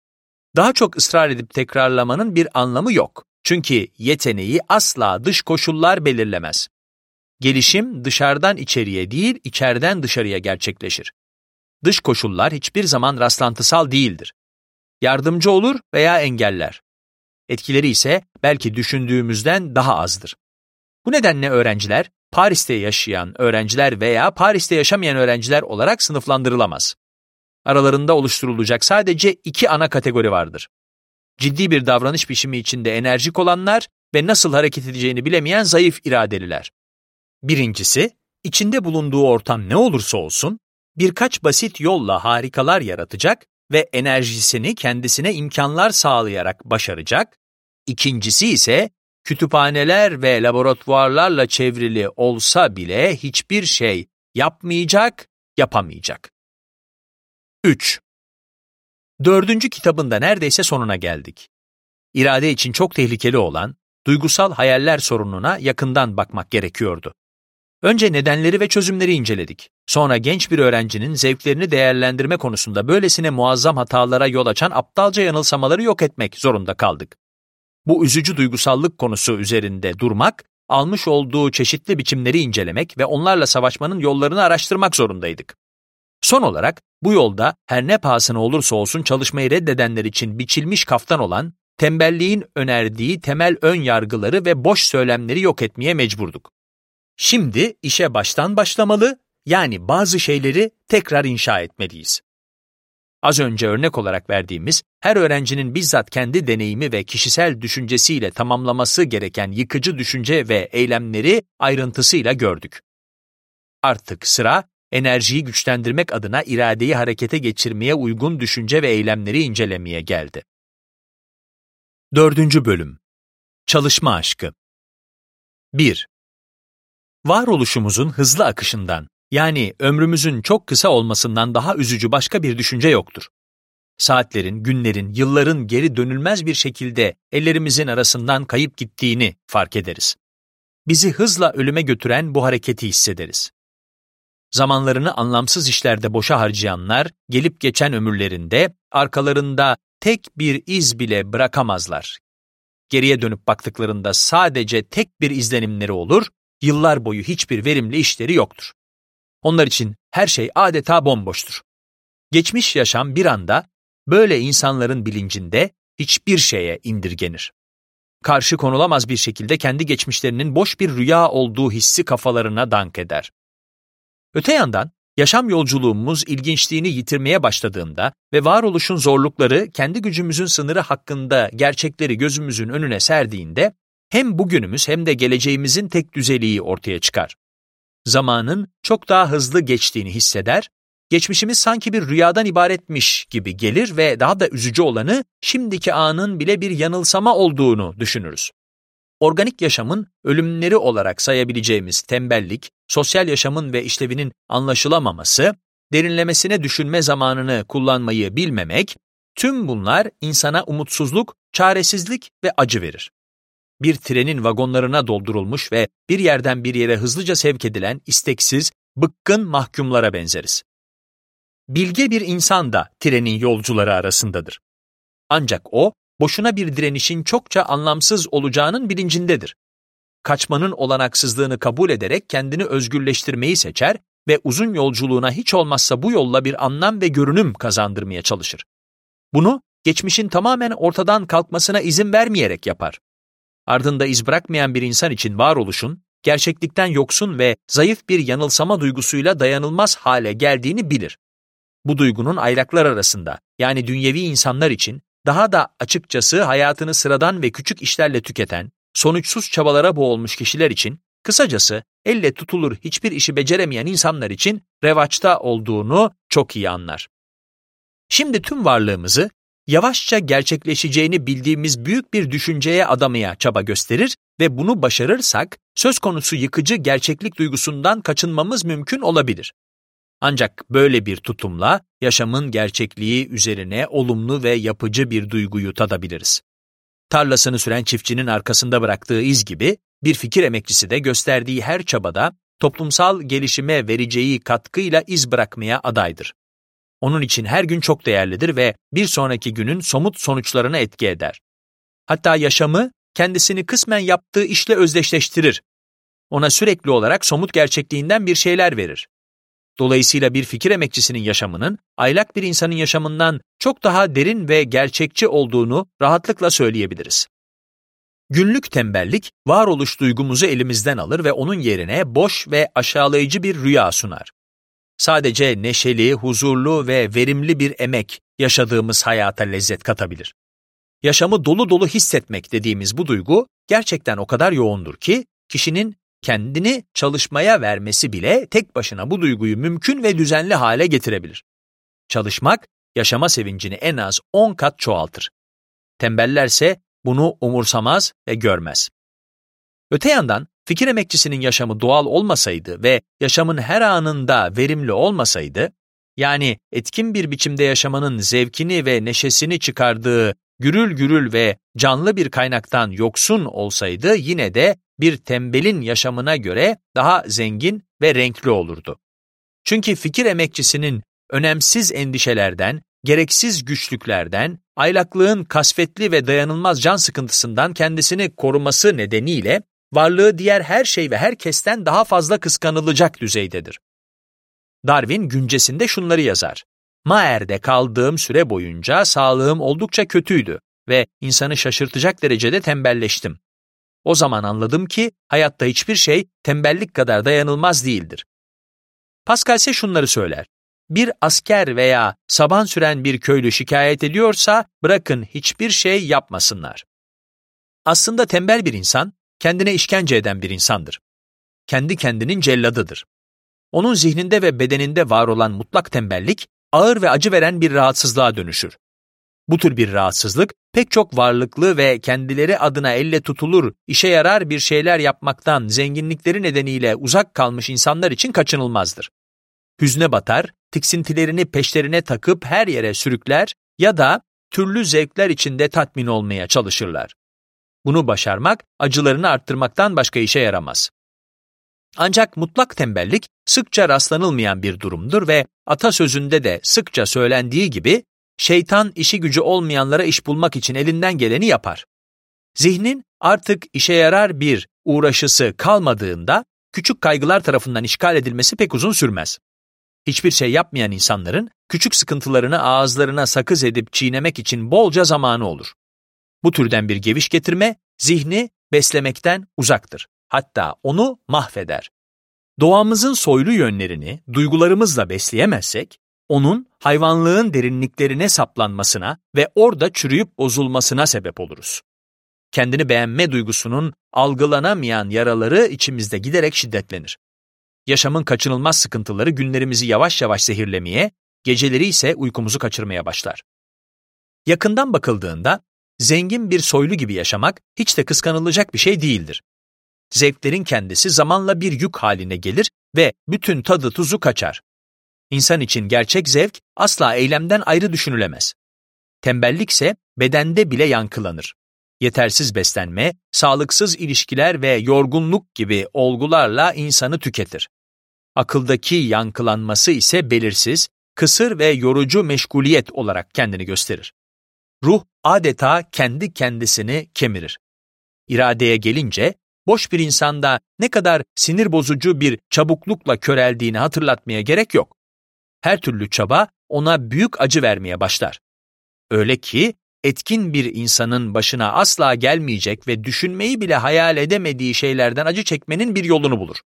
Daha çok ısrar edip tekrarlamanın bir anlamı yok. Çünkü yeteneği asla dış koşullar belirlemez. Gelişim dışarıdan içeriye değil, içeriden dışarıya gerçekleşir. Dış koşullar hiçbir zaman rastlantısal değildir. Yardımcı olur veya engeller. Etkileri ise belki düşündüğümüzden daha azdır. Bu nedenle öğrenciler, Paris'te yaşayan öğrenciler veya Paris'te yaşamayan öğrenciler olarak sınıflandırılamaz. Aralarında oluşturulacak sadece iki ana kategori vardır. Ciddi bir davranış biçimi içinde enerjik olanlar ve nasıl hareket edeceğini bilemeyen zayıf iradeliler. Birincisi, içinde bulunduğu ortam ne olursa olsun, birkaç basit yolla harikalar yaratacak ve enerjisini kendisine imkanlar sağlayarak başaracak. İkincisi ise, kütüphaneler ve laboratuvarlarla çevrili olsa bile hiçbir şey yapmayacak, yapamayacak. 3. 4. kitabında neredeyse sonuna geldik. İrade için çok tehlikeli olan, duygusal hayaller sorununa yakından bakmak gerekiyordu. Önce nedenleri ve çözümleri inceledik. Sonra genç bir öğrencinin zevklerini değerlendirme konusunda böylesine muazzam hatalara yol açan aptalca yanılsamaları yok etmek zorunda kaldık. Bu üzücü duygusallık konusu üzerinde durmak, almış olduğu çeşitli biçimleri incelemek ve onlarla savaşmanın yollarını araştırmak zorundaydık. Son olarak, bu yolda her ne pahasına olursa olsun çalışmayı reddedenler için biçilmiş kaftan olan, tembelliğin önerdiği temel ön yargıları ve boş söylemleri yok etmeye mecburduk. Şimdi işe baştan başlamalı, yani bazı şeyleri tekrar inşa etmeliyiz. Az önce örnek olarak verdiğimiz, her öğrencinin bizzat kendi deneyimi ve kişisel düşüncesiyle tamamlaması gereken yıkıcı düşünce ve eylemleri ayrıntısıyla gördük. Artık sıra, enerjiyi güçlendirmek adına iradeyi harekete geçirmeye uygun düşünce ve eylemleri incelemeye geldi. 4. bölüm. Çalışma aşkı. 1. Varoluşumuzun hızlı akışından, yani ömrümüzün çok kısa olmasından daha üzücü başka bir düşünce yoktur. Saatlerin, günlerin, yılların geri dönülmez bir şekilde ellerimizin arasından kayıp gittiğini fark ederiz. Bizi hızla ölüme götüren bu hareketi hissederiz. Zamanlarını anlamsız işlerde boşa harcayanlar, gelip geçen ömürlerinde arkalarında tek bir iz bile bırakamazlar. Geriye dönüp baktıklarında sadece tek bir izlenimleri olur, yıllar boyu hiçbir verimli işleri yoktur. Onlar için her şey adeta bomboştur. Geçmiş yaşam bir anda, böyle insanların bilincinde hiçbir şeye indirgenir. Karşı konulamaz bir şekilde kendi geçmişlerinin boş bir rüya olduğu hissi kafalarına dank eder. Öte yandan, yaşam yolculuğumuz ilginçliğini yitirmeye başladığında ve varoluşun zorlukları kendi gücümüzün sınırı hakkında gerçekleri gözümüzün önüne serdiğinde, hem bugünümüz hem de geleceğimizin tek düzeliği ortaya çıkar. Zamanın çok daha hızlı geçtiğini hisseder, geçmişimiz sanki bir rüyadan ibaretmiş gibi gelir ve daha da üzücü olanı şimdiki anın bile bir yanılsama olduğunu düşünürüz. Organik yaşamın ölümleri olarak sayabileceğimiz tembellik, sosyal yaşamın ve işlevinin anlaşılamaması, derinlemesine düşünme zamanını kullanmayı bilmemek, tüm bunlar insana umutsuzluk, çaresizlik ve acı verir. Bir trenin vagonlarına doldurulmuş ve bir yerden bir yere hızlıca sevk edilen isteksiz, bıkkın mahkumlara benzeriz. Bilge bir insan da trenin yolcuları arasındadır. Ancak o, boşuna bir direnişin çokça anlamsız olacağının bilincindedir. Kaçmanın olanaksızlığını kabul ederek kendini özgürleştirmeyi seçer ve uzun yolculuğuna hiç olmazsa bu yolla bir anlam ve görünüm kazandırmaya çalışır. Bunu, geçmişin tamamen ortadan kalkmasına izin vermeyerek yapar. Ardında iz bırakmayan bir insan için varoluşun, gerçeklikten yoksun ve zayıf bir yanılsama duygusuyla dayanılmaz hale geldiğini bilir. Bu duygunun aylaklar arasında, yani dünyevi insanlar için, daha da açıkçası hayatını sıradan ve küçük işlerle tüketen, sonuçsuz çabalara boğulmuş kişiler için, kısacası elle tutulur hiçbir işi beceremeyen insanlar için revaçta olduğunu çok iyi anlar. Şimdi tüm varlığımızı, yavaşça gerçekleşeceğini bildiğimiz büyük bir düşünceye adamaya çaba gösterir ve bunu başarırsak, söz konusu yıkıcı gerçeklik duygusundan kaçınmamız mümkün olabilir. Ancak böyle bir tutumla yaşamın gerçekliği üzerine olumlu ve yapıcı bir duyguyu tadabiliriz. Tarlasını süren çiftçinin arkasında bıraktığı iz gibi, bir fikir emekçisi de gösterdiği her çabada toplumsal gelişime vereceği katkıyla iz bırakmaya adaydır. Onun için her gün çok değerlidir ve bir sonraki günün somut sonuçlarına etki eder. Hatta yaşamı kendisini kısmen yaptığı işle özdeşleştirir. Ona sürekli olarak somut gerçekliğinden bir şeyler verir. Dolayısıyla bir fikir emekçisinin yaşamının, aylak bir insanın yaşamından çok daha derin ve gerçekçi olduğunu rahatlıkla söyleyebiliriz. Günlük tembellik, varoluş duygumuzu elimizden alır ve onun yerine boş ve aşağılayıcı bir rüya sunar. Sadece neşeli, huzurlu ve verimli bir emek yaşadığımız hayata lezzet katabilir. Yaşamı dolu dolu hissetmek dediğimiz bu duygu gerçekten o kadar yoğundur ki, kişinin kendini çalışmaya vermesi bile tek başına bu duyguyu mümkün ve düzenli hale getirebilir. Çalışmak, yaşama sevincini en az 10 kat çoğaltır. Tembellerse bunu umursamaz ve görmez. Öte yandan, fikir emekçisinin yaşamı doğal olmasaydı ve yaşamın her anında verimli olmasaydı, yani etkin bir biçimde yaşamanın zevkini ve neşesini çıkardığı gürül gürül ve canlı bir kaynaktan yoksun olsaydı yine de bir tembelin yaşamına göre daha zengin ve renkli olurdu. Çünkü fikir emekçisinin önemsiz endişelerden, gereksiz güçlüklerden, aylaklığın kasvetli ve dayanılmaz can sıkıntısından kendisini koruması nedeniyle varlığı diğer her şey ve herkesten daha fazla kıskanılacak düzeydedir. Darwin güncesinde şunları yazar: "Maer'de kaldığım süre boyunca sağlığım oldukça kötüydü ve insanı şaşırtacak derecede tembelleştim. O zaman anladım ki hayatta hiçbir şey tembellik kadar dayanılmaz değildir." Pascal ise şunları söyler: "Bir asker veya saban süren bir köylü şikayet ediyorsa bırakın hiçbir şey yapmasınlar." Aslında tembel bir insan, kendine işkence eden bir insandır. Kendi kendinin celladıdır. Onun zihninde ve bedeninde var olan mutlak tembellik, ağır ve acı veren bir rahatsızlığa dönüşür. Bu tür bir rahatsızlık, pek çok varlıklı ve kendileri adına elle tutulur, işe yarar bir şeyler yapmaktan zenginlikleri nedeniyle uzak kalmış insanlar için kaçınılmazdır. Hüzne batar, tiksintilerini peşlerine takıp her yere sürükler ya da türlü zevkler içinde tatmin olmaya çalışırlar. Bunu başarmak, acılarını arttırmaktan başka işe yaramaz. Ancak mutlak tembellik sıkça rastlanılmayan bir durumdur ve atasözünde de sıkça söylendiği gibi, şeytan işi gücü olmayanlara iş bulmak için elinden geleni yapar. Zihnin artık işe yarar bir uğraşısı kalmadığında, küçük kaygılar tarafından işgal edilmesi pek uzun sürmez. Hiçbir şey yapmayan insanların, küçük sıkıntılarını ağızlarına sakız edip çiğnemek için bolca zamanı olur. Bu türden bir geviş getirme, zihni beslemekten uzaktır. Hatta onu mahveder. Doğamızın soylu yönlerini duygularımızla besleyemezsek, onun hayvanlığın derinliklerine saplanmasına ve orada çürüyüp bozulmasına sebep oluruz. Kendini beğenme duygusunun algılanamayan yaraları içimizde giderek şiddetlenir. Yaşamın kaçınılmaz sıkıntıları günlerimizi yavaş yavaş zehirlemeye, geceleri ise uykumuzu kaçırmaya başlar. Yakından bakıldığında, zengin bir soylu gibi yaşamak hiç de kıskanılacak bir şey değildir. Zevklerin kendisi zamanla bir yük haline gelir ve bütün tadı tuzu kaçar. İnsan için gerçek zevk asla eylemden ayrı düşünülemez. Tembellikse bedende bile yankılanır. Yetersiz beslenme, sağlıksız ilişkiler ve yorgunluk gibi olgularla insanı tüketir. Akıldaki yankılanması ise belirsiz, kısır ve yorucu meşguliyet olarak kendini gösterir. Ruh adeta kendi kendisini kemirir. İradeye gelince, boş bir insanda ne kadar sinir bozucu bir çabuklukla köreldiğini hatırlatmaya gerek yok. Her türlü çaba ona büyük acı vermeye başlar. Öyle ki, etkin bir insanın başına asla gelmeyecek ve düşünmeyi bile hayal edemediği şeylerden acı çekmenin bir yolunu bulur.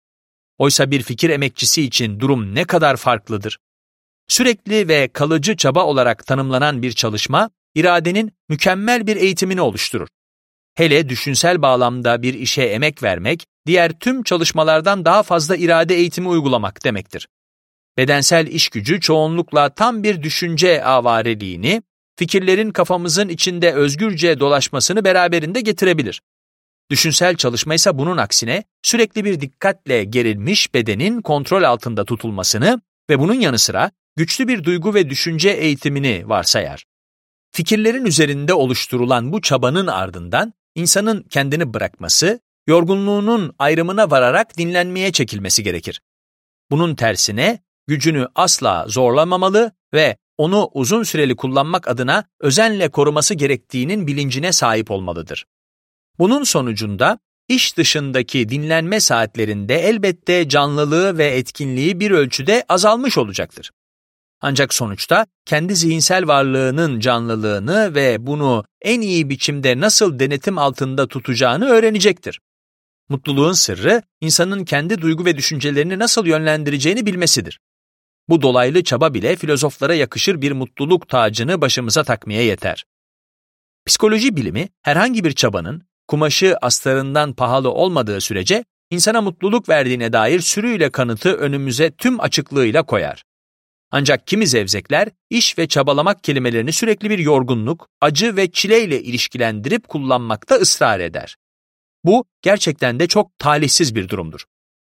Oysa bir fikir emekçisi için durum ne kadar farklıdır. Sürekli ve kalıcı çaba olarak tanımlanan bir çalışma, iradenin mükemmel bir eğitimini oluşturur. Hele düşünsel bağlamda bir işe emek vermek, diğer tüm çalışmalardan daha fazla irade eğitimi uygulamak demektir. Bedensel işgücü çoğunlukla tam bir düşünce avareliğini, fikirlerin kafamızın içinde özgürce dolaşmasını beraberinde getirebilir. Düşünsel çalışma ise bunun aksine sürekli bir dikkatle gerilmiş bedenin kontrol altında tutulmasını ve bunun yanı sıra güçlü bir duygu ve düşünce eğitimini varsayar. Fikirlerin üzerinde oluşturulan bu çabanın ardından insanın kendini bırakması, yorgunluğunun ayrımına vararak dinlenmeye çekilmesi gerekir. Bunun tersine gücünü asla zorlamamalı ve onu uzun süreli kullanmak adına özenle koruması gerektiğinin bilincine sahip olmalıdır. Bunun sonucunda iş dışındaki dinlenme saatlerinde elbette canlılığı ve etkinliği bir ölçüde azalmış olacaktır. Ancak sonuçta kendi zihinsel varlığının canlılığını ve bunu en iyi biçimde nasıl denetim altında tutacağını öğrenecektir. Mutluluğun sırrı, insanın kendi duygu ve düşüncelerini nasıl yönlendireceğini bilmesidir. Bu dolaylı çaba bile filozoflara yakışır bir mutluluk tacını başımıza takmaya yeter. Psikoloji bilimi, herhangi bir çabanın, kumaşı astarından pahalı olmadığı sürece, insana mutluluk verdiğine dair sürüyle kanıtı önümüze tüm açıklığıyla koyar. Ancak kimi zevzekler, iş ve çabalamak kelimelerini sürekli bir yorgunluk, acı ve çileyle ilişkilendirip kullanmakta ısrar eder. Bu, gerçekten de çok talihsiz bir durumdur.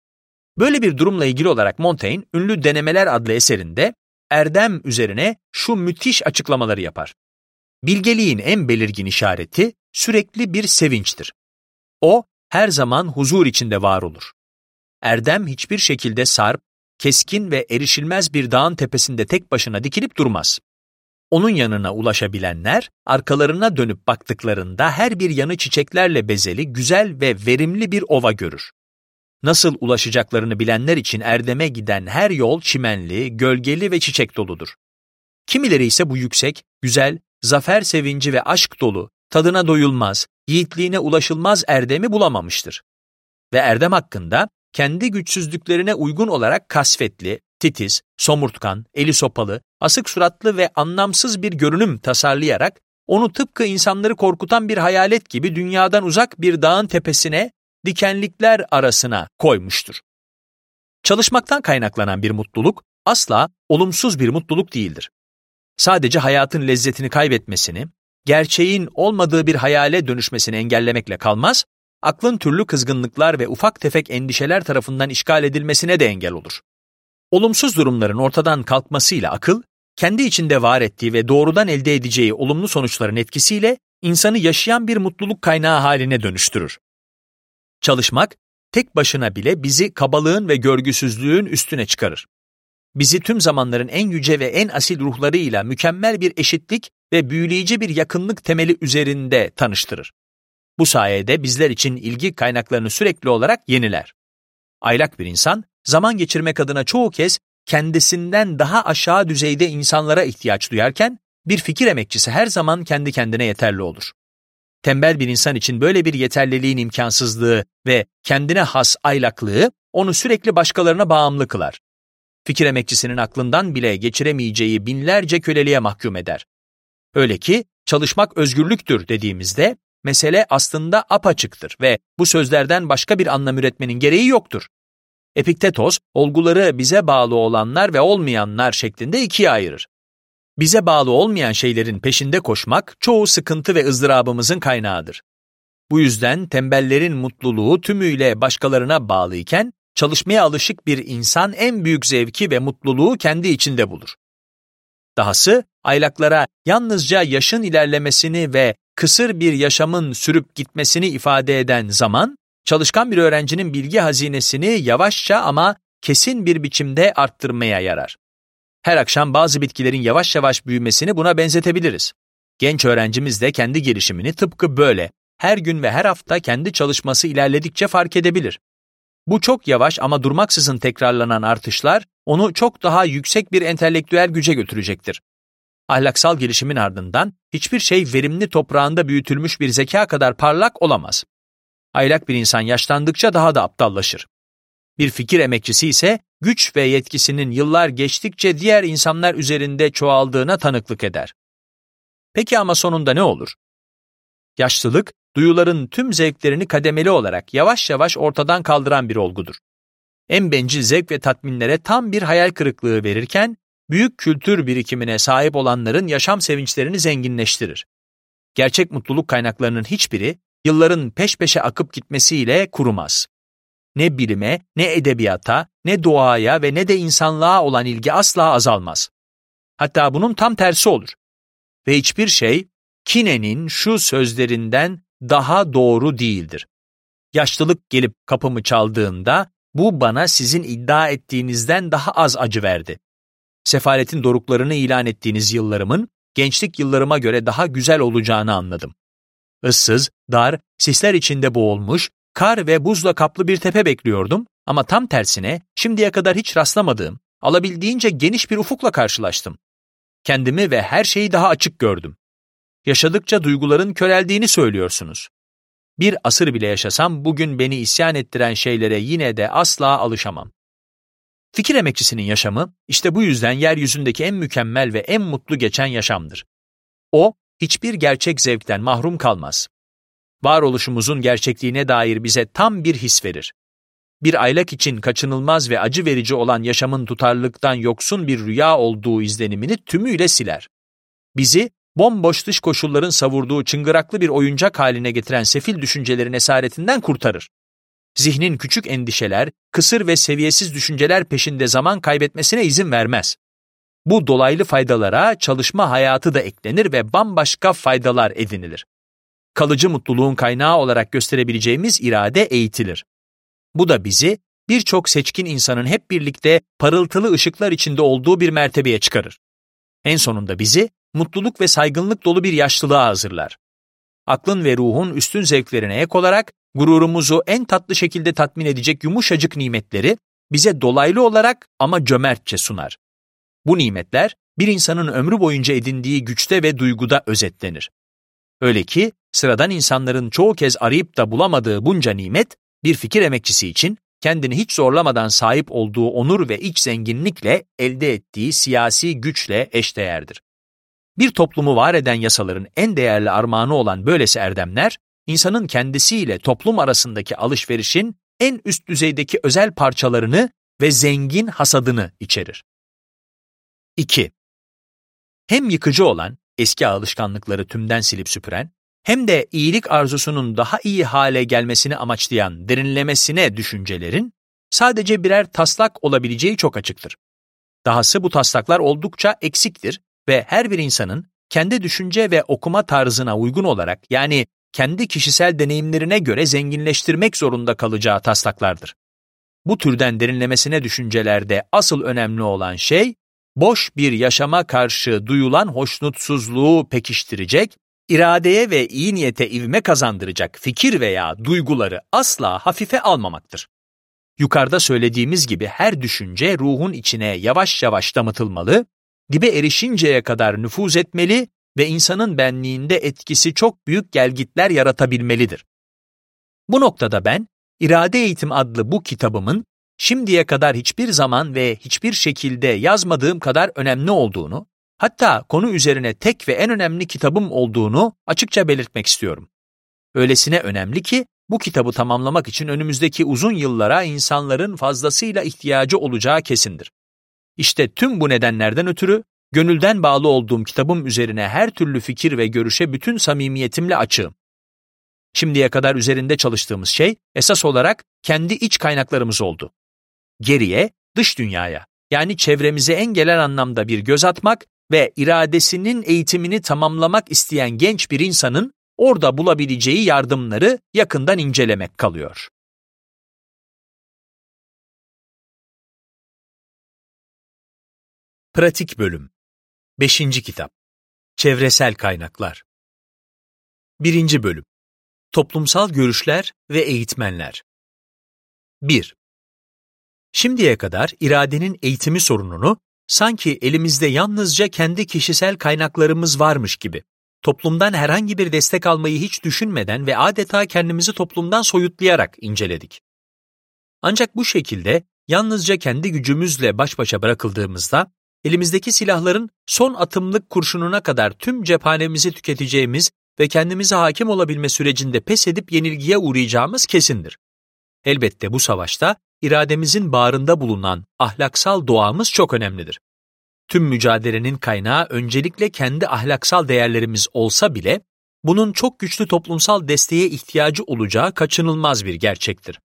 Böyle bir durumla ilgili olarak Montaigne, ünlü Denemeler adlı eserinde, erdem üzerine şu müthiş açıklamaları yapar. Bilgeliğin en belirgin işareti, sürekli bir sevinçtir. O, her zaman huzur içinde var olur. Erdem hiçbir şekilde sarp, keskin ve erişilmez bir dağın tepesinde tek başına dikilip durmaz. Onun yanına ulaşabilenler, arkalarına dönüp baktıklarında her bir yanı çiçeklerle bezeli, güzel ve verimli bir ova görür. Nasıl ulaşacaklarını bilenler için erdeme giden her yol çimenli, gölgeli ve çiçek doludur. Kimileri ise bu yüksek, güzel, zafer sevinci ve aşk dolu, tadına doyulmaz, yiğitliğine ulaşılmaz erdemi bulamamıştır. Ve erdem hakkında, kendi güçsüzlüklerine uygun olarak kasvetli, titiz, somurtkan, eli sopalı, asık suratlı ve anlamsız bir görünüm tasarlayarak, onu tıpkı insanları korkutan bir hayalet gibi dünyadan uzak bir dağın tepesine, dikenlikler arasına koymuştur. Çalışmaktan kaynaklanan bir mutluluk, asla olumsuz bir mutluluk değildir. Sadece hayatın lezzetini kaybetmesini, gerçeğin olmadığı bir hayale dönüşmesini engellemekle kalmaz, aklın türlü kızgınlıklar ve ufak tefek endişeler tarafından işgal edilmesine de engel olur. Olumsuz durumların ortadan kalkmasıyla akıl, kendi içinde var ettiği ve doğrudan elde edeceği olumlu sonuçların etkisiyle insanı yaşayan bir mutluluk kaynağı haline dönüştürür. Çalışmak, tek başına bile bizi kabalığın ve görgüsüzlüğün üstüne çıkarır. Bizi tüm zamanların en yüce ve en asil ruhlarıyla mükemmel bir eşitlik ve büyüleyici bir yakınlık temeli üzerinde tanıştırır. Bu sayede bizler için ilgi kaynaklarını sürekli olarak yeniler. Aylak bir insan, zaman geçirmek adına çoğu kez kendisinden daha aşağı düzeyde insanlara ihtiyaç duyarken, bir fikir emekçisi her zaman kendi kendine yeterli olur. Tembel bir insan için böyle bir yeterliliğin imkansızlığı ve kendine has aylaklığı onu sürekli başkalarına bağımlı kılar. Fikir emekçisinin aklından bile geçiremeyeceği binlerce köleliğe mahkum eder. Öyle ki çalışmak özgürlüktür dediğimizde mesele aslında apaçıktır ve bu sözlerden başka bir anlam üretmenin gereği yoktur. Epiktetos, olguları bize bağlı olanlar ve olmayanlar şeklinde ikiye ayırır. Bize bağlı olmayan şeylerin peşinde koşmak, çoğu sıkıntı ve ızdırabımızın kaynağıdır. Bu yüzden tembellerin mutluluğu tümüyle başkalarına bağlıyken, çalışmaya alışık bir insan en büyük zevki ve mutluluğu kendi içinde bulur. Dahası, aylaklara yalnızca yaşın ilerlemesini ve kısır bir yaşamın sürüp gitmesini ifade eden zaman, çalışkan bir öğrencinin bilgi hazinesini yavaşça ama kesin bir biçimde arttırmaya yarar. Her akşam bazı bitkilerin yavaş yavaş büyümesini buna benzetebiliriz. Genç öğrencimiz de kendi gelişimini tıpkı böyle, her gün ve her hafta kendi çalışması ilerledikçe fark edebilir. Bu çok yavaş ama durmaksızın tekrarlanan artışlar, onu çok daha yüksek bir entelektüel güce götürecektir. Ahlaksal gelişimin ardından hiçbir şey verimli toprağında büyütülmüş bir zeka kadar parlak olamaz. Aylak bir insan yaşlandıkça daha da aptallaşır. Bir fikir emekçisi ise güç ve yetkisinin yıllar geçtikçe diğer insanlar üzerinde çoğaldığına tanıklık eder. Peki ama sonunda ne olur? Yaşlılık, duyuların tüm zevklerini kademeli olarak yavaş yavaş ortadan kaldıran bir olgudur. En bencil zevk ve tatminlere tam bir hayal kırıklığı verirken, büyük kültür birikimine sahip olanların yaşam sevinçlerini zenginleştirir. Gerçek mutluluk kaynaklarının hiçbiri, yılların peş peşe akıp gitmesiyle kurumaz. Ne bilime, ne edebiyata, ne doğaya ve ne de insanlığa olan ilgi asla azalmaz. Hatta bunun tam tersi olur. Ve hiçbir şey, Kine'nin şu sözlerinden daha doğru değildir. Yaşlılık gelip kapımı çaldığında, bu bana sizin iddia ettiğinizden daha az acı verdi. Sefaletin doruklarını ilan ettiğiniz yıllarımın, gençlik yıllarıma göre daha güzel olacağını anladım. Issız, dar, sisler içinde boğulmuş, kar ve buzla kaplı bir tepe bekliyordum ama tam tersine şimdiye kadar hiç rastlamadığım, alabildiğince geniş bir ufukla karşılaştım. Kendimi ve her şeyi daha açık gördüm. Yaşadıkça duyguların köreldiğini söylüyorsunuz. Bir asır bile yaşasam bugün beni isyan ettiren şeylere yine de asla alışamam. Fikir emekçisinin yaşamı, işte bu yüzden yeryüzündeki en mükemmel ve en mutlu geçen yaşamdır. O, hiçbir gerçek zevkten mahrum kalmaz. Varoluşumuzun gerçekliğine dair bize tam bir his verir. Bir aylak için kaçınılmaz ve acı verici olan yaşamın tutarlılıktan yoksun bir rüya olduğu izlenimini tümüyle siler. Bizi, bomboş dış koşulların savurduğu çıngıraklı bir oyuncak haline getiren sefil düşüncelerin esaretinden kurtarır. Zihnin küçük endişeler, kısır ve seviyesiz düşünceler peşinde zaman kaybetmesine izin vermez. Bu dolaylı faydalara çalışma hayatı da eklenir ve bambaşka faydalar edinilir. Kalıcı mutluluğun kaynağı olarak gösterebileceğimiz irade eğitilir. Bu da bizi birçok seçkin insanın hep birlikte parıltılı ışıklar içinde olduğu bir mertebeye çıkarır. En sonunda bizi mutluluk ve saygınlık dolu bir yaşlılığa hazırlar. Aklın ve ruhun üstün zevklerine ek olarak gururumuzu en tatlı şekilde tatmin edecek yumuşacık nimetleri bize dolaylı olarak ama cömertçe sunar. Bu nimetler bir insanın ömrü boyunca edindiği güçte ve duyguda özetlenir. Öyle ki sıradan insanların çoğu kez arayıp da bulamadığı bunca nimet bir fikir emekçisi için kendini hiç zorlamadan sahip olduğu onur ve iç zenginlikle elde ettiği siyasi güçle eşdeğerdir. Bir toplumu var eden yasaların en değerli armağanı olan böylesi erdemler, insanın kendisiyle toplum arasındaki alışverişin en üst düzeydeki özel parçalarını ve zengin hasadını içerir. 2. Hem yıkıcı olan, eski alışkanlıkları tümden silip süpüren, hem de iyilik arzusunun daha iyi hale gelmesini amaçlayan derinlemesine düşüncelerin sadece birer taslak olabileceği çok açıktır. Dahası bu taslaklar oldukça eksiktir ve her bir insanın kendi düşünce ve okuma tarzına uygun olarak yani kendi kişisel deneyimlerine göre zenginleştirmek zorunda kalacağı taslaklardır. Bu türden derinlemesine düşüncelerde asıl önemli olan şey, boş bir yaşama karşı duyulan hoşnutsuzluğu pekiştirecek, iradeye ve iyi niyete ivme kazandıracak fikir veya duyguları asla hafife almamaktır. Yukarıda söylediğimiz gibi her düşünce ruhun içine yavaş yavaş damıtılmalı, dibe erişinceye kadar nüfuz etmeli ve insanın benliğinde etkisi çok büyük gelgitler yaratabilmelidir. Bu noktada ben, İrade Eğitim adlı bu kitabımın şimdiye kadar hiçbir zaman ve hiçbir şekilde yazmadığım kadar önemli olduğunu, hatta konu üzerine tek ve en önemli kitabım olduğunu açıkça belirtmek istiyorum. Öylesine önemli ki Bu kitabı tamamlamak için önümüzdeki uzun yıllara insanların fazlasıyla ihtiyacı olacağı kesindir. İşte tüm bu nedenlerden ötürü, gönülden bağlı olduğum kitabım üzerine her türlü fikir ve görüşe bütün samimiyetimle açığım. Şimdiye kadar üzerinde çalıştığımız şey, esas olarak kendi iç kaynaklarımız oldu. Geriye, dış dünyaya, yani çevremize en genel anlamda bir göz atmak ve iradesinin eğitimini tamamlamak isteyen genç bir insanın orada bulabileceği yardımları yakından incelemek kalıyor. Pratik bölüm 5. kitap Çevresel kaynaklar 1. bölüm Toplumsal görüşler ve eğitmenler 1. Şimdiye kadar iradenin eğitimi sorununu sanki elimizde yalnızca kendi kişisel kaynaklarımız varmış gibi, toplumdan herhangi bir destek almayı hiç düşünmeden ve adeta kendimizi toplumdan soyutlayarak inceledik. Ancak bu şekilde yalnızca kendi gücümüzle baş başa bırakıldığımızda, elimizdeki silahların son atımlık kurşununa kadar tüm cephanemizi tüketeceğimiz ve kendimize hakim olabilme sürecinde pes edip yenilgiye uğrayacağımız kesindir. Elbette bu savaşta irademizin bağrında bulunan ahlaksal doğamız çok önemlidir. Tüm mücadelenin kaynağı öncelikle kendi ahlaksal değerlerimiz olsa bile, bunun çok güçlü toplumsal desteğe ihtiyacı olacağı kaçınılmaz bir gerçektir.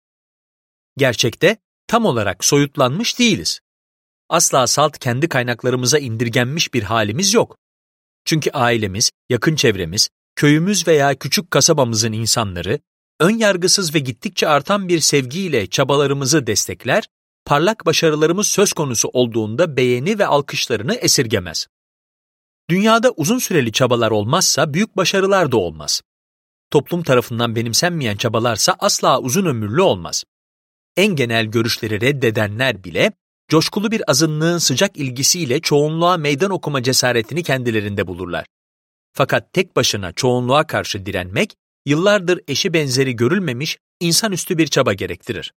Gerçekte tam olarak soyutlanmış değiliz. Asla salt kendi kaynaklarımıza indirgenmiş bir halimiz yok. Çünkü ailemiz, yakın çevremiz, köyümüz veya küçük kasabamızın insanları, ön yargısız ve gittikçe artan bir sevgiyle çabalarımızı destekler, parlak başarılarımız söz konusu olduğunda beğeni ve alkışlarını esirgemez. Dünyada uzun süreli çabalar olmazsa büyük başarılar da olmaz. Toplum tarafından benimsenmeyen çabalarsa asla uzun ömürlü olmaz. En genel görüşleri reddedenler bile, coşkulu bir azınlığın sıcak ilgisiyle çoğunluğa meydan okuma cesaretini kendilerinde bulurlar. Fakat tek başına çoğunluğa karşı direnmek, yıllardır eşi benzeri görülmemiş insanüstü bir çaba gerektirir.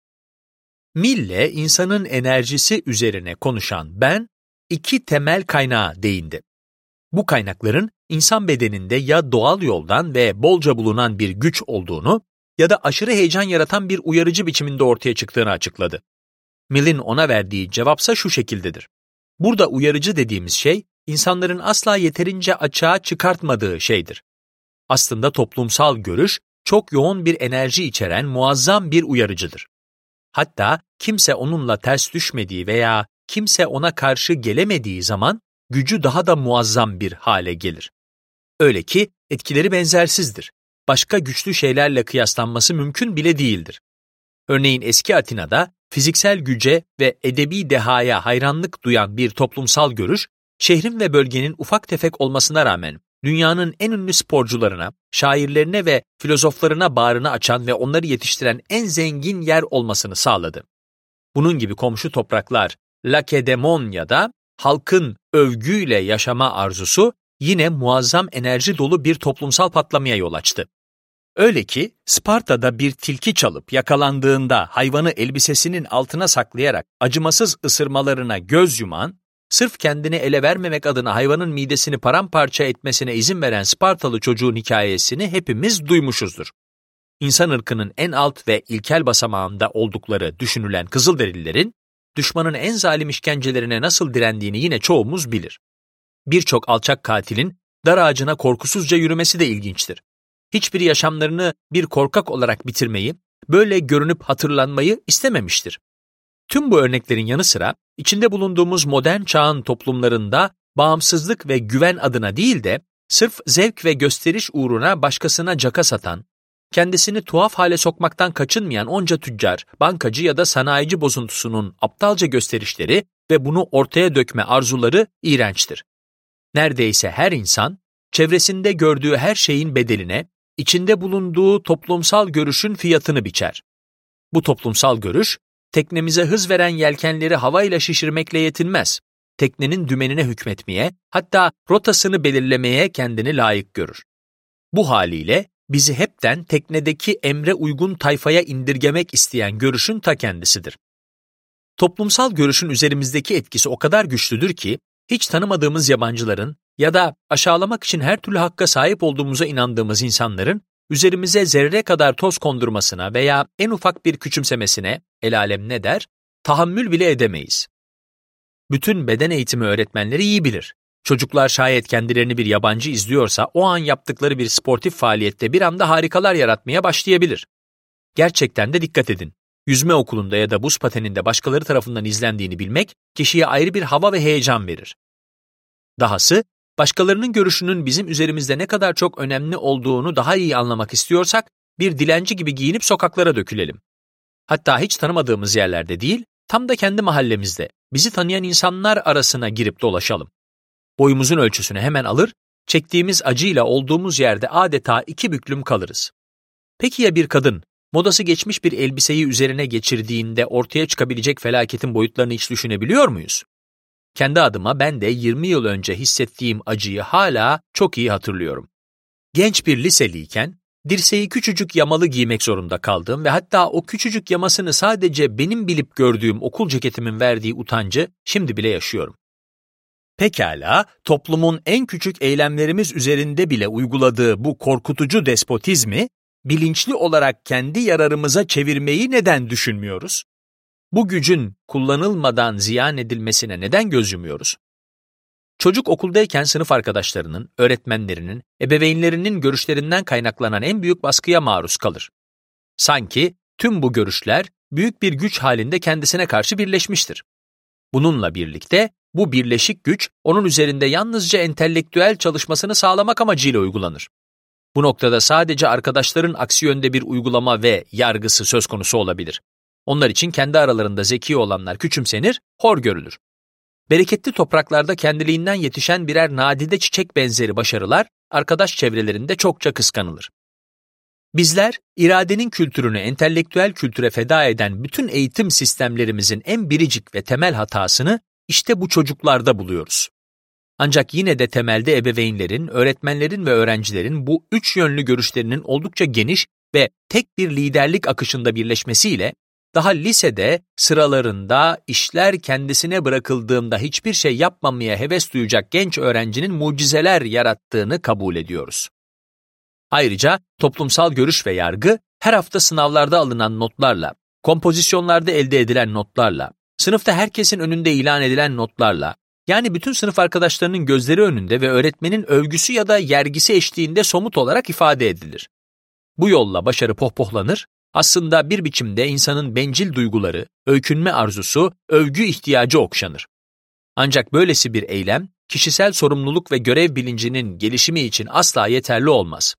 Mill'le insanın enerjisi üzerine konuşan Ben, iki temel kaynağa değindi. Bu kaynakların insan bedeninde ya doğal yoldan ve bolca bulunan bir güç olduğunu ya da aşırı heyecan yaratan bir uyarıcı biçiminde ortaya çıktığını açıkladı. Mill'in ona verdiği cevapsa şu şekildedir. Burada uyarıcı dediğimiz şey, insanların asla yeterince açığa çıkartmadığı şeydir. Aslında toplumsal görüş, çok yoğun bir enerji içeren muazzam bir uyarıcıdır. Hatta kimse onunla ters düşmediği veya kimse ona karşı gelemediği zaman gücü daha da muazzam bir hale gelir. Öyle ki etkileri benzersizdir. Başka güçlü şeylerle kıyaslanması mümkün bile değildir. Örneğin eski Atina'da fiziksel güce ve edebi dehaya hayranlık duyan bir toplumsal görüş, şehrin ve bölgenin ufak tefek olmasına rağmen dünyanın en ünlü sporcularına, şairlerine ve filozoflarına bağrını açan ve onları yetiştiren en zengin yer olmasını sağladı. Bunun gibi komşu topraklar, Lakedemonya'da halkın övgüyle yaşama arzusu yine muazzam enerji dolu bir toplumsal patlamaya yol açtı. Öyle ki Sparta'da bir tilki çalıp yakalandığında hayvanı elbisesinin altına saklayarak acımasız ısırmalarına göz yuman, sırf kendini ele vermemek adına hayvanın midesini paramparça etmesine izin veren Spartalı çocuğun hikayesini hepimiz duymuşuzdur. İnsan ırkının en alt ve ilkel basamağında oldukları düşünülen Kızılderililerin, düşmanın en zalim işkencelerine nasıl direndiğini yine çoğumuz bilir. Birçok alçak katilin dar ağacına korkusuzca yürümesi de ilginçtir. Hiçbiri yaşamlarını bir korkak olarak bitirmeyi, böyle görünüp hatırlanmayı istememiştir. Tüm bu örneklerin yanı sıra, içinde bulunduğumuz modern çağın toplumlarında bağımsızlık ve güven adına değil de, sırf zevk ve gösteriş uğruna başkasına caka satan, kendisini tuhaf hale sokmaktan kaçınmayan onca tüccar, bankacı ya da sanayici bozuntusunun aptalca gösterişleri ve bunu ortaya dökme arzuları iğrençtir. Neredeyse her insan, çevresinde gördüğü her şeyin bedeline, içinde bulunduğu toplumsal görüşün fiyatını biçer. Bu toplumsal görüş, teknemize hız veren yelkenleri havayla şişirmekle yetinmez. Teknenin dümenine hükmetmeye, hatta rotasını belirlemeye kendini layık görür. Bu haliyle bizi hepten teknedeki emre uygun tayfaya indirgemek isteyen görüşün ta kendisidir. Toplumsal görüşün üzerimizdeki etkisi o kadar güçlüdür ki, hiç tanımadığımız yabancıların ya da aşağılamak için her türlü hakka sahip olduğumuza inandığımız insanların üzerimize zerre kadar toz kondurmasına veya en ufak bir küçümsemesine, el alem ne der, tahammül bile edemeyiz. Bütün beden eğitimi öğretmenleri iyi bilir. Çocuklar şayet kendilerini bir yabancı izliyorsa o an yaptıkları bir sportif faaliyette bir anda harikalar yaratmaya başlayabilir. Gerçekten de dikkat edin. Yüzme okulunda ya da buz pateninde başkaları tarafından izlendiğini bilmek kişiye ayrı bir hava ve heyecan verir. Dahası, başkalarının görüşünün bizim üzerimizde ne kadar çok önemli olduğunu daha iyi anlamak istiyorsak, bir dilenci gibi giyinip sokaklara dökülelim. Hatta hiç tanımadığımız yerlerde değil, tam da kendi mahallemizde, bizi tanıyan insanlar arasına girip dolaşalım. Boyumuzun ölçüsünü hemen alır, çektiğimiz acıyla olduğumuz yerde adeta iki büklüm kalırız. Peki ya bir kadın, modası geçmiş bir elbiseyi üzerine geçirdiğinde ortaya çıkabilecek felaketin boyutlarını hiç düşünebiliyor muyuz? Kendi adıma ben de 20 yıl önce hissettiğim acıyı hala çok iyi hatırlıyorum. Genç bir liseliyken, dirseği küçücük yamalı giymek zorunda kaldığım ve hatta o küçücük yamasını sadece benim bilip gördüğüm okul ceketimin verdiği utancı şimdi bile yaşıyorum. Pekala, toplumun en küçük eylemlerimiz üzerinde bile uyguladığı bu korkutucu despotizmi, bilinçli olarak kendi yararımıza çevirmeyi neden düşünmüyoruz? Bu gücün kullanılmadan ziyan edilmesine neden göz yumuyoruz? Çocuk okuldayken sınıf arkadaşlarının, öğretmenlerinin, ebeveynlerinin görüşlerinden kaynaklanan en büyük baskıya maruz kalır. Sanki tüm bu görüşler büyük bir güç halinde kendisine karşı birleşmiştir. Bununla birlikte bu birleşik güç onun üzerinde yalnızca entelektüel çalışmasını sağlamak amacıyla uygulanır. Bu noktada sadece arkadaşların aksi yönde bir uygulama ve yargısı söz konusu olabilir. Onlar için kendi aralarında zeki olanlar küçümsenir, hor görülür. Bereketli topraklarda kendiliğinden yetişen birer nadide çiçek benzeri başarılar, arkadaş çevrelerinde çokça kıskanılır. Bizler, iradenin kültürünü entelektüel kültüre feda eden bütün eğitim sistemlerimizin en biricik ve temel hatasını işte bu çocuklarda buluyoruz. Ancak yine de temelde ebeveynlerin, öğretmenlerin ve öğrencilerin bu üç yönlü görüşlerinin oldukça geniş ve tek bir liderlik akışında birleşmesiyle, daha lisede sıralarında işler kendisine bırakıldığında hiçbir şey yapmamaya heves duyacak genç öğrencinin mucizeler yarattığını kabul ediyoruz. Ayrıca toplumsal görüş ve yargı her hafta sınavlarda alınan notlarla, kompozisyonlarda elde edilen notlarla, sınıfta herkesin önünde ilan edilen notlarla, yani bütün sınıf arkadaşlarının gözleri önünde ve öğretmenin övgüsü ya da yergisi eşliğinde somut olarak ifade edilir. Bu yolla başarı pohpohlanır, aslında bir biçimde insanın bencil duyguları, öykünme arzusu, övgü ihtiyacı okşanır. Ancak böylesi bir eylem, kişisel sorumluluk ve görev bilincinin gelişimi için asla yeterli olmaz.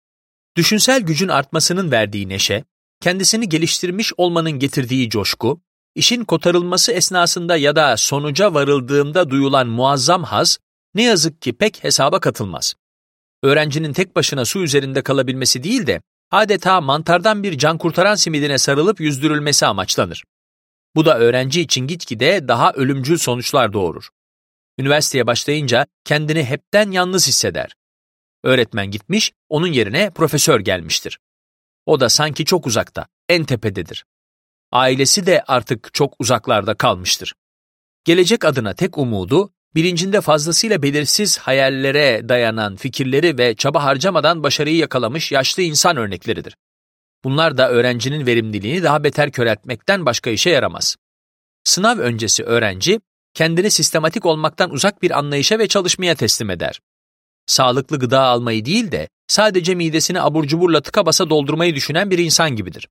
Düşünsel gücün artmasının verdiği neşe, kendisini geliştirmiş olmanın getirdiği coşku, işin kotarılması esnasında ya da sonuca varıldığında duyulan muazzam haz, ne yazık ki pek hesaba katılmaz. Öğrencinin tek başına su üzerinde kalabilmesi değil de, adeta mantardan bir can kurtaran simidine sarılıp yüzdürülmesi amaçlanır. Bu da öğrenci için gitgide daha ölümcül sonuçlar doğurur. Üniversiteye başlayınca kendini hepten yalnız hisseder. Öğretmen gitmiş, onun yerine profesör gelmiştir. O da sanki çok uzakta, en tepededir. Ailesi de artık çok uzaklarda kalmıştır. Gelecek adına tek umudu, bilincinde fazlasıyla belirsiz hayallere dayanan fikirleri ve çaba harcamadan başarıyı yakalamış yaşlı insan örnekleridir. Bunlar da öğrencinin verimliliğini daha beter köreltmekten başka işe yaramaz. Sınav öncesi öğrenci, kendini sistematik olmaktan uzak bir anlayışa ve çalışmaya teslim eder. Sağlıklı gıda almayı değil de sadece midesini abur cuburla tıka basa doldurmayı düşünen bir insan gibidir.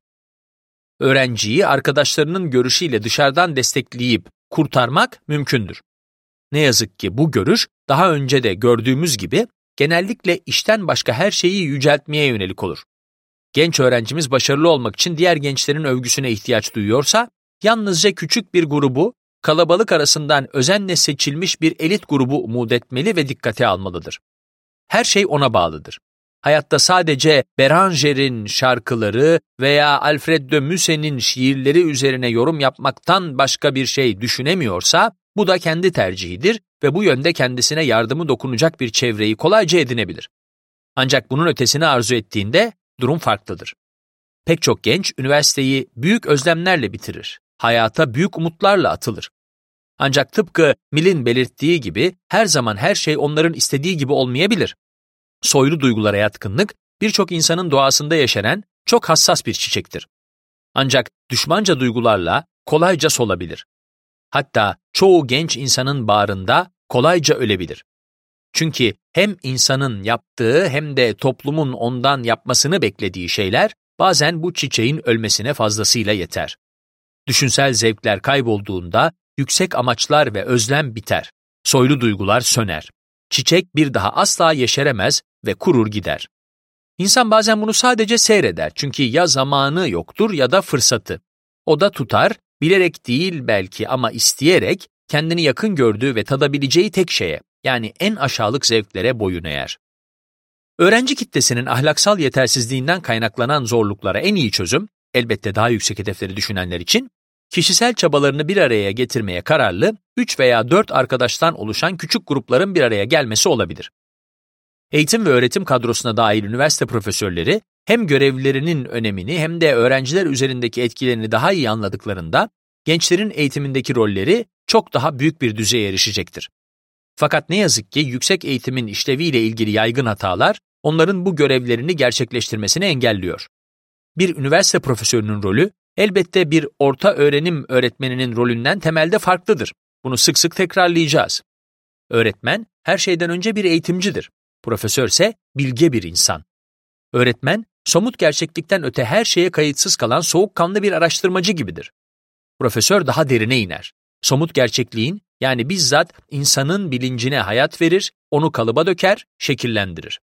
Öğrenciyi arkadaşlarının görüşüyle dışarıdan destekleyip kurtarmak mümkündür. Ne yazık ki bu görüş daha önce de gördüğümüz gibi genellikle işten başka her şeyi yüceltmeye yönelik olur. Genç öğrencimiz başarılı olmak için diğer gençlerin övgüsüne ihtiyaç duyuyorsa, yalnızca küçük bir grubu, kalabalık arasından özenle seçilmiş bir elit grubu umut etmeli ve dikkate almalıdır. Her şey ona bağlıdır. Hayatta sadece Béranger'in şarkıları veya Alfred de Musset'in şiirleri üzerine yorum yapmaktan başka bir şey düşünemiyorsa, bu da kendi tercihidir ve bu yönde kendisine yardımı dokunacak bir çevreyi kolayca edinebilir. Ancak bunun ötesini arzu ettiğinde durum farklıdır. Pek çok genç üniversiteyi büyük özlemlerle bitirir, hayata büyük umutlarla atılır. Ancak tıpkı Mill'in belirttiği gibi her zaman her şey onların istediği gibi olmayabilir. Soylu duygulara yatkınlık, birçok insanın doğasında yeşeren çok hassas bir çiçektir. Ancak düşmanca duygularla kolayca solabilir. Hatta çoğu genç insanın bağrında kolayca ölebilir. Çünkü hem insanın yaptığı hem de toplumun ondan yapmasını beklediği şeyler bazen bu çiçeğin ölmesine fazlasıyla yeter. Düşünsel zevkler kaybolduğunda yüksek amaçlar ve özlem biter. Soylu duygular söner. Çiçek bir daha asla yeşeremez ve kurur gider. İnsan bazen bunu sadece seyreder çünkü ya zamanı yoktur ya da fırsatı. O da tutar, bilerek değil belki ama isteyerek kendini yakın gördüğü ve tadabileceği tek şeye, yani en aşağılık zevklere boyun eğer. Öğrenci kitlesinin ahlaksal yetersizliğinden kaynaklanan zorluklara en iyi çözüm, elbette daha yüksek hedefleri düşünenler için, kişisel çabalarını bir araya getirmeye kararlı 3 veya 4 arkadaştan oluşan küçük grupların bir araya gelmesi olabilir. Eğitim ve öğretim kadrosuna dahil üniversite profesörleri hem görevlerinin önemini hem de öğrenciler üzerindeki etkilerini daha iyi anladıklarında gençlerin eğitimindeki rolleri çok daha büyük bir düzeye erişecektir. Fakat ne yazık ki yüksek eğitimin işleviyle ilgili yaygın hatalar onların bu görevlerini gerçekleştirmesini engelliyor. Bir üniversite profesörünün rolü elbette bir orta öğrenim öğretmeninin rolünden temelde farklıdır. Bunu sık sık tekrarlayacağız. Öğretmen her şeyden önce bir eğitimcidir. Profesörse bilge bir insan. Öğretmen, somut gerçeklikten öte her şeye kayıtsız kalan soğukkanlı bir araştırmacı gibidir. Profesör daha derine iner. Somut gerçekliğin, yani bizzat insanın bilincine hayat verir, onu kalıba döker, şekillendirir.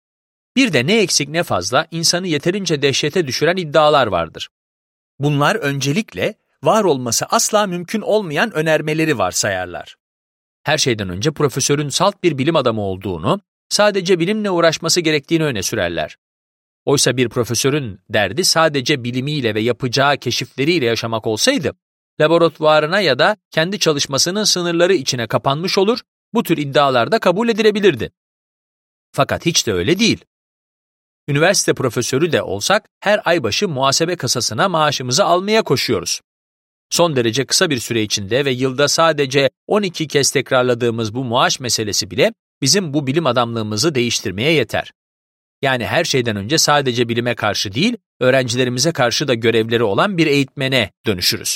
Bir de ne eksik ne fazla insanı yeterince dehşete düşüren iddialar vardır. Bunlar öncelikle var olması asla mümkün olmayan önermeleri varsayarlar. Her şeyden önce profesörün salt bir bilim adamı olduğunu, sadece bilimle uğraşması gerektiğini öne sürerler. Oysa bir profesörün derdi sadece bilimiyle ve yapacağı keşifleriyle yaşamak olsaydı, laboratuvarına ya da kendi çalışmasının sınırları içine kapanmış olur, bu tür iddialar da kabul edilebilirdi. Fakat hiç de öyle değil. Üniversite profesörü de olsak her ay başı muhasebe kasasına maaşımızı almaya koşuyoruz. Son derece kısa bir süre içinde ve yılda sadece 12 kez tekrarladığımız bu maaş meselesi bile bizim bu bilim adamlığımızı değiştirmeye yeter. Yani her şeyden önce sadece bilime karşı değil, öğrencilerimize karşı da görevleri olan bir eğitmene dönüşürüz.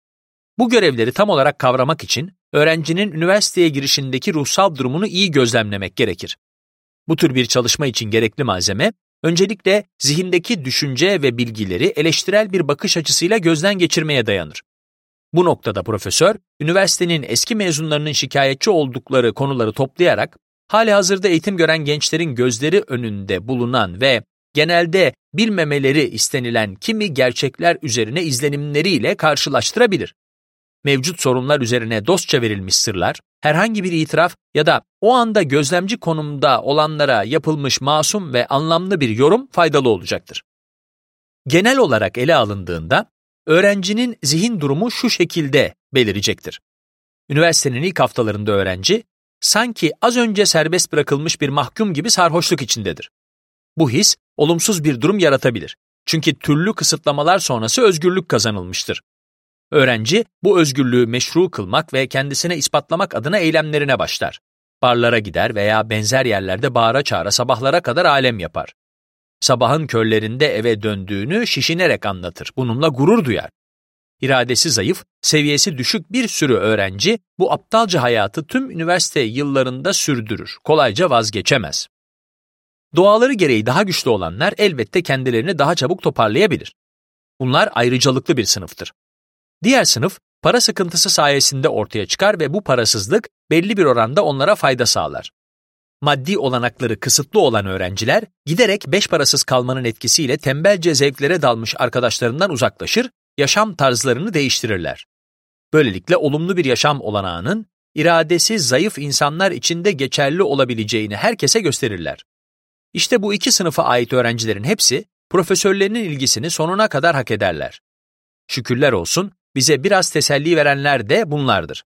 Bu görevleri tam olarak kavramak için öğrencinin üniversiteye girişindeki ruhsal durumunu iyi gözlemlemek gerekir. Bu tür bir çalışma için gerekli malzeme, öncelikle zihindeki düşünce ve bilgileri eleştirel bir bakış açısıyla gözden geçirmeye dayanır. Bu noktada profesör, üniversitenin eski mezunlarının şikayetçi oldukları konuları toplayarak, halihazırda eğitim gören gençlerin gözleri önünde bulunan ve genelde bilmemeleri istenilen kimi gerçekler üzerine izlenimleriyle karşılaştırabilir. Mevcut sorunlar üzerine dostça verilmiş sırlar, herhangi bir itiraf ya da o anda gözlemci konumda olanlara yapılmış masum ve anlamlı bir yorum faydalı olacaktır. Genel olarak ele alındığında, öğrencinin zihin durumu şu şekilde belirecektir. Üniversitenin ilk haftalarında öğrenci, sanki az önce serbest bırakılmış bir mahkum gibi sarhoşluk içindedir. Bu his, olumsuz bir durum yaratabilir. Çünkü türlü kısıtlamalar sonrası özgürlük kazanılmıştır. Öğrenci, bu özgürlüğü meşru kılmak ve kendisine ispatlamak adına eylemlerine başlar. Barlara gider veya benzer yerlerde bağıra çağıra sabahlara kadar alem yapar. Sabahın körlerinde eve döndüğünü şişinerek anlatır. Bununla gurur duyar. İradesi zayıf, seviyesi düşük bir sürü öğrenci bu aptalca hayatı tüm üniversite yıllarında sürdürür. Kolayca vazgeçemez. Doğaları gereği daha güçlü olanlar elbette kendilerini daha çabuk toparlayabilir. Bunlar ayrıcalıklı bir sınıftır. Diğer sınıf, para sıkıntısı sayesinde ortaya çıkar ve bu parasızlık belli bir oranda onlara fayda sağlar. Maddi olanakları kısıtlı olan öğrenciler, giderek beş parasız kalmanın etkisiyle tembelce zevklere dalmış arkadaşlarından uzaklaşır, yaşam tarzlarını değiştirirler. Böylelikle olumlu bir yaşam olanağının, iradesi zayıf insanlar için de geçerli olabileceğini herkese gösterirler. İşte bu iki sınıfa ait öğrencilerin hepsi, profesörlerinin ilgisini sonuna kadar hak ederler. Şükürler olsun, bize biraz teselli verenler de bunlardır.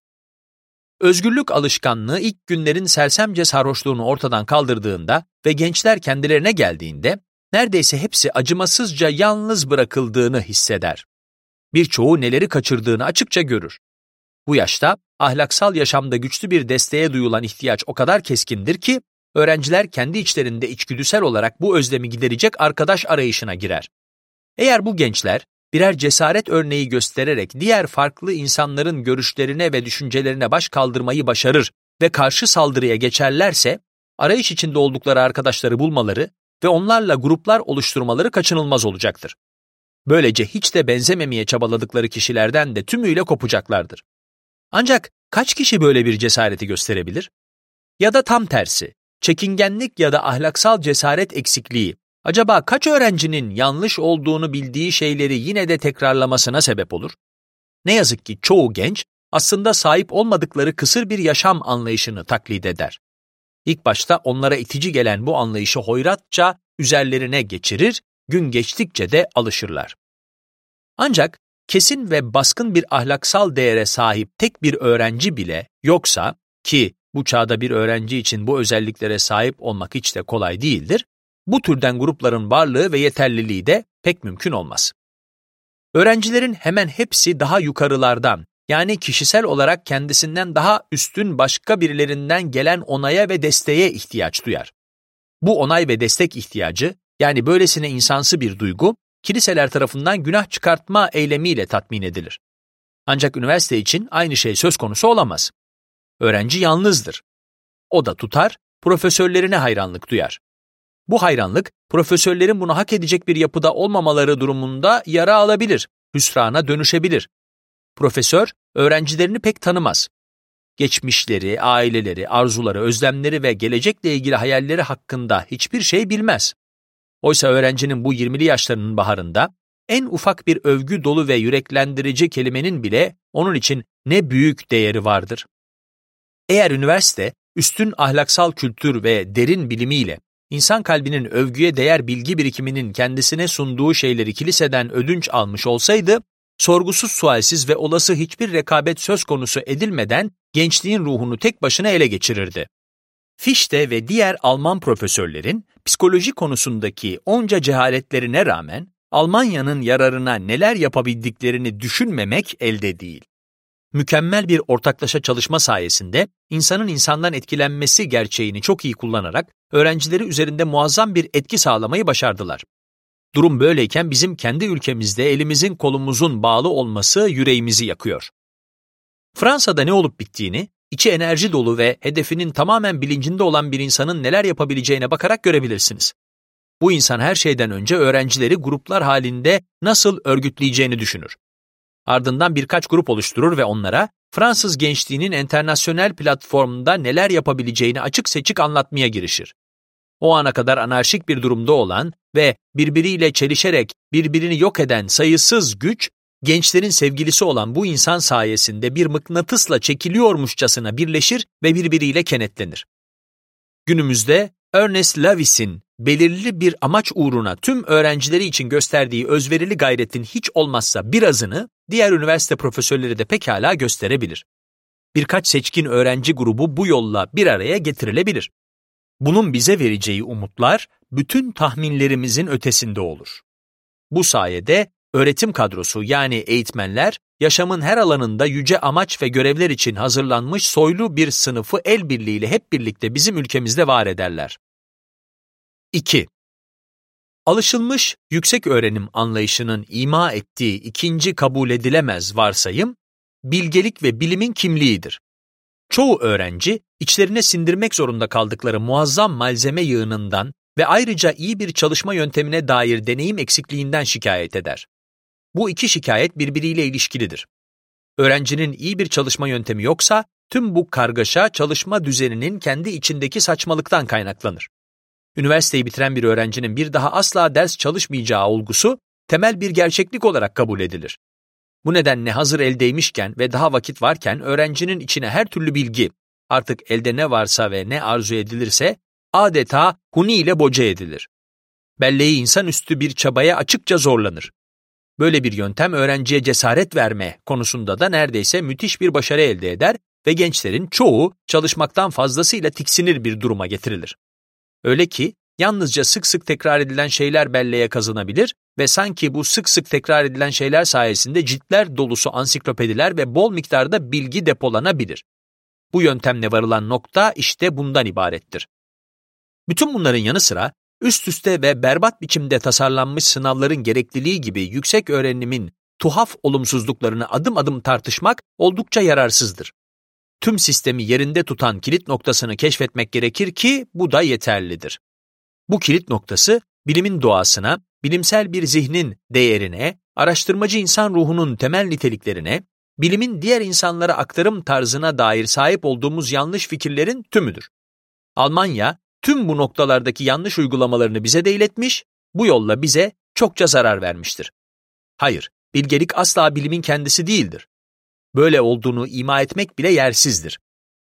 Özgürlük alışkanlığı ilk günlerin sersemce sarhoşluğunu ortadan kaldırdığında ve gençler kendilerine geldiğinde, neredeyse hepsi acımasızca yalnız bırakıldığını hisseder. Birçoğu neleri kaçırdığını açıkça görür. Bu yaşta ahlaksal yaşamda güçlü bir desteğe duyulan ihtiyaç o kadar keskindir ki, öğrenciler kendi içlerinde içgüdüsel olarak bu özlemi giderecek arkadaş arayışına girer. Eğer bu gençler birer cesaret örneği göstererek diğer farklı insanların görüşlerine ve düşüncelerine baş kaldırmayı başarır ve karşı saldırıya geçerlerse, arayış içinde oldukları arkadaşları bulmaları ve onlarla gruplar oluşturmaları kaçınılmaz olacaktır. Böylece hiç de benzememeye çabaladıkları kişilerden de tümüyle kopacaklardır. Ancak kaç kişi böyle bir cesareti gösterebilir? Ya da tam tersi, çekingenlik ya da ahlaksal cesaret eksikliği, acaba kaç öğrencinin yanlış olduğunu bildiği şeyleri yine de tekrarlamasına sebep olur? Ne yazık ki çoğu genç, aslında sahip olmadıkları kısır bir yaşam anlayışını taklit eder. İlk başta onlara itici gelen bu anlayışı hoyratça üzerlerine geçirir, gün geçtikçe de alışırlar. Ancak kesin ve baskın bir ahlaksal değere sahip tek bir öğrenci bile yoksa, ki bu çağda bir öğrenci için bu özelliklere sahip olmak hiç de kolay değildir, bu türden grupların varlığı ve yeterliliği de pek mümkün olmaz. Öğrencilerin hemen hepsi daha yukarılardan, yani kişisel olarak kendisinden daha üstün başka birilerinden gelen onaya ve desteğe ihtiyaç duyar. Bu onay ve destek ihtiyacı, yani böylesine insansı bir duygu, kiliseler tarafından günah çıkartma eylemiyle tatmin edilir. Ancak üniversite için aynı şey söz konusu olamaz. Öğrenci yalnızdır. O da tutar, profesörlerine hayranlık duyar. Bu hayranlık, profesörlerin bunu hak edecek bir yapıda olmamaları durumunda yara alabilir, hüsrana dönüşebilir. Profesör, öğrencilerini pek tanımaz. Geçmişleri, aileleri, arzuları, özlemleri ve gelecekle ilgili hayalleri hakkında hiçbir şey bilmez. Oysa öğrencinin bu 20'li yaşlarının baharında, en ufak bir övgü dolu ve yüreklendirici kelimenin bile onun için ne büyük değeri vardır. Eğer üniversite, üstün ahlaksal kültür ve derin bilimiyle, insan kalbinin övgüye değer bilgi birikiminin kendisine sunduğu şeyleri kiliseden ödünç almış olsaydı, sorgusuz sualsiz ve olası hiçbir rekabet söz konusu edilmeden gençliğin ruhunu tek başına ele geçirirdi. Fichte ve diğer Alman profesörlerin psikoloji konusundaki onca cehaletlerine rağmen Almanya'nın yararına neler yapabildiklerini düşünmemek elde değil. Mükemmel bir ortaklaşa çalışma sayesinde insanın insandan etkilenmesi gerçeğini çok iyi kullanarak öğrencileri üzerinde muazzam bir etki sağlamayı başardılar. Durum böyleyken bizim kendi ülkemizde elimizin kolumuzun bağlı olması yüreğimizi yakıyor. Fransa'da ne olup bittiğini, içi enerji dolu ve hedefinin tamamen bilincinde olan bir insanın neler yapabileceğine bakarak görebilirsiniz. Bu insan her şeyden önce öğrencileri gruplar halinde nasıl örgütleyeceğini düşünür. Ardından birkaç grup oluşturur ve onlara Fransız gençliğinin enternasyonel platformunda neler yapabileceğini açık seçik anlatmaya girişir. O ana kadar anarşik bir durumda olan ve birbiriyle çelişerek birbirini yok eden sayısız güç, gençlerin sevgilisi olan bu insan sayesinde bir mıknatısla çekiliyormuşçasına birleşir ve birbiriyle kenetlenir. Günümüzde Ernest Lewis'in belirli bir amaç uğruna tüm öğrencileri için gösterdiği özverili gayretin hiç olmazsa birazını diğer üniversite profesörleri de pekala gösterebilir. Birkaç seçkin öğrenci grubu bu yolla bir araya getirilebilir. Bunun bize vereceği umutlar bütün tahminlerimizin ötesinde olur. Bu sayede öğretim kadrosu yani eğitmenler yaşamın her alanında yüce amaç ve görevler için hazırlanmış soylu bir sınıfı el birliğiyle hep birlikte bizim ülkemizde var ederler. 2. Alışılmış yüksek öğrenim anlayışının ima ettiği ikinci kabul edilemez varsayım, bilgelik ve bilimin kimliğidir. Çoğu öğrenci, içlerine sindirmek zorunda kaldıkları muazzam malzeme yığınından ve ayrıca iyi bir çalışma yöntemine dair deneyim eksikliğinden şikayet eder. Bu iki şikayet birbiriyle ilişkilidir. Öğrencinin iyi bir çalışma yöntemi yoksa, tüm bu kargaşa çalışma düzeninin kendi içindeki saçmalıktan kaynaklanır. Üniversiteyi bitiren bir öğrencinin bir daha asla ders çalışmayacağı olgusu, temel bir gerçeklik olarak kabul edilir. Bu nedenle hazır eldeymişken ve daha vakit varken öğrencinin içine her türlü bilgi, artık elde ne varsa ve ne arzu edilirse, adeta huni ile boca edilir. Belleği insanüstü bir çabaya açıkça zorlanır. Böyle bir yöntem öğrenciye cesaret verme konusunda da neredeyse müthiş bir başarı elde eder ve gençlerin çoğu çalışmaktan fazlasıyla tiksinir bir duruma getirilir. Öyle ki yalnızca sık sık tekrar edilen şeyler belleğe kazanabilir ve sanki bu sık sık tekrar edilen şeyler sayesinde ciltler dolusu ansiklopediler ve bol miktarda bilgi depolanabilir. Bu yöntemle varılan nokta işte bundan ibarettir. Bütün bunların yanı sıra üst üste ve berbat biçimde tasarlanmış sınavların gerekliliği gibi yüksek öğrenimin tuhaf olumsuzluklarını adım adım tartışmak oldukça yararsızdır. Tüm sistemi yerinde tutan kilit noktasını keşfetmek gerekir ki bu da yeterlidir. Bu kilit noktası bilimin doğasına, bilimsel bir zihnin değerine, araştırmacı insan ruhunun temel niteliklerine, bilimin diğer insanlara aktarım tarzına dair sahip olduğumuz yanlış fikirlerin tümüdür. Almanya tüm bu noktalardaki yanlış uygulamalarını bize de iletmiş, bu yolla bize çokça zarar vermiştir. Hayır, bilgelik asla bilimin kendisi değildir. Böyle olduğunu ima etmek bile yersizdir.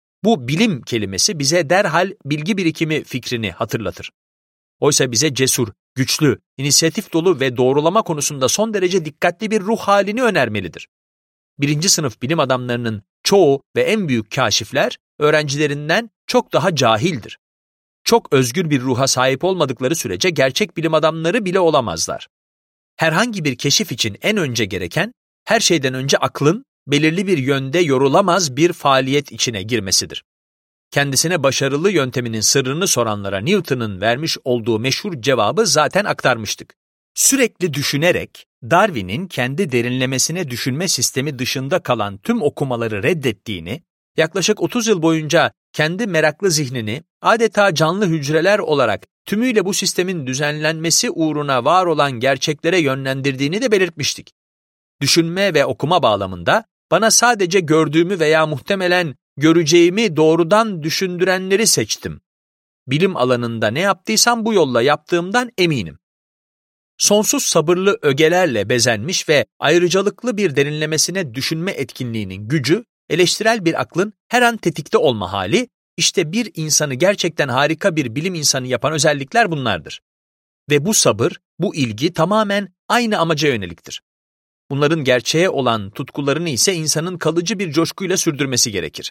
Bu bilim kelimesi bize derhal bilgi birikimi fikrini hatırlatır. Oysa bize cesur, güçlü, inisiyatif dolu ve doğrulama konusunda son derece dikkatli bir ruh halini önermelidir. Birinci sınıf bilim adamlarının çoğu ve en büyük kâşifler öğrencilerinden çok daha cahildir. Çok özgür bir ruha sahip olmadıkları sürece gerçek bilim adamları bile olamazlar. Herhangi bir keşif için en önce gereken, her şeyden önce aklın belirli bir yönde yorulamaz bir faaliyet içine girmesidir. Kendisine başarılı yönteminin sırrını soranlara Newton'un vermiş olduğu meşhur cevabı zaten aktarmıştık. Sürekli düşünerek, Darwin'in kendi derinlemesine düşünme sistemi dışında kalan tüm okumaları reddettiğini, yaklaşık 30 yıl boyunca kendi meraklı zihnini adeta canlı hücreler olarak tümüyle bu sistemin düzenlenmesi uğruna var olan gerçeklere yönlendirdiğini de belirtmiştik. Düşünme ve okuma bağlamında bana sadece gördüğümü veya muhtemelen göreceğimi doğrudan düşündürenleri seçtim. Bilim alanında ne yaptıysam bu yolla yaptığımdan eminim. Sonsuz sabırlı ögelerle bezenmiş ve ayrıcalıklı bir derinlemesine düşünme etkinliğinin gücü, eleştirel bir aklın her an tetikte olma hali, işte bir insanı gerçekten harika bir bilim insanı yapan özellikler bunlardır. Ve bu sabır, bu ilgi tamamen aynı amaca yöneliktir. Bunların gerçeğe olan tutkularını ise insanın kalıcı bir coşkuyla sürdürmesi gerekir.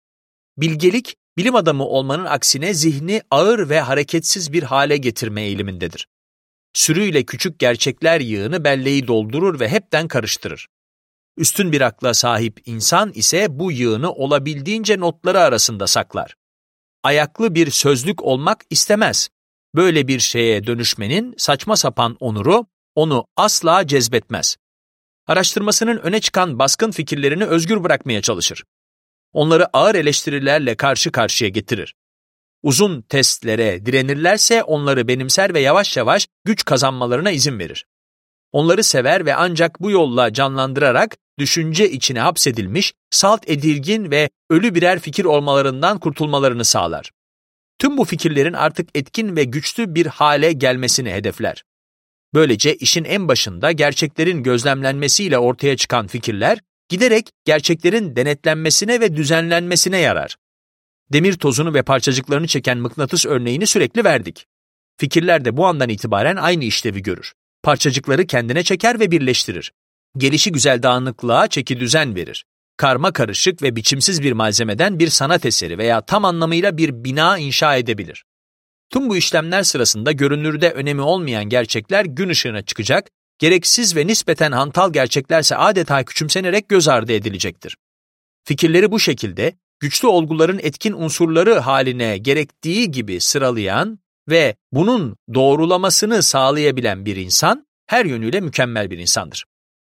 Bilgelik, bilim adamı olmanın aksine zihni ağır ve hareketsiz bir hale getirme eğilimindedir. Sürüyle küçük gerçekler yığını belleği doldurur ve hepten karıştırır. Üstün bir akla sahip insan ise bu yığını olabildiğince notları arasında saklar. Ayaklı bir sözlük olmak istemez. Böyle bir şeye dönüşmenin saçma sapan onuru onu asla cezbetmez. Araştırmasının öne çıkan baskın fikirlerini özgür bırakmaya çalışır. Onları ağır eleştirilerle karşı karşıya getirir. Uzun testlere direnirlerse onları benimser ve yavaş yavaş güç kazanmalarına izin verir. Onları sever ve ancak bu yolla canlandırarak düşünce içine hapsedilmiş, salt edilgin ve ölü birer fikir olmalarından kurtulmalarını sağlar. Tüm bu fikirlerin artık etkin ve güçlü bir hale gelmesini hedefler. Böylece işin en başında gerçeklerin gözlemlenmesiyle ortaya çıkan fikirler, giderek gerçeklerin denetlenmesine ve düzenlenmesine yarar. Demir tozunu ve parçacıklarını çeken mıknatıs örneğini sürekli verdik. Fikirler de bu andan itibaren aynı işlevi görür. Parçacıkları kendine çeker ve birleştirir. Gelişigüzel dağınıklığa çekidüzen verir. Karma karışık ve biçimsiz bir malzemeden bir sanat eseri veya tam anlamıyla bir bina inşa edebilir. Tüm bu işlemler sırasında görünürde önemi olmayan gerçekler gün ışığına çıkacak, gereksiz ve nispeten hantal gerçeklerse adeta küçümsenerek göz ardı edilecektir. Fikirleri bu şekilde, güçlü olguların etkin unsurları haline gerektiği gibi sıralayan ve bunun doğrulamasını sağlayabilen bir insan, her yönüyle mükemmel bir insandır.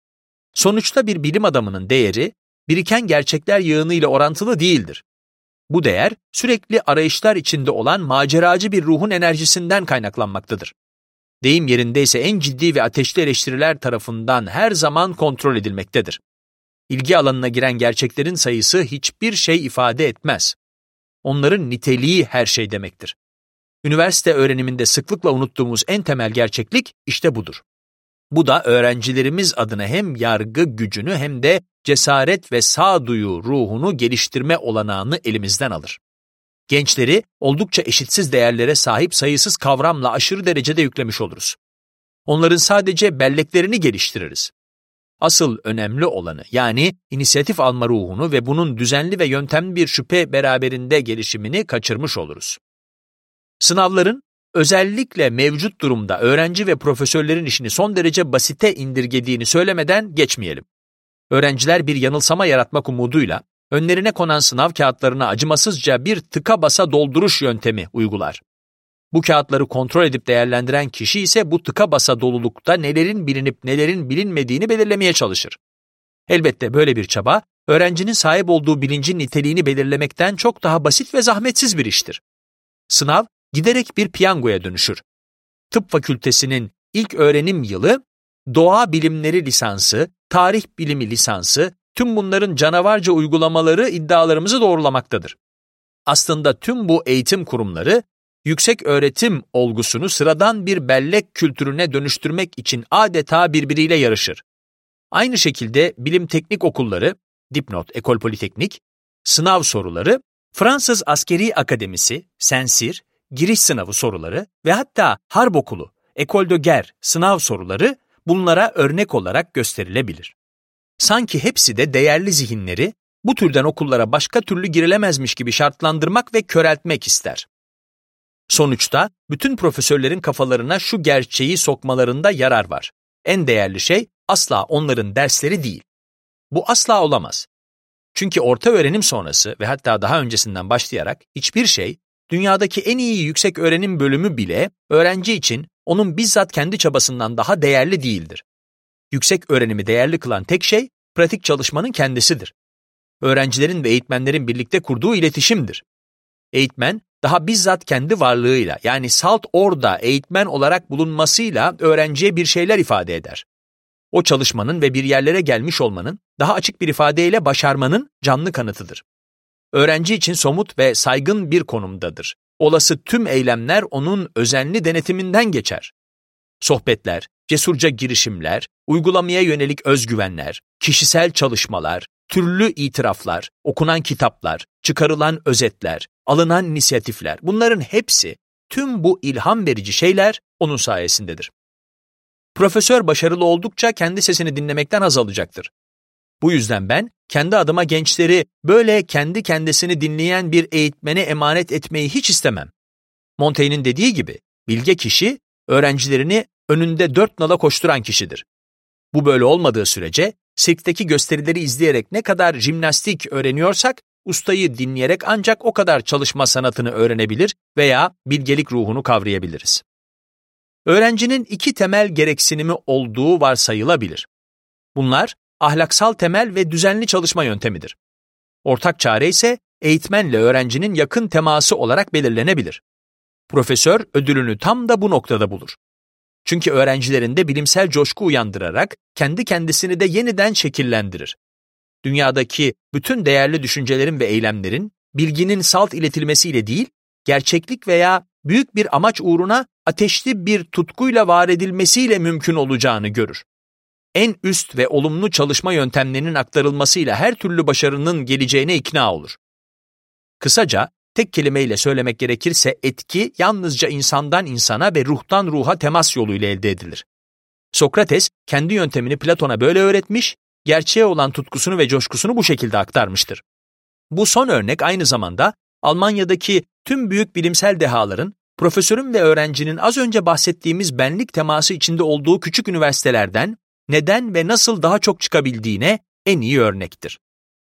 Sonuçta bir bilim adamının değeri, biriken gerçekler yığınıyla orantılı değildir. Bu değer, sürekli arayışlar içinde olan maceracı bir ruhun enerjisinden kaynaklanmaktadır. Deyim yerindeyse en ciddi ve ateşli eleştiriler tarafından her zaman kontrol edilmektedir. İlgi alanına giren gerçeklerin sayısı hiçbir şey ifade etmez. Onların niteliği her şey demektir. Üniversite öğreniminde sıklıkla unuttuğumuz en temel gerçeklik işte budur. Bu da öğrencilerimiz adına hem yargı gücünü hem de cesaret ve sağduyu ruhunu geliştirme olanağını elimizden alır. Gençleri oldukça eşitsiz değerlere sahip sayısız kavramla aşırı derecede yüklemiş oluruz. Onların sadece belleklerini geliştiririz. Asıl önemli olanı yani inisiyatif alma ruhunu ve bunun düzenli ve yöntemli bir şüphe beraberinde gelişimini kaçırmış oluruz. Sınavların özellikle mevcut durumda öğrenci ve profesörlerin işini son derece basite indirgediğini söylemeden geçmeyelim. Öğrenciler bir yanılsama yaratmak umuduyla önlerine konan sınav kağıtlarına acımasızca bir tıka basa dolduruş yöntemi uygular. Bu kağıtları kontrol edip değerlendiren kişi ise bu tıka basa dolulukta nelerin bilinip nelerin bilinmediğini belirlemeye çalışır. Elbette böyle bir çaba, öğrencinin sahip olduğu bilincin niteliğini belirlemekten çok daha basit ve zahmetsiz bir iştir. Sınav, giderek bir piyangoya dönüşür. Tıp fakültesinin ilk öğrenim yılı, doğa bilimleri lisansı, tarih bilimi lisansı, tüm bunların canavarca uygulamaları iddialarımızı doğrulamaktadır. Aslında tüm bu eğitim kurumları, yüksek öğretim olgusunu sıradan bir bellek kültürüne dönüştürmek için adeta birbiriyle yarışır. Aynı şekilde bilim teknik okulları, dipnot, École Polytechnique, sınav soruları, Fransız Askeri Akademisi, Saint-Cyr, giriş sınavı soruları ve hatta Harp Okulu, École de Guerre sınav soruları bunlara örnek olarak gösterilebilir. Sanki hepsi de değerli zihinleri bu türden okullara başka türlü girilemezmiş gibi şartlandırmak ve köreltmek ister. Sonuçta bütün profesörlerin kafalarına şu gerçeği sokmalarında yarar var. En değerli şey asla onların dersleri değil. Bu asla olamaz. Çünkü orta öğrenim sonrası ve hatta daha öncesinden başlayarak hiçbir şey, dünyadaki en iyi yüksek öğrenim bölümü bile öğrenci için onun bizzat kendi çabasından daha değerli değildir. Yüksek öğrenimi değerli kılan tek şey, pratik çalışmanın kendisidir. Öğrencilerin ve eğitmenlerin birlikte kurduğu iletişimdir. Eğitmen, daha bizzat kendi varlığıyla, yani salt orada eğitmen olarak bulunmasıyla öğrenciye bir şeyler ifade eder. O çalışmanın ve bir yerlere gelmiş olmanın, daha açık bir ifadeyle başarmanın canlı kanıtıdır. Öğrenci için somut ve saygın bir konumdadır. Olası tüm eylemler onun özenli denetiminden geçer. Sohbetler, cesurca girişimler, uygulamaya yönelik özgüvenler, kişisel çalışmalar, türlü itiraflar, okunan kitaplar, çıkarılan özetler, alınan inisiyatifler, bunların hepsi, tüm bu ilham verici şeyler onun sayesindedir. Profesör başarılı oldukça kendi sesini dinlemekten haz alacaktır. Bu yüzden ben, kendi adıma gençleri böyle kendi kendisini dinleyen bir eğitmene emanet etmeyi hiç istemem. Montaigne'in dediği gibi, bilge kişi, öğrencilerini önünde 4 nala koşturan kişidir. Bu böyle olmadığı sürece, sirkteki gösterileri izleyerek ne kadar jimnastik öğreniyorsak, ustayı dinleyerek ancak o kadar çalışma sanatını öğrenebilir veya bilgelik ruhunu kavrayabiliriz. Öğrencinin 2 temel gereksinimi olduğu varsayılabilir. Bunlar, ahlaksal temel ve düzenli çalışma yöntemidir. Ortak çare ise eğitmenle öğrencinin yakın teması olarak belirlenebilir. Profesör ödülünü tam da bu noktada bulur. Çünkü öğrencilerinde bilimsel coşku uyandırarak kendi kendisini de yeniden şekillendirir. Dünyadaki bütün değerli düşüncelerin ve eylemlerin bilginin salt iletilmesiyle değil, gerçeklik veya büyük bir amaç uğruna ateşli bir tutkuyla var edilmesiyle mümkün olacağını görür. En üst ve olumlu çalışma yöntemlerinin aktarılmasıyla her türlü başarının geleceğine ikna olur. Kısaca, tek kelimeyle söylemek gerekirse etki yalnızca insandan insana ve ruhtan ruha temas yoluyla elde edilir. Sokrates kendi yöntemini Platon'a böyle öğretmiş, gerçeğe olan tutkusunu ve coşkusunu bu şekilde aktarmıştır. Bu son örnek aynı zamanda Almanya'daki tüm büyük bilimsel dehaların, profesörün ve öğrencinin az önce bahsettiğimiz benlik teması içinde olduğu küçük üniversitelerden neden ve nasıl daha çok çıkabildiğine en iyi örnektir.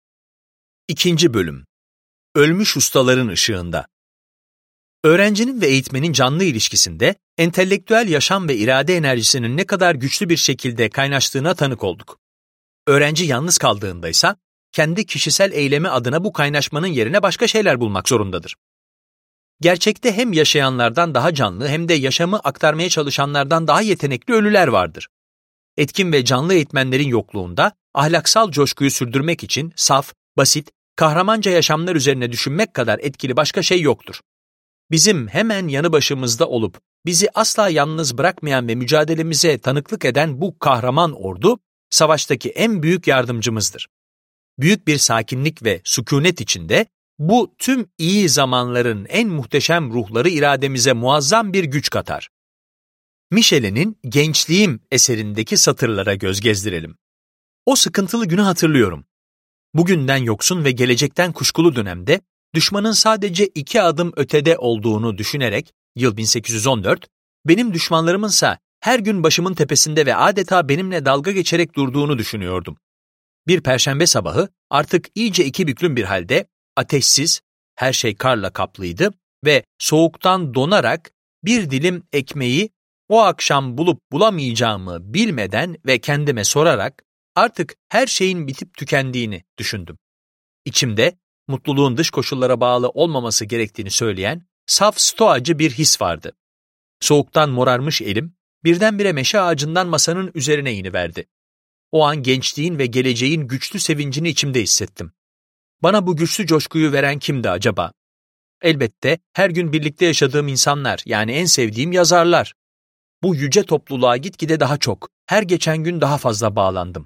2. Bölüm. Ölmüş ustaların ışığında. Öğrencinin ve eğitmenin canlı ilişkisinde entelektüel yaşam ve irade enerjisinin ne kadar güçlü bir şekilde kaynaştığına tanık olduk. Öğrenci yalnız kaldığında ise kendi kişisel eylemi adına bu kaynaşmanın yerine başka şeyler bulmak zorundadır. Gerçekte hem yaşayanlardan daha canlı hem de yaşamı aktarmaya çalışanlardan daha yetenekli ölüler vardır. Etkin ve canlı eğitmenlerin yokluğunda ahlaksal coşkuyu sürdürmek için saf, basit, kahramanca yaşamlar üzerine düşünmek kadar etkili başka şey yoktur. Bizim hemen yanı başımızda olup bizi asla yalnız bırakmayan ve mücadelemize tanıklık eden bu kahraman ordu, savaştaki en büyük yardımcımızdır. Büyük bir sakinlik ve sükunet içinde bu tüm iyi zamanların en muhteşem ruhları irademize muazzam bir güç katar. Michelet'in Gençliğim eserindeki satırlara göz gezdirelim. O sıkıntılı günü hatırlıyorum. Bugünden yoksun ve gelecekten kuşkulu dönemde düşmanın sadece 2 adım ötede olduğunu düşünerek, yıl 1814, benim düşmanlarımınsa her gün başımın tepesinde ve adeta benimle dalga geçerek durduğunu düşünüyordum. Bir perşembe sabahı artık iyice iki büklüm bir halde, ateşsiz, her şey karla kaplıydı ve soğuktan donarak bir dilim ekmeği o akşam bulup bulamayacağımı bilmeden ve kendime sorarak artık her şeyin bitip tükendiğini düşündüm. İçimde mutluluğun dış koşullara bağlı olmaması gerektiğini söyleyen saf stoacı bir his vardı. Soğuktan morarmış elim birdenbire meşe ağacından masanın üzerine iniverdi. O an gençliğin ve geleceğin güçlü sevincini içimde hissettim. Bana bu güçlü coşkuyu veren kimdi acaba? Elbette her gün birlikte yaşadığım insanlar, yani en sevdiğim yazarlar. Bu yüce topluluğa gitgide daha çok, her geçen gün daha fazla bağlandım.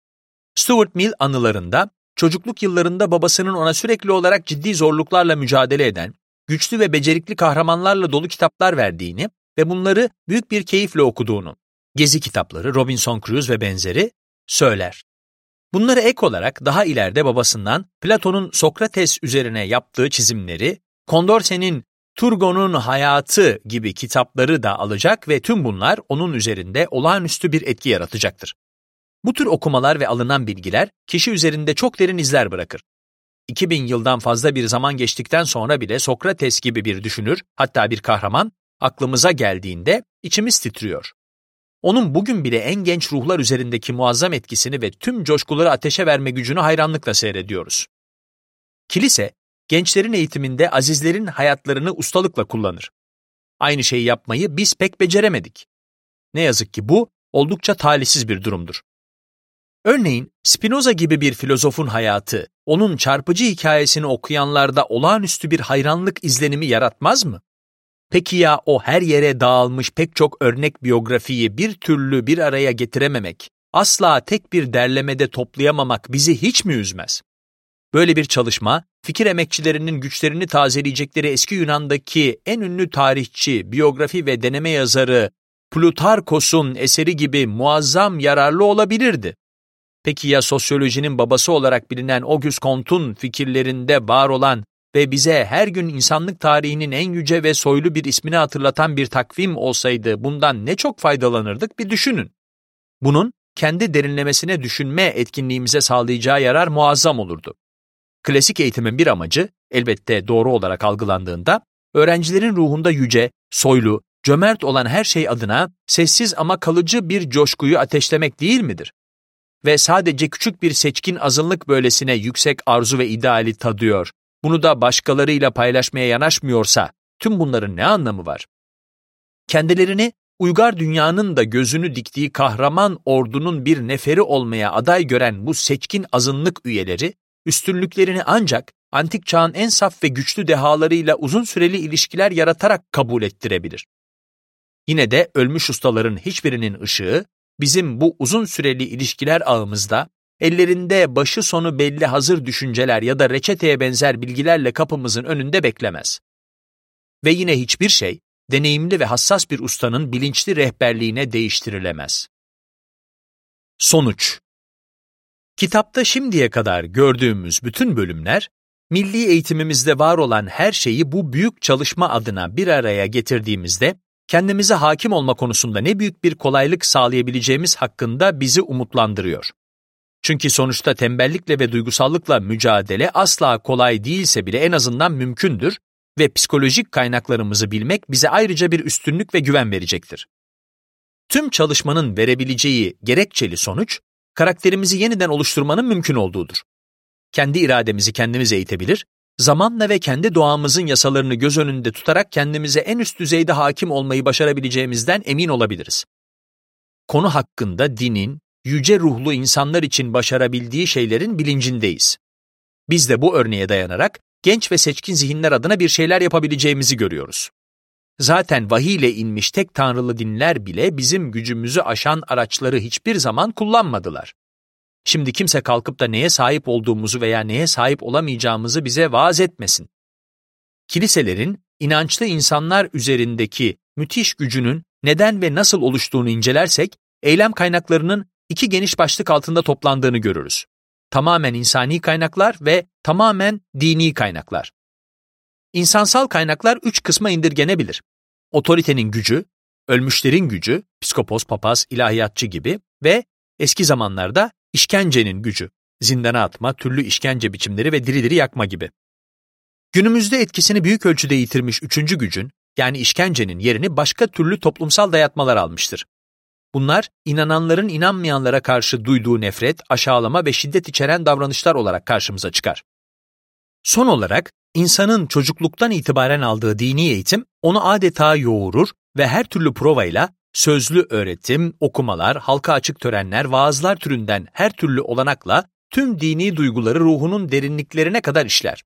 Stuart Mill anılarında, çocukluk yıllarında babasının ona sürekli olarak ciddi zorluklarla mücadele eden, güçlü ve becerikli kahramanlarla dolu kitaplar verdiğini ve bunları büyük bir keyifle okuduğunu, gezi kitapları, Robinson Crusoe ve benzeri, söyler. Bunları ek olarak daha ileride babasından Platon'un Sokrates üzerine yaptığı çizimleri, Condorcet'in Turgon'un Hayatı gibi kitapları da alacak ve tüm bunlar onun üzerinde olağanüstü bir etki yaratacaktır. Bu tür okumalar ve alınan bilgiler kişi üzerinde çok derin izler bırakır. 2000 yıldan fazla bir zaman geçtikten sonra bile Sokrates gibi bir düşünür, hatta bir kahraman, aklımıza geldiğinde içimiz titriyor. Onun bugün bile en genç ruhlar üzerindeki muazzam etkisini ve tüm coşkuları ateşe verme gücünü hayranlıkla seyrediyoruz. Kilise, gençlerin eğitiminde azizlerin hayatlarını ustalıkla kullanır. Aynı şeyi yapmayı biz pek beceremedik. Ne yazık ki bu, oldukça talihsiz bir durumdur. Örneğin, Spinoza gibi bir filozofun hayatı, onun çarpıcı hikayesini okuyanlarda olağanüstü bir hayranlık izlenimi yaratmaz mı? Peki ya o her yere dağılmış pek çok örnek biyografiyi bir türlü bir araya getirememek, asla tek bir derlemede toplayamamak bizi hiç mi üzmez? Böyle bir çalışma, fikir emekçilerinin güçlerini tazeleyecekleri eski Yunan'daki en ünlü tarihçi, biyografi ve deneme yazarı Plutarkos'un eseri gibi muazzam yararlı olabilirdi. Peki ya sosyolojinin babası olarak bilinen Auguste Comte'un fikirlerinde var olan ve bize her gün insanlık tarihinin en yüce ve soylu bir ismini hatırlatan bir takvim olsaydı bundan ne çok faydalanırdık bir düşünün. Bunun kendi derinlemesine düşünme etkinliğimize sağlayacağı yarar muazzam olurdu. Klasik eğitimin bir amacı, elbette doğru olarak algılandığında, öğrencilerin ruhunda yüce, soylu, cömert olan her şey adına sessiz ama kalıcı bir coşkuyu ateşlemek değil midir? Ve sadece küçük bir seçkin azınlık böylesine yüksek arzu ve ideali tadıyor, bunu da başkalarıyla paylaşmaya yanaşmıyorsa, tüm bunların ne anlamı var? Kendilerini uygar dünyanın da gözünü diktiği kahraman ordunun bir neferi olmaya aday gören bu seçkin azınlık üyeleri, üstünlüklerini ancak antik çağın en saf ve güçlü dehalarıyla uzun süreli ilişkiler yaratarak kabul ettirebilir. Yine de ölmüş ustaların hiçbirinin ışığı, bizim bu uzun süreli ilişkiler ağımızda, ellerinde başı sonu belli hazır düşünceler ya da reçeteye benzer bilgilerle kapımızın önünde beklemez. Ve yine hiçbir şey, deneyimli ve hassas bir ustanın bilinçli rehberliğine değiştirilemez. Sonuç: kitapta şimdiye kadar gördüğümüz bütün bölümler, milli eğitimimizde var olan her şeyi bu büyük çalışma adına bir araya getirdiğimizde, kendimize hakim olma konusunda ne büyük bir kolaylık sağlayabileceğimiz hakkında bizi umutlandırıyor. Çünkü sonuçta tembellikle ve duygusallıkla mücadele asla kolay değilse bile en azından mümkündür ve psikolojik kaynaklarımızı bilmek bize ayrıca bir üstünlük ve güven verecektir. Tüm çalışmanın verebileceği gerekçeli sonuç, karakterimizi yeniden oluşturmanın mümkün olduğudur. Kendi irademizi kendimiz eğitebilir, zamanla ve kendi doğamızın yasalarını göz önünde tutarak kendimize en üst düzeyde hakim olmayı başarabileceğimizden emin olabiliriz. Konu hakkında dinin, yüce ruhlu insanlar için başarabildiği şeylerin bilincindeyiz. Biz de bu örneğe dayanarak genç ve seçkin zihinler adına bir şeyler yapabileceğimizi görüyoruz. Zaten vahiy ile inmiş tek tanrılı dinler bile bizim gücümüzü aşan araçları hiçbir zaman kullanmadılar. Şimdi kimse kalkıp da neye sahip olduğumuzu veya neye sahip olamayacağımızı bize vaaz etmesin. Kiliselerin, inançlı insanlar üzerindeki müthiş gücünün neden ve nasıl oluştuğunu incelersek, eylem kaynaklarının iki geniş başlık altında toplandığını görürüz. Tamamen insani kaynaklar ve tamamen dini kaynaklar. İnsansal kaynaklar üç kısma indirgenebilir. Otoritenin gücü, ölmüşlerin gücü, psikopos, papaz, ilahiyatçı gibi ve eski zamanlarda işkencenin gücü, zindana atma, türlü işkence biçimleri ve diri diri yakma gibi. Günümüzde etkisini büyük ölçüde yitirmiş üçüncü gücün, yani işkencenin yerini başka türlü toplumsal dayatmalar almıştır. Bunlar, inananların inanmayanlara karşı duyduğu nefret, aşağılama ve şiddet içeren davranışlar olarak karşımıza çıkar. Son olarak, insanın çocukluktan itibaren aldığı dini eğitim, onu adeta yoğurur ve her türlü provayla, sözlü öğretim, okumalar, halka açık törenler, vaazlar türünden her türlü olanakla tüm dini duyguları ruhunun derinliklerine kadar işler.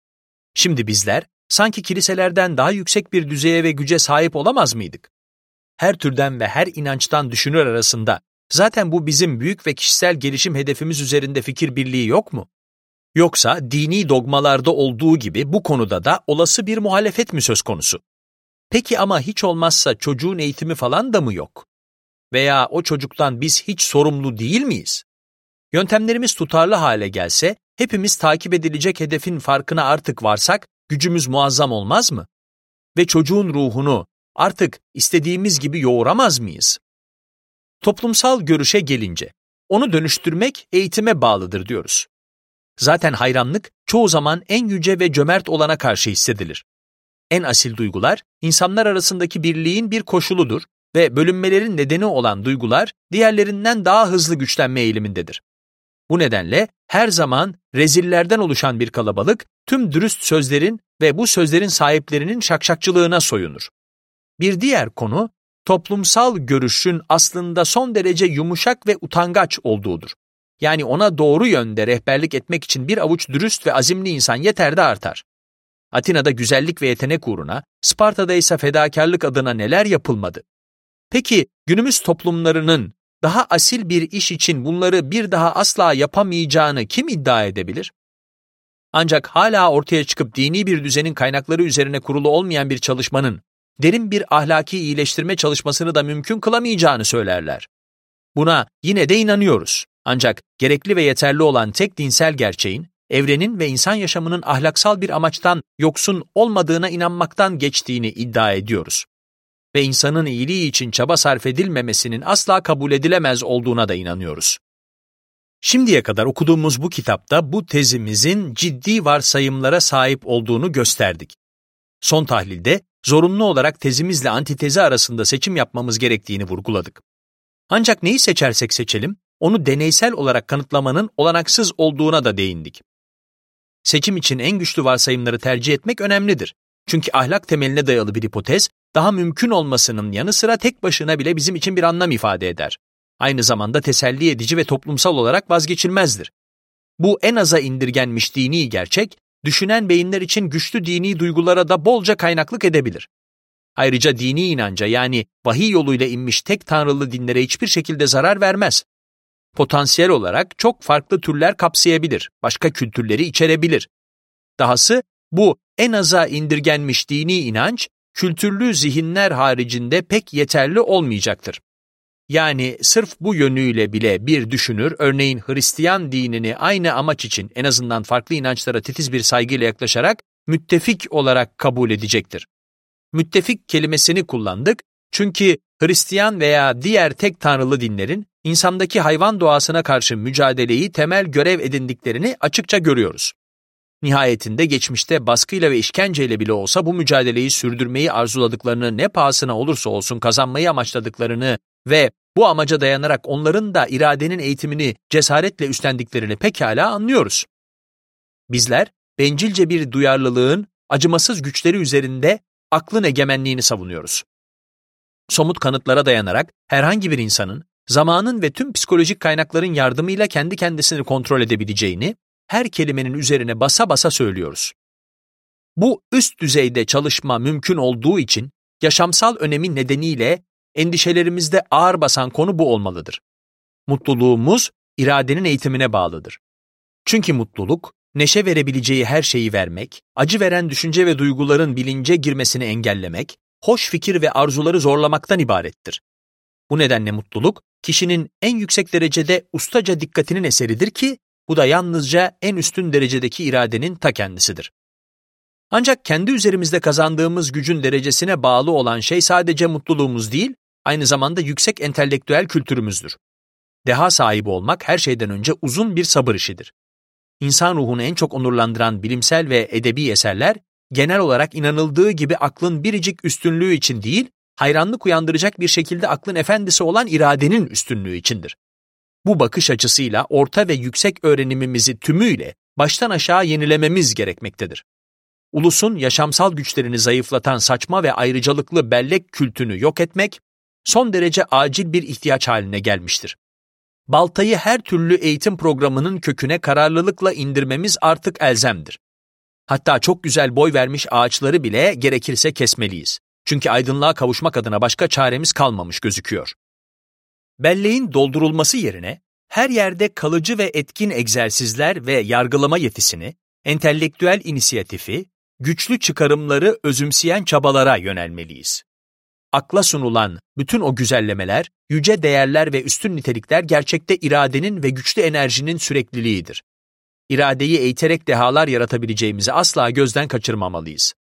Şimdi bizler, sanki kiliselerden daha yüksek bir düzeye ve güce sahip olamaz mıydık? Her türden ve her inançtan düşünür arasında, zaten bu bizim büyük ve kişisel gelişim hedefimiz üzerinde fikir birliği yok mu? Yoksa dini dogmalarda olduğu gibi bu konuda da olası bir muhalefet mi söz konusu? Peki ama hiç olmazsa çocuğun eğitimi falan da mı yok? Veya o çocuktan biz hiç sorumlu değil miyiz? Yöntemlerimiz tutarlı hale gelse, hepimiz takip edilecek hedefin farkına artık varsak, gücümüz muazzam olmaz mı? Ve çocuğun ruhunu artık istediğimiz gibi yoğuramaz mıyız? Toplumsal görüşe gelince, onu dönüştürmek eğitime bağlıdır diyoruz. Zaten hayranlık çoğu zaman en yüce ve cömert olana karşı hissedilir. En asil duygular, insanlar arasındaki birliğin bir koşuludur ve bölünmelerin nedeni olan duygular diğerlerinden daha hızlı güçlenme eğilimindedir. Bu nedenle her zaman rezillerden oluşan bir kalabalık, tüm dürüst sözlerin ve bu sözlerin sahiplerinin şakşakçılığına soyunur. Bir diğer konu, toplumsal görüşün aslında son derece yumuşak ve utangaç olduğudur. Yani ona doğru yönde rehberlik etmek için bir avuç dürüst ve azimli insan yeter de artar. Atina'da güzellik ve yetenek uğruna, Sparta'da ise fedakarlık adına neler yapılmadı? Peki günümüz toplumlarının daha asil bir iş için bunları bir daha asla yapamayacağını kim iddia edebilir? Ancak hala ortaya çıkıp dini bir düzenin kaynakları üzerine kurulu olmayan bir çalışmanın, derin bir ahlaki iyileştirme çalışmasını da mümkün kılamayacağını söylerler. Buna yine de inanıyoruz. Ancak gerekli ve yeterli olan tek dinsel gerçeğin, evrenin ve insan yaşamının ahlaksal bir amaçtan yoksun olmadığına inanmaktan geçtiğini iddia ediyoruz. Ve insanın iyiliği için çaba sarf edilmemesinin asla kabul edilemez olduğuna da inanıyoruz. Şimdiye kadar okuduğumuz bu kitapta bu tezimizin ciddi varsayımlara sahip olduğunu gösterdik. Son tahlilde zorunlu olarak tezimizle antitezi arasında seçim yapmamız gerektiğini vurguladık. Ancak neyi seçersek seçelim, onu deneysel olarak kanıtlamanın olanaksız olduğuna da değindik. Seçim için en güçlü varsayımları tercih etmek önemlidir. Çünkü ahlak temeline dayalı bir hipotez, daha mümkün olmasının yanı sıra tek başına bile bizim için bir anlam ifade eder. Aynı zamanda teselli edici ve toplumsal olarak vazgeçilmezdir. Bu en aza indirgenmiş dini gerçek, düşünen beyinler için güçlü dini duygulara da bolca kaynaklık edebilir. Ayrıca dini inanca yani vahiy yoluyla inmiş tek tanrılı dinlere hiçbir şekilde zarar vermez. Potansiyel olarak çok farklı türler kapsayabilir, başka kültürleri içerebilir. Dahası bu en aza indirgenmiş dini inanç, kültürlü zihinler haricinde pek yeterli olmayacaktır. Yani sırf bu yönüyle bile bir düşünür, örneğin Hristiyan dinini aynı amaç için en azından farklı inançlara titiz bir saygıyla yaklaşarak müttefik olarak kabul edecektir. Müttefik kelimesini kullandık çünkü Hristiyan veya diğer tek tanrılı dinlerin insandaki hayvan doğasına karşı mücadeleyi temel görev edindiklerini açıkça görüyoruz. Nihayetinde geçmişte baskıyla ve işkenceyle bile olsa bu mücadeleyi sürdürmeyi arzuladıklarını ne pahasına olursa olsun kazanmayı amaçladıklarını ve bu amaca dayanarak onların da iradenin eğitimini cesaretle üstlendiklerini pekala anlıyoruz. Bizler bencilce bir duyarlılığın acımasız güçleri üzerinde aklın egemenliğini savunuyoruz. Somut kanıtlara dayanarak herhangi bir insanın zamanın ve tüm psikolojik kaynakların yardımıyla kendi kendisini kontrol edebileceğini her kelimenin üzerine basa basa söylüyoruz. Bu üst düzeyde çalışma mümkün olduğu için yaşamsal önemi nedeniyle endişelerimizde ağır basan konu bu olmalıdır. Mutluluğumuz iradenin eğitimine bağlıdır. Çünkü mutluluk, neşe verebileceği her şeyi vermek, acı veren düşünce ve duyguların bilince girmesini engellemek, hoş fikir ve arzuları zorlamaktan ibarettir. Bu nedenle mutluluk, kişinin en yüksek derecede ustaca dikkatinin eseridir ki, bu da yalnızca en üstün derecedeki iradenin ta kendisidir. Ancak kendi üzerimizde kazandığımız gücün derecesine bağlı olan şey sadece mutluluğumuz değil, aynı zamanda yüksek entelektüel kültürümüzdür. Deha sahibi olmak her şeyden önce uzun bir sabır işidir. İnsan ruhunu en çok onurlandıran bilimsel ve edebi eserler, genel olarak inanıldığı gibi aklın biricik üstünlüğü için değil, hayranlık uyandıracak bir şekilde aklın efendisi olan iradenin üstünlüğü içindir. Bu bakış açısıyla orta ve yüksek öğrenimimizi tümüyle baştan aşağı yenilememiz gerekmektedir. Ulusun yaşamsal güçlerini zayıflatan saçma ve ayrıcalıklı bellek kültünü yok etmek, son derece acil bir ihtiyaç haline gelmiştir. Baltayı her türlü eğitim programının köküne kararlılıkla indirmemiz artık elzemdir. Hatta çok güzel boy vermiş ağaçları bile gerekirse kesmeliyiz. Çünkü aydınlığa kavuşmak adına başka çaremiz kalmamış gözüküyor. Belleğin doldurulması yerine her yerde kalıcı ve etkin egzersizler ve yargılama yetisini, entelektüel inisiyatifi, güçlü çıkarımları özümseyen çabalara yönelmeliyiz. Akla sunulan bütün o güzellemeler, yüce değerler ve üstün nitelikler gerçekte iradenin ve güçlü enerjinin sürekliliğidir. İradeyi eğiterek dehalar yaratabileceğimizi asla gözden kaçırmamalıyız.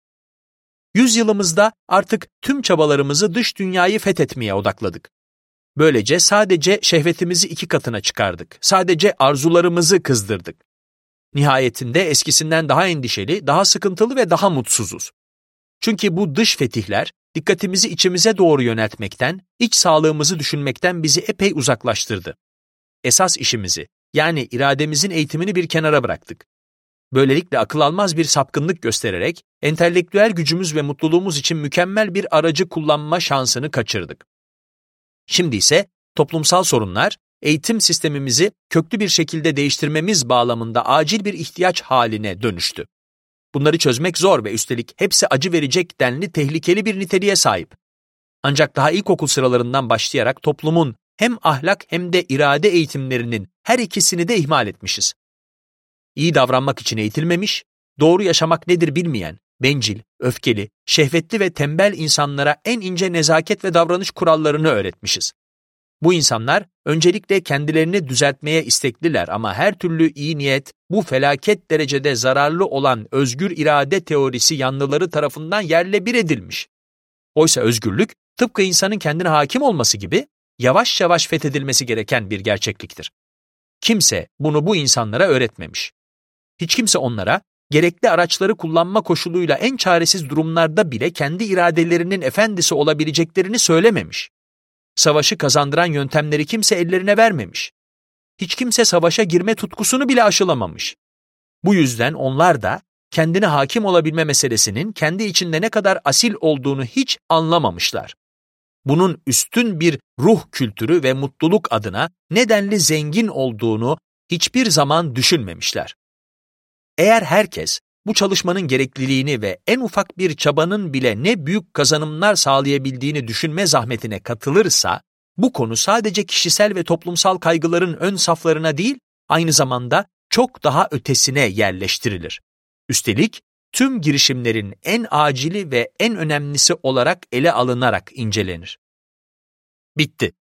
Yüzyılımızda artık tüm çabalarımızı dış dünyayı fethetmeye odakladık. Böylece sadece şehvetimizi 2 katına çıkardık, sadece arzularımızı kızdırdık. Nihayetinde eskisinden daha endişeli, daha sıkıntılı ve daha mutsuzuz. Çünkü bu dış fetihler, dikkatimizi içimize doğru yöneltmekten, iç sağlığımızı düşünmekten bizi epey uzaklaştırdı. Esas işimizi, yani irademizin eğitimini bir kenara bıraktık. Böylelikle akıl almaz bir sapkınlık göstererek, entelektüel gücümüz ve mutluluğumuz için mükemmel bir aracı kullanma şansını kaçırdık. Şimdi ise toplumsal sorunlar, eğitim sistemimizi köklü bir şekilde değiştirmemiz bağlamında acil bir ihtiyaç haline dönüştü. Bunları çözmek zor ve üstelik hepsi acı verecek denli tehlikeli bir niteliğe sahip. Ancak daha ilkokul sıralarından başlayarak toplumun hem ahlak hem de irade eğitimlerinin her ikisini de ihmal etmişiz. İyi davranmak için eğitilmemiş, doğru yaşamak nedir bilmeyen, bencil, öfkeli, şehvetli ve tembel insanlara en ince nezaket ve davranış kurallarını öğretmişiz. Bu insanlar öncelikle kendilerini düzeltmeye istekliler ama her türlü iyi niyet, bu felaket derecede zararlı olan özgür irade teorisi yanlıları tarafından yerle bir edilmiş. Oysa özgürlük, tıpkı insanın kendine hakim olması gibi yavaş yavaş fethedilmesi gereken bir gerçekliktir. Kimse bunu bu insanlara öğretmemiş. Hiç kimse onlara, gerekli araçları kullanma koşuluyla en çaresiz durumlarda bile kendi iradelerinin efendisi olabileceklerini söylememiş. Savaşı kazandıran yöntemleri kimse ellerine vermemiş. Hiç kimse savaşa girme tutkusunu bile aşılamamış. Bu yüzden onlar da kendine hakim olabilme meselesinin kendi içinde ne kadar asil olduğunu hiç anlamamışlar. Bunun üstün bir ruh kültürü ve mutluluk adına nedenli zengin olduğunu hiçbir zaman düşünmemişler. Eğer herkes bu çalışmanın gerekliliğini ve en ufak bir çabanın bile ne büyük kazanımlar sağlayabildiğini düşünme zahmetine katılırsa, bu konu sadece kişisel ve toplumsal kaygıların ön saflarına değil, aynı zamanda çok daha ötesine yerleştirilir. Üstelik tüm girişimlerin en acili ve en önemlisi olarak ele alınarak incelenir. Bitti.